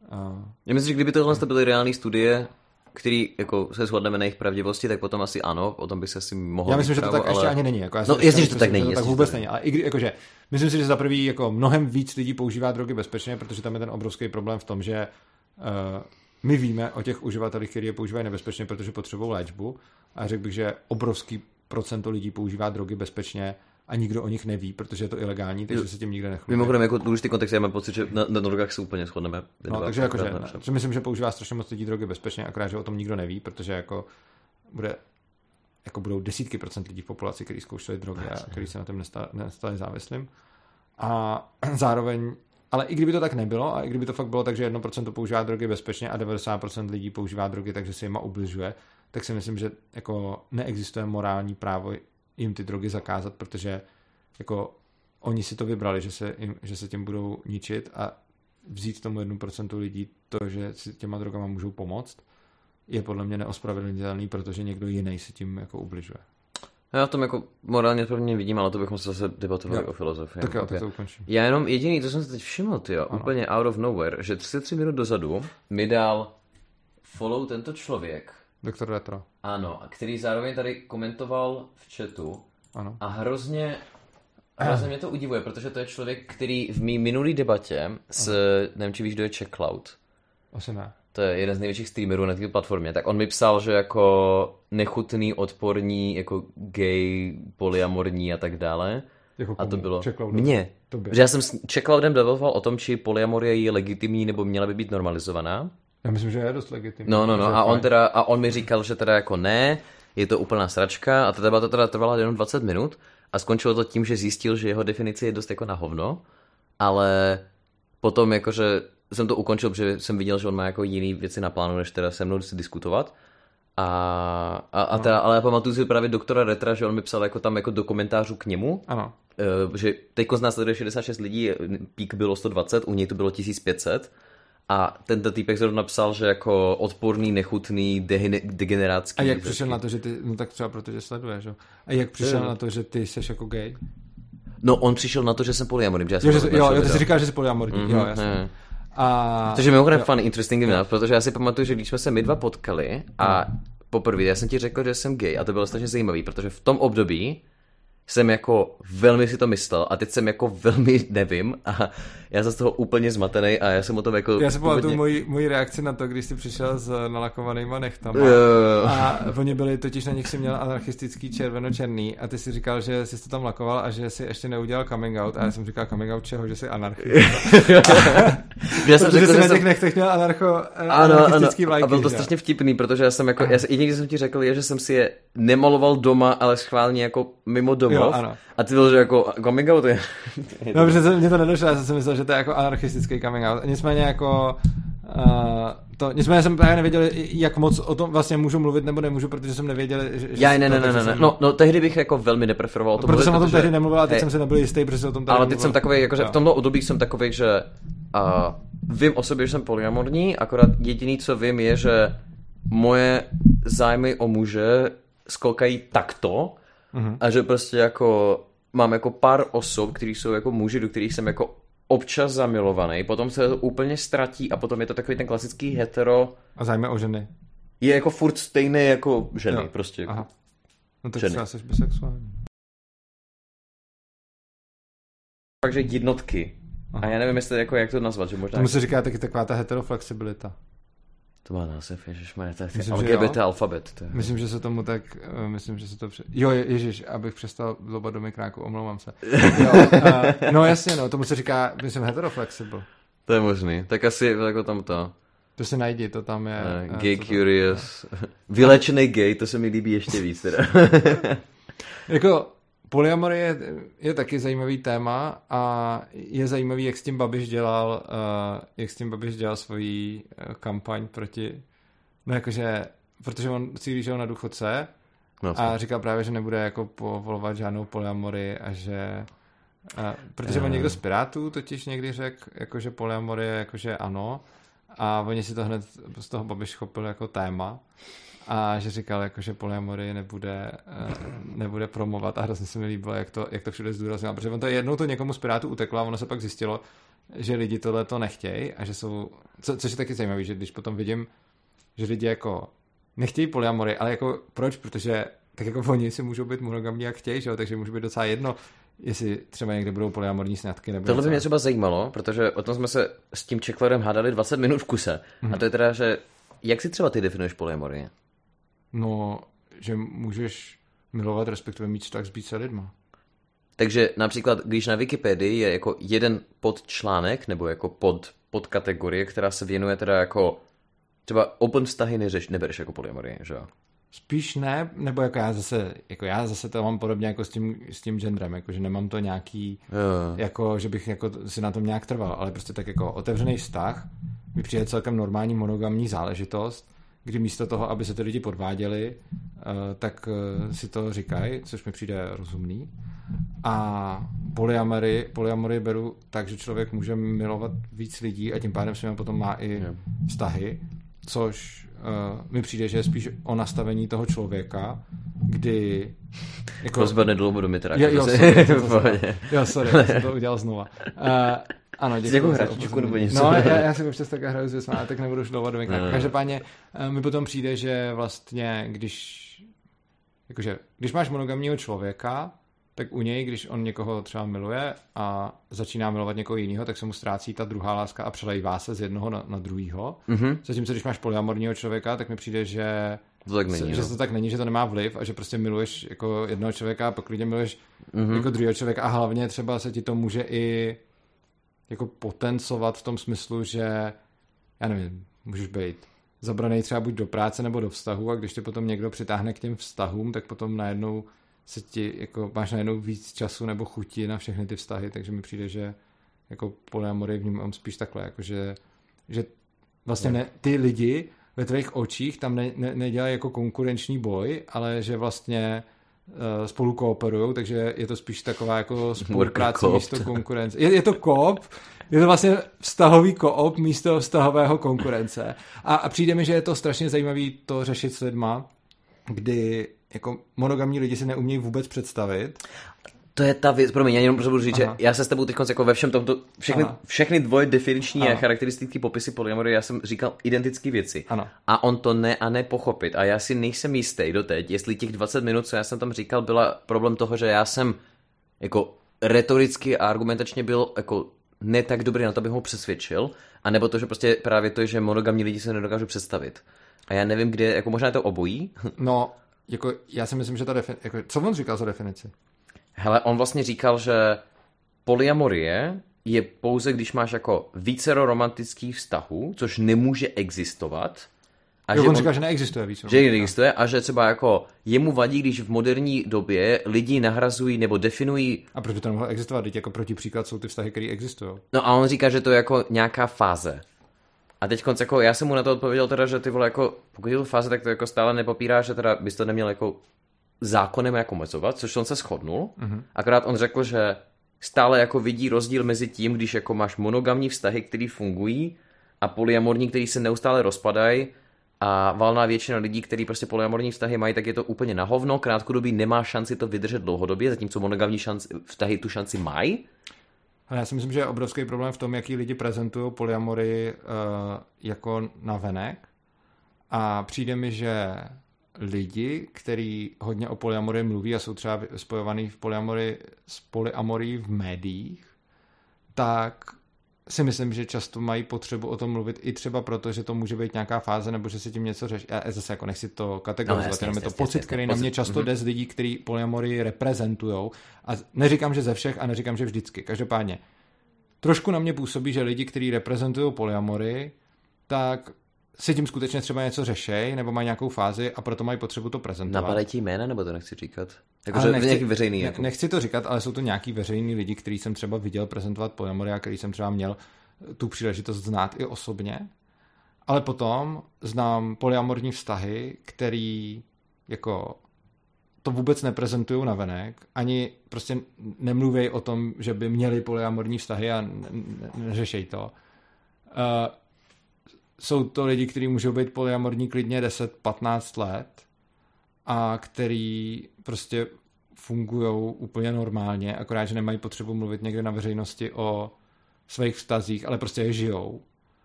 Uh, Já myslím, že kdyby tohle byly reální studie, který jako se shodneme na jejich pravdivosti, tak potom asi ano, o tom by se asi mohlo. Já myslím, že to právo, tak ale... ještě ani není. Jako já no jasně, že to tak není. To tak vůbec není. Ale i kdy, jakože, myslím si, že za prvý jako mnohem víc lidí používá drogy bezpečně, protože tam je ten obrovský problém v tom, že uh, my víme o těch uživatelích, kteří je používají nebezpečně, protože potřebují léčbu. A řekl bych, že obrovský procento lidí používá drogy bezpečně a nikdo o nich neví, protože je to ilegální, takže se tím nikde nechlubí. Mimochodem, jako důležitý kontext, já mám pocit, že na, na drogách se úplně shodneme. No, takže jakože, že myslím, že používá strašně moc lidí drogy bezpečně, akorát, že o tom nikdo neví, protože jako bude, jako budou desítky procent lidí v populaci, kteří zkoušeli drogy a kteří se na tom nestali, nestali závislým. A zároveň, ale i kdyby to tak nebylo, a i kdyby to fakt bylo tak, že jedno procento používá drogy bezpečně a devadesát procent lidí používá drogy, takže se jima ubližuje, tak si myslím, že jako neexistuje morální právo jim ty drogy zakázat, protože jako oni si to vybrali, že se, jim, že se tím budou ničit a vzít tomu jednu procentu lidí to, že si těma drogama můžou pomoct, je podle mě neospravedlnitelný, protože někdo jiný si tím jako ubližuje. Já v tom jako morálně prvně vidím, ale to bychom se zase debatovali jo. o filozofii. Tak jo, tak to ukončím. Já jenom jediný, to jsem se teď všiml, tyjo, úplně out of nowhere, že třicet tři minut dozadu mi dal follow tento člověk. Doktor Retro. Ano, který zároveň tady komentoval v chatu. Ano. A hrozně, hrozně mě to udivuje, protože to je člověk, který v mý minulý debatě s, ano. nevím, či víš, kdo je Checkcloud. Asi ne. To je jeden z největších streamerů na té platformě. Tak on mi psal, že jako nechutný, odporní, jako gay, polyamorní a tak dále. Jako a to bylo Checkcloudu. mně. Že já jsem s Checkcloudem debatoval o tom, či polyamorie je legitimní nebo měla by být normalizovaná. Já myslím, že je dost legitimní. No, no, no. A on, teda, a on mi říkal, že teda jako ne, je to úplná sračka a ta debata teda trvala jenom dvacet minut a skončilo to tím, že zjistil, že jeho definice je dost jako na hovno, ale potom jakože jsem to ukončil, protože jsem viděl, že on má jako jiný věci na plánu, než teda se mnou si diskutovat. A, a, a teda, ale já pamatuju si právě doktora Retra, že on mi psal jako tam jako do komentářů k němu, ano. že teďko z nás sleduje šedesát šest lidí, pík bylo sto dvacet, u něj to bylo tisíc pět set. A tento týpek zrovna napsal, že jako odporný, nechutný, de- degenerátský. A jak přišel na to, že ty, no tak třeba protože sleduješ, jo? A jak přišel je. na to, že ty jsi jako gay? No on přišel na to, že jsem polyamorní. Jo, že, jo, jo, ty jsi říkal, že jsi polyamorní, mm-hmm, jo, jasně. A... Takže mimochodem fun, interesting enough, protože já si pamatuju, že když jsme se my dva potkali a poprvé já jsem ti řekl, že jsem gay a to bylo strašně zajímavý, protože v tom období jsem jako velmi si to myslel a teď jsem jako velmi nevím a já jsem z toho úplně zmatený a já jsem o tom jako... Já si pamatuju původně... moji, moji reakci na to, když jsi přišel s nalakovanýma nechtama jo, jo. a oni byli, totiž na nich si měl anarchistický červeno-černý a ty si říkal, že jsi to tam lakoval a že jsi ještě neudělal coming out a já jsem říkal coming out čeho, že jsi anarchista. já jsem protože řekl, jsi na jsem... těch nechtech měl anarcho, ano, anarchistický ano. vlajky. A bylo to strašně vtipný, protože já jsem jako, já, jediný, co jsem ti řekl, je, že jsem si je nemaloval doma, ale schválně jako mimo domov. Jo, ano. A ty byl, že jako coming out je... No, protože mě to nedošlo, já jsem si myslel, že to je jako anarchistický coming out. Nicméně jako... Uh, to, nicméně jsem právě nevěděl, jak moc o tom vlastně můžu mluvit nebo nemůžu, protože jsem nevěděl, že... Já ne, ne, ne, ne, ne. No, no, tehdy bych jako velmi nepreferoval to. Protože jsem o tom tehdy nemluvil a teď jsem si nebyl jistý, protože o tom tady ale teď jsem takovej, jakože v tomto období jsem takovej, že uh, vím o sobě, že jsem polyamorní, akorát jediný, co vím, je, že moje zájmy o muže skolkají takto, mm-hmm. a že prostě jako mám jako pár osob, kteří jsou jako muži, do kterých jsem jako občas zamilovaný, potom se to úplně ztratí a potom je to takový ten klasický hetero. A zájmy o ženy. Je jako furt stejný jako ženy, jo. Prostě. Jako aha. No tak třeba jsi bisexuální. Takže jednotky. Aha. A já nevím, jestli jako jak to nazvat, že možná... Tomu se říká taky taková ta heteroflexibilita. To má název, ježišmarja, to je L G B T alfabet. To je... Myslím, že se tomu tak, myslím, že se to... Pře... Jo, ježiš, abych přestal zlobat do mikráku, omlouvám se. Jo, uh, no jasně, no, tomu se říká, myslím, heteroflexible. To je možný, tak asi jako tam to. To si najdi, to tam je... Uh, gay to curious. Tam... Vylečený gay, to se mi líbí ještě víc teda. Jako... Polyamorie je, je taky zajímavý téma a je zajímavý, jak s tím Babiš dělal, uh, jak s tím Babiš dělal svoji uh, kampaň proti, no jakože, protože on cílí, že on na důchodce no, a říkal právě, že nebude jako povolovat žádnou polyamorii a že, uh, protože on někdo z Pirátů totiž někdy řekl, jakože polyamorie, jakože ano a oni si to hned z toho Babiš chopil jako téma. A že říkal, jako, že polyamorii nebude, nebude promovat a hrozně se mi líbilo, jak to, jak to všude zdůraznil. Protože on to jednou to někomu z Pirátů uteklo a ono se pak zjistilo, že lidi tohle to nechtějí a že jsou, co, což je taky zajímavé, že když potom vidím, že lidi jako nechtějí polyamory, ale jako proč? Protože tak jako oni si můžou být monogamní jak chtějí, že jo? Takže může být docela jedno, jestli třeba někde budou polyamorní sňatky. Nebo tohle by mě třeba zajímalo, protože o tom jsme se s tím Čeklerem hádali dvacet minut v kuse. Mm-hmm. A to je teda, že jak si třeba ty definuješ polyamorii? No, že můžeš milovat, respektive mít vztah s více lidma. Takže například, když na Wikipedii je jako jeden podčlánek, nebo jako pod, podkategorie, která se věnuje teda jako třeba open vztahy neřeš, nebereš jako polyamorii, že jo? Spíš ne, nebo jako já zase, jako já zase to mám podobně jako s tím, s tím genderem, jako že nemám to nějaký, jo. Jako že bych jako si na tom nějak trval, ale prostě tak jako otevřený vztah mi přijde celkem normální monogamní záležitost, kdy místo toho, aby se ty lidi podváděli, tak si to říkají, což mi přijde rozumný. A polyamory, polyamory beru tak, že člověk může milovat víc lidí a tím pádem s nimi potom má i vztahy, což uh, mi přijde, že je spíš o nastavení toho člověka, kdy... Jako... Rozbadne dlouho do mitra. Jo, jo, sorry, to jo, sorry, já jsem to udělal znova. Uh, ano, děkuji. Jako hračičku nebo něco. No, já, já si občas tak hraju s ale tak nebudu už dlouho do mikra. No. Každopádně uh, mi potom přijde, že vlastně, když jakože, když máš monogamního člověka, tak u něj, když on někoho třeba miluje a začíná milovat někoho jiného, tak se mu ztrácí ta druhá láska a přelejvá se z jednoho na, na druhýho. Mm-hmm. Zatímco, když máš polyamorního člověka, tak mi přijde, že to tak není, že to tak není, že to nemá vliv a že prostě miluješ jako jednoho člověka a pak klidně miluješ mm-hmm. jako druhého člověka a hlavně třeba se ti to může i jako potencovat v tom smyslu, že já nevím, můžeš být zabranej třeba buď do práce nebo do vztahu a když tě potom někdo přitáhne k těm vztahům, tak potom najednou se ti, jako máš najednou víc času nebo chuti na všechny ty vztahy, takže mi přijde, že jako polyamory vnímám spíš takhle, jako že, že vlastně ne, ty lidi ve tvých očích tam ne, ne, nedělají jako konkurenční boj, ale že vlastně uh, spolu kooperujou, takže je to spíš taková jako spolupráce místo konkurence. Je, je to koop, je to vlastně vztahový koop místo vztahového konkurence. A, a přijde mi, že je to strašně zajímavý to řešit s lidma, kdy jako monogamní lidi si neumějí vůbec představit. To je ta věc, promiň, já jenom budu říct, Aha. že já se s tebou teď jako ve všem tomto, všechny, všechny dvoje definiční Aha. a charakteristické popisy polyamory, já jsem říkal identické věci. Ano. A on to ne a ne pochopit. A já si nejsem jistý doteď, jestli těch dvacet minut, co já jsem tam říkal, byla problém toho, že já jsem jako retoricky a argumentačně byl jako ne tak dobrý na to, abych ho přesvědčil, anebo to, že prostě právě to, že monogamní lidi se nedokážu představit. A já nevím, kde, jako možná je to obojí. No, jako já si myslím, že ta definice, jako, co on říkal za definici? Hele, on vlastně říkal, že polyamorie je pouze, když máš jako vícero romantických vztahů, což nemůže existovat. A jo, že on říká, že neexistuje vícero. Že neexistuje a že třeba jako jemu vadí, když v moderní době lidi nahrazují nebo definují... A proč by to nemohlo existovat? Teď jako protipříklad jsou ty vztahy, které existují. No a on říká, že to je jako nějaká fáze. A teď konc, jako já jsem mu na to odpověděl teda, že ty vole jako, pokud je to fáze, tak to jako stále nepopírá, že teda bys to neměl jako zákonem jako omezovat, což on se shodnul. Mm-hmm. Akorát on řekl, že stále jako vidí rozdíl mezi tím, když jako máš monogamní vztahy, které fungují a polyamorní, který se neustále rozpadají a valná většina lidí, kteří prostě polyamorní vztahy mají, tak je to úplně na hovno, krátkodobí nemá šanci to vydržet dlouhodobě, zatímco monogamní šanci, vztahy tu šanci mají. Ale já si myslím, že je obrovský problém v tom, jaký lidi prezentují polyamory uh, jako navenek. A přijde mi, že lidi, kteří hodně o polyamory mluví a jsou třeba spojovaný v polyamory, s polyamorí v médiích, tak si myslím, že často mají potřebu o tom mluvit i třeba proto, že to může být nějaká fáze, nebo že se tím něco řeší. Já zase jako nechci to kategorizovat, no, jenom je to jasně, pocit, jasně, který jasně, na mě často mm-hmm. jde z lidí, kteří polyamory reprezentujou. A neříkám, že ze všech a neříkám, že vždycky. Každopádně trošku na mě působí, že lidi, kteří reprezentují polyamory, tak si tím skutečně třeba něco řešej, nebo mají nějakou fázi a proto mají potřebu to prezentovat. Napadají ti jména, nebo to nechci říkat? Jako, nechci, nějaký veřejný, ne, jako. Nechci to říkat, ale jsou to nějaký veřejný lidi, který jsem třeba viděl prezentovat polyamory a který jsem třeba měl tu příležitost znát i osobně. Ale potom znám polyamorní vztahy, který jako to vůbec neprezentují navenek, ani prostě nemluví o tom, že by měli polyamorní vztahy a neřešej to. Uh, jsou to lidi, kteří můžou být polyamorní klidně deset patnáct let a který prostě fungují úplně normálně, akorát, že nemají potřebu mluvit někde na veřejnosti o svých vztazích, ale prostě je žijou.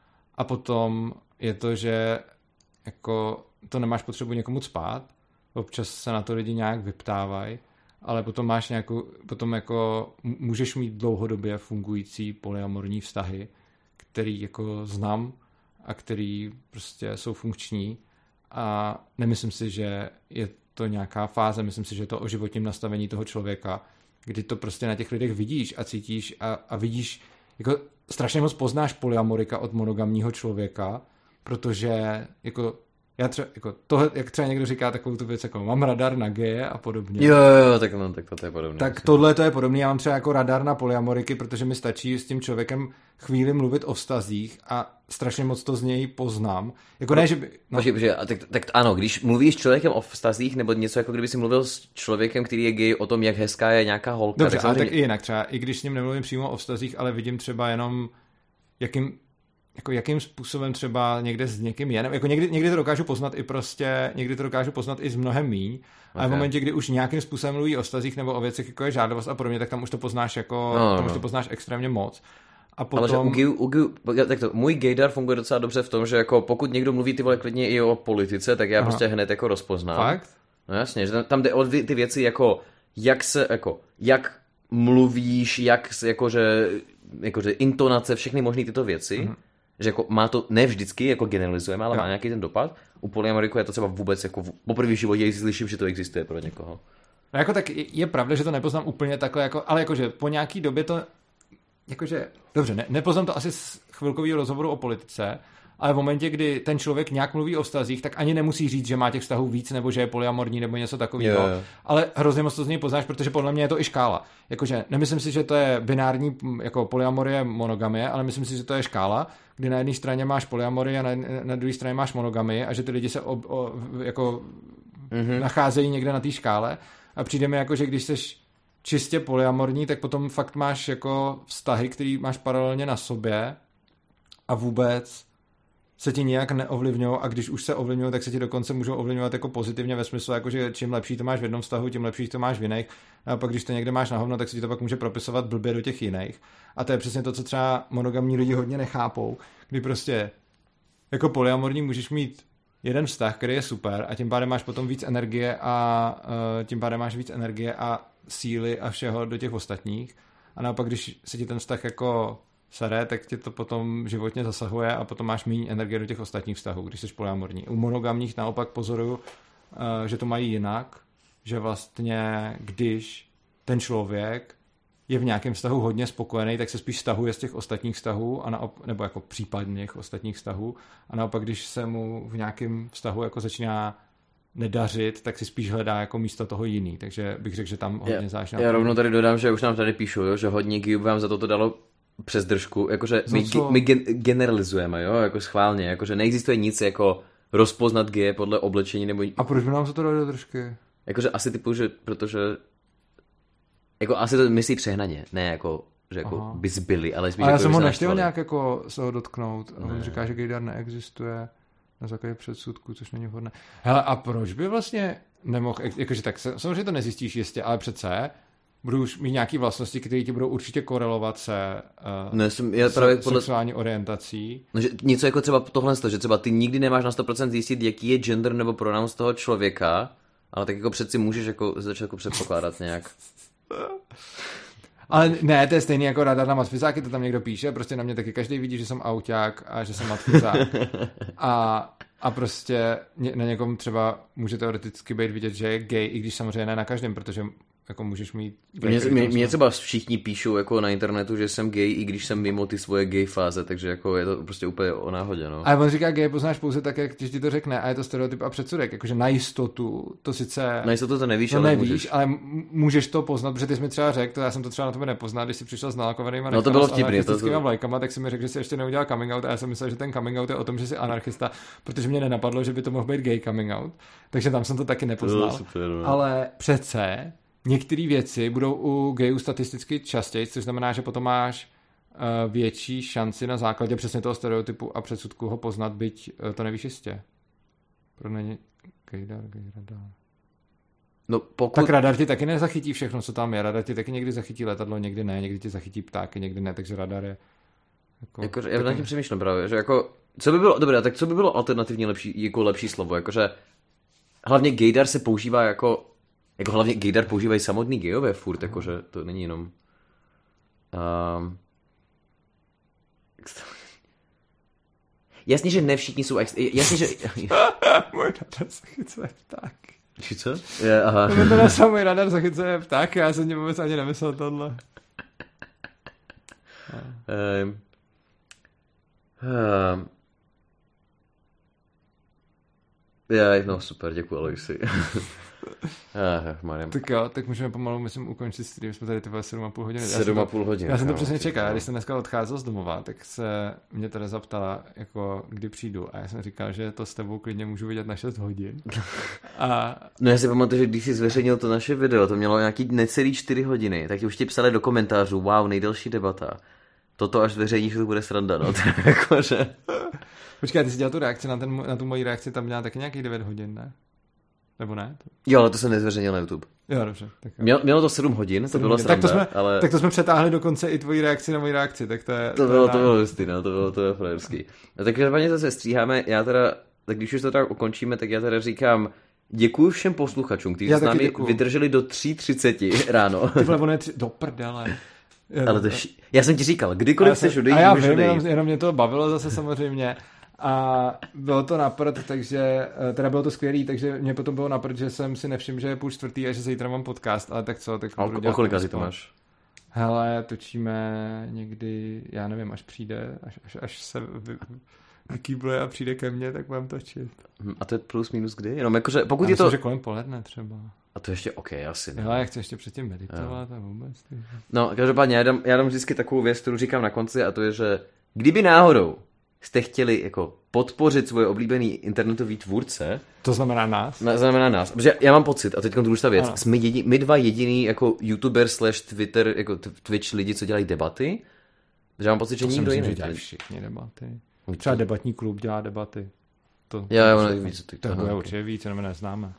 A potom je to, že jako to nemáš potřebu někomu cpát, občas se na to lidi nějak vyptávají, ale potom máš nějakou, potom jako můžeš mít dlouhodobě fungující polyamorní vztahy, který jako znám a který prostě jsou funkční a nemyslím si, že je to nějaká fáze, myslím si, že je to o životním nastavení toho člověka, kdy to prostě na těch lidech vidíš a cítíš a, a vidíš, jako strašně moc poznáš polyamorika od monogamního člověka, protože jako já třeba, jako tohle, jak třeba někdo říká takovou tu věc, jako mám radar na geje a podobně. Jo, jo, tak, no, tak to, to je podobné. Tak vlastně. Tohle to je podobné, já mám třeba jako radar na polyamoriky, protože mi stačí s tím člověkem chvíli mluvit o vztazích a strašně moc to z něj poznám. Jako no, ne, že by... No. Počkej, počkej, tak, tak ano, když mluvíš s člověkem o vztazích, nebo něco jako kdyby si mluvil s člověkem, který je gay, o tom, jak hezká je nějaká holka. Dobře, tak ale samozřejmě... tak i jinak třeba, i když s ním nemluvím přímo o vztazích, ale vidím třeba jenom, jakým jako jakým způsobem třeba někde s někým je. Jako někdy, někdy to dokážu poznat i prostě, někdy to dokážu poznat i z mnohem míň. Okay. A v momentě, kdy už nějakým způsobem mluví o vztazích nebo o věcech, jako je žádovost a podobně, tak tam už to poznáš jako, no, tam no. už to poznáš extrémně moc. A potom... Ale že u gay, u gay, tak to, můj gaydar funguje docela dobře v tom, že jako pokud někdo mluví ty vole klidně i o politice, tak já Aha. prostě hned jako rozpoznám. Fakt? No jasně, že tam, tam jde o ty věci jako, jak se, jako, jak mluvíš, jak, jakože, jakože intonace, všechny možné tyto věci. Mhm. Že jako má to, ne vždycky, jako generalizujeme, ale jo. má nějaký ten dopad. U polyamoriku je to třeba vůbec, jako poprvé v životě slyším, že to existuje pro někoho. No jako tak je pravda, že to nepoznám úplně takhle, jako, ale jakože po nějaký době to, jakože, dobře, ne, nepoznám to asi z chvilkového rozhovoru o politice, ale v momentě, kdy ten člověk nějak mluví o vztazích, tak ani nemusí říct, že má těch vztahů víc, nebo že je polyamorní, nebo něco takového. Yeah. Ale hrozně moc to z něj poznáš, protože podle mě je to i škála. Jakože nemyslím si, že to je binární jako polyamorie, monogamie, ale myslím si, že to je škála, kdy na jedné straně máš polyamorii a na, na druhé straně máš monogamii a že ty lidi se ob, o, jako mm-hmm. nacházejí někde na té škále a přijde mi jako, že když seš čistě polyamorní, tak potom fakt máš jako vztahy, který máš paralelně na sobě a vůbec se ti nijak neovlivňují a když už se ovlivňují, tak se ti dokonce můžou ovlivňovat jako pozitivně ve smyslu, jako že čím lepší to máš v jednom vztahu, tím lepší to máš v jiných. A pak když to někde máš na hovno, tak se ti to pak může propisovat blbě do těch jiných. A to je přesně to, co třeba monogamní lidi hodně nechápou, kdy prostě jako polyamorní můžeš mít jeden vztah, který je super a tím pádem máš potom víc energie a uh, tím pádem máš víc energie a síly a všeho do těch ostatních. A naopak, když se ti ten vztah jako sere, tak tě to potom životně zasahuje a potom máš méně energie do těch ostatních vztahů, když jsi polyamorní. U monogamních naopak pozoruju, že to mají jinak, že vlastně když ten člověk je v nějakém vztahu hodně spokojený, tak se spíš vztahuje z těch ostatních vztahů, a naop- nebo jako případných ostatních vztahů, a naopak, když se mu v nějakém vztahu jako začíná nedařit, tak si spíš hledá jako místo toho jiný. Takže bych řekl, že tam hodně záleží. Já rovnou tady dodám, že už nám tady píšu, jo, že hodně gayů vám za toto dalo přes držku, jakože my, my gen, generalizujeme, jo, jako schválně, jakože neexistuje nic jako rozpoznat geje podle oblečení nebo... A proč by nám se to dalo do držky? Jakože asi typu, že protože jako asi to myslí přehnaně, ne jako, že jako bys byli, ale spíš ale jako, já jsem ho nechtěl nějak jako se ho dotknout. A on říká, že gaydar neexistuje na základě předsudku, což není vhodné. Hele, a proč by vlastně nemohl, jakože tak samozřejmě to nezjistíš jistě, ale přece budou už mít nějaké vlastnosti, které ti budou určitě korelovat se uh, ne, jsem, já právě s podle... sexuální orientací. No, že něco jako třeba tohle, že třeba ty nikdy nemáš na sto procent zjistit, jaký je gender nebo pronoun z toho člověka, ale tak jako přeci můžeš jako začít jako předpokládat nějak. Ale ne, to je stejný jako radar na matfizáky, to tam někdo píše, prostě na mě taky každý vidí, že jsem auťák a že jsem matfizák. a, a prostě na někom třeba může teoreticky být vidět, že je gay, i když samozřejmě ne na každém, protože jako můžeš mít... Mě, mě, mě třeba všichni píšou jako na internetu, že jsem gay, i když jsem mimo ty svoje gay fáze, takže jako je to prostě úplně o náhodě, no. Ale on říká, gay poznáš pouze tak, jak ti to řekne, a je to stereotyp a předsudek, jakože na jistotu, to sice... Na jistotu to nevíš, to ale nevíš, můžeš. ale můžeš to poznat, protože ty jsi mi třeba řekl, to já jsem to třeba na tebe nepoznal, když jsi přišel s nálakovanýma no to bylo vtipný, to, to... vlajkama, tak si mi řekl, že jsi ještě neudělal coming out, a já jsem myslel, že ten coming out je o tom, že jsi anarchista, protože mě nenapadlo, že by to mohl být gay coming out, takže tam jsem to taky nepoznal. To super, no. Ale přece některé věci budou u gayů statisticky častěji, což znamená, že potom máš uh, větší šanci na základě přesně toho stereotypu a předsudku ho poznat, byť uh, to nevíš jistě. Pro není gaydar, gay radar. No pokud... Tak radar ti taky nezachytí všechno, co tam je. Radar ti taky někdy zachytí letadlo, někdy ne, někdy ti zachytí ptáky, někdy ne, takže radar je Jako, jako, já na tím přemýšlím právě, že jako, co by bylo, dobré, tak co by bylo alternativně lepší, jako lepší slovo, jakože hlavně gaydar se používá jako, jako hlavně gaydar používají samotný gayové furt, jakože to není jenom, um, jasně, že ne všichni jsou, ex, jasně, že... Můj radar zachycuje pták. Či co? Je, aha. To to na můj radar zachycuje pták, já jsem tím vůbec ani nemyslel tohle. Um, um, já, no super, děkuji Aloisi. ah, tak jo, tak můžeme pomalu, myslím, ukončit stream, jsme tady tyhle sedm a půl hodiny. sedm a půl hodiny. Já jsem to přesně čekal, když jsem dneska odcházel z domova, tak se mě teda zaptala, jako kdy přijdu a já jsem říkal, že to s tebou klidně můžu vidět na šest hodin. A... No já si pamatuju, že když jsi zveřejnil to naše video, to mělo nějaký necelý čtyři hodiny, tak ti už ti psali do komentářů, wow, nejdelší debata. Toto až zveřejníš, to bude sranda, no. Jakože... Počkej, ty jsi dělal tu reakci na, ten, na tu moji reakci, tam měla taky nějakých devět hodin, ne? Nebo ne? Jo, ale to jsem nezveřejnil na YouTube. Jo, dobře. Tak jo. Mělo, mělo to sedm hodin, to bylo sranda, tak to jsme, ale... Tak to jsme přetáhli dokonce i tvoji reakci na moji reakci, tak to je... To, to bylo, to bylo hustý, no, to bylo, to bylo frajerský. No tak každopádně zase stříháme, já teda, tak když už to tak ukončíme, tak já teda říkám, děkuju všem posluchačům, kteří s námi děkuju. Vydrželi do tři třicet ráno. Ty vole, ono je tři... do prdele. Ale to ši... Já jsem ti říkal, kdykoliv chceš odejít, a já můžeš vím, odejít. jenom, jenom mě to bavilo zase samozřejmě. A bylo to napřed, takže teda bylo to skvělý, takže mě potom bylo napřed, že jsem si nevšiml, že je půl čtvrtý a že zítra mám podcast, ale tak co, tak a o kolika si to máš? Hele, točíme někdy, já nevím, až přijde, až, až, až se vy, vykýbluje a přijde ke mně, tak budem točit. A to je plus minus kdy? Jenom jakože, pokud já je myslím, to... že kolem poledne třeba. A to ještě OK, asi ne. Hele, já chci ještě předtím meditovat jo. A vůbec. Takže... No, každopádně já dám, já dám vždycky takovou věc, kterou říkám na konci, a to je, že kdyby náhodou jste chtěli jako podpořit svoje oblíbený internetový tvůrce. To znamená nás? Na, znamená nás. Protože já mám pocit, a teď důležitá věc, ano. jsme jedi, my dva jediný jako YouTuber slash Twitter, jako Twitch lidi, co dělají debaty. Takže já mám pocit, že to nikdo jiný. To dělají všichni debaty. Třeba debatní klub dělá debaty. To, já, já nevím víc. To je určitě víc, jenom neznáme.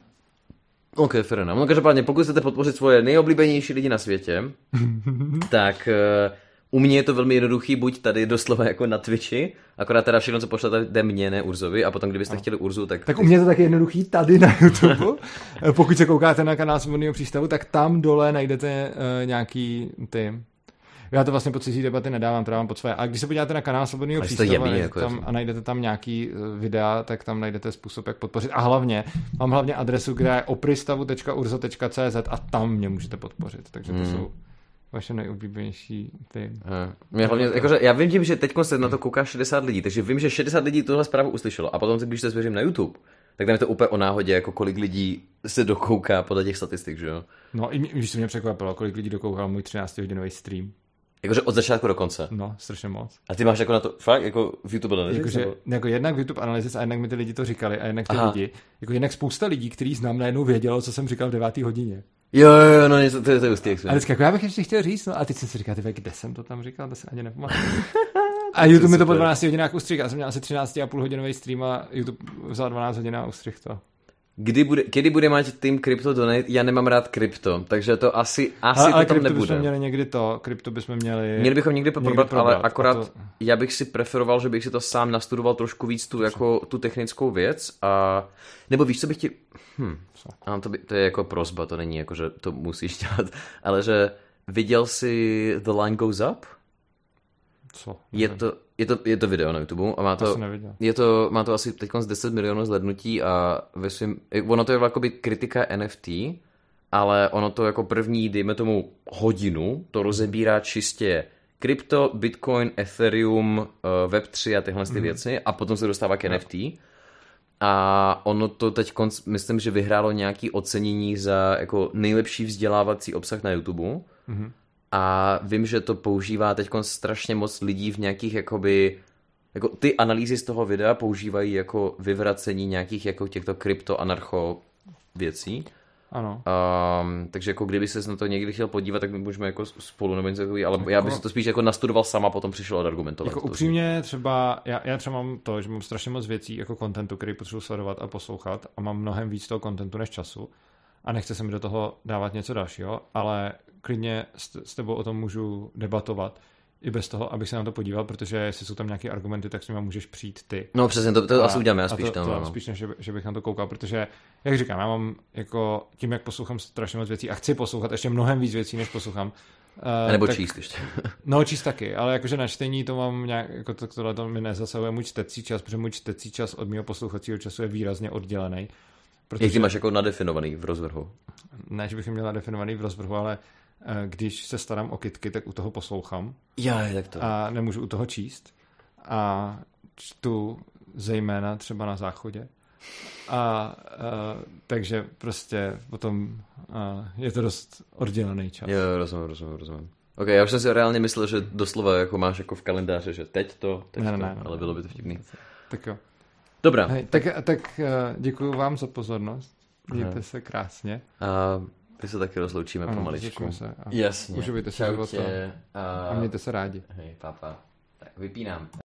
Ok, fair enough. No každopádně, pokud chcete podpořit svoje nejoblíbenější lidi na světě, tak... U mě je to velmi jednoduchý, buď tady doslova jako na Twitchi, akorát teda všechno, co pošlete, jde mně, ne Urzovi, a potom kdybyste no. chtěli Urzu, tak... Tak u mě je to taky jednoduchý tady na YouTube. Pokud se koukáte na kanál Svobodného přístavu, tak tam dole najdete uh, nějaký ty... Já to vlastně pod cizí debaty nedávám, to dávám pod své. A když se podíváte na kanál Svobodného přístavu jemný, a, jako tam, a najdete tam nějaký videa, tak tam najdete způsob, jak podpořit. A hlavně, mám hlavně adresu, která je opristavu tečka urzo tečka cz a tam mě můžete podpořit. Takže to hmm. jsou... vaše nejoblíbenější ty. Mě hlavně, jakože, já vím tím, že teď se na to kouká šedesát lidí, takže vím, že šedesát lidí tohle zprávu uslyšelo. A potom, když se zvěřím na YouTube, tak tam je to úplně o náhodě, jako kolik lidí se dokouká podle těch statistik, že jo? No, i když se mě překvapilo, kolik lidí dokoukal můj třináctihodinový stream. Jakože od začátku do konce. No, strašně moc. A ty máš jako na to, fakt, jako v YouTube Analytics? Jakože, nebo... jako jednak v YouTube Analytics a jednak mi ty lidi to říkali a jednak ty Aha. lidi, jako jednak spousta lidí, který znám, najednou vědělo, co jsem říkal v deváté hodině. Jo, jo, no něco, to je to hustý, jak A vždycky, jako já bych ještě chtěl říct, no a teď jsem si říkal, tyve, kde jsem to tam říkal, to se ani nepamatuju. A YouTube mi to po dvanácti hodinách ustřih, já jsem měl asi třináct a půl hodinový stream a YouTube vzal dvanáct hodin a ustřih to. Kdy bude, kdy bude mít tým Crypto Donate? Já nemám rád krypto, takže to asi, asi ale, ale to tam nebude. Ale bychom měli někdy to, krypto bychom měli... Měli bychom někdy probrat, ale akorát to... já bych si preferoval, že bych si to sám nastudoval trošku víc tu, jako, tu technickou věc a... Nebo víš, co bych ti... Hm. A to, by, to je jako prosba, to není jako, že to musíš dělat, ale že viděl jsi The Line Goes Up? Co? Je to, je, to, je to video na YouTube a má to, je to, má to asi teď deset milionů zhlédnutí a ve svým, ono to je jakoby kritika N F T, ale ono to jako první, dejme tomu hodinu, to rozebírá čistě krypto, Bitcoin, Ethereum, web tři a tyhle ty mm. věci a potom se dostává k N F T. A ono to teď, myslím, že vyhrálo nějaké ocenění za jako nejlepší vzdělávací obsah na YouTube. Mm-hmm. A vím, že to používá teď strašně moc lidí v nějakých jakoby, jako ty analýzy z toho videa používají jako vyvracení nějakých jako těchto krypto-anarcho věcí. Ano. Um, takže jako kdyby ses na to někdy chtěl podívat, tak my můžeme jako spolu nebo něco takový, ale jako, já bych si to spíš jako nastudoval sama a potom přišel odargumentovat. Jako upřímně třeba, já, já třeba mám to, že mám strašně moc věcí jako kontentu, který potřebuji sledovat a poslouchat a mám mnohem víc toho kontentu než času a nechce se mi do toho dávat něco dalšího, ale klidně s, s tebou o tom můžu debatovat, i bez toho, abych se na to podíval, protože jestli jsou tam nějaké argumenty, tak s nimi můžeš přijít ty. No přesně, to, to a, asi uděláme, já spíš to, tam. to, No. Spíš než, že bych na to koukal, protože, jak říkám, já mám jako tím, jak poslouchám strašně moc věcí a chci poslouchat ještě mnohem víc věcí, než poslouchám. A nebo tak, číst ještě. No číst taky, ale jakože na čtení to mám nějak, jako to, tohle to mi nezasahuje můj čtecí čas, protože můj čtecí čas od mého poslouchacího času je výrazně oddělený. Protože, Jak ty máš jako nadefinovaný v rozvrhu? Ne, že bych je měl nadefinovaný v rozvrhu, ale když se starám o kytky, tak u toho poslouchám. Já, tak to. A nemůžu u toho číst. A čtu zejména třeba na záchodě. A, a takže prostě potom a, je to dost oddělený čas. Jo, rozumím, rozumím, rozumím. Ok, já už jsem si reálně myslel, že doslova jako máš jako v kalendáři, že teď to, teď ne, to, ne, ne, ale bylo by to vtipný. Tak jo. Dobrá. Hej, tak, tak děkuji vám za pozornost. Mějte Aha. se krásně. A my se taky rozloučíme Ano, pomaličku. se a Jasně. uživejte se Čau života tě. a mějte se rádi. Hej, papa. Tak vypínám.